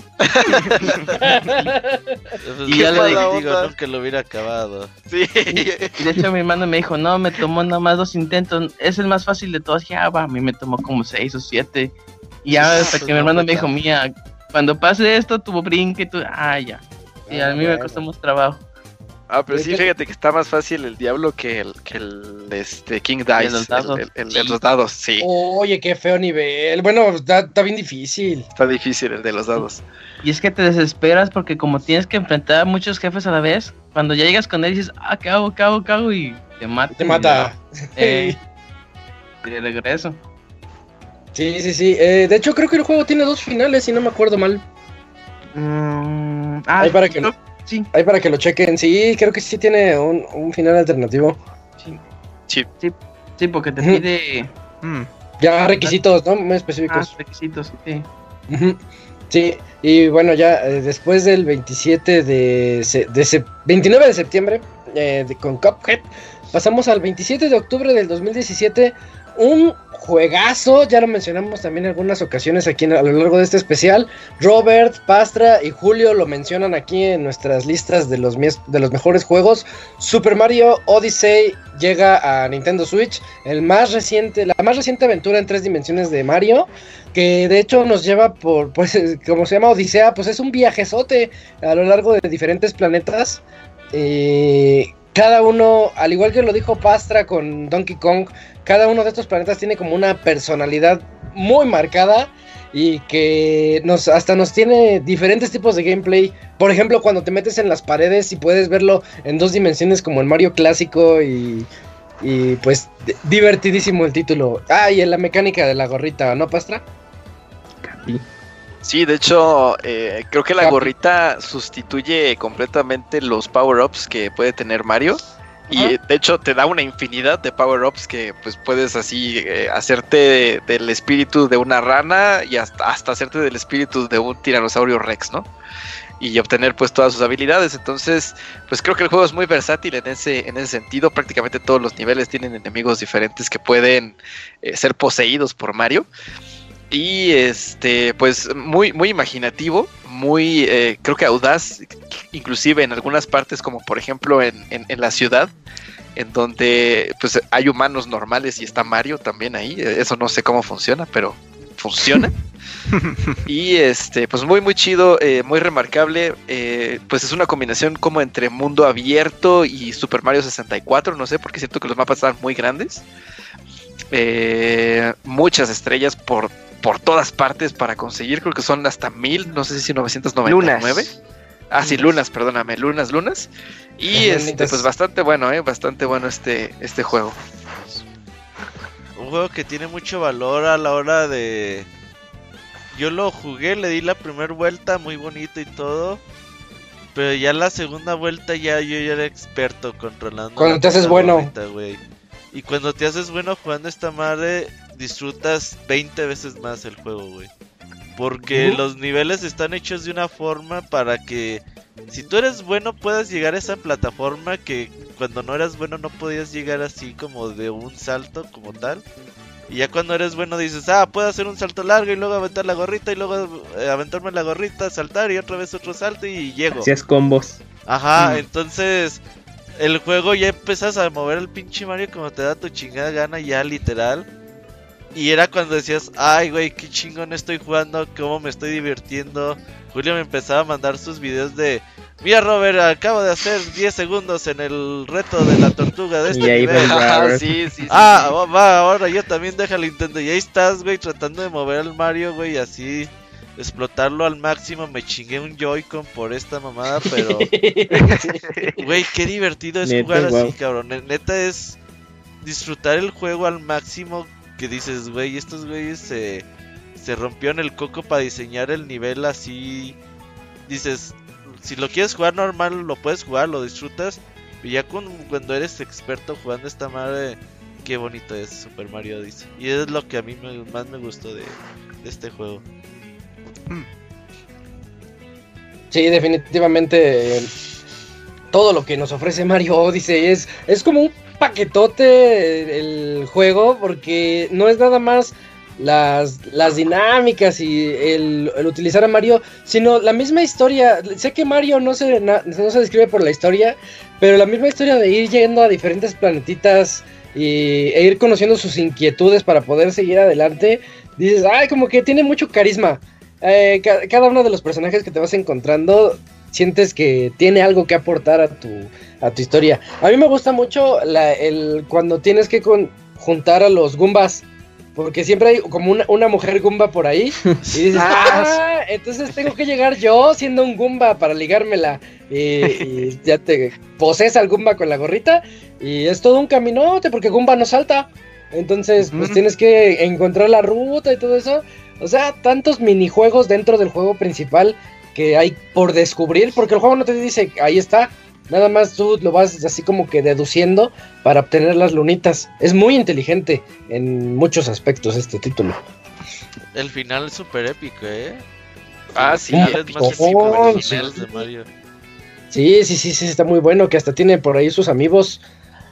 Y ya le digo, no, que lo hubiera acabado. Sí. Y de hecho mi hermano me dijo, no, me tomó nada más dos intentos, es el más fácil de todos. Ya va, a mí me tomó como seis o siete. Y ya hasta que mi hermano me dijo, mía, cuando pase esto, tu brinque, tu... Ah, ya. Y a mí me costó más trabajo. Ah, pero sí, fíjate que está más fácil el Diablo que el, que el este, King Dice, los dados. el, el, el, el, los dados, sí. Oye, qué feo nivel. Bueno, está, está bien difícil. Está difícil el de los dados. Y es que te desesperas porque como tienes que enfrentar a muchos jefes a la vez, cuando ya llegas con él dices, ah, ¿qué hago, qué hago, qué hago? Y te mata. Te mata. Eh, y de regreso. Sí, sí, sí. Eh, de hecho, creo que el juego tiene dos finales, si no me acuerdo mal. Mm, ah, Ahí para que... no. Sí. Ahí para que lo chequen. Sí, creo que sí tiene un, un final alternativo. Sí. Sí. Sí, sí porque te pide... Mm. Ya requisitos, ¿no? Muy específicos. Ah, requisitos, sí. Uh-huh. Sí, y bueno, ya eh, después del veintisiete de, se- de se- veintinueve de septiembre, eh, de, con Cuphead, pasamos al veintisiete de octubre del dos mil diecisiete, un juegazo, ya lo mencionamos también en algunas ocasiones aquí en, a lo largo de este especial. Robert, Pastra y Julio lo mencionan aquí en nuestras listas de los, de los mejores juegos. Super Mario Odyssey llega a Nintendo Switch, el más reciente, la más reciente aventura en tres dimensiones de Mario, que de hecho nos lleva por, pues, como se llama Odisea, pues es un viajezote a lo largo de diferentes planetas. Eh, cada uno, al igual que lo dijo Pastra con Donkey Kong, cada uno de estos planetas tiene como una personalidad muy marcada y que nos hasta nos tiene diferentes tipos de gameplay. Por ejemplo, cuando te metes en las paredes y puedes verlo en dos dimensiones como el Mario clásico y, y pues d- divertidísimo el título. Ah, y en la mecánica de la gorrita, ¿no, Pastra? Sí, de hecho, eh, creo que la gorrita sustituye completamente los power-ups que puede tener Mario. Y eh, de hecho te da una infinidad de power-ups que pues puedes así eh, hacerte de, del espíritu de una rana y hasta, hasta hacerte del espíritu de un tiranosaurio rex, ¿no? Y obtener pues todas sus habilidades. Entonces pues creo que el juego es muy versátil en ese, en ese sentido. Prácticamente todos los niveles tienen enemigos diferentes que pueden eh, ser poseídos por Mario. Y este, pues muy, muy imaginativo, muy, eh, creo que audaz, inclusive en algunas partes, como por ejemplo en, en, en la ciudad, en donde pues hay humanos normales y está Mario también ahí. Eso no sé cómo funciona, pero funciona. Y este, pues muy muy chido, eh, muy remarcable. Eh, pues es una combinación como entre mundo abierto y Super Mario sesenta y cuatro, no sé, porque siento que los mapas están muy grandes. Eh, muchas estrellas por por todas partes para conseguir, creo que son hasta mil, no sé si novecientos noventa y nueve. Lunas. Ah, sí, lunas, perdóname, lunas, lunas. Y este, pues bastante bueno, eh, bastante bueno este, este juego. Un juego que tiene mucho valor a la hora de... Yo lo jugué, le di la primera vuelta, muy bonito y todo. Pero ya la segunda vuelta ya yo ya era experto controlando. Cuando te haces bueno. Vuelta, y cuando te haces bueno jugando esta madre, disfrutas veinte veces más el juego, güey. Porque uh-huh. los niveles están hechos de una forma para que si tú eres bueno puedas llegar a esa plataforma que cuando no eras bueno no podías llegar así como de un salto como tal. Y ya cuando eres bueno dices, ah, puedo hacer un salto largo y luego aventar la gorrita y luego eh, aventarme la gorrita, saltar y otra vez otro salto y llego. Hacías combos. Ajá, mm. entonces... El juego ya empiezas a mover el pinche Mario como te da tu chingada gana, ya literal. Y era cuando decías, ay güey, qué chingón estoy jugando, cómo me estoy divirtiendo. Julio me empezaba a mandar sus videos de, mira Robert, acabo de hacer diez segundos en el reto de la tortuga de este y ahí nivel. Ah, sí, sí, sí, ah, sí. va, ahora yo también deja el intento. Y ahí estás, güey, tratando de mover al Mario, güey, así... explotarlo al máximo. Me chingué un Joy-Con por esta mamada, pero güey, qué divertido es neta, jugar wow. así, cabrón. Neta es disfrutar el juego al máximo. Que dices, güey, estos güeyes se, se rompieron el coco para diseñar el nivel así. Dices, si lo quieres jugar normal, lo puedes jugar, lo disfrutas. Y ya con, cuando eres experto jugando esta madre, qué bonito es Super Mario Odyssey. Y es lo que a mí me, más me gustó de, de este juego. Sí, definitivamente eh, todo lo que nos ofrece Mario Odyssey es, es como un paquetote el juego, porque no es nada más las, las dinámicas y el, el utilizar a Mario, sino la misma historia. Sé que Mario no se, na, no se describe por la historia, pero la misma historia de ir yendo a diferentes planetitas y, e ir conociendo sus inquietudes para poder seguir adelante. Dices, ay, como que tiene mucho carisma. Eh, ca- cada uno de los personajes que te vas encontrando sientes que tiene algo que aportar a tu, a tu historia. A mí me gusta mucho la, el, cuando tienes que con, juntar a los Goombas, porque siempre hay como una, una mujer Goomba por ahí y dices, ah, entonces tengo que llegar yo siendo un Goomba para ligármela y, y ya te poses al Goomba con la gorrita y es todo un caminote porque Goomba no salta. Entonces, pues uh-huh. tienes que encontrar la ruta y todo eso. O sea, tantos minijuegos dentro del juego principal que hay por descubrir, porque el juego no te dice, ahí está. Nada más tú lo vas así como que deduciendo para obtener las lunitas. Es muy inteligente en muchos aspectos este título. El final es súper épico, ¿eh? Ah, sí, sí es más épico que el de Mario. Sí, sí, sí, sí, está muy bueno, que hasta tiene por ahí sus amigos.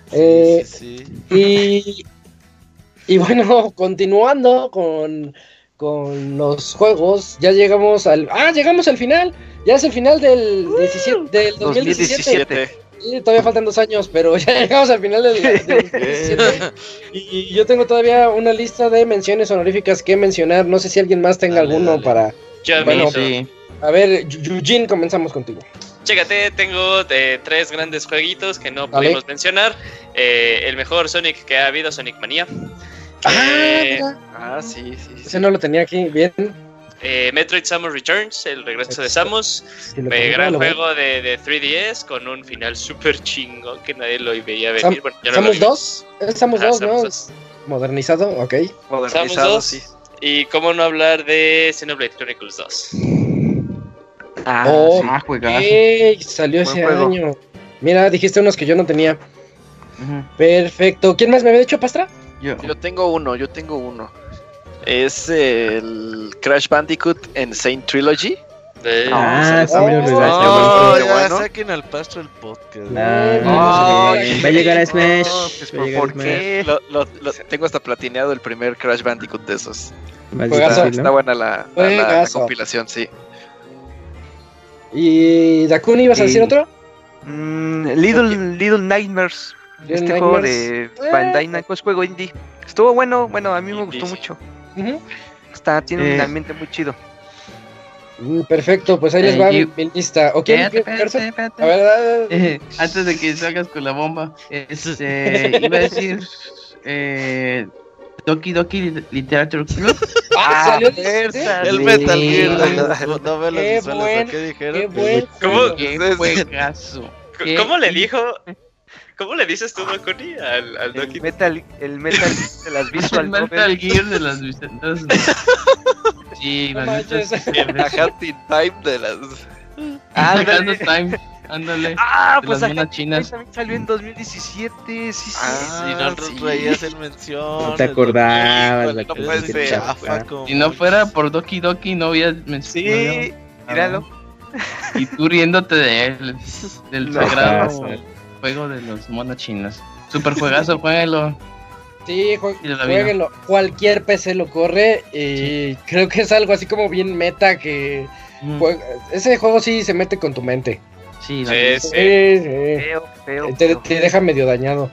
Eh, sí, sí, sí. Y, y bueno, continuando con, con los juegos, ya llegamos al... ¡Ah, llegamos al final! Ya es el final del, diecisiete, del dos mil diecisiete. dos mil diecisiete. Sí, todavía faltan dos años, pero ya llegamos al final del, del dos mil diecisiete. Y yo tengo todavía una lista de menciones honoríficas que mencionar. No sé si alguien más tenga dale, alguno dale. para... Ya bueno, sí. A ver, Eugene, comenzamos contigo. Chécate, tengo eh, tres grandes jueguitos que no pudimos vale. mencionar. Eh, el mejor Sonic que ha habido, Sonic Mania. Eh, ah, ah, sí, sí, sí. Ese no lo tenía aquí, bien. Eh, Metroid Samus Returns, el regreso de Samus. Sí, eh, gran lo juego de, de tres D S con un final súper chingón que nadie lo veía venir. Sam, bueno, yo no Samus dos, es Samus ah, dos, Samus ¿no? dos. Modernizado, ok. Modernizado, Samus dos, sí. Y cómo no hablar de Xenoblade Chronicles dos. Ah, oh, sí, juegazo. Hey, salió Buen ese juego. año. Mira, dijiste unos que yo no tenía. Uh-huh. Perfecto. ¿Quién más me había dicho, Pastra? Yo. Yo tengo uno, yo tengo uno. Es el Crash Bandicoot Insane Trilogy. Eh, ah, sí, oh, oh, oh, ya bueno. Saquen al Pastro el podcast. Ah, oh, oh, va a llegar a Smash. Oh, pues, va a llegar ¿Por Smash. qué? Lo, lo, lo, tengo hasta platineado el primer Crash Bandicoot de esos. Está, ¿no? está buena la, la, la, la compilación, sí. ¿Y Dakuni ibas a decir otro? Mm, Little, Little Nightmares. Little este Nightmares. juego de Bandai Namco es juego indie. Estuvo bueno, bueno, a mí me gustó mucho. Uh-huh. Está, tiene eh. un ambiente muy chido. Mm, perfecto, pues ahí les va eh, mi lista. ¿O quién? Espérate, espérate, espérate. A ver, a ver. Eh, antes de que salgas con la bomba, este, iba a decir eh, Doki Doki Literature Club. Ah, salió el Metal Gear de las novelas visuales. ¿Qué dijeron? Qué buen ¿Cómo? Qué juegazo. ¿Cómo le dijo? ¿Cómo le dices tú, Dokuni, al, al Doki? El Metal, el Metal de las visual El Metal Gear de las visual Sí, no manches. El Hunting Time de las... Ándale. Time. Ándale. Ah, pues las monas chinas. También salió en dos mil diecisiete. Sí, sí. Ah, si no sí. traías en mención. No te acordabas. No puede ser. Si no fuera por Doki Doki, no había mencionado. Sí, no míralo. Y tú riéndote de él. Del no, sagrado pasa. juego de los monos chinos. Super juegazo, jueguelo. Sí, jue- jueguenlo. Cualquier P C lo corre. Y sí. creo que es algo así como bien meta que. Mm. Juega- ese juego sí se mete con tu mente. Sí, sí, sí. sí, sí. Feo, feo, te, feo. te deja medio dañado.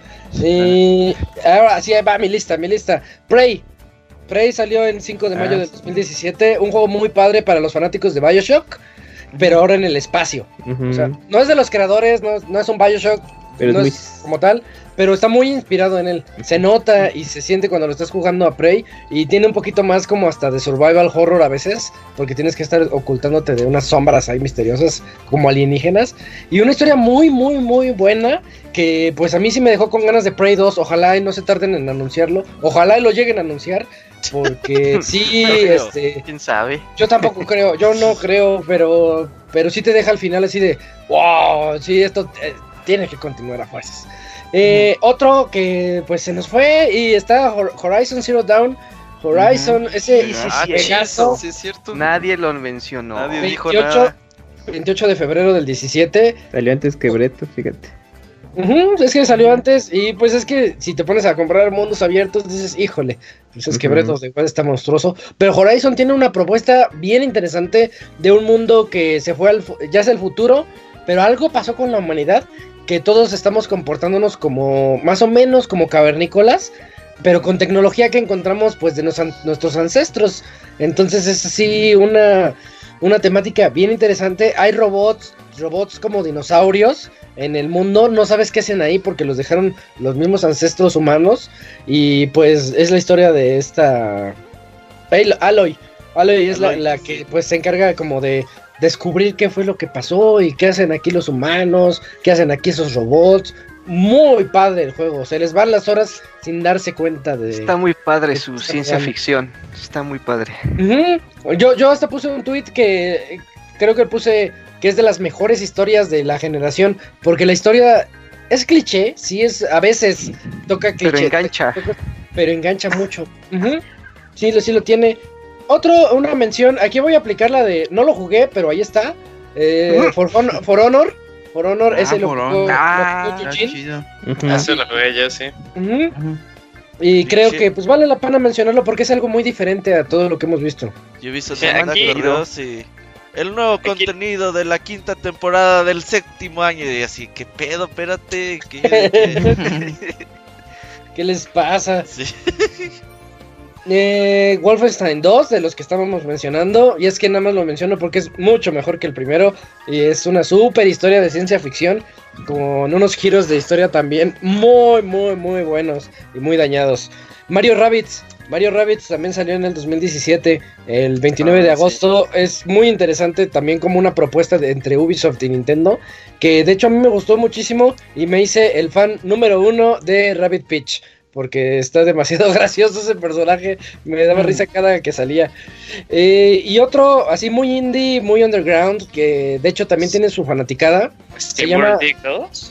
Y ahora sí, va mi lista, mi lista. Prey. Prey salió el cinco de mayo ah, del dos mil diecisiete. Un juego muy padre para los fanáticos de BioShock, pero ahora en el espacio. Uh-huh. O sea, no es de los creadores, no, no es un BioShock, pero no es, muy... es como tal, pero está muy inspirado en él. Se nota y se siente cuando lo estás jugando a Prey. Y tiene un poquito más como hasta de survival horror a veces, porque tienes que estar ocultándote de unas sombras ahí misteriosas como alienígenas. Y una historia muy, muy, muy buena, que pues a mí sí me dejó con ganas de Prey dos. Ojalá y no se tarden en anunciarlo. Ojalá y lo lleguen a anunciar, porque sí, no este... ¿Quién sabe? Yo tampoco creo, yo no creo, pero, pero sí te deja al final así de... ¡Wow! Sí, esto eh, tiene que continuar a fuerzas. Eh, uh-huh. Otro que pues se nos fue y está Horizon Zero Dawn. Horizon, uh-huh. ese sí, sí, pegazo. Sí, es cierto. Nadie lo mencionó. Nadie veintiocho, dijo nada. veintiocho de febrero del diecisiete. Salió antes que Breto, fíjate. Uh-huh, es que salió antes y pues es que si te pones a comprar mundos abiertos dices, híjole, pues es que uh-huh. Breath of the Wild está monstruoso. Pero Horizon tiene una propuesta bien interesante de un mundo que se fue al, ya es el futuro, pero algo pasó con la humanidad, que todos estamos comportándonos como, más o menos como cavernícolas, pero con tecnología que encontramos pues de nos, nuestros ancestros. Entonces es así una, una temática bien interesante. Hay robots, robots como dinosaurios en el mundo, no sabes qué hacen ahí porque los dejaron los mismos ancestros humanos. Y pues es la historia de esta Aloy. Aloy es Aloy, la, la que pues se encarga como de descubrir qué fue lo que pasó y qué hacen aquí los humanos, qué hacen aquí esos robots. Muy padre el juego, se les van las horas sin darse cuenta de... Está muy padre su ciencia ficción, está muy padre. Uh-huh. Yo, yo hasta puse un tweet que creo que puse que es de las mejores historias de la generación, porque la historia es cliché, sí es, a veces toca cliché. Pero engancha. Toca, pero engancha mucho. Uh-huh. Sí, lo, sí lo tiene. Otro, una mención, aquí voy a aplicar la de, no lo jugué, pero ahí está, eh, uh-huh. For, For Honor, For Honor, Ah, ese lo For jugó, Honor. lo Ah, jugó está Yuchin. chido. Ujú. Eso lo jugué yo, sí. Ujú. Y Sí, creo sí. que pues vale la pena mencionarlo porque es algo muy diferente a todo lo que hemos visto. Yo he visto Sí, tremenda aquí- correos y el nuevo Aquí- contenido de la quinta temporada del séptimo año y así, ¿qué pedo? Espérate, que yo- que- ¿Qué les pasa? Sí. Eh, Wolfenstein dos, de los que estábamos mencionando, y es que nada más lo menciono porque es mucho mejor que el primero, y es una super historia de ciencia ficción, con unos giros de historia también muy, muy, muy buenos y muy dañados. Mario Rabbids, Mario Rabbids también salió en el dos mil diecisiete, el veintinueve Ah, de sí. agosto, es muy interesante también como una propuesta de, entre Ubisoft y Nintendo, que de hecho a mí me gustó muchísimo y me hice el fan número uno de Rabbid Peach. Porque está demasiado gracioso ese personaje. Me daba risa cada que salía. Eh, y otro así muy indie, muy underground. Que de hecho también tiene su fanaticada. Steam llama- World Dig dos.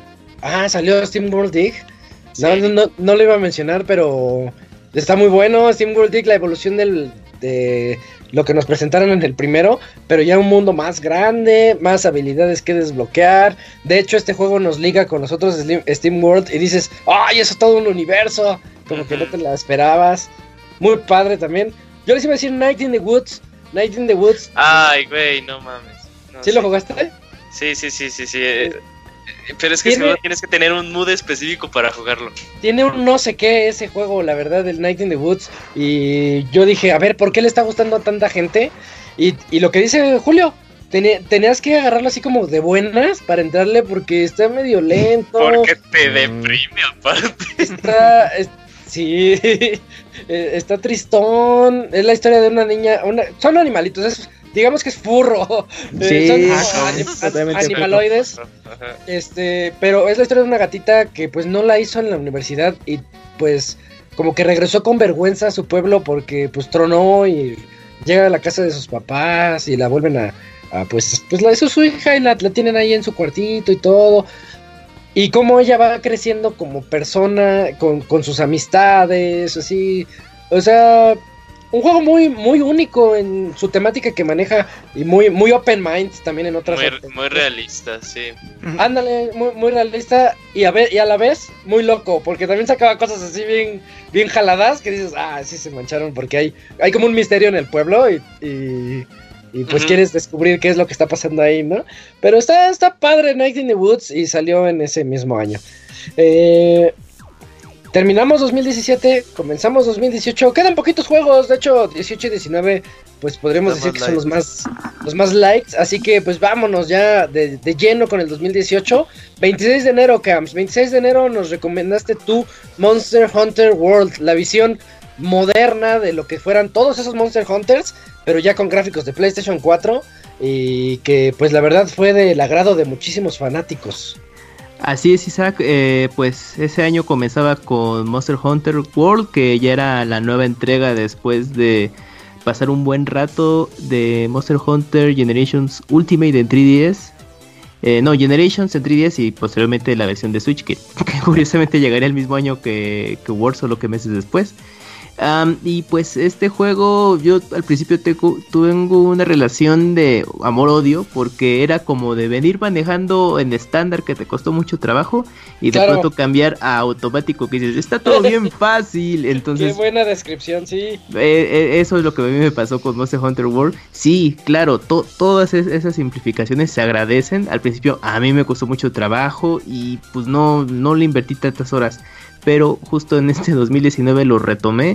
Ah, salió Steam World Dig. Sí. No, no, no, no lo iba a mencionar, pero está muy bueno. Steam World Dig, la evolución del, de lo que nos presentaron en el primero. Pero ya un mundo más grande, más habilidades que desbloquear. De hecho, este juego nos liga con los otros Slim- Steam World. Y dices, ¡ay, eso es todo un universo! Como que no te la esperabas. Muy padre también. Yo les iba a decir Night in the Woods. Night in the Woods. Ay, güey, no mames. No, ¿Sí lo jugaste? Sí, sí, sí, sí, sí. eh, eh, Pero es que Tiene- seguro tienes que tener un mood específico para jugarlo. Tiene un no sé qué ese juego, la verdad, el Night in the Woods. Y yo dije, a ver, ¿por qué le está gustando a tanta gente? Y, y lo que dice Julio, teni- tenías que agarrarlo así como de buenas para entrarle porque está medio lento. Porque te deprime aparte. Está... es- sí, eh, está tristón. Es la historia de una niña... Una, son animalitos, es, digamos que es furro. Eh, Sí, son como ah, anim- totalmente. animaloides. Ajá. Este, pero es la historia de una gatita que pues no la hizo en la universidad y pues como que regresó con vergüenza a su pueblo porque pues tronó y llega a la casa de sus papás y la vuelven a, a, pues, pues la hizo su hija y la, la tienen ahí en su cuartito y todo. Y cómo ella va creciendo como persona, con, con sus amistades, así, o sea, un juego muy, muy único en su temática que maneja y muy, muy open mind también en otras. Muy, muy realista, sí. Ándale, muy, muy realista y a, ver, y a la vez muy loco, porque también sacaba cosas así bien, bien jaladas que dices, ah, sí se mancharon porque hay, hay como un misterio en el pueblo y, y, y pues Ujú. quieres descubrir qué es lo que está pasando ahí, ¿no? Pero está, está padre Night in the Woods y salió en ese mismo año. Eh, terminamos dos mil diecisiete, comenzamos dos mil dieciocho, quedan poquitos juegos, de hecho dieciocho y diecinueve pues podríamos Están decir que más son los más, los más likes, así que pues vámonos ya de, de lleno con el dos mil dieciocho. veintiséis de enero, Camps, veintiséis de enero nos recomendaste tú Monster Hunter World, la visión moderna de lo que fueran todos esos Monster Hunters, pero ya con gráficos de PlayStation cuatro y que pues la verdad fue del agrado de muchísimos fanáticos. Así es, Isaac, eh, pues ese año comenzaba con Monster Hunter World, que ya era la nueva entrega después de pasar un buen rato de Monster Hunter Generations Ultimate en tres D S. Eh, no, Generations en tres D S y posteriormente la versión de Switch, que, que curiosamente llegaría el mismo año que, que World, solo que meses después. Um, y pues este juego yo al principio tengo, tengo una relación de amor-odio porque era como de venir manejando en estándar que te costó mucho trabajo y de Claro. pronto cambiar a automático que dices, está todo bien fácil, Qué entonces buena descripción, sí. eh, eh, eso es lo que a mí me pasó con Monster Hunter World. Sí, claro, to- todas es- esas simplificaciones se agradecen. Al principio a mí me costó mucho trabajo y pues no, no le invertí tantas horas. Pero justo en este dos mil diecinueve lo retomé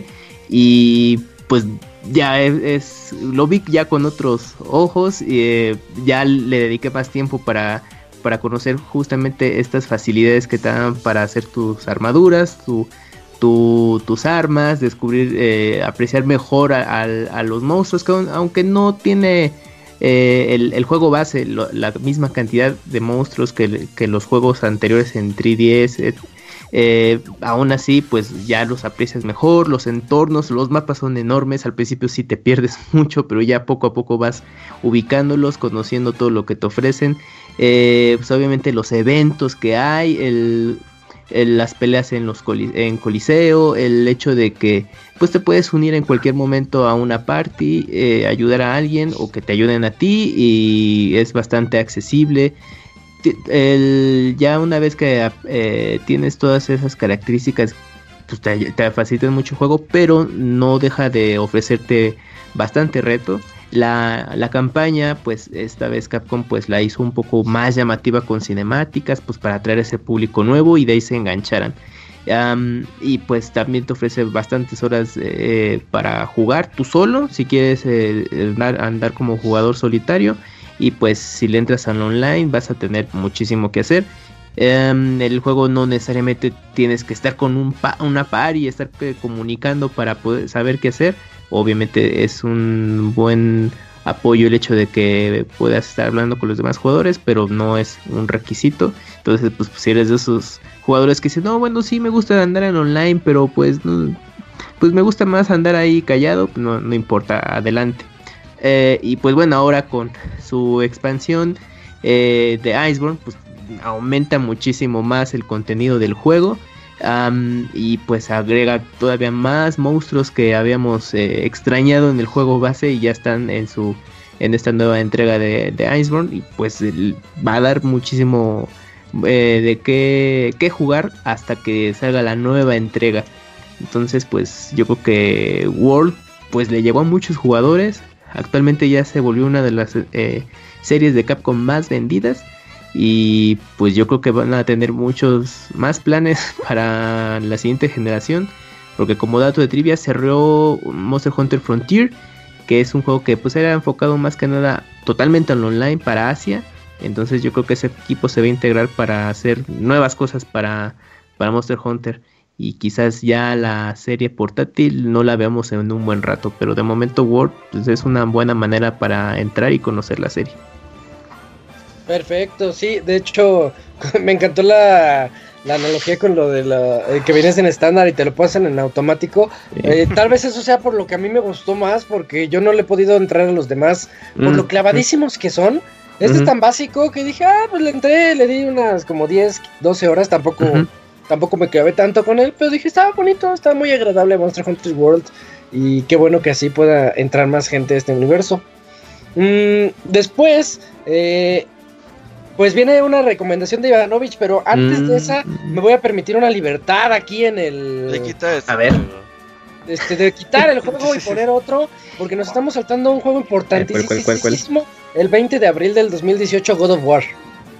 y pues ya es, es- lo vi ya con otros ojos y eh, ya le dediqué más tiempo para, para conocer justamente estas facilidades que te dan para hacer tus armaduras, tu, tu- tus armas, descubrir, eh, apreciar mejor a, a- a los monstruos, que aun- aunque no tiene eh, el, el juego base lo- la misma cantidad de monstruos que, que los juegos anteriores en tres D S, eh, eh, aún así pues ya los aprecias mejor, los entornos, los mapas son enormes, al principio sí te pierdes mucho, pero ya poco a poco vas ubicándolos, conociendo todo lo que te ofrecen, eh, pues obviamente los eventos que hay, el, el- las peleas en los coli- en coliseo, el hecho de que pues te puedes unir en cualquier momento a una party, eh, ayudar a alguien o que te ayuden a ti y es bastante accesible. el, ya una vez que eh, tienes todas esas características, pues te, te facilitan mucho el juego, pero no deja de ofrecerte bastante reto. La, la campaña, pues esta vez Capcom pues la hizo un poco más llamativa con cinemáticas, pues para atraer a ese público nuevo y de ahí se engancharan. Um, y pues también te ofrece bastantes horas eh, para jugar tú solo, si quieres eh, andar, andar como jugador solitario. Y pues si le entras al online vas a tener muchísimo que hacer. Um, el juego no necesariamente tienes que estar con un pa una par y estar eh, comunicando para poder saber qué hacer. Obviamente es un buen apoyo el hecho de que puedas estar hablando con los demás jugadores, pero no es un requisito. Entonces pues si eres de esos jugadores que dicen, no, bueno, sí me gusta andar en online, pero pues no, pues me gusta más andar ahí callado, pues no, no importa, adelante. Eh, y pues bueno, ahora con su expansión eh, de Iceborne, pues aumenta muchísimo más el contenido del juego. Um, y pues agrega todavía más monstruos que habíamos eh, extrañado en el juego base y ya están en su en esta nueva entrega de, de Iceborne. Y pues el, va a dar muchísimo eh, de qué, qué jugar hasta que salga la nueva entrega. Entonces pues yo creo que World pues le llegó a muchos jugadores. Actualmente ya se volvió una de las eh, series de Capcom más vendidas. Y pues yo creo que van a tener muchos más planes para la siguiente generación. Porque como dato de trivia, cerró Monster Hunter Frontier, que es un juego que pues era enfocado más que nada totalmente al online para Asia. Entonces yo creo que ese equipo se va a integrar para hacer nuevas cosas para, para Monster Hunter. Y quizás ya la serie portátil no la veamos en un buen rato. Pero de momento World pues, es una buena manera para entrar y conocer la serie. Perfecto, sí, de hecho me encantó la, la analogía con lo de la eh, que vienes en estándar y te lo pasan en automático. Eh, tal vez eso sea por lo que a mí me gustó más, porque yo no le he podido entrar a los demás por mm. lo clavadísimos que son. Este uh-huh. es tan básico que dije, ah, pues le entré, le di unas como diez, doce horas, tampoco, uh-huh. tampoco me clavé tanto con él, pero dije, estaba bonito, estaba muy agradable Monster Hunter World, y qué bueno que así pueda entrar más gente a este universo. Mm, después, eh... pues viene una recomendación de Ivanovich, pero antes mm. de esa me voy a permitir una libertad aquí en el... Le quita eso. A ver. Este, de quitar el juego y poner otro, porque nos estamos saltando un juego importantísimo. ¿Cuál, cuál, cuál, cuál? El veinte de abril del dos mil dieciocho, God of War.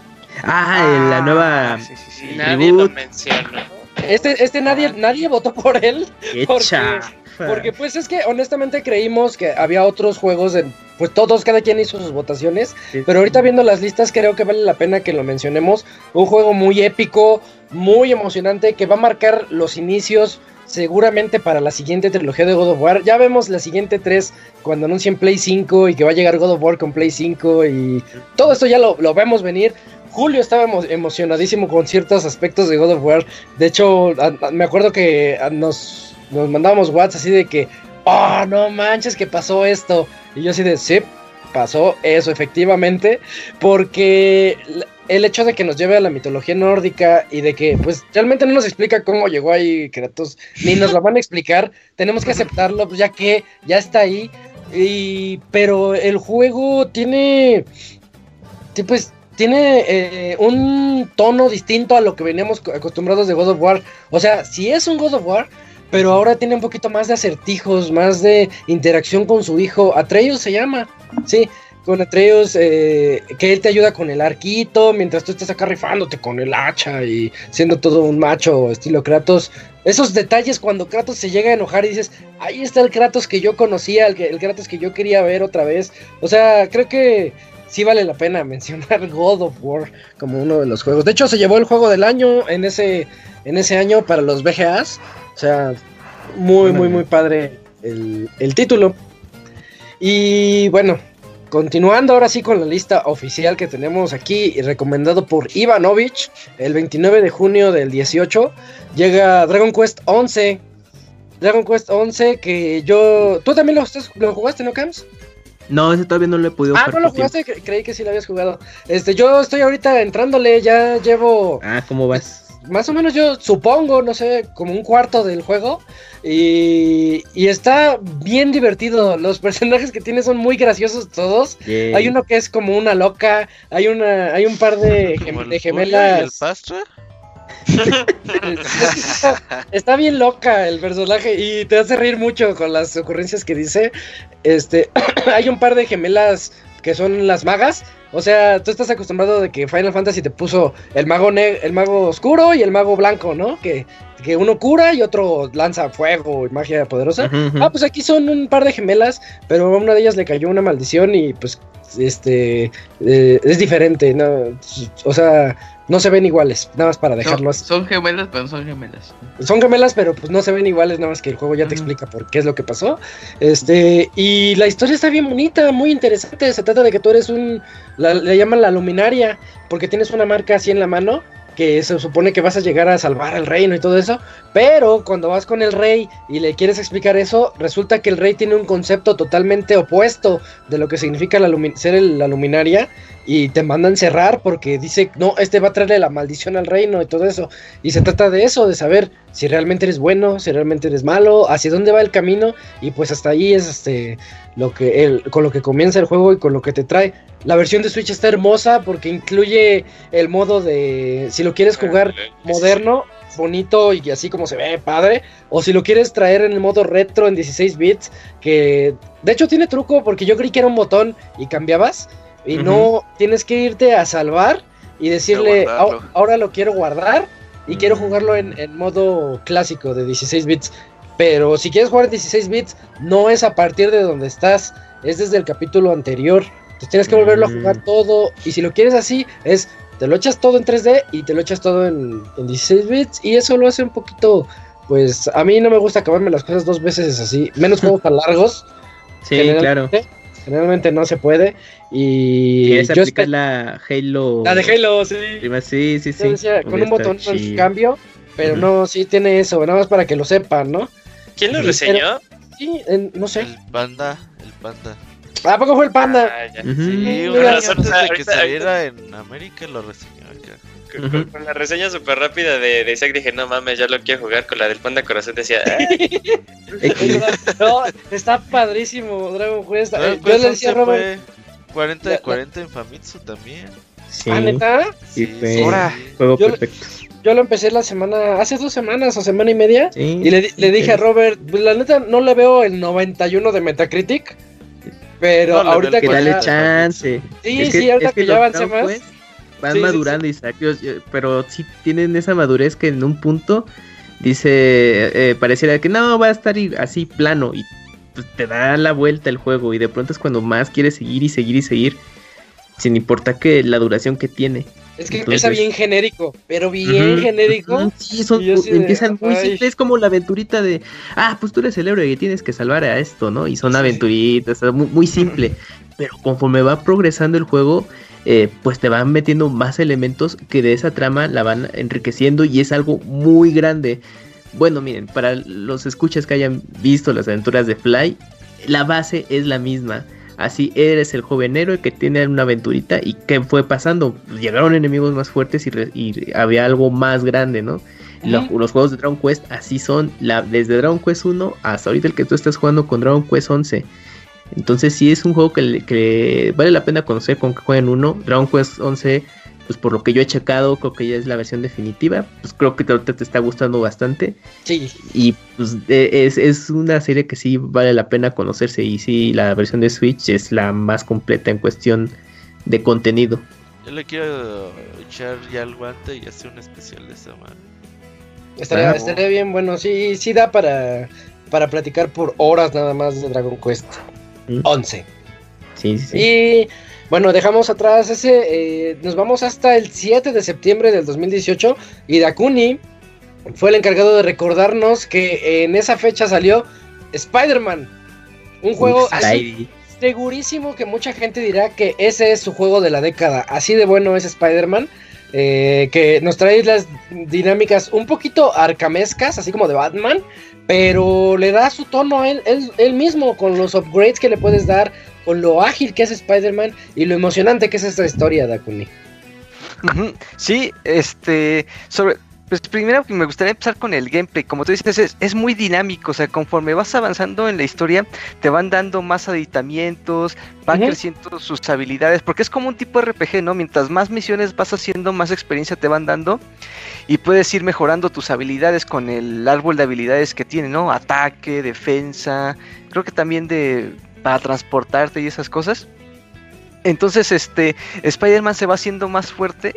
Ah, ah la nueva... Sí, sí, sí. Nadie lo mencionó. Este, este nadie, nadie votó por él. Porque, porque pues es que honestamente creímos que había otros juegos en... Pues todos, cada quien hizo sus votaciones, sí, pero ahorita viendo las listas creo que vale la pena que lo mencionemos. Un juego muy épico, muy emocionante, que va a marcar los inicios seguramente para la siguiente trilogía de God of War. Ya vemos la siguiente tres cuando anuncien Play cinco y que va a llegar God of War con Play cinco y todo esto ya lo, lo vemos venir. Julio estaba emo emocionadísimo con ciertos aspectos de God of War. De hecho, a, a, me acuerdo que a, nos, nos mandábamos WhatsApp así de que, oh, no manches que pasó esto. Y yo así de, sí, pasó eso efectivamente, porque el hecho de que nos lleve a la mitología nórdica y de que pues realmente no nos explica cómo llegó ahí Kratos, ni nos lo van a explicar, tenemos que aceptarlo, pues ya que ya está ahí, y pero el juego tiene, pues tiene eh, un tono distinto a lo que veníamos acostumbrados de God of War. O sea, si es un God of War, pero ahora tiene un poquito más de acertijos, más de interacción con su hijo. Atreus se llama, sí, con Atreus, eh, que él te ayuda con el arquito, mientras tú estás acá rifándote con el hacha y siendo todo un macho estilo Kratos. Esos detalles cuando Kratos se llega a enojar y dices, ahí está el Kratos que yo conocía, el, el Kratos que yo quería ver otra vez. O sea, creo que sí vale la pena mencionar God of War como uno de los juegos. De hecho, se llevó el juego del año en ese, en ese año para los V G As. O sea, muy, muy, muy padre el, el título. Y bueno, continuando ahora sí con la lista oficial que tenemos aquí, y recomendado por Ivanovich, el veintinueve de junio del dieciocho, llega Dragon Quest once. Dragon Quest once, que yo... ¿Tú también lo, lo jugaste, no, Cams? No, ese todavía no lo he podido jugar. Ah, ¿no lo jugaste? Cre creí que sí lo habías jugado. Este, yo estoy ahorita entrándole, ya llevo... Ah, ¿cómo vas? más o menos yo supongo, no sé, como un cuarto del juego. Y, y está bien divertido. Los personajes que tiene son muy graciosos todos. Yeah. Hay uno que es como una loca. Hay una, hay un par de, gem, de gemelas. ¿Y el pastor? está, está bien loca el personaje y te hace reír mucho con las ocurrencias que dice. Este, hay un par de gemelas que son las magas. O sea, tú estás acostumbrado de que Final Fantasy te puso el mago ne- el mago oscuro y el mago blanco, ¿no? Que, que uno cura y otro lanza fuego y magia poderosa. Uh-huh, uh-huh. Ah, pues aquí son un par de gemelas, pero a una de ellas le cayó una maldición y pues este eh, es diferente, ¿no? O sea, no se ven iguales, nada más para dejarlo así. Son, son gemelas, pero no son gemelas. Son gemelas, pero pues no se ven iguales, nada más que el juego ya te uh-huh. explica por qué es lo que pasó. Este, y la historia está bien bonita, muy interesante. Se trata de que tú eres un, la, le llaman la luminaria, porque tienes una marca así en la mano, que se supone que vas a llegar a salvar al reino y todo eso, pero cuando vas con el rey y le quieres explicar eso, resulta que el rey tiene un concepto totalmente opuesto de lo que significa la lumi- ser el, la luminaria, y te mandan cerrar porque dice, no, este va a traerle la maldición al reino y todo eso, y se trata de eso, de saber si realmente eres bueno, si realmente eres malo, hacia dónde va el camino, y pues hasta ahí es este lo que el, con lo que comienza el juego y con lo que te trae. La versión de Switch está hermosa porque incluye el modo de, si lo quieres jugar moderno, bonito y así como se ve, padre, o si lo quieres traer en el modo retro en dieciséis bits, que de hecho tiene truco porque yo creí que era un botón y cambiabas, y uh-huh. no, tienes que irte a salvar y decirle, ahora lo quiero guardar y uh-huh. quiero jugarlo en, en modo clásico de dieciséis bits. Pero si quieres jugar en dieciséis bits, no es a partir de donde estás, es desde el capítulo anterior. Entonces tienes que volverlo a jugar todo. Y si lo quieres así, es te lo echas todo en tres D y te lo echas todo en, en dieciséis bits. Y eso lo hace un poquito, pues a mí no me gusta acabarme las cosas dos veces así. Menos juegos tan largos. Sí, claro. Generalmente no se puede. Y esa yo aplica la Halo. La de Halo, sí. Prima, sí, sí, sí. Decía, con un botón en cambio. Pero uh-huh. no, sí tiene eso, nada más para que lo sepan, ¿no? ¿Quién lo reseñó? Sí, en, no sé. El panda, el panda. ¿A poco fue el panda? Ah, ya. Uh-huh. Sí, una vez antes de que saliera en América lo reseñó acá. Con, uh-huh. con la reseña súper rápida de, de Isaac dije, no mames, ya lo quiero jugar. Con la del Panda Corazón decía, ¿eh? No, está padrísimo Dragon Quest. Dragon eh, Quest yo le decía a Robert cuarenta de cuarenta en Famitsu también. Sí. ¿Ah, neta? Sí, sí. Ahora, juego yo, perfecto. Yo lo empecé la semana, hace dos semanas o semana y media, sí, y le, le dije sí. a Robert, pues la neta no le veo el noventa y uno de Metacritic, pero no, ahorita que que dale ya... chance. Sí, es que, sí, ahorita es que, que ya avancé más. Pues, van sí, madurando, sí, sí. Isaac, yo, yo, pero sí tienen esa madurez que en un punto dice, eh, pareciera que no, va a estar así plano, y pues, te da la vuelta el juego, y de pronto es cuando más quieres seguir y seguir y seguir, sin importar que la duración que tiene. Es que Entonces, empieza bien genérico, pero bien uh-huh, genérico. Uh-huh, sí, son, empiezan de, muy simples, es como la aventurita de, ah, pues tú eres el héroe y tienes que salvar a esto, ¿no? Y son sí. aventuritas, muy, muy simple. Pero conforme va progresando el juego, eh, pues te van metiendo más elementos que de esa trama la van enriqueciendo y es algo muy grande. Bueno, miren, para los escuchas que hayan visto las aventuras de Fly, la base es la misma. Así eres el joven héroe que tiene una aventurita y ¿qué fue pasando? Llegaron enemigos más fuertes y, re, y había algo más grande, ¿no? ¿Eh? Los, los juegos de Dragon Quest así son, la, desde Dragon Quest uno hasta ahorita el que tú estás jugando con Dragon Quest once. Entonces sí es un juego que, que vale la pena conocer con que jueguen uno. Dragon Quest once, pues por lo que yo he checado, creo que ya es la versión definitiva. Pues creo que te, te está gustando bastante. Sí. Y pues es, es una serie que sí vale la pena conocerse. Y sí, la versión de Switch es la más completa en cuestión de contenido. Yo le quiero echar ya el guante y hacer un especial de esa manera. Estaría, estaría bien, bueno, sí, sí da para, para platicar por horas nada más de Dragon Quest ¿Mm? once. Sí, sí, sí. Y bueno, dejamos atrás ese, eh, nos vamos hasta el siete de septiembre del dos mil dieciocho y Dakuni fue el encargado de recordarnos que en esa fecha salió Spider-Man, un juego así, segurísimo que mucha gente dirá que ese es su juego de la década, así de bueno es Spider-Man, eh, que nos trae las dinámicas un poquito arcamescas, así como de Batman, pero le da su tono a él, él, él mismo, con los upgrades que le puedes dar, con lo ágil que es Spider-Man y lo emocionante que es esta historia, Dakuni. Uh-huh. Sí, este, sobre, Pues primero me gustaría empezar con el gameplay. Como tú dices, es, es muy dinámico. O sea, conforme vas avanzando en la historia, te van dando más aditamientos, van uh-huh. creciendo sus habilidades. Porque es como un tipo R P G, ¿no? Mientras más misiones vas haciendo, más experiencia te van dando. Y puedes ir mejorando tus habilidades con el árbol de habilidades que tiene, ¿no? Ataque, defensa, creo que también de para transportarte y esas cosas. Entonces, este, Spider-Man se va haciendo más fuerte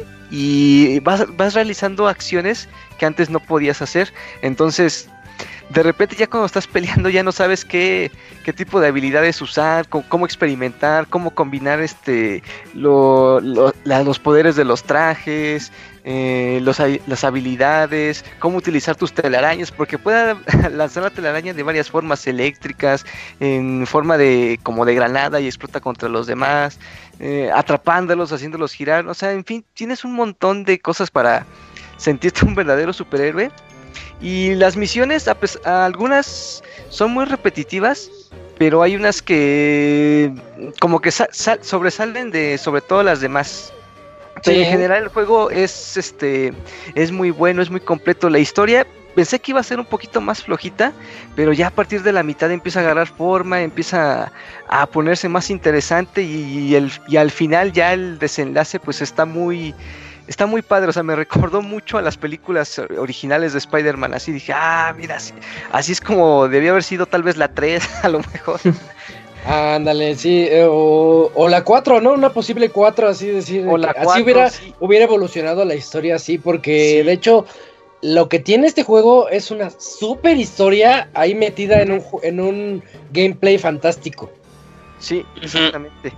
y vas, vas realizando acciones que antes no podías hacer. Entonces, de repente ya cuando estás peleando ya no sabes qué, qué tipo de habilidades usar, cómo, cómo experimentar, cómo combinar este, lo, lo, la, los poderes de los trajes, eh, los, las habilidades, cómo utilizar tus telarañas, porque puedes lanzar la telaraña de varias formas, eléctricas, en forma de como de granada y explota contra los demás, eh, atrapándolos, haciéndolos girar, o sea, en fin, tienes un montón de cosas para sentirte un verdadero superhéroe. Y las misiones, a pes- a algunas son muy repetitivas, pero hay unas que como que sa- sal- sobresalen de sobre todo las demás. Pero sí. En general el juego es este es muy bueno, es muy completo. La historia pensé que iba a ser un poquito más flojita, pero ya a partir de la mitad empieza a agarrar forma, empieza a ponerse más interesante y, y, el, y al final ya el desenlace pues está muy... Está muy padre, o sea, me recordó mucho a las películas originales de Spider-Man, así dije, ah, mira, así, así es como debía haber sido tal vez la tres, a lo mejor. Ándale, sí, eh, o, o la cuatro, ¿no? Una posible cuatro, así decir, o la así cuatro, hubiera, sí. hubiera evolucionado la historia así, porque sí. De hecho, lo que tiene este juego es una super historia ahí metida en un, en un gameplay fantástico. Sí, exactamente.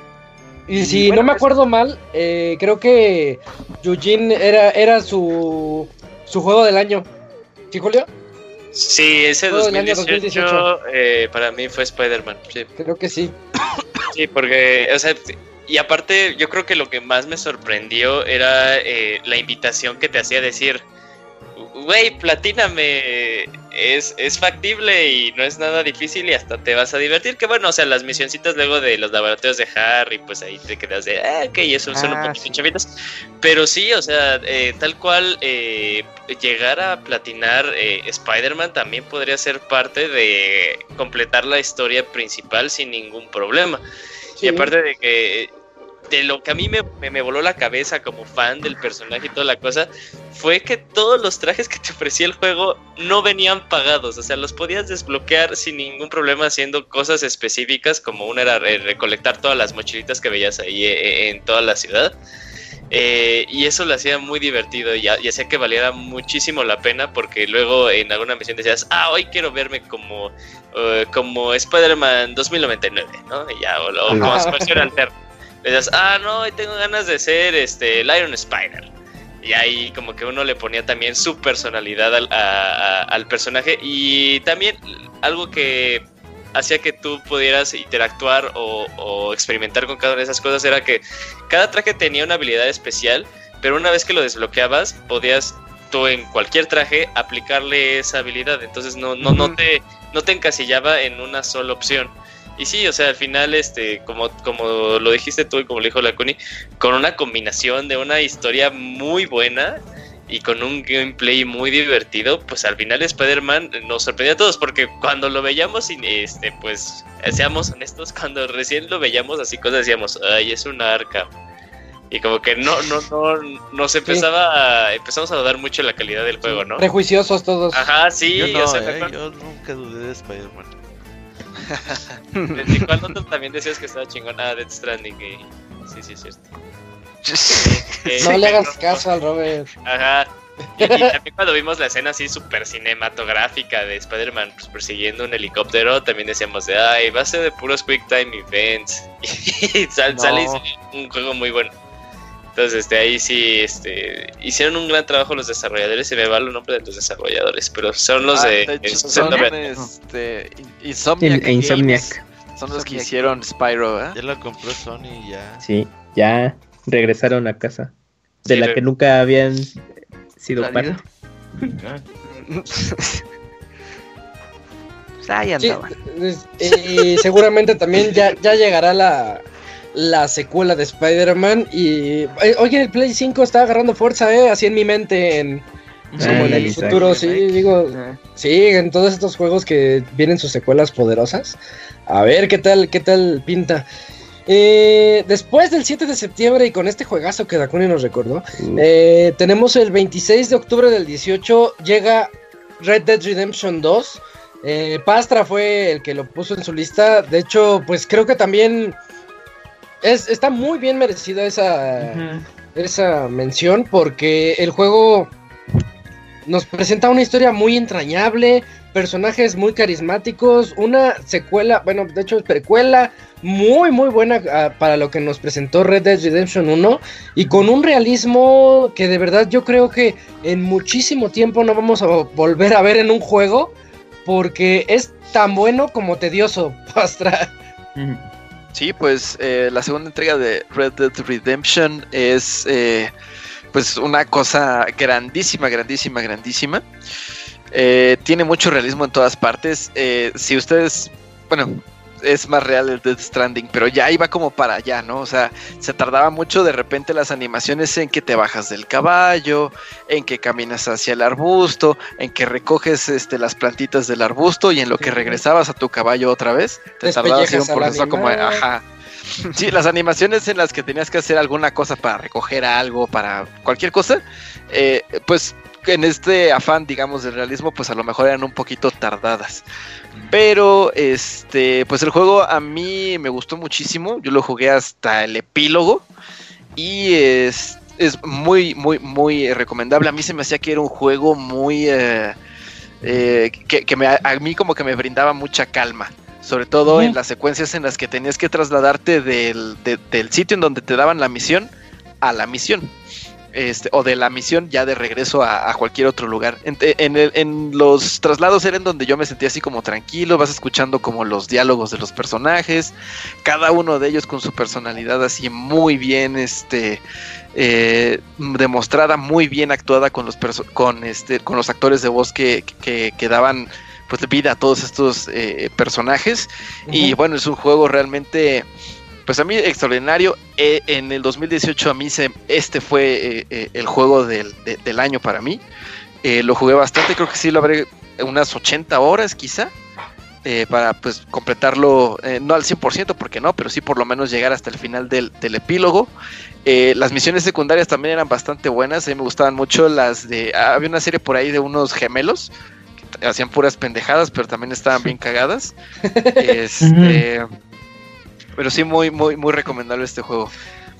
Y si bueno, no me acuerdo mal, eh, creo que Eugene era, era su, su juego del año. ¿Sí, Julio? Sí, ese dos mil dieciocho, dos mil dieciocho. Eh, para mí fue Spider-Man. Sí. Creo que sí. Sí, porque, o sea, y aparte yo creo que lo que más me sorprendió era eh, la invitación que te hacía decir, güey, platíname, es, es factible y no es nada difícil y hasta te vas a divertir. Que bueno, o sea, las misioncitas luego de los laboratorios de Harry, pues ahí te quedas de, ah, ok, eso son ah, un poquito sí. chavitas. Pero sí, o sea, eh, tal cual, eh, llegar a platinar eh, Spider-Man también podría ser parte de completar la historia principal sin ningún problema. Sí. Y aparte de que... de lo que a mí me, me, me voló la cabeza como fan del personaje y toda la cosa, fue que todos los trajes que te ofrecía el juego no venían pagados, o sea, los podías desbloquear sin ningún problema haciendo cosas específicas, como una era re- recolectar todas las mochilitas que veías ahí eh, en toda la ciudad, eh, y eso lo hacía muy divertido y, y hacía que valiera muchísimo la pena, porque luego en alguna misión decías, ah, hoy quiero verme como, uh, como Spider-Man dos mil noventa y nueve, ¿no? Y ya, o, o como su versión alterna. Le das, ah, no, hoy tengo ganas de ser este, el Iron Spider. Y ahí como que uno le ponía también su personalidad al, a, a, al personaje. Y también algo que hacía que tú pudieras interactuar o, o experimentar con cada una de esas cosas era que cada traje tenía una habilidad especial, pero una vez que lo desbloqueabas, podías tú en cualquier traje aplicarle esa habilidad. Entonces no, no, no, te, no te encasillaba en una sola opción. Y sí, o sea, al final, este, como, como lo dijiste tú y como lo dijo la Kuni, con una combinación de una historia muy buena y con un gameplay muy divertido, pues al final Spider-Man nos sorprendió a todos, porque cuando lo veíamos, este, pues, seamos honestos, cuando recién lo veíamos así cosas decíamos, ay, es un arca. Y como que no, no, no, nos empezaba a, empezamos a dudar mucho de la calidad del juego, ¿no? Prejuiciosos todos. Ajá, sí. Yo no, o sea, eh, yo nunca dudé de Spider-Man. ¿Desde cuándo también decías que estaba chingón? Ah, Death Stranding. Y... sí, sí, es cierto. eh, no eh, le hagas no, caso al Robert. Ajá. Y, y también cuando vimos la escena así súper cinematográfica de Spider-Man pues, persiguiendo un helicóptero, también decíamos de, ay, va a ser de puros Quick Time Events. Y sal, no. sale un juego muy bueno. Entonces, este, ahí sí, este, hicieron un gran trabajo los desarrolladores, se me va el nombre de los desarrolladores, pero son los ah, de, de hecho, son este, Insomniac, e Insomniac. Son los que hicieron Spyro, ¿eh? Ya lo compró Sony y ya. Sí, ya regresaron a casa, de sí, la pero... que nunca habían sido parte. Ahí andaban. Sí, y seguramente también ya, ya llegará la... la secuela de Spider-Man y... Oye, el Play cinco está agarrando fuerza, ¿eh? Así en mi mente, en, Sí, como en el futuro, sí, digo, sí, en todos estos juegos que vienen sus secuelas poderosas. A ver qué tal, qué tal pinta. Eh, después del siete de septiembre y con este juegazo que Dakuni nos recordó, uh. eh, tenemos el veintiséis de octubre del dieciocho, llega Red Dead Redemption dos. Eh, Pastra fue el que lo puso en su lista. De hecho, pues creo que también es, está muy bien merecida esa, uh-huh. esa mención, porque el juego nos presenta una historia muy entrañable, personajes muy carismáticos, una secuela, bueno, de hecho es precuela muy muy buena uh, para lo que nos presentó Red Dead Redemption uno, y con un realismo que de verdad yo creo que en muchísimo tiempo no vamos a volver a ver en un juego, porque es tan bueno como tedioso, Pastra. Sí, pues eh, la segunda entrega de Red Dead Redemption es eh, pues una cosa grandísima, grandísima, grandísima. Eh, tiene mucho realismo en todas partes. Eh, si ustedes, bueno, es más real el Death Stranding, pero ya iba como para allá, ¿no? O sea, se tardaba mucho de repente las animaciones en que te bajas del caballo, en que caminas hacia el arbusto, en que recoges este, las plantitas del arbusto y en lo que regresabas a tu caballo otra vez. Te tardabas en un proceso como, ajá. Sí, las animaciones en las que tenías que hacer alguna cosa para recoger algo, para cualquier cosa, eh, pues en este afán, digamos, del realismo, pues a lo mejor eran un poquito tardadas. Pero, este, pues el juego a mí me gustó muchísimo. Yo lo jugué hasta el epílogo y es, es muy, muy, muy recomendable. A mí se me hacía que era un juego muy, eh, eh, que, que me, a mí como que me brindaba mucha calma. Sobre todo uh-huh. en las secuencias en las que tenías que trasladarte del, de, del sitio en donde te daban la misión a la misión. Este, o de la misión ya de regreso a, a cualquier otro lugar. En, en, el, en los traslados eran donde yo me sentía así como tranquilo, vas escuchando como los diálogos de los personajes, cada uno de ellos con su personalidad así muy bien este, eh, demostrada, muy bien actuada con los, perso- con, este, con los actores de voz que, que, que daban pues vida a todos estos eh, personajes. Uh-huh. Y bueno, es un juego realmente... Pues a mí extraordinario. Eh, en el dos mil dieciocho a mí se, este fue eh, eh, el juego del, de, del año para mí. Eh, lo jugué bastante, creo que sí lo habré unas ochenta horas quizá. Eh, para pues completarlo, eh, no al cien por ciento porque no, pero sí por lo menos llegar hasta el final del, del epílogo. Eh, las misiones secundarias también eran bastante buenas, a mí me gustaban mucho las de... Ah, había una serie por ahí de unos gemelos que hacían puras pendejadas, pero también estaban bien cagadas. Este... Pero sí, muy, muy, muy recomendable este juego.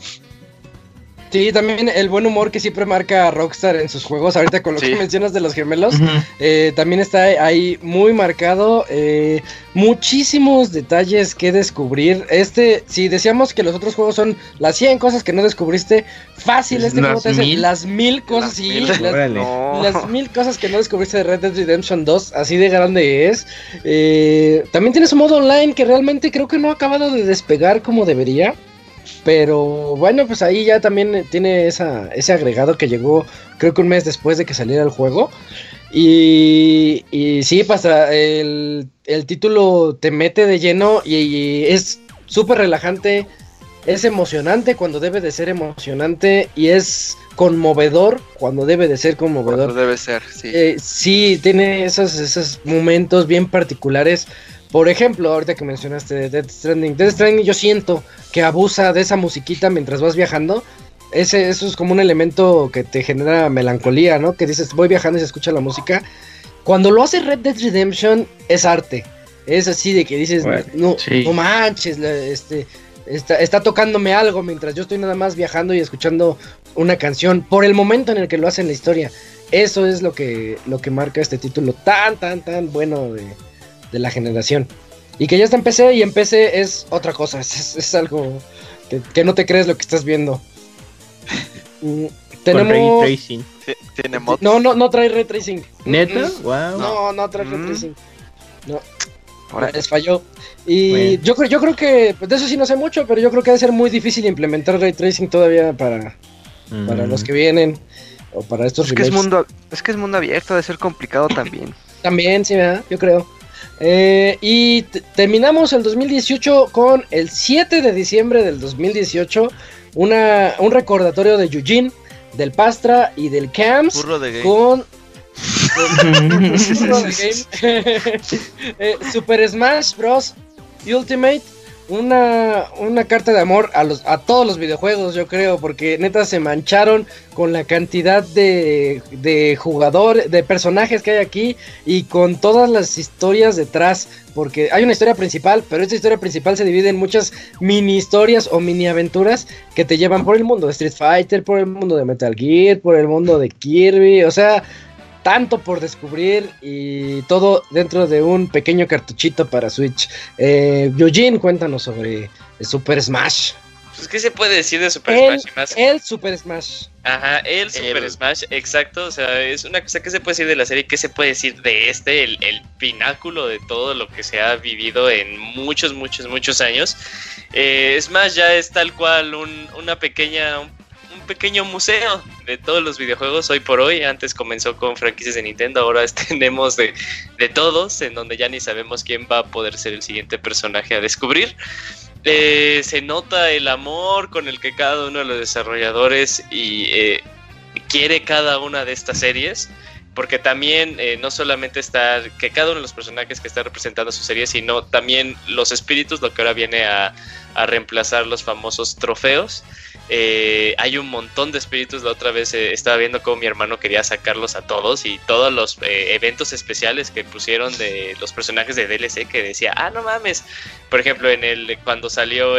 Sí, también el buen humor que siempre marca a Rockstar en sus juegos. Ahorita con lo sí. que mencionas de los gemelos, uh-huh. eh, también está ahí muy marcado. Eh, muchísimos detalles que descubrir. Este, si decíamos que los otros juegos son las cien cosas que no descubriste, fácil este juego te hace las mil cosas, las, sí, mil. Las, no. las mil cosas que no descubriste de Red Dead Redemption dos, así de grande es. Eh, también tiene su modo online que realmente creo que no ha acabado de despegar como debería. Pero bueno, pues ahí ya también tiene esa, ese agregado que llegó creo que un mes después de que saliera el juego. Y, y sí, pasa, el, el título te mete de lleno y, y es súper relajante, es emocionante cuando debe de ser emocionante y es conmovedor cuando debe de ser conmovedor. Cuando debe ser, sí. Eh, sí, tiene esos, esos momentos bien particulares. Por ejemplo, ahorita que mencionaste de Death Stranding, Death Stranding yo siento que abusa de esa musiquita mientras vas viajando. Ese, eso es como un elemento que te genera melancolía, ¿no? Que dices, voy viajando y se escucha la música. Cuando lo hace Red Dead Redemption es arte. Es así de que dices, bueno, no, sí. no manches, este, está, está tocándome algo mientras yo estoy nada más viajando y escuchando una canción por el momento en el que lo hace en la historia. Eso es lo que, lo que marca este título tan, tan, tan bueno de... de la generación, y que ya está en P C, y en P C es otra cosa, es, es algo que, que no te crees lo que estás viendo. mm, tenemos Con ray tracing. ¿Tiene mods? No, no, no trae ray tracing. ¿Neta? Mm, wow. No, no trae mm. ray tracing. No, Ahora. les falló. Y bueno. yo creo, yo creo que, pues de eso sí no sé mucho, pero yo creo que debe ser muy difícil implementar ray tracing todavía para, mm. para los que vienen, o para estos es que es mundo, es que es mundo abierto, debe ser complicado también. También, sí, ¿verdad? Yo creo. Eh, y t- terminamos el dos mil dieciocho con el siete de diciembre del dos mil dieciocho, una, un recordatorio de Eugene, del Pastra y del Camps Burro de gay. con eh, Super Smash Bros. Ultimate, una, una carta de amor a los a todos los videojuegos, yo creo, porque neta se mancharon con la cantidad de, de jugadores, de personajes que hay aquí y con todas las historias detrás, porque hay una historia principal, pero esta historia principal se divide en muchas mini historias o mini aventuras que te llevan por el mundo de Street Fighter, por el mundo de Metal Gear, por el mundo de Kirby, o sea, tanto por descubrir y todo dentro de un pequeño cartuchito para Switch. Eh, Eugene, cuéntanos sobre Super Smash. Pues, ¿qué se puede decir de Super el, Smash? Y más? El Super Smash. Ajá, el Super el... Smash, exacto. O sea, es una cosa que se puede decir de la serie, ¿qué se puede decir de este? El, el pináculo de todo lo que se ha vivido en muchos, muchos, muchos años. Eh, Smash ya es tal cual un, una pequeña... Un, un pequeño museo de todos los videojuegos hoy por hoy. Antes comenzó con franquicias de Nintendo, ahora tenemos de, de todos, en donde ya ni sabemos quién va a poder ser el siguiente personaje a descubrir. Eh, se nota el amor con el que cada uno de los desarrolladores y, eh, quiere cada una de estas series, porque también eh, no solamente está que cada uno de los personajes que está representando su serie, sino también los espíritus, lo que ahora viene a, a reemplazar los famosos trofeos. Eh, hay un montón de espíritus. La otra vez eh, estaba viendo cómo mi hermano quería sacarlos a todos y todos los eh, eventos especiales que pusieron de los personajes de D L C, que decía, ah, no mames, por ejemplo, en el cuando salió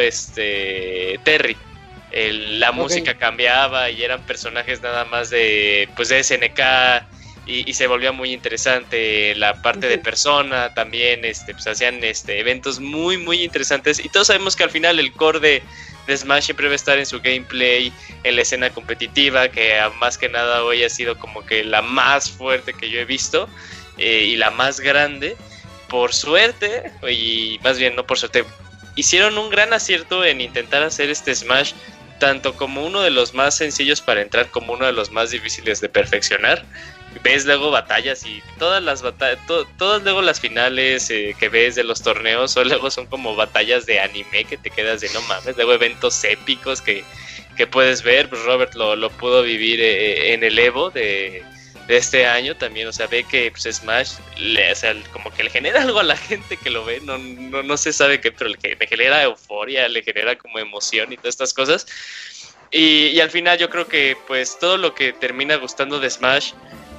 este Terry, el, la okay. música cambiaba y eran personajes nada más de pues de S N K. Y, y se volvía muy interesante la parte de Persona también, este, pues hacían este, eventos muy muy interesantes, y todos sabemos que al final el core de, de Smash siempre va a estar en su gameplay, en la escena competitiva, que más que nada hoy ha sido como que la más fuerte que yo he visto, eh, y la más grande, por suerte, y más bien no por suerte, hicieron un gran acierto en intentar hacer este Smash tanto como uno de los más sencillos para entrar como uno de los más difíciles de perfeccionar. Ves luego batallas y todas las batallas, to- todas luego las finales eh, que ves de los torneos, o luego son como batallas de anime que te quedas de no mames, luego eventos épicos que, que puedes ver. Pues Robert lo, lo pudo vivir eh, en el Evo de, de este año también, o sea, ve que pues, Smash, le, o sea, como que le genera algo a la gente que lo ve, no, no, no se sabe qué, pero le, le genera euforia, le genera como emoción y todas estas cosas. Y, y al final yo creo que pues todo lo que termina gustando de Smash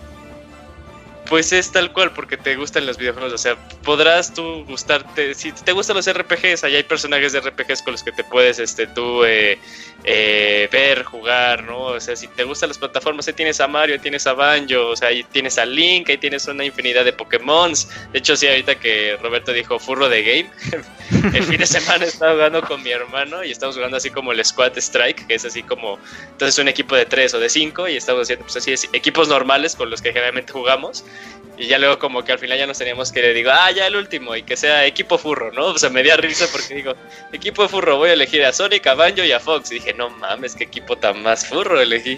pues es tal cual, porque te gustan los videojuegos. O sea, podrás tú gustarte, si te gustan los R P Gs, ahí hay personajes de R P Gs con los que te puedes este tú eh, eh, ver, jugar, ¿no? O sea, si te gustan las plataformas, ahí tienes a Mario, ahí tienes a Banjo, o sea, ahí tienes a Link, ahí tienes una infinidad de Pokémons. De hecho, sí, ahorita que Roberto dijo furro de game, el fin de semana estaba jugando con mi hermano y estamos jugando así como el Squad Strike, que es así como, entonces un equipo de tres o de cinco, y estamos haciendo pues así, equipos normales con los que generalmente jugamos. Y ya luego como que al final ya nos teníamos que le digo, ah, ya el último, y que sea equipo furro, ¿no? O sea, me dio risa porque digo, equipo furro, voy a elegir a Sonic, a Banjo y a Fox. Y dije, no mames, qué equipo tan más furro elegí.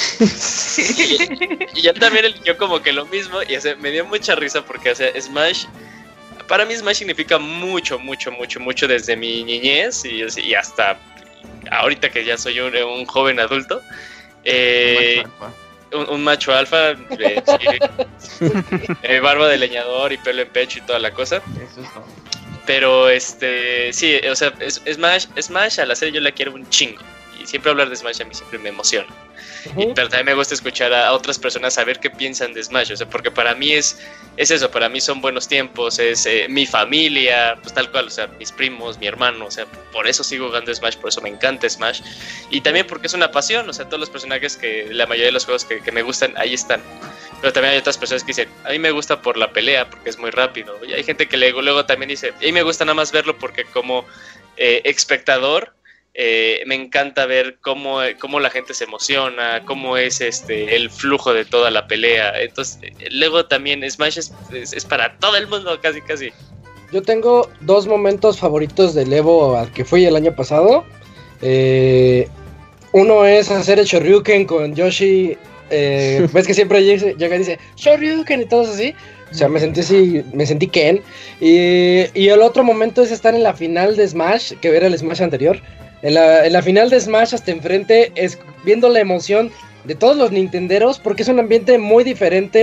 y, y ya también eligió como que lo mismo, y o sea, me dio mucha risa porque, o sea, Smash, para mí Smash significa mucho, mucho, mucho, mucho desde mi niñez y, y hasta ahorita que ya soy un, un joven adulto. Eh... Un, un macho alfa, eh, sí, eh, barba de leñador y pelo en pecho y toda la cosa. Eso es todo. Pero este, sí, o sea, Smash, Smash a la serie yo la quiero un chingo. Y siempre hablar de Smash a mí siempre me emociona. Uh-huh. Y, pero también me gusta escuchar a, a otras personas saber qué piensan de Smash. O sea, porque para mí es, es eso, para mí son buenos tiempos, es eh, mi familia, pues tal cual, o sea, mis primos, mi hermano, o sea, por eso sigo jugando Smash, por eso me encanta Smash. Y también porque es una pasión, o sea, todos los personajes que, la mayoría de los juegos que, que me gustan, ahí están. Pero también hay otras personas que dicen, a mí me gusta por la pelea, porque es muy rápido. Y hay gente que luego, luego también dice, a mí me gusta nada más verlo porque como eh, espectador, Eh, me encanta ver cómo, cómo la gente se emociona, cómo es este el flujo de toda la pelea. Entonces, luego también Smash es, es, es para todo el mundo, casi, casi. Yo tengo dos momentos favoritos del Evo al que fui el año pasado. Eh, uno es hacer el Shoryuken con Yoshi. Eh, ves que siempre llega y dice Shoryuken y todo así. O sea, me sentí así, me sentí Ken. Y, y el otro momento es estar en la final de Smash, que era el Smash anterior. En la, en la final de Smash hasta enfrente, es viendo la emoción de todos los nintenderos, porque es un ambiente muy diferente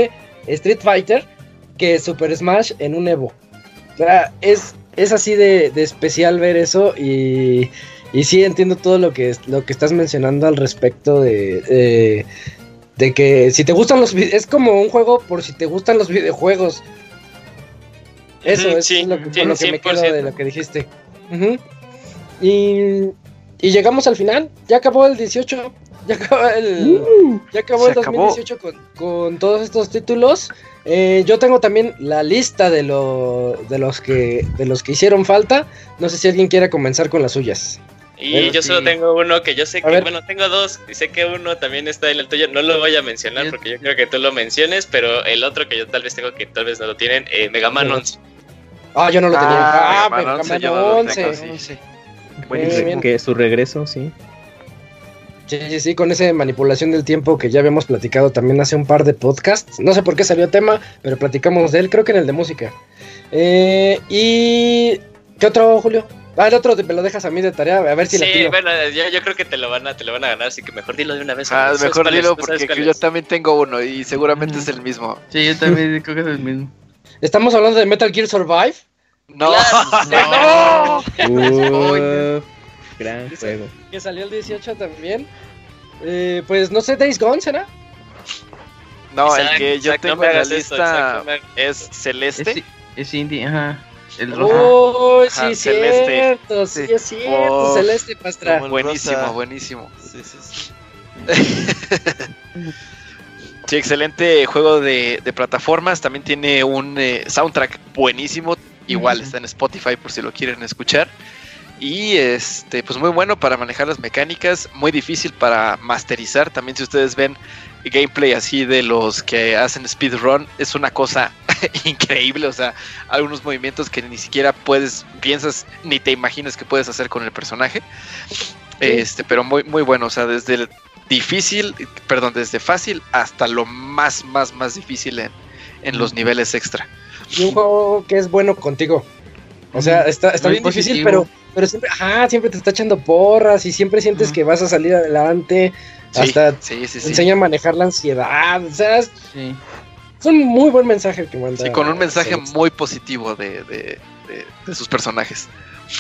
Street Fighter que Super Smash en un Evo. O sea, es, es así de, de especial ver eso y, y sí entiendo todo lo que, lo que estás mencionando al respecto de, de, de que si te gustan los videojuegos, es como un juego por si te gustan los videojuegos. Eso, eso sí, es lo que, sí, con lo que me quedo de lo que dijiste. Uh-huh. Y, y llegamos al final, ya acabó el dieciocho, ya acabó el, uh, ya acabó el dos mil dieciocho acabó. Con, con todos estos títulos. Eh, yo tengo también la lista de, lo, de, los que, de los que hicieron falta. No sé si alguien quiere comenzar con las suyas. Y Pero yo sí. solo tengo uno que yo sé que, bueno, tengo dos, y sé que uno también está en el tuyo, no lo voy a mencionar sí. porque yo creo que tú lo menciones, pero el otro que yo tal vez tengo que tal vez no lo tienen, eh, Mega Man once. Ah, yo no lo tenía. Ah, Ah, Mega Man once. Sí, sí. Buenísimo. Que su regreso, sí. Sí, sí, sí, con esa manipulación del tiempo que ya habíamos platicado también hace un par de podcasts. No sé por qué salió tema, pero platicamos de él, creo que en el de música. Eh, y... ¿Qué otro, Julio? Ah, el otro te, me lo dejas a mí de tarea, a ver si sí, la tiro. Bueno, yo, yo creo que te lo van a te lo van a ganar, así que mejor dilo de una vez. Ah, mejor dilo porque yo también tengo uno y seguramente mm. es el mismo. Sí, yo también creo que es el mismo. ¿Estamos hablando de Metal Gear Survive? No, claro, no. Uh, gran juego. Que salió el dieciocho también. Eh, pues no sé, Days Gone, ¿será? No, Isaac, el que yo Isaac, tengo no en la esto, lista Isaac, no es Celeste. Es, es indie, ajá. El rojo. Oh, sí, Ajá, es Celeste. cierto, sí, sí es cierto, oh, Celeste Pastra. Buenísimo, rosa. buenísimo. Sí, sí, sí. Sí, excelente juego de, de plataformas. También tiene un eh, soundtrack buenísimo. Igual uh-huh. está en Spotify por si lo quieren escuchar. Y este, pues muy bueno para manejar las mecánicas. Muy difícil para masterizar. También si ustedes ven gameplay así de los que hacen speedrun, es una cosa increíble. O sea, algunos movimientos que ni siquiera puedes, piensas, ni te imaginas que puedes hacer con el personaje. Este, pero muy, muy bueno. O sea, desde el difícil, perdón, desde fácil hasta lo más, más, más difícil en, en los niveles extra. Y un juego que es bueno contigo. O sea, está, está bien positivo. Difícil, pero, pero siempre, ajá, siempre te está echando porras y siempre sientes uh-huh. que vas a salir adelante. Sí, hasta sí, sí, te sí. enseña a manejar la ansiedad. O sea, es, sí. es un muy buen mensaje que manda. Sí, con un mensaje Celeste. Muy positivo de, de, de, de sus personajes.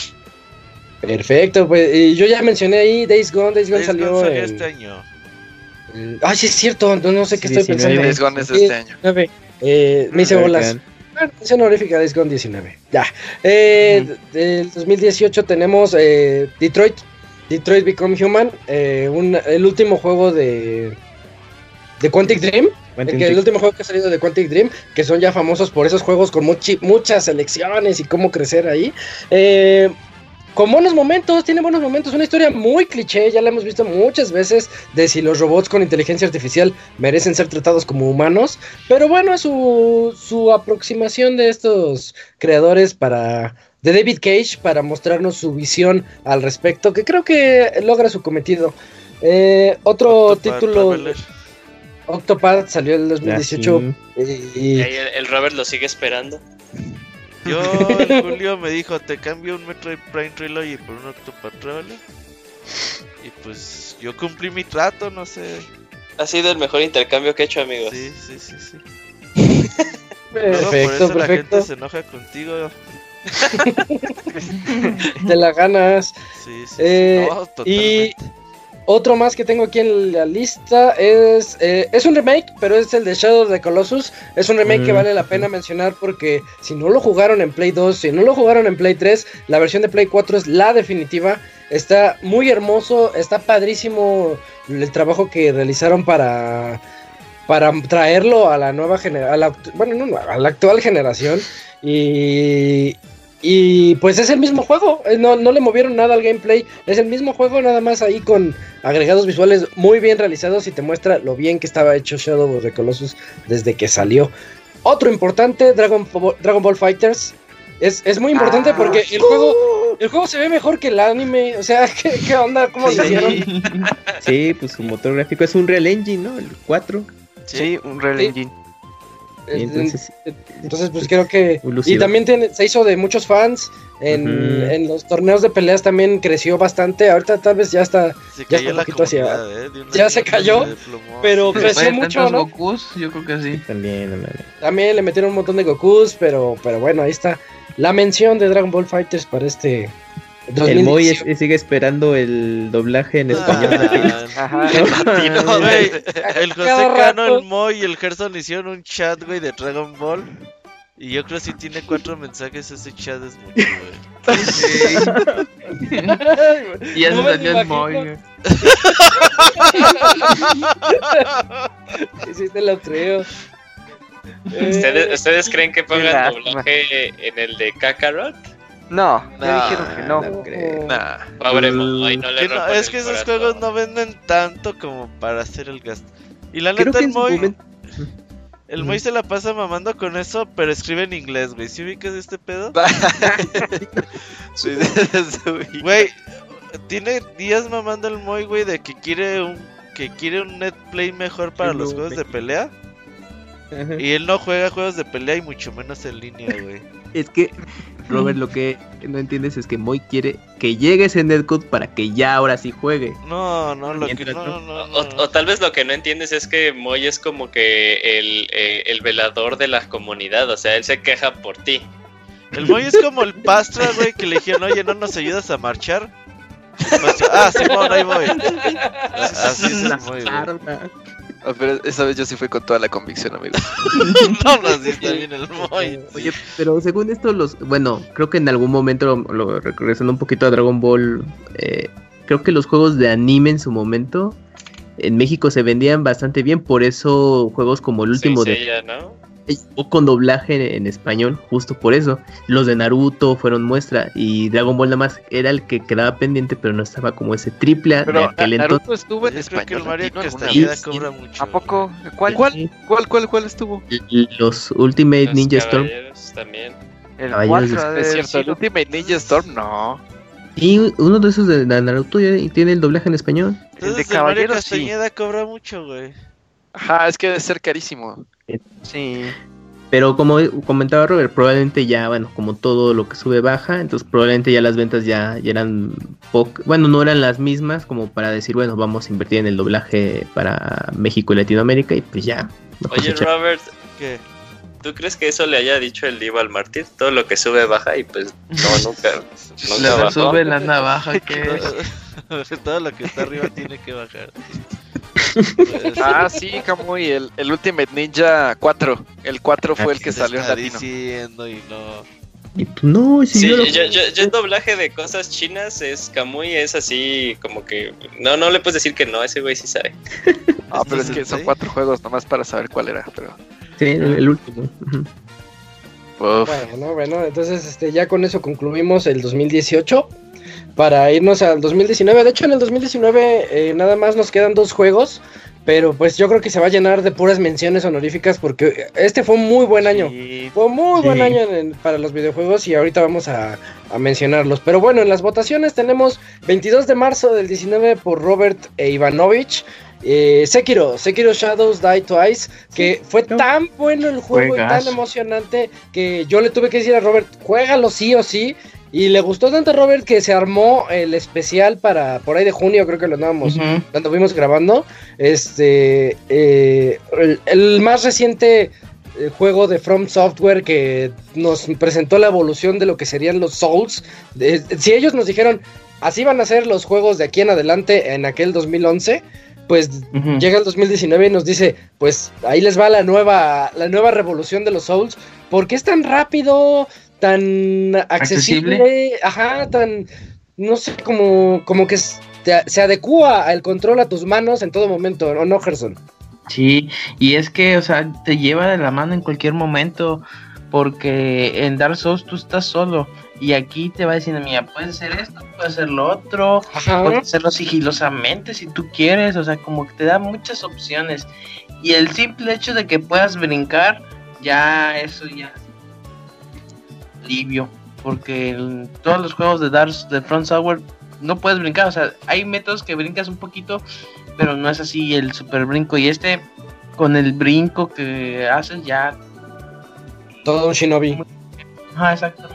Perfecto, pues y yo ya mencioné ahí Days Gone. Days Gone Days salió, Gone salió en... este año. El... Ah, sí es cierto, no, no sé qué sí, estoy pensando. Days Gone es de este año. Eh, me hice bolas. Es honorífica Days Gone diecinueve. Ya. Eh, uh-huh. Del dos mil dieciocho tenemos eh, Detroit. Detroit Become Human. Eh, un, el último juego de. De Quantic Dream. Quantic el, que, el último juego que ha salido de Quantic Dream. Que son ya famosos por esos juegos con muchi, muchas selecciones y cómo crecer ahí. Eh. Con buenos momentos, tiene buenos momentos, una historia muy cliché, ya la hemos visto muchas veces, de si los robots con inteligencia artificial merecen ser tratados como humanos, pero bueno, es su, su aproximación de estos creadores para, de David Cage, para mostrarnos su visión al respecto, que creo que logra su cometido. Eh, otro Octopath título... Traveler. Octopath salió en el dos mil dieciocho. Y, y... El, el Robert lo sigue esperando. Yo, el Julio me dijo, te cambio un Metroid Prime Trilogy por un Octopath Traveler. Y pues yo cumplí mi trato, no sé. Ha sido el mejor intercambio que he hecho, amigos. Sí, sí, sí, sí. Perfecto, no, por eso perfecto. La gente se enoja contigo. Te la ganas. Sí, sí, eh, sí. No, totalmente. Y otro más que tengo aquí en la lista es eh, es un remake, pero es el de Shadow of the Colossus. Es un remake mm. que vale la pena mencionar porque si no lo jugaron en Play dos, si no lo jugaron en Play tres, la versión de Play cuatro es la definitiva. Está muy hermoso, está padrísimo el trabajo que realizaron para para traerlo a la nueva generación, bueno, no, a la actual generación y Y pues es el mismo juego, no, no le movieron nada al gameplay, es el mismo juego, nada más ahí con agregados visuales muy bien realizados y te muestra lo bien que estaba hecho Shadow of the Colossus desde que salió. Otro importante, Dragon, Dragon Ball Fighters, es, es muy importante ah, porque el juego, el juego se ve mejor que el anime, o sea, ¿qué, qué onda? ¿Cómo lo hicieron? Sí, pues su motor gráfico es un Real Engine, ¿no? El cuatro. Sí, un Real sí. Engine. Entonces, entonces pues creo que... Lucido. Y también tiene, se hizo de muchos fans. En, uh-huh. en los torneos de peleas también creció bastante. Ahorita tal vez ya está, se ya está un poquito hacia... Eh, ya se cayó, pero creció mucho, ¿no? Gokus, yo creo que sí. También, también. También le metieron un montón de Gokus, pero, pero bueno, ahí está la mención de Dragon Ball FighterZ para este... El Moy es, sigue esperando el doblaje en español. Ah, ajá, el latino, güey. El José Cano, el Moy y el Gerson hicieron un chat, güey, de Dragon Ball. Y yo creo que si tiene cuatro mensajes ese chat es mucho, güey. Sí. Y ya no se salió el Moy, güey. Sí, te lo creo. ¿Ustedes, ¿Ustedes creen que pongan doblaje en el de Kakarot? No, nah, ya dijeron que no. no creo. Nah. Pobre Moy, no le que no, es que esos corazón. Juegos no venden tanto como para hacer el gasto. Y la neta, el Moy. Momento... El Moy se la pasa mamando con eso, pero escribe en inglés, güey. ¿Sí ubicas este pedo? Güey, tiene días mamando el Moy, güey, de que quiere un que quiere un netplay mejor para sí, los no, juegos de pelea. Ajá. Y él no juega juegos de pelea y mucho menos en línea, güey. Es que, Robert, lo que no entiendes es que Moy quiere que llegue ese netcode para que ya ahora sí juegue. No, no, lo que, no, no, no. O, o tal vez lo que no entiendes es que Moy es como que el, eh, el velador de la comunidad, o sea, él se queja por ti. El Moy es como el Pastra, güey, que le dijeron, oye, ¿no nos ayudas a marchar? Pues, ah, Simón, ahí voy. Así es el Moy, güey. Oh, pero esa vez yo sí fui con toda la convicción, amigo. No, no, sí está bien el Moy. Oye, pero según esto, los bueno, creo que en algún momento, lo, lo regresando un poquito a Dragon Ball, eh, creo que los juegos de anime en su momento, en México se vendían bastante bien, por eso juegos como el último sí, de... Sí, ya, ¿no? O con doblaje en español, justo por eso. Los de Naruto fueron muestra y Dragon Ball nada más era el que quedaba pendiente, pero no estaba como ese triple pero de aquel Naruto entonces. estuvo en Yo español. Creo que el Mario latino, Castañeda sí, cobra sí. mucho. ¿A poco? ¿Cuál? ¿Cuál? ¿Cuál? ¿Cuál? ¿Cuál estuvo? Los Ultimate Los Ninja Storm. También. El Caballeros cuatro, Es de cierto, el Ultimate Ninja Storm, no. Y uno de esos de Naruto ya tiene el doblaje en español. Entonces, El de el Mario Caballeros, sí. Castañeda cobra mucho, güey. Ajá, es que debe ser carísimo. Sí. Pero como comentaba Robert, probablemente ya, bueno, como todo lo que sube baja, entonces probablemente ya las ventas ya, ya eran poco, bueno, no eran las mismas como para decir, bueno, vamos a invertir en el doblaje para México y Latinoamérica y pues ya. Oye, Robert, ¿qué? ¿Tú crees que eso le haya dicho el Divo al mártir? Todo lo que sube baja y pues no, nunca, nunca La bajó. sube la navaja que... Todo lo que está arriba tiene que bajar. Pues, ah, sí, Camuy, el, el Ultimate Ninja cuatro. El cuatro fue el que Se salió en está latino. diciendo y no. Y pues no, si Sí, yo, yo, lo... yo, yo en doblaje de cosas chinas es Kamui, es así como que... No, no le puedes decir que no, ese güey sí sabe. Ah, pero es que son cuatro juegos nomás para saber cuál era, pero... Sí, el, el último. Uf. Bueno, bueno, entonces este, ya con eso concluimos el dos mil dieciocho para irnos al dos mil diecinueve. De hecho, en el dos mil diecinueve eh, nada más nos quedan dos juegos, pero pues yo creo que se va a llenar de puras menciones honoríficas porque este fue un muy buen año. Sí. Fue muy Sí. buen año en- para los videojuegos y ahorita vamos a, a mencionarlos. Pero bueno, en las votaciones tenemos veintidós de marzo del diecinueve por Robert e Ivanovich. Eh, Sekiro, Sekiro Shadows Die Twice, que fue no. tan bueno el juego y Juegazo. tan emocionante que yo le tuve que decir a Robert, juégalo sí o sí. Y le gustó tanto a Robert que se armó el especial para por ahí de junio, creo que lo andábamos, Ujú. cuando fuimos grabando. Este, eh, el, el más reciente eh, juego de From Software que nos presentó la evolución de lo que serían los Souls. De- si ellos nos dijeron, así van a ser los juegos de aquí en adelante en aquel dos mil once, pues Ujú. llega el dos mil diecinueve y nos dice, pues ahí les va la nueva, la nueva revolución de los Souls. ¿Por qué es tan rápido, tan accesible? Accesible. Ajá, tan, no sé, como, como que s- te- se adecúa al control a tus manos en todo momento, ¿o no, Gerson? Sí, y es que, o sea, te lleva de la mano en cualquier momento, porque en Dark Souls tú estás solo, y aquí te va diciendo, mira, puedes hacer esto, puedes hacer lo otro, Ajá. puedes hacerlo sigilosamente si tú quieres, o sea, como que te da muchas opciones, y el simple hecho de que puedas brincar, ya eso ya es alivio, porque en todos los juegos de Dark de Front Software no puedes brincar, o sea, hay métodos que brincas un poquito, pero no es así el super brinco, y este con el brinco que haces ya Todo un shinobi. Ajá, exacto.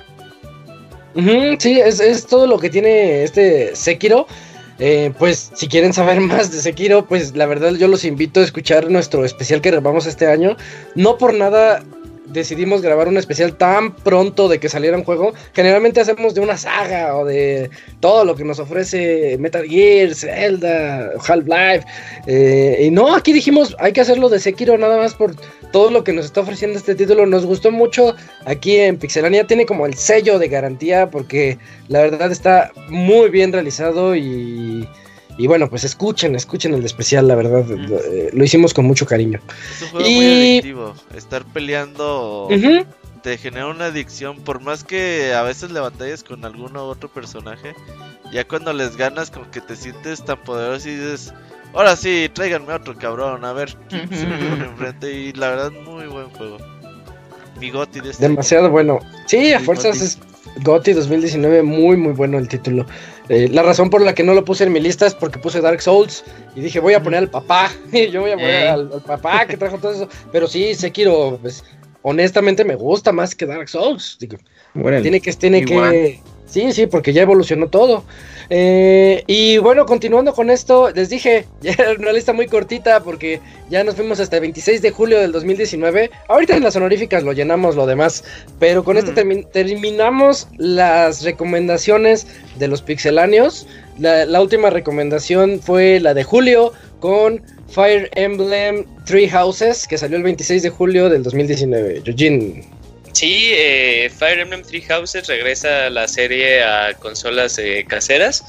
Uh-huh, sí, es, es todo lo que tiene este Sekiro. Eh, pues si quieren saber más de Sekiro, pues la verdad yo los invito a escuchar nuestro especial que grabamos este año. No por nada decidimos grabar un especial tan pronto de que saliera un juego. Generalmente hacemos de una saga o de todo lo que nos ofrece Metal Gear, Zelda, Half-Life. Eh, y no, aquí dijimos, hay que hacerlo de Sekiro nada más por todo lo que nos está ofreciendo este título. Nos gustó mucho aquí en Pixelania. Tiene como el sello de garantía porque la verdad está muy bien realizado y... Y bueno, pues escuchen, escuchen el especial, la verdad, mm. lo, eh, lo hicimos con mucho cariño. Es un juego y... muy adictivo, estar peleando uh-huh. te genera una adicción, por más que a veces le batalles con alguno u otro personaje, ya cuando les ganas como que te sientes tan poderoso y dices, ahora sí, tráiganme otro cabrón, a ver quién se me pone enfrente, y la verdad, muy buen juego. Mi Goti de este demasiado juego. Bueno, sí, a fuerzas es Goti dos mil diecinueve, muy muy bueno el título. Eh, la razón por la que no lo puse en mi lista es porque puse Dark Souls y dije voy a poner al papá, y yo voy a poner al, al papá que trajo todo eso, pero sí, Sekiro, pues honestamente me gusta más que Dark Souls. Digo, bueno, tiene que, tiene que, sí, sí, porque ya evolucionó todo. Eh, y bueno, continuando con esto, les dije, ya era una lista muy cortita porque ya nos fuimos hasta el veintiséis de julio del dos mil diecinueve. Ahorita en las honoríficas lo llenamos lo demás, pero con mm. esto termi- terminamos las recomendaciones de los pixeláneos. La, la última recomendación fue la de julio con Fire Emblem Three Houses, que salió el veintiséis de julio del dos mil diecinueve. Yojin. Sí, eh, Fire Emblem Three Houses regresa la serie a consolas eh, caseras.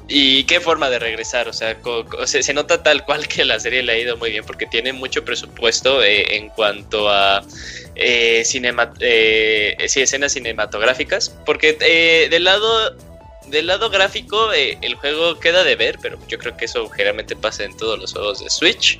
Y qué forma de regresar, o sea, co- co- se, se nota tal cual que la serie le ha ido muy bien porque tiene mucho presupuesto eh, en cuanto a eh, cinema, eh, sí, escenas cinematográficas. Porque eh, del lado... Del lado gráfico, eh, el juego queda de ver, pero yo creo que eso generalmente pasa en todos los juegos de Switch.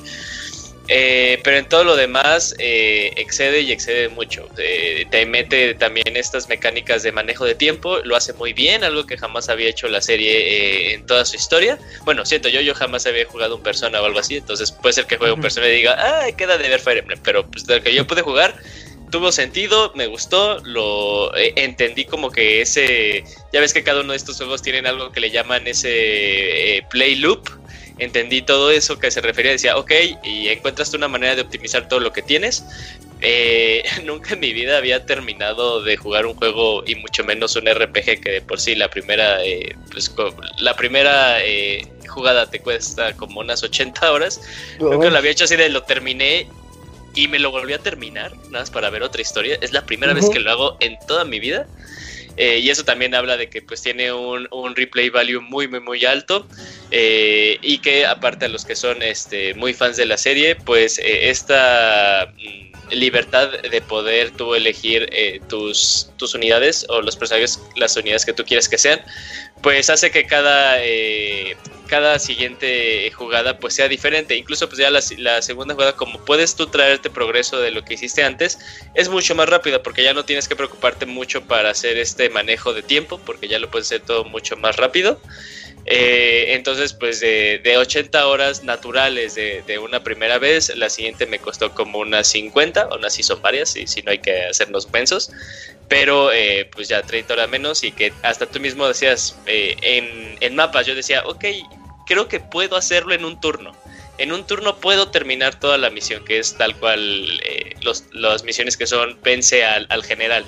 Eh, pero en todo lo demás eh, excede y excede mucho. Eh, te mete también estas mecánicas de manejo de tiempo, lo hace muy bien, algo que jamás había hecho la serie eh, en toda su historia. Bueno, siento yo, yo jamás había jugado un Persona o algo así, entonces puede ser que juegue un Persona y diga, ah, queda de ver Fire Emblem, pero pues del que yo pude jugar tuvo sentido, me gustó, lo eh, entendí como que ese, ya ves que cada uno de estos juegos tienen algo que le llaman ese eh, play loop. Entendí todo eso que se refería, decía, ok, y encuentras tú una manera de optimizar todo lo que tienes. Eh, nunca en mi vida había terminado de jugar un juego y mucho menos un R P G que de por sí la primera, eh, pues, la primera eh, jugada te cuesta como unas ochenta horas. Oh. Nunca lo había hecho así de lo terminé y me lo volví a terminar, nada más para ver otra historia. Es la primera uh-huh. vez que lo hago en toda mi vida. Eh, y eso también habla de que pues tiene un, un replay value muy muy muy alto eh, y que aparte a los que son este, muy fans de la serie pues eh, esta mm, libertad de poder tú elegir eh, tus, tus unidades o los personajes, las unidades que tú quieres que sean, pues hace que cada eh, cada siguiente jugada pues sea diferente. Incluso pues ya la, la segunda jugada, como puedes tú traerte progreso de lo que hiciste antes, es mucho más rápida porque ya no tienes que preocuparte mucho para hacer este manejo de tiempo, porque ya lo puedes hacer todo mucho más rápido. Eh, entonces pues de, de ochenta horas naturales de, de una primera vez, la siguiente me costó como unas cincuenta, o unas sí son varias, y si no hay que hacernos pensos, pero eh, pues ya treinta horas menos, y que hasta tú mismo decías eh, en, en mapas, yo decía, ok, creo que puedo hacerlo en un turno. En un turno puedo terminar toda la misión, que es tal cual eh, los, las misiones que son vence al, al general.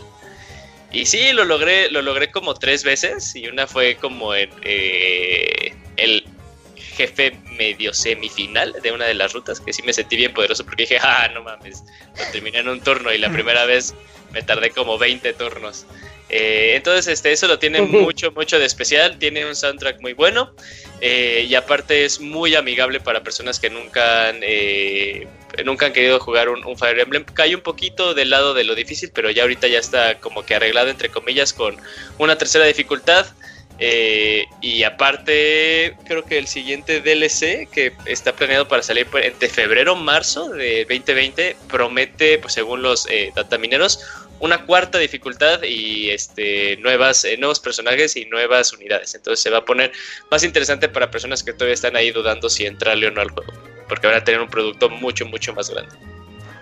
Y sí, lo logré, lo logré como tres veces, y una fue como en eh, el jefe medio semifinal de una de las rutas, que sí me sentí bien poderoso porque dije, ah, no mames, lo terminé en un turno y la primera vez me tardé como veinte turnos. Eh, entonces este, eso lo tiene mucho, mucho de especial, tiene un soundtrack muy bueno eh, y aparte es muy amigable para personas que nunca han, eh, nunca han querido jugar un, un Fire Emblem. Cae un poquito del lado de lo difícil, pero ya ahorita ya está como que arreglado entre comillas con una tercera dificultad. Eh, y aparte creo que el siguiente D L C que está planeado para salir entre febrero o marzo de veinte veinte promete, pues según los eh, datamineros, una cuarta dificultad y este nuevas eh, nuevos personajes y nuevas unidades. Entonces se va a poner más interesante para personas que todavía están ahí dudando si entrarle o no al juego, porque van a tener un producto mucho mucho más grande.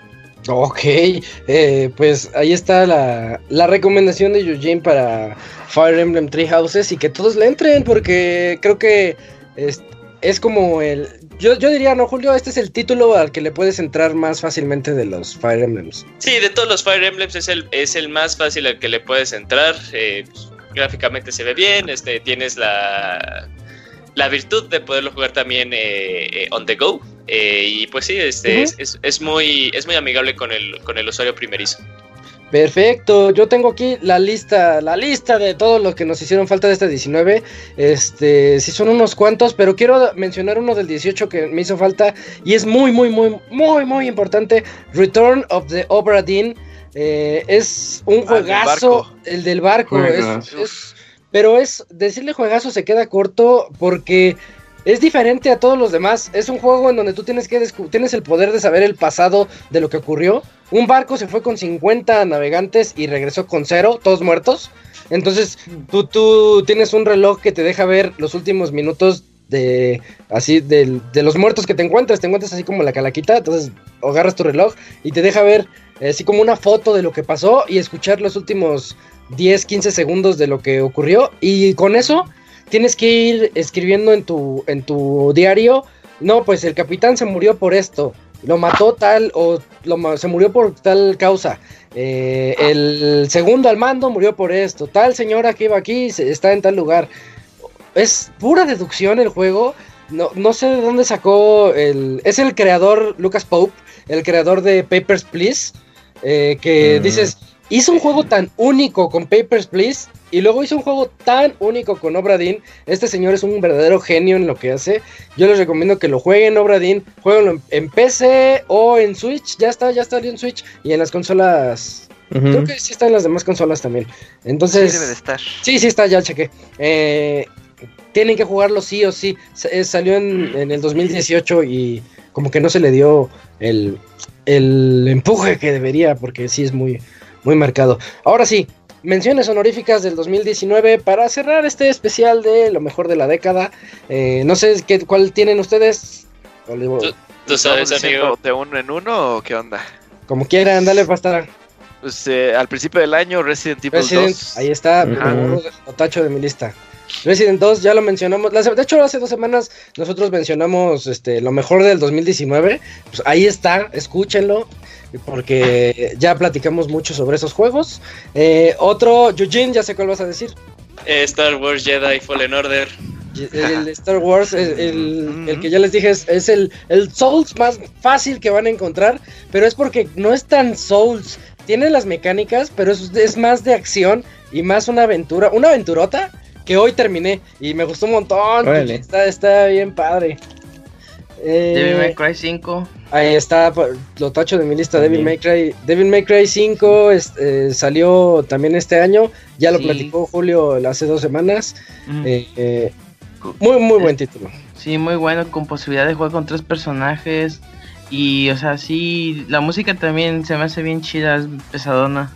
Ok, eh, pues ahí está la, la recomendación de Eugene para Fire Emblem Three Houses y que todos le entren porque creo que es, es como el... Yo, yo diría, no, Julio, este es el título al que le puedes entrar más fácilmente de los Fire Emblems. Sí, de todos los Fire Emblems es el, es el más fácil al que le puedes entrar. Eh, pues, gráficamente se ve bien, este, tienes la... la virtud de poderlo jugar también eh, eh, on the go, eh, y pues sí, este, uh-huh. es, es, es, muy, es muy amigable con el, con el usuario primerizo. Perfecto, yo tengo aquí la lista, la lista de todos los que nos hicieron falta de este diecinueve, este, sí son unos cuantos, pero quiero mencionar uno del dieciocho que me hizo falta, y es muy, muy, muy, muy, muy importante, Return of the Obra Dinn, eh, es un juegazo, ah, el del barco, el del barco es... es Pero es, decirle juegazo se queda corto porque es diferente a todos los demás. Es un juego en donde tú tienes que descu- tienes el poder de saber el pasado de lo que ocurrió. Un barco se fue con cincuenta navegantes y regresó con cero, todos muertos. Entonces tú, tú tienes un reloj que te deja ver los últimos minutos de así de, de los muertos que te encuentras. Te encuentras así como la calaquita, entonces agarras tu reloj y te deja ver eh, así como una foto de lo que pasó y escuchar los últimos diez, quince segundos de lo que ocurrió, y con eso tienes que ir escribiendo en tu, en tu diario, no, pues el capitán se murió por esto, lo mató tal, o lo, se murió por tal causa, eh, el segundo al mando murió por esto, tal señora que iba aquí está en tal lugar. Es pura deducción el juego, no, no sé de dónde sacó, el, es el creador Lucas Pope, el creador de Papers, Please, eh, que mm. dices... Hizo un juego tan único con Papers, Please, y luego hizo un juego tan único con Obra Dinn. Este señor es un verdadero genio en lo que hace. Yo les recomiendo que lo jueguen, Obra Dinn. Jueguenlo en, en P C o en Switch. Ya está, ya está en Switch. Y en las consolas... Uh-huh. Creo que sí está en las demás consolas también. Entonces... Sí, debe de estar. Sí, sí está, ya chequé. Eh, tienen que jugarlo sí o sí. S- salió en, en el dos mil dieciocho y como que no se le dio el, el empuje que debería, porque sí es muy... muy marcado. Ahora sí, menciones honoríficas del dos mil diecinueve para cerrar este especial de lo mejor de la década. Eh, no sé qué, cuál tienen ustedes. ¿Tú, tú sabes, amigo? ¿De uno en uno o qué onda? Como quieran, dale pastar. Pues eh, al principio del año Resident Evil Resident, dos. Ahí está, uh-huh. Lo tacho de mi lista. Resident dos, ya lo mencionamos. De hecho, hace dos semanas nosotros mencionamos este, lo mejor del dos mil diecinueve. Pues ahí está, escúchenlo. Porque ya platicamos mucho sobre esos juegos. Eh, otro, Eugene, ya sé cuál vas a decir. Eh, Star Wars Jedi Fallen Order. El, el Star Wars, el, el, el que ya les dije, es, es el, el Souls más fácil que van a encontrar. Pero es porque no es tan Souls. Tiene las mecánicas, pero es, es más de acción y más una aventura. Una aventurota que hoy terminé y me gustó un montón. Está, está bien padre. Eh, Devil May Cry cinco. Ahí está, lo tacho de mi lista. Sí. Devil May Cry Devil May Cry cinco es, eh, salió también este año. Ya lo sí. platicó Julio hace dos semanas. Mm. eh, eh, Muy, muy buen título. Sí, muy bueno, con posibilidad de jugar con tres personajes. Y, o sea, sí, la música también se me hace bien chida, es pesadona.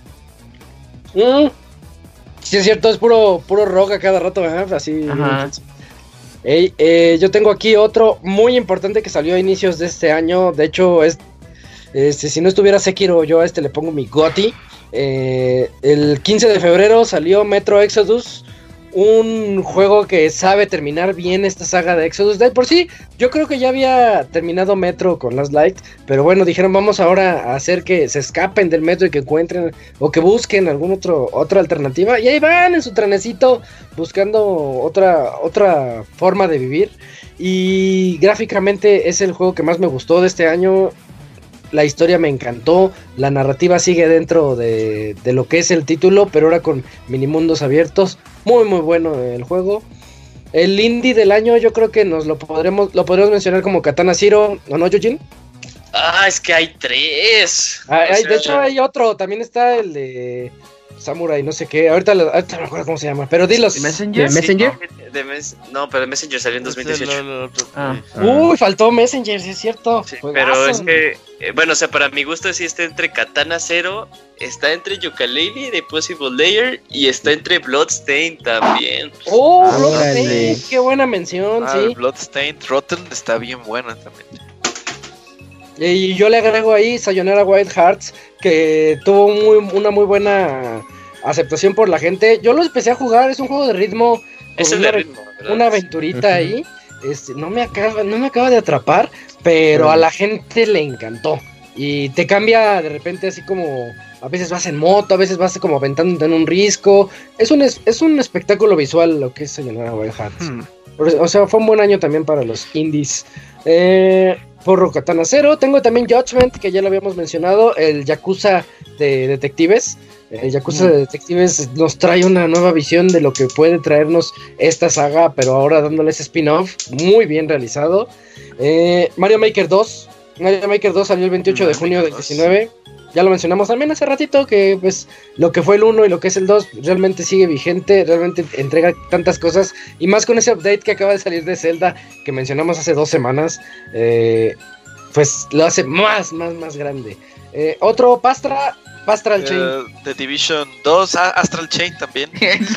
Mm. Sí, es cierto, es puro, puro rock a cada rato, ¿eh? Así. Ajá. Hey, eh, yo tengo aquí otro muy importante que salió a inicios de este año. De hecho, es este, si no estuviera Sekiro, yo a este le pongo mi GOTY. Eh, el quince de febrero salió Metro Exodus, un juego que sabe terminar bien esta saga de Exodus. De por sí, yo creo que ya había terminado Metro con Last Light, pero bueno, dijeron vamos ahora a hacer que se escapen del metro y que encuentren o que busquen algún otro otra alternativa, y ahí van en su trenecito buscando otra otra forma de vivir. Y gráficamente es el juego que más me gustó de este año. La historia me encantó, la narrativa sigue dentro de, de lo que es el título, pero ahora con minimundos abiertos. Muy muy bueno el juego. El indie del año yo creo que nos lo podremos lo podremos mencionar como Katana Zero, ¿o no, Eugene? Ah, es que hay tres. Ah, hay, sea... De hecho hay otro, también está el de Samurai, no sé qué, ahorita, lo, ahorita no me acuerdo cómo se llama, pero dilos. ¿Messenger? ¿De Messenger? Sí, no, de mes... no, pero Messenger salió en dos mil dieciocho. No, no, no, ah. Uy, faltó Messenger, sí es cierto. Sí, pero es que, eh, bueno, o sea, para mi gusto sí está entre Katana Zero, está entre Yooka-Laylee de Possible Layer y está entre Bloodstained también. Oh, ah, Bloodstained, qué buena mención, ah, sí. Bloodstained Rotten está bien buena también. Y yo le agrego ahí Sayonara Wild Hearts, que tuvo muy, una muy buena aceptación por la gente. Yo lo empecé a jugar, es un juego de ritmo. Es una, de ritmo, ¿verdad? Una aventurita uh-huh. ahí. Este, no me acaba, no me acaba de atrapar, pero uh-huh. a la gente le encantó. Y te cambia de repente así como... A veces vas en moto, a veces vas como aventándote en un risco. Es un, es, es un espectáculo visual lo que es Sayonara Wild Hearts. Hmm. O sea, fue un buen año también para los indies. Eh, por Katana Zero, tengo también Judgment, que ya lo habíamos mencionado, el Yakuza de detectives. El Yakuza hmm. de detectives nos trae una nueva visión de lo que puede traernos esta saga, pero ahora dándoles spin-off, muy bien realizado. Eh, Mario Maker dos. Mario Maker dos salió el veintiocho de junio del diecinueve. Ya lo mencionamos también hace ratito, que pues lo que fue el uno y lo que es el dos realmente sigue vigente, realmente entrega tantas cosas, y más con ese update que acaba de salir de Zelda, que mencionamos hace dos semanas, eh, pues lo hace más, más, más grande. Eh, otro Pastra, Pastral uh, Chain. The Division dos, ah, Astral Chain también.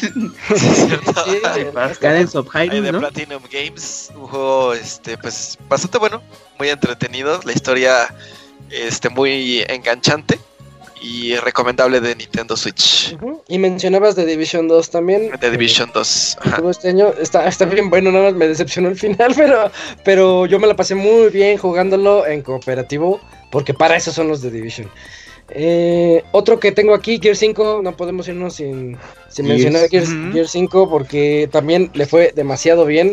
Sí, Cadence of Hyrule, de ¿no? Platinum Games, un juego este, pues, bastante bueno, muy entretenido, la historia... Este, muy enganchante y recomendable de Nintendo Switch. Uh-huh. Y mencionabas The Division dos también. The Division dos. Ajá. Este año está, está bien bueno, nada más me decepcionó el final, pero, pero yo me la pasé muy bien jugándolo en cooperativo, porque para eso son los The Division. Eh, otro que tengo aquí, Gear cinco, no podemos irnos sin, sin yes. mencionar Gear, uh-huh. Gear cinco, porque también le fue demasiado bien.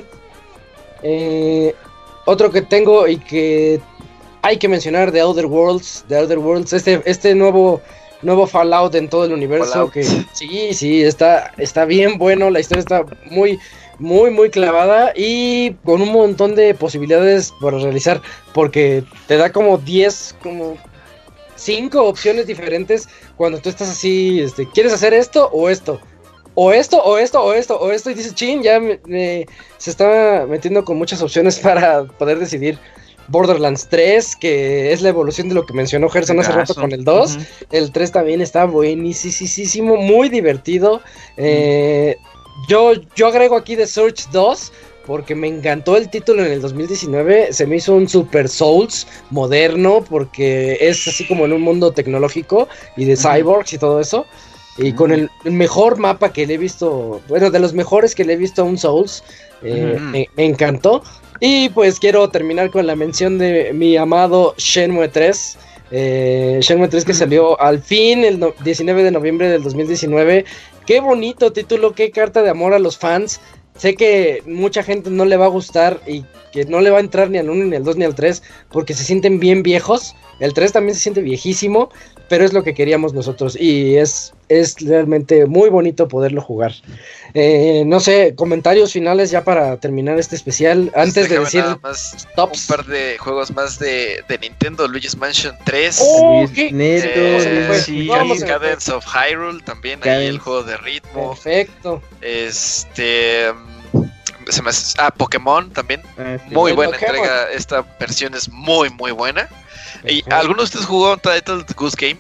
Eh, otro que tengo y que hay que mencionar The Outer Worlds, The Outer Worlds, este, este nuevo, nuevo Fallout en todo el universo, Fallout. que sí, sí, está, está bien bueno, la historia está muy, muy, muy clavada y con un montón de posibilidades para realizar, porque te da como diez, como cinco opciones diferentes cuando tú estás así, este, ¿quieres hacer esto o esto? O esto, o esto, o esto, o esto, y dices, chin, ya me, me, se está metiendo con muchas opciones para poder decidir. Borderlands tres, que es la evolución de lo que mencionó Gerson hace rato con el dos. Uh-huh. El tres también está buenísimo, muy divertido. Eh, uh-huh. yo, yo agrego aquí The Surge dos, porque me encantó el título en el dos mil diecinueve. Se me hizo un Super Souls moderno, porque es así como en un mundo tecnológico y de cyborgs uh-huh. y todo eso. Y uh-huh. con el, el mejor mapa que le he visto, bueno, de los mejores que le he visto a un Souls, eh, uh-huh. me, me encantó. Y pues quiero terminar con la mención de mi amado Shenmue tres. Eh, Shenmue tres que salió al fin el no- diecinueve de noviembre del dos mil diecinueve. Qué bonito título, qué carta de amor a los fans. Sé que mucha gente no le va a gustar y que no le va a entrar ni al uno, ni al dos, ni al tres, porque se sienten bien viejos. El tres también se siente viejísimo, pero es lo que queríamos nosotros y es, es realmente muy bonito poderlo jugar. Eh, no sé, comentarios finales ya para terminar este especial. Antes de decir más tops. Un par de juegos más de, de Nintendo, Luigi's Mansion tres. Oh, ¿qué? Neto, eh, sí, Vamos Cadence of Hyrule, también Cadence. Ahí el juego de ritmo. Perfecto. Este... Se me hace, ah, Pokémon también. Ah, sí. Muy buena Pokémon. Entrega. Esta versión es muy, muy buena. ¿Y okay. alguno de ustedes jugó Untitled Goose Game?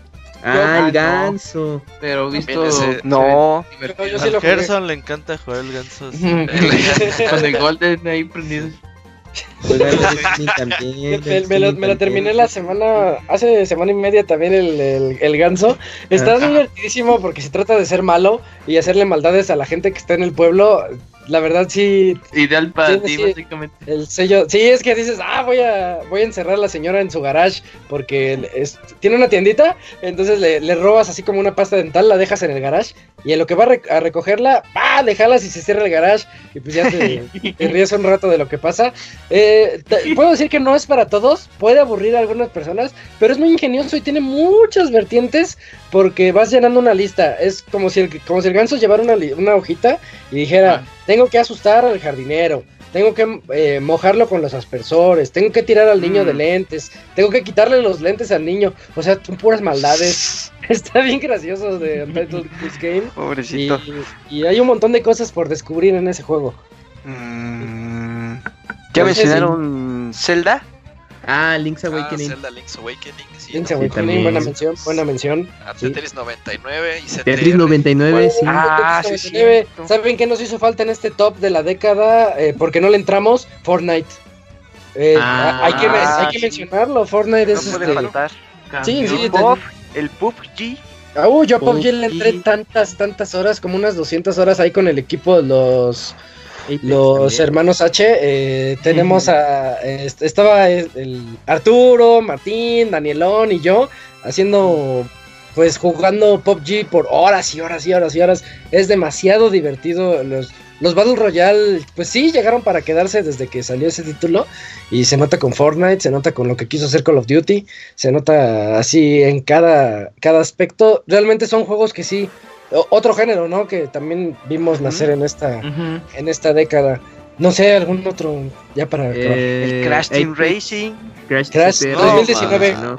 Ah, el ganso. No, pero visto. Ese, no. Pero yo sí a Gerson le encanta jugar el ganso. Con el Golden ahí prendido. También, me, me, lo, me lo terminé la semana, hace semana y media también el, el, el ganso. Está Ajá. divertidísimo porque se trata de ser malo y hacerle maldades a la gente que está en el pueblo. La verdad sí. Ideal para ti, sí, básicamente. El sello. Sí, es que dices, ah, voy a voy a encerrar a la señora en su garage porque es, tiene una tiendita, entonces le, le robas así como una pasta dental, la dejas en el garage y en lo que va a, re- a recogerla, ¡pah! Le jalas y se cierra el garage y pues ya te, te ríes un rato de lo que pasa. Eh, te, puedo decir que no es para todos, puede aburrir a algunas personas, pero es muy ingenioso y tiene muchas vertientes porque vas llenando una lista. Es como si el, como si el ganso llevara una, una hojita y dijera, ah. tengo que asustar al jardinero, tengo que eh, mojarlo con los aspersores, tengo que tirar al niño mm. de lentes, tengo que quitarle los lentes al niño, o sea, son puras maldades. Está bien gracioso de Untitled Goose Game. Pobrecito. Y, y hay un montón de cosas por descubrir en ese juego. Mm. ¿Ya mencionaron sí. Zelda? Ah, Link's Awakening. Ah, Zelda Link's Awakening. Sí, Link's Awakening, sí, buena mención, buena mención. A Tetris sí. noventa y nueve y C T R. Tetris noventa y nueve, sí. Ah, Tetris noventa y nueve. Sí, ¿Saben qué nos hizo falta en este top de la década? Eh, porque no le entramos, Fortnite. Eh, ah, hay, que, hay que mencionarlo, Fortnite es... No puede este... faltar. Sí, sí, el, Puff, el P U B G. Ah, uh, yo a P U B G le entré tantas, tantas horas, como unas doscientas horas ahí con el equipo, los... Apex los también. Hermanos H, eh, tenemos a, eh, estaba el Arturo, Martín, Danielón y yo haciendo, pues jugando P U B G por horas y horas y horas y horas. Es demasiado divertido. Los, los Battle Royale, pues sí, llegaron para quedarse desde que salió ese título. Y se nota con Fortnite, se nota con lo que quiso hacer Call of Duty, se nota así en cada, cada aspecto. Realmente son juegos que sí... Otro género, ¿no? Que también vimos nacer uh-huh. en esta uh-huh. en esta década. No sé, algún otro ya para eh, el Crash Team eh, Racing, Crash, Crash no, dos mil diecinueve. No.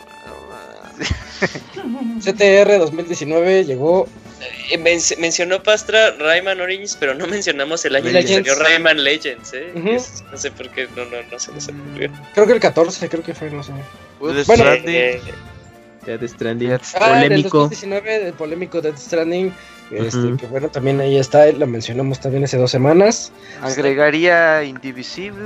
C T R dos mil diecinueve llegó. Eh, men- mencionó Pastra Rayman Origins, pero no mencionamos el año en que salió Rayman Legends, ¿eh? Uh-huh. Es, no sé por qué no no no se nos ocurrió. Creo que el catorce, creo que fue, no sé. Pues, bueno, eh, Death Stranding. Ah, polémico. El dos mil diecinueve, el polémico Death Stranding. Este, uh-huh. Que bueno, también ahí está, lo mencionamos también hace dos semanas. Agregaría Indivisible,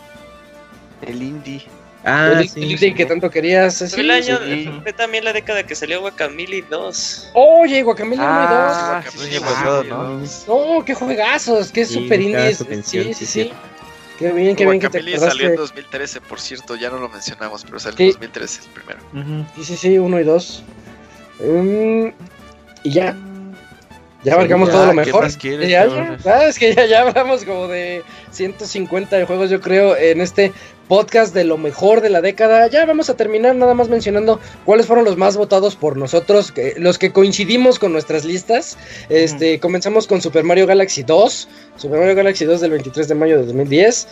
el indie. Ah, el, sí, el indie sí. que tanto querías. Sí, el año, sí. Fue también la década que salió Guacamelee dos. Oye, Guacamelee ah, uno y dos. Pasado, ¿no? No, qué juegazos, qué sí, super indies. Sí, sí, sí. Qué bien, qué bien que te acordaste. Salió en dos mil trece, por cierto, ya no lo mencionamos, pero salió sí. en dos mil trece el primero. Uh-huh. Sí, sí, sí, uno y dos. Um, y ya. Ya abarcamos sí, todo lo mejor. Quieres, ya, ya, ah, es que ya, ya hablamos como de ciento cincuenta de juegos, yo creo, en este podcast de lo mejor de la década. Ya vamos a terminar nada más mencionando cuáles fueron los más votados por nosotros, que, los que coincidimos con nuestras listas. Este, mm. Comenzamos con Super Mario Galaxy dos. Super Mario Galaxy dos del veintitrés de mayo de dos mil diez.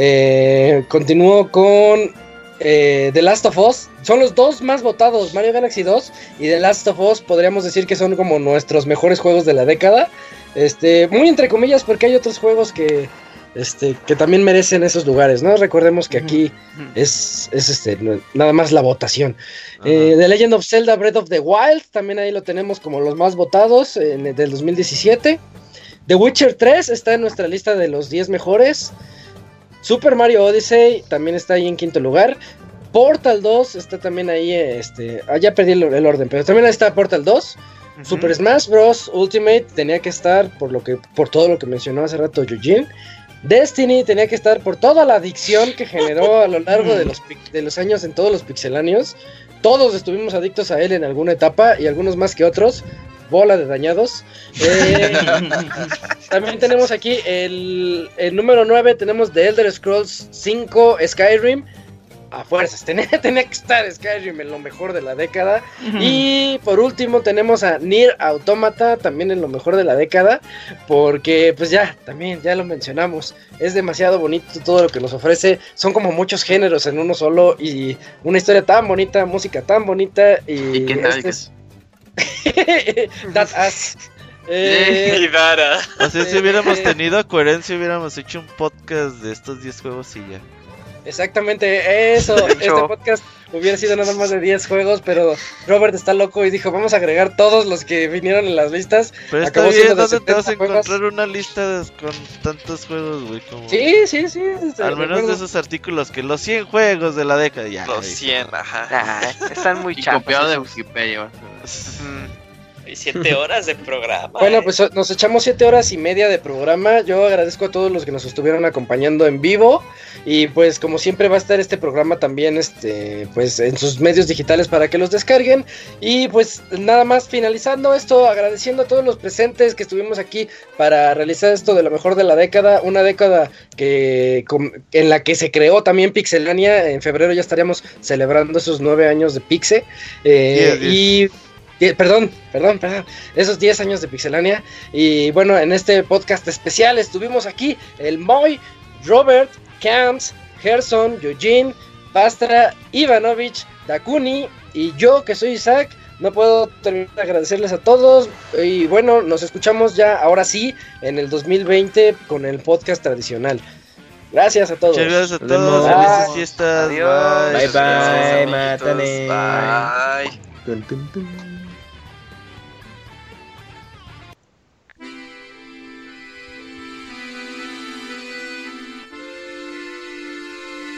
Eh, continuó con eh, The Last of Us. Son los dos más votados, Mario Galaxy dos y The Last of Us. Podríamos decir que son como nuestros mejores juegos de la década. Este, muy entre comillas, porque hay otros juegos que, este, que también merecen esos lugares, ¿no? Recordemos que aquí uh-huh. es, es este, nada más la votación. Uh-huh. eh, The Legend of Zelda Breath of the Wild, también ahí lo tenemos como los más votados en el del dos mil diecisiete. The Witcher tres está en nuestra lista de los diez mejores. Super Mario Odyssey también está ahí en quinto lugar. Portal dos está también ahí, este, ah, ya perdí el, el orden, pero también ahí está Portal dos. Uh-huh. Super Smash Bros. Ultimate tenía que estar por lo que, por todo lo que mencionó hace rato Eugene. Destiny tenía que estar por toda la adicción que generó a lo largo de los, de los años en todos los pixeláneos. Todos estuvimos adictos a él en alguna etapa y algunos más que otros. Bola de dañados. Eh, también tenemos aquí el, el número nueve, tenemos The Elder Scrolls cinco Skyrim. A fuerzas, tenía, tenía que estar Skyrim en lo mejor de la década. Uh-huh. Y por último tenemos a Nier Automata, también en lo mejor de la década. Porque pues ya, también ya lo mencionamos. Es demasiado bonito todo lo que nos ofrece. Son como muchos géneros en uno solo. Y una historia tan bonita, música tan bonita. Y, ¿Y qué tal? Este es... That ass. Eh, o sea, si hubiéramos tenido coherencia, hubiéramos hecho un podcast de estos diez juegos y ya. Exactamente, eso. Este podcast hubiera sido nada más de diez juegos, pero Robert está loco y dijo, vamos a agregar todos los que vinieron en las listas. Pero está bien, ¿dónde te vas a encontrar juegos? Una lista con tantos juegos, güey? Como... Sí, sí, sí. Al menos recuerdo. De esos artículos que los cien juegos de la década, ya. Los cien, ajá. Ah, están muy chafos. Copiado de Wikipedia. Y siete horas de programa. Bueno, eh. pues nos echamos siete horas y media de programa. Yo agradezco a todos los que nos estuvieron acompañando en vivo. Y pues como siempre va a estar este programa también este, pues en sus medios digitales para que los descarguen. Y pues nada más finalizando esto, agradeciendo a todos los presentes que estuvimos aquí para realizar esto de lo mejor de la década. Una década que en la que se creó también Pixelania. En febrero ya estaríamos celebrando esos nueve años de Pixe. Eh, diez, diez. Y... Perdón, perdón, perdón, esos diez años de Pixelania. Y bueno, en este podcast especial estuvimos aquí el Moy, Robert, Camps, Gerson, Eugene, Pastra, Ivanovich, Dakuni y yo que soy Isaac. No puedo terminar de agradecerles a todos. Y bueno, nos escuchamos ya ahora sí en el dos mil veinte con el podcast tradicional. Gracias a todos. Muchas gracias a todos. Felices fiestas. Adiós. Bye bye. Mátale. Bye. Tum, tum, tum.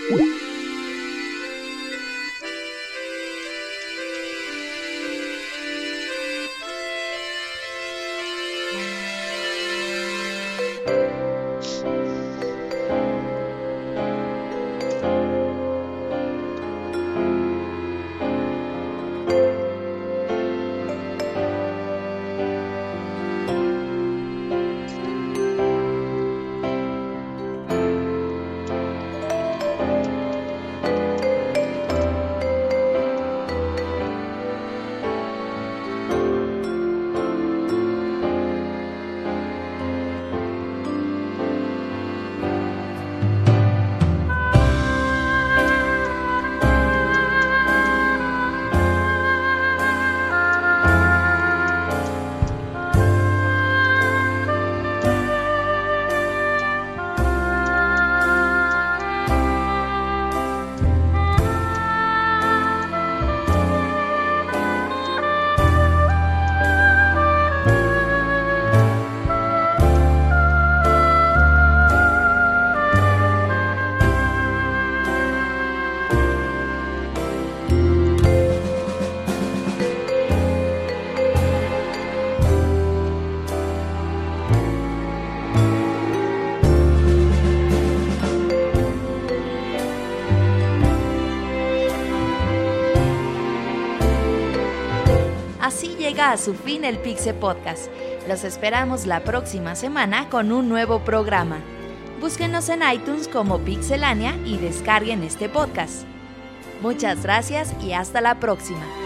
Llega a su fin el Pixel Podcast. Los esperamos la próxima semana con un nuevo programa. Búsquenos en iTunes como Pixelania y descarguen este podcast. Muchas gracias y hasta la próxima.